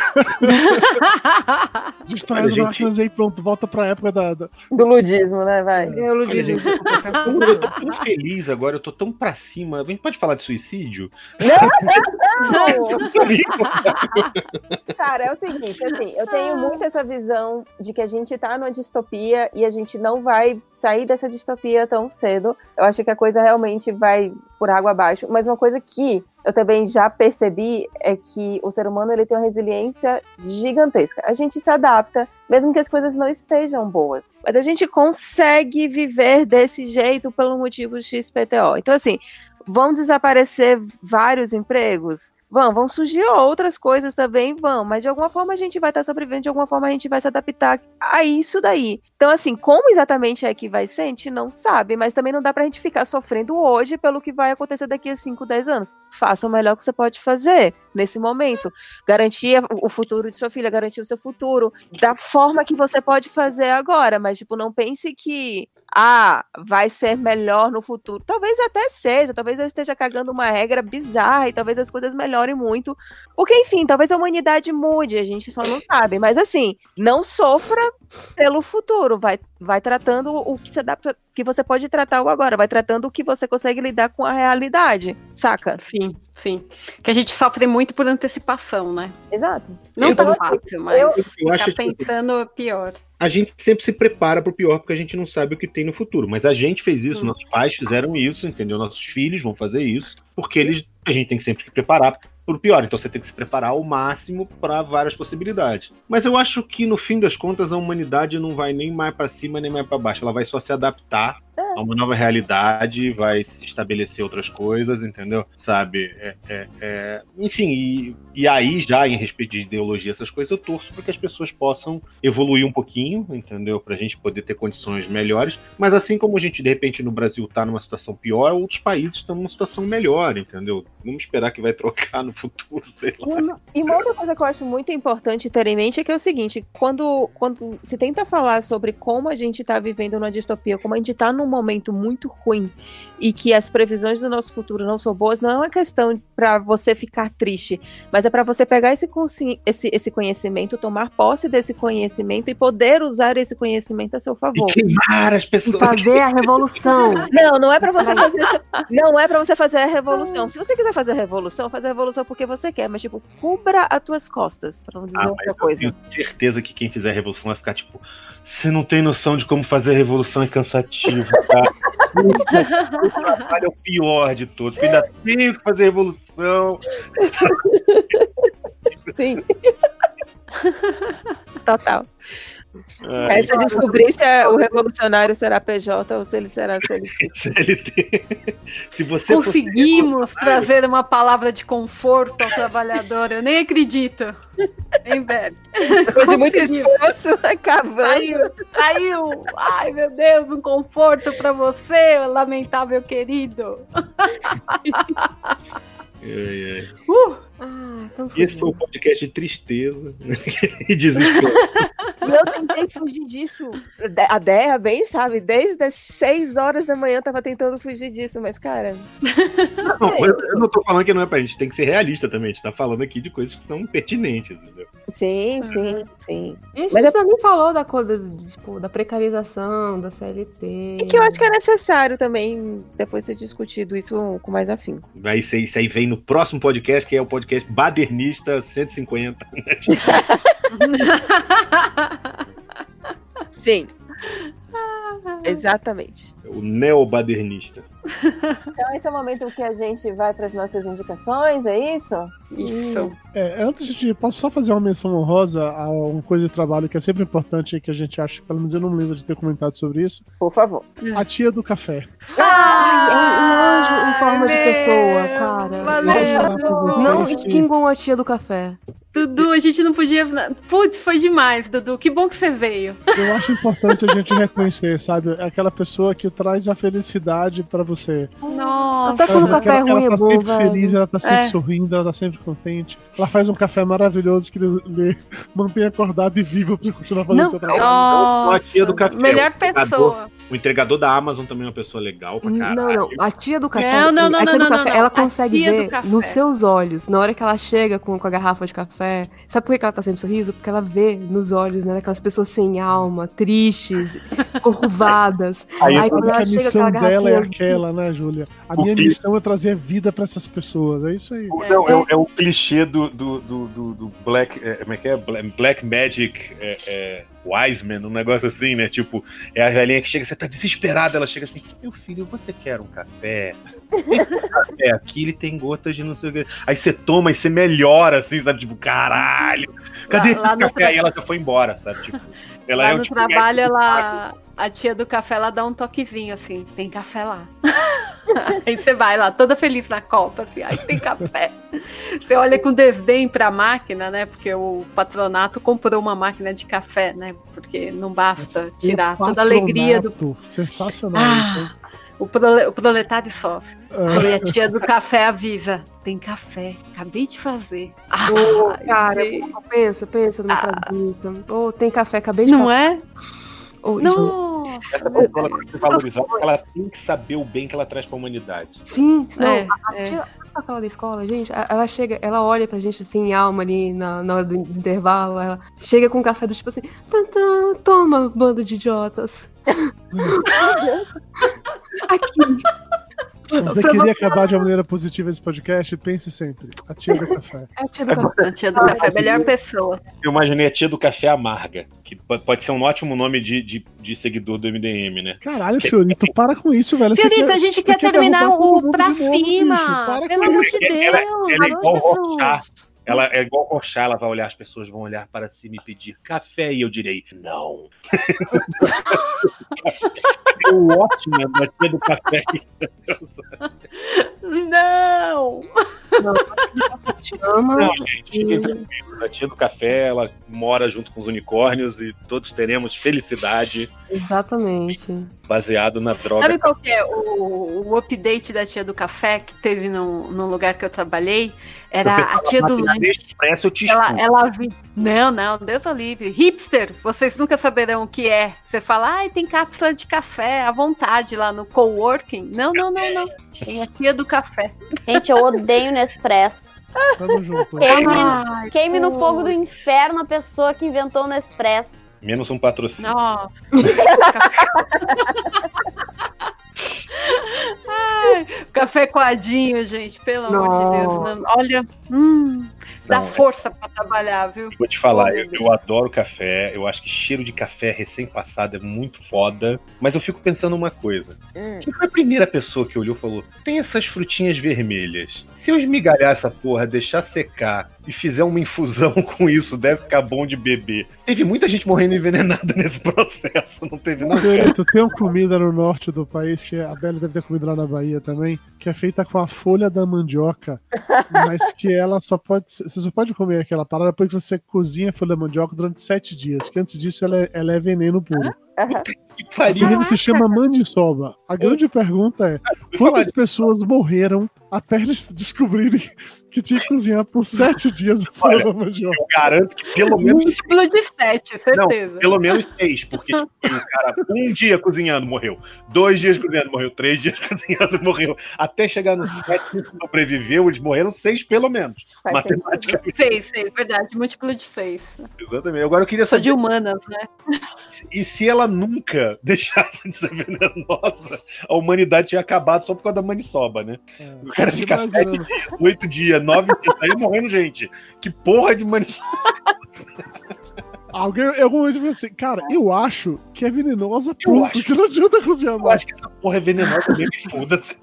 Speaker 10: Destrói
Speaker 17: Olha,
Speaker 10: as
Speaker 17: gente-
Speaker 10: máquinas e aí pronto, volta pra época da... da...
Speaker 11: Do ludismo, né, vai?
Speaker 17: É o
Speaker 14: Olha, gente, eu tô tão feliz agora, eu tô tão pra cima. A gente pode falar de suicídio?
Speaker 13: Cara, é o seguinte, assim, eu tenho muito essa visão de que a gente tá numa distopia e a gente não vai sair dessa distopia tão cedo. Eu acho que a coisa realmente vai por água abaixo. Mas uma coisa que eu também já percebi é que o ser humano ele tem uma resiliência gigantesca. A gente se adapta, mesmo que as coisas não estejam boas. Mas a gente consegue viver desse jeito pelo motivo X P T O. Então, assim, vão desaparecer vários empregos? Vão, vão surgir outras coisas também, vão, mas de alguma forma a gente vai estar sobrevivendo, de alguma forma a gente vai se adaptar a isso daí. Então, assim, como exatamente é que vai ser, a gente não sabe, mas também não dá pra gente ficar sofrendo hoje pelo que vai acontecer daqui a cinco, dez anos. Faça o melhor que você pode fazer nesse momento. Garantir o futuro de sua filha, garantir o seu futuro da forma que você pode fazer agora, mas, tipo, não pense que ah, vai ser melhor no futuro. Talvez até seja, talvez eu esteja cagando uma regra bizarra e talvez as coisas melhorem muito. Porque, enfim, talvez a humanidade mude, a gente só não sabe. Mas, assim, não sofra pelo futuro. Vai, vai tratando o que, você dá pra, que você pode tratar o agora. Vai tratando o que você consegue lidar com a realidade, saca?
Speaker 19: Sim, sim. Que a gente sofre muito por antecipação, né?
Speaker 13: Exato.
Speaker 19: Não
Speaker 14: Eu
Speaker 19: tão
Speaker 14: tô-
Speaker 19: fácil, mas
Speaker 14: eu- eu
Speaker 19: ficar
Speaker 14: acho que-
Speaker 19: pensando pior.
Speaker 14: A gente sempre se prepara pro pior porque a gente não sabe o que tem no futuro. Mas a gente fez isso,
Speaker 19: Hum.
Speaker 14: nossos pais fizeram isso, entendeu? Nossos filhos vão fazer isso, porque eles, a gente tem que sempre se preparar pro pior. Então você tem que se preparar ao máximo para várias possibilidades. Mas eu acho que no fim das contas a humanidade não vai nem mais para cima nem mais para baixo. Ela vai só se adaptar a uma nova realidade, vai se estabelecer outras coisas, entendeu? Sabe? É, é, é... Enfim, e, e aí já em respeito de ideologia, essas coisas, eu torço para que as pessoas possam evoluir um pouquinho, entendeu? Pra gente poder ter condições melhores, mas assim como a gente de repente no Brasil tá numa situação pior, outros países estão numa situação melhor, entendeu? Vamos esperar que vai trocar no futuro, sei lá.
Speaker 13: Uma, e uma outra coisa que eu acho muito importante ter em mente é que é o seguinte, quando, quando se tenta falar sobre como a gente tá vivendo numa distopia, como a gente tá num momento muito ruim e que as previsões do nosso futuro não são boas, não é uma questão pra você ficar triste, mas é pra você pegar esse, esse, esse conhecimento, tomar posse desse conhecimento e poder usar esse conhecimento a seu favor.
Speaker 14: E queimar as pessoas.
Speaker 17: E fazer a revolução.
Speaker 13: Não, não é pra você fazer, não é pra você fazer a revolução. Se você quiser fazer a revolução, fazer a revolução porque você quer, mas tipo, cubra as tuas costas, pra não dizer
Speaker 14: ah,
Speaker 13: outra
Speaker 14: eu
Speaker 13: coisa.
Speaker 14: Tenho certeza que quem fizer a revolução vai ficar tipo, você não tem noção de como fazer a revolução, é cansativo, tá? O trabalho é o pior de todos, eu ainda tenho que fazer a revolução.
Speaker 13: Sim. Total. É, Aí você descobrir se é, o revolucionário será P J ou se ele será C L T.
Speaker 14: C L T. Se você
Speaker 19: conseguimos trazer uma palavra de conforto ao trabalhador, eu nem acredito. Hein, velho?
Speaker 13: Depois de muito esforço, cavando.
Speaker 19: Saiu, saiu. Ai, meu Deus, um conforto pra você, lamentável querido.
Speaker 14: Ai, ai.
Speaker 19: Uh!
Speaker 17: Ah,
Speaker 14: e esse foi o podcast de tristeza e desespero.
Speaker 13: Eu tentei fugir disso. A Déia bem sabe, desde as seis horas da manhã eu tava tentando fugir disso, mas cara.
Speaker 14: Não, eu, eu não tô falando que não é pra gente, tem que ser realista também. A gente tá falando aqui de coisas que são pertinentes, entendeu?
Speaker 13: Sim, sim, sim.
Speaker 17: E a gente
Speaker 13: mas
Speaker 17: também é... falou da coisa, tipo, da precarização, da C L T.
Speaker 13: E que eu acho que é necessário também depois ser discutido isso com mais afinco.
Speaker 14: Vai ser isso aí, vem no próximo podcast, que é o podcast Badernista cento e cinquenta.
Speaker 13: Sim. Exatamente.
Speaker 14: O neobadernista.
Speaker 13: Então esse é o momento que a gente vai para as nossas indicações, é isso?
Speaker 19: Isso.
Speaker 10: É, antes de... Posso só fazer uma menção honrosa a uma coisa de trabalho que é sempre importante e que a gente acha, pelo menos eu não me lembro de ter comentado sobre isso.
Speaker 13: Por favor.
Speaker 10: A tia do café.
Speaker 17: Ah, é um anjo em forma de pessoa, cara.
Speaker 19: Valeu.
Speaker 17: Não extingam a tia do café.
Speaker 19: Dudu, a gente não podia... Putz, foi demais, Dudu. Que bom que você veio.
Speaker 10: Eu acho importante a gente reconhecer, sabe? Aquela pessoa que traz a felicidade pra você.
Speaker 19: Nossa.
Speaker 17: Até quando o café é ruim,
Speaker 10: ela
Speaker 17: é
Speaker 10: tá
Speaker 17: bom,
Speaker 10: sempre
Speaker 17: velho.
Speaker 10: feliz, ela tá sempre
Speaker 19: É.
Speaker 10: sorrindo, ela tá sempre contente. Ela faz um café maravilhoso que ele, ele mantém acordado e vivo pra continuar fazendo
Speaker 19: Não.
Speaker 10: seu trabalho.
Speaker 19: Nossa.
Speaker 14: A tia do café.
Speaker 19: Melhor
Speaker 14: o entregador-
Speaker 19: pessoa.
Speaker 14: O entregador da Amazon também é uma pessoa legal pra caralho.
Speaker 17: Não, não. A tia do café.
Speaker 19: Não, não, não,
Speaker 17: a tia
Speaker 19: não,
Speaker 17: do
Speaker 19: não,
Speaker 17: café,
Speaker 19: não.
Speaker 17: ela
Speaker 19: A
Speaker 17: consegue
Speaker 19: tia do
Speaker 17: ver
Speaker 19: café.
Speaker 17: nos seus olhos, na hora que ela chega com, com a garrafa de café. Sabe por que ela tá sempre sorriso? Porque ela vê nos olhos, né? Daquelas pessoas sem alma, tristes, corruvadas.
Speaker 10: Aí,
Speaker 17: Aí
Speaker 10: quando
Speaker 17: quando
Speaker 10: a
Speaker 17: ela chega com
Speaker 10: missão
Speaker 17: aquela
Speaker 10: dela é
Speaker 17: garrafinha.
Speaker 10: aquela, né, Júlia? A minha
Speaker 14: Porque-
Speaker 10: missão é trazer vida pra essas pessoas, é isso aí.
Speaker 14: Não, é, o- é o clichê do, do, do, do- do Black. É, como é que é? Bla- Black Magic é, é, Wiseman, um negócio assim, né? Tipo, é a velhinha que chega, você tá desesperada, ela chega assim, meu filho, você quer um café? Esse café aqui, ele tem gotas de não sei o que. Aí você toma e você melhora, assim, sabe? Tipo, caralho, cadê
Speaker 19: Lá- lá
Speaker 14: esse
Speaker 19: no
Speaker 14: café?
Speaker 19: tra-
Speaker 14: Aí ela já foi embora, sabe? Tipo, ela
Speaker 19: Lá
Speaker 14: é o
Speaker 19: no
Speaker 14: tipo
Speaker 19: trabalho,
Speaker 14: médico do
Speaker 19: ela... a tia do café, ela dá um toquezinho assim, tem café lá. Aí você vai lá, toda feliz na copa, assim, aí tem café. Você olha com desdém pra máquina, né? Porque o patronato comprou uma máquina de café, né? Porque não basta tirar toda a alegria do...
Speaker 10: Patronato, sensacional.
Speaker 19: Ah, o, prole- o proletário sofre.
Speaker 10: Ah.
Speaker 19: Aí a tia do café avisa, tem café, acabei de fazer.
Speaker 17: Ô,
Speaker 19: Ai,
Speaker 17: cara,
Speaker 19: gente.
Speaker 17: pô, pensa, pensa numa frase. Ô, tem café, acabei de
Speaker 19: Não
Speaker 17: falar.
Speaker 19: é?
Speaker 17: Ô,
Speaker 19: Não.
Speaker 14: Essa pessoa ela tem que ser valorizada porque ela tem que saber o bem que ela traz pra humanidade.
Speaker 17: Sim, não,
Speaker 19: É,
Speaker 17: a, a
Speaker 19: é.
Speaker 17: tia, sabe aquela da escola, gente, a- ela chega, ela olha pra gente assim, em alma ali, na, na hora do intervalo, ela chega com um café do tipo assim, tantã, toma, bando de idiotas. Aqui.
Speaker 10: Você queria acabar de uma maneira positiva esse podcast? Pense sempre. A tia do café.
Speaker 17: É a tia do café.
Speaker 19: A tia do café, melhor pessoa.
Speaker 14: Eu imaginei a tia do café amarga, que po- pode ser um ótimo nome de, de, de seguidor do M D M, né?
Speaker 10: Caralho, Fiorito, para com isso, velho. Você
Speaker 19: Fiorito,
Speaker 10: quer-
Speaker 19: a gente
Speaker 10: você
Speaker 19: quer terminar
Speaker 10: derrubar todo
Speaker 19: o
Speaker 10: mundo
Speaker 19: pra
Speaker 10: de novo,
Speaker 19: cima.
Speaker 10: bicho. Para
Speaker 19: Pelo
Speaker 10: com
Speaker 19: amor
Speaker 10: isso.
Speaker 19: de Deus.
Speaker 14: Ela, ela é
Speaker 19: pelo
Speaker 14: igual
Speaker 19: amor de
Speaker 14: o Rockstar.
Speaker 19: Jesus.
Speaker 14: Ela é igual Rorschach, ela vai olhar, as pessoas vão olhar para cima e pedir café, e eu direi, não. O ótimo da tia do café.
Speaker 19: Não!
Speaker 17: Chama.
Speaker 14: Não, gente, fiquem tranquilos. A tia do café, ela mora junto com os unicórnios e todos teremos felicidade.
Speaker 17: Exatamente.
Speaker 14: Baseado na droga.
Speaker 19: Sabe qual que é o, o update da tia do café que teve no, no lugar que eu trabalhei? Era a tia do lanche.
Speaker 14: Expresso, eu te
Speaker 19: Ela, ela vi... Não, não, Deus o livre. Hipster, vocês nunca saberão o que é. Você fala, ai, tem cápsula de café à vontade lá no coworking. Não, não, não, não. Tem a tia do café.
Speaker 16: Gente, eu odeio Nespresso.
Speaker 10: Tamo junto.
Speaker 16: Queime,
Speaker 19: Ai,
Speaker 16: queime no
Speaker 19: pô.
Speaker 16: fogo do inferno a pessoa que inventou o Nespresso.
Speaker 14: Menos um patrocínio.
Speaker 19: Nossa. Ai, café coadinho, gente, pelo amor de Deus. Não, olha, hum, dá
Speaker 14: Não, é-
Speaker 19: força pra trabalhar, viu?
Speaker 14: Vou te falar,
Speaker 19: Oh,
Speaker 14: eu, eu adoro café, eu acho que cheiro de café recém-passado é muito foda, mas eu fico pensando uma coisa. Quem foi a primeira pessoa que olhou e falou, tem essas frutinhas vermelhas, se eu esmigalhar essa porra, deixar secar e fizer uma infusão com isso, deve ficar bom de beber. Teve muita gente morrendo envenenada nesse processo, não teve não?
Speaker 10: Querido, tem uma comida no norte do país, que a Bela deve ter comido lá na Bahia também, que é feita com a folha da mandioca, mas que ela só pode ser, você só pode comer aquela parada depois que você cozinha a folha da mandioca durante sete dias, porque antes disso ela é, ela é veneno puro. A comida se chama maniçoba. A grande pergunta é, quantas pessoas morreram até eles descobrirem que tinha que cozinhar por sete dias a folha da mandioca?
Speaker 14: Eu garanto que pelo menos...
Speaker 19: Múltiplo de sete, certeza.
Speaker 14: Não, pelo menos seis, porque tipo, o cara um dia cozinhando morreu, dois dias cozinhando morreu, três dias cozinhando morreu, até chegar no sétimo sobreviveu, eles morreram seis pelo menos.
Speaker 19: Faz
Speaker 14: Matematicamente.
Speaker 19: Seis, seis, verdade, múltiplo de seis.
Speaker 14: Exatamente. Agora eu queria
Speaker 19: Sou
Speaker 14: saber.
Speaker 19: de humanas, né?
Speaker 14: E se ela nunca deixasse de ser venenosa, a humanidade tinha acabado só por causa da maniçoba, né? O cara fica sete dias, oito dias, nove dias, aí morrendo gente. Que porra de maniçoba.
Speaker 10: Alguém, alguma vez eu falei assim, cara, eu acho que é venenosa, pronto, que não adianta cozinhar mais.
Speaker 14: Eu acho que essa porra é venenosa mesmo, foda-se.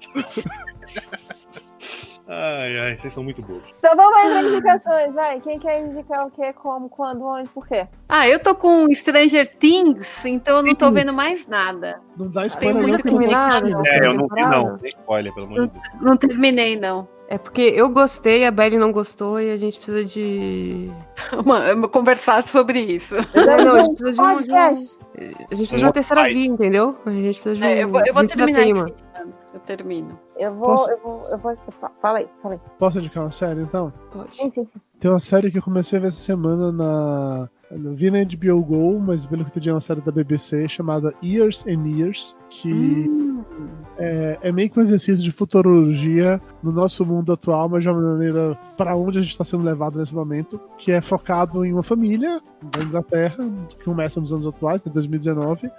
Speaker 14: Ai, ai, vocês são muito bons.
Speaker 16: Então vamos às indicações, vai. Quem quer indicar o que, como, quando, onde, por quê?
Speaker 19: Ah, eu tô com Stranger Things, então eu não tô vendo mais nada.
Speaker 10: Não dá
Speaker 19: Tem
Speaker 10: spoiler não,
Speaker 19: muita
Speaker 10: que eu não tô assistindo.
Speaker 14: É, eu não vi não. Tem spoiler, pelo amor de Deus.
Speaker 19: Não terminei, não.
Speaker 17: É porque eu gostei, a Belly não gostou e a gente precisa de.
Speaker 19: Uma- conversar sobre isso.
Speaker 17: Não, não, a gente precisa de um. de um-
Speaker 16: Podcast.
Speaker 17: A gente precisa de uma terceira via, entendeu? A gente precisa de um.
Speaker 19: É, eu vou, eu vou
Speaker 17: de um
Speaker 19: terminar
Speaker 17: tema.
Speaker 19: aqui. Eu termino.
Speaker 16: Eu vou,
Speaker 10: Posso?
Speaker 16: eu vou, eu vou. Fala aí, fala aí.
Speaker 10: Posso indicar uma série, então?
Speaker 17: Pode.
Speaker 16: Sim, sim, sim.
Speaker 10: Tem uma série que eu comecei a ver essa semana na... Eu vi na H B O Go, mas pelo que eu entendi é uma série da B B C chamada Years and Years, que
Speaker 19: Hum.
Speaker 10: é, é meio que um exercício de futurologia no nosso mundo atual, mas de uma maneira para onde a gente está sendo levado nesse momento, que é focado em uma família da Inglaterra, que começa nos anos atuais, em dois mil e dezenove,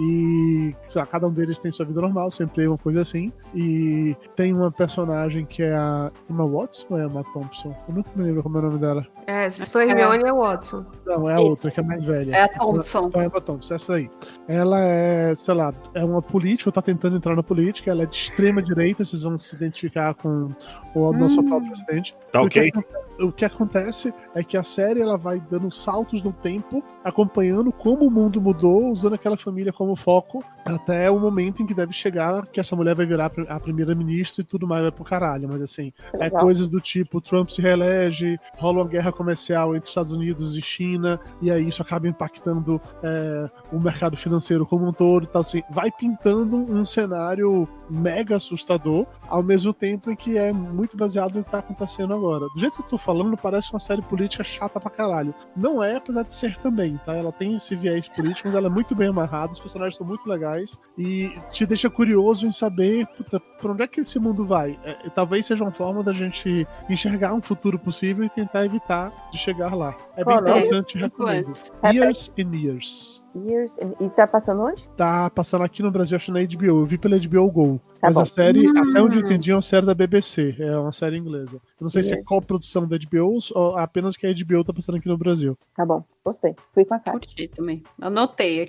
Speaker 10: e sei lá, cada um deles tem sua vida normal, seu emprego, uma coisa assim, e tem uma personagem que é a Emma Watson ou é a Emma Thompson? Eu nunca me lembro como é o nome dela.
Speaker 17: É, se for Hermione é Watson.
Speaker 10: Não, é a
Speaker 17: Isso.
Speaker 10: outra, que é mais velha.
Speaker 19: É a Thompson.
Speaker 10: Então é a Emma Thompson, essa aí. Ela é, sei lá, é uma política, tá tentando entrar na política, ela é de extrema direita, vocês vão se identificar com o nosso
Speaker 19: Hum.
Speaker 10: atual presidente.
Speaker 14: Tá
Speaker 10: o,
Speaker 14: ok.
Speaker 10: que, acon- o que acontece é que a série ela vai dando saltos no tempo, acompanhando como o mundo mudou, usando aquela família como foco, até o momento em que deve chegar que essa mulher vai virar a pri- a primeira-ministra e tudo mais vai pro caralho. Mas assim, é
Speaker 16: Legal.
Speaker 10: coisas do tipo, Trump se reelege, rola uma guerra comercial entre Estados Unidos e China, e aí isso acaba impactando é, o mercado financeiro como um todo. Então, assim, vai pintando um cenário mega assustador, ao mesmo tempo em que é muito baseado no que tá acontecendo agora. Do jeito que eu tô falando, parece uma série política chata pra caralho. Não é, apesar de ser também, tá? Ela tem esse viés político, mas ela é muito bem amarrada, os personagens são muito legais e te deixa curioso em saber, puta, pra onde é que esse mundo vai? É, talvez seja uma forma da gente enxergar um futuro possível e tentar evitar de chegar lá. É bem
Speaker 16: Qual nome?
Speaker 10: interessante, recomendo. Years and Years.
Speaker 16: Years and... E tá passando onde?
Speaker 10: Tá passando aqui no Brasil, acho na H B O. Eu vi pela H B O Go.
Speaker 16: Tá
Speaker 10: Mas
Speaker 16: bom.
Speaker 10: a série,
Speaker 16: Hum.
Speaker 10: até onde eu entendi, é uma série da B B C. É uma série inglesa. Eu não sei se é
Speaker 16: Yes.
Speaker 10: co-produção da H B O ou apenas que a H B O tá passando aqui no Brasil.
Speaker 16: Tá bom, gostei. Fui com a cara.
Speaker 19: Curti também. Anotei aqui.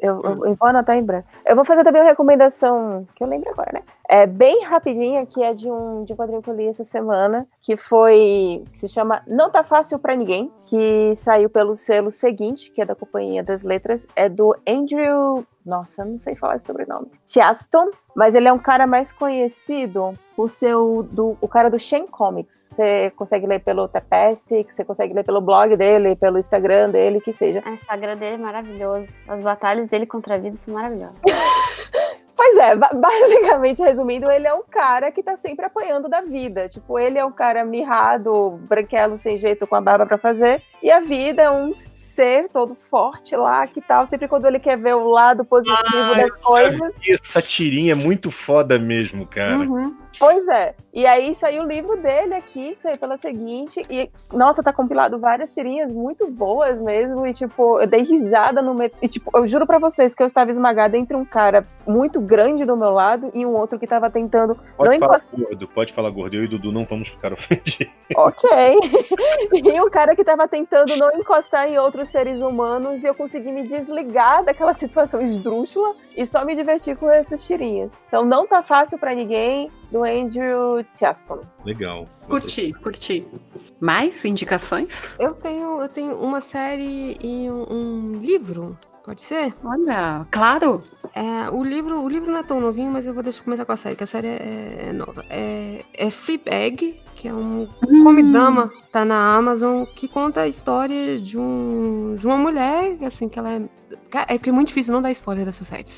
Speaker 13: Eu, eu, eu vou anotar em branco. Eu vou fazer também uma recomendação, que eu lembro agora, né? É bem rapidinha, que é de um, de um quadrinho que eu li essa semana, que foi, que se chama Não Tá Fácil Pra Ninguém, que saiu pelo selo Seguinte, que é da Companhia das Letras, é do Andrew... Nossa, não sei falar esse sobrenome. Tiaston, mas ele é um cara mais conhecido por ser o, do, o cara do Shen Comics. Você consegue ler pelo T P S, você consegue ler pelo blog dele, pelo Instagram dele, que seja.
Speaker 16: O Instagram dele é maravilhoso. As batalhas dele contra a vida são maravilhosas.
Speaker 13: Pois é, basicamente, resumindo, ele é um cara que tá sempre apanhando da vida. Tipo, ele é um cara mirrado, branquelo, sem jeito, com a barba pra fazer. E a vida é um ser todo forte lá, que tal, sempre quando ele quer ver o lado positivo
Speaker 14: ah,
Speaker 13: das coisas.
Speaker 14: Essa tirinha é muito foda mesmo, cara.
Speaker 13: Uhum. Pois é. E aí saiu o livro dele aqui, que saiu pela Seguinte, e, nossa, tá compilado várias tirinhas muito boas mesmo, e tipo, eu dei risada no meio, e tipo, eu juro pra vocês que eu estava esmagada entre um cara muito grande do meu lado e um outro que tava tentando
Speaker 14: pode
Speaker 13: não
Speaker 14: falar
Speaker 13: encostar.
Speaker 14: gordo, pode falar gordo, eu e Dudu não vamos ficar ofendidos.
Speaker 13: Ok. E um cara que tava tentando não encostar em outros seres humanos, e eu consegui me desligar daquela situação esdrúxula e só me divertir com essas tirinhas. Então não tá fácil pra ninguém, do Andrew Tiaston.
Speaker 14: Legal.
Speaker 19: Curti, curti. Mais indicações?
Speaker 17: Eu tenho, eu tenho uma série e um, um livro. Pode ser?
Speaker 19: Olha, claro.
Speaker 17: É, o, livro, o livro não é tão novinho, mas eu vou deixar começar com a série, que a série é, é nova. É, é Fleabag, que é um hum. come-drama, tá na Amazon, que conta a história de, um, de uma mulher, assim, que ela é... É porque é muito difícil não dar spoiler dessas séries.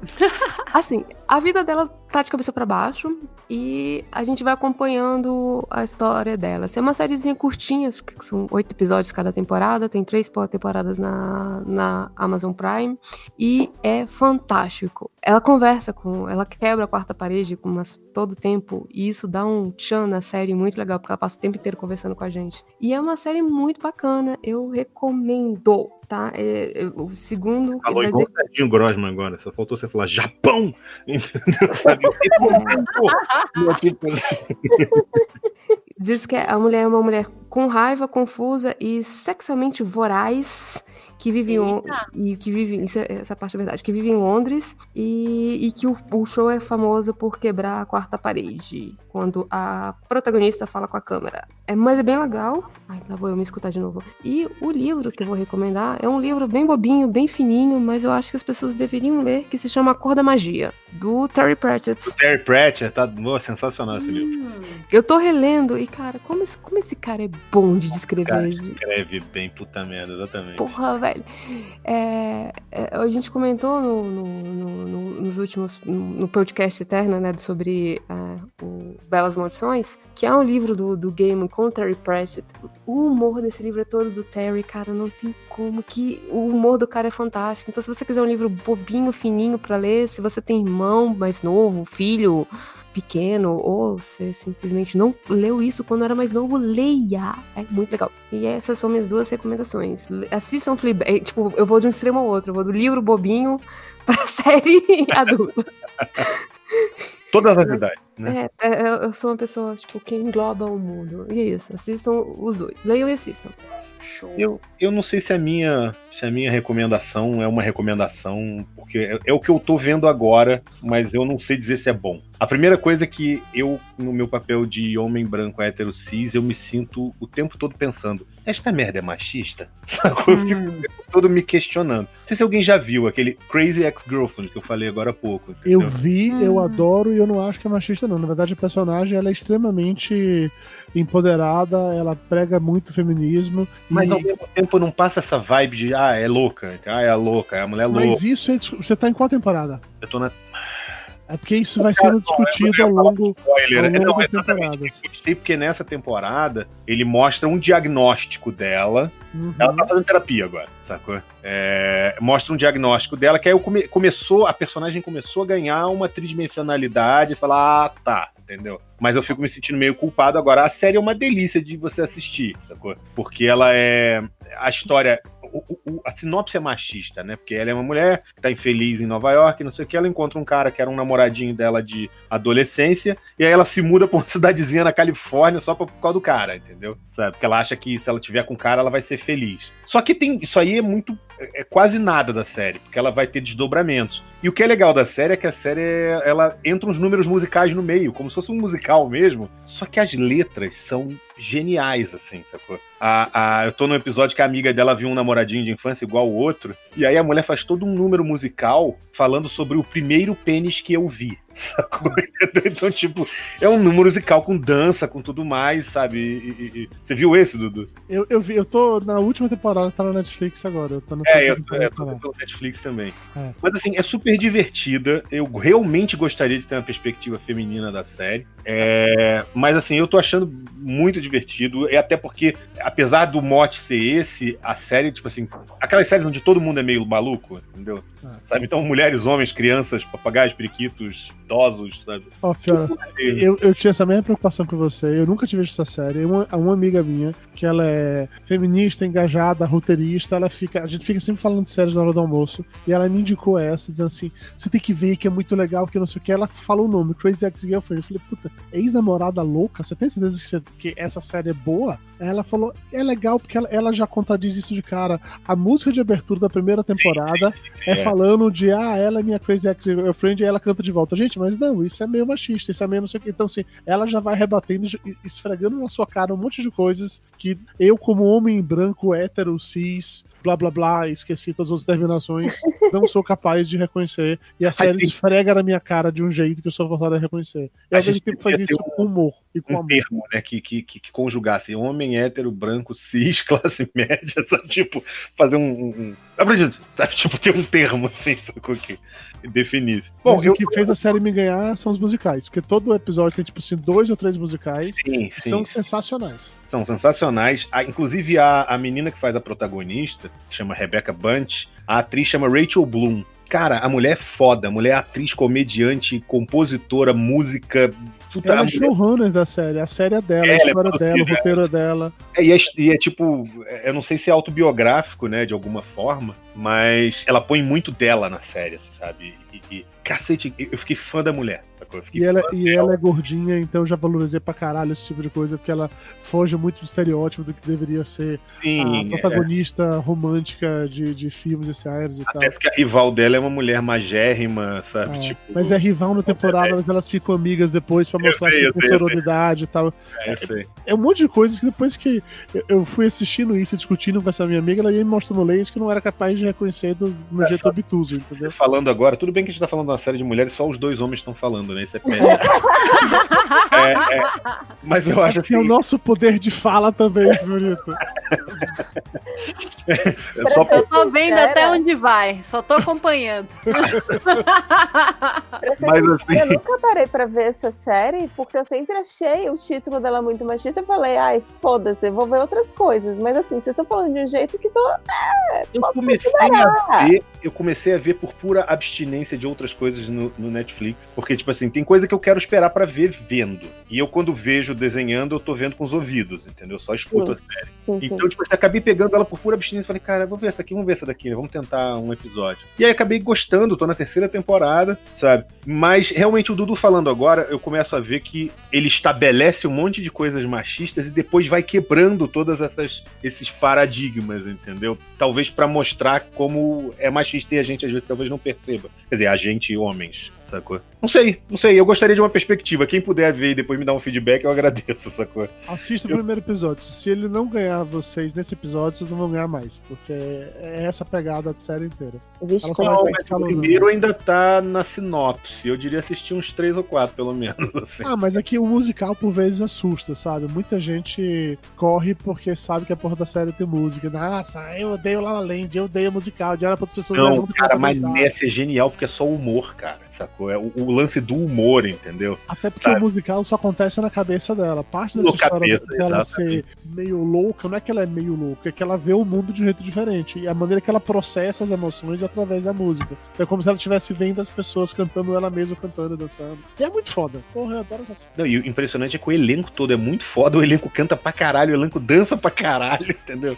Speaker 17: Assim, a vida dela tá de cabeça pra baixo e a gente vai acompanhando a história dela. Assim, é uma sériezinha curtinha, que são oito episódios cada temporada, tem três temporadas na, na Amazon Prime e é fantástico. Ela conversa com, ela quebra a quarta parede com umas, todo o tempo e isso dá um tchan na série muito legal, porque ela passa o tempo inteiro conversando com a gente. E é uma série muito bacana, eu recomendo. Tá, é, é, o segundo...
Speaker 14: Falou igual o Serginho Grossman agora, só faltou você falar Japão!
Speaker 17: Diz que a mulher é uma mulher com raiva, confusa e sexualmente voraz, que vive em, e que vive, isso é, essa parte é verdade, que vive em Londres e, e que o, o show é famoso por quebrar a quarta parede quando a protagonista fala com a câmera. É, mas é bem legal. Ai, lá vou eu me escutar de novo. E o livro que eu vou recomendar é um livro bem bobinho, bem fininho, mas eu acho que as pessoas deveriam ler, que se chama A Cor da Magia, do Terry Pratchett.
Speaker 14: O Terry Pratchett, tá oh, sensacional esse hum. livro.
Speaker 17: Eu tô relendo e, cara, como esse, como esse cara é bom de descrever.
Speaker 14: Cara, escreve bem, puta merda, exatamente.
Speaker 17: Porra, velho. É, é, a gente comentou no, no, no, no, nos últimos, no, no podcast Eterno, né, sobre uh, o Belas Maldições, que é um livro do, do Gaiman com o Terry Pratchett. O humor desse livro é todo do Terry, cara, não tem como, que o humor do cara é fantástico. Então, se você quiser um livro bobinho, fininho pra ler, se você tem irmão mais novo, filho pequeno, ou você simplesmente não leu isso quando era mais novo, leia. É muito legal. E essas são minhas duas recomendações. Assistam Fleabag. Tipo, eu vou de um extremo ao outro. Eu vou do livro bobinho pra série adulta.
Speaker 14: Todas as idades, né?
Speaker 17: É, é, eu sou uma pessoa, tipo, que engloba o mundo. E é isso. Assistam os dois. Leiam e assistam.
Speaker 14: Show. Eu, eu não sei se a, minha, se a minha recomendação é uma recomendação, porque é, é o que eu tô vendo agora, mas eu não sei dizer se é bom. A primeira coisa é que eu, no meu papel de homem branco hétero cis, eu me sinto o tempo todo pensando, esta merda é machista? Eu fico o tempo todo me questionando. Não sei se alguém já viu aquele Crazy Ex-Girlfriend que eu falei agora há pouco. Entendeu?
Speaker 10: Eu vi, eu adoro e eu não acho que é machista não. Na verdade, a personagem ela é extremamente empoderada, ela prega muito feminismo.
Speaker 14: Mas
Speaker 10: e...
Speaker 14: ao mesmo tempo não passa essa vibe de, ah, é louca, ah, é louca, é a mulher louca.
Speaker 10: Mas isso, é, você tá em qual temporada?
Speaker 14: Eu tô na...
Speaker 10: É porque isso vai sendo discutido ao longo,
Speaker 14: spoiler,
Speaker 10: ao longo
Speaker 14: não,
Speaker 10: das temporadas.
Speaker 14: Eu gostei porque nessa temporada ele mostra um diagnóstico dela. Uhum. Ela tá fazendo terapia agora, sacou? É, mostra um diagnóstico dela que aí eu come, começou, a personagem começou a ganhar uma tridimensionalidade e falar, ah, tá, entendeu? Mas eu fico me sentindo meio culpado agora. A série é uma delícia de você assistir, sacou? Porque ela é... A história... O, o, a sinopse é machista, né? Porque ela é uma mulher que tá infeliz em Nova York, não sei o que, ela encontra um cara que era um namoradinho dela de adolescência, e aí ela se muda pra uma cidadezinha na Califórnia só por causa do cara, entendeu? Sabe? Porque ela acha que se ela tiver com o cara, ela vai ser feliz. Só que tem, isso aí é muito é quase nada da série, porque ela vai ter desdobramentos. E o que é legal da série é que a série, ela entra uns números musicais no meio, como se fosse um musical mesmo, só que as letras são geniais, assim, sacou? A, a, eu tô num episódio que a amiga dela viu um namoradinho de infância igual o outro, e aí a mulher faz todo um número musical falando sobre o primeiro pênis que eu vi, sacou? Então, tipo, é um número musical com dança, com tudo mais, sabe? E, e, e... Você viu esse, Dudu?
Speaker 10: Eu, eu, vi, eu tô na última temporada, tá na Netflix agora. Eu tô na
Speaker 14: é, eu tô, eu tô pelo Netflix também. É. Mas assim, é super divertida. Eu realmente gostaria de ter uma perspectiva feminina da série. É, mas assim, eu tô achando muito divertido. E até porque, apesar do mote ser esse, a série, tipo assim, aquelas séries onde todo mundo é meio maluco, entendeu? É. Sabe? Então, mulheres, homens, crianças, papagaios, periquitos, idosos, sabe?
Speaker 10: Ó, oh, Fiora, eu, eu tinha essa mesma preocupação que você. Eu nunca tive essa série. Uma, uma amiga minha, que ela é feminista, engajada, roteirista, ela fica, a gente fica sempre falando de séries na hora do almoço, e ela me indicou essa, dizendo assim, você tem que ver que é muito legal, que não sei o que. Ela falou o nome, Crazy Ex-Girlfriend. Eu falei, puta, ex-namorada louca? Você tem certeza que, você, que essa série é boa? Ela falou, é legal porque ela, ela já contradiz isso de cara. A música de abertura da primeira temporada sim, sim, sim, é, é falando de, ah, ela é minha Crazy Ex-Girlfriend, e ela canta de volta. Gente, mas não, isso é meio machista, isso é meio não sei o que. Então, assim, ela já vai rebatendo, esfregando na sua cara um monte de coisas que eu, como homem branco, hétero, cis, blá blá blá, esqueci todas as terminações, não sou capaz de reconhecer. E a série esfrega na minha cara de um jeito que eu sou forçado a reconhecer. E ao mesmo tempo faz isso um, com humor e com
Speaker 14: um
Speaker 10: amor.
Speaker 14: termo, né, que, que, que, que conjugasse homem, hétero, branco, cis, classe média, sabe? Tipo, fazer um. um... Sabe? Tipo, ter um termo assim, sacou que definisse.
Speaker 10: Bom, mas eu... o que fez a série me ganhar são os musicais, porque todo episódio tem, tipo assim, dois ou três musicais
Speaker 14: sim,
Speaker 10: que
Speaker 14: sim.
Speaker 10: são sensacionais.
Speaker 14: São sensacionais. Ah, inclusive, a, a menina que faz a protagonista, que chama Rebecca Bunch, a atriz chama Rachel Bloom. Cara, a mulher é foda, a mulher é atriz, comediante, compositora, música.
Speaker 10: Puta, ela é showrunner da série, a série é dela, é, a história é dela, o roteiro é dela.
Speaker 14: É, e, é, e é tipo, eu não sei se é autobiográfico, né, de alguma forma, mas ela põe muito dela na série, sabe? E, e cacete, eu fiquei fã da mulher.
Speaker 10: E, ela, e ela é gordinha, então eu já valorizei pra caralho esse tipo de coisa, porque ela foge muito do estereótipo do que deveria ser Sim, a protagonista é. romântica de, de filmes e séries e
Speaker 14: Até
Speaker 10: tal.
Speaker 14: Até porque a rival dela é uma mulher magérrima, sabe?
Speaker 10: É,
Speaker 14: tipo,
Speaker 10: mas é rival na temporada, mas elas ficam amigas depois pra mostrar sei, que tem sororidade e tal.
Speaker 14: É, é,
Speaker 10: é um monte de coisas que depois que eu fui assistindo isso e discutindo com essa minha amiga, ela ia me mostrando leis que eu não era capaz de reconhecer do meu é, jeito obtuso, entendeu?
Speaker 14: Falando agora, tudo bem que a gente tá falando de uma série de mulheres, só os dois homens estão falando, né? Isso é péssimo. é, é, mas eu acho assim.
Speaker 10: É o nosso poder de fala também, Fiorito.
Speaker 19: É, só eu tô vendo até onde vai, só tô acompanhando.
Speaker 11: Mas, assim... Eu nunca parei pra ver essa série, porque eu sempre achei o título dela muito machista. Eu falei, ai, foda-se, eu vou ver outras coisas. Mas assim, vocês estão falando de um jeito que tô. É,
Speaker 14: eu, comecei a ver, eu comecei a ver por pura abstinência de outras coisas no, no Netflix. Porque, tipo assim, tem coisa que eu quero esperar pra ver vendo. E eu, quando vejo desenhando, eu tô vendo com os ouvidos, entendeu? Eu só escuto sim. a série. Sim, então, sim. tipo assim, acabei pegando ela por pura abstinência. Falei, cara, vamos ver essa aqui, vamos ver essa daqui, né? Vamos tentar um episódio. E aí acabei gostando, tô na terceira temporada, sabe? Mas realmente o Dudu falando agora, eu começo a ver que ele estabelece um monte de coisas machistas e depois vai quebrando todas essas esses paradigmas, entendeu? Talvez pra mostrar como é machista e a gente às vezes talvez não perceba. Quer dizer, a gente homens, sacou? Não sei, não sei, eu gostaria de uma perspectiva. Quem puder ver e depois me dar um feedback, eu agradeço, sacou?
Speaker 10: Assista
Speaker 14: eu...
Speaker 10: o primeiro episódio. Se ele não ganhar vocês nesse episódio, vocês não vão ganhar mais, porque é essa pegada da série inteira.
Speaker 14: Ela só não, mas o primeiro ainda tá na sinopse. Eu diria assistir uns três ou quatro, pelo menos. Assim.
Speaker 10: Ah, mas aqui o musical por vezes assusta, sabe? Muita gente corre porque sabe que a porra da série tem música. Nossa, eu odeio La La Land, eu odeio musical. De hora para as pessoas
Speaker 14: não, cara, mas nessa é genial porque é só humor, cara. Sacou? É o, o lance do humor, entendeu?
Speaker 10: Até porque sabe? O musical só acontece na cabeça dela. Parte dessa no história cabeça, dela exatamente. Ser meio louca, não é que ela é meio louca, é que ela vê o mundo de um jeito diferente. E a maneira que ela processa as emoções é através da música. É como se ela estivesse vendo as pessoas cantando ela mesma, cantando e dançando. E é muito foda. Porra, eu adoro essa
Speaker 14: não, e o impressionante é que o elenco todo é muito foda. O elenco canta pra caralho, o elenco dança pra caralho, entendeu?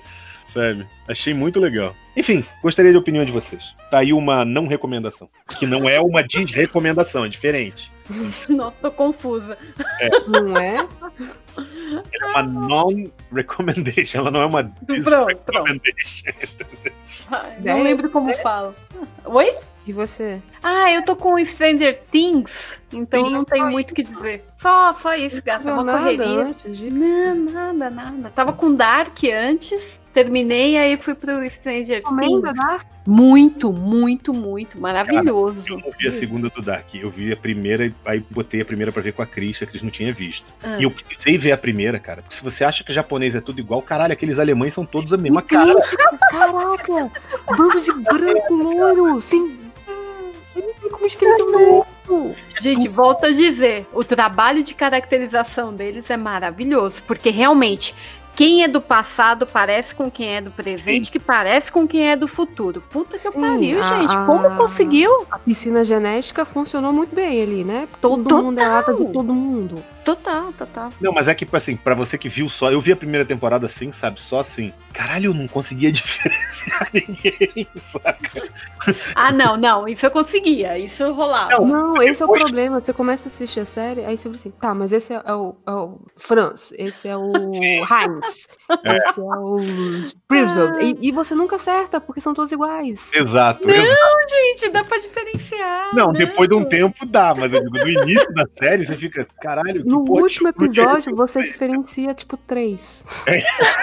Speaker 14: Sério, achei muito legal. Enfim, gostaria da opinião de vocês. Tá aí uma não recomendação. Que não é uma desrecomendação, é diferente.
Speaker 19: Não, tô confusa.
Speaker 14: É.
Speaker 17: Não é?
Speaker 14: É uma non-recommendation, ela não é uma
Speaker 19: dis-recommendation. Não lembro como fala. Oi?
Speaker 17: E você?
Speaker 19: Ah, eu tô com Stranger Things, então Sim, não tem muito o que dizer. Só, só isso, gata.
Speaker 17: Não
Speaker 19: uma
Speaker 17: nada
Speaker 19: correria.
Speaker 17: Antes de...
Speaker 19: Não, nada, nada. Tava com Dark antes, terminei, aí fui pro Stranger Things.
Speaker 17: Dark?
Speaker 19: Muito, muito, muito. Maravilhoso.
Speaker 14: Cara, eu não vi a segunda do Dark. Eu vi a primeira, aí botei a primeira pra ver com a Cris, a Cris não tinha visto.
Speaker 19: Ah.
Speaker 14: E eu precisei ver a primeira, cara. Porque se você acha que japonês é tudo igual, caralho, aqueles alemães são todos a mesma cara.
Speaker 17: Caraca! Bando de branco, loiro, sem... Não tem como diferenciar um do
Speaker 19: Gente, volto a dizer, o trabalho de caracterização deles é maravilhoso, porque realmente quem é do passado parece com quem é do presente, Sim. que parece com quem é do futuro. Puta que
Speaker 17: Sim,
Speaker 19: pariu,
Speaker 17: a,
Speaker 19: gente.
Speaker 17: a,
Speaker 19: Como conseguiu?
Speaker 17: A piscina genética funcionou muito bem ali, né? Todo total. mundo é lata de todo mundo.
Speaker 19: Total, total.
Speaker 14: Não, mas é que, assim, pra você que viu só... Eu vi a primeira temporada assim, sabe? Só assim. Caralho, eu não conseguia diferenciar ninguém, saca?
Speaker 19: Ah, não, não. Isso eu conseguia. Isso rolava.
Speaker 17: Não, não esse depois... é o problema. Você começa a assistir a série, aí você fala assim, tá, mas esse é, é, o, é o Franz, esse é o Heinz, é. esse é o Springfield. Ah. E, e você nunca acerta, porque são todos iguais.
Speaker 14: Exato.
Speaker 19: Não,
Speaker 14: exato.
Speaker 19: gente, dá pra diferenciar.
Speaker 14: Não, não, depois de um tempo dá, mas eu digo, no início da série você fica, caralho,
Speaker 17: no último episódio você diferencia tipo três. É.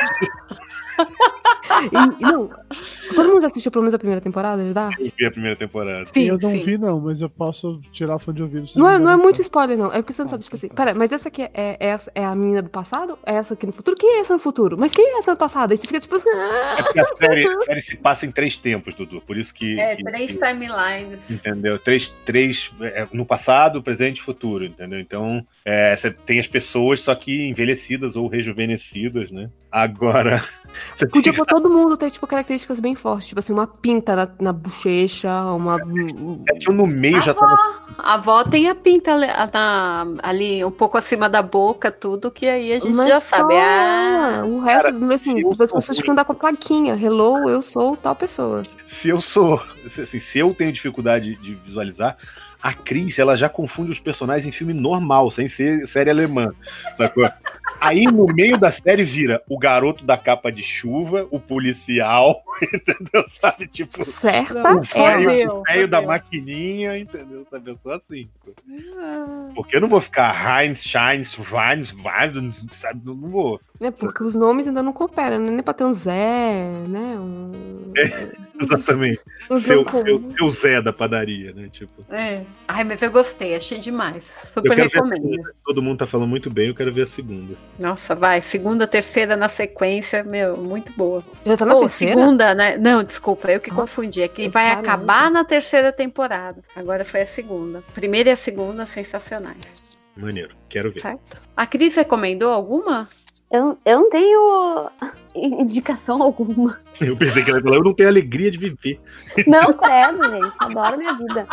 Speaker 17: E, não, todo mundo já assistiu pelo menos a primeira temporada, já dá?
Speaker 14: Eu vi a primeira temporada.
Speaker 10: Sim, eu não sim. vi, não, mas eu posso tirar fone de ouvido.
Speaker 17: Não é, não é muito spoiler, não. É porque você não sabe, tipo assim, pera, mas essa aqui é, é, é a menina do passado? É essa aqui no futuro? Quem é essa no futuro? Mas quem é essa no passado? Aí você fica tipo assim. Ah!
Speaker 14: É porque a série, a série se passa em três tempos, Dudu. Por isso que.
Speaker 19: É,
Speaker 14: que,
Speaker 19: três
Speaker 14: que,
Speaker 19: timelines.
Speaker 14: Entendeu? Três, três é, no passado, presente e futuro, entendeu? Então, é, você tem as pessoas, só que envelhecidas ou rejuvenescidas, né? Agora.
Speaker 17: Podia pôr todo mundo ter, tipo, características bem fortes. Tipo assim, uma pinta na, na bochecha, uma...
Speaker 14: É que eu no meio
Speaker 19: a
Speaker 14: já
Speaker 19: avó,
Speaker 14: tava...
Speaker 19: A avó tem a pinta ali, na, ali, um pouco acima da boca, tudo, que aí a gente
Speaker 17: Mas
Speaker 19: já
Speaker 17: só...
Speaker 19: sabe. Ah,
Speaker 17: o resto, cara, assim, tipo, as pessoas ficam andar com a plaquinha. Hello, eu sou tal pessoa.
Speaker 14: Se eu sou... Assim, se eu tenho dificuldade de visualizar... A Cris, ela já confunde os personagens em filme normal, sem ser série alemã, sacou? Aí no meio da série vira o garoto da capa de chuva, o policial, entendeu? Sabe? Tipo,
Speaker 17: certa
Speaker 14: o velho da maquininha, entendeu? Sabe? Eu sou assim. Porque eu não vou ficar Heinz, Shines, Vines, Vines, sabe? Não vou.
Speaker 17: É porque os nomes ainda não cooperam, não é nem pra ter um Zé, né? Um...
Speaker 14: É, exatamente. Seu, seu, seu Zé da padaria, né? Tipo.
Speaker 19: É. Ai, mas eu gostei, achei demais. Super recomendo.
Speaker 14: Todo mundo tá falando muito bem, eu quero ver a segunda.
Speaker 19: Nossa, vai. Segunda, terceira na sequência, meu, muito boa.
Speaker 17: Já tá na
Speaker 19: oh,
Speaker 17: terceira?
Speaker 19: Segunda, né? Não, desculpa, eu que ah, confundi. É que vai
Speaker 17: caramba.
Speaker 19: acabar na terceira temporada. Agora foi a segunda. Primeira e a segunda, sensacionais.
Speaker 14: Maneiro, quero ver.
Speaker 19: Certo. A Cris recomendou alguma?
Speaker 16: Eu, eu não tenho indicação alguma.
Speaker 14: Eu pensei que ela ia falar, eu não tenho alegria de viver.
Speaker 16: Não, credo, gente. Adoro minha vida.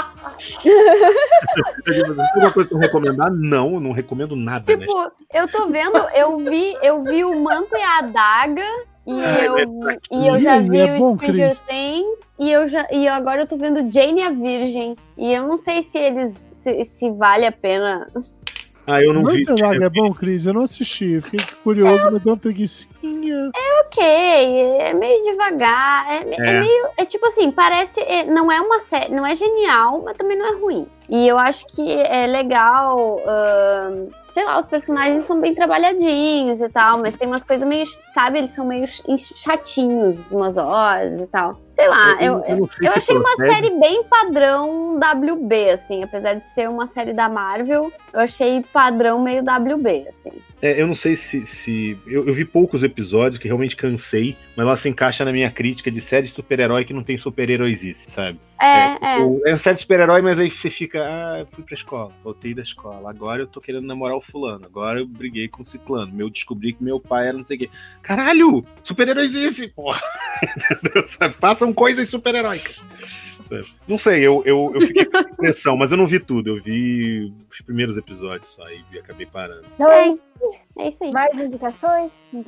Speaker 14: Tem alguma coisa pra recomendar? Não, eu não recomendo nada.
Speaker 16: Tipo, né? eu tô vendo, eu vi, eu vi o Manto e a Adaga. E,
Speaker 14: ah,
Speaker 16: eu,
Speaker 14: é
Speaker 16: e eu já vi
Speaker 10: é
Speaker 16: o
Speaker 10: bom,
Speaker 16: Stranger
Speaker 10: Chris.
Speaker 16: Things. E, eu já, e agora eu tô vendo Jane a Virgem. E eu não sei se eles se, se vale a pena.
Speaker 14: Ah, eu não vi.
Speaker 10: É bom, Cris, eu não assisti. Fiquei curioso, é, mas deu uma preguicinha.
Speaker 16: É ok, é meio devagar. É, é. é meio. É tipo assim, parece. É, não é uma série. Não é genial, mas também não é ruim. E eu acho que é legal. Uh, sei lá, os personagens são bem trabalhadinhos e tal, mas tem umas coisas meio. Sabe, eles são meio chatinhos umas horas e tal. Sei lá, eu, eu, eu, eu achei uma série bem padrão W B, assim, apesar de ser uma série da Marvel, eu achei padrão meio W B, assim.
Speaker 14: É, eu não sei se... se eu, eu vi poucos episódios que realmente cansei, mas ela se encaixa na minha crítica de série de super-herói que não tem super-heróisice, sabe?
Speaker 16: É,
Speaker 14: é. Tipo, é. é série de super-herói, mas aí você fica, ah, eu fui pra escola, voltei da escola, agora eu tô querendo namorar o fulano, agora eu briguei com o ciclano, eu descobri que meu pai era não sei o quê. Caralho! Super-heróisice, porra! Entendeu? Sabe? Passam coisas super-heróicas. Não sei, eu, eu, eu fiquei com impressão, mas eu não vi tudo. Eu vi os primeiros episódios só e acabei parando.
Speaker 16: É, é isso aí. Mais indicações? Ninguém?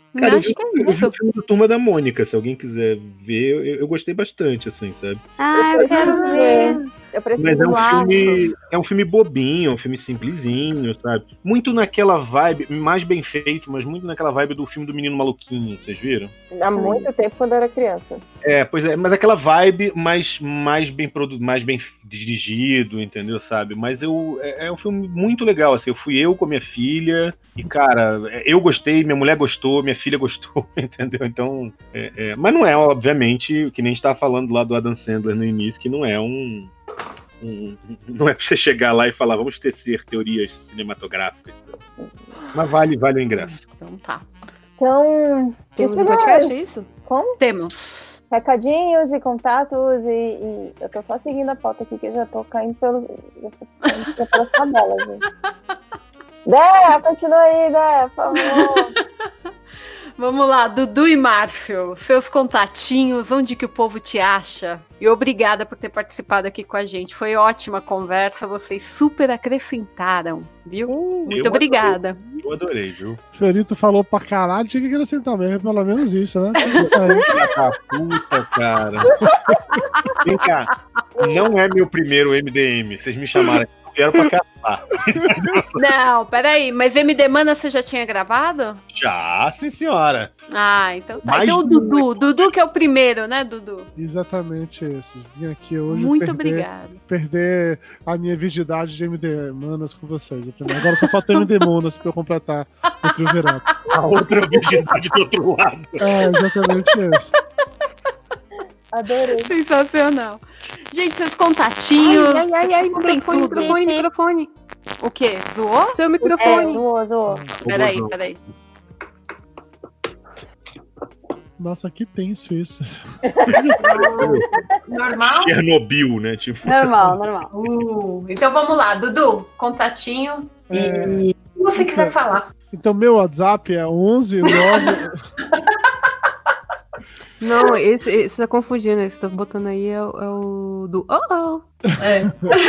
Speaker 14: Cara,
Speaker 16: Não,
Speaker 14: eu
Speaker 16: acho
Speaker 14: vi-
Speaker 16: que é
Speaker 14: eu vi
Speaker 16: isso.
Speaker 14: o filme do Turma da Mônica, se alguém quiser ver, eu, eu gostei bastante, assim, sabe?
Speaker 16: Ah, eu quero ver.
Speaker 13: Eu preciso
Speaker 14: Mas é um
Speaker 16: laços.
Speaker 14: filme, é um filme bobinho, é um filme simplesinho, sabe? Muito naquela vibe, mais bem feito, mas muito naquela vibe do filme do Menino Maluquinho, vocês viram?
Speaker 13: Há muito tempo quando eu era criança.
Speaker 14: É, pois é, mas aquela vibe mais, mais bem produzido, mais bem dirigido, entendeu, sabe? Mas eu, é, é um filme muito legal, assim, eu fui eu com a minha filha, e cara, eu gostei, minha mulher gostou, minha filha gostou, entendeu? Então, é, é, mas não é, obviamente, que nem a gente tava falando lá do Adam Sandler no início, que não é um... um- não é pra você chegar lá e falar, vamos tecer teorias cinematográficas. Mas vale, vale o ingresso.
Speaker 19: Então tá.
Speaker 13: Então,
Speaker 16: Temos
Speaker 13: isso
Speaker 16: podcast,
Speaker 13: mesmo.
Speaker 16: é isso?
Speaker 13: Como?
Speaker 19: Temos.
Speaker 13: Recadinhos e contatos e, e eu tô só seguindo a pauta aqui que eu já tô caindo pelos, já tô caindo pelas tabelas, gente. Dé, continua aí, Dé, por favor.
Speaker 19: Vamos lá, Dudu e Márcio, seus contatinhos, onde que o povo te acha? E obrigada por ter participado aqui com a gente. Foi ótima a conversa, vocês super acrescentaram, viu? Muito
Speaker 14: Eu
Speaker 19: obrigada.
Speaker 14: adorei, eu adorei, viu?
Speaker 10: Fiorito falou pra caralho, tinha que acrescentar mesmo, pelo menos isso, né?
Speaker 14: Filha da puta, cara. Vem cá, não é meu primeiro M D M. Vocês me chamaram aqui, vieram pra caçar.
Speaker 19: Não, peraí, mas M D Mana você já tinha gravado?
Speaker 14: Já, sim, senhora.
Speaker 19: Ah, então tá.
Speaker 10: Mais
Speaker 19: Então o Dudu, Dudu que é o primeiro, né, Dudu?
Speaker 10: Exatamente esse. Vim aqui hoje
Speaker 19: Muito
Speaker 10: perder,
Speaker 19: obrigada.
Speaker 10: perder a minha virgindade de M D Manas com vocês. Agora só falta M D Monas pra eu completar o triunvirato.
Speaker 14: A outra virgindade do outro lado.
Speaker 10: É, exatamente isso.
Speaker 13: Adorei.
Speaker 19: Sensacional. Gente, seus contatinhos.
Speaker 16: Ai, ai, ai, ai,
Speaker 19: contem
Speaker 16: microfone,
Speaker 19: tudo.
Speaker 16: microfone, microfone.
Speaker 19: O quê? Zoou?
Speaker 16: Seu microfone.
Speaker 13: É, zoou, zoou.
Speaker 19: Peraí, peraí.
Speaker 10: Nossa, que tenso isso.
Speaker 19: Normal?
Speaker 14: Chernobyl, né? Tipo...
Speaker 16: Normal, normal.
Speaker 19: Uh, então vamos lá, Dudu, contatinho. E
Speaker 10: É,
Speaker 19: o que você quiser falar.
Speaker 10: Então, meu WhatsApp é onze nove.
Speaker 17: Não, esse, esse tá confundindo. Esse que tá botando aí é, o- é o do. Oh, oh.
Speaker 19: É.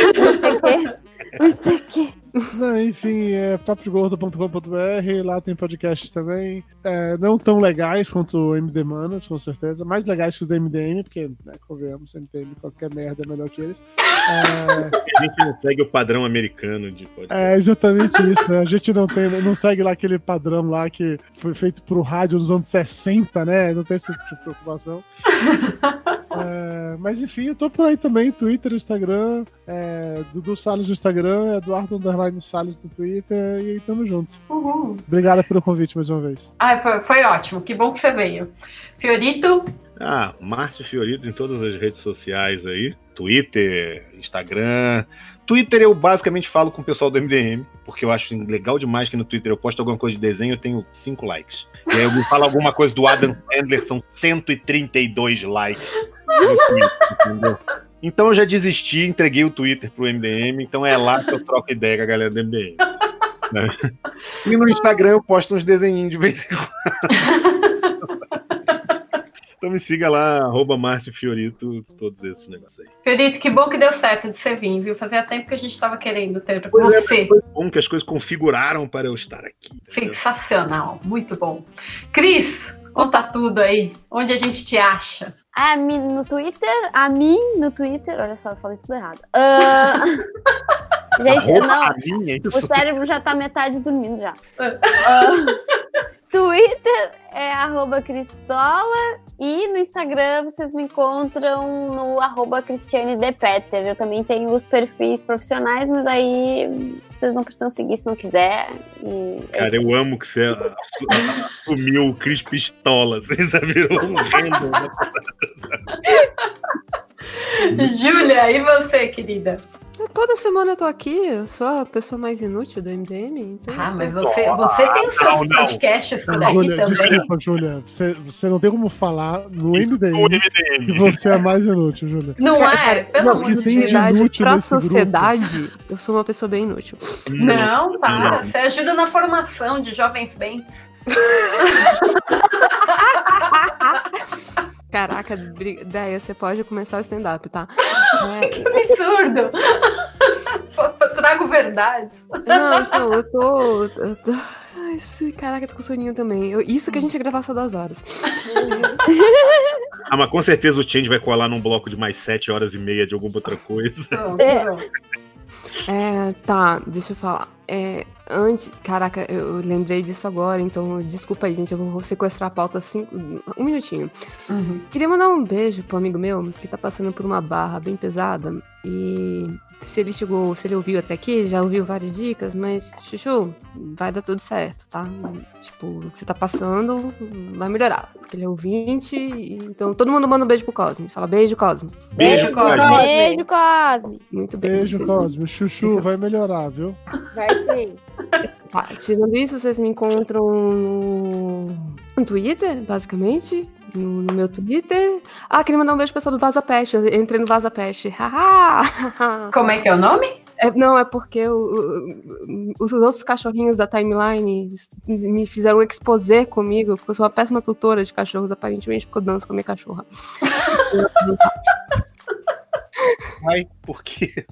Speaker 17: Não sei o quê.
Speaker 10: Não, enfim, é papodegordo ponto com ponto b r, lá tem podcasts também. É, não tão legais quanto o M D Manas, com certeza. Mais legais que os do M D M, porque, né, convenhamos, M D M, qualquer merda é melhor que eles. É,
Speaker 14: A gente não segue o padrão americano de podcast.
Speaker 10: é exatamente isso, né? A gente não tem, não segue lá aquele padrão lá que foi feito pro rádio nos anos sessenta, né? Não tem esse tipo de preocupação. É, mas enfim, eu tô por aí também, Twitter, Instagram, é, Dudu Salles no Instagram, Eduardo Underline Salles no Twitter, e aí tamo junto.
Speaker 19: Uhul.
Speaker 10: Obrigado pelo convite mais uma vez.
Speaker 19: Ai, foi, foi ótimo, que bom que você veio. Fiorito,
Speaker 14: Ah, Márcio Fiorito em todas as redes sociais aí. Twitter, Instagram. Twitter eu basicamente falo com o pessoal do M D M, porque eu acho legal demais que no Twitter eu posto alguma coisa de desenho, eu tenho cinco likes. E aí eu falo alguma coisa do Adam Sandler, são cento e trinta e dois likes no Twitter, entendeu? Então eu já desisti, entreguei o Twitter pro M D M, então é lá que eu troco ideia com a galera do M D M. Né? E no Instagram eu posto uns desenhinhos de vez em quando. Então me siga lá, arroba Márcio Fiorito, todos esses negócios aí.
Speaker 19: Fiorito, que bom que deu certo de você vir, viu? Fazia tempo que a gente tava querendo ter
Speaker 14: Pois é,
Speaker 19: você.
Speaker 14: mas foi bom que as coisas configuraram para eu estar aqui.
Speaker 19: Sensacional, muito bom. Cris, conta tudo aí. Onde a gente te acha?
Speaker 16: A mim no Twitter, a mim no Twitter. Olha só, eu falei tudo errado. Ah, gente,
Speaker 14: Arroba
Speaker 16: não.
Speaker 14: a minha, isso.
Speaker 16: O cérebro já tá metade dormindo já. Ah, Twitter é arroba Cristola e no Instagram vocês me encontram no arroba Cristiane De Petter. Eu também tenho os perfis profissionais, mas aí vocês não precisam seguir se não quiser. E é
Speaker 14: Cara,
Speaker 16: isso.
Speaker 14: eu amo que você assumiu o Cris Pistola. Vocês já viram um random.
Speaker 19: Júlia, e você, querida?
Speaker 17: Eu, toda semana eu tô aqui, eu sou a pessoa mais inútil do M D M. Então
Speaker 19: Ah, mas
Speaker 17: tô-
Speaker 19: você, você tem os seus
Speaker 10: Não, não.
Speaker 19: podcasts por aí
Speaker 10: Júlia,
Speaker 19: também.
Speaker 10: desculpa, Júlia. Você, você não tem como falar no M D M que você é mais inútil, Júlia.
Speaker 19: Não é? Pelo
Speaker 17: Não,
Speaker 19: amor
Speaker 10: que
Speaker 19: de
Speaker 10: tem de
Speaker 19: Deus.
Speaker 17: Verdade,
Speaker 10: inútil
Speaker 17: pra
Speaker 10: nesse grupo.
Speaker 17: sociedade, eu sou uma pessoa bem inútil.
Speaker 19: Não, para. Você ajuda na formação de jovens bens.
Speaker 17: Caraca, bri- Deia, você pode começar o stand-up, tá?
Speaker 19: Que absurdo! Só trago verdade.
Speaker 17: Não, então, eu tô. Eu tô... Ai, Esse, caraca, tô com soninho também. Eu, isso que a gente ia gravar só duas horas.
Speaker 14: Ah, mas com certeza o Change vai colar num bloco de mais sete horas e meia de alguma outra coisa.
Speaker 17: É, é, tá, deixa eu falar. É, antes, caraca, eu lembrei disso agora, então desculpa aí, gente, eu vou sequestrar a pauta assim, um minutinho.
Speaker 19: Uhum.
Speaker 17: Queria mandar um beijo pro amigo meu que tá passando por uma barra bem pesada e se ele chegou, se ele ouviu até aqui, já ouviu várias dicas, mas, Chuchu, vai dar tudo certo, tá? Tipo, o que você tá passando vai melhorar, porque ele é ouvinte, e, então todo mundo manda um beijo pro Cosme. Fala beijo, Cosme.
Speaker 16: Beijo, Cosme. Beijo, Cosme.
Speaker 17: Muito bem.
Speaker 10: Beijo,
Speaker 17: vocês-
Speaker 10: Cosme. Chuchu vai melhorar, viu?
Speaker 16: Vai sim.
Speaker 17: Tá, tirando isso, vocês me encontram no, no Twitter, basicamente. No, no meu Twitter. Ah, queria mandar um beijo pro pessoal do Vaza Peste. Eu entrei no Vaza Peste. Haha!
Speaker 19: Como é que é o nome?
Speaker 17: É, não, é porque o, o- os outros cachorrinhos da timeline me fizeram um exposé comigo, porque eu sou uma péssima tutora de cachorros, aparentemente, porque eu danço com a minha cachorra.
Speaker 14: Ai, por quê?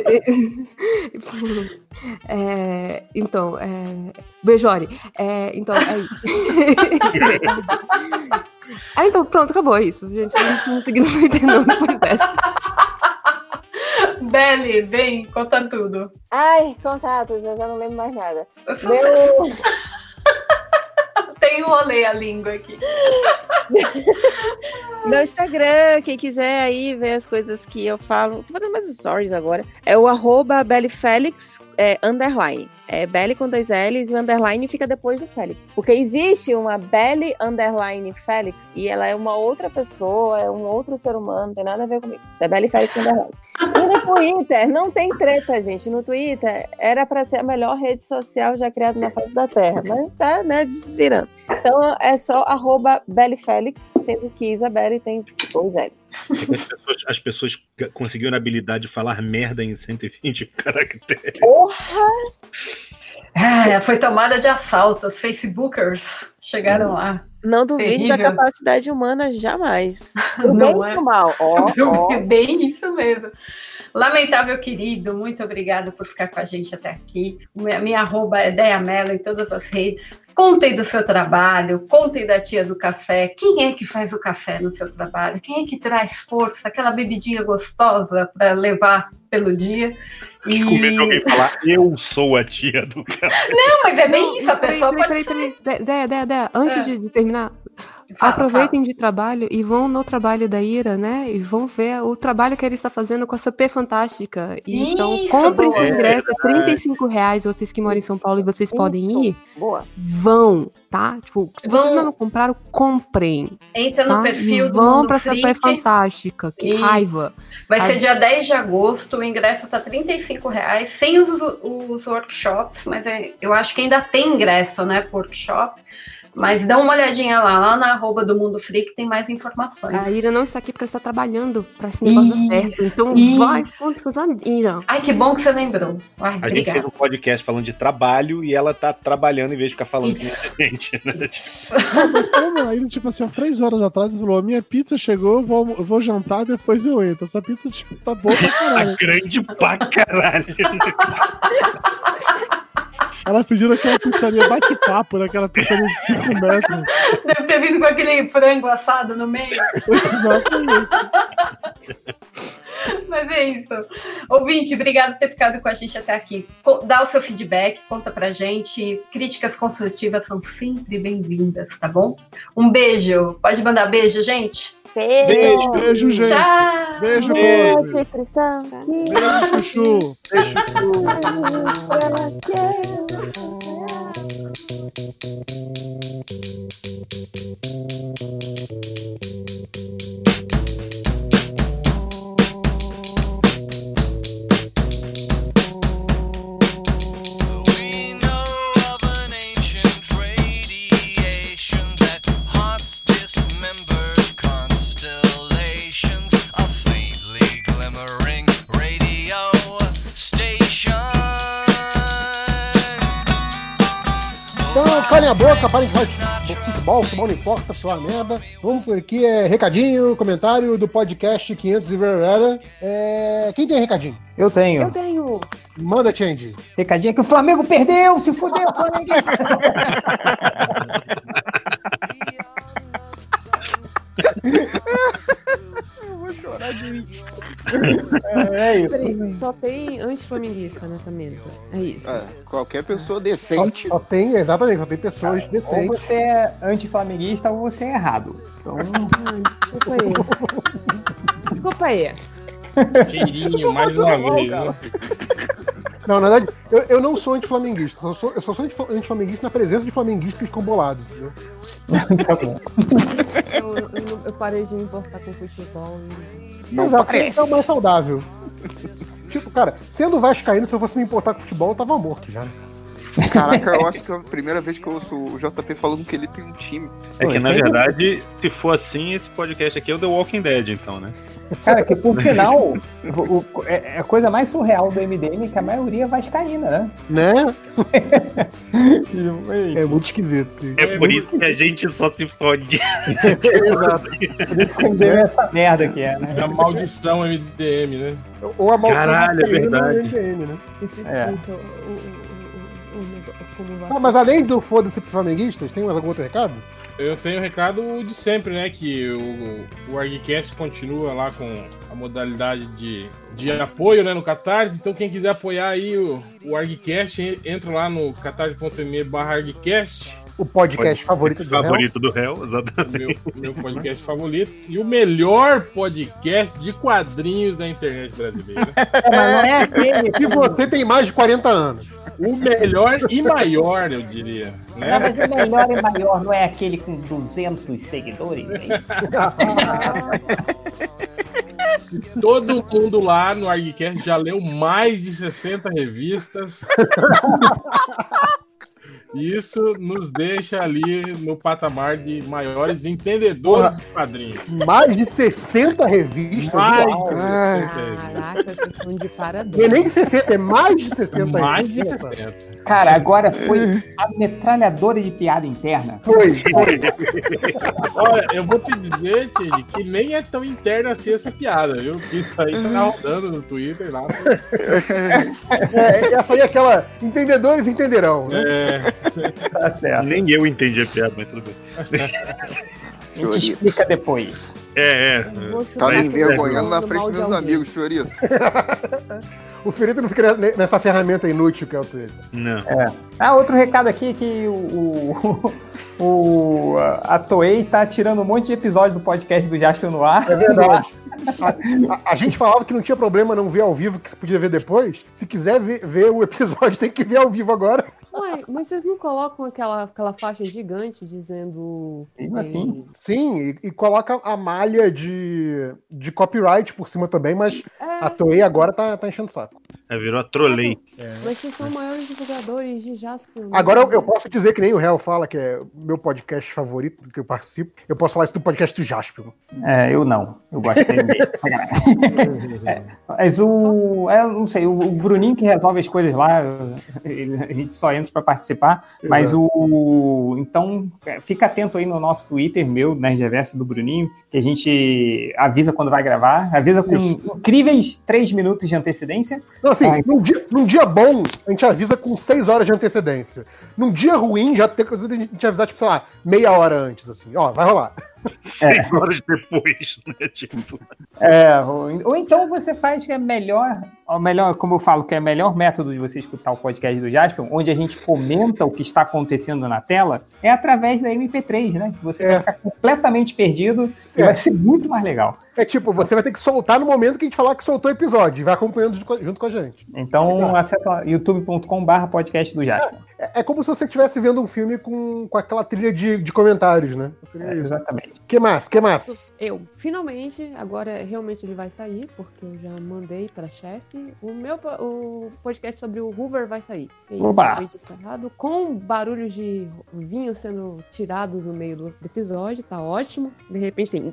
Speaker 17: É, então, é, Bejore. É, então, é isso. Ah, então, pronto, acabou isso, gente. A gente não seguiu no Twitter não depois dessa.
Speaker 19: Beli, vem, conta tudo.
Speaker 16: Ai, contatos, eu já não lembro mais nada.
Speaker 19: Eu
Speaker 16: Meu...
Speaker 19: Tem enrolei a língua aqui.
Speaker 13: Meu Instagram, quem quiser aí ver as coisas que eu falo, tô fazendo mais stories agora, é o arroba bellyfelix, é, underline. É Belly com dois L's e o underline fica depois do Félix. Porque existe uma Belly underline Félix e ela é uma outra pessoa, é um outro ser humano, não tem nada a ver comigo. É Belly Félix underline. E no Twitter, não tem treta, gente. No Twitter era pra ser a melhor rede social já criada na face da Terra, mas tá, né, desvirando. Então é só arroba Belly Félix, sendo que Isabelle tem dois L's.
Speaker 14: As pessoas, as pessoas conseguiram a habilidade de falar merda em cento e vinte caracteres.
Speaker 19: Porra! Ah, foi tomada de assalto. Os Facebookers chegaram lá.
Speaker 13: Não duvide da
Speaker 19: Terrível.
Speaker 13: capacidade humana jamais. Pro
Speaker 19: Não
Speaker 13: bem
Speaker 19: é.
Speaker 13: e pro mal. Ó, ó.
Speaker 19: É bem isso mesmo. Lamentável querido, muito obrigada por ficar com a gente até aqui. Minha, minha arroba é Deia Mello em todas as redes. Contem do seu trabalho, contem da tia do café. Quem é que faz o café no seu trabalho? Quem é que traz força, aquela bebidinha gostosa para levar pelo dia? E...
Speaker 14: Com medo de alguém falar, eu sou a tia do café.
Speaker 19: Não, mas é bem
Speaker 17: Não,
Speaker 19: isso, a
Speaker 17: peraí,
Speaker 19: pessoa
Speaker 17: peraí,
Speaker 19: pode
Speaker 17: peraí,
Speaker 19: ser...
Speaker 17: peraí. Deia, Deia, Deia, antes
Speaker 19: É.
Speaker 17: de, de terminar,
Speaker 19: Fala,
Speaker 17: aproveitem de trabalho e vão no trabalho da Ira, né? E vão ver o trabalho que ele está fazendo com a C P Fantástica. E, então,
Speaker 19: Isso,
Speaker 17: comprem
Speaker 19: boa.
Speaker 17: seu ingresso, é
Speaker 14: É
Speaker 17: trinta e cinco reais, vocês que moram em São Paulo e vocês podem ir,
Speaker 13: Boa.
Speaker 17: vão, tá? Tipo, se vocês
Speaker 19: Vão.
Speaker 17: ainda não compraram, comprem.
Speaker 19: Entra no
Speaker 17: tá?
Speaker 19: perfil
Speaker 17: E
Speaker 19: do
Speaker 17: vão
Speaker 19: Mundo
Speaker 17: pra C P
Speaker 19: Freak.
Speaker 17: Fantástica, que
Speaker 19: Isso.
Speaker 17: raiva.
Speaker 19: Vai
Speaker 17: Ai.
Speaker 19: ser dia dez de agosto, o ingresso tá trinta e cinco reais, sem os, os workshops, mas é- eu acho que ainda tem ingresso, né, pro workshop. Mas dá uma olhadinha lá, lá na arroba do Mundo Freak tem mais informações.
Speaker 17: A Ira não está aqui porque ela está trabalhando pra esse negócio dar certo. Então
Speaker 19: Isso.
Speaker 17: vai, ponto com a Ira.
Speaker 19: Ai, que bom que você lembrou. Ai,
Speaker 14: A gente
Speaker 19: obrigada.
Speaker 14: fez um podcast falando de trabalho e ela tá trabalhando em vez de ficar falando com a gente, né?
Speaker 10: Não, mas como aí, tipo assim, há três horas atrás, ele falou: a minha pizza chegou, eu vou, eu vou jantar, depois eu entro. Essa pizza tipo, tá boa pra
Speaker 14: Tá
Speaker 10: caralho.
Speaker 14: grande pra caralho.
Speaker 10: Ela pediu aquela pizzaria bate-papo, né? Aquela pizzaria de cinco metros.
Speaker 19: Deve ter vindo com aquele frango assado no meio.
Speaker 10: Exatamente.
Speaker 19: Mas é isso. Ouvinte, obrigado por ter ficado com a gente até aqui. Co- Dá o seu feedback, conta pra gente. Críticas construtivas são sempre bem-vindas, tá bom? Um beijo. Pode mandar beijo, gente?
Speaker 10: Beijo, beijo, gente.
Speaker 19: Tchau.
Speaker 10: Beijo,
Speaker 13: Beijo,
Speaker 10: Cosme.
Speaker 13: Cristão.
Speaker 10: Beijo, Chuchu.
Speaker 12: Hearts dismembered constellations, a faintly glimmering radio station.
Speaker 20: Então, calem a boca, parem de falar. futebol, futebol não importa, só uma merda. Vamos por aqui, é recadinho, comentário do podcast quinhentos e Verara. É... Quem tem recadinho?
Speaker 21: Eu tenho.
Speaker 16: Eu tenho.
Speaker 20: Manda, Change.
Speaker 21: Recadinho é que o Flamengo perdeu, se fudeu, Flamengo.
Speaker 6: Eu vou chorar de mim.
Speaker 17: É, é isso. Peraí, só tem anti-flamenguista nessa mesa. É isso.
Speaker 6: É, qualquer pessoa decente.
Speaker 20: Só, só tem, exatamente, só tem pessoas
Speaker 21: Cara,
Speaker 20: decentes.
Speaker 21: ou você é anti-flamenguista ou você é errado. Então...
Speaker 17: Desculpa aí. Desculpa aí.
Speaker 2: Cheirinho, mais uma vez. Né?
Speaker 20: Não, na verdade, eu, eu não sou anti-flamenguista. Eu, sou, eu só sou anti-flamenguista na presença de flamenguistas combolados, entendeu?
Speaker 21: Tá bom.
Speaker 17: Eu, eu, eu parei de me importar com futebol. E...
Speaker 20: Não Exato, parece. É o mais saudável. Tipo, cara, sendo vascaíno, se eu fosse me importar com futebol, eu tava morto já.
Speaker 6: Caraca, eu acho que é a primeira vez que eu ouço o J P falando que ele tem um time.
Speaker 14: É que, na verdade, se for assim, esse podcast aqui é o The Walking Dead, então, né?
Speaker 21: Cara, que por sinal, o, o, é a coisa mais surreal do M D M que a maioria é vascaína, né?
Speaker 20: Né? É muito esquisito, sim.
Speaker 14: É por isso que a gente só se fode.
Speaker 20: Exato.
Speaker 21: Por isso que o M D M é essa merda que é, né?
Speaker 2: É a maldição M D M, né?
Speaker 20: Ou a maldição
Speaker 14: Caralho, é verdade.
Speaker 20: M D M, né?
Speaker 21: É.
Speaker 20: Ah, mas além do foda-se pros flamenguistas, tem mais algum outro recado?
Speaker 2: Eu tenho o recado de sempre, né? Que o, o ArgCast continua lá com a modalidade de, de apoio, né, no Catarse. Então quem quiser apoiar aí o, o ArgCast, entra lá no catarse.me barra ArgCast.
Speaker 20: O podcast favorito do
Speaker 14: favorito réu. do réu, exatamente.
Speaker 2: Meu, meu podcast favorito. E o melhor podcast de quadrinhos da internet brasileira.
Speaker 21: É, mas não é aquele.
Speaker 20: E você tem mais de quarenta anos.
Speaker 2: O melhor e maior, eu diria. Né?
Speaker 21: Não, mas o melhor e maior não é aquele com duzentos seguidores? É
Speaker 2: Todo mundo lá no ArgCast já leu mais de sessenta revistas. Isso nos deixa ali no patamar de maiores entendedores de quadrinhos.
Speaker 20: Mais de sessenta revistas?
Speaker 2: Mais
Speaker 20: Uau.
Speaker 2: de sessenta revistas.
Speaker 17: Caraca, vocês são de parabéns.
Speaker 20: Não é nem sessenta, é mais de sessenta
Speaker 2: Mais de
Speaker 20: revistas.
Speaker 2: sessenta.
Speaker 21: Cara, agora foi a metralhadora de piada interna.
Speaker 20: Foi, foi.
Speaker 2: Olha, eu vou te dizer, Tchê, que nem é tão interna assim essa piada, viu? Isso aí tá rodando no Twitter lá.
Speaker 20: É, essa aí é aquela. Entendedores entenderão, né?
Speaker 2: É.
Speaker 21: Tá certo.
Speaker 14: Nem eu entendi a piada, mas tudo bem.
Speaker 21: A gente explica depois.
Speaker 14: É, é.
Speaker 6: Tá me envergonhando na frente dos meus amigos, Fiorito.
Speaker 20: O Fiorito não fica nessa ferramenta inútil que é o Twitter.
Speaker 14: Não.
Speaker 21: É. Ah, outro recado aqui que o, o, o a Toei tá tirando um monte de episódio do podcast do Jasper no ar.
Speaker 20: É verdade. A, a, a gente falava que não tinha problema não ver ao vivo, que se podia ver depois. Se quiser ver, ver o episódio, tem que ver ao vivo agora.
Speaker 17: Ué, mas vocês não colocam aquela, aquela faixa gigante dizendo...
Speaker 21: Assim?
Speaker 20: Sim, e, e coloca a malha de, de copyright por cima também, mas
Speaker 17: É.
Speaker 20: a Toei agora tá, tá enchendo o saco.
Speaker 14: É, virou a trolei.
Speaker 20: É.
Speaker 17: Mas vocês são maiores divulgadores de Jasper. né?
Speaker 20: Agora eu, eu posso dizer que nem o Real fala, que é o meu podcast favorito, do que eu participo. Eu posso falar isso do podcast do Jasper.
Speaker 21: É, eu não. Eu gosto dele. É, mas o... É, não sei, o, o Bruninho que resolve as coisas lá, ele- a gente só entra pra participar, mas
Speaker 20: Exato.
Speaker 21: o... Então, é, fica atento aí no nosso Twitter, meu, Nerd Reverso do Bruninho, que a gente avisa quando vai gravar, avisa com
Speaker 20: Isso.
Speaker 21: incríveis três minutos de antecedência.
Speaker 20: Não, assim,
Speaker 21: Ah,
Speaker 20: num, dia, num dia bom, a gente avisa com seis horas de antecedência. Num dia ruim, já tem que a gente avisar, tipo, sei lá, meia hora antes, assim. Ó, vai rolar.
Speaker 14: Seis horas depois, né? Tipo.
Speaker 21: É, ou, ou então você faz que é melhor, ou melhor, como eu falo, que é o melhor método de você escutar o podcast do Jasper, onde a gente comenta o que está acontecendo na tela, é através da M P três, né? Que você vai ficar completamente perdido e
Speaker 20: É.
Speaker 21: vai ser muito mais legal.
Speaker 20: É tipo, você vai ter que soltar no momento que a gente falar que soltou o episódio, e vai acompanhando junto- junto com a gente.
Speaker 21: Então, acessa youtube ponto com barra podcast do Jasper.
Speaker 20: É, é como se você estivesse vendo um filme com, com aquela trilha de, de comentários, né? Seria
Speaker 21: É,
Speaker 20: isso.
Speaker 21: exatamente.
Speaker 20: O que mais? Que mais?
Speaker 17: Eu, finalmente, agora realmente ele vai sair, porque eu já mandei pra chefe. O meu po- o podcast sobre o Hoover vai sair. É isso,
Speaker 21: Oba!
Speaker 17: foi editado, com barulhos de vinho sendo tirados no meio do episódio, tá ótimo. De repente tem.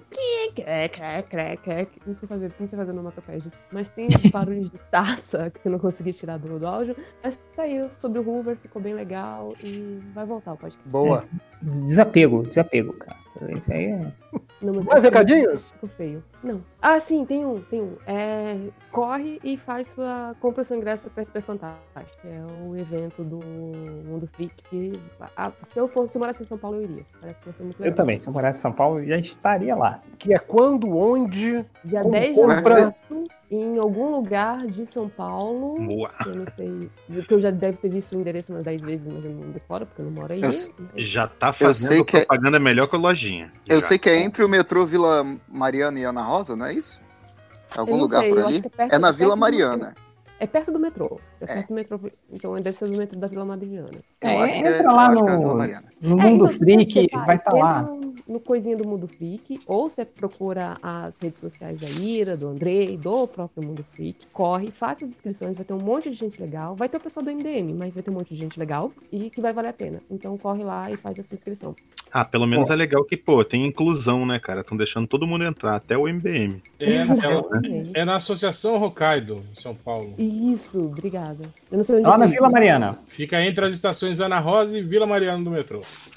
Speaker 17: Não sei fazer, não sei fazer onomatopeia disso. Mas tem barulhos de taça que eu não consegui tirar do, do áudio. Mas saiu sobre o Hoover, ficou bem legal e vai voltar o podcast.
Speaker 20: Boa.
Speaker 21: Desapego, desapego, cara. Isso aí é.
Speaker 17: Não, mas
Speaker 20: Mais
Speaker 17: é
Speaker 20: recadinhos?
Speaker 17: Ficou feio. Não. Ah, sim, tem um, tem um. É, corre e faz sua. Compra seu ingresso pra Super Fantástico. É o evento do Mundo Freak. Que, ah, se eu fosse, se eu morasse em São Paulo, eu iria. Parece que vai ser muito legal.
Speaker 21: Eu também, se eu morasse em São Paulo, eu já estaria lá.
Speaker 20: Que é quando, onde?
Speaker 17: Dia
Speaker 20: como
Speaker 17: dez de
Speaker 20: compra?
Speaker 17: agosto, em algum lugar de São Paulo.
Speaker 14: Boa.
Speaker 17: Eu não sei. Porque eu já deve ter visto o endereço umas dez vezes, mas eu não decoro, porque eu não moro aí.
Speaker 6: Eu-
Speaker 14: Já tá
Speaker 6: Eu
Speaker 14: fazendo
Speaker 6: sei que é-
Speaker 14: propaganda melhor que a lojinha.
Speaker 6: Eu
Speaker 14: Já.
Speaker 6: sei que é entre o metrô Vila Mariana e Ana Rosa, não é isso? Algum
Speaker 17: Eu não
Speaker 6: lugar
Speaker 17: sei,
Speaker 6: por
Speaker 17: eu
Speaker 6: ali?
Speaker 17: acho que é perto-
Speaker 6: É na
Speaker 17: é
Speaker 6: Vila
Speaker 17: perto do-
Speaker 6: Mariana.
Speaker 17: É perto do metrô. É perto do metrô. Então deve ser do metrô da Vila Madriana.
Speaker 6: Eu
Speaker 21: É,
Speaker 6: acho que
Speaker 21: entra
Speaker 6: é-
Speaker 21: lá
Speaker 6: eu acho que é a
Speaker 21: no-
Speaker 6: Vila Mariana.
Speaker 21: No
Speaker 17: É,
Speaker 21: Mundo
Speaker 17: então,
Speaker 21: Freak,
Speaker 17: você
Speaker 21: vai estar
Speaker 17: entra
Speaker 21: lá.
Speaker 17: No, no coisinha do Mundo Freak, ou você procura as redes sociais da Ira, do Andrei, do próprio Mundo Freak, corre, faça as inscrições, vai ter um monte de gente legal, vai ter o pessoal do M D M, mas vai ter um monte de gente legal e que vai valer a pena. Então corre lá e faz a sua inscrição.
Speaker 14: Ah, pelo menos é legal que, pô, tem inclusão, né, cara? Estão deixando todo mundo entrar, até o M D M.
Speaker 2: É, naquela- é na Associação Hokkaido, em São Paulo.
Speaker 17: Isso, obrigada. Eu não sei onde
Speaker 21: Lá na
Speaker 17: fica.
Speaker 21: Vila Mariana.
Speaker 2: Fica entre as estações Ana Rosa e Vila Mariana do metrô.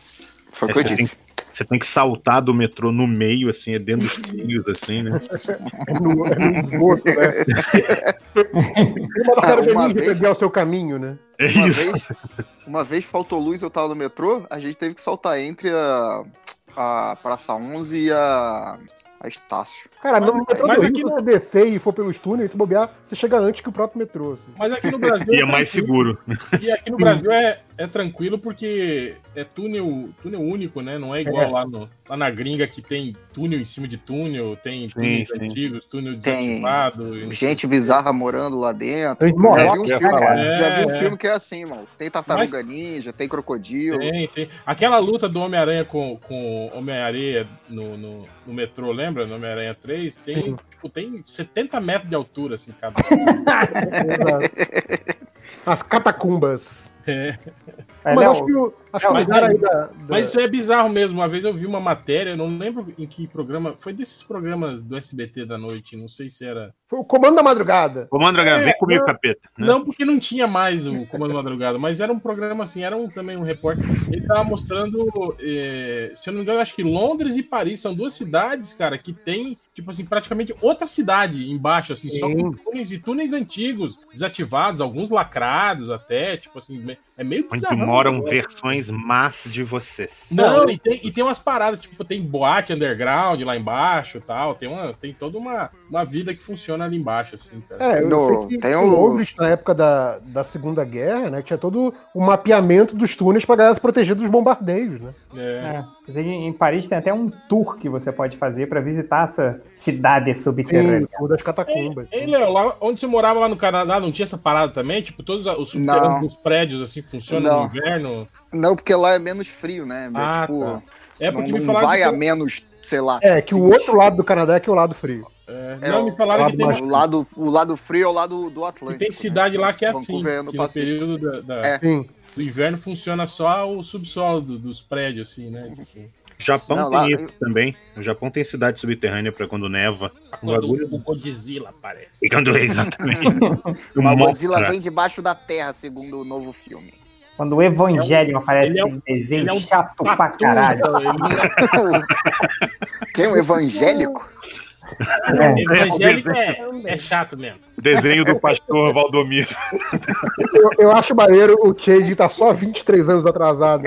Speaker 6: Foi
Speaker 14: É,
Speaker 6: o que eu
Speaker 14: você
Speaker 6: disse.
Speaker 14: Tem, você tem que saltar do metrô no meio, assim, é dentro dos trilhos, assim, né?
Speaker 20: É no, é no esgoto, né? Uma da
Speaker 6: Ah,
Speaker 20: cara
Speaker 6: uma
Speaker 20: de
Speaker 6: vez-
Speaker 20: desviar o seu caminho, né?
Speaker 14: É
Speaker 6: Uma
Speaker 14: isso.
Speaker 6: vez, uma vez faltou luz, eu tava no metrô, a gente teve que saltar entre a, a Praça onze e a, a Estácio.
Speaker 20: Cara, no
Speaker 2: Mas-
Speaker 20: metrô
Speaker 2: mas
Speaker 20: do Rio,
Speaker 2: aqui
Speaker 20: se
Speaker 2: no-
Speaker 20: você descer e for pelos túneis, se bobear, você chega antes que o próprio metrô. Assim.
Speaker 2: Mas aqui no Brasil.
Speaker 14: E é mais seguro.
Speaker 2: E aqui no Brasil é, é tranquilo porque é túnel, túnel único, né? Não é igual
Speaker 20: É.
Speaker 2: lá, no, lá na gringa que tem túnel em cima de túnel, tem túneis
Speaker 14: sim.
Speaker 2: antigos, túnel
Speaker 6: Tem
Speaker 2: desativado. e não sei
Speaker 6: gente bizarra morando lá dentro.
Speaker 21: Os
Speaker 6: Já vi,
Speaker 21: Morlocks,
Speaker 6: um
Speaker 21: eu ia
Speaker 6: filme,
Speaker 21: falar.
Speaker 6: já vi um
Speaker 2: É,
Speaker 6: filme que é assim, mano. Tem tartaruga ninja, tem crocodilo.
Speaker 2: Tem, tem. Aquela luta do Homem-Aranha com, com Homem-Areia no, no, no metrô, lembra? No Homem-Aranha três, tem,
Speaker 20: Sim.
Speaker 2: tipo, tem setenta metros de altura, assim, cada.
Speaker 20: As catacumbas.
Speaker 2: É.
Speaker 21: É,
Speaker 20: Mas
Speaker 21: Léo,
Speaker 20: acho que o, acho que o
Speaker 2: Mas,
Speaker 20: lugar
Speaker 2: é-
Speaker 20: aí da, da-
Speaker 2: mas isso é bizarro mesmo. Uma vez eu vi uma matéria, eu não lembro em que programa. Foi desses programas do S B T da noite, não sei se era.
Speaker 20: Foi o Comando da Madrugada.
Speaker 14: Comando H, vem
Speaker 2: É,
Speaker 14: comigo,
Speaker 2: não.
Speaker 14: capeta. Né?
Speaker 2: Não, porque não tinha mais o Comando Madrugada, mas era um programa assim, era um, também um repórter. Ele tava mostrando, eh, se eu não me engano, acho que Londres e Paris são duas cidades, cara, que tem, tipo assim, praticamente outra cidade embaixo, assim, só com túneis e túneis antigos, desativados, alguns lacrados até, tipo assim, me- é meio
Speaker 14: Onde
Speaker 2: bizarro.
Speaker 14: moram versões más de você.
Speaker 2: Não, e tem, e tem umas paradas, tipo, tem boate underground lá embaixo e tal, tem, uma, tem toda uma, uma vida que funciona ali embaixo, assim, cara.
Speaker 20: É, eu
Speaker 6: No-
Speaker 20: sei que
Speaker 6: tem
Speaker 20: em
Speaker 6: o-
Speaker 20: Londres, na época da, da Segunda Guerra, né, tinha todo o mapeamento dos túneis pra galera se proteger dos bombardeios, né?
Speaker 2: É.
Speaker 21: É, em Paris tem até um tour que você pode fazer para visitar essa cidade subterrânea.
Speaker 20: Sim, o das catacumbas.
Speaker 2: Ei, Léo, lá onde você morava lá no Canadá, não tinha essa parada também? Tipo, todos os subterrâneos
Speaker 6: Não.
Speaker 2: dos prédios, assim, funcionam
Speaker 6: Não.
Speaker 2: no inverno?
Speaker 6: Não, porque lá é menos frio, né? É,
Speaker 2: Ah,
Speaker 6: tipo,
Speaker 2: tá. É porque
Speaker 6: não,
Speaker 2: me
Speaker 6: não
Speaker 2: falaram
Speaker 6: vai
Speaker 2: que
Speaker 6: a
Speaker 2: tem-
Speaker 6: menos, sei lá.
Speaker 20: É, que o outro lado do Canadá é que é o lado frio.
Speaker 2: É,
Speaker 6: É,
Speaker 2: não, me falaram
Speaker 20: o
Speaker 2: que tem,
Speaker 20: lado
Speaker 6: O lado, o lado frio é o lado do
Speaker 2: que
Speaker 6: Atlântico.
Speaker 2: tem cidade lá que é assim,
Speaker 6: Vancouver é no
Speaker 2: que no
Speaker 6: Pacífico.
Speaker 2: período da, da-
Speaker 6: É.
Speaker 20: Sim.
Speaker 2: do inverno funciona só o subsolo do- dos prédios, assim, né? Tipo,
Speaker 14: Japão
Speaker 6: Não,
Speaker 14: tem
Speaker 6: lá-
Speaker 14: isso também. O Japão tem cidade subterrânea pra quando neva. Um
Speaker 2: quando
Speaker 14: bagulho.
Speaker 2: o Godzilla aparece.
Speaker 14: E quando exatamente.
Speaker 6: O
Speaker 14: Uma
Speaker 6: Godzilla
Speaker 14: mostra.
Speaker 6: vem debaixo da terra, segundo o novo filme.
Speaker 21: Quando o Evangelho aparece
Speaker 2: ele é um-
Speaker 21: com desenho
Speaker 2: ele é um
Speaker 21: chato pra
Speaker 2: Tatu,
Speaker 21: caralho.
Speaker 2: então, ele-
Speaker 6: Quem? Um evangélico?
Speaker 21: É.
Speaker 2: Evangélico é, é chato mesmo.
Speaker 14: Desenho do pastor Valdomiro.
Speaker 20: Eu, eu acho maneiro o Change tá só vinte e três anos atrasado.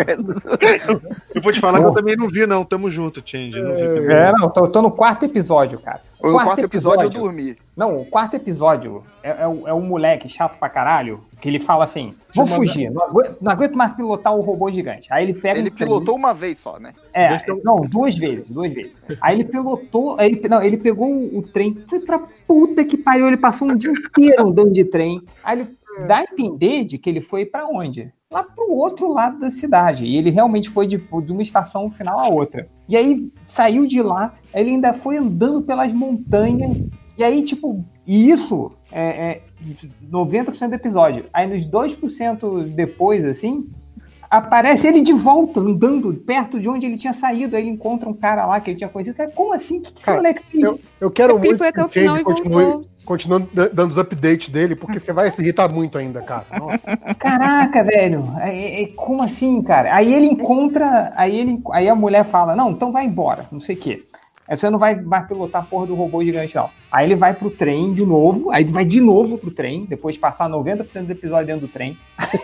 Speaker 14: Eu vou te falar que eu também não vi, não. Tamo junto, Change. Não vi também.
Speaker 21: É, não, tô, tô no quarto episódio, cara.
Speaker 6: No quarto episódio eu dormi.
Speaker 21: Não, o quarto episódio é, é, o, é o moleque chato pra caralho, que ele fala assim, vou
Speaker 2: Chama-
Speaker 21: fugir, não aguento, não aguento mais pilotar o robô gigante. Aí ele pega
Speaker 6: Ele
Speaker 21: um
Speaker 6: pilotou uma vez só, né?
Speaker 21: É, não, duas vezes, duas vezes. Aí ele pilotou, aí ele, não, ele pegou o, o trem, foi pra puta que pariu, ele passou um dia inteiro andando de trem. Aí ele dá a entender de que ele foi pra onde? lá pro outro lado da cidade. E ele realmente foi de, de uma estação final a outra. E aí saiu de lá, ele ainda foi andando pelas montanhas. E aí, tipo, e isso é, é noventa por cento do episódio. Aí nos dois por cento depois, assim, aparece ele de volta, andando perto de onde ele tinha saído. Aí ele encontra um cara lá que ele tinha conhecido. Cara, como assim? O que, que esse moleque fez?
Speaker 20: Eu, eu quero
Speaker 21: Ele
Speaker 20: muito
Speaker 21: foi até o
Speaker 20: que o
Speaker 21: final
Speaker 20: Change
Speaker 21: e
Speaker 20: continue,
Speaker 21: voltou.
Speaker 20: continue dando os updates dele, porque você vai se irritar muito ainda, cara. Nossa.
Speaker 21: Caraca, velho. É, é, como assim, cara? Aí ele encontra. Aí, ele, aí a mulher fala: não, então vai embora, não sei o quê. Aí você não vai mais pilotar a porra do robô gigante, não. Aí ele vai pro trem de novo, aí ele vai de novo pro trem, depois de passar noventa por cento do episódio dentro do trem.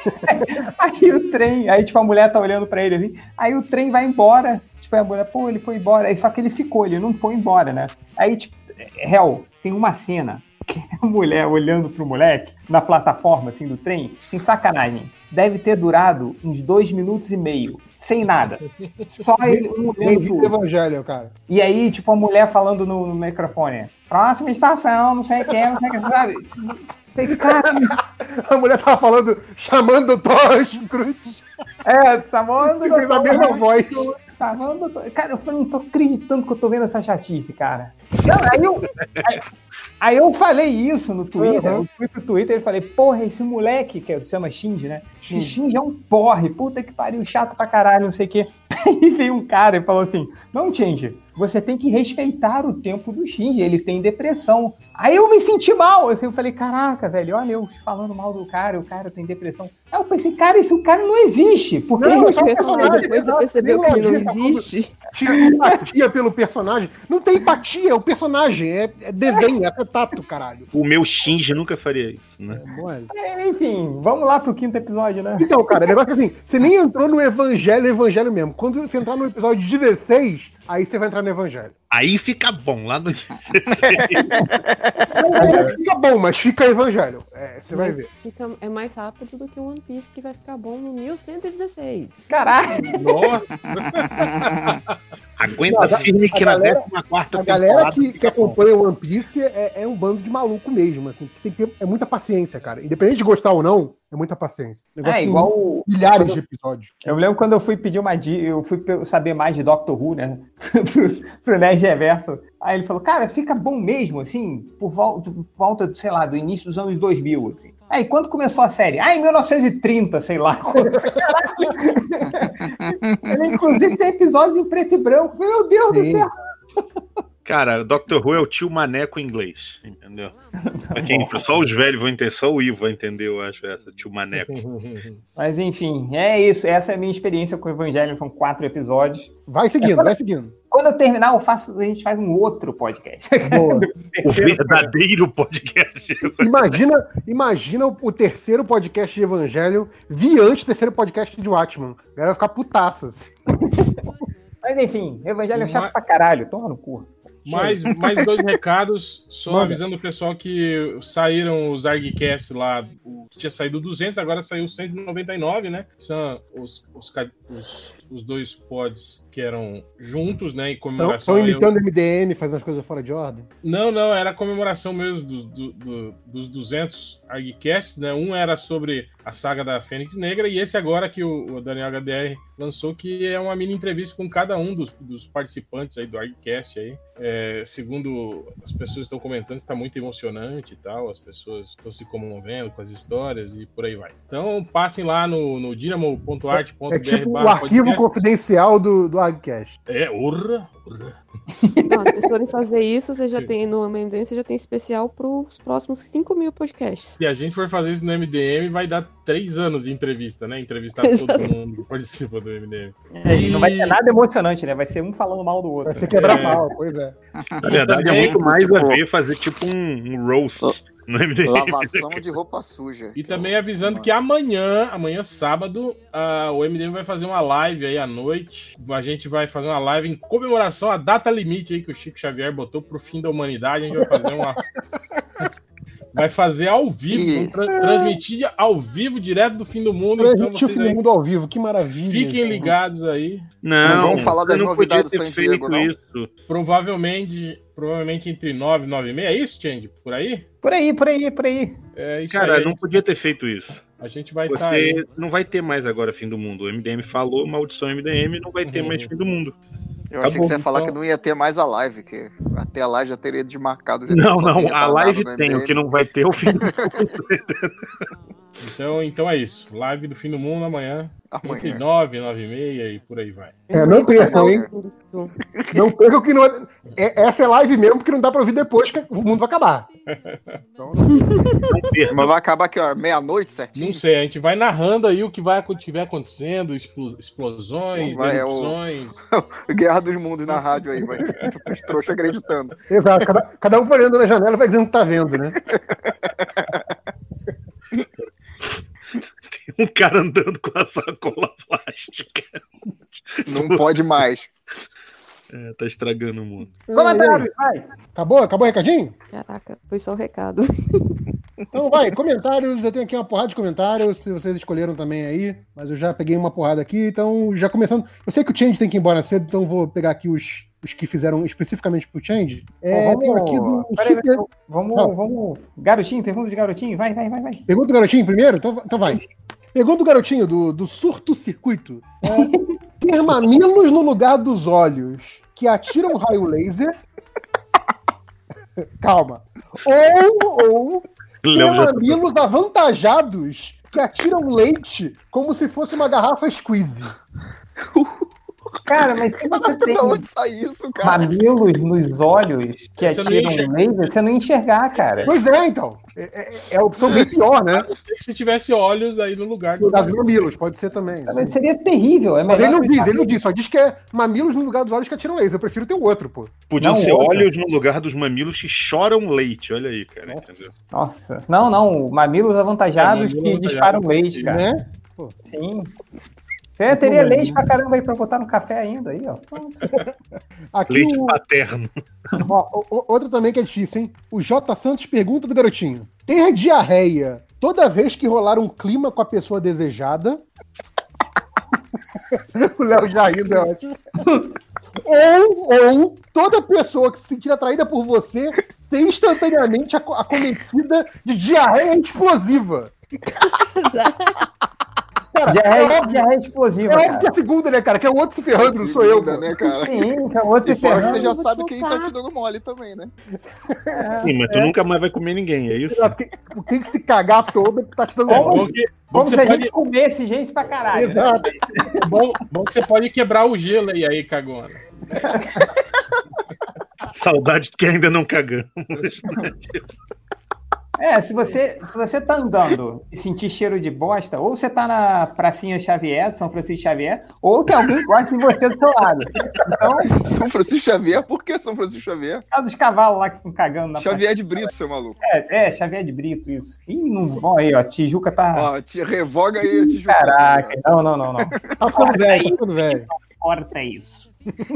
Speaker 21: Aí o trem, aí tipo a mulher tá olhando pra ele assim, aí o trem vai embora, tipo a mulher, pô, ele foi embora, aí só que ele ficou, ele não foi embora, né? Aí tipo, hell, tem uma cena que é a mulher olhando pro moleque na plataforma assim do trem, sem sacanagem, deve ter durado uns dois minutos e meio. Sem nada. Só ele um
Speaker 20: olhando pro evangelho, cara.
Speaker 21: E aí, tipo, a mulher falando no, no microfone: próxima estação, não sei o que, não sei o que, sabe? Tipo, cara,
Speaker 20: a mulher tava falando, chamando o Thor Cruz.
Speaker 21: É, chamando
Speaker 20: o a mesma voz.
Speaker 21: Chamando, cara, eu não tô acreditando que eu tô vendo essa chatice, cara. Não, aí eu. Aí, aí eu falei isso no Twitter, uhum. Eu fui pro Twitter e falei, porra, esse moleque, que se chama Shinji, né? Esse Shinji é um porre, puta que pariu, chato pra caralho, não sei o quê. Aí veio um cara e falou assim, não, Shinji, você tem que respeitar o tempo do Shinji, ele tem depressão. Aí eu me senti mal, assim, eu falei, caraca, velho, olha eu falando mal do cara, o cara tem depressão. Aí eu pensei, cara, esse cara não existe, porque
Speaker 17: não,
Speaker 20: ele
Speaker 17: é só um personagem. Depois você percebeu que ele não existe.
Speaker 20: Tinha empatia pelo personagem. Não tem empatia, é o personagem, é, é desenho, é tato, caralho.
Speaker 14: O meu Shinji nunca faria isso, né?
Speaker 21: É, enfim, vamos lá pro quinto episódio, né?
Speaker 20: Então, cara, o negócio é assim, você nem entrou no evangelho, evangelho mesmo. Quando você entrar no episódio dezesseis, aí você vai entrar no evangelho.
Speaker 14: Aí fica bom, lá no dezesseis.
Speaker 20: Aí fica bom, mas fica evangelho. É, você vai ver.
Speaker 17: Fica, é mais rápido do que o One Piece, que vai ficar bom no mil cento e dezesseis.
Speaker 21: Caralho!
Speaker 14: Nossa! Aguenta
Speaker 20: Não,
Speaker 14: firme que na décima quarta temporada...
Speaker 20: A galera que, que acompanha o One Piece é, é um bando de maluco mesmo, assim, que tem que ter é muita paciência, cara. Independente de gostar ou não, é muita paciência. O negócio
Speaker 21: É
Speaker 20: tem
Speaker 21: igual
Speaker 20: milhares de episódios.
Speaker 21: Eu lembro quando eu fui pedir uma dica, eu fui saber mais de Doctor Who, né? pro, pro Nerd Reverso. Aí ele falou, cara, fica bom mesmo, assim, por volta, por volta, sei lá, do início dos anos dois mil, assim. Aí, quando começou a série? Ah, em mil novecentos e trinta, sei lá. Ele, inclusive, tem episódios em preto e branco. Meu Deus Sim. do céu!
Speaker 14: Cara, o Doctor Who é o tio Maneco em inglês, entendeu? Quem, só os velhos vão entender, só o Ivo vai entender, eu acho, essa, tio Maneco.
Speaker 21: Mas, enfim, é isso. Essa é a minha experiência com o Evangelho. São quatro episódios.
Speaker 20: Vai seguindo,
Speaker 21: é quando,
Speaker 20: vai seguindo.
Speaker 21: Quando eu terminar, eu faço, a gente faz um outro podcast.
Speaker 14: O verdadeiro podcast.
Speaker 20: Imagina, imagina o, o terceiro podcast de Evangelho vi antes do terceiro podcast de Watchmen. A galera vai ficar putaças.
Speaker 21: Mas, enfim, Evangelho é chato Mas... pra caralho. Toma no cu.
Speaker 2: Mais, mais dois recados, só Manda. avisando o pessoal que saíram os ArgCast lá, o que tinha saído duzentos, agora saiu cento e noventa e nove, né? São os, os, os, os dois pods que eram juntos, né, em comemoração...
Speaker 20: Estão imitando eu... M D M, fazendo as coisas fora de ordem?
Speaker 2: Não, não, era a comemoração mesmo dos, do, do, dos duzentos ArgCasts, né? Um era sobre a saga da Fênix Negra e esse agora que o, o Daniel H D R lançou, que é uma mini entrevista com cada um dos, dos participantes aí do ArgCast aí. É, segundo as pessoas estão comentando, está muito emocionante e tal, as pessoas estão se comovendo com as histórias e por aí vai. Então passem lá no, no dinamo ponto art ponto b r.
Speaker 20: É tipo o arquivo podcast. Confidencial do, do ArgCast.
Speaker 2: É, urra, urra.
Speaker 17: Não, se vocês forem fazer isso, você já tem no M D M, você já tem especial para os próximos cinco mil podcasts.
Speaker 2: Se a gente for fazer isso no M D M, vai dar três anos de entrevista, né? Entrevistar todo mundo que participa do M D M.
Speaker 21: É, e não vai ter nada emocionante, né? Vai ser um falando mal do outro.
Speaker 20: Vai ser quebrar mal, pois é.
Speaker 14: Na verdade, é muito mais a ver fazer tipo um, um roast no M D M.
Speaker 6: Lavação de roupa suja.
Speaker 2: E também avisando que amanhã, amanhã sábado, uh, o M D M vai fazer uma live aí à noite. A gente vai fazer uma live em comemoração à data limite aí que o Chico Xavier botou pro fim da humanidade. A gente vai fazer uma... Vai fazer ao vivo, tra transmitir ao vivo, direto do fim do mundo.
Speaker 20: Transmitir então, o fim aí... do mundo ao vivo, que maravilha.
Speaker 2: Fiquem então. ligados aí.
Speaker 6: Não, não vamos falar das novidades do San Diego, não?
Speaker 2: Isso. Provavelmente, provavelmente entre nove e nove e meia, é isso, Change? Por aí?
Speaker 21: Por aí, por aí, por aí.
Speaker 14: É isso Cara, aí. Não podia ter feito isso.
Speaker 2: A gente vai
Speaker 14: Você
Speaker 2: estar aí.
Speaker 14: não vai ter mais agora Fim do Mundo. O M D M falou, maldição M D M, não vai ter mais Fim do Mundo.
Speaker 6: Eu achei
Speaker 14: Acabou.
Speaker 6: que você ia falar
Speaker 14: Então-
Speaker 6: que não ia ter mais a live, que até a live já teria desmarcado.
Speaker 14: Não, não, a live tem, o que não vai ter é o Fim do Mundo.
Speaker 2: Então, então é isso. Live do Fim do Mundo amanhã.
Speaker 6: Amanhã.
Speaker 2: Entre nove, nove e meia e por aí vai.
Speaker 20: É, não percam, hein? Não percam que não é... é- essa é live mesmo, porque não dá pra ouvir depois que o mundo vai acabar.
Speaker 6: Mas vai acabar que hora? Meia-noite, certinho?
Speaker 2: Não sei, a gente vai narrando aí o que vai estiver acontecendo, explo- explosões,
Speaker 6: Vai, é o-
Speaker 2: erupções.
Speaker 6: Guerra dos Mundos na rádio aí, vai. Os trouxas acreditando.
Speaker 20: Exato, cada, cada um vai olhando na janela e vai dizendo que tá vendo, né?
Speaker 14: Um cara andando com a sacola plástica.
Speaker 6: Não pode mais.
Speaker 14: É, tá estragando o mundo.
Speaker 20: Comentários, vai! Acabou? Acabou o recadinho?
Speaker 17: Caraca, foi só o recado.
Speaker 20: Então vai, comentários. Eu tenho aqui uma porrada de comentários, se vocês escolheram também aí, mas eu já peguei uma porrada aqui, então já começando. Eu sei que o Change tem que ir embora cedo, então vou pegar aqui os, os que fizeram especificamente pro Change. É,
Speaker 21: Ó,
Speaker 20: tenho aqui do
Speaker 21: peraí,
Speaker 20: Super...
Speaker 21: Vamos,
Speaker 20: Não.
Speaker 21: vamos. Garotinho, pergunta de garotinho. Vai, vai, vai, vai.
Speaker 20: Pergunta do garotinho primeiro? Então, então vai. Pergunta do garotinho, do, do surto-circuito. É, ter mamilos no lugar dos olhos que atiram raio laser. Calma. Ou, ou ter
Speaker 14: Léo já tá-
Speaker 20: mamilos avantajados que atiram leite como se fosse uma garrafa squeeze.
Speaker 21: Cara, mas se você tem
Speaker 6: Da onde sai isso, cara?
Speaker 21: mamilos nos olhos que
Speaker 2: Você não
Speaker 21: atiram
Speaker 2: enxerga.
Speaker 21: laser, você não ia enxergar, cara.
Speaker 20: Pois é, então. É, é- é a opção bem pior, né?
Speaker 2: A não ser que se tivesse olhos aí no lugar
Speaker 20: No lugar dos mamilos, pode ser também.
Speaker 21: Mas
Speaker 20: sim.
Speaker 21: seria terrível. É
Speaker 20: Mas
Speaker 21: melhor
Speaker 20: ele não
Speaker 21: ter
Speaker 20: diz, ele não
Speaker 21: mamilos.
Speaker 20: diz, só diz que é mamilos no lugar dos olhos que atiram laser. Eu prefiro ter o outro, pô.
Speaker 14: Podiam
Speaker 21: Não,
Speaker 14: ser
Speaker 21: outra.
Speaker 14: olhos no lugar dos mamilos que choram leite. Olha aí, cara. Entendeu?
Speaker 21: Nossa. Não, não. Mamilos avantajados
Speaker 2: É, mamilo
Speaker 21: que
Speaker 2: avantajado.
Speaker 21: disparam leite, cara.
Speaker 20: Né?
Speaker 21: Sim. Você teria leite pra caramba aí pra botar no café ainda aí, ó.
Speaker 20: Aqui
Speaker 14: Leite
Speaker 20: o,
Speaker 14: paterno.
Speaker 20: ó, o- o- outra também que é difícil, hein? O J. Santos pergunta do garotinho. Ter diarreia toda vez que rolar um clima com a pessoa desejada? O Léo já rindo, é ótimo. Ou, ou toda pessoa que se sentir atraída por você ser instantaneamente aco- acometida de diarreia explosiva. Cara,
Speaker 21: Diarreia,
Speaker 20: é óbvio,
Speaker 21: diarreia explosiva,
Speaker 20: é óbvio
Speaker 21: cara.
Speaker 20: que é a segunda, né, cara? Que é o outro se ferrando, não sou eu.
Speaker 6: Segunda,
Speaker 20: Pô.
Speaker 6: né, cara?
Speaker 21: Sim, que é o outro
Speaker 6: E
Speaker 21: se
Speaker 6: fora que
Speaker 21: ferrando.
Speaker 6: você já
Speaker 16: vou
Speaker 6: sabe quem tá
Speaker 16: soltar.
Speaker 6: te dando mole também, né?
Speaker 14: Sim, mas tu nunca mais vai comer ninguém, é isso?
Speaker 20: Tem, tem que se cagar todo que tá te dando
Speaker 21: Como,
Speaker 20: mole.
Speaker 2: Bom que, bom
Speaker 21: como
Speaker 2: que
Speaker 21: se
Speaker 2: você
Speaker 21: a
Speaker 2: pode,
Speaker 21: gente comesse gente pra caralho. né?
Speaker 20: Exato.
Speaker 2: bom, bom que você pode quebrar o gelo aí, aí cagona.
Speaker 14: Saudade que ainda não cagamos.
Speaker 21: É, se você, se você tá andando e sentir cheiro de bosta, ou você tá na pracinha Xavier, São Francisco Xavier, ou que alguém gosta de você do seu lado. Então,
Speaker 6: São Francisco Xavier? Por que São Francisco Xavier?
Speaker 21: é dos cavalos lá que ficam cagando na
Speaker 6: Xavier de Brito, seu maluco.
Speaker 21: pracinha. É, é, Xavier de Brito, isso. Ih, não bom aí, ó, Tijuca tá...
Speaker 6: Ó, te revoga aí a Tijuca.
Speaker 21: Caraca, não, não, não, não.
Speaker 20: Tá ficando velho, tá ficando velho.
Speaker 21: Corta isso.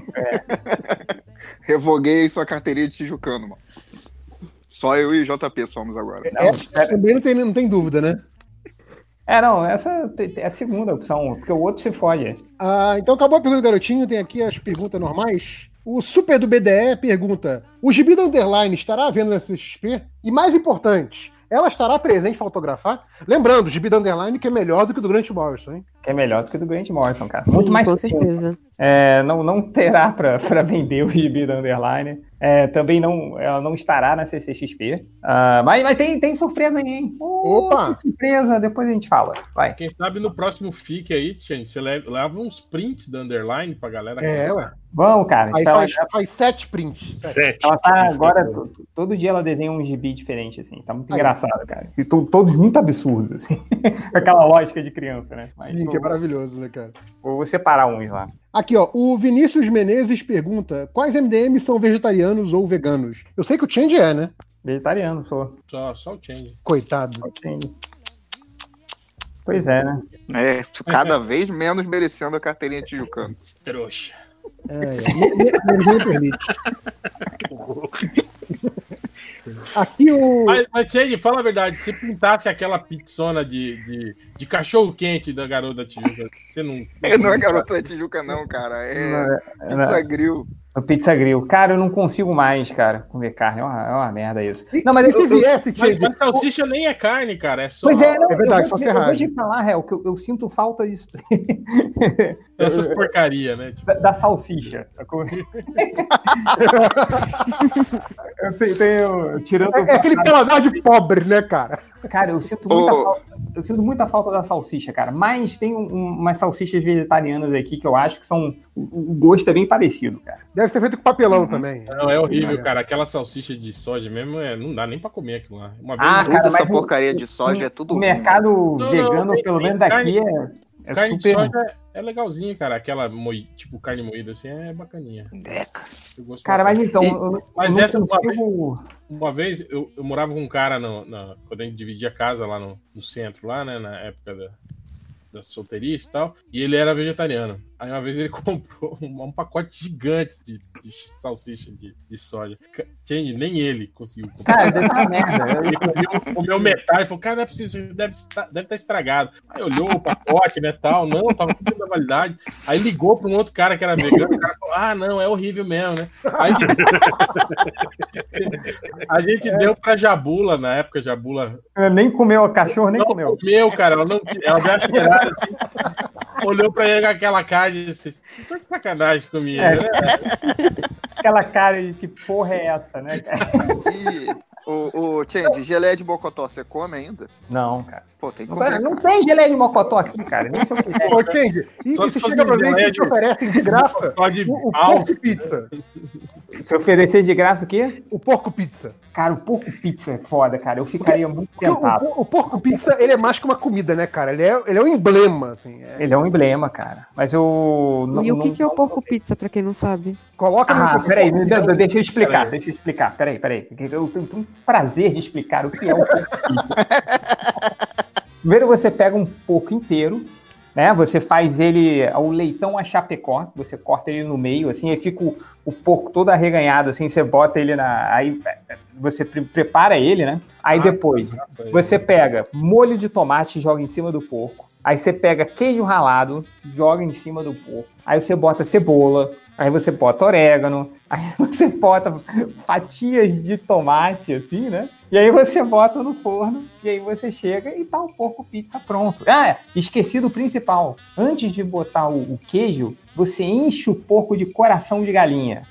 Speaker 6: Revoguei sua carteirinha de tijucano, mano. Só eu e J P somos agora.
Speaker 21: Não,
Speaker 20: É, também não tem, não tem dúvida, né?
Speaker 21: É, não, essa é a segunda opção, porque o outro se fode.
Speaker 20: Ah, então acabou a pergunta do garotinho, tem aqui as perguntas normais. O Super do B D E pergunta: o Gibi da Underline estará à venda na C X P? E mais importante, ela estará presente para autografar? Lembrando, o Gibi da Underline que é melhor do que o do Grant Morrison, hein?
Speaker 21: Que é melhor do que o do Grant Morrison, cara. Muito
Speaker 17: Sim,
Speaker 21: mais
Speaker 17: com
Speaker 21: sucinto.
Speaker 17: certeza.
Speaker 21: É, não, não terá para vender o Gibi da Underline. É, também não, ela não estará na C C X P. Ah, mas mas tem, tem surpresa aí, hein? Oh,
Speaker 20: Opa!
Speaker 21: que surpresa, depois a gente fala. Vai.
Speaker 2: Quem sabe no próximo F I C aí, gente, você leva, leva uns prints da Underline pra galera.
Speaker 20: É, ué.
Speaker 21: Vamos, cara.
Speaker 20: Aí
Speaker 21: Então,
Speaker 20: faz,
Speaker 21: ela,
Speaker 20: faz sete prints. Sete.
Speaker 14: Sete.
Speaker 21: ela tá agora, to- todo dia ela desenha um gibi diferente, assim. Tá muito
Speaker 20: Aí.
Speaker 21: engraçado, cara. E to- todos muito absurdos, assim. Aquela lógica de criança, né? Mas
Speaker 20: Sim, que é
Speaker 21: vou,
Speaker 20: maravilhoso, né, cara?
Speaker 21: vou separar uns lá.
Speaker 20: Aqui, ó, o Vinícius Menezes pergunta: quais M D Ms são vegetarianos ou veganos? Eu sei que o Change é, né?
Speaker 21: Vegetariano, sou.
Speaker 2: Só, só o Change.
Speaker 20: Coitado.
Speaker 21: Pois é, né?
Speaker 6: É, cada vez menos merecendo a carteirinha tijucano.
Speaker 2: Trouxa.
Speaker 20: É, é. Me- me- Ninguém permite. Aqui o.
Speaker 2: Mas, mas Change, fala a verdade, se pintasse aquela pizzona de, de, de cachorro quente da garota Tijuca, você não.
Speaker 6: É, não é garota da Tijuca, não, cara. É
Speaker 21: Não é-
Speaker 6: pizza grill.
Speaker 21: No Pizza Grill. Cara, eu não consigo mais, cara, comer carne. É uma, é uma merda isso. Não, mas
Speaker 2: E
Speaker 21: eu,
Speaker 2: se
Speaker 21: eu,
Speaker 2: viesse, mas, mas salsicha nem é carne, cara. É só.
Speaker 21: Pois é, não,
Speaker 20: É verdade,
Speaker 21: eu,
Speaker 20: só
Speaker 21: vou, eu vou
Speaker 20: ferragem.
Speaker 21: te falar, Réu, que eu, eu sinto falta disso.
Speaker 2: Essas porcaria, né? Tipo,
Speaker 21: Da, da salsicha. Sacou? eu tenho, tenho- tirando.
Speaker 20: É, é aquele paladar de pobre, né, cara?
Speaker 21: Cara, eu sinto muita
Speaker 8: Ô.
Speaker 21: falta. Eu sinto muita falta da salsicha, cara. Mas tem um- um- umas salsichas vegetarianas aqui que eu acho que são. O o gosto é bem parecido, cara.
Speaker 20: Deve ser feito com papelão também.
Speaker 2: não, é horrível, cara. Aquela salsicha de soja mesmo, é, não dá nem pra comer aquilo lá. Uma vez
Speaker 21: Ah,
Speaker 2: eu-
Speaker 8: Tudo
Speaker 21: cara,
Speaker 8: essa
Speaker 21: mas o-
Speaker 8: porcaria de soja é tudo
Speaker 21: O
Speaker 8: ruim.
Speaker 21: mercado
Speaker 2: Não, não,
Speaker 21: vegano,
Speaker 2: tem-
Speaker 21: pelo
Speaker 2: tem
Speaker 21: menos daqui,
Speaker 2: carne-
Speaker 21: é, é
Speaker 2: carne
Speaker 21: super.
Speaker 2: de soja é legalzinho, cara. Aquela moi, tipo carne moída assim é bacaninha. Eu gosto
Speaker 21: Cara, mas
Speaker 2: bastante.
Speaker 21: então.
Speaker 8: E-
Speaker 21: eu não-
Speaker 2: mas
Speaker 21: eu não
Speaker 2: essa é uma
Speaker 21: consigo-
Speaker 2: Uma vez eu, eu morava com um cara no, na- quando a gente dividia casa lá no, no centro, lá, né? Na época da, da solteirice e tal, e ele era vegetariano. Aí uma vez ele comprou um, um pacote gigante de, de salsicha de, de soja. Ca- Change, nem ele conseguiu comprar.
Speaker 21: Cara, deve ser uma merda.
Speaker 2: Ele comeu, comeu metade e falou, cara, não é possível, isso deve estar, deve estar estragado. Aí olhou o pacote, né, tal, não, tava tudo da validade. Aí ligou para um outro cara que era vegano, o cara falou, ah, não, é horrível mesmo, né. Aí a gente deu pra Jabula, na época, Jabula
Speaker 21: Ela nem comeu, a cachorro nem
Speaker 2: não
Speaker 21: comeu.
Speaker 2: comeu, cara, ela, não, ela deu uma cheirada assim, olhou pra ele com aquela cara e disse, você tá de sacanagem comigo,
Speaker 21: É.
Speaker 2: né?
Speaker 21: Aquela cara de que porra é essa, né, cara?
Speaker 6: E o, o Change, geleia de mocotó, você come ainda?
Speaker 21: Não, cara.
Speaker 6: Pô, tem que
Speaker 21: Não,
Speaker 6: comer.
Speaker 21: não tem geleia de mocotó aqui, cara. Nem se eu quiser.
Speaker 20: Ô, Change, e,
Speaker 2: Só
Speaker 20: e
Speaker 2: se
Speaker 20: você
Speaker 2: fosse
Speaker 20: chega pra ver
Speaker 2: geleia
Speaker 20: que te
Speaker 2: de-
Speaker 20: oferecem de graça
Speaker 2: Só de
Speaker 20: o, o
Speaker 2: alce.
Speaker 20: porco pizza.
Speaker 21: Se oferecer de graça o quê?
Speaker 20: O porco pizza.
Speaker 21: Cara, o porco pizza é foda, cara. Eu ficaria muito
Speaker 20: Porque o,
Speaker 21: tentado.
Speaker 20: o- o porco pizza, ele é mais que uma comida, né, cara? Ele é, ele é um emblema, assim. é-
Speaker 21: Ele é um emblema, cara. Mas eu. não-
Speaker 17: E o que,
Speaker 21: não-
Speaker 17: que é o porco pizza, pra quem não sabe?
Speaker 20: Coloca no
Speaker 21: Ah,
Speaker 20: YouTube.
Speaker 21: peraí, me dá- deixa eu explicar, deixa eu explicar, peraí, peraí. Eu tenho, tenho um prazer de explicar o que é o porco pizza. Primeiro você pega um porco inteiro, né? Você faz ele ao leitão a chapecó, você corta ele no meio, assim, aí fica o, o porco todo arreganhado, assim, você bota ele na. Aí você pre- prepara ele, né? Aí
Speaker 2: Ah,
Speaker 21: depois
Speaker 2: nossa, aí.
Speaker 21: você pega molho de tomate e joga em cima do porco. Aí você pega queijo ralado, joga em cima do porco. Aí você bota cebola, aí você bota orégano, aí você bota fatias de tomate, assim, né? E aí você bota no forno, e aí você chega e tá o porco pizza pronto. Ah, esqueci do principal. Antes de botar o, o queijo, você enche o porco de coração de galinha.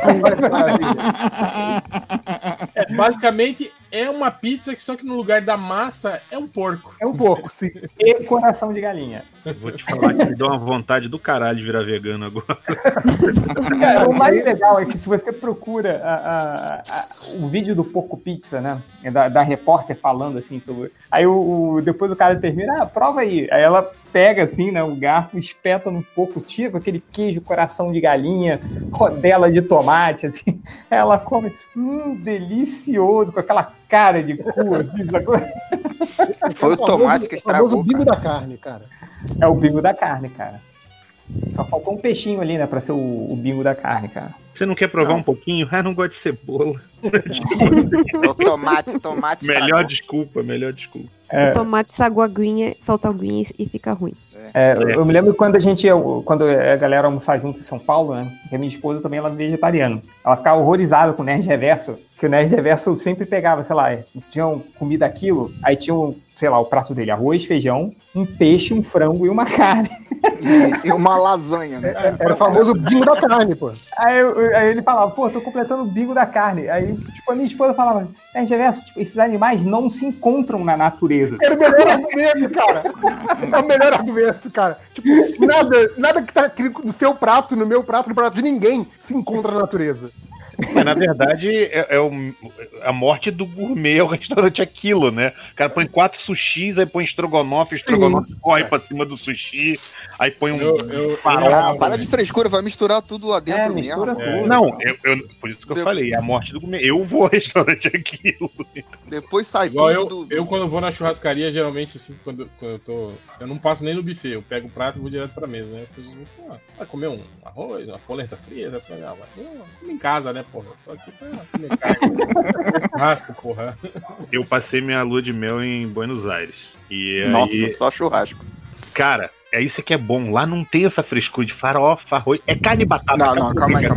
Speaker 2: É, basicamente é uma pizza que só que no lugar da massa é um porco.
Speaker 20: É um porco, sim.
Speaker 21: E coração de galinha.
Speaker 14: Vou te falar que me deu uma vontade do caralho de virar vegano agora.
Speaker 21: Cara, o mais legal é que se você procura a- a- a- o vídeo do Porco Pizza, né? Da, da repórter falando assim sobre. Aí o, o- depois o cara termina, ah, prova aí. Aí ela pega assim, né? O garfo, espeta no porco, tira com aquele queijo, coração de galinha, rodela de tomate, assim. Ela come, hum, delicioso, com aquela cara de cu, assim, sacou?
Speaker 6: Foi o tomate que
Speaker 20: O famoso
Speaker 6: estragou.
Speaker 20: bingo da carne, cara.
Speaker 21: É o bingo da carne, cara. Só faltou um peixinho ali, né? Pra ser o, o bingo da carne, cara.
Speaker 14: Você não quer provar um pouquinho? Ah, não gosto de cebola.
Speaker 6: O tomate, tomate
Speaker 14: Melhor
Speaker 6: estragou.
Speaker 14: desculpa, melhor desculpa.
Speaker 21: É.
Speaker 17: O tomate sagua aguinha, solta a aguinha e fica ruim.
Speaker 21: É, eu- eu me lembro quando a gente ia, quando a galera almoçar junto em São Paulo, né? Que a minha esposa também ela é vegetariana. Ela ficava horrorizada com o Nerd Reverso, que o Nerd Reverso sempre pegava, sei lá, tinham comida aquilo, aí tinham, sei lá, o prato dele, arroz, feijão, um peixe, um frango e uma carne.
Speaker 6: E, e uma lasanha, né?
Speaker 20: Era o famoso bingo da carne, pô.
Speaker 21: Aí, eu- aí ele falava, pô, tô completando o bingo da carne. Aí, tipo, a minha esposa falava, Nerd Reverso, tipo, esses animais não se encontram na natureza.
Speaker 20: Era o melhor argumento, cara. É o melhor argumento, cara. Tipo, nada, nada que tá aqui no seu prato, no meu prato, no prato de ninguém se encontra na natureza.
Speaker 14: Mas na verdade é, é o- a morte do gourmet, é o restaurante aquilo, né? O cara põe quatro sushis, aí põe estrogonofe, o estrogonofe corre pra cima do sushi, aí põe um
Speaker 2: Eu- eu-
Speaker 14: farol.
Speaker 6: Ah, para de frescura, vai misturar tudo lá dentro
Speaker 21: É,
Speaker 6: mesmo.
Speaker 21: mistura
Speaker 6: pô.
Speaker 21: tudo.
Speaker 14: Não, eu, eu- por isso que eu
Speaker 6: De-
Speaker 14: falei, é a morte do gourmet. Eu vou ao restaurante aquilo.
Speaker 6: Depois sai
Speaker 2: Igual eu,
Speaker 6: tudo do...
Speaker 2: eu quando vou na churrascaria, geralmente, assim, quando, quando eu tô. Eu não passo nem no buffet, eu pego o prato e vou direto pra mesa, né? As pessoas vão, ah, vai comer um arroz, uma polenta fria, vai pegar, vai comer em casa, né, porra? Eu tô aqui pra comer carne. Churrasco, porra.
Speaker 14: Eu passei minha lua de mel em Buenos Aires. E
Speaker 6: Nossa,
Speaker 14: aí,
Speaker 6: só churrasco.
Speaker 14: cara, é isso que é bom. Lá não tem essa frescura de farofa, arroz. É carne e batata.
Speaker 6: Não,
Speaker 14: acabou,
Speaker 6: não, calma aí,
Speaker 14: cara.
Speaker 6: calma aí.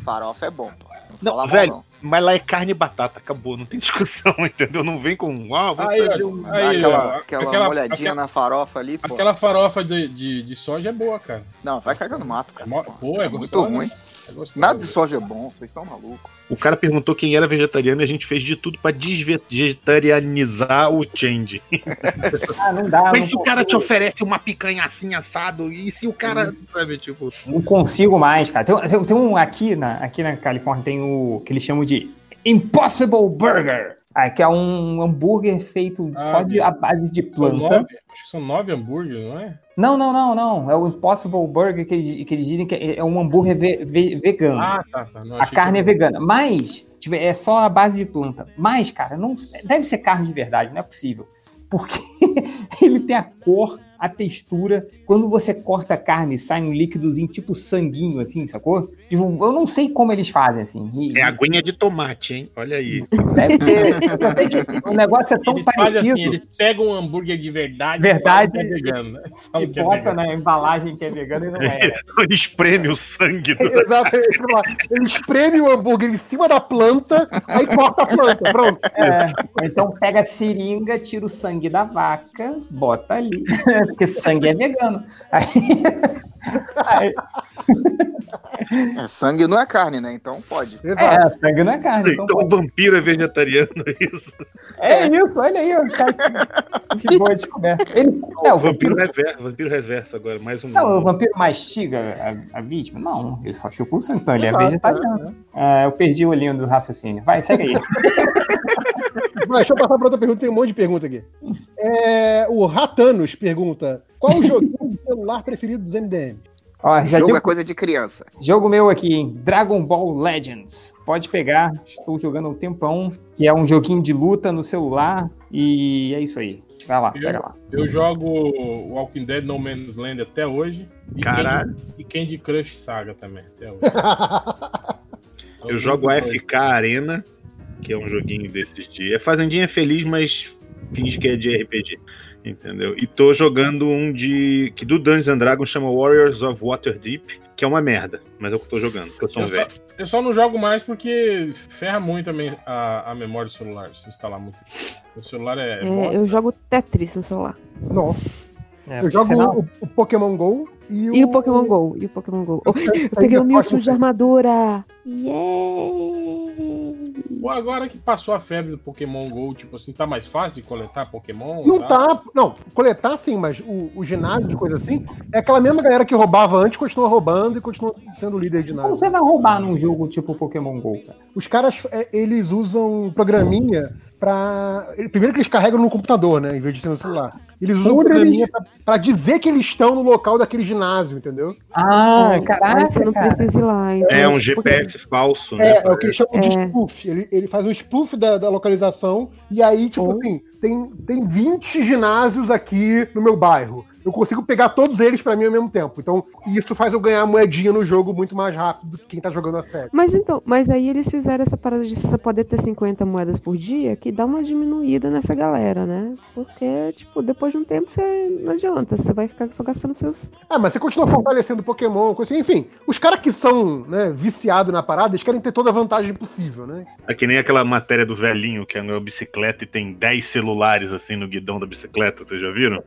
Speaker 6: farofa é bom, pô.
Speaker 14: Não,
Speaker 6: fala mal,
Speaker 14: velho,
Speaker 6: não.
Speaker 14: mas lá é carne e batata, acabou, não tem discussão, entendeu? Não vem com, ah, vou
Speaker 2: Aí,
Speaker 14: fazer
Speaker 2: ó,
Speaker 14: um...
Speaker 2: aí,
Speaker 6: aquela,
Speaker 2: ó,
Speaker 6: aquela,
Speaker 2: aquela-
Speaker 6: molhadinha
Speaker 2: aquela-
Speaker 6: na farofa ali, pô.
Speaker 2: Aquela farofa de, de, de soja é boa, cara.
Speaker 6: Não, vai cagar no mato, cara.
Speaker 2: Pô, pô, é,
Speaker 6: muito
Speaker 2: gostosa.
Speaker 6: ruim.
Speaker 2: É gostosa.
Speaker 6: Nada de soja é bom, vocês estão malucos.
Speaker 14: O cara perguntou quem era vegetariano e a gente fez de tudo pra desvegetarianizar o Change.
Speaker 21: Ah, não dá.
Speaker 14: Mas
Speaker 21: não
Speaker 14: se o cara te oferece uma picanha assim assado, e se o cara, sabe, tipo...
Speaker 21: Não consigo mais, cara. Tem, tem- tem um aqui na, aqui na Califórnia, tem o que eles chamam de Impossible Burger. Ah, que é um hambúrguer feito
Speaker 2: Ah,
Speaker 21: só de, a base de
Speaker 2: São
Speaker 21: planta.
Speaker 2: nove, acho que são nove hambúrgueres, não é?
Speaker 21: Não, não, não, não. É o Impossible Burger que eles, que eles dizem que é um hambúrguer ve- ve- vegano.
Speaker 2: Ah, tá, tá. Não,
Speaker 21: A
Speaker 2: achei
Speaker 21: carne é
Speaker 2: que...
Speaker 21: vegana. Mas, tipo, é só a base de planta. Mas, cara, não deve ser carne de verdade, não é possível. Porque ele tem a cor, a textura. Quando você corta a carne, sai um líquidozinho tipo sanguinho, assim, sacou? Tipo, eu não sei como eles fazem, assim. E-
Speaker 14: É aguinha de tomate, hein? Olha aí.
Speaker 21: Deve ter. Eu sei que o negócio é tão
Speaker 2: Eles fazem
Speaker 21: parecido.
Speaker 2: assim, eles pegam um hambúrguer de verdade,
Speaker 21: Verdade.
Speaker 2: e falam que é vegano, né?
Speaker 21: E
Speaker 2: Falam que é
Speaker 21: bota
Speaker 2: vegano.
Speaker 21: na embalagem que é vegano e não é.
Speaker 14: Ele espreme o sangue do...
Speaker 20: Exato, ele fala, ele espreme o hambúrguer em cima da planta, aí corta a planta, pronto.
Speaker 21: É, ou então pega a seringa, tira o sangue da vaca, bota ali. Porque sangue é vegano. Aí, aí-
Speaker 6: É, sangue não é carne, né? Então pode.
Speaker 21: é, sangue não é carne. Então
Speaker 14: Então o
Speaker 21: pode.
Speaker 14: vampiro é vegetariano, é isso?
Speaker 21: É isso, olha aí, ó, cara, que, que boa descoberta. Ele, é, o
Speaker 14: Vampiro
Speaker 21: vampiro,
Speaker 14: reverso, vampiro reverso agora, mais um...
Speaker 21: não, o vampiro mastiga a, a vítima? Não, ele só chupa o sangue, então ele é
Speaker 20: Exato,
Speaker 21: vegetariano. É, eu perdi o olhinho do raciocínio. Vai, segue aí.
Speaker 20: Mas deixa eu passar para outra pergunta, tem um monte de pergunta aqui. É, o Ratanos pergunta: qual o joguinho de celular preferido dos M D M?
Speaker 21: Ó, já
Speaker 6: Jogo
Speaker 21: digo-
Speaker 6: é coisa de criança.
Speaker 21: Jogo meu aqui, hein? Dragon Ball Legends. Pode pegar, estou jogando há um tempão, que é um joguinho de luta no celular, e é isso aí. Vai lá, pega lá.
Speaker 2: Eu jogo Walking Dead No Man's Land até hoje. E
Speaker 14: Caralho.
Speaker 2: Candy, e Candy Crush Saga também, até hoje.
Speaker 14: Eu jogo a F K Arena, que é um joguinho desses de... É Fazendinha Feliz, mas finge que é de R P G. Entendeu? E tô jogando um de... que do Dungeons and Dragons chama Warriors of Waterdeep, que é uma merda, mas eu tô jogando, porque eu sou um
Speaker 2: Eu só,
Speaker 14: velho.
Speaker 2: eu só não jogo mais porque ferra muito a, me- a, a memória do celular, se instalar muito. O celular é...
Speaker 17: É, eu jogo Tetris no celular.
Speaker 20: Nossa.
Speaker 21: É,
Speaker 20: eu
Speaker 21: por
Speaker 20: jogo
Speaker 21: sinal-
Speaker 20: o, o Pokémon GO e o.
Speaker 17: E o Pokémon GO, e o Pokémon GO.
Speaker 20: Eu
Speaker 17: Eu,
Speaker 20: sei-
Speaker 17: eu peguei
Speaker 20: eu
Speaker 17: o
Speaker 20: gosto
Speaker 17: Mewtwo
Speaker 20: muito.
Speaker 17: de armadura.
Speaker 2: Pô, agora que passou a febre do Pokémon GO, tipo assim, tá mais fácil de coletar Pokémon?
Speaker 20: Não tá. Não, coletar sim, mas o, o ginásio de coisa assim é aquela mesma galera que roubava antes, continua roubando e continua sendo líder de
Speaker 21: Como
Speaker 20: ginásio.
Speaker 21: você vai roubar num jogo tipo Pokémon GO, cara?
Speaker 20: Os caras, é, eles usam um programinha pra. Primeiro que eles carregam no computador, né? Em vez de ser no celular. Eles usam um
Speaker 21: Porra,
Speaker 20: programinha
Speaker 21: eles-
Speaker 20: pra, pra dizer que eles estão no local daquele ginásio, entendeu?
Speaker 21: Ah,
Speaker 17: Aí você não
Speaker 21: cara.
Speaker 17: precisa ir lá. então,
Speaker 14: É um
Speaker 17: porque-
Speaker 14: G P S falso, né?
Speaker 20: É, é o que eles chamam de
Speaker 17: É.
Speaker 20: spoof. Ele, ele faz um spoof da, da localização e aí, tipo assim, tem, tem vinte ginásios aqui no meu bairro. Eu consigo pegar todos eles pra mim ao mesmo tempo. Então, isso faz eu ganhar moedinha no jogo muito mais rápido do que quem tá jogando a série.
Speaker 17: Mas então, mas aí eles fizeram essa parada de você poder ter cinquenta moedas por dia, que dá uma diminuída nessa galera, né? Porque, tipo, depois de um tempo você não adianta, você vai ficar só gastando seus.
Speaker 20: Ah, mas você continua fortalecendo o Pokémon, coisa assim. Enfim, os caras que são, né, viciados na parada, eles querem ter toda a vantagem possível, né?
Speaker 14: É que nem aquela matéria do velhinho que anda na bicicleta e tem dez celulares assim no guidão da bicicleta, vocês já viram?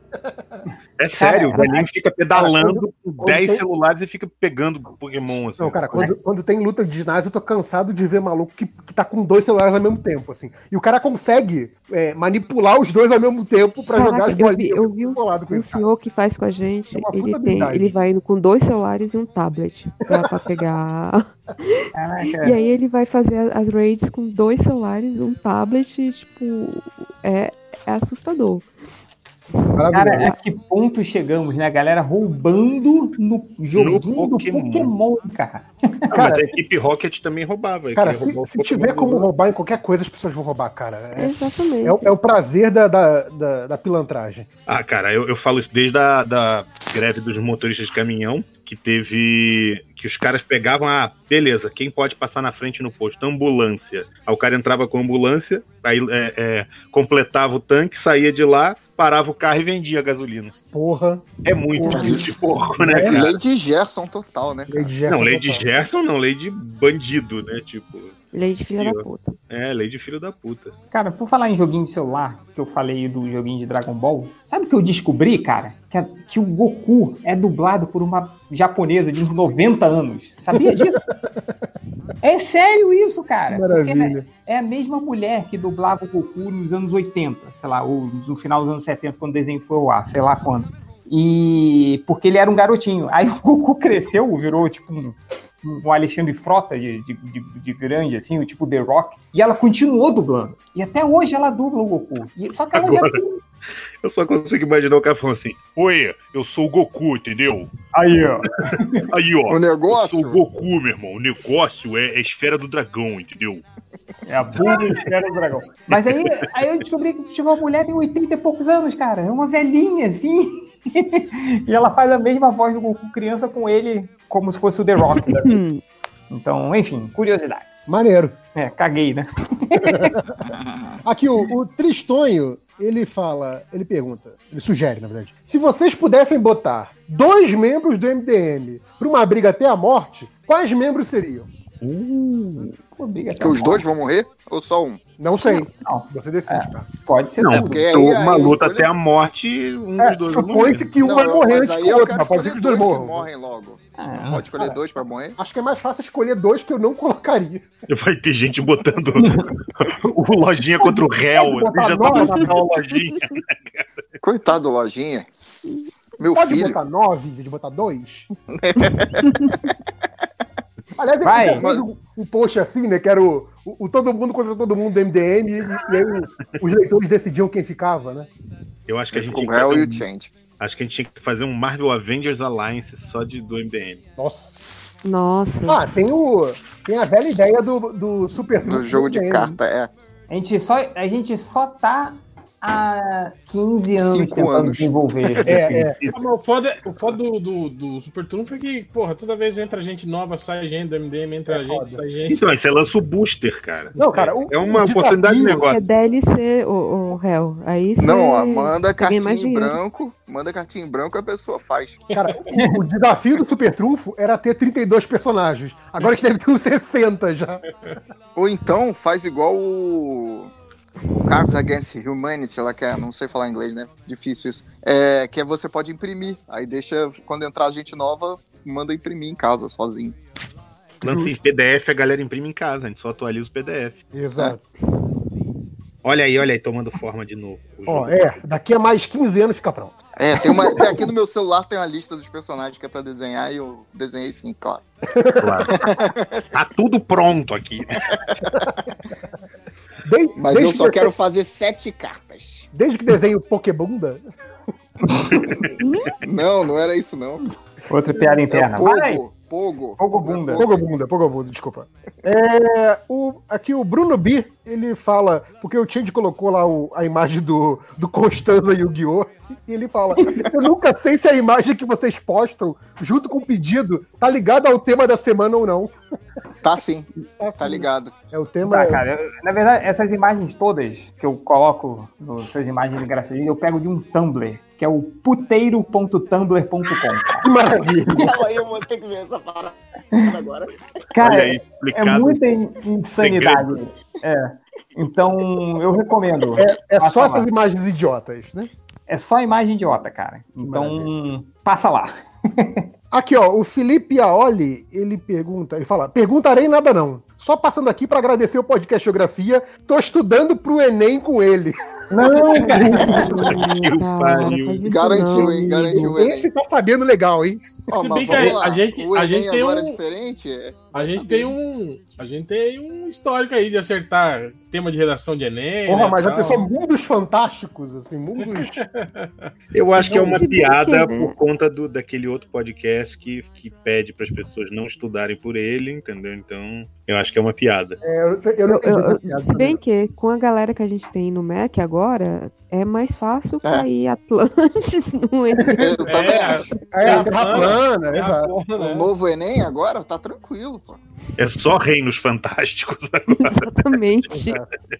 Speaker 14: É sério,
Speaker 20: Cara,
Speaker 14: o velhinho fica pedalando
Speaker 20: quando-
Speaker 14: com
Speaker 20: quando
Speaker 14: dez
Speaker 20: tem-
Speaker 14: celulares e fica pegando Pokémon assim.
Speaker 20: Não, cara, quando, quando tem luta de ginásio, eu tô cansado de ver maluco que, que tá com dois celulares ao mesmo tempo, assim. E o cara consegue é, manipular os dois ao mesmo tempo pra jogar as
Speaker 17: Caraca, eu vi,
Speaker 20: bolinhas.
Speaker 17: eu vi um,
Speaker 20: bolado com
Speaker 17: um
Speaker 20: esse cara.
Speaker 17: senhor que faz com a gente,
Speaker 20: É uma
Speaker 17: ele
Speaker 20: puta
Speaker 17: tem,
Speaker 20: habilidade.
Speaker 17: ele vai indo com dois celulares e um tablet pra, pra pegar.
Speaker 21: Caraca.
Speaker 17: E aí ele vai fazer a- as raids com dois celulares, um tablet, e, tipo, é, é assustador.
Speaker 21: Cara, a que ponto chegamos, né? A galera roubando no joguinho do
Speaker 14: Pokémon.
Speaker 21: Pokémon, cara.
Speaker 14: Ah, mas a equipe Rocket também roubava.
Speaker 20: Cara,
Speaker 14: queria
Speaker 20: se,
Speaker 14: roubar o
Speaker 20: se
Speaker 14: Pokémon
Speaker 20: tiver
Speaker 14: do
Speaker 20: como
Speaker 14: outro.
Speaker 20: roubar em qualquer coisa, as pessoas vão roubar, cara. É,
Speaker 17: Exatamente.
Speaker 20: é, o- é o prazer da, da, da, da pilantragem.
Speaker 14: Ah, cara, eu, eu falo isso desde a da greve dos motoristas de caminhão, que teve... que os caras pegavam, ah, beleza, quem pode passar na frente no posto? Ambulância. Aí o cara entrava com a ambulância, aí é, é, completava o tanque, saía de lá, parava o carro e vendia a gasolina.
Speaker 20: Porra.
Speaker 14: É muito
Speaker 6: Porra.
Speaker 14: filho de porco, né,
Speaker 6: É,
Speaker 14: cara?
Speaker 6: lei de Gerson total, né?
Speaker 20: Lei de Gerson
Speaker 14: Não, lei de
Speaker 20: total.
Speaker 14: Gerson não, lei de bandido, né? Tipo.
Speaker 17: Lei de filha da
Speaker 14: pior.
Speaker 17: puta.
Speaker 14: É, lei de filho da puta.
Speaker 21: Cara, por falar em joguinho de celular, que eu falei do joguinho de Dragon Ball, sabe o que eu descobri, cara? Que, a- que o Goku é dublado por uma japonesa de uns noventa anos. Sabia disso? É sério isso, cara. Porque
Speaker 20: Maravilha.
Speaker 21: É, é a mesma mulher que dublava o Goku nos anos oitenta, sei lá, ou no final dos anos setenta, quando o desenho foi ao ar, sei lá quando. E porque ele era um garotinho. Aí o Goku cresceu, virou tipo um, um Alexandre Frota de, de, de, de grande, assim, o tipo The Rock. E ela continuou dublando. E até hoje ela dubla o Goku. E, só que ela já
Speaker 14: Agora,
Speaker 21: tem...
Speaker 14: eu só consigo imaginar o cara falando assim: Oi, eu sou o Goku, entendeu?
Speaker 21: Aí, ó.
Speaker 14: Aí, ó.
Speaker 6: O negócio?
Speaker 14: Eu sou o Goku, meu irmão. O negócio é, é a esfera do dragão, entendeu?
Speaker 21: É a bunda esfera do dragão. Mas aí, aí eu descobri que tipo, a mulher tem oitenta e poucos anos, cara. É uma velhinha, assim. E ela faz a mesma voz do Goku criança com ele, como se fosse o The Rock. Né? Então, enfim, curiosidades.
Speaker 20: Maneiro.
Speaker 21: É, caguei, né?
Speaker 20: Aqui, o, o Tristonho, ele fala, ele pergunta, ele sugere, na verdade. Se vocês pudessem botar dois membros do M D M pra uma briga até a morte, quais membros seriam?
Speaker 21: Uh, pô, briga até
Speaker 6: Que os dois vão morrer? Ou só um?
Speaker 20: Não sei.
Speaker 21: Não.
Speaker 20: Você decide,
Speaker 21: É,
Speaker 20: cara.
Speaker 21: pode ser
Speaker 14: Não,
Speaker 21: tudo.
Speaker 6: porque aí-
Speaker 14: uma
Speaker 6: aí
Speaker 14: luta
Speaker 6: escolhe-
Speaker 14: até a morte, um
Speaker 20: É,
Speaker 14: dos dois vai
Speaker 20: supõe-se
Speaker 14: morrer.
Speaker 20: que um
Speaker 6: Não,
Speaker 20: vai morrer
Speaker 6: mas
Speaker 20: antes
Speaker 6: aí
Speaker 20: que o
Speaker 6: eu
Speaker 20: outro,
Speaker 6: quero
Speaker 20: mas pode ser que
Speaker 6: escolher
Speaker 20: os dois
Speaker 6: dois que
Speaker 20: morram.
Speaker 6: morrem logo.
Speaker 21: Ah,
Speaker 6: Pode escolher
Speaker 20: cara.
Speaker 6: dois pra morrer?
Speaker 20: Acho que é mais fácil escolher dois que eu não colocaria.
Speaker 14: Vai ter gente botando o Lojinha contra o réu.
Speaker 20: Pode botar
Speaker 14: Assim, já tá
Speaker 20: nove.
Speaker 14: botando o Lojinha.
Speaker 6: Coitado do Lojinha. Meu
Speaker 20: Pode
Speaker 6: filho.
Speaker 20: botar nove em vez de botar dois? Aliás, a
Speaker 21: Vai.
Speaker 20: gente já fez um, um post assim, né? Que era o, o, o todo mundo contra todo mundo do M D M, e, e aí o- os leitores decidiam quem ficava, né?
Speaker 14: Eu acho que a gente
Speaker 6: Ficou
Speaker 14: tinha
Speaker 6: o
Speaker 14: que
Speaker 6: Hell
Speaker 14: fazer
Speaker 6: e o
Speaker 14: um,
Speaker 6: Change.
Speaker 14: acho que a gente tinha que fazer um Marvel Avengers Alliance só de, do M D M.
Speaker 20: Nossa.
Speaker 17: Nossa.
Speaker 20: Ah, tem, o, tem a velha ideia do, do Super
Speaker 6: Do
Speaker 20: Trunfo
Speaker 6: jogo de
Speaker 20: M D M.
Speaker 6: carta, é.
Speaker 21: A gente só, a gente só tá há quinze anos
Speaker 6: Cinco
Speaker 21: tentando
Speaker 6: anos.
Speaker 21: desenvolver.
Speaker 20: É, é.
Speaker 2: Ah, mas o foda, o foda do, do, do Super Trunfo é que, porra, toda vez entra gente nova, sai gente do M D M, entra
Speaker 20: É
Speaker 2: gente,
Speaker 20: foda.
Speaker 2: sai gente.
Speaker 14: Então, aí você lança o booster, cara.
Speaker 20: Não, cara, o-
Speaker 14: é uma
Speaker 20: o
Speaker 14: oportunidade de
Speaker 20: desafio
Speaker 17: É
Speaker 14: negócio.
Speaker 17: D L C, o, o réu. Aí
Speaker 6: Não,
Speaker 17: cê-
Speaker 6: ó, manda
Speaker 17: cê ganha
Speaker 6: cartinha
Speaker 17: mais
Speaker 6: em
Speaker 17: dinheiro.
Speaker 6: branco, manda cartinha em branco, a pessoa faz.
Speaker 20: Cara, o, o desafio do Super Trunfo era ter trinta e dois personagens. Agora a gente deve ter uns sessenta já.
Speaker 6: Ou então faz igual o, o Cards Against Humanity, ela quer, não sei falar inglês, né? Difícil isso. É, que é você pode imprimir. Aí deixa, quando entrar gente nova, manda imprimir em casa, sozinho.
Speaker 14: Lança em P D F, a galera imprime em casa, a gente só atualiza os P D F.
Speaker 20: Exato.
Speaker 14: Olha aí, olha aí, tomando forma de novo. O
Speaker 20: Ó,
Speaker 14: jogo.
Speaker 20: é, daqui a mais quinze anos fica pronto.
Speaker 6: É, tem uma, tem aqui no meu celular tem uma lista dos personagens que é pra desenhar e eu desenhei sim, claro.
Speaker 14: Claro. Tá tudo pronto aqui.
Speaker 20: Desde,
Speaker 6: Mas
Speaker 20: desde
Speaker 6: eu só
Speaker 20: que
Speaker 6: quero fazer sete cartas.
Speaker 20: Desde que desenho Pokébunda.
Speaker 6: Não, não era isso não.
Speaker 21: Outra piada interna.
Speaker 6: É o
Speaker 21: Vai!
Speaker 6: Pogo, Pogo.
Speaker 21: Pogo bunda.
Speaker 20: Pogobunda, Pogobunda, desculpa. É, o, aqui o Bruno B, ele fala, porque o Change colocou lá o- a imagem do, do Constanza Yu-Gi-Oh! E ele fala, eu nunca sei se a imagem que vocês postam, junto com o pedido, tá ligada ao tema da semana ou não.
Speaker 6: Tá sim,
Speaker 20: Tá,
Speaker 6: tá
Speaker 20: sim.
Speaker 6: ligado.
Speaker 20: É o tema...
Speaker 21: Tá, cara, eu- na verdade, essas imagens todas que eu coloco nessas imagens de grafismo, eu pego de um Tumblr, que é o puteiro ponto tumblr ponto com.
Speaker 20: Que maravilha.
Speaker 6: Calma aí, eu vou ter que ver essa parada agora.
Speaker 21: Cara,
Speaker 14: Olha aí,
Speaker 21: é
Speaker 14: explicado.
Speaker 21: muita in- insanidade. É. Então, eu recomendo.
Speaker 20: É, é
Speaker 21: Passa
Speaker 20: só
Speaker 21: lá.
Speaker 20: essas imagens idiotas, né?
Speaker 21: É só imagem idiota, cara. Então, passa lá.
Speaker 20: Aqui, ó, o Felipe Aoli, ele pergunta, ele fala, perguntarei nada não. Só passando aqui pra agradecer o podcast Geografia, tô estudando pro Enem com ele.
Speaker 21: Não, cara.
Speaker 14: Que pariu.
Speaker 17: faz isso
Speaker 6: Garantiu,
Speaker 17: não,
Speaker 6: hein?
Speaker 17: amigo.
Speaker 6: Garantiu o Enem.
Speaker 20: Esse tá sabendo legal, hein?
Speaker 6: Ó,
Speaker 2: Se
Speaker 6: mas
Speaker 2: bem que
Speaker 6: vamos
Speaker 2: a-
Speaker 6: lá.
Speaker 2: a gente-
Speaker 6: o
Speaker 2: a
Speaker 6: Enem
Speaker 2: gente tem
Speaker 6: agora
Speaker 2: um-
Speaker 6: é diferente? É...
Speaker 2: A gente tem um. A gente tem um histórico aí de acertar tema de redação de Enem.
Speaker 20: Porra,
Speaker 2: né,
Speaker 20: mas já
Speaker 2: tal.
Speaker 20: pensou mundos fantásticos, assim, mundos...
Speaker 14: Eu acho que é uma
Speaker 17: Se bem
Speaker 14: piada
Speaker 17: que-
Speaker 14: por conta do, daquele outro podcast que, que pede para as pessoas não estudarem por ele, entendeu? Então, eu acho que é uma piada.
Speaker 20: É, eu, eu não
Speaker 17: Eu-
Speaker 20: entendi
Speaker 17: eu-
Speaker 20: essa piada
Speaker 17: se bem
Speaker 20: também,
Speaker 17: que com a galera que a gente tem no Mac agora, é mais fácil
Speaker 6: É.
Speaker 17: cair Atlantis no Enem.
Speaker 6: Eu também
Speaker 2: É,
Speaker 6: acho.
Speaker 20: não. É, a Terra plana,
Speaker 2: É a
Speaker 20: exato.
Speaker 2: porra,
Speaker 6: O
Speaker 2: né?
Speaker 6: novo Enem agora tá tranquilo, pô.
Speaker 14: É só reinos fantásticos agora.
Speaker 17: Exatamente.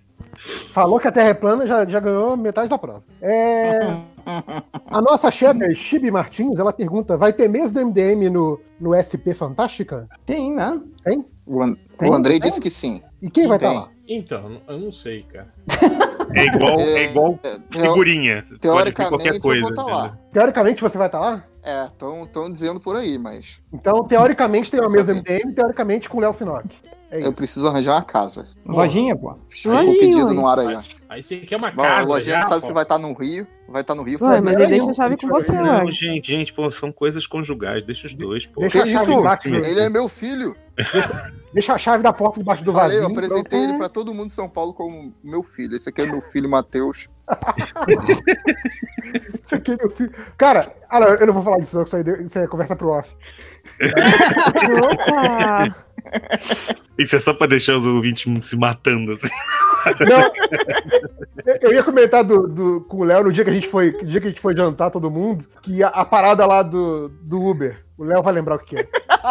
Speaker 20: Falou que a Terra é plana, já, já ganhou metade da prova. É... A nossa chefe, Chibi Martins, ela pergunta: vai ter mesa do M D M no, no S P Fantástica?
Speaker 21: Tem, né?
Speaker 20: Tem?
Speaker 6: O, An-
Speaker 20: Tem?
Speaker 6: o Andrei
Speaker 20: Tem?
Speaker 6: disse que sim.
Speaker 20: E quem vai estar
Speaker 6: Tem.
Speaker 20: lá?
Speaker 2: Então, eu não sei, cara.
Speaker 14: É igual, é igual figurinha. Pode ser
Speaker 6: Teoricamente,
Speaker 14: qualquer coisa.
Speaker 6: eu vou estar lá.
Speaker 20: Teoricamente você vai estar lá?
Speaker 6: É, estão dizendo por aí, mas
Speaker 20: Então, teoricamente tem uma mesa do M D M, teoricamente com o Léo Finock. É
Speaker 6: eu preciso arranjar uma casa.
Speaker 21: Lojinha, pô.
Speaker 6: Ficou um pedido no ar aí. ó.
Speaker 2: Aí você quer uma
Speaker 6: Bom,
Speaker 2: casa.
Speaker 6: a lojinha
Speaker 2: já,
Speaker 6: sabe
Speaker 2: pô.
Speaker 6: se vai estar no Rio. Vai estar no Rio.
Speaker 17: Ué, mas
Speaker 6: ele
Speaker 17: ele deixa a chave com você,
Speaker 14: Não,
Speaker 17: ué.
Speaker 14: gente, gente, pô, são coisas conjugais. Deixa os dois, pô.
Speaker 20: Deixa
Speaker 6: Que
Speaker 20: a chave
Speaker 6: isso?
Speaker 20: embaixo,
Speaker 6: Ele é meu filho.
Speaker 20: Deixa a chave da porta debaixo do
Speaker 6: Falei,
Speaker 20: vasinho.
Speaker 6: eu apresentei
Speaker 20: pronto.
Speaker 6: ele pra todo mundo de São Paulo como meu filho. Esse aqui é meu filho, Matheus.
Speaker 20: Isso aqui é meu filho. Cara, ah, não, eu não vou falar disso, não, que isso, aí, isso aí é conversa pro off.
Speaker 17: Opa!
Speaker 14: Isso é só pra deixar os ouvintes se matando, assim.
Speaker 20: Não, eu ia comentar do, do- com o Léo no dia que a gente foi, no dia que a gente foi jantar todo mundo, que a, a parada lá do, do Uber. O Léo vai lembrar o que é.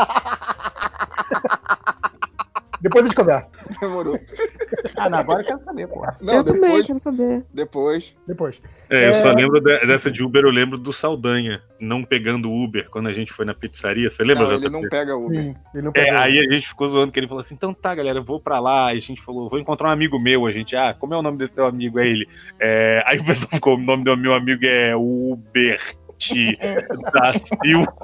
Speaker 20: Depois a gente conversa.
Speaker 6: Demorou.
Speaker 21: Ah, não, agora eu quero saber, pô.
Speaker 6: Não,
Speaker 17: eu também
Speaker 6: depois.
Speaker 17: quero saber.
Speaker 6: Depois.
Speaker 20: Depois.
Speaker 14: É, eu
Speaker 20: É.
Speaker 14: só lembro de- dessa de Uber, eu lembro do Saldanha, não pegando Uber quando a gente foi na pizzaria. Você lembra
Speaker 6: Não,
Speaker 14: dessa
Speaker 6: ele não
Speaker 14: coisa?
Speaker 6: pega Uber.
Speaker 20: Sim, ele não
Speaker 14: É,
Speaker 20: pegou.
Speaker 14: aí a gente ficou zoando que ele falou assim, então tá, galera, eu vou pra lá. E a gente falou, vou encontrar um amigo meu. A gente, ah, como é o nome desse teu amigo? É ele. É, aí o pessoal ficou, o nome do meu amigo é Uber da Silva.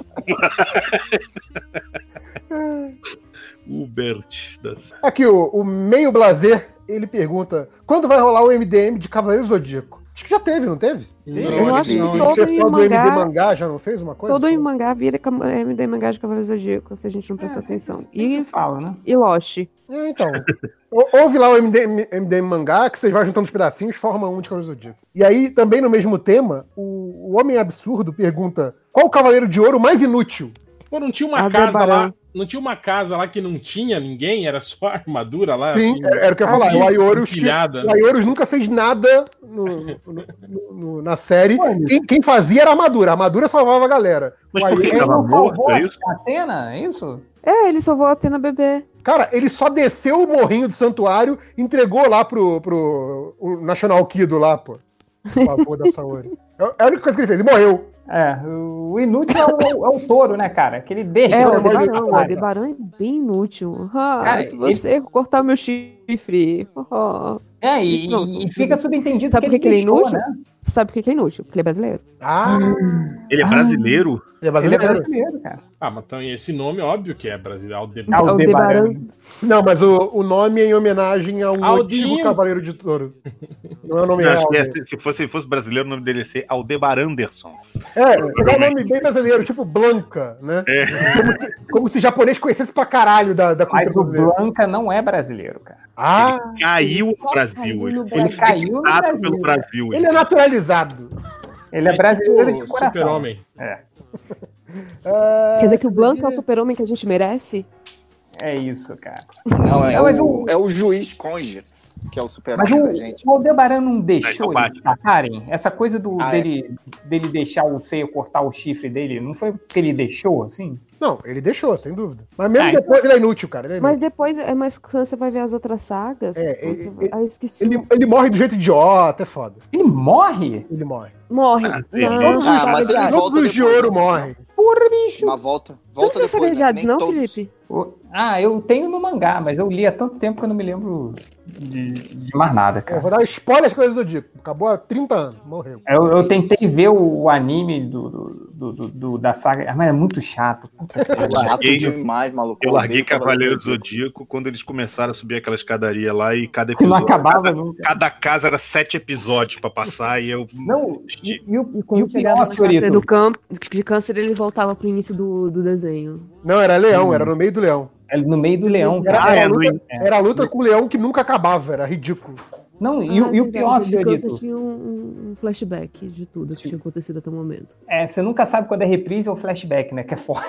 Speaker 14: Hubert da Silva.
Speaker 20: Aqui, o, o Meio Blazer, ele pergunta: quando vai rolar o M D M de Cavaleiro Zodíaco? Acho que já teve, não teve?
Speaker 17: Eu acho que
Speaker 20: O
Speaker 17: todo em
Speaker 20: pessoal do M D
Speaker 17: mangá,
Speaker 20: Mangá já não fez uma coisa?
Speaker 17: todo em mangá vira cam- M D mangá de Cavaleiro Zodíaco, se a gente não prestar atenção. E,
Speaker 21: fala, né?
Speaker 17: e Lost.
Speaker 20: É, então. Ou- Ouve lá o M D M, M D M Mangá, que você vai juntando os pedacinhos e forma um de Cavaleiro Zodíaco. E aí, também no mesmo tema, o, o Homem Absurdo pergunta: qual o Cavaleiro de Ouro mais inútil?
Speaker 2: Pô, não tinha uma
Speaker 20: Aldebaran.
Speaker 2: casa lá. Não tinha uma casa lá que não tinha ninguém, era só a armadura lá?
Speaker 20: Sim,
Speaker 2: assim,
Speaker 20: era, era o que eu ia falar. O Aiorus, que-
Speaker 2: empilhada,
Speaker 20: o
Speaker 2: né?
Speaker 20: Aiorus nunca fez nada no- no- no- no- na série. Quem, quem fazia era a armadura. A armadura salvava a galera.
Speaker 14: Mas
Speaker 20: O
Speaker 14: por que
Speaker 20: Aiorus
Speaker 14: tava
Speaker 20: não
Speaker 14: morto,
Speaker 20: salvou
Speaker 14: é isso?
Speaker 21: A Atena, é isso?
Speaker 17: É, ele salvou a Atena bebê.
Speaker 20: Cara, ele só desceu o morrinho do santuário e entregou lá pro, pro o National Kido lá, pô. O avô da Saori. É a única coisa que ele fez. Ele morreu.
Speaker 21: É, o inútil é o, é o touro, né, cara? Que ele deixa.
Speaker 17: É, o
Speaker 21: ele
Speaker 17: Aldebaran, o
Speaker 21: deixa-
Speaker 17: Aldebaran é bem inútil. Ah,
Speaker 21: Cara,
Speaker 17: se você cortar o meu chifre. ah.
Speaker 21: É, e,
Speaker 17: Pronto.
Speaker 21: e fica subentendido
Speaker 17: Sabe por que, que ele é
Speaker 21: deixou,
Speaker 17: inútil?
Speaker 21: né?
Speaker 17: Sabe por que, que ele é inútil? Porque ele é brasileiro.
Speaker 20: Ah!
Speaker 14: Ele é brasileiro?
Speaker 20: Ele é
Speaker 21: Ele é
Speaker 20: brasileiro.
Speaker 21: brasileiro, cara.
Speaker 2: Ah, mas então esse nome, óbvio que é brasileiro. Aldebaran.
Speaker 21: Aldebaran.
Speaker 20: Não, mas o, o nome é em homenagem a um
Speaker 2: Aldinho.
Speaker 20: antigo cavaleiro de touro. Não é o nome
Speaker 14: Eu acho
Speaker 20: real.
Speaker 14: que ia
Speaker 20: dele.
Speaker 14: ser- se, fosse, se fosse brasileiro, o nome dele ia ser Aldebaran Anderson.
Speaker 20: É, pegar um nome bem brasileiro, tipo Blanca, né?
Speaker 14: É.
Speaker 20: Como, se, como se japonês conhecesse pra caralho da, da cultura
Speaker 21: Mas o
Speaker 20: brasileira.
Speaker 21: Blanca não é brasileiro, cara.
Speaker 20: Ah,
Speaker 14: Caiu no
Speaker 21: só
Speaker 14: Brasil.
Speaker 21: caiu
Speaker 14: Ele,
Speaker 21: no
Speaker 14: foi
Speaker 21: Brasil. Caiu no
Speaker 14: fixado
Speaker 21: Brasil.
Speaker 14: pelo Brasil.
Speaker 20: ele é naturalizado.
Speaker 21: Ele é brasileiro de
Speaker 2: O
Speaker 21: coração.
Speaker 2: Super-Homem.
Speaker 21: É,
Speaker 20: É,
Speaker 17: Quer dizer que o Blanca é o super-homem que a gente merece?
Speaker 21: é isso, cara.
Speaker 6: Não, é,
Speaker 21: Não, mas
Speaker 6: o,
Speaker 21: o-
Speaker 6: é o juiz conge, que é o
Speaker 21: Mas
Speaker 6: super-homem
Speaker 21: o,
Speaker 6: da gente.
Speaker 21: o Aldebaran não
Speaker 14: Não,
Speaker 21: deixou
Speaker 14: então
Speaker 21: eles
Speaker 14: bate.
Speaker 21: atacarem? Essa coisa do,
Speaker 6: Ah, é.
Speaker 21: dele, dele deixar o Seiya cortar o chifre dele, não foi que ele deixou, assim?
Speaker 20: Não, ele deixou, sem dúvida. Mas mesmo
Speaker 21: Ah,
Speaker 20: depois ele é inútil, cara. Ele é
Speaker 17: Mas
Speaker 20: inútil.
Speaker 17: depois, é mais quando você vai ver as outras sagas.
Speaker 20: É,
Speaker 17: quando
Speaker 20: ele-
Speaker 17: você vai- Ah, eu esqueci.
Speaker 20: Ele, ele morre do jeito idiota, é foda.
Speaker 21: Ele morre?
Speaker 20: Ele morre.
Speaker 17: Morre.
Speaker 14: Ah,
Speaker 17: Não,
Speaker 14: beleza.
Speaker 6: Ah, mas ele
Speaker 17: sabe,
Speaker 6: volta
Speaker 20: Todos os de
Speaker 6: depois,
Speaker 20: ouro
Speaker 6: né?
Speaker 20: morrem.
Speaker 21: Porra, bicho!
Speaker 6: Uma volta.
Speaker 17: Você não
Speaker 6: Volta
Speaker 17: tem
Speaker 6: depois, né?
Speaker 17: sagregados,
Speaker 6: Nem
Speaker 17: não,
Speaker 6: todos.
Speaker 17: Felipe?
Speaker 21: O- Ah, eu tenho no mangá, mas eu li há tanto tempo que eu não me lembro de, de mais nada,
Speaker 20: Eu
Speaker 21: cara.
Speaker 20: vou dar spoiler às coisas do Zodíaco. Acabou há trinta anos, morreu.
Speaker 21: Eu, eu tentei ver o, o anime do, do, do- do- do- da saga, mas é muito chato. Puta que pariu.
Speaker 6: Chato
Speaker 14: larguei-
Speaker 6: demais, maluco.
Speaker 14: Eu larguei
Speaker 6: odeio
Speaker 14: Cavaleiro do
Speaker 6: Zodíaco.
Speaker 14: Zodíaco quando eles começaram a subir aquela escadaria lá e cada
Speaker 21: Que não
Speaker 14: episódio.
Speaker 21: acabava
Speaker 14: cada,
Speaker 21: nunca.
Speaker 14: cada casa era sete episódios pra passar e eu.
Speaker 21: Não, e, e o,
Speaker 17: E
Speaker 21: e
Speaker 17: quando
Speaker 21: o
Speaker 17: chegava
Speaker 21: pior,
Speaker 17: na
Speaker 21: Fiorito,
Speaker 17: câncer do campo, de câncer, ele voltava pro início do, do desenho.
Speaker 20: Não, era leão,
Speaker 21: Hum.
Speaker 20: era no meio do leão.
Speaker 21: é no meio do leão,
Speaker 20: Era,
Speaker 21: cara.
Speaker 20: era,
Speaker 14: é,
Speaker 20: a
Speaker 14: no
Speaker 20: luta,
Speaker 14: in-
Speaker 20: era a luta com o leão que nunca acabava, era ridículo.
Speaker 21: Não, e, o-
Speaker 17: Ah,
Speaker 21: e o
Speaker 17: verdade,
Speaker 21: pior,
Speaker 17: de câncer
Speaker 21: Fiorito,
Speaker 17: tinha um, um flashback de tudo que tinha acontecido até o momento.
Speaker 21: é, você nunca sabe quando é reprise ou flashback, né? Que é foda.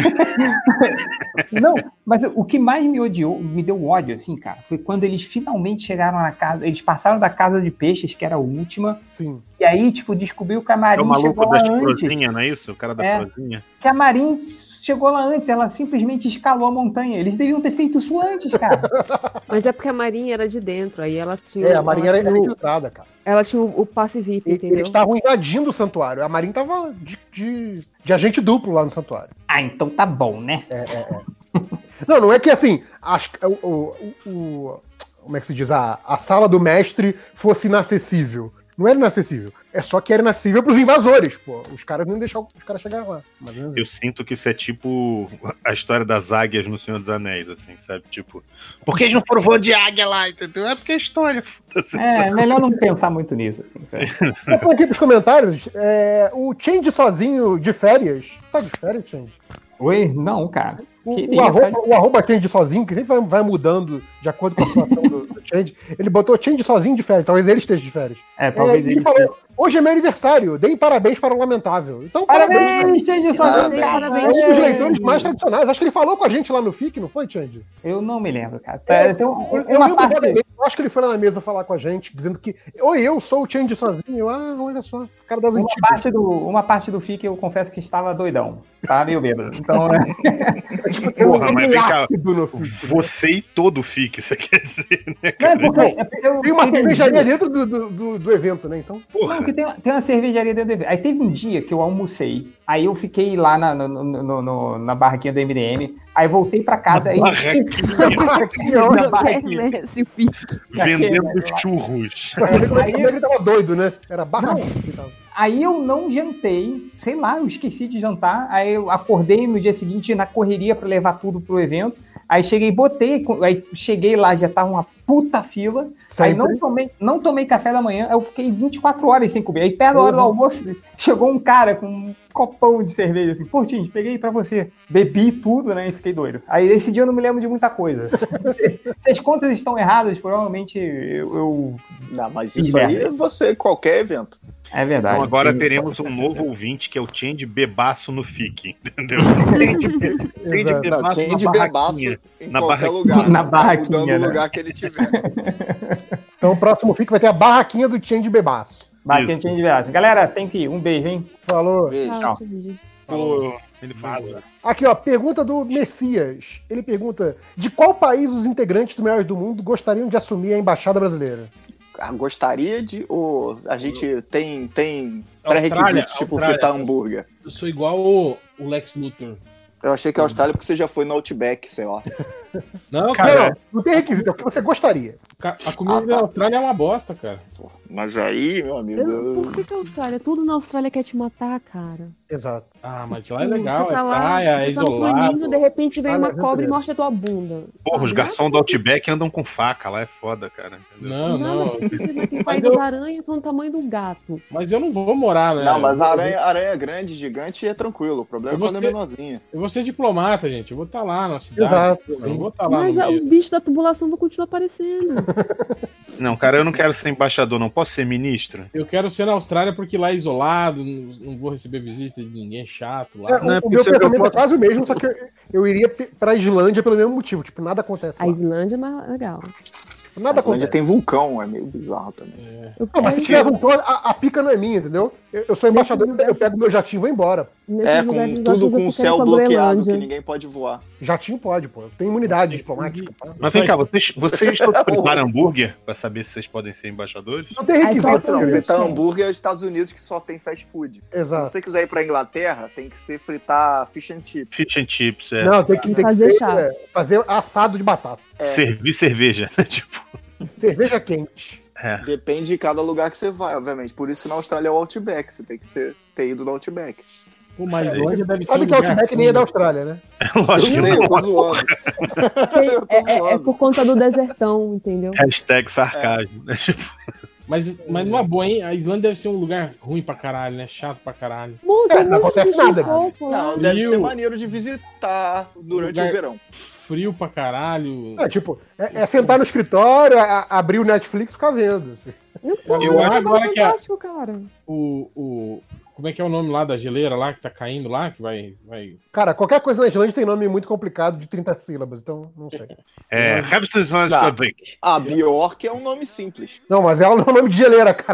Speaker 21: Não, mas o que mais me odiou, me deu ódio, assim, cara, foi quando eles finalmente chegaram na casa, eles passaram da casa de peixes, que era a última,
Speaker 20: Sim.
Speaker 21: e aí, tipo, descobriu que a
Speaker 14: É
Speaker 21: Marin
Speaker 14: o maluco
Speaker 21: chegou
Speaker 14: das
Speaker 21: lá antes.
Speaker 14: prozinhas, não é isso? O cara da
Speaker 21: É.
Speaker 14: prozinha.
Speaker 21: Que a Marin chegou lá antes, ela simplesmente escalou a montanha. Eles deviam ter feito isso antes, cara.
Speaker 17: Mas é porque a Marinha era de dentro, aí ela tinha...
Speaker 20: É, a Marinha era
Speaker 17: tinha o-
Speaker 20: infiltrada, cara.
Speaker 17: Ela tinha o, o passe V I P,
Speaker 20: E-
Speaker 17: entendeu?
Speaker 20: Eles estavam invadindo o santuário. A Marinha tava de, de, de agente duplo lá no santuário.
Speaker 21: Ah, então tá bom, né?
Speaker 20: É, é, é. Não, não é que assim, as- o, o- o- como é que se diz? A, a sala do mestre fosse inacessível. Não era inacessível. É só que era inacessível pros invasores, pô. Os caras não deixaram os caras chegarem lá. Mas, não-
Speaker 14: Eu sinto que isso é tipo a história das águias no Senhor dos Anéis, assim, sabe? Tipo, por que eles não foram voando de águia lá, entendeu? É porque é história.
Speaker 21: É, melhor não pensar muito nisso, assim, cara.
Speaker 20: Eu tô aqui pros comentários. é, o Change sozinho de férias. Tá de férias, Change?
Speaker 21: Oi? Não, cara.
Speaker 20: O,
Speaker 21: Queria,
Speaker 20: o, arroba,
Speaker 21: cara.
Speaker 20: o arroba Change sozinho, que sempre vai, vai mudando de acordo com a situação do, do Change. Ele botou Change sozinho de férias. Talvez ele esteja de férias.
Speaker 21: É, talvez
Speaker 20: ele
Speaker 21: ele
Speaker 20: falou, hoje é meu aniversário. Deem parabéns para o Lamentável. Então,
Speaker 21: Parabéns, Change sozinho.
Speaker 20: É um dos leitores mais tradicionais. Acho que ele falou com a gente lá no F I C, não foi, Change?
Speaker 21: Eu não me lembro, cara.
Speaker 20: É,
Speaker 21: Tem um-
Speaker 20: eu,
Speaker 21: tem
Speaker 20: eu
Speaker 21: uma
Speaker 20: lembro
Speaker 21: parte-
Speaker 20: vagamente, eu acho que ele foi lá na mesa falar com a gente, dizendo que oi, eu sou o Change sozinho. Eu, ah, olha só, o cara das
Speaker 21: Uma
Speaker 20: antigas.
Speaker 21: parte, do, uma parte do F I C eu confesso que estava doidão. Tá meio bêbado. Então, né?
Speaker 14: Porra, mas vem cá,
Speaker 20: Ácido no F I C.
Speaker 14: você e todo fique, você quer dizer, né,
Speaker 21: Não, é
Speaker 14: cara?
Speaker 21: porque, é porque eu
Speaker 20: Tem uma
Speaker 21: teve um
Speaker 20: cervejaria
Speaker 21: dia-
Speaker 20: dentro do, do, do, do evento, né? Então.
Speaker 21: Não, que tem, tem uma cervejaria dentro do evento. Aí teve um dia que eu almocei. Aí eu fiquei lá na, no- no- no- no- na barraquinha do M D M. Aí voltei pra casa. Aí
Speaker 14: barraquinha.
Speaker 21: Na barraquinha. Na barraquinha.
Speaker 17: Esse F I C.
Speaker 14: Vendendo churros.
Speaker 20: Aí ele tava doido, né? Era barra. que tava.
Speaker 21: Aí eu não jantei, sei lá, eu esqueci de jantar. Aí eu acordei no dia seguinte na correria pra levar tudo pro evento. Aí cheguei, botei, aí cheguei lá, já tava uma puta fila. Aí não tomei, não tomei café da manhã, aí eu fiquei vinte e quatro horas sem comer. Aí perto da hora do almoço, chegou um cara com um copão de cerveja, assim, Portinho, peguei pra você. Bebi tudo, né, e fiquei doido. Aí esse dia eu não me lembro de muita coisa. Se as contas estão erradas, provavelmente eu... eu...
Speaker 6: Não, mas isso aí é você, qualquer evento.
Speaker 21: É verdade.
Speaker 14: Então agora teremos um novo ouvinte que é o Change Bebaço no F I C, entendeu? Change
Speaker 6: Não,
Speaker 14: Bebaço
Speaker 6: tinha
Speaker 14: na
Speaker 6: de bebaço
Speaker 14: barraquinha.
Speaker 6: em
Speaker 14: Na
Speaker 6: qualquer
Speaker 14: barraquinha.
Speaker 6: lugar.
Speaker 21: Na barraquinha,
Speaker 6: Mudando o
Speaker 21: né?
Speaker 6: lugar que ele tiver.
Speaker 20: Então o próximo F I C vai ter a barraquinha do Change Bebaço.
Speaker 21: Barraquinha de verdade. Galera, tem que ir. Um beijo, hein?
Speaker 20: Falou.
Speaker 21: Tchau.
Speaker 14: Pô, ele vaza.
Speaker 20: Aqui, ó, pergunta do Messias. Ele pergunta: de qual país os integrantes do Melhores do Mundo gostariam de assumir a embaixada brasileira?
Speaker 6: Ah, gostaria de. Ou a gente tem, tem
Speaker 2: Austrália,
Speaker 6: pré-requisitos, tipo
Speaker 2: Austrália.
Speaker 6: fritar hambúrguer?
Speaker 2: Eu sou igual o, o Lex Luthor.
Speaker 6: Eu achei que a Austrália porque você já foi no Outback, sei lá.
Speaker 2: Não,
Speaker 20: Cara,
Speaker 2: cara,
Speaker 20: não, não tem requisito, é o que você gostaria.
Speaker 2: ca- a comida
Speaker 6: Ah, tá.
Speaker 2: da Austrália é uma bosta, cara.
Speaker 6: Mas aí, meu amigo.
Speaker 17: Eu- Por que, que a Austrália? Tudo na Austrália quer te matar, cara.
Speaker 20: Exato.
Speaker 2: Ah, mas lá é legal,
Speaker 17: Você tá
Speaker 2: é
Speaker 17: lá,
Speaker 2: praia, é
Speaker 17: você tá no
Speaker 2: isolado.
Speaker 17: caminho, de repente vem
Speaker 20: Ah,
Speaker 17: uma
Speaker 20: mas é
Speaker 17: cobra e
Speaker 20: beleza.
Speaker 17: mostra a tua bunda.
Speaker 14: Porra, os
Speaker 17: Ah,
Speaker 14: garçons do Outback andam com faca, lá é foda, cara. Entendeu?
Speaker 2: Não, não.
Speaker 17: Tem
Speaker 2: Mas
Speaker 17: país
Speaker 2: eu-
Speaker 17: das aranhas são do tamanho do gato.
Speaker 2: Mas eu não vou morar, né?
Speaker 6: Não, mas a
Speaker 2: Eu-
Speaker 6: aranha, aranha grande, gigante é tranquilo. O problema
Speaker 2: Eu
Speaker 6: é
Speaker 2: vou
Speaker 6: quando é
Speaker 2: ser-
Speaker 6: menorzinha.
Speaker 2: Eu vou ser diplomata, gente. Eu vou estar lá na cidade.
Speaker 20: Exato.
Speaker 2: Eu não vou estar lá
Speaker 17: Mas
Speaker 2: no
Speaker 17: ah,
Speaker 2: meio.
Speaker 17: os bichos da tubulação vão continuar aparecendo.
Speaker 14: Não, cara, eu não quero ser embaixador, não. Posso ser ministro?
Speaker 2: Eu quero ser na Austrália porque lá é isolado, não, não vou receber visita de ninguém chato lá.
Speaker 20: É,
Speaker 14: Não é
Speaker 20: o, o meu
Speaker 14: possível,
Speaker 20: pensamento
Speaker 14: eu
Speaker 20: é quase o mesmo, só que eu, eu iria pe- pra Islândia pelo mesmo motivo. Tipo, nada acontece
Speaker 17: A
Speaker 20: lá.
Speaker 17: Islândia é mais legal.
Speaker 20: Nada
Speaker 6: A Islândia
Speaker 20: acontece.
Speaker 6: tem vulcão, é meio bizarro também.
Speaker 17: Eu
Speaker 20: Não, mas se
Speaker 17: quero-
Speaker 20: tiver vulcão, a, a pica não é minha, entendeu? Eu, eu sou embaixador, eu pego meu jatinho e vou embora.
Speaker 17: nesses
Speaker 6: É,
Speaker 17: lugares
Speaker 6: com
Speaker 17: eu
Speaker 6: tudo
Speaker 17: acho que
Speaker 6: com
Speaker 17: eu
Speaker 6: o
Speaker 17: quero
Speaker 6: céu
Speaker 17: pra
Speaker 6: bloqueado
Speaker 17: Groenlândia.
Speaker 6: que ninguém pode voar.
Speaker 20: Jatinho pode, pô. Eu tenho imunidade diplomática. pá.
Speaker 14: Mas vem cá, vocês, vocês todos preparam hambúrguer pra saber se vocês podem ser embaixadores?
Speaker 20: Não tem
Speaker 17: Aí
Speaker 20: requisito.
Speaker 17: só-
Speaker 6: Não,
Speaker 20: né?
Speaker 6: fritar hambúrguer é os Estados Unidos que só tem fast food.
Speaker 20: Exato.
Speaker 6: Se você quiser ir pra Inglaterra, tem que ser fritar fish and chips.
Speaker 14: Fish and chips, é.
Speaker 20: Não, tem que, tem que
Speaker 17: Fazer
Speaker 20: ser,
Speaker 17: chá.
Speaker 20: é, fazer assado de batata.
Speaker 6: É,
Speaker 14: Servir cerveja, né? Tipo,
Speaker 20: Cerveja quente.
Speaker 14: é.
Speaker 6: depende de cada lugar que você vai, obviamente. Por isso que na Austrália é o Outback. Você tem que ser, ter ido no Outback.
Speaker 2: Pô, mas Islândia deve ser
Speaker 20: Sabe
Speaker 2: um
Speaker 20: que o
Speaker 2: lugar
Speaker 20: Outback nem é da Austrália, né?
Speaker 6: Eu
Speaker 14: Lógico
Speaker 6: sei, eu
Speaker 14: que
Speaker 6: tô
Speaker 14: não.
Speaker 6: zoando. Eu tô
Speaker 17: É, é- é
Speaker 6: zoando.
Speaker 17: por conta do desertão, entendeu?
Speaker 14: Hashtag sarcasmo, né? Tipo,
Speaker 2: Mas, mas numa boa, hein? A Islândia deve ser um lugar ruim pra caralho, né? Chato pra caralho.
Speaker 17: Bom,
Speaker 20: É,
Speaker 17: tem
Speaker 20: não
Speaker 17: um monte de
Speaker 20: acontece
Speaker 17: bicho
Speaker 20: nada,
Speaker 17: fofo lá.
Speaker 6: Não, deve
Speaker 2: Frio.
Speaker 6: ser maneiro de visitar durante
Speaker 2: Lugar-
Speaker 6: o verão.
Speaker 2: Frio pra caralho.
Speaker 20: É, tipo, é, é sentar no escritório, a- a- abrir o Netflix e ficar vendo. assim.
Speaker 17: Não pode,
Speaker 2: Eu
Speaker 17: é
Speaker 2: acho agora que a-
Speaker 17: fantástico, cara.
Speaker 2: O, o. Como é que é o nome lá da geleira lá que tá caindo lá? Que vai. vai...
Speaker 20: Cara, qualquer coisa na Islândia tem nome muito complicado de trinta sílabas, então não sei.
Speaker 14: é. Hamsters on
Speaker 6: Não.
Speaker 14: Drink.
Speaker 6: A Bjork é um nome simples.
Speaker 20: Não, mas é o nome de geleira, caralho.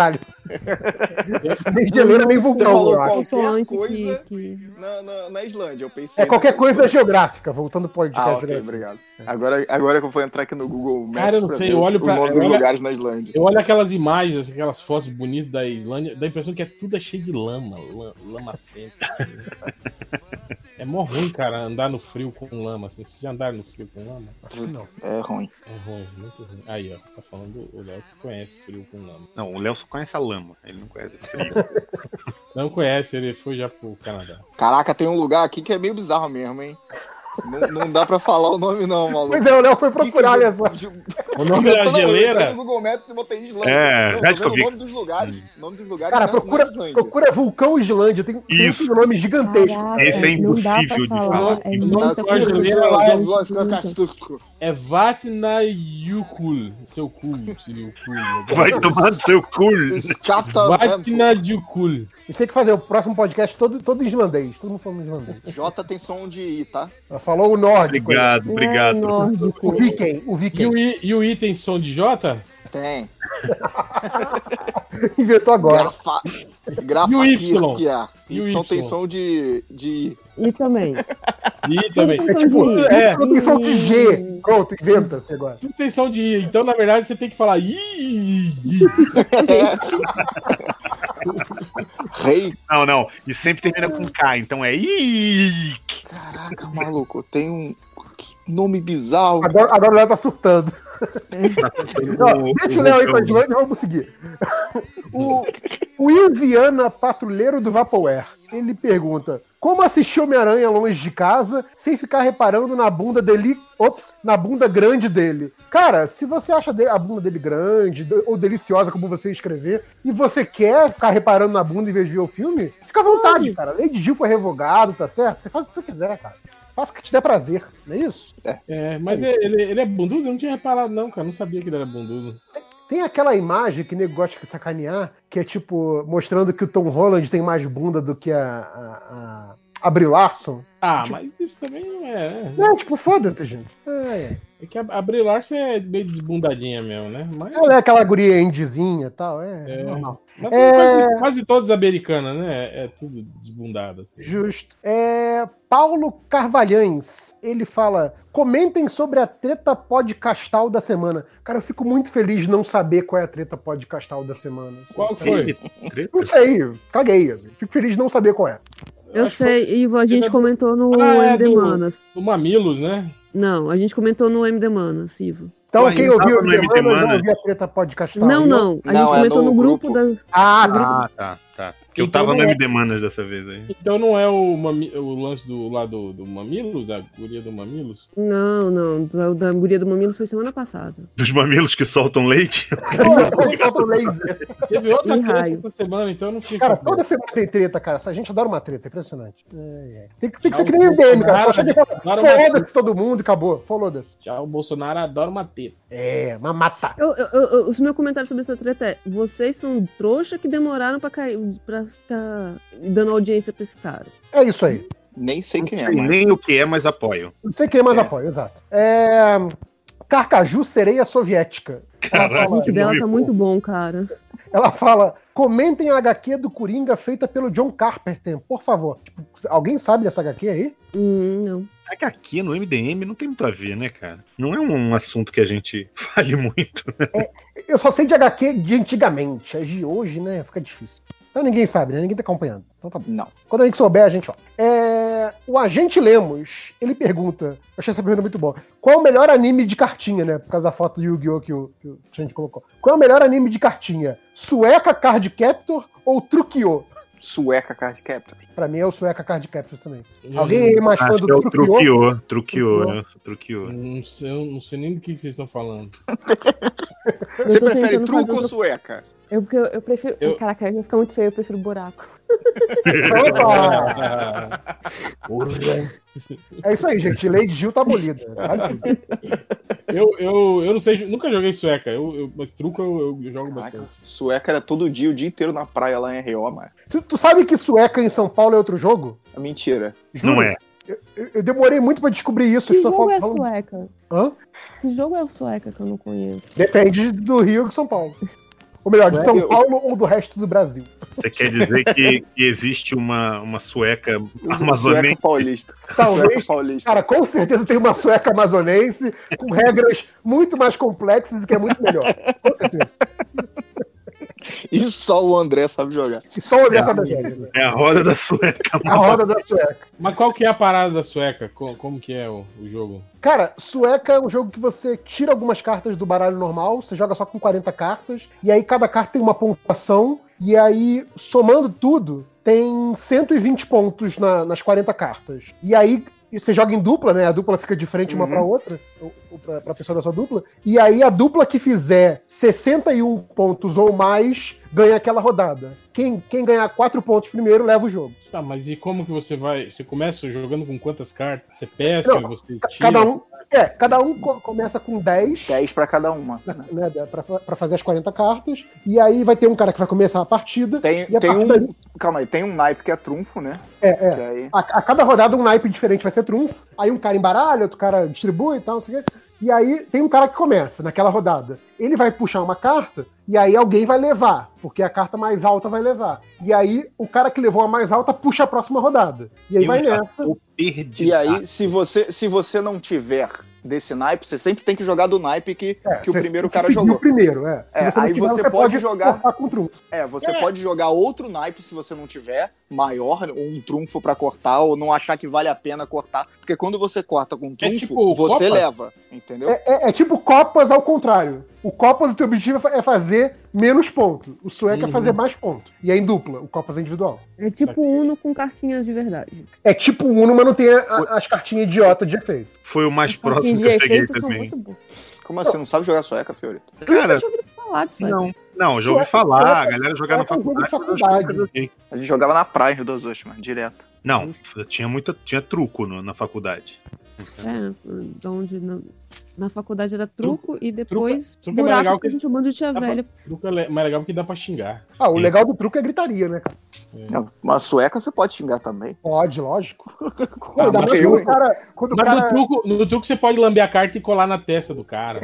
Speaker 20: Nem geleira, nem vulcão.
Speaker 6: Você falou
Speaker 20: eu acho.
Speaker 6: qualquer coisa na, na, na Islândia, eu pensei...
Speaker 20: É qualquer
Speaker 6: na...
Speaker 20: coisa geográfica, voltando pro podcast.
Speaker 6: Ah, ok, obrigado. Agora, agora que eu vou entrar aqui no Google Maps,
Speaker 2: Cara, eu não
Speaker 6: pra
Speaker 2: sei,
Speaker 6: ver
Speaker 2: eu olho
Speaker 6: o
Speaker 2: pra-
Speaker 6: nome
Speaker 2: eu
Speaker 6: dos
Speaker 2: olho-
Speaker 6: lugares na Islândia.
Speaker 2: Eu olho aquelas imagens, aquelas fotos bonitas da Islândia, dá a impressão que é tudo cheio de lama, lama, lama sempre. Assim. É mó ruim, cara, andar no frio com lama, assim. Vocês já andaram no frio com lama?
Speaker 20: Não.
Speaker 6: É ruim.
Speaker 2: É ruim, muito ruim. Aí, ó, tá falando o Léo que conhece frio com lama.
Speaker 14: Não, o Léo só conhece a lama, ele não conhece o frio.
Speaker 2: Não conhece, ele foi já pro Canadá.
Speaker 6: Caraca, tem um lugar aqui que é meio bizarro mesmo, hein? Não, não dá pra falar o nome não, maluco.
Speaker 20: Pois é, o Léo foi procurar, olha só.
Speaker 2: O nome da
Speaker 6: Eu tô- não, eu
Speaker 2: geleira?
Speaker 6: entrei no Google Maps e botei Islândia.
Speaker 14: É,
Speaker 6: Não,
Speaker 14: já
Speaker 6: tô vendo o
Speaker 14: descobri.
Speaker 6: nome dos lugares. nome dos lugares
Speaker 20: Cara,
Speaker 6: na-
Speaker 20: procura,
Speaker 6: na Islândia.
Speaker 20: procura Vulcão Islândia, tem, tem
Speaker 14: Isso.
Speaker 20: um nome gigantesco.
Speaker 17: Caraca,
Speaker 14: Esse é
Speaker 17: não dá pra
Speaker 14: impossível de
Speaker 17: falar.
Speaker 14: falar.
Speaker 17: É
Speaker 2: O
Speaker 17: muita
Speaker 2: nome da
Speaker 17: coisa.
Speaker 2: geleira lá é,
Speaker 6: Vatnajökull.
Speaker 2: é Vatnajökull. Seu cu, seria o cu.
Speaker 14: Vai tomar no seu cu.
Speaker 2: Vatnajökull.
Speaker 20: A gente tem que fazer o próximo podcast todo, todo em islandês. Todo mundo falando islandês.
Speaker 6: J tem som de I, tá?
Speaker 20: Ela falou o nórdico.
Speaker 14: Obrigado, obrigado.
Speaker 17: É, nórdico.
Speaker 20: O Viking, o
Speaker 2: E
Speaker 20: Viking.
Speaker 2: o, I, e o I tem som de J?
Speaker 6: Tem.
Speaker 20: Inventou agora.
Speaker 6: Grafa... Grafa
Speaker 2: E o Y?
Speaker 6: que é.
Speaker 2: E o
Speaker 6: Y tem
Speaker 2: Y?
Speaker 6: som de, de I.
Speaker 17: E também.
Speaker 2: I também.
Speaker 20: É tipo,
Speaker 2: É.
Speaker 20: é. Tem som de G. Pronto, inventa agora.
Speaker 2: Tudo tem som de I. Então, na verdade, você tem que falar I.
Speaker 6: Rei.
Speaker 14: Não, não. E sempre termina com K, então é I.
Speaker 6: Caraca, maluco, tem um que nome bizarro.
Speaker 20: Agora, agora o Léo tá surtando. Não, deixa o Léo aí com a Islândia e vamos seguir. O, o Will Viana, patrulheiro do Vaporware, ele pergunta: como assistir Homem-Aranha longe de casa sem ficar reparando na bunda dele, ops, na bunda grande dele? Cara, se você acha de- a bunda dele grande de- ou deliciosa, como você escrever, e você quer ficar reparando na bunda em vez de ver o filme, fica à vontade, cara. Lady Gil foi revogado, tá certo? Você faz o que você quiser, cara. Faça o que te der prazer, não é isso?
Speaker 2: É, mas ele, ele é bundudo? Eu não tinha reparado, não, cara. Não sabia que ele era bundudo.
Speaker 20: Tem aquela imagem que o nego gosta de sacanear, que é tipo, mostrando que o Tom Holland tem mais bunda do que a, a, a, a Brie Larson.
Speaker 2: Ah,
Speaker 20: Tipo-
Speaker 2: mas isso também não é. né?
Speaker 20: Não, tipo, foda-se, gente. É, é.
Speaker 2: É que a, a Brie Larson é meio desbundadinha mesmo, né? Mas,
Speaker 20: Ela é aquela guria indizinha e tal, é,
Speaker 2: É.
Speaker 20: normal.
Speaker 2: mas
Speaker 20: É.
Speaker 2: quase, quase todas americanas, né? É tudo desbundado. Assim.
Speaker 20: Justo. É, Paulo Carvalhães, ele fala: comentem sobre a treta podcastal da semana. Cara, eu fico muito feliz de não saber qual é a treta podcastal da semana.
Speaker 2: Qual foi?
Speaker 20: Não sei, caguei. Assim. Fico feliz de não saber qual é.
Speaker 17: Eu
Speaker 2: Acho que
Speaker 17: sei, Ivo, a gente comentou no
Speaker 2: Ah, é
Speaker 17: M D
Speaker 2: do-
Speaker 17: Manas.
Speaker 2: Do Mamilos, né?
Speaker 17: Não, a gente comentou no M D Manas, Ivo.
Speaker 20: Então,
Speaker 14: Ué,
Speaker 20: quem
Speaker 14: eu
Speaker 20: ouviu
Speaker 14: tava
Speaker 20: o
Speaker 14: no M D
Speaker 20: Semana já
Speaker 14: Manas.
Speaker 20: ouviu a treta podcastal.
Speaker 17: Não, não. A gente
Speaker 6: Não, é
Speaker 17: comentou
Speaker 6: no
Speaker 17: no grupo,
Speaker 6: grupo.
Speaker 17: da.
Speaker 20: Ah, tá.
Speaker 14: Ah, tá, tá. Porque eu
Speaker 2: Então
Speaker 14: tava no
Speaker 2: não é-
Speaker 14: M D Manas dessa vez aí.
Speaker 2: Então não é o, mami, o lance do, lá do, do Mamilos, da guria do Mamilos?
Speaker 17: Não, não. Da, da guria do Mamilo foi semana passada.
Speaker 14: Dos mamilos que soltam leite?
Speaker 20: Solta o laser.
Speaker 2: Teve outra
Speaker 17: Ih,
Speaker 2: treta
Speaker 17: raio.
Speaker 2: essa semana, então eu não fiquei
Speaker 20: Cara,
Speaker 2: sabendo.
Speaker 20: toda semana tem treta, cara. A gente adora uma treta, é impressionante. É, é. Tem, que- tem que
Speaker 2: Já
Speaker 20: ser que
Speaker 2: o
Speaker 20: nem o D M, cara. Só
Speaker 2: Bolsonaro
Speaker 20: chega e fala:
Speaker 2: adora uma
Speaker 20: foda-se todo mundo e acabou. Foda-se.
Speaker 2: Já o Bolsonaro adora uma teta.
Speaker 20: É, uma mata.
Speaker 17: Eu, eu, eu, o meu comentário sobre essa treta é: vocês são trouxa que demoraram pra, cair, pra ficar dando audiência pra esse cara.
Speaker 20: É isso aí.
Speaker 6: Nem sei quem é,
Speaker 14: Sei
Speaker 6: mas...
Speaker 14: nem o que é, mas apoio.
Speaker 20: Não sei quem mais
Speaker 6: É.
Speaker 20: apoia, exato. É... Carcaju Sereia Soviética. Ela
Speaker 14: Caralho.
Speaker 17: O
Speaker 20: fala,
Speaker 17: look dela
Speaker 14: nome
Speaker 17: tá
Speaker 14: bom.
Speaker 17: muito bom, cara.
Speaker 20: ela fala: comentem a H Q do Coringa feita pelo John Carpenter, por favor. Tipo, alguém sabe dessa H Q aí?
Speaker 17: Hum, não.
Speaker 14: É que aqui no M D M não tem muito a ver, né, cara? Não é um assunto que a gente fale muito, né?
Speaker 20: Eu só sei de H Q de antigamente. As de hoje, né? Fica difícil. Então ninguém sabe, né? Ninguém tá acompanhando. Então tá bom.
Speaker 6: Não.
Speaker 20: Quando a gente souber, a gente fala. É... O Agente Lemos, ele pergunta, eu achei essa pergunta muito boa: qual é o melhor anime de cartinha, né? Por causa da foto do Yu-Gi-Oh! Que, o- que a gente colocou. Qual é o melhor anime de cartinha? Sueca Card Captor ou Truquio?
Speaker 6: Sueca Card Captor.
Speaker 20: Pra mim é o Sueca Card Captor também. Alguém aí é mais fã
Speaker 14: Acho
Speaker 20: do
Speaker 14: que é o
Speaker 20: Truquio?
Speaker 14: Truquiô. Truquiô, né? Truquiô.
Speaker 2: Não sei, eu não sei nem do que que vocês estão falando.
Speaker 6: Você
Speaker 17: tô
Speaker 6: prefere
Speaker 17: tentando
Speaker 6: truco
Speaker 17: fazer
Speaker 6: ou
Speaker 17: outra-
Speaker 6: sueca?
Speaker 17: Eu, porque eu, eu prefiro.
Speaker 2: Eu-
Speaker 17: Caraca, vai ficar muito feio, eu prefiro buraco.
Speaker 20: Opa! É isso aí, gente. Lady Gil tá abolida. Vale tudo.
Speaker 2: eu, eu, eu não sei, nunca joguei sueca, eu, eu, mas truco eu, eu jogo bastante.
Speaker 6: Sueca era todo dia, o dia inteiro na praia lá em R O, mano.
Speaker 20: Tu, tu sabe que Sueca em São Paulo é outro jogo?
Speaker 6: É mentira.
Speaker 14: Não é.
Speaker 20: Eu, eu- eu demorei muito pra descobrir isso.
Speaker 17: Que
Speaker 20: Só
Speaker 17: jogo é
Speaker 20: falo-
Speaker 17: sueca?
Speaker 20: Hã?
Speaker 17: Que jogo é o sueca que eu não conheço?
Speaker 20: Depende do Rio ou de São Paulo. Ou melhor, de São Paulo ou do resto do Brasil.
Speaker 14: Você quer dizer que, que existe uma, uma sueca amazonense?
Speaker 6: Sueca paulista.
Speaker 20: Talvez,
Speaker 6: Sueca paulista.
Speaker 20: cara, com certeza tem uma sueca amazonense com regras muito mais complexas e que é muito melhor. Com certeza.
Speaker 6: E só o André sabe jogar.
Speaker 20: E só o André sabe jogar.
Speaker 14: É a roda da sueca.
Speaker 20: A roda da sueca.
Speaker 2: Mas qual que é a parada da sueca? Como, como que é o, o jogo?
Speaker 20: Cara, sueca é um jogo que você tira algumas cartas do baralho normal, você joga só com quarenta cartas, e aí cada carta tem uma pontuação, e aí, somando tudo, tem cento e vinte pontos na, nas quarenta cartas. E aí, você joga em dupla, né? A dupla fica de frente uma
Speaker 6: Uhum.
Speaker 20: pra outra, ou, ou pra, pra pessoa da sua dupla, e aí a dupla que fizer sessenta e um pontos ou mais ganha aquela rodada. Quem, quem ganhar quatro pontos primeiro leva o jogo.
Speaker 2: Tá, mas e como que você vai... Você começa jogando com quantas cartas? Você peça,
Speaker 20: Não,
Speaker 2: você
Speaker 20: ca-
Speaker 2: tira...
Speaker 20: Cada um, é, cada um co- começa com dez.
Speaker 6: dez pra cada uma.
Speaker 20: Né, pra, pra fazer as quarenta cartas. E aí vai ter um cara que vai começar a partida.
Speaker 6: Tem,
Speaker 20: e a
Speaker 6: tem
Speaker 20: partir
Speaker 6: um.
Speaker 20: daí-
Speaker 6: Calma aí, tem um naipe que é trunfo, né?
Speaker 20: É,
Speaker 6: Que
Speaker 20: é.
Speaker 6: aí-
Speaker 20: A, a cada rodada um naipe diferente vai ser trunfo. Aí um cara embaralha, outro cara distribui e tal, não sei o quê. E aí tem um cara que começa naquela rodada. Ele vai puxar uma carta e aí alguém vai levar, porque a carta mais alta vai levar. E aí o cara que levou a mais alta puxa a próxima rodada. E aí
Speaker 6: Eu
Speaker 20: vai
Speaker 6: já
Speaker 20: nessa.
Speaker 6: E aí, se você, se você não tiver desse naipe, você sempre tem que jogar do naipe que,
Speaker 20: É,
Speaker 6: que o
Speaker 20: você
Speaker 6: primeiro
Speaker 20: tem que
Speaker 6: cara
Speaker 20: seguir
Speaker 6: jogou.
Speaker 20: o primeiro, é. Se
Speaker 6: É,
Speaker 20: você não
Speaker 6: aí
Speaker 20: tiver,
Speaker 6: você
Speaker 20: você
Speaker 6: pode
Speaker 20: pode
Speaker 6: jogar.
Speaker 20: cortar com trunfo.
Speaker 6: É, você
Speaker 20: É.
Speaker 6: pode jogar outro naipe se você não tiver maior, um trunfo pra cortar, ou não achar que vale a pena cortar. Porque quando você corta com trunfo,
Speaker 20: tipo
Speaker 6: você
Speaker 20: Copa?
Speaker 6: leva, entendeu?
Speaker 20: É, é- é tipo Copas ao contrário. O Copas, o teu objetivo é fa- é fazer menos pontos. O Sueca é
Speaker 11: Uhum.
Speaker 20: fazer mais pontos. E é em dupla, o Copas é individual.
Speaker 11: É tipo Uno com cartinhas de verdade.
Speaker 20: É tipo Uno, mas não tem a- a- as cartinhas idiota de efeito.
Speaker 14: Foi o mais
Speaker 11: Cartinhas de efeito são muito boas.
Speaker 6: Como assim? Não sabe jogar sueca, Fiorito?
Speaker 14: Cara,
Speaker 11: falar disso.
Speaker 14: não, não, já ouvi falar, a galera jogava na faculdade. mas eu acho que nunca joguei.
Speaker 6: A gente jogava na praia em Rio das Ostras, direto.
Speaker 14: Não, tinha muita, tinha truco no- na faculdade.
Speaker 11: É, de onde na, na faculdade era truco, e depois
Speaker 2: truco é mais
Speaker 11: buraco
Speaker 2: legal
Speaker 11: que
Speaker 2: que-
Speaker 11: a gente chamou de tia
Speaker 2: Dá pra-
Speaker 11: velha.
Speaker 2: Truco é le- mais legal porque dá pra xingar.
Speaker 20: Ah, o legal do truque é gritaria, né, cara?
Speaker 6: Não, mas sueca você pode xingar também.
Speaker 20: Pode, lógico.
Speaker 2: Ah,
Speaker 20: ainda
Speaker 2: mas
Speaker 20: mais
Speaker 2: eu,
Speaker 20: quando o
Speaker 2: hein?
Speaker 20: cara- quando o
Speaker 2: Mas
Speaker 20: cara-
Speaker 2: no, truco, no truco você pode lamber a carta e colar na testa do cara.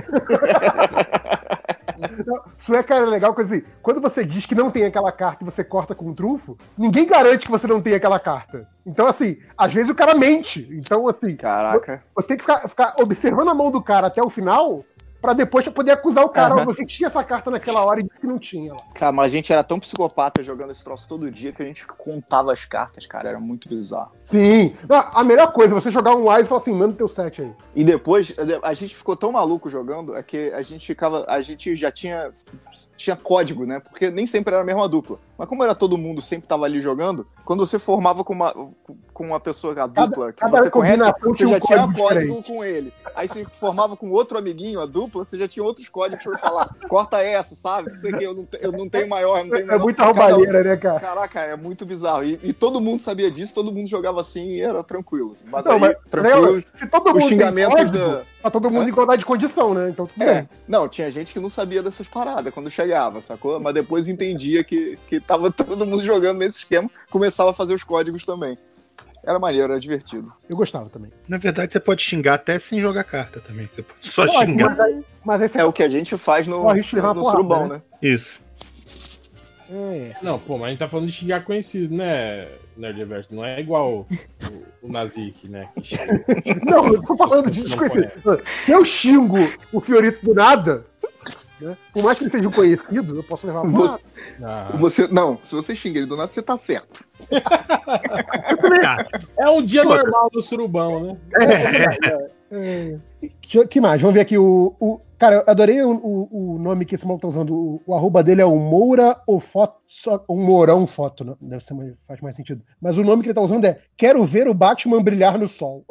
Speaker 20: Não, Sueca era legal, porque assim, quando você diz que não tem aquela carta e você corta com um trunfo, ninguém garante que você não tem aquela carta. Então, assim, às vezes o cara mente. Então, assim.
Speaker 6: Caraca.
Speaker 20: Você tem que ficar, ficar observando a mão do cara até o final, pra depois poder acusar o cara.
Speaker 6: Aham.
Speaker 20: Ó, você tinha essa carta naquela hora e disse que não tinha.
Speaker 6: Cara, mas a gente era tão psicopata jogando esse troço todo dia que a gente contava as cartas, cara. Era muito bizarro.
Speaker 20: Sim. Não, a melhor coisa é você jogar um Wise e falar assim, manda teu set aí.
Speaker 6: E depois, a gente ficou tão maluco jogando, é que a gente ficava. A gente já tinha. Tinha código, né? Porque nem sempre era a mesma dupla. Mas como era todo mundo, sempre tava ali jogando, quando você formava com uma, com uma pessoa, a dupla, que
Speaker 20: cada
Speaker 6: você conhece,
Speaker 20: combinação
Speaker 6: você
Speaker 20: tinha um
Speaker 6: já tinha
Speaker 20: código
Speaker 6: código
Speaker 20: diferente.
Speaker 6: com ele. Aí você formava com outro amiguinho, a dupla, você já tinha outros códigos pra falar. Corta essa, sabe? Não sei o que, eu não, te- eu não tenho maior, eu não tenho
Speaker 20: É
Speaker 6: menor.
Speaker 20: muita
Speaker 6: Cada um-
Speaker 20: roubalheira, né, cara?
Speaker 6: Caraca, é muito bizarro. E, e todo mundo sabia disso, todo mundo jogava assim e era tranquilo. Mas
Speaker 20: Não,
Speaker 6: aí,
Speaker 20: mas,
Speaker 6: tranquilo,
Speaker 20: né, se todo mundo
Speaker 6: os
Speaker 20: tem
Speaker 6: xingamentos
Speaker 20: código,
Speaker 6: da...
Speaker 20: tá todo mundo em igualdade de condição, né? Então tudo
Speaker 6: É,
Speaker 20: bem.
Speaker 6: não, tinha gente que não sabia dessas paradas quando chegava, sacou? Mas depois entendia que, que tava todo mundo jogando nesse esquema, começava a fazer os códigos também. Era maneiro, era divertido.
Speaker 20: Eu gostava também.
Speaker 14: Na verdade, você pode xingar até sem jogar carta também. Você pode só
Speaker 6: Pode,
Speaker 14: xingar.
Speaker 6: mas
Speaker 20: Mas esse
Speaker 6: é o que a gente faz no,
Speaker 20: Corre risco de levar
Speaker 6: no
Speaker 20: porrada,
Speaker 6: surubão,
Speaker 20: né?
Speaker 6: né?
Speaker 14: Isso.
Speaker 20: É.
Speaker 2: Não, pô, mas a gente tá falando de xingar conhecido, né, Nerdverso? Não é igual o, o Nazik, né? que xinga.
Speaker 20: Não, eu tô falando de
Speaker 2: Não
Speaker 20: desconhecido. Se eu xingo o Fiorito do nada, né, por mais que ele seja um conhecido, eu posso levar uma
Speaker 6: Você,
Speaker 20: porrada.
Speaker 2: Ah.
Speaker 6: você- não, se você xinga ele do nada, você tá certo.
Speaker 2: É um dia normal do surubão, né?
Speaker 20: É. Que- que mais? Vamos ver aqui o. o- cara, eu adorei o, o, o nome que esse maluco tá usando. O, o arroba dele é o Moura ou Foto. Só, um Mourão Foto, né? Deve ser mais, faz mais sentido. Mas o nome que ele tá usando é Quero ver o Batman brilhar no sol.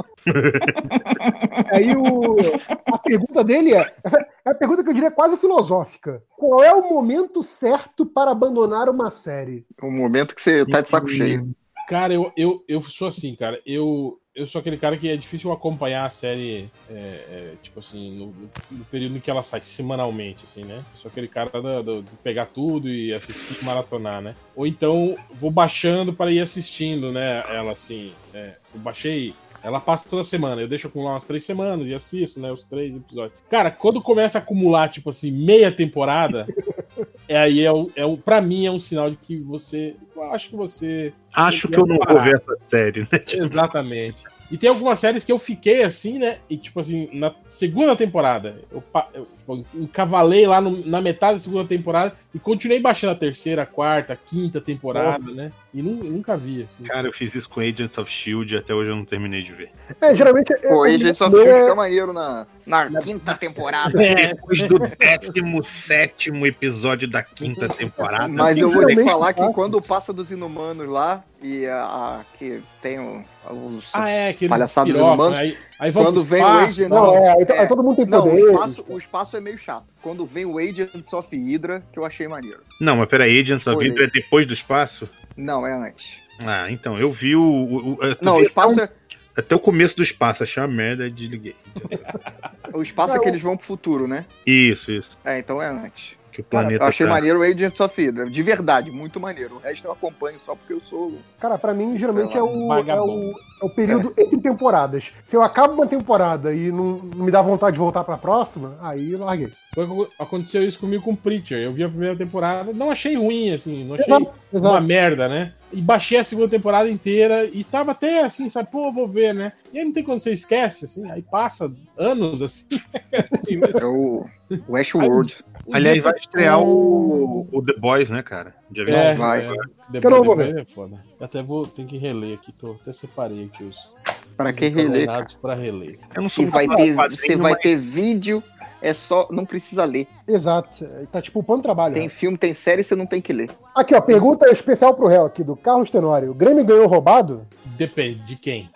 Speaker 20: Aí o, a pergunta dele é. É a pergunta que eu diria quase filosófica. Qual é o momento certo para abandonar uma série?
Speaker 6: O momento que você tá de saco cheio.
Speaker 2: Cara, eu, eu, eu sou assim, cara. Eu, eu sou aquele cara que é difícil acompanhar a série, é, é, tipo assim, no, no período em que ela sai semanalmente, assim, né? Eu sou aquele cara do, do- de pegar tudo e assistir e maratonar, né? Ou então vou baixando para ir assistindo, né? Ela assim, é, eu baixei. Ela passa toda semana, eu deixo acumular umas três semanas e assisto, né, os três episódios. Cara, quando começa a acumular, tipo assim, meia temporada, é aí é o, é o, pra mim é um sinal de que você, eu acho que você
Speaker 14: acho que eu não vou ver essa série, né?
Speaker 2: Exatamente. E tem algumas séries que eu fiquei assim, né? E tipo assim, na segunda temporada, eu, eu tipo, encavalei lá no, na metade da segunda temporada e continuei baixando a terceira, a quarta, a quinta temporada, Nossa. né? E nu, nunca vi, assim.
Speaker 14: Cara, eu fiz isso com Agents of Shield e até hoje eu não terminei de ver.
Speaker 20: É, geralmente...
Speaker 6: Pô, Agents of Shield fica maneiro na, na quinta temporada.
Speaker 14: É, depois do décimo sétimo episódio da quinta temporada.
Speaker 6: Mas eu vou te falar que quando passa dos Inumanos lá, e a, a que tem o, os
Speaker 2: ah, é,
Speaker 6: palhaçados dos Inumanos,
Speaker 2: aí, aí
Speaker 6: quando vem
Speaker 2: espaço,
Speaker 6: o Agent...
Speaker 20: Não, é, aí, é, aí todo mundo tem
Speaker 6: não,
Speaker 20: poder.
Speaker 6: O espaço, o espaço é meio chato. Quando vem o Agents of Hydra, que eu achei maneiro.
Speaker 14: Não, mas peraí, Agents of Hydra é depois do espaço?
Speaker 6: Não, é antes.
Speaker 14: Ah, então, eu vi o... o, o
Speaker 6: não, o espaço
Speaker 14: até,
Speaker 6: é...
Speaker 14: até o começo do espaço, achei uma merda e desliguei.
Speaker 6: O espaço não, é que eles vão pro futuro, né?
Speaker 14: Isso, isso.
Speaker 6: É, então é antes.
Speaker 14: Que o planeta
Speaker 6: Cara, eu achei
Speaker 14: tá...
Speaker 6: maneiro o Agents of Hydra, de verdade, muito maneiro. O resto eu acompanho só porque eu sou...
Speaker 20: Cara, pra mim, geralmente é o, é, o, é o período é. entre temporadas. Se eu acabo uma temporada e não, não me dá vontade de voltar pra próxima, aí eu larguei.
Speaker 2: Aconteceu isso comigo com o Preacher. Eu vi a primeira temporada, não achei ruim, assim, não achei
Speaker 20: exato, exato.
Speaker 2: uma merda, né? E baixei a segunda temporada inteira e tava até assim, sabe, pô, vou ver, né? E aí não tem quando você esquece, assim, aí passa anos, assim. assim né?
Speaker 6: É o Westworld.
Speaker 14: Aliás, vai estrear o, o The Boys, né, cara?
Speaker 2: Já é,
Speaker 6: vai.
Speaker 2: É, The
Speaker 20: Boys,
Speaker 2: The Boys é foda. Até vou, tem que reler aqui, tô, até separei aqui os...
Speaker 6: Pra que reler?
Speaker 2: Pra reler.
Speaker 6: Eu não sou você vai ter, você vai ter vídeo, é só, não precisa ler.
Speaker 20: Exato, tá tipo poupando trabalho.
Speaker 6: Tem né? filme, tem série, você não tem que ler.
Speaker 20: Aqui, ó, pergunta especial pro réu aqui, do Carlos Tenório. O Grêmio ganhou roubado?
Speaker 2: Depende, de quem?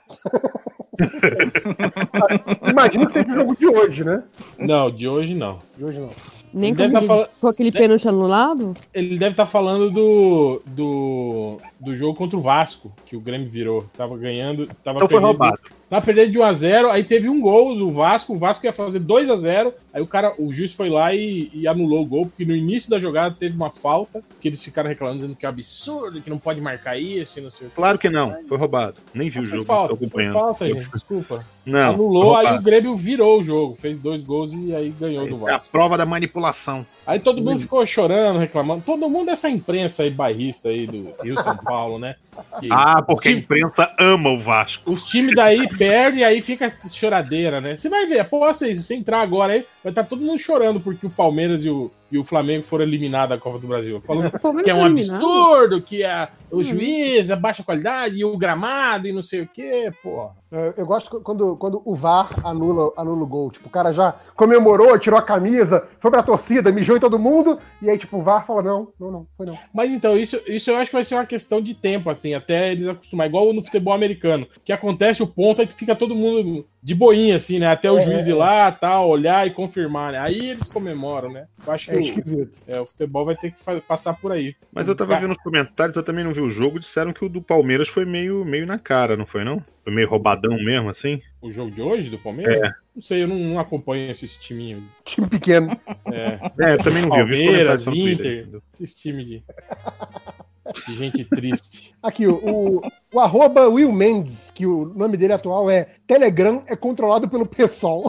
Speaker 20: Imagina que seja o jogo de hoje, né?
Speaker 2: Não, de hoje não.
Speaker 20: De hoje não.
Speaker 17: Nem com aquele, tá com aquele pênalti anulado?
Speaker 2: Ele deve estar tá falando do, do, do jogo contra o Vasco, que o Grêmio virou. Tava ganhando, tava
Speaker 14: então
Speaker 2: perdendo.
Speaker 14: Foi roubado.
Speaker 2: Tava perdendo de um a zero, aí teve um gol do Vasco, o Vasco ia fazer dois a zero, aí o cara, o juiz foi lá e, e anulou o gol, porque no início da jogada teve uma falta, que eles ficaram reclamando, dizendo que é absurdo, que não pode marcar isso, e não sei o que.
Speaker 14: Claro que não, foi roubado. Nem vi o jogo,
Speaker 2: falta,
Speaker 14: tô
Speaker 2: foi falta, gente, desculpa.
Speaker 14: Não,
Speaker 2: anulou, aí o Grêmio virou o jogo, fez dois gols e aí ganhou do Vasco.
Speaker 14: É a prova da manipulação.
Speaker 2: Aí todo mundo ficou chorando, reclamando. Todo mundo dessa imprensa aí, bairrista aí do Rio São Paulo, né? Que
Speaker 14: ah, porque time, a imprensa ama o Vasco.
Speaker 2: Os times daí perdem e aí fica choradeira, né? Você vai ver, aposta aí, se você entrar agora aí, vai estar todo mundo chorando porque o Palmeiras e o, e o Flamengo foram eliminados da Copa do Brasil. Falando que é um absurdo, que é o juiz, a baixa qualidade e o gramado e não sei o quê, pô.
Speaker 20: Eu gosto quando, quando o V A R anula, anula o gol. Tipo, o cara já comemorou, tirou a camisa, foi pra torcida, mijou em todo mundo, e aí, tipo, o V A R fala, não, não, não, foi não.
Speaker 2: Mas então, isso, isso eu acho que vai ser uma questão de tempo, assim, até eles acostumar, igual no futebol americano, que acontece o ponto, aí fica todo mundo de boinha, assim, né? Até o é, juiz ir lá, tal, olhar e confirmar, né? Aí eles comemoram, né? Eu acho que
Speaker 20: é esquisito.
Speaker 2: O, é, o futebol vai ter que fa- passar por aí.
Speaker 14: Mas eu tava vendo nos comentários, eu também não vi o jogo, disseram que o do Palmeiras foi meio, meio na cara, não foi, não? Foi meio roubadão mesmo, assim?
Speaker 2: O jogo de hoje do Palmeiras?
Speaker 14: É.
Speaker 2: Não sei, eu não, não acompanho esses timinhos.
Speaker 20: Time pequeno.
Speaker 2: É,
Speaker 14: é eu também não vi.
Speaker 2: Palmeiras, Inter, esses times de... de gente triste.
Speaker 20: Aqui, o, o, o arroba Will Mendes, que o nome dele atual é Telegram, é controlado pelo PSOL.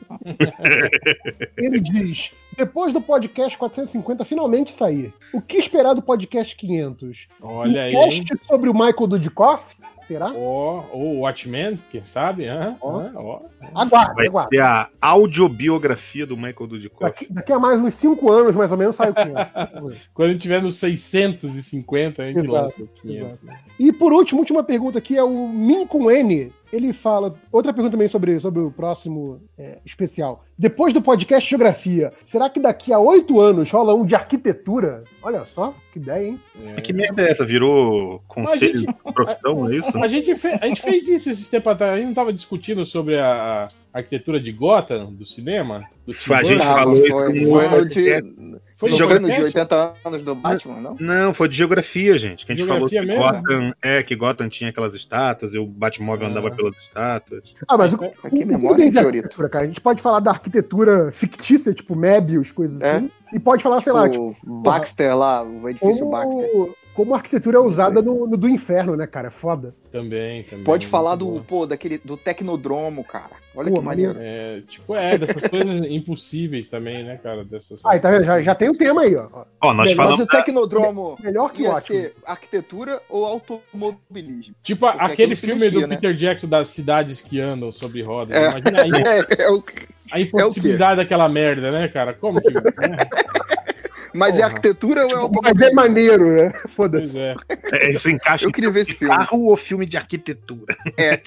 Speaker 20: Ele diz, depois do podcast quatrocentos e cinquenta finalmente sair, o que esperar do podcast quinhentos?
Speaker 2: Olha
Speaker 20: um
Speaker 2: aí,
Speaker 20: cast
Speaker 2: hein?
Speaker 20: sobre o Michael Dudikoff? Será?
Speaker 2: Ó, oh, ou o Watchmen, quem sabe? Ah,
Speaker 20: oh.
Speaker 2: ah, oh.
Speaker 20: Aguarda,
Speaker 14: vai
Speaker 20: aguarda.
Speaker 14: ter a audiobiografia do Michael Dudikoff.
Speaker 20: Daqui, daqui a mais uns cinco anos, mais ou menos, sai o quinhentos.
Speaker 2: Quando ele tiver nos seiscentos e cinquenta, a gente
Speaker 20: exato,
Speaker 2: lança o quinhentos.
Speaker 20: Né? E por último, última pergunta aqui é o Min com N. Ele fala, outra pergunta também sobre, sobre o próximo é, especial. Depois do podcast Geografia, será que daqui a oito anos rola um de arquitetura? Olha só, que ideia, hein?
Speaker 14: É. Que merda é essa? Virou conselho gente, de profissão,
Speaker 2: a,
Speaker 14: é isso?
Speaker 2: A gente, fez, a gente fez isso esses tempos atrás. A gente não estava discutindo sobre a, a arquitetura de Gotham, do cinema? Do
Speaker 14: Tim a gente falou
Speaker 6: foi, foi, foi no dia...
Speaker 2: Foi,
Speaker 6: foi no de oitenta anos do Batman, não?
Speaker 14: Não, foi de geografia, gente. Que a gente
Speaker 2: geografia
Speaker 14: falou que Gotham, é, que Gotham tinha aquelas estátuas e o Batmóvel ah. andava pelas estátuas.
Speaker 20: Ah, mas o,
Speaker 6: Aqui
Speaker 20: o,
Speaker 6: memória,
Speaker 20: o tem de arquitetura, cara? A gente pode falar da arquitetura fictícia, tipo Mébius, coisas assim. É? E pode falar, sei
Speaker 6: tipo,
Speaker 20: lá, tipo...
Speaker 6: Baxter lá, o edifício
Speaker 20: como,
Speaker 6: Baxter.
Speaker 20: como a arquitetura é usada no, no do inferno, né, cara? É foda.
Speaker 2: Também, também.
Speaker 6: Pode falar do,
Speaker 2: bom.
Speaker 6: pô, daquele, do Tecnodromo, cara. Olha
Speaker 20: Pô,
Speaker 6: que maneiro.
Speaker 2: É, tipo, é, dessas coisas impossíveis também, né, cara? Dessas...
Speaker 20: Ah, tá vendo? Já, já tem o tema aí, ó.
Speaker 14: Ó, nós
Speaker 6: Mas
Speaker 14: falamos
Speaker 6: o Tecnodromo
Speaker 20: melhor que
Speaker 6: ia
Speaker 20: ótimo.
Speaker 6: ser arquitetura ou automobilismo?
Speaker 2: Tipo
Speaker 6: Porque
Speaker 2: aquele
Speaker 6: aquilo se
Speaker 2: filme
Speaker 6: mexia,
Speaker 2: do
Speaker 6: né?
Speaker 2: Peter Jackson das cidades que andam sobre rodas.
Speaker 6: É.
Speaker 2: Imagina aí.
Speaker 6: É, é o-
Speaker 2: A impossibilidade daquela merda, né, cara? Como que... né?
Speaker 6: Mas é arquitetura ou é
Speaker 20: Mas
Speaker 6: automobilismo?
Speaker 20: é maneiro, né? Foda-se.
Speaker 2: Pois é.
Speaker 14: É, isso encaixa
Speaker 6: Eu
Speaker 14: em
Speaker 6: queria ver esse filme.
Speaker 14: carro ou filme de arquitetura.
Speaker 6: É.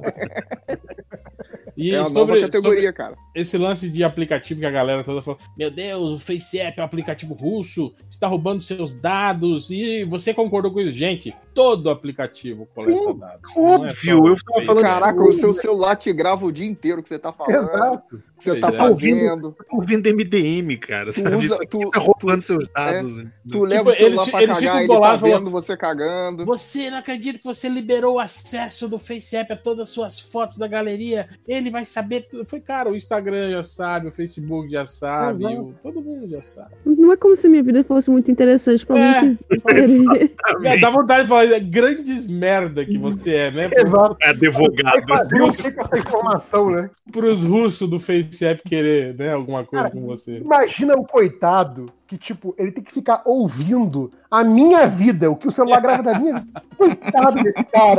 Speaker 2: E
Speaker 6: É uma
Speaker 2: sobre,
Speaker 6: nova categoria,
Speaker 2: sobre
Speaker 6: cara.
Speaker 2: esse lance de aplicativo que a galera toda falou: meu Deus, o FaceApp é um aplicativo russo, está roubando seus dados. E você concordou com isso? Gente, todo aplicativo coleta
Speaker 20: Sim,
Speaker 2: dados. Não é só
Speaker 14: óbvio,
Speaker 2: o
Speaker 14: eu tava
Speaker 2: Face.
Speaker 14: falando-
Speaker 6: Caraca, o seu celular te grava o dia inteiro que você tá falando.
Speaker 20: Exato.
Speaker 6: Que você
Speaker 2: Pois
Speaker 6: tá
Speaker 2: é.
Speaker 6: fazendo.
Speaker 14: Tô ouvindo M D M, cara.
Speaker 6: Tu
Speaker 14: sabe?
Speaker 6: usa-
Speaker 14: Isso aqui
Speaker 6: tu-
Speaker 14: tá roubando seus dados. né?
Speaker 6: Tu leva o
Speaker 2: eles-
Speaker 6: celular pra
Speaker 2: eles
Speaker 6: cagar,
Speaker 2: ficam
Speaker 6: ele tá
Speaker 2: bolados,
Speaker 6: vendo
Speaker 2: falando,
Speaker 6: você cagando.
Speaker 2: você não acredita que você liberou o acesso do FaceApp a todas as suas fotos da galeria? Ele vai saber tudo. Foi, cara, o Instagram já sabe, o Facebook já sabe,
Speaker 17: Exato.
Speaker 2: o- todo mundo já sabe.
Speaker 17: Não é como se minha vida fosse muito interessante pra
Speaker 2: É.
Speaker 17: mim. querer-
Speaker 2: É, dá vontade de falar, é grandes merda que você é, né?
Speaker 20: Exato.
Speaker 14: É advogado.
Speaker 20: Vai fazer o que com essa informação, né?
Speaker 2: Pros russos do FaceApp querer, né, alguma coisa
Speaker 20: Cara,
Speaker 2: com você.
Speaker 20: Imagina o coitado que, tipo, ele tem que ficar ouvindo a minha vida, o que o celular grava da minha vida. Coitado desse cara.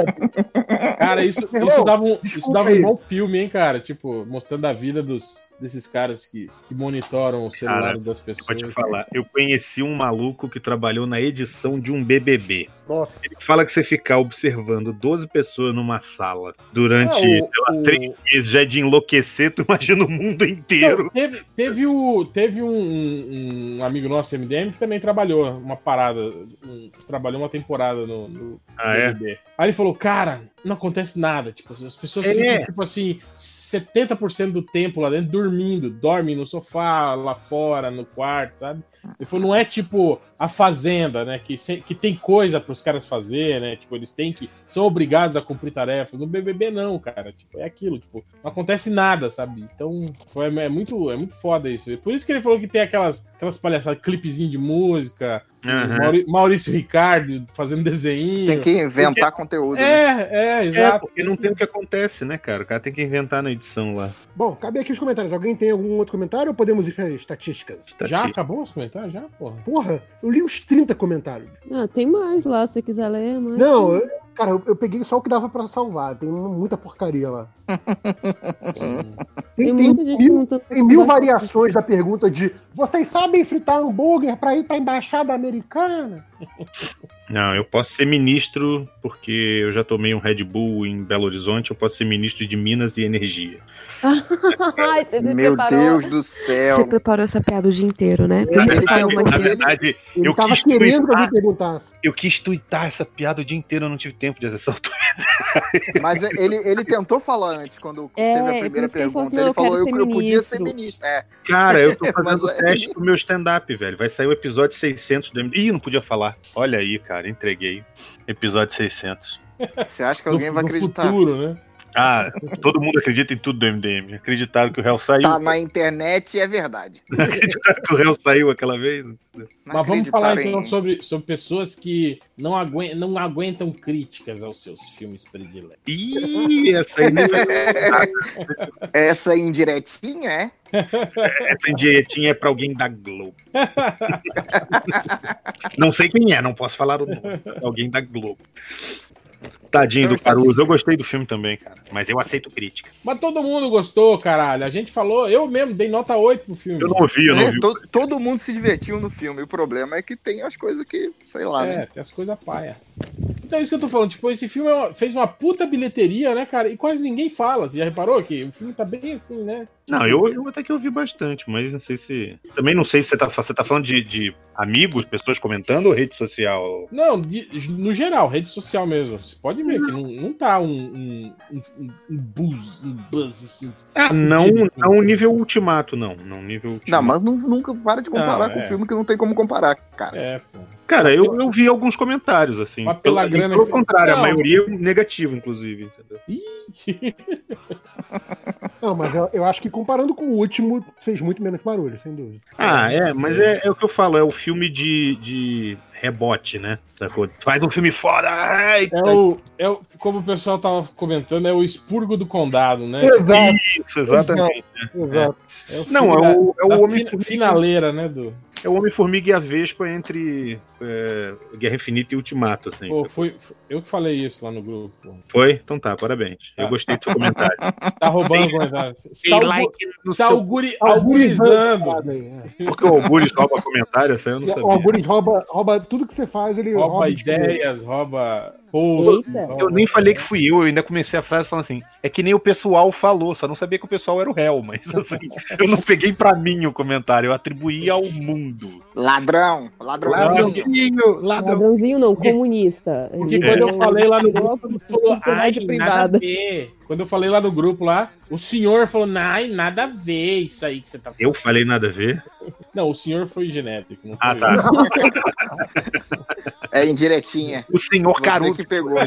Speaker 2: Cara, isso,
Speaker 20: Irmão,
Speaker 2: isso dava, um, isso
Speaker 20: desculpa
Speaker 2: dava
Speaker 20: aí.
Speaker 2: um bom filme, hein, cara? Tipo, mostrando a vida dos, desses caras que, que monitoram o celular
Speaker 14: Cara,
Speaker 2: das pessoas.
Speaker 14: Pode falar. Eu conheci um maluco que trabalhou na edição de um B B B.
Speaker 20: Nossa.
Speaker 14: Ele fala que você ficar observando doze pessoas numa sala durante
Speaker 2: É, o-
Speaker 14: sei lá,
Speaker 2: o-
Speaker 14: três meses já é de enlouquecer, tu imagina o mundo inteiro.
Speaker 2: Então, teve, teve, o, teve um, um- um amigo nosso, M D M, que também trabalhou uma parada, um- trabalhou uma temporada no, no
Speaker 14: Ah,
Speaker 2: B
Speaker 14: é?
Speaker 2: B B. Aí ele falou, cara, não acontece nada. Tipo, as pessoas
Speaker 14: É.
Speaker 2: ficam, tipo assim, setenta por cento do tempo lá dentro dormindo, dormem no sofá, lá fora, no quarto, sabe? Ele falou, não é tipo a Fazenda, né? Que, se- que tem coisa pros caras fazer, né? Tipo, eles têm que. São obrigados a cumprir tarefas. No B B B, não, cara. Tipo, é aquilo, tipo, não acontece nada, sabe? Então, foi, é, muito, é muito foda isso. Por isso que ele falou que tem aquelas, aquelas palhaçadas, clipezinho de música,
Speaker 14: Uhum.
Speaker 2: Mauri- Maurício Ricardo fazendo desenho.
Speaker 6: Tem que inventar conteúdo. né?
Speaker 2: É, é,
Speaker 14: É,
Speaker 2: exato.
Speaker 14: porque não tem o que acontece, né, cara? O cara tem que inventar na edição lá.
Speaker 20: Bom, cabe aqui os comentários. Alguém tem algum outro comentário ou podemos ir para as estatísticas?
Speaker 2: Já acabou os comentários? Já, porra.
Speaker 20: Porra, eu li uns trinta comentários.
Speaker 17: Ah, tem mais lá, se você quiser ler. Mas...
Speaker 20: Não, eu- cara, eu, eu peguei só o que dava pra salvar. Tem muita porcaria lá.
Speaker 17: Tem
Speaker 20: Tem, tem
Speaker 17: muita gente
Speaker 20: mil,
Speaker 17: perguntando-
Speaker 20: tem mil variações da pergunta de vocês sabem fritar hambúrguer pra ir pra embaixada americana?
Speaker 14: Não, eu posso ser ministro, porque eu já tomei um Red Bull em Belo Horizonte, eu posso ser ministro de Minas e Energia.
Speaker 16: Ai, você se
Speaker 6: Meu
Speaker 16: preparou.
Speaker 6: Deus do céu.
Speaker 17: Você preparou essa piada o dia inteiro, né? Por
Speaker 14: Na
Speaker 17: isso que
Speaker 14: verdade,
Speaker 17: é uma-
Speaker 14: na verdade,
Speaker 20: Ele
Speaker 14: eu
Speaker 20: tava
Speaker 14: quis
Speaker 20: querendo que
Speaker 14: tuitar,
Speaker 20: alguém perguntasse.
Speaker 14: eu quis tuitar essa piada o dia inteiro, eu não tive tempo de acessar o Twitter.
Speaker 6: Mas ele, ele tentou falar antes, quando
Speaker 17: É,
Speaker 6: teve a
Speaker 17: por
Speaker 6: primeira
Speaker 17: isso que ele falou
Speaker 6: pergunta.
Speaker 17: assim,
Speaker 6: Ele
Speaker 17: eu
Speaker 6: falou
Speaker 17: quero
Speaker 6: eu,
Speaker 17: ser
Speaker 6: eu podia ser
Speaker 17: ministro.
Speaker 6: ministro. É.
Speaker 14: Cara, eu tô
Speaker 6: Mas
Speaker 14: fazendo
Speaker 6: aí-
Speaker 14: teste pro meu stand-up, velho. Vai sair o episódio seiscentos do M D M. Ih, não podia falar. Olha aí, cara, entreguei. Episódio seiscentos.
Speaker 6: Você acha que alguém
Speaker 2: No-
Speaker 6: vai
Speaker 2: no
Speaker 6: acreditar?
Speaker 2: futuro, né?
Speaker 14: Ah, todo mundo acredita em tudo do M D M. Acreditaram que o réu saiu.
Speaker 6: Tá na internet e é verdade.
Speaker 14: Acreditaram que o réu saiu aquela vez.
Speaker 2: Mas vamos falar
Speaker 6: acreditaram
Speaker 2: então
Speaker 6: em-
Speaker 2: sobre, sobre pessoas que não, aguen não aguentam críticas aos seus filmes prediletos.
Speaker 14: Ih, essa aí nem vai...
Speaker 6: Essa indiretinha, é?
Speaker 14: Essa indiretinha é pra alguém da Globo. Não sei quem é, não posso falar o nome. Alguém da Globo. Tadinho
Speaker 6: Então,
Speaker 14: do Caruso. Eu gostei do filme também, cara. Mas eu aceito crítica.
Speaker 2: Mas todo mundo gostou, caralho. A gente falou, eu mesmo dei nota oito pro filme.
Speaker 14: Eu não ouvi, eu não
Speaker 6: É,
Speaker 14: ouvi.
Speaker 6: todo, todo mundo se divertiu no filme. O problema é que tem as coisas que, sei lá,
Speaker 2: É,
Speaker 6: né?
Speaker 2: tem as coisas paia. Então é isso que eu tô falando. Tipo, esse filme é uma- fez uma puta bilheteria, né, cara? E quase ninguém fala. Você já reparou que o filme tá bem assim, né?
Speaker 14: Não, eu, eu até que ouvi bastante, mas não sei se. Também não sei se você tá, você tá falando de, de amigos, pessoas comentando ou rede social.
Speaker 2: Não, de- no geral, rede social mesmo. Você pode ver que não, não tá um, um, um, um buzz, um buzz assim.
Speaker 14: Ah, não,
Speaker 2: fudido, assim.
Speaker 14: não nível ultimato, não. Não nível ultimato.
Speaker 6: Não, mas nu- nunca para de comparar
Speaker 2: Não,
Speaker 6: com
Speaker 2: é.
Speaker 6: o filme que não tem como comparar, cara.
Speaker 2: É, pô.
Speaker 14: Cara, eu, eu vi alguns comentários, assim.
Speaker 2: Mas pela
Speaker 14: pelo,
Speaker 2: grana
Speaker 14: pelo
Speaker 2: que-
Speaker 14: contrário,
Speaker 2: Não.
Speaker 14: a maioria é negativa, inclusive. Entendeu?
Speaker 2: Ih,
Speaker 20: Ah, Não, mas eu, eu acho que comparando com o último, fez muito menos barulho, sem dúvida.
Speaker 14: Ah, é, mas é, é o que eu falo, é o filme de, de rebote, né? Sacou? Faz um filme foda. Ai,
Speaker 2: É o, é o, como o pessoal tava comentando, é o expurgo do condado, né?
Speaker 20: Exato.
Speaker 14: Isso, exatamente.
Speaker 20: Exato.
Speaker 2: É o
Speaker 14: Não,
Speaker 2: filme
Speaker 14: é o, é o
Speaker 2: da
Speaker 14: Homem
Speaker 2: fina- finaleira, né, do...
Speaker 14: É o Homem-Formiga e a Vespa entre é, Guerra Infinita e Ultimato, assim.
Speaker 2: Pô, foi, foi- eu que falei isso lá no grupo. Pô.
Speaker 14: Foi? Então tá, parabéns. Eu gostei do seu comentário.
Speaker 2: Tá roubando comentário. Você tá,
Speaker 14: Tem
Speaker 2: algu-
Speaker 14: like no
Speaker 2: tá
Speaker 14: seu-
Speaker 2: auguri- augurizando.
Speaker 14: Porque o Algures rouba comentário, essa eu não
Speaker 20: O
Speaker 14: sabia.
Speaker 20: Algures rouba, rouba tudo que você faz, ele rouba,
Speaker 2: Rouba
Speaker 20: tipo,
Speaker 2: ideias, rouba posts.
Speaker 20: Eita.
Speaker 2: rouba-
Speaker 14: Eu nem falei que fui eu, eu ainda comecei a frase falando assim, é que nem o pessoal falou, só não sabia que o pessoal era o réu, mas assim, eu não peguei pra mim o comentário, eu atribuí ao mundo.
Speaker 6: Ladrão, ladrãozinho.
Speaker 17: Ladrãozinho não, comunista.
Speaker 2: Porque
Speaker 17: Ele
Speaker 2: quando
Speaker 17: deu
Speaker 2: eu falei lá no
Speaker 17: um
Speaker 2: grupo,
Speaker 17: golpe
Speaker 2: ele
Speaker 17: de
Speaker 2: falou, ai,
Speaker 17: propriedade
Speaker 2: nada
Speaker 17: privada.
Speaker 2: a ver. Quando eu falei lá no grupo lá, o senhor falou, ai, nada a ver isso aí que você tá falando.
Speaker 14: Eu falei nada a ver?
Speaker 2: Não, o senhor foi genético, não foi
Speaker 14: Ah, tá.
Speaker 2: eu.
Speaker 6: É indiretinha.
Speaker 14: O senhor
Speaker 6: Você
Speaker 14: Caruso.
Speaker 6: que pegou.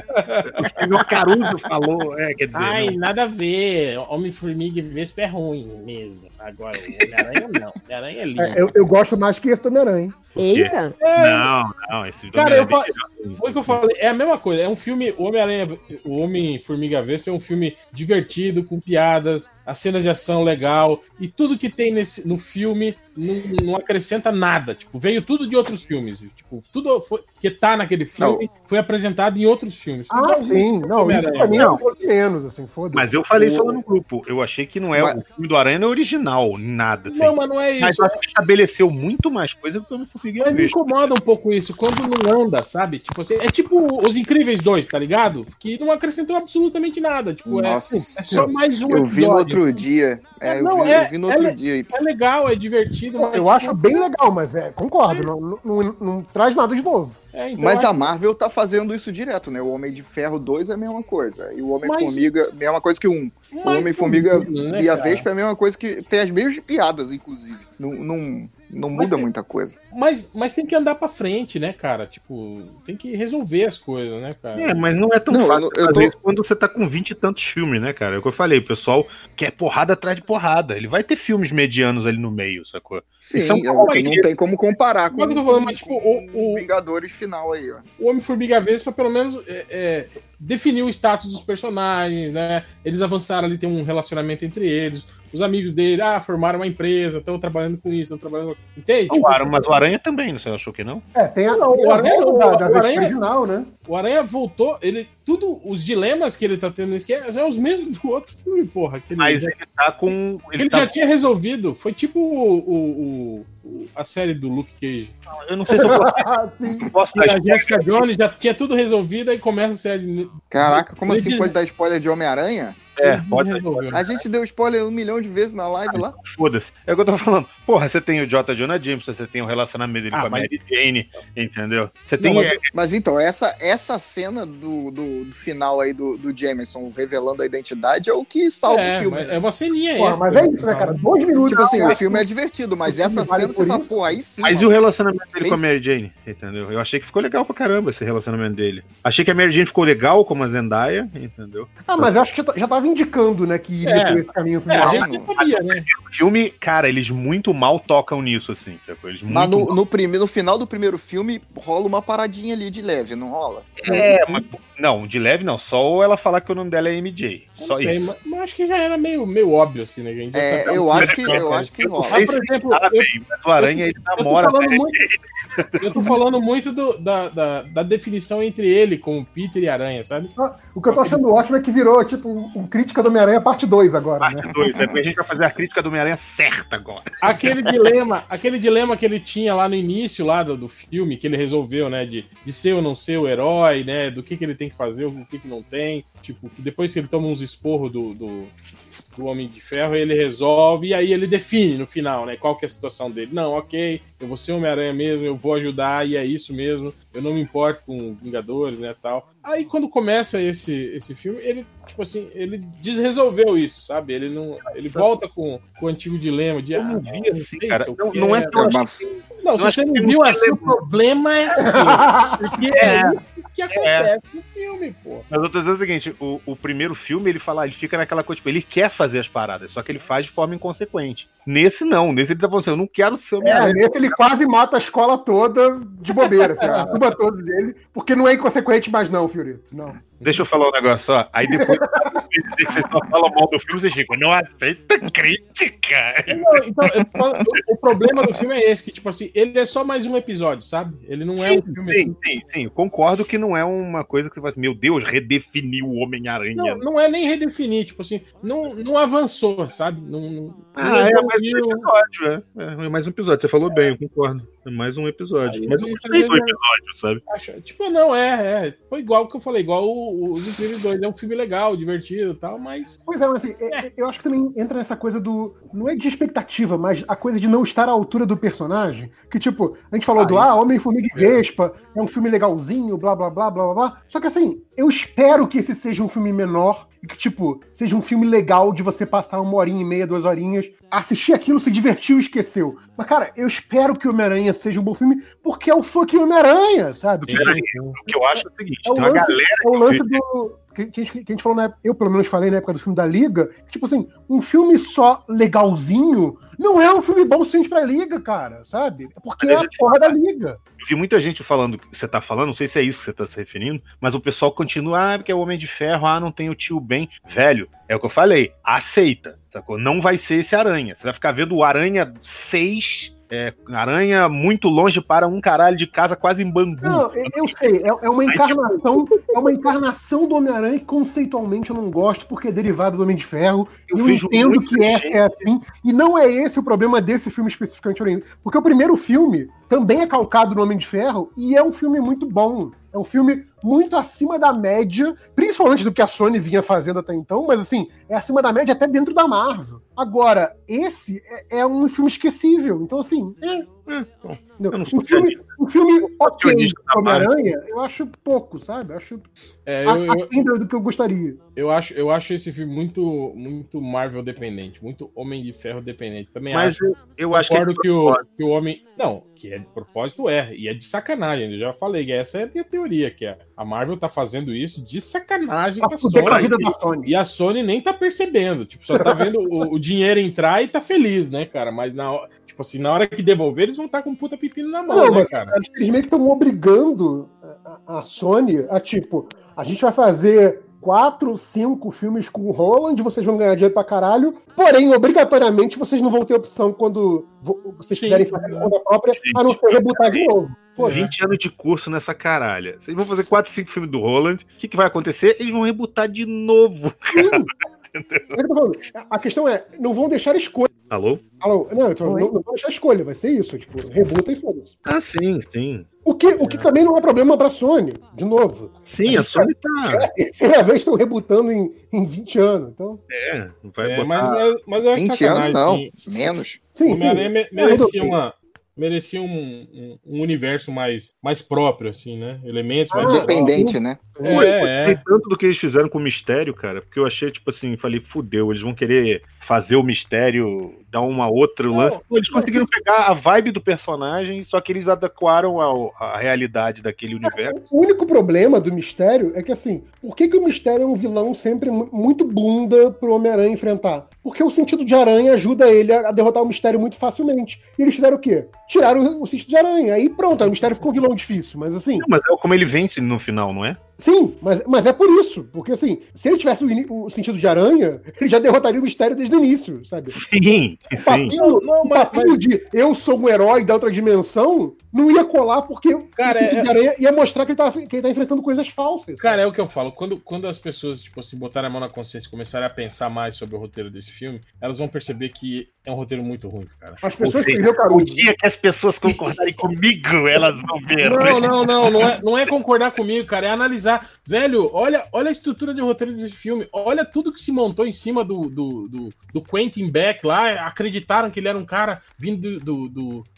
Speaker 14: O senhor Caruso falou, é, quer dizer...
Speaker 2: Ai,
Speaker 14: não.
Speaker 2: nada a ver. Homem-Formiga e Vespa é ruim mesmo. Agora, o Homem-Aranha não. Homem-Aranha é lindo.
Speaker 20: É, eu, eu gosto mais que esse do Homem-Aranha. hein?
Speaker 17: Eita!
Speaker 14: Não, não, esse
Speaker 2: Cara, eu
Speaker 14: Homem-Aranha
Speaker 2: fa... foi o que eu falei. É a mesma coisa. É um filme. O Homem-Aranha, o Homem-Formiga Vespa é um filme divertido, com piadas, a cena de ação legal. E tudo que tem nesse, no filme não, não acrescenta nada. Tipo, veio tudo de outros filmes. Tipo, tudo foi, que tá naquele filme foi apresentado em outros filmes.
Speaker 20: Ah,
Speaker 2: Tudo
Speaker 20: sim.
Speaker 2: isso,
Speaker 20: Não, isso pra mim é
Speaker 14: Não.
Speaker 20: um pouco menos, assim, foda-se.
Speaker 14: Mas eu falei isso lá no grupo. Eu achei que não é
Speaker 6: Mas-
Speaker 14: o filme do Aranha não é original, nada. Assim.
Speaker 2: Não, mas não é
Speaker 14: Mas
Speaker 2: isso.
Speaker 14: eu acho que estabeleceu muito mais coisa do que eu não conseguia
Speaker 2: Mas me
Speaker 14: ver.
Speaker 2: incomoda um pouco isso, quando não anda, sabe? Tipo assim, é tipo Os Incríveis dois, tá ligado? Que não acrescentou absolutamente nada. Tipo, é,
Speaker 6: Nossa,
Speaker 2: é só mais um
Speaker 6: eu vi no
Speaker 2: episódio.
Speaker 6: outro dia. É, eu,
Speaker 2: Não,
Speaker 6: vi,
Speaker 2: é-
Speaker 6: eu vi no
Speaker 2: é
Speaker 6: outro
Speaker 2: le-
Speaker 6: dia. e-
Speaker 2: É legal, é divertido, mas.
Speaker 20: Eu
Speaker 2: tipo,
Speaker 20: acho bem legal, mas é, concordo, não, não, não- não traz nada de novo.
Speaker 2: é, então
Speaker 6: Mas
Speaker 2: eu
Speaker 6: a
Speaker 2: acho-
Speaker 6: Marvel tá fazendo isso direto, né? O Homem de Ferro dois é a mesma coisa. E o
Speaker 2: Mas-
Speaker 6: Homem-Formiga, mesma coisa que o um. O
Speaker 2: Mas
Speaker 6: Homem-Formiga
Speaker 2: não, né,
Speaker 6: e a
Speaker 2: cara?
Speaker 6: Vespa é a mesma coisa que tem as mesmas piadas, inclusive. Não, não, não muda
Speaker 2: tem-
Speaker 6: muita coisa.
Speaker 2: Mas, mas tem que andar pra frente, né, cara? Tipo, tem que resolver as coisas, né, cara?
Speaker 14: É, mas não é tão
Speaker 6: Não,
Speaker 14: fácil
Speaker 6: eu- eu
Speaker 14: fazer
Speaker 6: tô-
Speaker 14: isso quando você tá com vinte e tantos filmes, né, cara? É o que eu falei, o pessoal quer porrada atrás de porrada. Ele vai ter filmes medianos ali no meio, sacou?
Speaker 6: Sim,
Speaker 14: Isso é um
Speaker 6: é,
Speaker 14: trabalho
Speaker 6: que não
Speaker 14: que-
Speaker 6: tem como comparar com
Speaker 2: Mas eu tô falando, mas, tipo, o- o-
Speaker 6: Vingadores final aí, ó.
Speaker 2: O Homem-Formiga Vespa, pelo menos, é, é, definiu o status dos personagens, né? Eles avançaram ali, tem um relacionamento entre eles. Os amigos dele, ah, formaram uma empresa, estão trabalhando com isso, estão trabalhando... Entende?
Speaker 14: O Aranha, mas o Aranha também, você achou que não?
Speaker 20: É, tem a,
Speaker 2: Não,
Speaker 20: tem
Speaker 2: o
Speaker 20: a
Speaker 2: Aranha-
Speaker 20: volta da, da
Speaker 2: o
Speaker 20: versão
Speaker 2: Aranha-
Speaker 20: original, né?
Speaker 2: O Aranha voltou, ele... Tudo, os dilemas que ele tá tendo nesse que são os mesmos do outro filme, porra. Que ele,
Speaker 14: Mas ele tá com.
Speaker 2: ele
Speaker 14: Ele tá
Speaker 2: já tinha resolvido. Foi tipo o, o- o- a série do Luke Cage.
Speaker 14: Eu não sei se eu posso.
Speaker 20: Sim.
Speaker 14: posso
Speaker 2: E
Speaker 14: dar
Speaker 2: a Jessica Jones já tinha tudo resolvido, aí começa a série...
Speaker 6: Caraca, como
Speaker 2: Ele
Speaker 6: assim
Speaker 2: diz-
Speaker 6: pode dar spoiler de Homem-Aranha?
Speaker 14: É,
Speaker 2: Ele
Speaker 14: pode
Speaker 2: resolveu.
Speaker 6: A gente deu spoiler um milhão de vezes na live lá.
Speaker 14: Foda-se. É o que eu tô falando. Porra, você tem o J. Jonah Jameson, você tem o relacionamento dele
Speaker 2: Ah,
Speaker 14: com a
Speaker 2: mas-
Speaker 14: Mary Jane, entendeu? Você tem.
Speaker 2: Não, mas-
Speaker 6: Mas então, essa, essa cena do, do, do final aí do, do Jameson revelando a identidade é o que salva
Speaker 2: É,
Speaker 6: o filme.
Speaker 2: mas é uma ceninha
Speaker 20: Pô,
Speaker 2: extra.
Speaker 20: mas é isso, né, cara? Dois minutos.
Speaker 6: Tipo assim,
Speaker 20: Não,
Speaker 6: o filme é divertido, mas
Speaker 20: o filme
Speaker 6: essa
Speaker 20: vale
Speaker 6: cena
Speaker 20: por
Speaker 6: você fala,
Speaker 20: isso?
Speaker 6: pô, aí sim.
Speaker 14: Mas e
Speaker 6: mano.
Speaker 14: o relacionamento dele
Speaker 6: Fez-
Speaker 14: com a Mary Jane, entendeu? Eu achei que ficou legal pra caramba esse relacionamento dele. Achei que a Mary Jane ficou legal como a Zendaya, entendeu?
Speaker 20: Ah, mas eu acho que já, tá- já tava indicando, né, que iria
Speaker 2: É.
Speaker 20: por esse caminho
Speaker 2: É, a
Speaker 20: final.
Speaker 2: gente já sabia, né?
Speaker 14: O filme, cara, eles muito mal tocam nisso, assim, sacou? Eles
Speaker 6: Mas
Speaker 14: muito
Speaker 6: no,
Speaker 14: mal.
Speaker 6: no, prime- no final do primeiro filme rola uma paradinha ali de leve, não rola?
Speaker 14: É, mas, não, de leve não, só ela falar que o nome dela é M J.
Speaker 2: Eu
Speaker 14: Só
Speaker 2: não sei,
Speaker 14: isso.
Speaker 2: mas, mas acho que já era meio, meio óbvio, assim, né? Que a gente já
Speaker 6: É,
Speaker 2: sabia
Speaker 6: eu
Speaker 2: o
Speaker 6: acho que,
Speaker 2: era.
Speaker 6: eu acho que rola.
Speaker 2: Mas, por exemplo,
Speaker 14: Ah,
Speaker 2: eu,
Speaker 14: bem, mas o Aranha ele
Speaker 2: eu tô
Speaker 14: namora.
Speaker 2: falando
Speaker 14: né?
Speaker 2: muito, eu tô falando muito do- da, da, da definição entre ele como Peter e Aranha, sabe?
Speaker 20: O que eu tô achando ótimo é que virou, tipo, um, um crítica do Homem-Aranha parte dois agora, né?
Speaker 14: Parte dois, é porque a gente vai fazer a crítica do Homem-Aranha certa agora.
Speaker 2: Aquele dilema, aquele dilema que ele tinha lá no início lá do, do filme, que ele resolveu, né, de, de ser ou não ser o herói, né, do que, que ele tem que fazer, o que, que não tem, tipo, que depois que ele toma uns esporros do, do, do Homem de Ferro, ele resolve, e aí ele define no final, né, qual que é a situação dele. Não, ok, eu vou ser Homem-Aranha mesmo, eu vou ajudar, e é isso mesmo, eu não me importo com Vingadores, né, tal. Aí quando começa esse, esse filme, ele, tipo assim, ele desresolveu isso, sabe? Ele não, ele volta com, com o antigo dilema de,
Speaker 14: Eu não
Speaker 2: ah,
Speaker 14: vi
Speaker 2: não
Speaker 14: assim,
Speaker 2: sei
Speaker 14: cara.
Speaker 2: se eu
Speaker 14: Não, não é
Speaker 2: quero.
Speaker 14: tão
Speaker 6: Mas-
Speaker 14: assim.
Speaker 2: Não,
Speaker 14: Eu
Speaker 2: se
Speaker 14: acho
Speaker 2: você não
Speaker 14: que
Speaker 2: viu
Speaker 14: não
Speaker 2: assim, o
Speaker 14: lembro.
Speaker 2: problema é seu. Porque é isso que que acontece no filme, pô.
Speaker 14: Mas eu tô dizendo o seguinte, o, o primeiro filme, ele fala, ele fica naquela coisa, tipo, ele quer fazer as paradas, só que ele faz de forma inconsequente. Nesse não, nesse ele tá falando assim, eu não quero ser o
Speaker 20: É, nesse ele quase mata a escola toda de bobeira, assim, a turma toda dele, porque não é inconsequente mais não, Fiorito, não.
Speaker 14: Deixa eu falar um negócio só. Aí depois de dizer que vocês só falam mal do filme, vocês ficam, não aceita crítica.
Speaker 2: Não, então, eu- o problema do filme é esse, que, tipo assim, ele é só mais um episódio, sabe? Ele não é um filme
Speaker 14: sim,
Speaker 2: assim.
Speaker 14: sim, sim. Eu concordo que não é uma coisa que você fala assim, meu Deus, redefiniu o Homem-Aranha.
Speaker 2: Não, não é nem redefinir, tipo assim, não, não avançou, sabe? Não, não,
Speaker 14: Ah,
Speaker 2: não
Speaker 14: é mais um
Speaker 2: evoluiu.
Speaker 14: episódio, é. É mais um episódio. Você falou bem, eu concordo. É mais um episódio.
Speaker 2: Aí,
Speaker 14: Mas eu
Speaker 2: isso
Speaker 14: gostei do
Speaker 2: é-
Speaker 14: episódio, sabe?
Speaker 2: Acho- Tipo, não, é, é. Foi igual o que eu falei, igual o- Os Incríveis dois. É um filme legal, divertido e tal, mas.
Speaker 20: Pois é, mas assim, é- é- eu acho que também entra nessa coisa do. Não é de expectativa, mas a coisa de não estar à altura do personagem. Que, tipo, a gente falou do Ah, Homem-Formiga e Vespa, é um filme legalzinho, blá blá blá blá blá. Só que assim, eu espero que esse seja um filme menor e que, tipo, seja um filme legal de você passar uma horinha e meia, duas horinhas, assistir aquilo, se divertiu e esqueceu. Mas, cara, eu espero que o Homem-Aranha seja um bom filme porque é o fucking Homem-Aranha, sabe? Tipo,
Speaker 14: O que eu acho é o seguinte,
Speaker 20: é o
Speaker 14: tem uma
Speaker 20: lance,
Speaker 14: galera
Speaker 20: é o
Speaker 14: que
Speaker 20: lance
Speaker 14: vê-
Speaker 20: do. Que, que, a gente- que a gente falou na época, eu pelo menos falei na época do filme da Liga, que, tipo assim, um filme só legalzinho não é um filme bom suficiente pra Liga, cara, sabe? É porque é a porra da Liga.
Speaker 14: Eu vi muita gente falando o que você tá falando, não sei se é isso que você tá se referindo, mas o pessoal continua, ah, porque é o Homem de Ferro, ah, não tem o tio Ben. Velho, é o que eu falei, aceita, sacou? Não vai ser esse Aranha. Você vai ficar vendo o Aranha seis, é, Aranha muito longe para um caralho de casa, quase em Bangu.
Speaker 20: Não, eu, eu sei, é, é uma encarnação, é uma encarnação do Homem-Aranha que conceitualmente eu não gosto porque é derivado do Homem de Ferro.
Speaker 14: Eu
Speaker 20: Eu,
Speaker 14: vejo
Speaker 20: entendo
Speaker 14: muita
Speaker 20: que essa
Speaker 14: gente-
Speaker 20: é assim, e não é esse o problema desse filme especificamente, porque o primeiro filme também é calcado no Homem de Ferro e é um filme muito bom. É um filme muito acima da média, principalmente do que a Sony vinha fazendo até então, mas assim, é acima da média até dentro da Marvel. Agora, esse é, é um filme esquecível, então assim, é, entendeu? um, filme, um filme ok de Homem-Aranha, eu acho pouco, sabe? Eu acho
Speaker 2: É,
Speaker 20: a-
Speaker 2: eu, eu,
Speaker 20: aquém do que eu gostaria.
Speaker 2: eu, acho, eu acho esse filme muito, muito Marvel dependente, muito Homem de Ferro dependente. Também
Speaker 14: Mas
Speaker 2: acho.
Speaker 14: eu- eu acho que é
Speaker 2: concordo
Speaker 14: de
Speaker 2: que, o, que o homem. Não, que é de propósito, é. E é de sacanagem. Eu já falei que essa é a minha teoria, que é, a Marvel tá fazendo isso de sacanagem
Speaker 20: Pra
Speaker 2: com a
Speaker 20: fuder com a
Speaker 2: Sony.
Speaker 20: vida da Sony.
Speaker 2: E a Sony nem tá percebendo. Tipo, só tá vendo o, o dinheiro entrar e tá feliz, né, cara? Mas na hora. Tipo assim, na hora que devolver, eles vão estar com um puta pepino na mão,
Speaker 20: Não,
Speaker 2: né,
Speaker 20: mas
Speaker 2: cara?
Speaker 20: eles meio que estão obrigando a, a Sony a, tipo, a gente vai fazer quatro, cinco filmes com o Roland, vocês vão ganhar dinheiro pra caralho, porém, obrigatoriamente, vocês não vão ter opção quando vo- vocês
Speaker 14: Sim.
Speaker 20: quiserem fazer conta própria, a não ser rebutar de novo. Foda-se.
Speaker 14: vinte anos de curso nessa caralha. Vocês vão fazer quatro, cinco filmes do Roland. O que, que vai acontecer? Eles vão rebutar de novo. Cara.
Speaker 20: É o que eu tô falando. A questão é, não vão deixar escolha.
Speaker 14: Alô?
Speaker 20: Alô? Não, eu tô falando, não, não vão deixar escolha, vai ser isso, tipo, rebuta e foda-se.
Speaker 14: Ah, sim, sim.
Speaker 20: O que, o que também não é problema pra Sony, de novo.
Speaker 14: Sim, a Sony tá.
Speaker 20: É a terceira vez que estão rebutando em, em vinte anos, então...
Speaker 14: É, não vai
Speaker 2: É,
Speaker 14: botar...
Speaker 2: mas, mas, mas é
Speaker 6: vinte
Speaker 2: sacanagem.
Speaker 6: anos não,
Speaker 2: sim.
Speaker 6: menos.
Speaker 20: Sim,
Speaker 2: O Homem-Aranha
Speaker 20: sim.
Speaker 2: me-
Speaker 20: Não,
Speaker 2: merecia
Speaker 20: eu-
Speaker 2: uma. Merecia um, um, um universo mais, mais próprio, assim, né? Elementos mais
Speaker 6: Independente,
Speaker 2: próprios.
Speaker 6: né?
Speaker 14: Eu gostei
Speaker 2: É, é.
Speaker 14: tanto do que eles fizeram com o Mistério, cara, porque eu achei, tipo assim, falei, fudeu, eles vão querer fazer o Mistério, dar uma outra lance. Pô, eles conseguiram pegar a vibe do personagem, só que eles adequaram ao- a realidade daquele universo.
Speaker 20: O único problema do Mistério é que, assim, por que, que o Mistério é um vilão sempre mu- muito bunda pro Homem-Aranha enfrentar? Porque o sentido de aranha ajuda ele a a derrotar o Mistério muito facilmente. E eles fizeram o quê? Tiraram o, o sentido de aranha. Aí pronto, aí o Mistério ficou um vilão difícil. Mas assim,
Speaker 14: Não, mas é como ele vence no final, não é?
Speaker 20: sim, mas, mas é por isso. Porque assim, se ele tivesse o, ini- o sentido de aranha, ele já derrotaria o Mistério desde o início, sabe?
Speaker 14: Sim,
Speaker 20: O
Speaker 14: sim.
Speaker 20: papinho,
Speaker 2: Não, não,
Speaker 20: o
Speaker 2: mas-
Speaker 20: papinho
Speaker 2: mas-
Speaker 20: de eu sou um herói da outra dimensão não ia colar porque
Speaker 2: Cara,
Speaker 20: o sentido
Speaker 2: é-
Speaker 20: de aranha ia mostrar que ele, tá, que ele tá enfrentando coisas falsas.
Speaker 2: Cara, é o que eu falo. Quando, quando as pessoas, tipo assim, botarem a mão na consciência e começarem a pensar mais sobre o roteiro desse filme, elas vão perceber que é um roteiro muito ruim, cara.
Speaker 20: As pessoas
Speaker 14: Ou seja,
Speaker 20: escreveram Caruso.
Speaker 14: o dia que as pessoas concordarem comigo, elas vão ver.
Speaker 2: Não, não, não, não é, não é concordar comigo, cara, é analisar. Velho, olha, olha a estrutura de roteiro desse filme, olha tudo que se montou em cima do, do, do, do Quentin Beck lá, acreditaram que ele era um cara vindo do, do, do,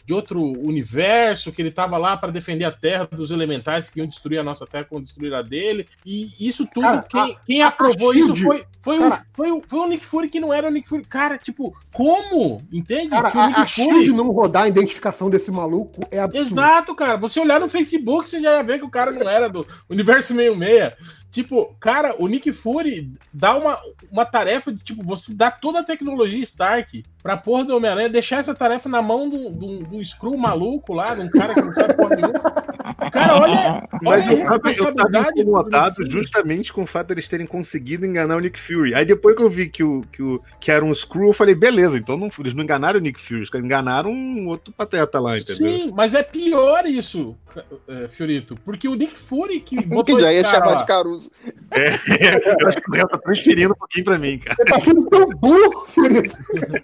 Speaker 2: de outro universo, que ele tava lá para defender a Terra dos elementais que iam destruir a nossa Terra como destruir a dele. E isso tudo,
Speaker 20: Cara,
Speaker 2: quem,
Speaker 20: a,
Speaker 2: quem
Speaker 20: a,
Speaker 2: aprovou
Speaker 20: a
Speaker 2: isso
Speaker 20: Shield,
Speaker 2: foi, foi,
Speaker 20: cara,
Speaker 2: o, foi, o, foi o Nick Fury que não era o Nick Fury. Cara, tipo, como? Entende?
Speaker 20: Cara,
Speaker 2: que o Nick
Speaker 20: a, a
Speaker 2: Fury...
Speaker 20: Shield não rodar a identificação desse maluco é absurdo.
Speaker 2: Exato, cara. Você olhar no Facebook, você já ia ver que o cara não era do Universo meio meia. Tipo, cara, o Nick Fury dá uma, uma tarefa de, tipo, você dá toda a tecnologia Stark pra porra do Homem-Aranha, deixar essa tarefa na mão do, do, do Skrull maluco lá, de um cara que não sabe porra nenhuma. Cara, olha,
Speaker 14: Mas
Speaker 2: olha
Speaker 14: eu
Speaker 2: a
Speaker 14: tava, eu tava
Speaker 2: responsabilidade.
Speaker 14: incomodado justamente com o fato deles terem conseguido enganar o Nick Fury. Aí depois que eu vi que, o, que, o, que era um Skrull, eu falei, beleza, então não, eles não enganaram o Nick Fury, eles enganaram um outro pateta lá, entendeu?
Speaker 2: Sim, mas é pior isso, é, Fiorito, porque o Nick Fury que botou
Speaker 6: já ia
Speaker 2: esse cara
Speaker 6: chamar
Speaker 2: lá,
Speaker 6: de Caruso.
Speaker 14: É, eu acho que o Léo tá transferindo um pouquinho pra mim, cara.
Speaker 20: Você tá sendo tão burro, Fiorito.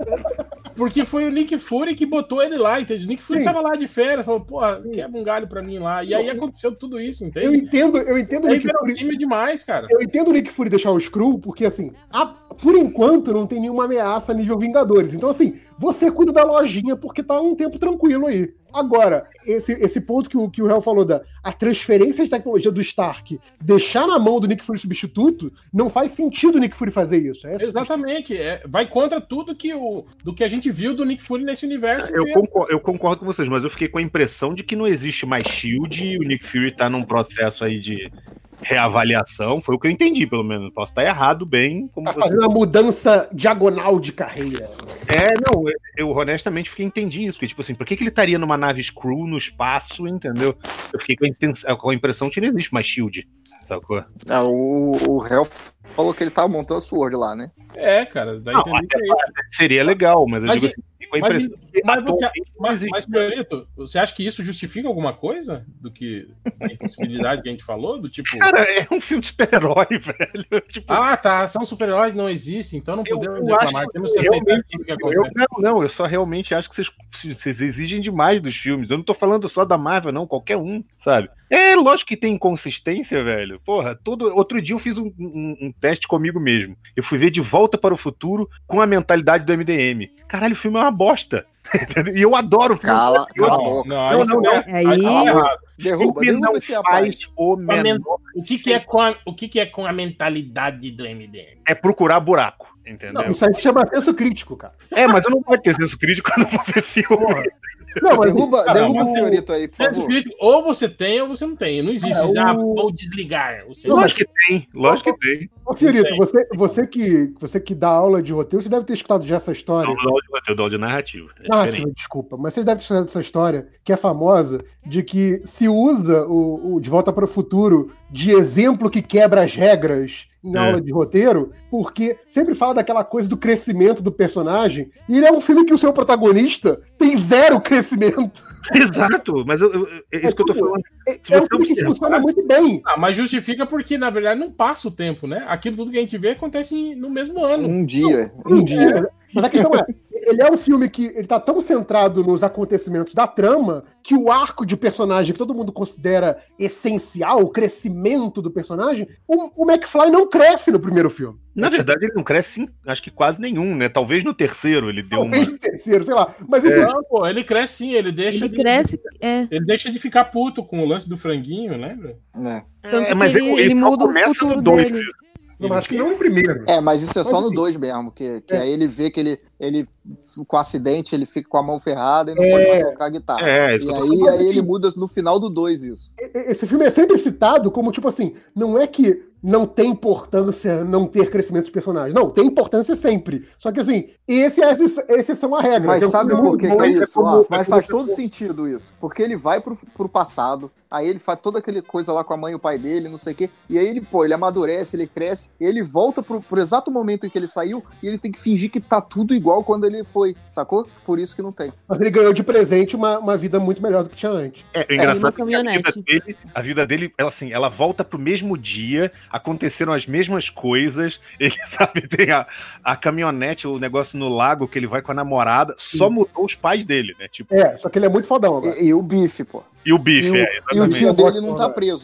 Speaker 2: Porque foi o Nick Fury que botou ele lá, entende? O Nick Fury
Speaker 20: Sim.
Speaker 2: tava lá de férias, falou, porra, quebra um galho pra mim lá. E aí aconteceu tudo isso, entende?
Speaker 20: Eu entendo, eu entendo
Speaker 2: É
Speaker 20: o Nick
Speaker 2: inverossímil
Speaker 20: Fury.
Speaker 2: demais, cara.
Speaker 20: Eu entendo o Nick Fury deixar o Skrull, porque assim, a- por enquanto não tem nenhuma ameaça a nível Vingadores. Então, assim, você cuida da lojinha porque tá um tempo tranquilo aí. Agora, esse, esse ponto que o, que o Hel falou da a transferência de tecnologia do Stark, deixar na mão do Nick Fury substituto, não faz sentido o Nick Fury fazer isso. É
Speaker 2: Exatamente. É, vai contra tudo que o, do que a gente viu do Nick Fury nesse universo.
Speaker 14: Eu
Speaker 2: mesmo.
Speaker 14: concordo, eu concordo com vocês, mas eu fiquei com a impressão de que não existe mais Shield e o Nick Fury tá num processo aí de reavaliação. Foi o que eu entendi, pelo menos. Posso estar errado bem. Como
Speaker 20: Tá
Speaker 14: você...
Speaker 20: fazendo uma mudança diagonal de carreira.
Speaker 14: É, não, eu, eu honestamente fiquei entendi isso. Porque, tipo assim, por que, que ele estaria numa nave Skrull no espaço, entendeu? Eu fiquei com a, inten- com a impressão que não existe mais Shield, sacou?
Speaker 6: Ah, o, o Ralph falou que ele tava montando a Sword lá, né?
Speaker 2: É, cara, dá a
Speaker 14: Não,
Speaker 2: entender
Speaker 14: até
Speaker 2: que é
Speaker 14: parece- seria legal, mas eu
Speaker 2: Mas,
Speaker 14: digo assim, fico com a
Speaker 2: mas,
Speaker 14: impressão que
Speaker 2: mas, você,
Speaker 14: atualmente não
Speaker 2: mas,
Speaker 14: existe.
Speaker 2: mas, Fiorito, você acha que isso justifica alguma coisa do que a impossibilidade que a gente falou? Do tipo.
Speaker 14: Cara, é um filme de super-herói, velho. Tipo,
Speaker 2: Ah, tá. São super-heróis, não existe, então não podemos
Speaker 14: eu
Speaker 2: reclamar.
Speaker 14: acho
Speaker 2: Temos que aceitar
Speaker 14: realmente-
Speaker 2: tudo que
Speaker 14: eu,
Speaker 2: acontece.
Speaker 14: não, não, eu só realmente acho que vocês, vocês exigem demais dos filmes. Eu não tô falando só da Marvel, não, qualquer um, sabe? É lógico que tem inconsistência, velho. Porra, todo, outro dia eu fiz um, um- um teste comigo mesmo. Eu fui ver De Volta para o Futuro com a mentalidade do M D M. Caralho, o filme é uma bosta. Entendeu? E eu adoro o filme.
Speaker 6: Cala,
Speaker 14: Eu-
Speaker 6: cala a
Speaker 2: Não,
Speaker 6: boca.
Speaker 2: não,
Speaker 14: Não,
Speaker 2: aí
Speaker 14: não,
Speaker 2: você
Speaker 14: não.
Speaker 2: tá-
Speaker 16: Aí-
Speaker 2: aí tá errado.
Speaker 6: Derruba,
Speaker 14: Filme
Speaker 6: derruba
Speaker 14: não
Speaker 6: esse rapaz.
Speaker 14: faz o
Speaker 2: Com a men-
Speaker 14: menor.
Speaker 2: O que, que é com a, o que, que é com a mentalidade do M D M?
Speaker 14: É procurar buraco, entendeu?
Speaker 20: Não, isso aí se chama senso crítico, cara.
Speaker 14: É, mas eu não pode ter senso crítico quando eu vou ver filme.
Speaker 20: Não, mas
Speaker 6: Derruba,
Speaker 20: cara,
Speaker 6: derruba
Speaker 2: mas
Speaker 6: o senhorito aí, por
Speaker 2: Senso
Speaker 6: favor.
Speaker 2: crítico, ou você tem ou você não tem. Não existe.
Speaker 20: É, o-
Speaker 2: Ah, vou desligar. O senso
Speaker 14: Lógico que tem, lógico que tem.
Speaker 20: Ô, Fiorito,
Speaker 2: Sim.
Speaker 20: você, você, que, você que dá aula de roteiro, você deve ter escutado já essa história.
Speaker 14: Eu dou áudio- eu dou áudio narrativo. É
Speaker 20: Ah,
Speaker 14: diferente.
Speaker 20: desculpa, mas você deve ter escutado essa história, que é famosa, de que se usa o, o De Volta para o Futuro de exemplo que quebra as regras em
Speaker 14: É.
Speaker 20: aula de roteiro, porque sempre fala daquela coisa do crescimento do personagem, e ele é um filme que o seu protagonista tem zero crescimento.
Speaker 14: Exato, mas eu, eu- é isso que eu tô falando.
Speaker 20: É,
Speaker 14: Se
Speaker 20: é um
Speaker 14: você
Speaker 20: filme que
Speaker 14: observar-
Speaker 20: funciona muito bem.
Speaker 2: Ah, mas justifica porque, na verdade, não passa o tempo, né? Aquilo tudo que a gente vê acontece em- no mesmo ano.
Speaker 6: Um dia, um dia.
Speaker 20: Mas a questão é, ele é um filme que ele tá tão centrado nos acontecimentos da trama que o arco de personagem que todo mundo considera essencial, o crescimento do personagem, o, o McFly não cresce no primeiro filme.
Speaker 14: Na verdade, ele não cresce, em- acho que quase nenhum, né? Talvez no terceiro ele deu uma.
Speaker 20: Talvez no terceiro, sei lá. Mas enfim,
Speaker 2: Não, pô, ele cresce sim, ele deixa
Speaker 16: Ele
Speaker 2: de.
Speaker 16: cresce, é.
Speaker 2: Ele deixa de ficar puto com o lance do franguinho, lembra?
Speaker 6: É.
Speaker 16: Tanto
Speaker 14: É, mas
Speaker 16: que ele,
Speaker 14: ele-
Speaker 16: ele
Speaker 14: ele só
Speaker 16: muda o
Speaker 14: começa
Speaker 16: futuro
Speaker 14: no dois,
Speaker 16: dele.
Speaker 20: não, mas acho que não no primeiro.
Speaker 6: É, mas isso é só
Speaker 20: Mas,
Speaker 6: no
Speaker 20: enfim.
Speaker 6: dois mesmo, que, que
Speaker 20: É.
Speaker 6: aí ele vê que ele, ele, com acidente, ele fica com a mão ferrada e não
Speaker 20: É.
Speaker 6: pode mais tocar a guitarra.
Speaker 14: É, isso
Speaker 6: e
Speaker 14: que eu tô
Speaker 6: aí,
Speaker 20: falando.
Speaker 6: aí ele muda no final do dois isso.
Speaker 20: E- Esse filme é sempre citado como, tipo assim, não é que não tem importância não ter crescimento de personagens. Não, tem importância sempre. Só que, assim, esse é a exceção à regra.
Speaker 6: Mas
Speaker 20: É um
Speaker 6: sabe
Speaker 20: filme
Speaker 6: por
Speaker 20: muito
Speaker 6: que,
Speaker 20: bom,
Speaker 6: que é isso?
Speaker 20: como-
Speaker 6: Ó, mas
Speaker 20: é
Speaker 6: faz
Speaker 20: como-
Speaker 6: todo sentido isso. Porque ele vai pro, pro passado, aí ele faz toda aquela coisa lá com a mãe e o pai dele, não sei o quê, e aí ele, pô, ele amadurece, ele cresce, e ele volta pro, pro exato momento em que ele saiu, e ele tem que fingir que tá tudo igual quando ele foi, sacou? Por isso que não tem.
Speaker 20: Mas ele ganhou de presente uma, uma vida muito melhor do que tinha antes.
Speaker 14: É, o
Speaker 16: uma
Speaker 14: engraçado é que a
Speaker 16: caminhonete.
Speaker 14: vida dele, a vida dele, ela, assim, ela volta pro mesmo dia, aconteceram as mesmas coisas, ele sabe, tem a, a caminhonete, o negócio no lago que ele vai com a namorada, só
Speaker 20: Sim.
Speaker 14: mudou os pais dele, né? Tipo,
Speaker 20: É, só que ele é muito fodão agora.
Speaker 6: E, e o bife, pô.
Speaker 14: e o bife,
Speaker 6: E o,
Speaker 14: é,
Speaker 6: e o
Speaker 14: exatamente.
Speaker 6: tio
Speaker 20: Eu
Speaker 6: dele
Speaker 20: gosto
Speaker 6: não
Speaker 20: do
Speaker 6: tá
Speaker 20: Roberto.
Speaker 6: preso.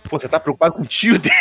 Speaker 14: Pô, você tá preocupado com o tio dele?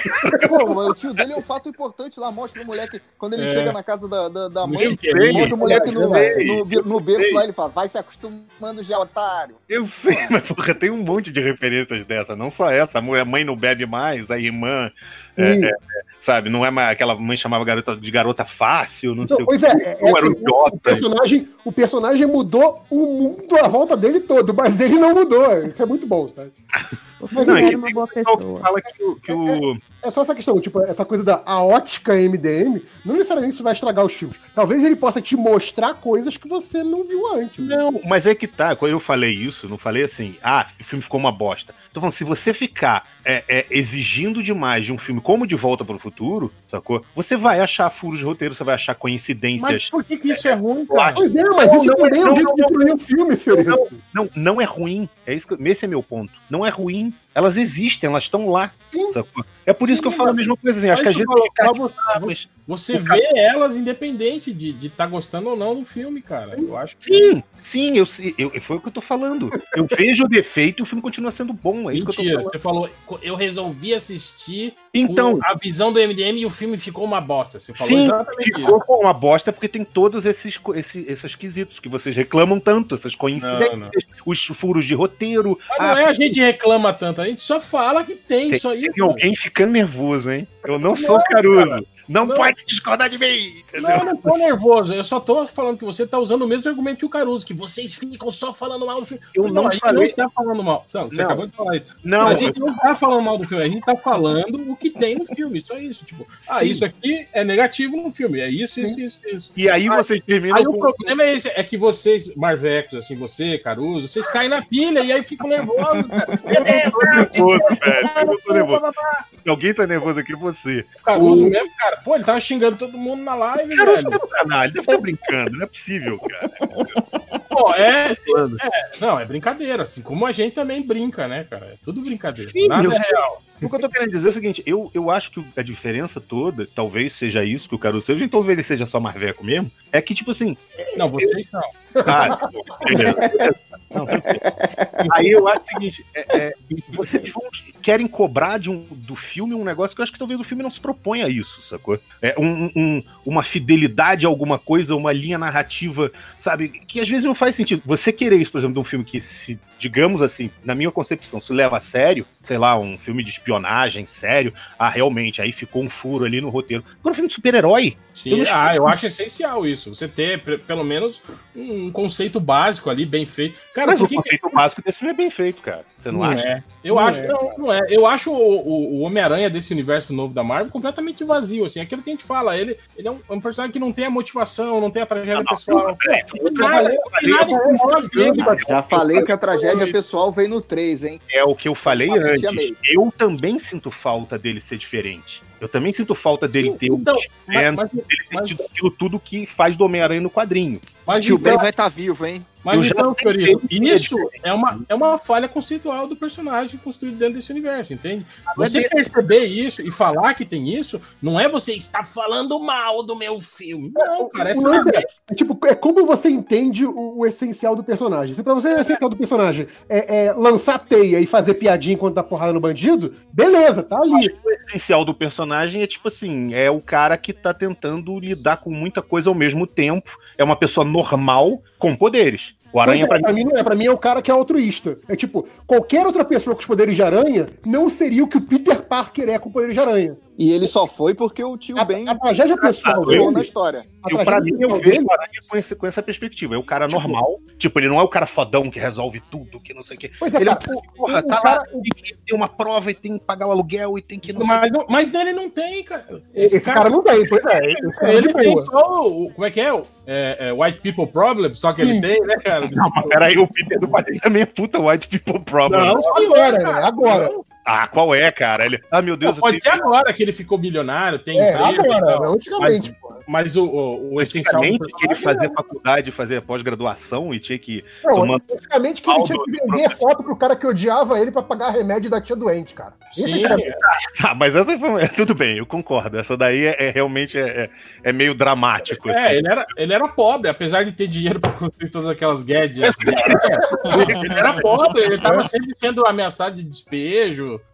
Speaker 6: Pô, mas o tio dele é um fato importante lá, mostra o moleque, quando ele
Speaker 14: É.
Speaker 6: chega na casa da, da, da mãe,
Speaker 14: Eu sei,
Speaker 6: mostra o moleque no,
Speaker 14: eu sei,
Speaker 6: no, no, no
Speaker 14: eu
Speaker 6: berço
Speaker 14: sei.
Speaker 6: lá, ele fala, vai se acostumando já, otário.
Speaker 14: Eu sei, mas porra, tem um monte de referências dessa, não só essa. A mulher- a mãe não bebe mais, a irmã, é,
Speaker 20: Sim.
Speaker 14: é, é, sabe, não é mais aquela mãe chamava garota de garota fácil, não, sei
Speaker 20: Não,
Speaker 14: o
Speaker 20: pois
Speaker 14: que.
Speaker 20: é, é,
Speaker 14: Não
Speaker 20: é
Speaker 14: era um
Speaker 20: que o
Speaker 14: idiota.
Speaker 20: personagem, o personagem mudou o mundo à volta dele todo, mas ele não mudou. Isso é muito bom, sabe? Mas,
Speaker 14: Não, é
Speaker 20: enfim,
Speaker 14: que
Speaker 20: uma
Speaker 14: tem
Speaker 20: boa
Speaker 14: um pessoal que
Speaker 20: pessoa.
Speaker 14: fala que o. Que o...
Speaker 20: É só essa questão, tipo, essa coisa da a ótica M D M, não necessariamente isso vai estragar os filmes. Talvez ele possa te mostrar coisas que você não viu antes.
Speaker 14: Não, mas é que tá, quando eu falei isso, não falei assim, ah, o filme ficou uma bosta. Tô falando, se você ficar é, é, exigindo demais de um filme como De Volta para o Futuro, sacou? Você vai achar furos de roteiro, você vai achar coincidências.
Speaker 2: Mas por que, que isso é ruim,
Speaker 14: cara?
Speaker 20: Pois é, mas isso também é um jeito de destruir o filme, Fiorito.
Speaker 14: Não, não, não é ruim. É isso que, esse é meu ponto. Não é ruim. Elas existem, elas estão lá. Sacou? É por isso
Speaker 2: Sim,
Speaker 14: que eu falo a
Speaker 2: mas-
Speaker 14: mesma coisa. Assim, acho que a
Speaker 2: mas
Speaker 14: gente
Speaker 2: tu
Speaker 14: tem que ficar
Speaker 2: falou,
Speaker 14: tipo, ah, mas-
Speaker 2: Você
Speaker 14: o
Speaker 2: vê
Speaker 14: cara-
Speaker 2: elas independente de estar de tá gostando ou não do filme, cara. Eu acho que.
Speaker 14: Sim, sim, eu, eu, foi o que eu tô falando. Eu vejo o defeito e o filme continua sendo bom. É isso que eu tô
Speaker 2: Mentira,
Speaker 14: falando.
Speaker 2: você falou, eu resolvi assistir
Speaker 14: Então-
Speaker 2: com a visão do M D M e o filme ficou uma bosta. Você falou
Speaker 14: Sim,
Speaker 2: exatamente
Speaker 14: ficou
Speaker 2: isso.
Speaker 14: com uma bosta porque tem todos esses, co- esse- esses quesitos que vocês reclamam tanto, essas coincidências,
Speaker 2: Não, não.
Speaker 14: os furos de roteiro.
Speaker 2: Mas não
Speaker 14: Ah,
Speaker 2: é a gente reclama tanto, a gente só fala que tem,
Speaker 14: tem,
Speaker 2: isso aí.
Speaker 14: tem alguém ficando nervoso, hein? Eu não sou
Speaker 2: Não,
Speaker 14: Caruso.
Speaker 2: cara.
Speaker 14: Não,
Speaker 2: Não.
Speaker 14: pode discordar de mim.
Speaker 2: Não, eu não tô nervoso, eu só tô falando que você tá usando o mesmo argumento que o Caruso, que vocês ficam só falando mal do filme.
Speaker 14: Eu não
Speaker 2: a gente
Speaker 14: falei-
Speaker 2: não está falando mal. Não, você
Speaker 14: Não.
Speaker 2: acabou de falar isso.
Speaker 14: Não,
Speaker 2: a gente
Speaker 14: eu-
Speaker 2: não tá falando mal do filme, a gente tá falando o que tem no filme, só isso. Tipo, ah,
Speaker 14: Sim.
Speaker 2: isso aqui é negativo no filme, é isso, isso, isso, isso.
Speaker 14: E aí vocês terminam
Speaker 2: Aí
Speaker 14: com-
Speaker 2: o problema é esse, é que vocês, Marvecos, assim, você, Caruso, vocês caem na pilha e aí ficam nervosos, cara.
Speaker 14: Eu não tô nervoso, velho. Eu não tô nervoso. Se alguém tá nervoso aqui, é você.
Speaker 2: O Caruso
Speaker 14: O-
Speaker 2: mesmo, cara, pô, ele tava xingando todo mundo na live,
Speaker 14: Caruso
Speaker 2: velho.
Speaker 14: tá no canal, ele deve estar brincando, não é possível, cara.
Speaker 2: Pô, é, é. Não, é brincadeira, assim como a gente também brinca, né, cara? É tudo brincadeira.
Speaker 14: Sim,
Speaker 2: Nada
Speaker 14: eu
Speaker 2: é
Speaker 14: sei.
Speaker 2: real.
Speaker 14: O que eu tô querendo dizer é o seguinte, eu, eu acho que a diferença toda, talvez seja isso que o Caruso seja, então talvez ele seja só Marveco mesmo, é que, tipo assim...
Speaker 2: Não, vocês são.
Speaker 14: Ah, beleza. Não, tudo bem. Aí eu acho o seguinte, é, é, vocês vão- querem cobrar de um, do filme um negócio que eu acho que talvez o filme não se proponha a isso, sacou? É um, um- uma fidelidade a alguma coisa, uma linha narrativa, sabe? Que às vezes não faz sentido. Você querer isso, por exemplo, de um filme que se, digamos assim, na minha concepção, se leva a sério, sei lá, um filme de espionagem sério, ah, realmente, aí ficou um furo ali no roteiro. Agora, um filme de super-herói.
Speaker 2: Sim,
Speaker 14: não-
Speaker 2: ah, eu acho essencial isso. Você ter pre- pelo menos um conceito básico ali, bem feito. Cara,
Speaker 14: Mas
Speaker 2: por
Speaker 14: o
Speaker 2: que
Speaker 14: conceito básico desse filme é bem feito, cara. Você não,
Speaker 2: Não
Speaker 14: acha?
Speaker 2: é. Eu
Speaker 14: Não
Speaker 2: acho,
Speaker 14: é.
Speaker 2: não, não é. Eu acho o, o- o Homem-Aranha desse universo novo da Marvel completamente vazio, assim. Aquilo que a gente fala, ele, ele é um, é um personagem que não tem a motivação, não tem a tragédia pessoal.
Speaker 14: peraí,
Speaker 2: Não tem nada, não tem nada que move ele.
Speaker 6: Já falei que a tragédia pessoal veio no três, hein?
Speaker 14: É o que eu falei
Speaker 6: Ah,
Speaker 14: antes.
Speaker 6: tinha meio.
Speaker 14: Eu também sinto falta dele ser diferente. Eu também sinto falta dele ter um
Speaker 2: então,
Speaker 14: descendo,
Speaker 2: mas-
Speaker 14: dele ter tido aquilo tudo que faz do Homem-Aranha no quadrinho.
Speaker 2: Mas
Speaker 6: Tio
Speaker 2: então-
Speaker 6: Ben vai estar vivo, hein?
Speaker 2: Mas
Speaker 14: Eu já
Speaker 2: então,
Speaker 14: tentei
Speaker 2: Fiorito,
Speaker 14: entender.
Speaker 2: isso é uma, é uma falha conceitual do personagem construído dentro desse universo, entende? Você
Speaker 14: mas-
Speaker 2: perceber isso e falar que tem isso, não é você estar falando mal do meu filme. Não, cara,
Speaker 20: O lance
Speaker 2: é
Speaker 20: é, é tipo, é como você entende o, o essencial do personagem. Se pra você o essencial do personagem é, é lançar teia e fazer piadinha enquanto dá porrada no bandido, beleza, tá ali.
Speaker 14: O essencial do personagem é tipo assim, é o cara que tá tentando lidar com muita coisa ao mesmo tempo. É uma pessoa normal com poderes. O Aranha,
Speaker 20: Pois é,
Speaker 14: pra
Speaker 20: pra
Speaker 14: mim,
Speaker 20: mim não é, pra mim é o cara que é altruísta. É tipo, qualquer outra pessoa com os poderes de aranha não seria o que o Peter Parker é com poderes de aranha.
Speaker 6: E ele só foi porque o tio Ben
Speaker 20: A tragédia pessoal
Speaker 6: ficou
Speaker 20: dele,
Speaker 6: na história.
Speaker 20: a
Speaker 14: eu, pra
Speaker 20: tragédia
Speaker 14: mim, eu
Speaker 20: pessoal
Speaker 14: vejo
Speaker 20: dele-
Speaker 14: o Aranha com, esse- com essa perspectiva. É o cara normal. Tipo, ele não é o cara fodão que resolve tudo, que não sei o quê.
Speaker 20: Pois é,
Speaker 14: ele
Speaker 20: cara,
Speaker 14: é,
Speaker 20: o-
Speaker 14: porra,
Speaker 20: o
Speaker 14: tá
Speaker 20: cara-
Speaker 14: lá, tem que ter uma prova e tem que pagar o aluguel e tem que... Não sei
Speaker 2: Mas, não- mas nele não tem, cara.
Speaker 20: Esse, cara, não tem, pois é. Esse cara
Speaker 2: Ele
Speaker 20: de
Speaker 2: tem
Speaker 20: boa.
Speaker 2: só o. Como é que é? O é, é, White People Problem, só que ele
Speaker 20: Sim.
Speaker 2: tem, né, cara?
Speaker 14: Não, mas peraí, o Peter do quadrinho também é puta white people problem.
Speaker 2: Não, senhor,
Speaker 20: Agora,
Speaker 2: cara.
Speaker 20: é, agora.
Speaker 14: Ah, qual é, cara? Ele... Ah, meu Deus,
Speaker 2: Não, pode
Speaker 14: eu
Speaker 2: ser agora que ele ficou milionário, tem
Speaker 20: É,
Speaker 2: emprego.
Speaker 20: agora,
Speaker 2: e tal.
Speaker 20: não antigamente,
Speaker 2: mas,
Speaker 20: pô.
Speaker 2: mas o, o, o essencial. do
Speaker 14: Antigamente, que ele
Speaker 2: personagem
Speaker 14: fazia faculdade, fazia pós-graduação e tinha que...
Speaker 20: Não,
Speaker 14: tomar-
Speaker 20: praticamente que ele tinha que vender foto pro cara que odiava ele pra pagar remédio da tia doente, cara. Esse
Speaker 2: Sim,
Speaker 20: cara-
Speaker 14: Tá, mas essa foi... é, tudo bem, eu concordo. Essa daí é, é realmente é, é- é meio dramático. assim.
Speaker 2: É, ele era, ele era pobre, apesar de ter dinheiro pra construir todas aquelas gadgets. ele era pobre, ele tava sempre sendo ameaçado de despejo.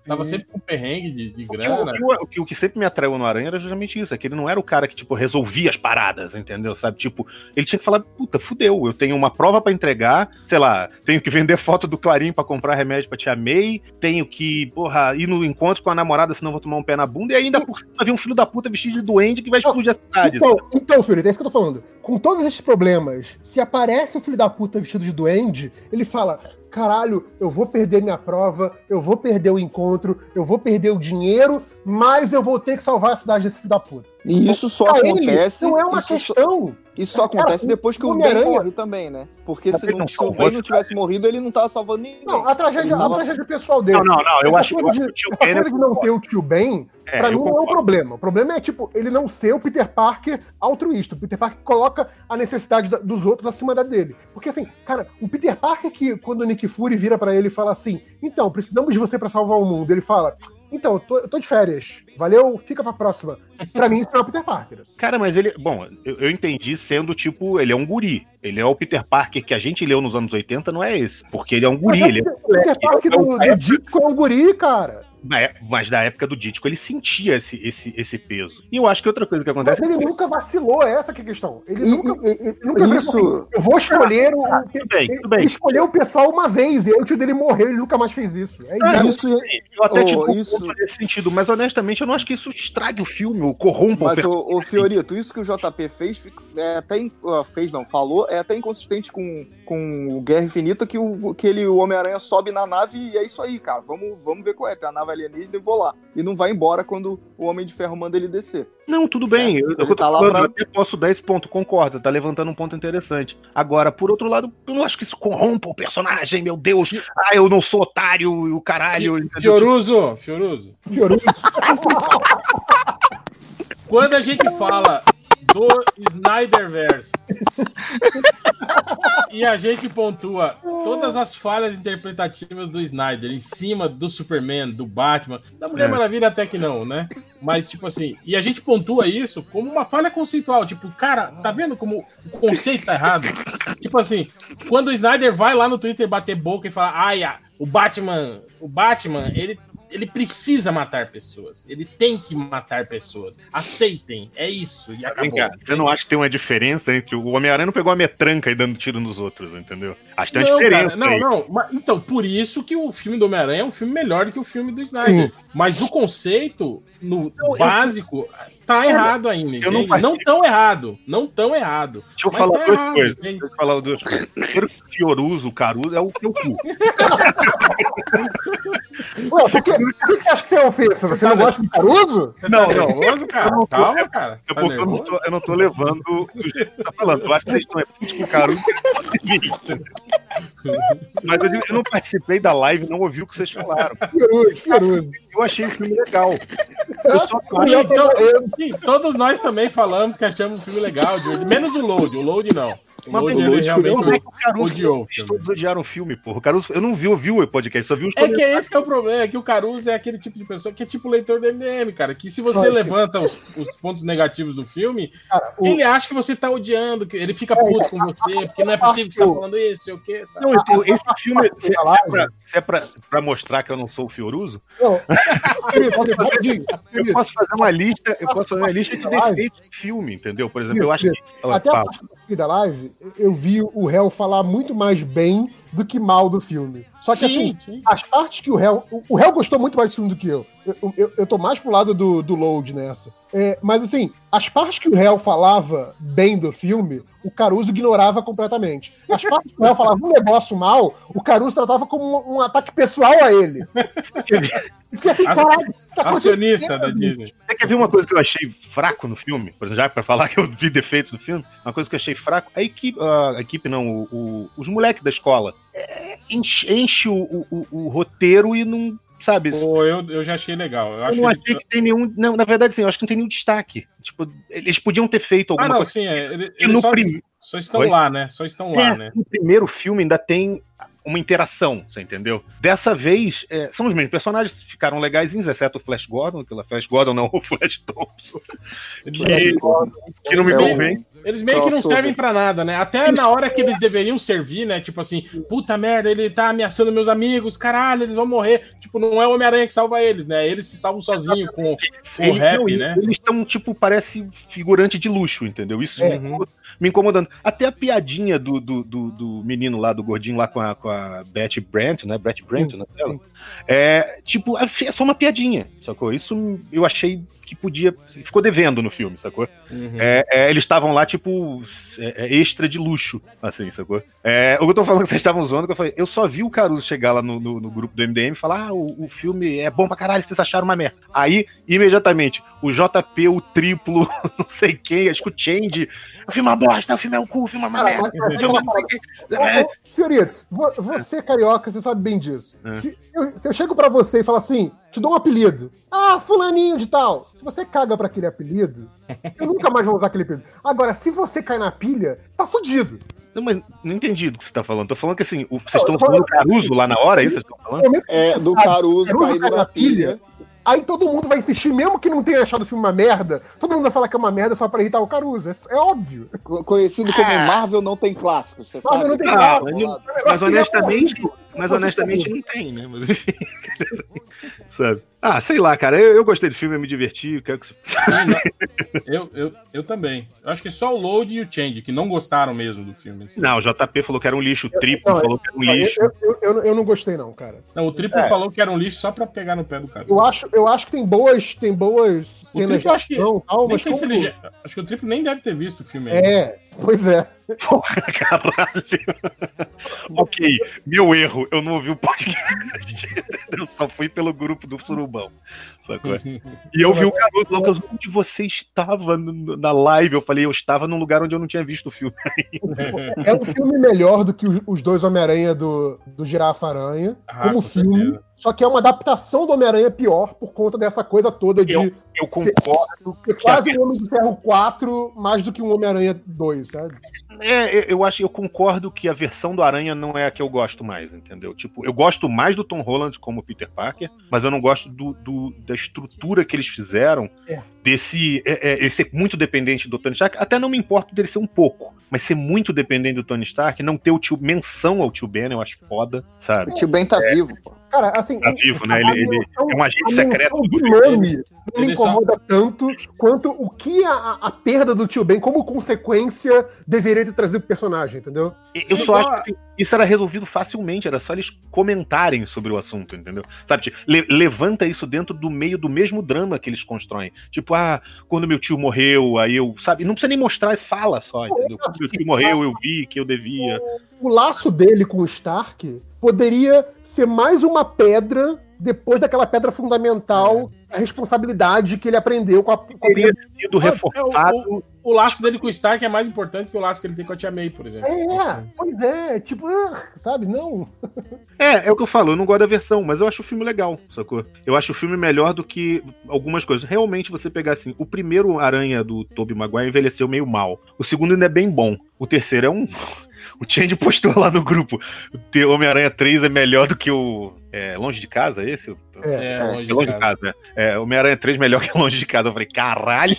Speaker 2: Tava sempre com perrengue de, de
Speaker 14: O que,
Speaker 2: grana.
Speaker 14: o, que, o, que, o que sempre me atraiu no Aranha era justamente isso, é que ele não era o cara que, tipo, resolvia as paradas, entendeu? Sabe? Tipo, ele tinha que falar, puta, fudeu, eu tenho uma prova pra entregar, sei lá, tenho que vender foto do Clarim pra comprar remédio pra tia May, tenho que, porra, ir no encontro com a namorada, senão vou tomar um pé na bunda, e ainda por cima vir um filho da puta vestido de duende que vai explodir a cidade.
Speaker 20: Então, então, filho, é isso que eu tô falando. Com todos esses problemas, se aparece o filho da puta vestido de duende, ele fala... Caralho, eu vou perder minha prova, eu vou perder o encontro, eu vou perder o dinheiro, mas eu vou ter que salvar a cidade desse filho da puta.
Speaker 6: E isso só
Speaker 20: Pra ele,
Speaker 6: acontece...
Speaker 20: não é uma
Speaker 6: isso
Speaker 20: questão.
Speaker 6: Só, isso só acontece
Speaker 20: Cara,
Speaker 6: depois que o Ben
Speaker 20: Homem-Aranha-
Speaker 6: morre também, né? Porque se, não, se o Ben não tivesse morrido, ele não tava salvando ninguém.
Speaker 20: Não, a tragédia,
Speaker 6: Ele tava-
Speaker 20: a tragédia pessoal dele.
Speaker 14: Não, não, não, eu
Speaker 20: Essa
Speaker 14: acho- eu
Speaker 20: coisa
Speaker 14: acho
Speaker 20: de-
Speaker 14: que o tio
Speaker 20: essa
Speaker 14: Ben
Speaker 20: coisa
Speaker 14: é-
Speaker 20: de não ter o tio Ben,
Speaker 14: É,
Speaker 20: pra
Speaker 14: eu
Speaker 20: mim não é o
Speaker 14: concordo.
Speaker 20: problema. O problema é, tipo, ele não ser o Peter Parker altruísta. O Peter Parker coloca a necessidade da- dos outros acima da dele. Porque, assim, cara, o Peter Parker que, quando o Nick Fury vira pra ele e fala assim, então, precisamos de você pra salvar o mundo, ele fala... Então, eu tô, eu tô de férias. Valeu, fica pra próxima. Pra mim, isso não é o Peter Parker.
Speaker 14: Cara, mas ele. Bom, eu, eu entendi sendo tipo, ele é um guri. Ele é o Peter Parker que a gente leu nos anos oitenta, não é esse. Porque ele é um guri.
Speaker 20: Mas é
Speaker 14: Ele é,
Speaker 20: o Peter Parker
Speaker 14: é o-
Speaker 20: do, do Ditko é um guri, cara.
Speaker 14: Mas da época do Ditko, ele sentia esse, esse, esse peso. E eu acho que outra coisa que
Speaker 20: Mas
Speaker 14: acontece
Speaker 20: ele
Speaker 14: é que-
Speaker 20: nunca vacilou, essa que é a questão. Ele
Speaker 6: E-
Speaker 20: nunca,
Speaker 6: e-
Speaker 20: ele nunca fez
Speaker 6: isso-
Speaker 20: assim, eu vou escolher o.
Speaker 14: Ah, tudo bem,
Speaker 20: ele,
Speaker 14: tudo bem.
Speaker 20: ele escolheu o pessoal uma vez, e aí o tio dele morreu, ele nunca mais fez isso. É
Speaker 14: Ah,
Speaker 20: isso.
Speaker 6: isso-
Speaker 14: Eu até
Speaker 6: Oh,
Speaker 14: te dou um
Speaker 6: isso-
Speaker 14: ponto nesse sentido, mas honestamente eu não acho que isso estrague o filme ou corrompa o
Speaker 6: Mas,
Speaker 14: personagem.
Speaker 6: ô, ô Fiorito, isso que o J P fez, fica- é até in- ó, fez, não, falou, é até inconsistente com, com o Guerra Infinita, que o, que ele, o Homem-Aranha sobe na nave e é isso aí, cara. Vamos, vamos ver qual é. Tem a nave alienígena e vou lá. E não vai embora quando o Homem de Ferro manda ele descer.
Speaker 14: Não, tudo bem.
Speaker 6: É,
Speaker 14: eu,
Speaker 6: ele
Speaker 14: eu, tô
Speaker 6: tá lá
Speaker 14: falando,
Speaker 6: pra-
Speaker 14: eu até posso dar esse ponto, concordo. Tá levantando um ponto interessante. Agora, por outro lado, eu não acho que isso corrompa o personagem, meu Deus. Ah, eu não sou otário e o caralho. entendeu?
Speaker 2: Fioruso, Fioruso.
Speaker 20: Fioruso.
Speaker 2: Quando a gente fala do Snyderverse e a gente pontua todas as falhas interpretativas do Snyder em cima do Superman, do Batman, da Mulher
Speaker 14: É.
Speaker 2: Maravilha até que não, né? Mas, tipo assim, e a gente pontua isso como uma falha conceitual. Tipo, cara, tá vendo como o conceito tá errado? Tipo assim, quando o Snyder vai lá no Twitter bater boca e falar, ai, ah, o Batman, o Batman, ele ele precisa matar pessoas. Ele tem que matar pessoas. Aceitem. É isso. E
Speaker 14: Vem
Speaker 2: acabou.
Speaker 14: cá, você não acha que tem uma diferença entre o Homem-Aranha não pegou a metranca e dando tiro nos outros, entendeu? Acho que tem uma
Speaker 2: Não,
Speaker 14: diferença.
Speaker 2: cara, não,
Speaker 14: aí.
Speaker 2: não. Mas, então, por isso que o filme do Homem-Aranha é um filme melhor do que o filme do Snyder.
Speaker 14: Sim.
Speaker 2: Mas o conceito, no
Speaker 14: eu-
Speaker 2: básico, tá errado ainda.
Speaker 14: eu não
Speaker 2: entende?
Speaker 14: participo.
Speaker 2: Não tão errado. Não tão errado.
Speaker 14: Deixa eu
Speaker 2: Mas
Speaker 14: falar
Speaker 2: tá
Speaker 14: duas
Speaker 2: errado,
Speaker 14: coisas.
Speaker 2: entende?
Speaker 14: Deixa eu falar duas coisas. Primeiro, que o Fioruso, o Caruso, é o teu cu.
Speaker 20: Ué, por que, por que você acha que você é ofensa? Você,
Speaker 2: Você
Speaker 20: não
Speaker 2: tá-
Speaker 20: gosta do Caruso?
Speaker 2: Você tá nervoso, cara?
Speaker 14: Eu não tô-
Speaker 2: Calma, cara.
Speaker 14: Eu,
Speaker 2: Tá
Speaker 14: eu, não
Speaker 2: nervoso?
Speaker 14: tô, eu não tô levando do jeito que você tá falando. Eu acho que vocês estão é putos com o Caruso. Mas eu, eu não participei da live, não ouvi o que vocês falaram.
Speaker 20: Fioruso, Fioruso.
Speaker 14: Eu achei o filme legal. Eu só acho
Speaker 2: Sim, to- sim, todos nós também falamos que achamos o filme legal, George. Menos o Load. O Load não. O
Speaker 14: Mas
Speaker 2: Load,
Speaker 14: o
Speaker 2: ele
Speaker 14: Load
Speaker 2: realmente
Speaker 14: como é que o Caruso-
Speaker 2: odiou o
Speaker 14: Eles
Speaker 2: filme.
Speaker 14: todos odiaram o filme, porra. O Caruso, eu não vi, eu vi o podcast, só vi os
Speaker 2: É que esse que é o problema, é que o Caruso é aquele tipo de pessoa que é tipo leitor do M D M, cara. Que se você
Speaker 20: Olha,
Speaker 2: levanta os, os pontos negativos do filme,
Speaker 20: Cara, o-
Speaker 2: ele acha que você tá odiando, que ele fica puto com você, porque não é possível que você tá falando isso, sei o quê. Tá.
Speaker 14: Não, então, esse filme, se é,
Speaker 20: live.
Speaker 14: pra, se é pra, pra mostrar que eu não sou o Fioruso,
Speaker 20: Não. Fioruso, rapidinho,
Speaker 14: eu
Speaker 20: Fioruso.
Speaker 14: posso fazer uma lista, eu posso fazer uma lista de
Speaker 20: Live.
Speaker 14: defeitos do filme, entendeu? Por exemplo, eu acho que.
Speaker 20: Até a
Speaker 14: Fala.
Speaker 20: parte do fim da live, eu vi o réu falar muito mais bem do que mal do filme. Só que
Speaker 2: Sim,
Speaker 20: assim,
Speaker 2: sim.
Speaker 20: as partes que o réu. O, o réu gostou muito mais do filme do que eu. Eu, eu, eu tô mais pro lado do, do Load nessa. É, mas assim, as partes que o réu falava bem do filme, o Caruso ignorava completamente. As partes que o réu falava um negócio mal, o Caruso tratava como um, um ataque pessoal a ele. E fiquei assim,
Speaker 2: As-
Speaker 20: caralho. tá
Speaker 2: Acionista da
Speaker 20: acontecendo?
Speaker 2: Disney.
Speaker 14: Você quer ver uma coisa que eu achei fraco no filme? Por exemplo, já pra falar que eu vi defeitos no filme, uma coisa que eu achei fraco, a equipe, a equipe não, o- o- os moleques da escola é, enche, enche o, o- o- o roteiro e não, sabe?
Speaker 2: Pô, eu, eu já achei legal. Eu,
Speaker 14: Eu
Speaker 2: acho
Speaker 14: não
Speaker 2: ele-
Speaker 14: achei que tem nenhum. Não, na verdade, sim, eu acho que não tem nenhum destaque. Tipo, eles podiam ter feito
Speaker 2: Ah,
Speaker 14: alguma
Speaker 2: não,
Speaker 14: coisa.
Speaker 2: sim, é, ele-
Speaker 14: que
Speaker 2: eles
Speaker 14: no
Speaker 2: só,
Speaker 14: prim-
Speaker 2: só estão
Speaker 14: Oi?
Speaker 2: lá, né? Só estão lá,
Speaker 14: É,
Speaker 2: né?
Speaker 14: No primeiro filme ainda tem uma interação, você entendeu? Dessa vez, é, são os mesmos personagens, ficaram legaisinhos, exceto o Flash Gordon, aquela Flash Gordon não, o Flash Thompson, que, que não me
Speaker 6: É o-
Speaker 14: convém.
Speaker 2: Eles meio que não servem pra nada, né? Até na hora que eles deveriam servir, né? Tipo assim, puta merda, ele tá ameaçando meus amigos, caralho, eles vão morrer. Tipo, não é o Homem-Aranha que salva eles, né? Eles se salvam sozinhos com, com o rap,
Speaker 14: não,
Speaker 2: né?
Speaker 14: Eles estão, tipo, parece figurante de luxo, entendeu? Isso
Speaker 2: É.
Speaker 14: me, me incomodando. Até a piadinha do, do, do, do menino lá, do gordinho lá com a, com a Betty Brant, né? Brett Brant, né? É, tipo, é só uma piadinha, sacou? Isso eu achei que podia... Ficou devendo no filme, sacou?
Speaker 2: Uhum.
Speaker 14: É, é, eles estavam lá, tipo, é, é extra de luxo, assim, sacou? É, o que eu tô falando que vocês estavam zoando, que eu falei, eu só vi o Caruso chegar lá no, no, no grupo do M D M e falar, ah, o, o filme é bom pra caralho, vocês acharam uma merda. Aí, imediatamente, o J P, o triplo, não sei quem, acho que o Change, o filme é uma bosta, o filme é um cu, o filme é uma merda. o filme é uma...
Speaker 20: Ô, ô, Fiorito, vo- você é carioca, você sabe bem disso.
Speaker 14: É.
Speaker 20: Se, eu, se eu chego pra você e falo assim, te dou um apelido. Ah, fulaninho de tal. Se você caga pra aquele apelido, eu nunca mais vou usar aquele apelido. Agora, se você cai na pilha, você tá fudido.
Speaker 14: Não, mas não entendi do que você tá falando. Tô falando que assim, o, vocês estão falando do Caruso lá na hora, é isso que vocês estão falando?
Speaker 6: É, do Caruso caído na pilha.
Speaker 20: Aí todo mundo vai insistir, mesmo que não tenha achado o filme uma merda, todo mundo vai falar que é uma merda só pra irritar o Caruso. É, é óbvio.
Speaker 6: Co- Conhecido como Marvel não tem clássico, você
Speaker 20: Marvel
Speaker 6: sabe?
Speaker 20: não tem
Speaker 14: Ah,
Speaker 20: clássico.
Speaker 14: mas, mas honestamente, mas honestamente não tem, né? Mas enfim, sabe? Ah, sei lá, cara. Eu, eu gostei do filme, eu me diverti. Eu, quero que...
Speaker 2: eu, eu, eu também. Eu acho que só o Load e o Change, que não gostaram mesmo do filme. Assim.
Speaker 14: Não, o J P falou que era um lixo, o Triplo
Speaker 20: Não,
Speaker 14: falou que era um
Speaker 20: eu-
Speaker 14: lixo.
Speaker 20: Eu, eu, eu, eu não gostei, não, cara.
Speaker 2: Não, o Triplo
Speaker 20: É.
Speaker 2: falou que era um lixo só pra pegar no pé do cara.
Speaker 20: Eu acho, eu acho que tem boas, tem boas
Speaker 2: O
Speaker 20: cenas de
Speaker 2: Triplo, acho que.
Speaker 20: ação e tal,
Speaker 2: nem
Speaker 20: mas
Speaker 2: sei se
Speaker 20: como-
Speaker 2: ele já- acho que o Triplo nem deve ter visto o filme ainda.
Speaker 20: É, pois é.
Speaker 14: Caralho. Ok, meu erro, eu não ouvi o podcast. Eu só fui pelo grupo do Surubão. Sacou? E eu vi o Caruso logo, eu, onde você estava no- na live? Eu falei, eu estava num lugar onde eu não tinha visto o filme ainda.
Speaker 20: É um filme melhor do que os- os dois Homem-Aranha do, do Girafa Aranha,
Speaker 14: Ah,
Speaker 20: como
Speaker 14: com
Speaker 20: filme.
Speaker 14: certeza.
Speaker 20: Só que é uma adaptação do Homem-Aranha pior por conta dessa coisa toda de.
Speaker 14: Eu, eu concordo.
Speaker 20: Ser quase um Homem de Ferro quatro, mais do que um Homem-Aranha dois, sabe?
Speaker 14: É, eu- eu acho, eu concordo que a versão do Aranha não é a que eu gosto mais, entendeu? Tipo, eu gosto mais do Tom Holland como Peter Parker, mas eu não gosto do, do- da estrutura que eles fizeram
Speaker 20: É.
Speaker 14: desse, é, é, ele ser muito dependente do Tony Stark. Até não me importo dele ser um pouco, mas ser muito dependente do Tony Stark, não ter o tio, menção ao tio Ben, eu acho foda, sabe?
Speaker 6: O tio Ben tá
Speaker 14: É.
Speaker 6: vivo, pô.
Speaker 20: Cara, assim.
Speaker 14: Tá vivo, né? Ele, ele é um agente
Speaker 20: a
Speaker 14: secreto.
Speaker 20: menção
Speaker 14: do
Speaker 20: de
Speaker 14: filme.
Speaker 20: nome não me
Speaker 14: Ele só-
Speaker 20: incomoda tanto quanto o que a, a perda do tio Ben, como consequência, deveria ter trazido pro personagem, entendeu?
Speaker 14: Eu só acho que isso era resolvido facilmente, era só eles comentarem sobre o assunto, entendeu? Sabe, tipo, le- levanta isso dentro do meio do mesmo drama que eles constroem. Tipo, ah, quando meu tio morreu, aí eu, sabe, não precisa nem mostrar, fala só, entendeu? Quando meu tio morreu, eu vi que eu devia.
Speaker 20: O laço dele com o Stark poderia ser mais uma pedra depois daquela pedra fundamental, a responsabilidade que ele aprendeu com a. Com a
Speaker 14: Teria sido
Speaker 2: reforçado. É, o, o, o laço dele com o Stark é mais importante que o laço que ele tem com a Tia May, por exemplo.
Speaker 20: É, pois é, tipo, ah, sabe, não.
Speaker 14: É, é o que eu falo, eu não gosto da versão, mas eu acho o filme legal, sacou? Eu acho o filme melhor do que algumas coisas. Realmente, você pegar assim, o primeiro Aranha do Tobey Maguire envelheceu meio mal. O segundo ainda é bem bom. O terceiro é um... O Change postou lá no grupo, o Homem-Aranha três é melhor do que o... É, Longe de Casa, esse?
Speaker 2: É, é, Longe de
Speaker 14: Longe de
Speaker 2: Casa.
Speaker 14: Casa, é. É, Homem-Aranha três melhor que Longe de Casa. Eu falei, caralho!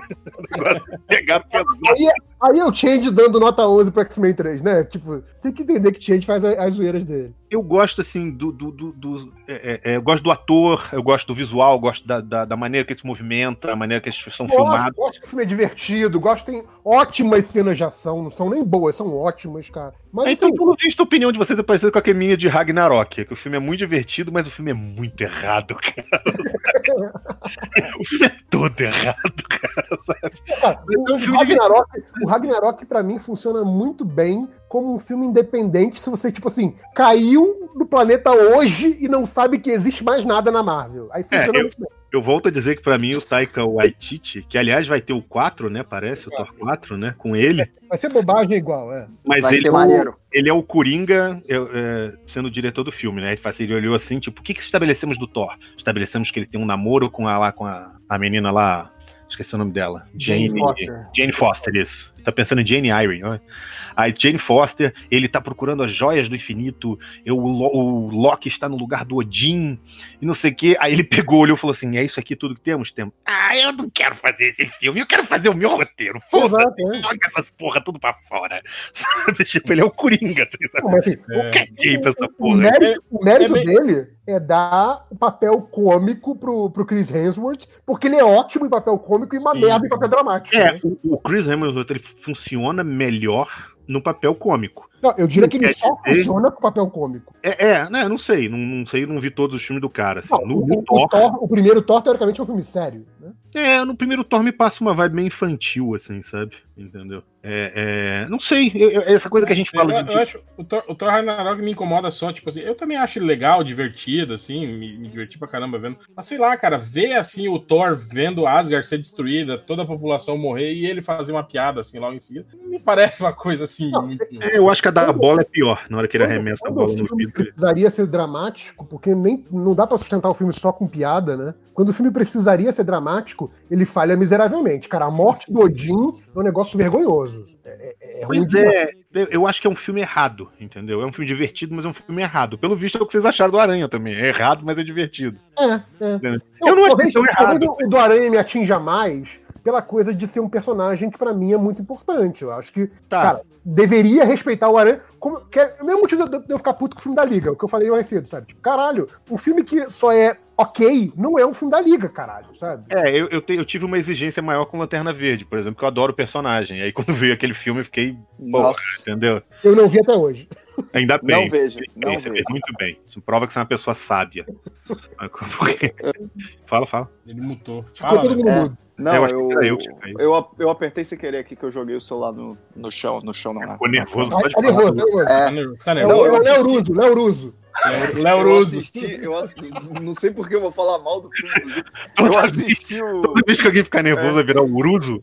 Speaker 14: Agora pegaram pesado.
Speaker 20: Aí, aí é o Change dando nota onze pro X-Men três, né? Tipo, você tem que entender que o Change faz a- as zoeiras dele.
Speaker 14: Eu gosto, assim, do. do, do, do- é, é, eu gosto do ator, eu gosto do visual, eu gosto da, da, da maneira que ele se movimenta, a maneira que eles são
Speaker 20: Gosto,
Speaker 14: filmados.
Speaker 20: gosto que o filme é divertido, gosto que tem ótimas cenas de ação, não são nem boas, são ótimas, cara. Mas
Speaker 14: então,
Speaker 20: assim,
Speaker 14: pelo visto, a opinião de vocês é parecida com a minha de Ragnarok, que o filme é muito divertido, mas o filme é muito errado, cara. O filme é todo errado, cara, sabe?
Speaker 20: cara, o, o Ragnarok, o Ragnarok, pra mim, funciona muito bem como um filme independente se você, tipo assim, caiu do planeta hoje e não sabe que existe mais nada na Marvel. Aí
Speaker 14: É,
Speaker 20: funciona
Speaker 14: eu,
Speaker 20: muito bem.
Speaker 14: eu volto a dizer que pra mim o Taika Waititi, que aliás vai ter o quatro, né, parece, o Thor quatro, né, com ele.
Speaker 20: Vai ser bobagem igual, é.
Speaker 14: Mas
Speaker 20: Vai
Speaker 14: ele,
Speaker 20: ser
Speaker 14: o-
Speaker 20: maneiro.
Speaker 14: ele é o Coringa é, é, sendo o diretor do filme, né? Ele, faz- ele olhou assim, tipo, o que, que estabelecemos do Thor? Estabelecemos que ele tem um namoro com a, lá, com a, a menina lá, Esqueci o nome dela. Jane,
Speaker 20: Jane Foster.
Speaker 14: Jane Foster, isso. Tá pensando em Jane Eyre, ó. A Jane Foster, ele tá procurando as joias do infinito, eu, o, Lo- o Loki está no lugar do Odin, e não sei o quê. Aí ele pegou, olhou e falou assim, é isso aqui tudo que temos? Temos. Ah, eu não quero fazer esse filme, eu quero fazer o meu roteiro. Foda-se, joga essas porra tudo pra fora. Sabe? Tipo, ele é o Coringa, assim, sabe?
Speaker 20: Mas, assim,
Speaker 14: Eu caguei pra essa
Speaker 20: O
Speaker 14: porra.
Speaker 20: mérito, o mérito
Speaker 14: É bem-
Speaker 20: dele é dar o papel cômico pro, pro Chris Hemsworth, porque ele é ótimo em papel cômico e uma merda em papel dramático.
Speaker 14: É,
Speaker 20: né?
Speaker 14: o, o Chris Hemsworth, ele funciona melhor no papel cômico.
Speaker 20: Não, eu diria que ele
Speaker 14: Quer
Speaker 20: só
Speaker 14: dizer-
Speaker 20: funciona com papel cômico.
Speaker 14: É, é, né, não sei, não, não sei, não vi todos os filmes do cara. Assim.
Speaker 20: Não,
Speaker 14: no,
Speaker 20: o,
Speaker 14: no
Speaker 20: o
Speaker 14: Thor,
Speaker 20: Thor- o primeiro Thor, teoricamente, é um filme sério. Né?
Speaker 14: É, no primeiro Thor me passa uma vibe meio infantil, assim, sabe? Entendeu? É, é, não sei, eu- eu- essa coisa que a gente fala
Speaker 2: eu,
Speaker 14: de...
Speaker 2: eu acho o Thor, o Thor Ragnarok me incomoda só, tipo assim, eu também acho legal, divertido, assim, me, me diverti pra caramba vendo. Mas sei lá, cara, ver assim o Thor vendo Asgard ser destruída, toda a população morrer e ele fazer uma piada assim logo em seguida, não me parece uma coisa assim muito.
Speaker 14: É, eu acho que a da bola é pior, na hora que ele arremessa a
Speaker 20: Quando
Speaker 14: bola
Speaker 20: o
Speaker 14: no
Speaker 20: filme
Speaker 14: vidro.
Speaker 20: precisaria ser dramático, porque nem, não dá pra sustentar o filme só com piada, né? Quando o filme precisaria ser dramático, ele falha miseravelmente. Cara, a morte do Odin é um negócio vergonhoso. É, é, é ruim
Speaker 14: Pois
Speaker 20: demais.
Speaker 14: é, eu- eu acho que é um filme errado, entendeu? É um filme divertido, mas é um filme errado. Pelo visto é o que vocês acharam do Aranha também. É errado, mas é divertido.
Speaker 20: É, é.
Speaker 14: Eu não acho
Speaker 20: talvez,
Speaker 14: que tão errado.
Speaker 20: talvez o do Aranha me atinja mais pela coisa de ser um personagem que pra mim é muito importante. Eu acho que,
Speaker 14: Tá.
Speaker 20: cara, deveria respeitar o Aranha. Como, que é o mesmo motivo de eu- de eu ficar puto com o filme da Liga, o que eu falei mais cedo, sabe? Tipo, caralho, um filme que só é ok não é um filme da Liga, caralho, sabe?
Speaker 14: É, eu, eu, te- eu tive uma exigência maior com Lanterna Verde, por exemplo, que eu adoro o personagem. E aí quando veio aquele filme eu fiquei. Porra,
Speaker 6: Nossa.
Speaker 14: entendeu?
Speaker 20: Eu não vi até hoje.
Speaker 14: Ainda bem.
Speaker 6: Não vejo, não
Speaker 14: Você
Speaker 6: vejo.
Speaker 14: fez muito bem. Isso prova que você é uma pessoa sábia. Fala, fala.
Speaker 2: Ele mutou.
Speaker 20: Ficou todo mundo
Speaker 6: É,
Speaker 20: mudo.
Speaker 6: não,
Speaker 14: Eu acho
Speaker 6: eu,
Speaker 14: que era eu que tinha caído.
Speaker 6: eu, eu apertei sem querer aqui que eu joguei o celular no, no chão, no chão não.
Speaker 14: Ficou nervoso,
Speaker 20: Tá-
Speaker 14: pode
Speaker 20: tá
Speaker 14: falar.
Speaker 20: nervoso, tá nervoso.
Speaker 6: É.
Speaker 2: Tá
Speaker 20: É
Speaker 2: nervoso?
Speaker 20: o
Speaker 6: eu
Speaker 20: é o Léo
Speaker 6: assisti-
Speaker 20: Russo, Léo Russo.
Speaker 2: Léo
Speaker 6: Eu
Speaker 2: Russo.
Speaker 6: assisti, eu ass- não sei porque eu vou falar mal do filme, inclusive.
Speaker 14: Toda
Speaker 6: Eu
Speaker 14: vez-
Speaker 6: assisti o.
Speaker 14: Toda vez que alguém ficar nervoso vai virar um uruso.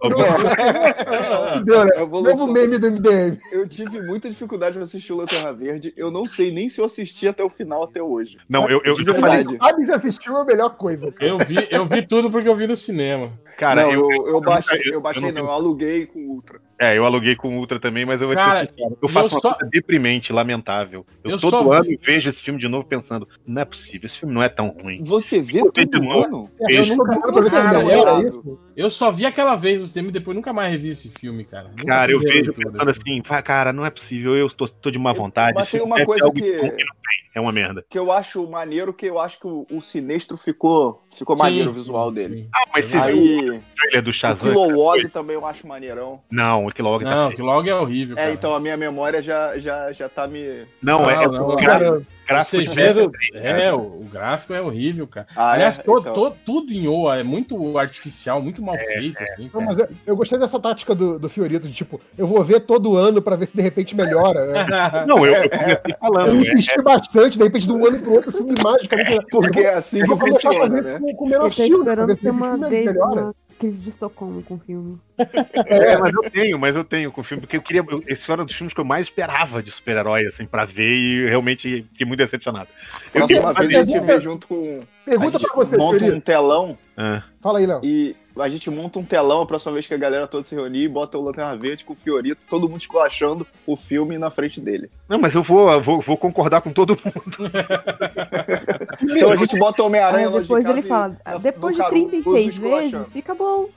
Speaker 20: Deu, né?
Speaker 6: A evolução-
Speaker 20: Novo meme do M D M.
Speaker 6: Eu tive muita dificuldade pra assistir o Lanterna Verde. Eu não sei nem se eu assisti até o final até hoje.
Speaker 14: Não, eu, eu,
Speaker 6: De
Speaker 14: eu falei.
Speaker 6: verdade.
Speaker 20: Sabe se assistiu é a melhor coisa.
Speaker 2: Eu vi, eu vi tudo porque eu vi no cinema.
Speaker 14: Cara,
Speaker 6: não,
Speaker 14: eu,
Speaker 6: eu, eu, baixei,
Speaker 14: eu-
Speaker 6: eu baixei
Speaker 14: eu não
Speaker 6: não,
Speaker 14: vi.
Speaker 6: eu aluguei com o Ultra.
Speaker 14: É, eu aluguei com o Ultra também, mas eu vou
Speaker 2: Cara,
Speaker 14: te sincero, eu
Speaker 2: eu
Speaker 14: faço uma
Speaker 2: só-
Speaker 14: coisa deprimente, lamentável. Eu,
Speaker 2: Eu
Speaker 14: todo
Speaker 2: só
Speaker 14: ano
Speaker 2: vi-
Speaker 14: vejo esse filme de novo pensando, não é possível, esse filme não é tão ruim.
Speaker 6: Você vê
Speaker 14: Eu
Speaker 6: todo
Speaker 14: vejo-
Speaker 6: ano?
Speaker 20: Eu
Speaker 14: Vejo.
Speaker 20: nunca vi pra ver se é
Speaker 2: Cara,
Speaker 20: melhor,
Speaker 6: eu-
Speaker 20: é isso?
Speaker 2: Eu só vi aquela vez no cinema e depois nunca mais revi esse filme, cara. Nunca
Speaker 14: Cara, eu
Speaker 2: fiz
Speaker 14: vejo
Speaker 2: releitura,
Speaker 14: pensando assim, "Pá, cara, não é possível, eu tô, tô de má vontade.
Speaker 6: Mas
Speaker 14: esse
Speaker 6: tem
Speaker 14: filme
Speaker 6: uma
Speaker 14: deve
Speaker 6: coisa
Speaker 14: ter algo
Speaker 6: que-
Speaker 14: bom não tem, é uma merda.
Speaker 6: Que eu acho maneiro, que eu acho que o, o Sinestro ficou, ficou
Speaker 2: Sim,
Speaker 6: maneiro o visual dele.
Speaker 2: sim.
Speaker 14: Ah, mas você viu
Speaker 6: Aí,
Speaker 14: o trailer do
Speaker 6: o
Speaker 14: Shazam?
Speaker 6: Kilowog também eu acho maneirão.
Speaker 14: Não, o Kilowog tá
Speaker 2: Não,
Speaker 14: feio.
Speaker 2: que logo é horrível, cara.
Speaker 6: É, então a minha memória já, já, já tá me...
Speaker 14: Não, é, é
Speaker 2: Não, não,
Speaker 14: o
Speaker 20: cara,
Speaker 14: gráfico, gráfico
Speaker 2: Você
Speaker 14: de
Speaker 2: vendo,
Speaker 14: três,
Speaker 2: é,
Speaker 14: cara.
Speaker 2: o, o gráfico é horrível, cara.
Speaker 6: Ah,
Speaker 2: Aliás,
Speaker 6: é?
Speaker 2: to-
Speaker 6: Então.
Speaker 2: to- tudo em Oa é muito artificial, muito mal feito. Assim,
Speaker 20: Não,
Speaker 2: cara.
Speaker 20: mas eu, eu gostei dessa tática do, do Fiorito, de tipo, eu vou ver todo ano pra ver se de repente melhora. Né?
Speaker 14: Não, eu, eu comecei falando.
Speaker 20: Eu
Speaker 14: é-
Speaker 20: insisti bastante, de repente, de um ano pro outro, o filme magicamente.
Speaker 6: Porque é assim
Speaker 20: Eu
Speaker 6: que
Speaker 20: vou começar a
Speaker 6: funciona,
Speaker 20: fazer
Speaker 6: né?
Speaker 20: isso com, com Man
Speaker 17: Eu
Speaker 20: of
Speaker 17: tô
Speaker 20: Steel, né? Pra
Speaker 17: esperando
Speaker 20: ver se
Speaker 17: ter
Speaker 20: esse
Speaker 17: uma,
Speaker 20: filme
Speaker 17: vez,
Speaker 20: melhora.
Speaker 17: uma crise de Estocolmo com o filme.
Speaker 14: É, mas eu tenho, mas eu tenho com o filme, porque eu queria. eu- Esse era um dos filmes que eu mais esperava de super-herói, assim, pra ver, e realmente fiquei muito decepcionado. Eu
Speaker 6: Próxima
Speaker 14: queria
Speaker 6: vez
Speaker 14: fazer-
Speaker 6: a gente vê junto com...
Speaker 20: Pergunta
Speaker 6: a gente
Speaker 20: pra você,
Speaker 6: monta um
Speaker 20: Fiorito.
Speaker 6: telão
Speaker 14: Ah,
Speaker 20: Fala aí, Léo.
Speaker 6: e a gente monta um telão a próxima vez que a galera toda se reunir e bota o Lanterna Verde com o Fiorito, todo mundo esculachando o filme na frente dele.
Speaker 14: Não, mas eu vou, eu vou, vou concordar com todo mundo.
Speaker 6: Então a gente bota o Homem-Aranha
Speaker 17: Aí
Speaker 6: longe de
Speaker 17: depois
Speaker 6: casa
Speaker 17: ele
Speaker 6: e-
Speaker 17: fala,
Speaker 6: na-
Speaker 17: depois
Speaker 6: no
Speaker 17: de trinta e
Speaker 6: Caruso
Speaker 17: seis
Speaker 6: esculachando.
Speaker 17: vezes, fica bom.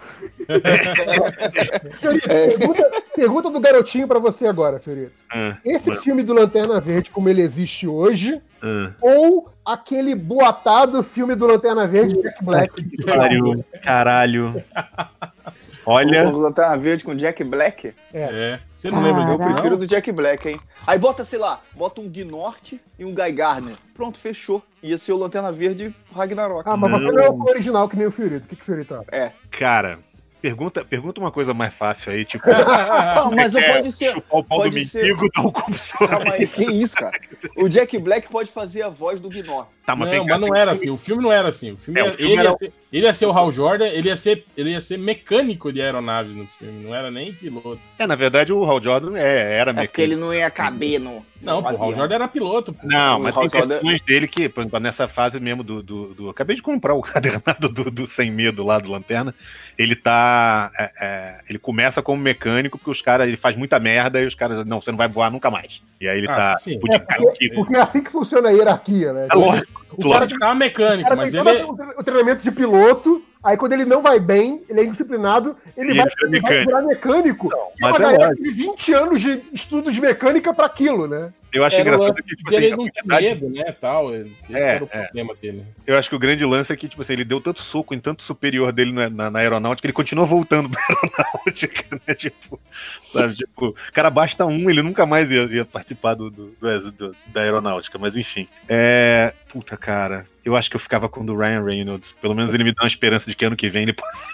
Speaker 20: Fiorito,
Speaker 6: É.
Speaker 20: pergunta, pergunta do garotinho pra você agora, Fiorito.
Speaker 14: Ah,
Speaker 20: Esse
Speaker 14: mano,
Speaker 20: filme do Lanterna Verde, como ele existe hoje,
Speaker 14: ah.
Speaker 20: ou aquele boatado filme do Lanterna Verde, Jack Black?
Speaker 14: Caralho, caralho. Olha,
Speaker 6: O Lanterna Verde com Jack Black?
Speaker 2: É. Você não lembra
Speaker 6: Eu
Speaker 2: disso?
Speaker 17: Caraca.
Speaker 6: prefiro do Jack Black, hein? Aí bota, sei lá, bota um Gnort e um Guy Gardner. Pronto, fechou. Ia ser o Lanterna Verde Ragnarok.
Speaker 20: Ah, mas você
Speaker 14: Não.
Speaker 20: não é o original que nem o Fiorito. O que, que o Fiorito acha?
Speaker 6: É.
Speaker 14: cara, pergunta, pergunta uma coisa mais fácil aí, tipo.
Speaker 6: Não, mas
Speaker 14: você
Speaker 6: não
Speaker 14: quer
Speaker 6: pode ser.
Speaker 14: chupar o pau
Speaker 6: pode
Speaker 14: do
Speaker 6: ser-
Speaker 14: mendigo, dá o cu pro seu
Speaker 6: Calma aí, que isso, cara? O Jack Black pode fazer a voz do Gnort.
Speaker 14: Tá, mas
Speaker 2: não,
Speaker 14: tem
Speaker 2: mas não era assim. O filme não era assim. O filme,
Speaker 14: É, o
Speaker 2: ia-
Speaker 14: filme
Speaker 2: ele,
Speaker 14: era-
Speaker 2: ia ser, ele ia ser o Hal Jordan, ele ia ser, ele ia ser mecânico de aeronaves no filme, não era nem piloto.
Speaker 14: É, na verdade, o Hal Jordan é, era
Speaker 6: É porque ele não ia caber no.
Speaker 2: Não, pô, o Hal Jordan era piloto. Pô.
Speaker 14: Não,
Speaker 6: O
Speaker 14: mas
Speaker 6: Hal
Speaker 14: tem
Speaker 6: Jordan-
Speaker 14: questões dele que, por exemplo, nessa fase mesmo do, do, do- Acabei de comprar o cadernado do, do Sem Medo lá do Lanterna. Ele tá. é, é, ele começa como mecânico, porque os caras. Ele faz muita merda e os caras. Não, você não vai voar nunca mais. E aí ele
Speaker 20: Ah,
Speaker 14: tá.
Speaker 20: sim.
Speaker 14: Podia
Speaker 20: É,
Speaker 14: cair
Speaker 20: porque,
Speaker 14: aqui.
Speaker 20: porque é assim que funciona a hierarquia, né?
Speaker 14: É lógico,
Speaker 20: o
Speaker 14: lógico.
Speaker 20: cara
Speaker 2: Estava mecânico,
Speaker 20: o cara
Speaker 2: mas
Speaker 20: tem
Speaker 2: ele.
Speaker 20: todo o treinamento de piloto, aí quando ele não vai bem, ele é indisciplinado, ele,
Speaker 14: E
Speaker 20: vai,
Speaker 14: ele vira
Speaker 20: ele vai
Speaker 14: mecânico.
Speaker 20: virar mecânico. E
Speaker 14: mas
Speaker 20: uma
Speaker 14: é
Speaker 20: galera
Speaker 14: lógico.
Speaker 20: que tem vinte anos de estudo de mecânica pra aquilo, né?
Speaker 14: Eu acho
Speaker 2: Era o
Speaker 14: engraçado
Speaker 2: lance
Speaker 14: que, tipo
Speaker 2: dele
Speaker 14: assim,
Speaker 2: não
Speaker 14: a
Speaker 2: tinha
Speaker 14: quantidade-
Speaker 2: medo, né, tal. Esse
Speaker 14: É,
Speaker 2: era o
Speaker 14: é.
Speaker 2: problema dele.
Speaker 14: Eu acho que o grande lance é que, tipo assim, ele deu tanto soco em tanto superior dele na, na, na aeronáutica, ele continua voltando pra aeronáutica, né? Tipo, sabe? Tipo, o cara basta um, ele nunca mais ia, ia participar do, do, do- do- da aeronáutica, mas enfim. É. Puta, cara. Eu acho que eu ficava com o do Ryan Reynolds. Pelo menos ele me dá uma esperança de que ano que vem ele possa.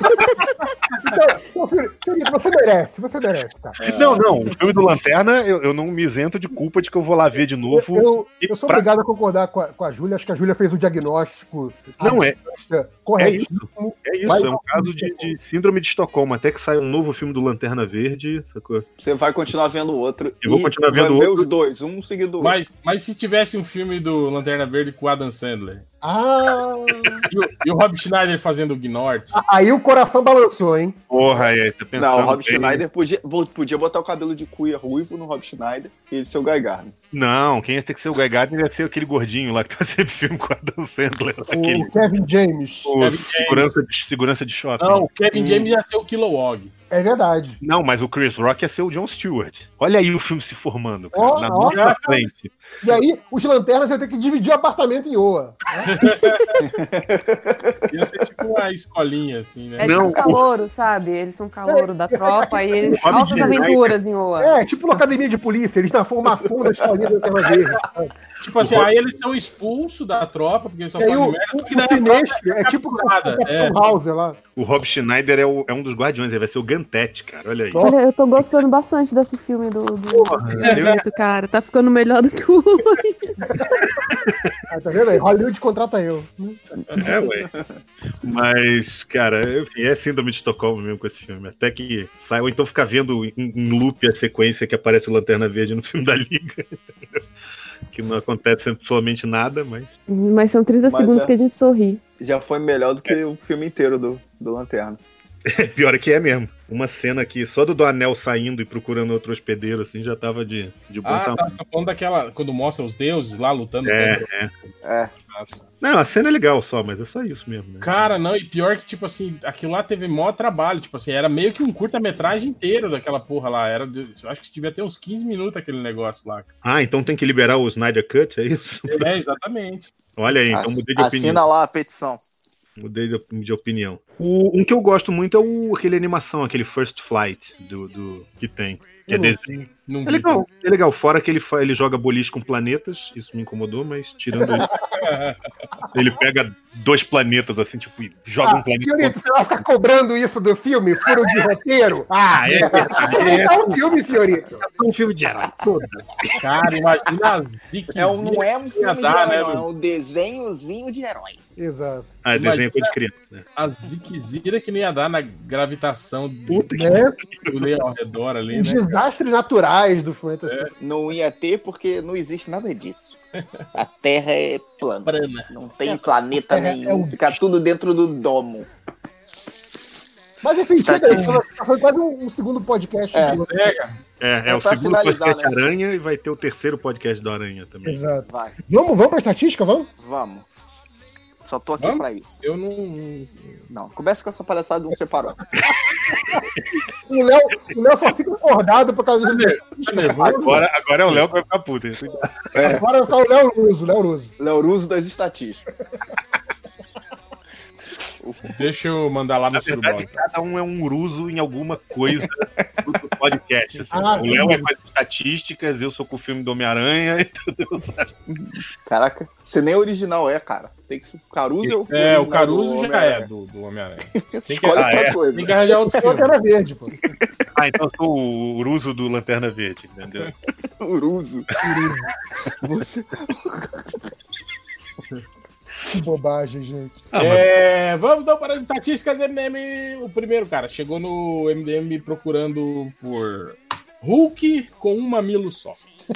Speaker 20: Então, então, Fiorito, Fiorito, você merece, você merece, tá?
Speaker 14: Não, não. O filme do Lanterna, eu, eu não me isento de culpa de que eu vou lá ver de novo.
Speaker 20: Eu,
Speaker 14: E
Speaker 20: eu sou
Speaker 14: pra-
Speaker 20: obrigado a concordar com a, com a Júlia, acho que a Júlia fez o diagnóstico
Speaker 14: Não, é-
Speaker 20: corretíssimo.
Speaker 14: É isso,
Speaker 20: Mas-
Speaker 14: é um caso de, de síndrome de Estocolmo. Até que sai um novo filme do Lanterna Verde, sacou?
Speaker 6: Você vai continuar vendo o outro.
Speaker 14: Eu vou
Speaker 6: e
Speaker 14: continuar
Speaker 6: vai
Speaker 14: vendo
Speaker 6: ver
Speaker 14: outro.
Speaker 6: os dois, um seguido do outro.
Speaker 2: Mas, mas se tivesse um filme do Lanterna Verde com o Adam Sandler
Speaker 20: Ah,
Speaker 2: e o, e o Rob Schneider fazendo o Gnort.
Speaker 20: aí o coração balançou, hein?
Speaker 14: Porra, aí, tá pensando.
Speaker 6: Não, o Rob
Speaker 14: bem.
Speaker 6: Schneider podia, bo- podia botar o cabelo de cuia ruivo no Rob Schneider e ele ser o Guy Gardner.
Speaker 14: Não, quem ia ter que ser o Guy Gardner ia ser aquele gordinho lá que tá sempre filme com o Adam Sandler. Aquele,
Speaker 20: O Kevin James.
Speaker 14: o
Speaker 2: Kevin
Speaker 14: segurança, de, segurança de shopping.
Speaker 2: Não, o Kevin James ia ser o Kilowog.
Speaker 20: É verdade.
Speaker 14: Não, mas o Chris Rock ia ser o John Stewart. Olha aí o filme se formando, cara,
Speaker 20: Ó,
Speaker 14: na
Speaker 20: nossa.
Speaker 14: nossa frente.
Speaker 20: E aí, os lanternas iam ter que dividir o apartamento em Oa.
Speaker 2: Ia ser tipo uma escolinha, assim, né?
Speaker 17: É
Speaker 14: Não,
Speaker 17: tipo calouro, sabe? Eles são calouro da
Speaker 20: ia ser
Speaker 17: tropa e eles
Speaker 14: Rob
Speaker 17: altas
Speaker 14: Schneider.
Speaker 17: aventuras em Oa.
Speaker 20: É, tipo na academia de polícia, eles na formação da escolinha do Lanterna Verde.
Speaker 2: Tipo assim, aí eles são expulsos da tropa, porque eles só
Speaker 20: E aí
Speaker 2: fazem
Speaker 20: o,
Speaker 2: merda,
Speaker 20: o,
Speaker 2: só que daí
Speaker 20: o
Speaker 2: a tropa
Speaker 20: Sinestro é tipo o
Speaker 2: capturada, é.
Speaker 20: Capitão Hauser lá.
Speaker 14: O Rob Schneider é, o- é um dos guardiões, ele vai ser o Gantete, cara. Olha aí.
Speaker 20: Nossa.
Speaker 17: Olha, eu tô gostando bastante desse filme do, do,
Speaker 14: Porra,
Speaker 17: do
Speaker 14: eu-
Speaker 17: Roberto, cara. Tá ficando melhor do que o
Speaker 20: Ah, tá vendo aí? Hollywood contrata eu.
Speaker 14: É, ué. Mas, cara, enfim, é síndrome de Estocolmo mesmo com esse filme. Até que sai, ou então ficar vendo em, em loop a sequência que aparece o Lanterna Verde no filme da Liga. Que não acontece absolutamente nada, mas.
Speaker 17: Mas são trinta
Speaker 6: Mas
Speaker 17: segundos
Speaker 6: é.
Speaker 17: que a gente sorri.
Speaker 6: Já foi melhor do que o filme inteiro do, do Lanterna.
Speaker 14: Pior é que é mesmo. Uma cena aqui, só do, do anel saindo e procurando outro hospedeiro, assim, já tava de, de bom
Speaker 2: Ah,
Speaker 14: tamanho.
Speaker 2: tá. Você tá falando daquela. Quando mostra os deuses lá lutando.
Speaker 14: É,
Speaker 2: contra-
Speaker 14: é.
Speaker 6: É.
Speaker 14: Não, a cena é legal só, mas é só isso mesmo. Né?
Speaker 2: Cara, não, e pior que, tipo assim, aquilo lá teve maior trabalho. Tipo assim, era meio que um curta-metragem inteiro daquela porra lá. Era, de- eu acho que devia ter uns quinze minutos aquele negócio lá.
Speaker 14: Ah, então tem que liberar o Snyder Cut, é isso?
Speaker 2: É, exatamente.
Speaker 14: Olha aí, então mudei de opinião.
Speaker 6: Assina lá a petição.
Speaker 14: Mudei de, de opinião. O, um que eu gosto muito é o, aquele animação, aquele First Flight do, do, que tem. Que é
Speaker 2: Eu não-
Speaker 14: desenho.
Speaker 2: não
Speaker 14: É
Speaker 2: vi,
Speaker 14: legal, é legal. Fora que ele, fa- ele joga boliche com planetas, isso me incomodou, mas tirando isso. Ele pega dois planetas assim, tipo, e joga um
Speaker 20: Ah,
Speaker 14: planeta.
Speaker 20: Fiorito, você vai ficar cobrando isso do filme? Furo de roteiro? Ah,
Speaker 14: Ah, é verdade.
Speaker 20: é um filme, Fiorito.
Speaker 14: É um filme de herói.
Speaker 2: Cara, imagina a ziquezinha.
Speaker 6: É um, não é um
Speaker 2: que
Speaker 6: filme
Speaker 2: ia
Speaker 6: de
Speaker 2: dar,
Speaker 6: herói,
Speaker 2: né,
Speaker 6: não. É
Speaker 2: meu?
Speaker 6: um desenhozinho de herói.
Speaker 20: Exato.
Speaker 14: Ah,
Speaker 2: Imagina-
Speaker 14: desenho coisa de criança, né?
Speaker 2: A ziquezira que não ia dar na gravitação do,
Speaker 14: Puta que
Speaker 20: Né?
Speaker 2: do Lê ao redor ali,
Speaker 20: Os
Speaker 2: né?
Speaker 20: desastres naturais do planeta.
Speaker 6: Não ia ter porque não existe nada disso. A Terra é plana.
Speaker 2: Prana.
Speaker 6: Não tem planeta
Speaker 20: Terra é
Speaker 6: nenhum.
Speaker 20: um-
Speaker 6: Fica tudo dentro do domo.
Speaker 20: Mas enfim,
Speaker 6: Tá
Speaker 20: chega aí.
Speaker 6: aqui.
Speaker 20: Foi quase um, um segundo podcast.
Speaker 6: É.
Speaker 20: do-
Speaker 2: Pega.
Speaker 14: É, é
Speaker 6: É
Speaker 14: o
Speaker 6: pra
Speaker 14: segundo
Speaker 6: finalizar,
Speaker 14: podcast
Speaker 6: né?
Speaker 14: Aranha e vai ter o terceiro podcast do Aranha também.
Speaker 20: Exato.
Speaker 6: Vai,
Speaker 20: Vamos, vamos pra estatística, vamos?
Speaker 6: vamos. Só tô aqui
Speaker 2: Vamos?
Speaker 6: pra isso.
Speaker 2: Eu não.
Speaker 6: Não, começa com essa palhaçada de um separou.
Speaker 20: O Léo, o Léo só fica acordado por causa do.
Speaker 2: Tá nervoso?
Speaker 14: Agora, agora é o Léo que vai ficar puto. hein?
Speaker 20: Agora vai ficar o Léo Russo, Léo Russo.
Speaker 6: Léo Russo das estatísticas.
Speaker 2: Deixa eu mandar lá
Speaker 14: Na
Speaker 2: no
Speaker 14: verdade,
Speaker 2: Surubão.
Speaker 14: cada um é um uruso em alguma coisa do podcast. Assim.
Speaker 20: Ah,
Speaker 14: o
Speaker 20: sim.
Speaker 14: Léo é com as estatísticas, eu sou com o filme do Homem-Aranha, entendeu?
Speaker 6: Caraca, você nem original é, cara. Tem que ser o Caruso.
Speaker 2: É, o
Speaker 6: original
Speaker 2: Caruso
Speaker 6: do
Speaker 2: já
Speaker 6: Homem-Aranha.
Speaker 2: é do, do Homem-Aranha. Tem que,
Speaker 6: Escolhe
Speaker 14: Ah,
Speaker 6: outra
Speaker 14: é?
Speaker 6: coisa.
Speaker 2: tem que arranjar outro filme.
Speaker 20: Lanterna Verde, pô.
Speaker 14: Ah, então eu sou o uruso do Lanterna Verde, entendeu?
Speaker 6: Uruso. Você...
Speaker 20: Que bobagem, gente.
Speaker 2: Ah, é, mas... Vamos então para as estatísticas M D M. O primeiro, cara, chegou no M D M procurando por Hulk com um mamilo só.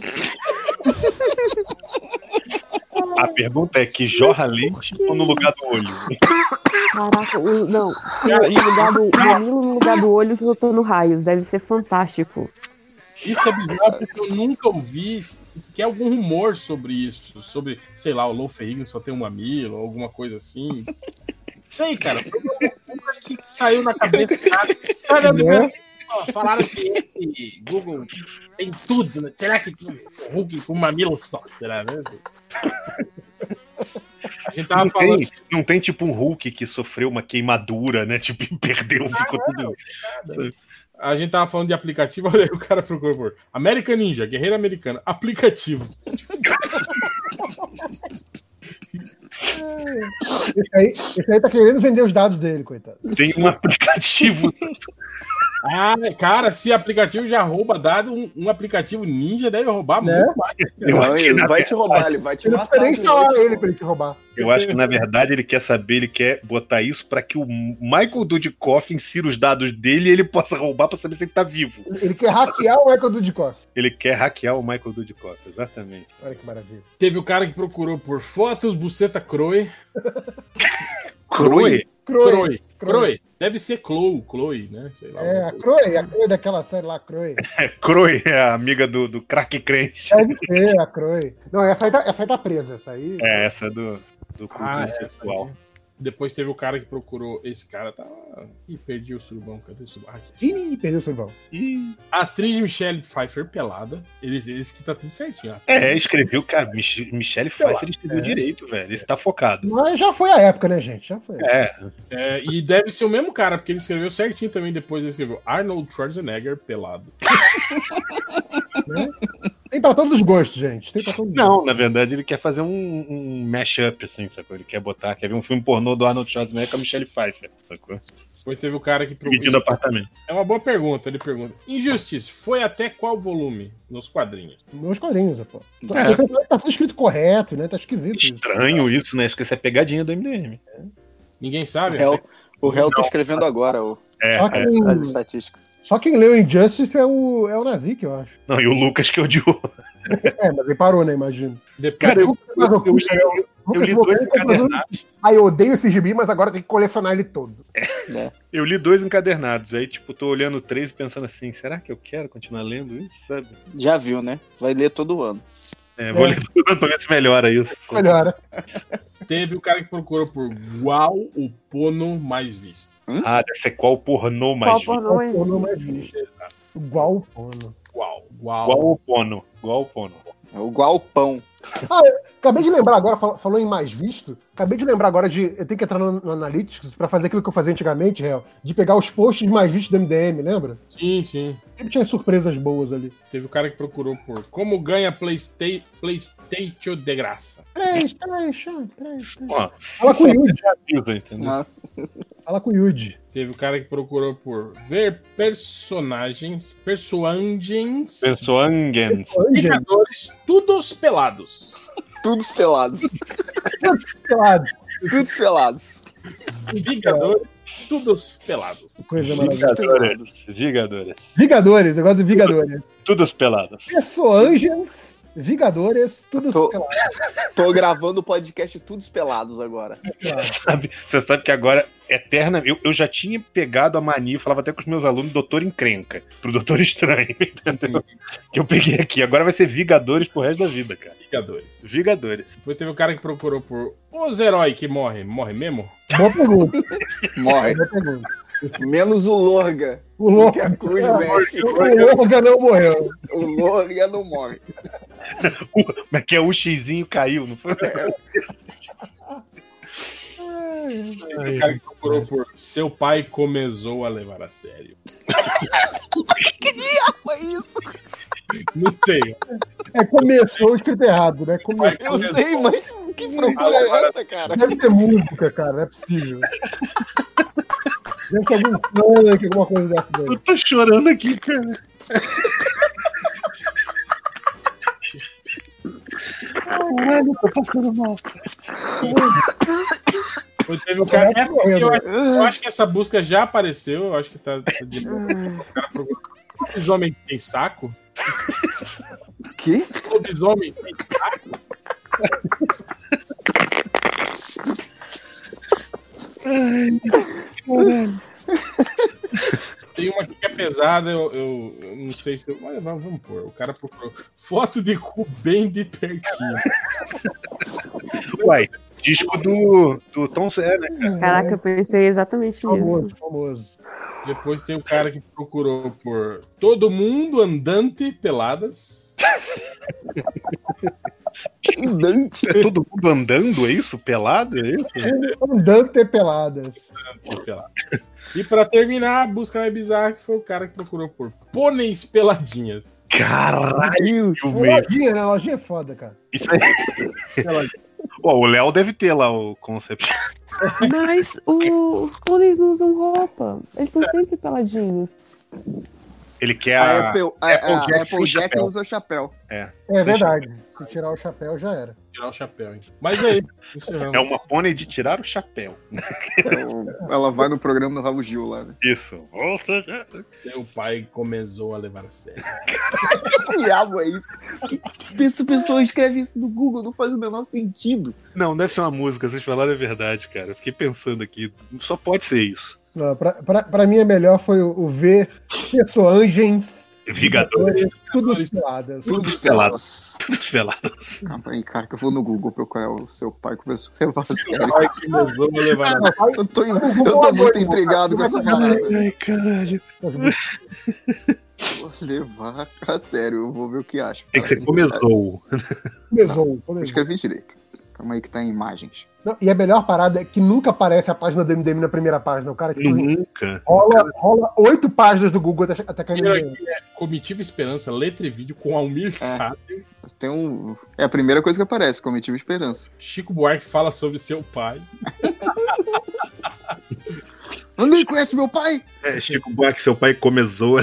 Speaker 14: A pergunta é que jorra leite ou no lugar do olho?
Speaker 17: Caraca, o, não. No lugar do, o mamilo no lugar do olho soltando raios. Deve ser fantástico.
Speaker 2: Isso é bizarro porque eu nunca ouvi que é algum rumor sobre isso. Sobre, sei lá, o Lou Ferrigno só tem um mamilo ou alguma coisa assim. Isso aí, cara. Foi uma loucura que saiu na cabeça. Cara, é? Falaram que esse Google tem tudo, né? Será que tem um Hulk com um mamilo só? Será, né? A gente tava
Speaker 14: não,
Speaker 2: falando...
Speaker 14: tem, não tem tipo um Hulk que sofreu uma queimadura, né? Tipo, perdeu, ah, ficou
Speaker 2: não, tudo. A gente tava falando de aplicativo, olha aí, o cara procurou por American Ninja, Guerreiro Americano, aplicativos.
Speaker 20: Esse aí, esse aí tá querendo vender os dados dele, coitado.
Speaker 14: Tem um aplicativo.
Speaker 2: Ah, cara, se aplicativo já rouba dado, um, um aplicativo ninja deve roubar né? muito mais.
Speaker 6: Não, ele não vai te roubar, ele vai te
Speaker 20: ele
Speaker 6: matar.
Speaker 20: Não precisa nem instalar ele pra ele te roubar.
Speaker 14: Eu acho que, na verdade, ele quer saber, ele quer botar isso pra que o Michael Dudikoff insira os dados dele e ele possa roubar pra saber se ele tá vivo.
Speaker 20: Ele quer hackear o Michael Dudikoff.
Speaker 14: Ele quer hackear o Michael Dudikoff, exatamente.
Speaker 20: Olha que maravilha.
Speaker 2: Teve o cara que procurou por fotos, buceta Croy.
Speaker 14: Croy?
Speaker 2: Croy. Croy. Deve ser Chloe, Chloe, né? Sei lá,
Speaker 20: é, a Croy, a Croy daquela série lá, Croy.
Speaker 14: É, Croy é a amiga do, do craque crente.
Speaker 20: Deve ser, a Croy. Não, essa aí tá, essa aí tá presa, essa aí.
Speaker 14: É, essa é do, do
Speaker 2: ah, sexual. Depois teve o cara que procurou. Esse cara tá. Ih, perdi o surubão. Cadê o surubão? Aqui.
Speaker 20: Ih, perdeu o surubão.
Speaker 2: Ih. A atriz Michelle Pfeiffer pelada. Eles, eles que tá tudo certinho. Ó.
Speaker 14: É, escreveu, cara. Mich Michelle Pfeiffer escreveu é. direito, velho. Esse tá focado.
Speaker 20: Mas já foi a época, né, gente? Já foi.
Speaker 14: É.
Speaker 2: é. E deve ser o mesmo cara, porque ele escreveu certinho também. Depois ele escreveu Arnold Schwarzenegger pelado.
Speaker 20: Né? Tem pra todos os gostos, gente. Tem pra todos os
Speaker 14: Não,
Speaker 20: gostos.
Speaker 14: na verdade ele quer fazer um, um mashup, assim, sacou? Ele quer botar, quer ver um filme pornô do Arnold Schwarzenegger com a Michelle Pfeiffer, sacou?
Speaker 2: Depois teve o cara que
Speaker 14: procurou. Pedindo apartamento.
Speaker 2: É uma boa pergunta, ele pergunta. Injustice, foi até qual volume nos quadrinhos?
Speaker 20: Nos quadrinhos, pô. É. Tá tudo escrito correto, né? Tá esquisito.
Speaker 14: Estranho isso, isso né? Acho que essa é pegadinha do M D M.
Speaker 2: É. Ninguém sabe?
Speaker 6: O réu, o réu tá escrevendo agora o,
Speaker 14: é,
Speaker 6: as,
Speaker 20: quem,
Speaker 6: as estatísticas.
Speaker 20: Só quem leu Injustice é o, é o Nazik, eu acho.
Speaker 14: Não, e o Lucas que odiou.
Speaker 20: É, mas ele parou, né? Imagino.
Speaker 14: Cara, eu, eu, eu, eu, eu, eu li dois encadernados.
Speaker 20: Ah, eu odeio esse gibi, mas agora tem que colecionar ele todo.
Speaker 14: É. Eu li dois encadernados, aí, tipo, tô olhando três e pensando assim, será que eu quero continuar lendo isso, sabe?
Speaker 6: Já viu, né? Vai ler todo ano.
Speaker 14: É, vou é. ler todo ano pra ver se melhora isso.
Speaker 20: Melhora.
Speaker 2: Teve o cara que procurou por qual o porno mais visto.
Speaker 14: Hum? Ah, deve ser qual pornô mais
Speaker 17: qual
Speaker 14: visto.
Speaker 17: Pornô
Speaker 20: qual pornô mais visto. Exato. Igual o porno.
Speaker 2: Igual, igual.
Speaker 14: Igual o porno. Igual o porno.
Speaker 6: É o igual o pão.
Speaker 20: Ah, eu acabei de lembrar agora, falou em mais visto, acabei de lembrar agora de, eu tenho que entrar no, no Analytics pra fazer aquilo que eu fazia antigamente, real, de pegar os posts mais vistos do M D M, lembra?
Speaker 2: Sim, sim.
Speaker 20: Sempre tinha surpresas boas ali.
Speaker 2: Teve o cara que procurou por como ganha Playsta PlayStation de graça.
Speaker 20: PlayStation, PlayStation.
Speaker 14: Ó,
Speaker 20: Fala com o Yuji.
Speaker 6: Fala
Speaker 20: com o Yuji.
Speaker 2: Teve o cara que procurou por ver personagens, persuangens,
Speaker 14: persuangens,
Speaker 2: Vingadores, todos pelados.
Speaker 6: Todos pelados.
Speaker 20: Todos pelados.
Speaker 6: Todos pelados.
Speaker 2: Vingadores, todos pelados.
Speaker 20: Coisa
Speaker 14: Vingadores. Vingadores.
Speaker 20: Vingadores, eu gosto de Vingadores.
Speaker 14: Todos pelados.
Speaker 20: Persuangens. Vingadores, tudo
Speaker 6: tô,
Speaker 20: pelados.
Speaker 6: Tô gravando o podcast Todos Pelados agora.
Speaker 14: Você sabe, você sabe que agora, eterna, eu, eu já tinha pegado a mania, falava até com os meus alunos, doutor encrenca, pro doutor estranho, entendeu? Que eu peguei aqui. Agora vai ser Vingadores pro resto da vida, cara.
Speaker 2: Vingadores.
Speaker 14: Vingadores.
Speaker 2: Depois teve o cara que procurou por os heróis que morrem. Morre mesmo?
Speaker 20: Boa pergunta.
Speaker 6: Morre.
Speaker 20: Boa pergunta.
Speaker 6: Menos o Lorga.
Speaker 20: O Lorga.
Speaker 6: A cruz mexe.
Speaker 20: O Lorga não morreu.
Speaker 6: O Lorga não morre.
Speaker 14: Mas que é o xizinho caiu, não foi?
Speaker 6: É.
Speaker 2: O cara que procurou por seu pai começou a levar a sério.
Speaker 6: Que diabo é isso?
Speaker 2: Não sei.
Speaker 20: É, começou escrito errado, né? Começou.
Speaker 6: Eu sei, mas que procura é essa, cara?
Speaker 20: Deve ter música, cara, não é possível. Deve ser algum funk, alguma coisa dessa daí.
Speaker 14: Eu tô chorando aqui, cara.
Speaker 20: Caralho, tô passando mal.
Speaker 2: Teve um cara, é, eu, acho, eu acho que essa busca já apareceu. Eu acho que tá. tá de... O cara procurou. Lobisomem tem saco?
Speaker 6: Que?
Speaker 2: Lobisomem tem saco? Tem uma aqui que é pesada, eu, eu, eu não sei se eu. Mas vamos, vamos pôr. O cara procurou foto de cu bem de pertinho.
Speaker 14: Uai, disco do, do Tom Zé, né, cara?
Speaker 17: Caraca, eu pensei exatamente
Speaker 20: Famoso,
Speaker 17: nisso.
Speaker 20: famoso.
Speaker 2: Depois tem o cara que procurou por todo mundo andante peladas.
Speaker 14: Andante? É todo mundo andando, é isso? Pelado, é isso?
Speaker 20: Andante peladas.
Speaker 2: Andante peladas. E pra terminar, a busca mais bizarra que foi o cara que procurou por pôneis peladinhas.
Speaker 14: Caralho,
Speaker 20: lojinha, né? Lojinha é foda, cara.
Speaker 14: Isso aí. Ó, o Léo deve ter lá o concept.
Speaker 17: Mas o- os pôneis não usam roupa. Eles estão sempre peladinhos.
Speaker 14: Ele quer
Speaker 6: A
Speaker 14: a,
Speaker 6: Apple, a,
Speaker 14: Apple
Speaker 6: a
Speaker 14: Jack
Speaker 6: Apple
Speaker 14: sem
Speaker 6: Jack
Speaker 14: chapéu.
Speaker 6: usa chapéu.
Speaker 14: É.
Speaker 20: É verdade. Se tirar o chapéu, já era.
Speaker 2: Tirar o chapéu, hein? Mas aí, encerramos.
Speaker 14: É uma pônei de tirar o chapéu.
Speaker 6: Ela vai no programa do Raul Gil lá, né?
Speaker 14: Isso.
Speaker 2: Seu pai começou a levar a sério.
Speaker 6: Que diabo é isso? Que, que essa pessoa escreve isso no Google? Não faz o menor sentido.
Speaker 14: Não, deve ser uma música, vocês falaram a verdade, cara. Eu fiquei pensando aqui, só pode ser isso.
Speaker 20: Não, pra, pra, pra mim, a melhor foi o, o ver personagens.
Speaker 14: Vigadores.
Speaker 20: Tudo peladas.
Speaker 6: Tudo
Speaker 14: pelados. Tudo pelados.
Speaker 6: Calma aí, cara, que eu vou no Google procurar o seu pai começou a levar a sério.
Speaker 2: pai começou a levar a sério.
Speaker 6: Eu tô, eu tô muito intrigado com essa parada.
Speaker 14: Ai, caralho.
Speaker 6: Vou levar a sério, eu vou ver o que acho.
Speaker 14: Tem que ser começou.
Speaker 20: Começou,
Speaker 6: Eu escrevi direito. Calma aí que tá em imagens.
Speaker 20: Não, e a melhor parada é que nunca aparece a página do M D M na primeira página. O cara tipo,
Speaker 14: Nunca.
Speaker 20: rola, rola oito páginas do Google até, até cair no
Speaker 2: Primeiro
Speaker 20: M D M.
Speaker 2: aqui é Comitiva Esperança, letra e vídeo com Almir Sater.
Speaker 6: Tem um... É a primeira coisa que aparece, Comitiva Esperança.
Speaker 2: Chico Buarque fala sobre seu pai.
Speaker 6: Ninguém conhece meu pai?
Speaker 14: É, Chico Buarque, seu pai começou.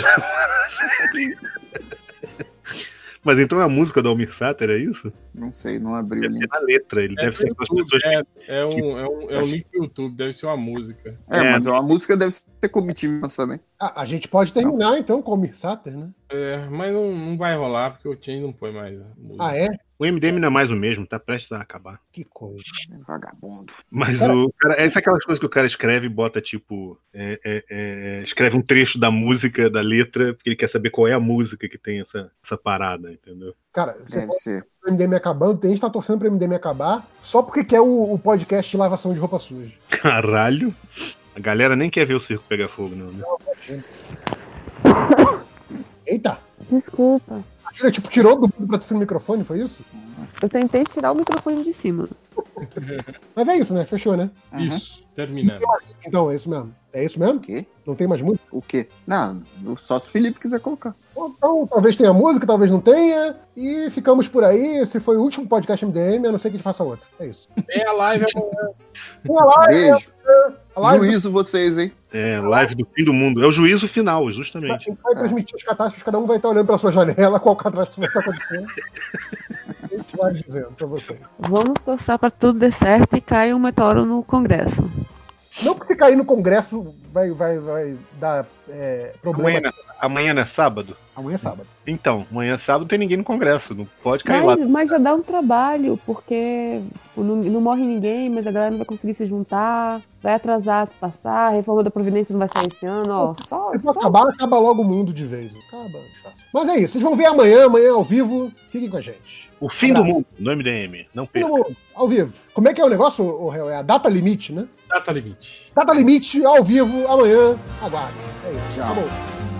Speaker 14: Mas então é a música do Almir Sater, é isso?
Speaker 6: Não sei, não abriu o
Speaker 14: Deve
Speaker 6: link.
Speaker 14: ser na letra, ele
Speaker 2: É
Speaker 14: deve ser com as
Speaker 2: YouTube,
Speaker 14: pessoas
Speaker 2: é,
Speaker 14: que...
Speaker 2: é um, é, um, é um link pro YouTube, deve ser uma música.
Speaker 6: É,
Speaker 14: É,
Speaker 6: mas a música deve ser Comitiva também.
Speaker 20: Ah, a gente pode terminar então com o Almir Sater, né?
Speaker 2: É, mas não, não vai rolar porque o Chain não põe mais a música.
Speaker 20: Ah, é?
Speaker 14: O M D M não é mais o mesmo, tá prestes a acabar.
Speaker 20: Que coisa.
Speaker 6: Vagabundo.
Speaker 14: Mas
Speaker 20: Cara-
Speaker 14: o cara, essas são aquelas coisas que o cara escreve e bota tipo. é, é, é, escreve um trecho da música, da letra, porque ele quer saber qual é a música que tem essa, essa parada, entendeu?
Speaker 20: Cara, você
Speaker 6: Deve
Speaker 20: pode
Speaker 6: ser.
Speaker 20: o M D M acabando, tem gente que tá torcendo pro M D M acabar só porque quer o, o podcast de lavação de roupa suja.
Speaker 14: Caralho! A galera nem quer ver o circo pegar fogo, não, né?
Speaker 20: Eita!
Speaker 17: Desculpa.
Speaker 20: A Júlia, tipo, tirou do mundo pra tu ser no microfone, foi isso?
Speaker 17: Eu tentei tirar o microfone de cima.
Speaker 20: Mas é isso, né? Fechou, né?
Speaker 2: Isso, terminando.
Speaker 20: Então, é isso mesmo. É isso mesmo?
Speaker 6: O quê?
Speaker 20: Não tem mais música?
Speaker 6: O quê? Não, só se o Felipe quiser colocar.
Speaker 20: Então, talvez tenha música, talvez não tenha. E ficamos por aí. Esse foi o último podcast M D M, a não ser que a gente faça outro. É isso.
Speaker 2: Tem a live amanhã.
Speaker 20: Tem a live.
Speaker 6: Beijo.
Speaker 20: A live
Speaker 6: Juízo vocês, hein?
Speaker 14: É, live do fim do mundo. É o juízo final,
Speaker 20: a
Speaker 14: justamente.
Speaker 20: gente vai transmitir os catástrofes, cada um vai estar olhando pra sua janela, qual catástrofe vai estar acontecendo. A gente vai dizendo pra vocês.
Speaker 17: Vamos torcer pra tudo dar certo e caia um meteoro no Congresso.
Speaker 20: Não porque cair no Congresso vai, vai, vai dar é, problema.
Speaker 14: Amanhã, amanhã não é sábado?
Speaker 20: Amanhã é sábado.
Speaker 14: Então, amanhã é sábado não tem ninguém no Congresso. Não pode cair lá.
Speaker 17: Mas, mas já dá um trabalho, porque tipo, não, não morre ninguém, mas a galera não vai conseguir se juntar, vai atrasar se passar, a reforma da Previdência não vai sair esse ano, ó. Só,
Speaker 20: Se for
Speaker 17: só...
Speaker 20: acabar, acaba logo o mundo de vez. Acaba, fácil. Mas é isso, vocês vão ver amanhã, amanhã ao vivo. Fiquem com a gente.
Speaker 14: O fim do mundo, no M D M. Não
Speaker 20: Todo
Speaker 14: perca.
Speaker 20: mundo, ao vivo. Como é que é o negócio, o réu? É a data limite, né?
Speaker 2: Data limite.
Speaker 20: Data limite, ao vivo, amanhã. Aguarde. É isso.
Speaker 6: Tchau.
Speaker 20: Tá bom.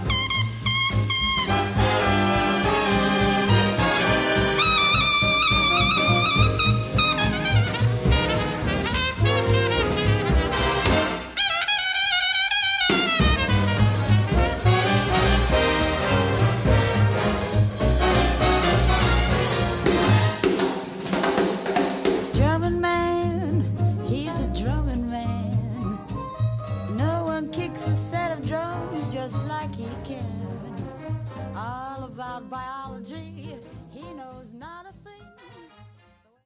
Speaker 12: Drumming man, he's a drumming man. No one kicks a set of drums just like he can. All about biology, he knows not a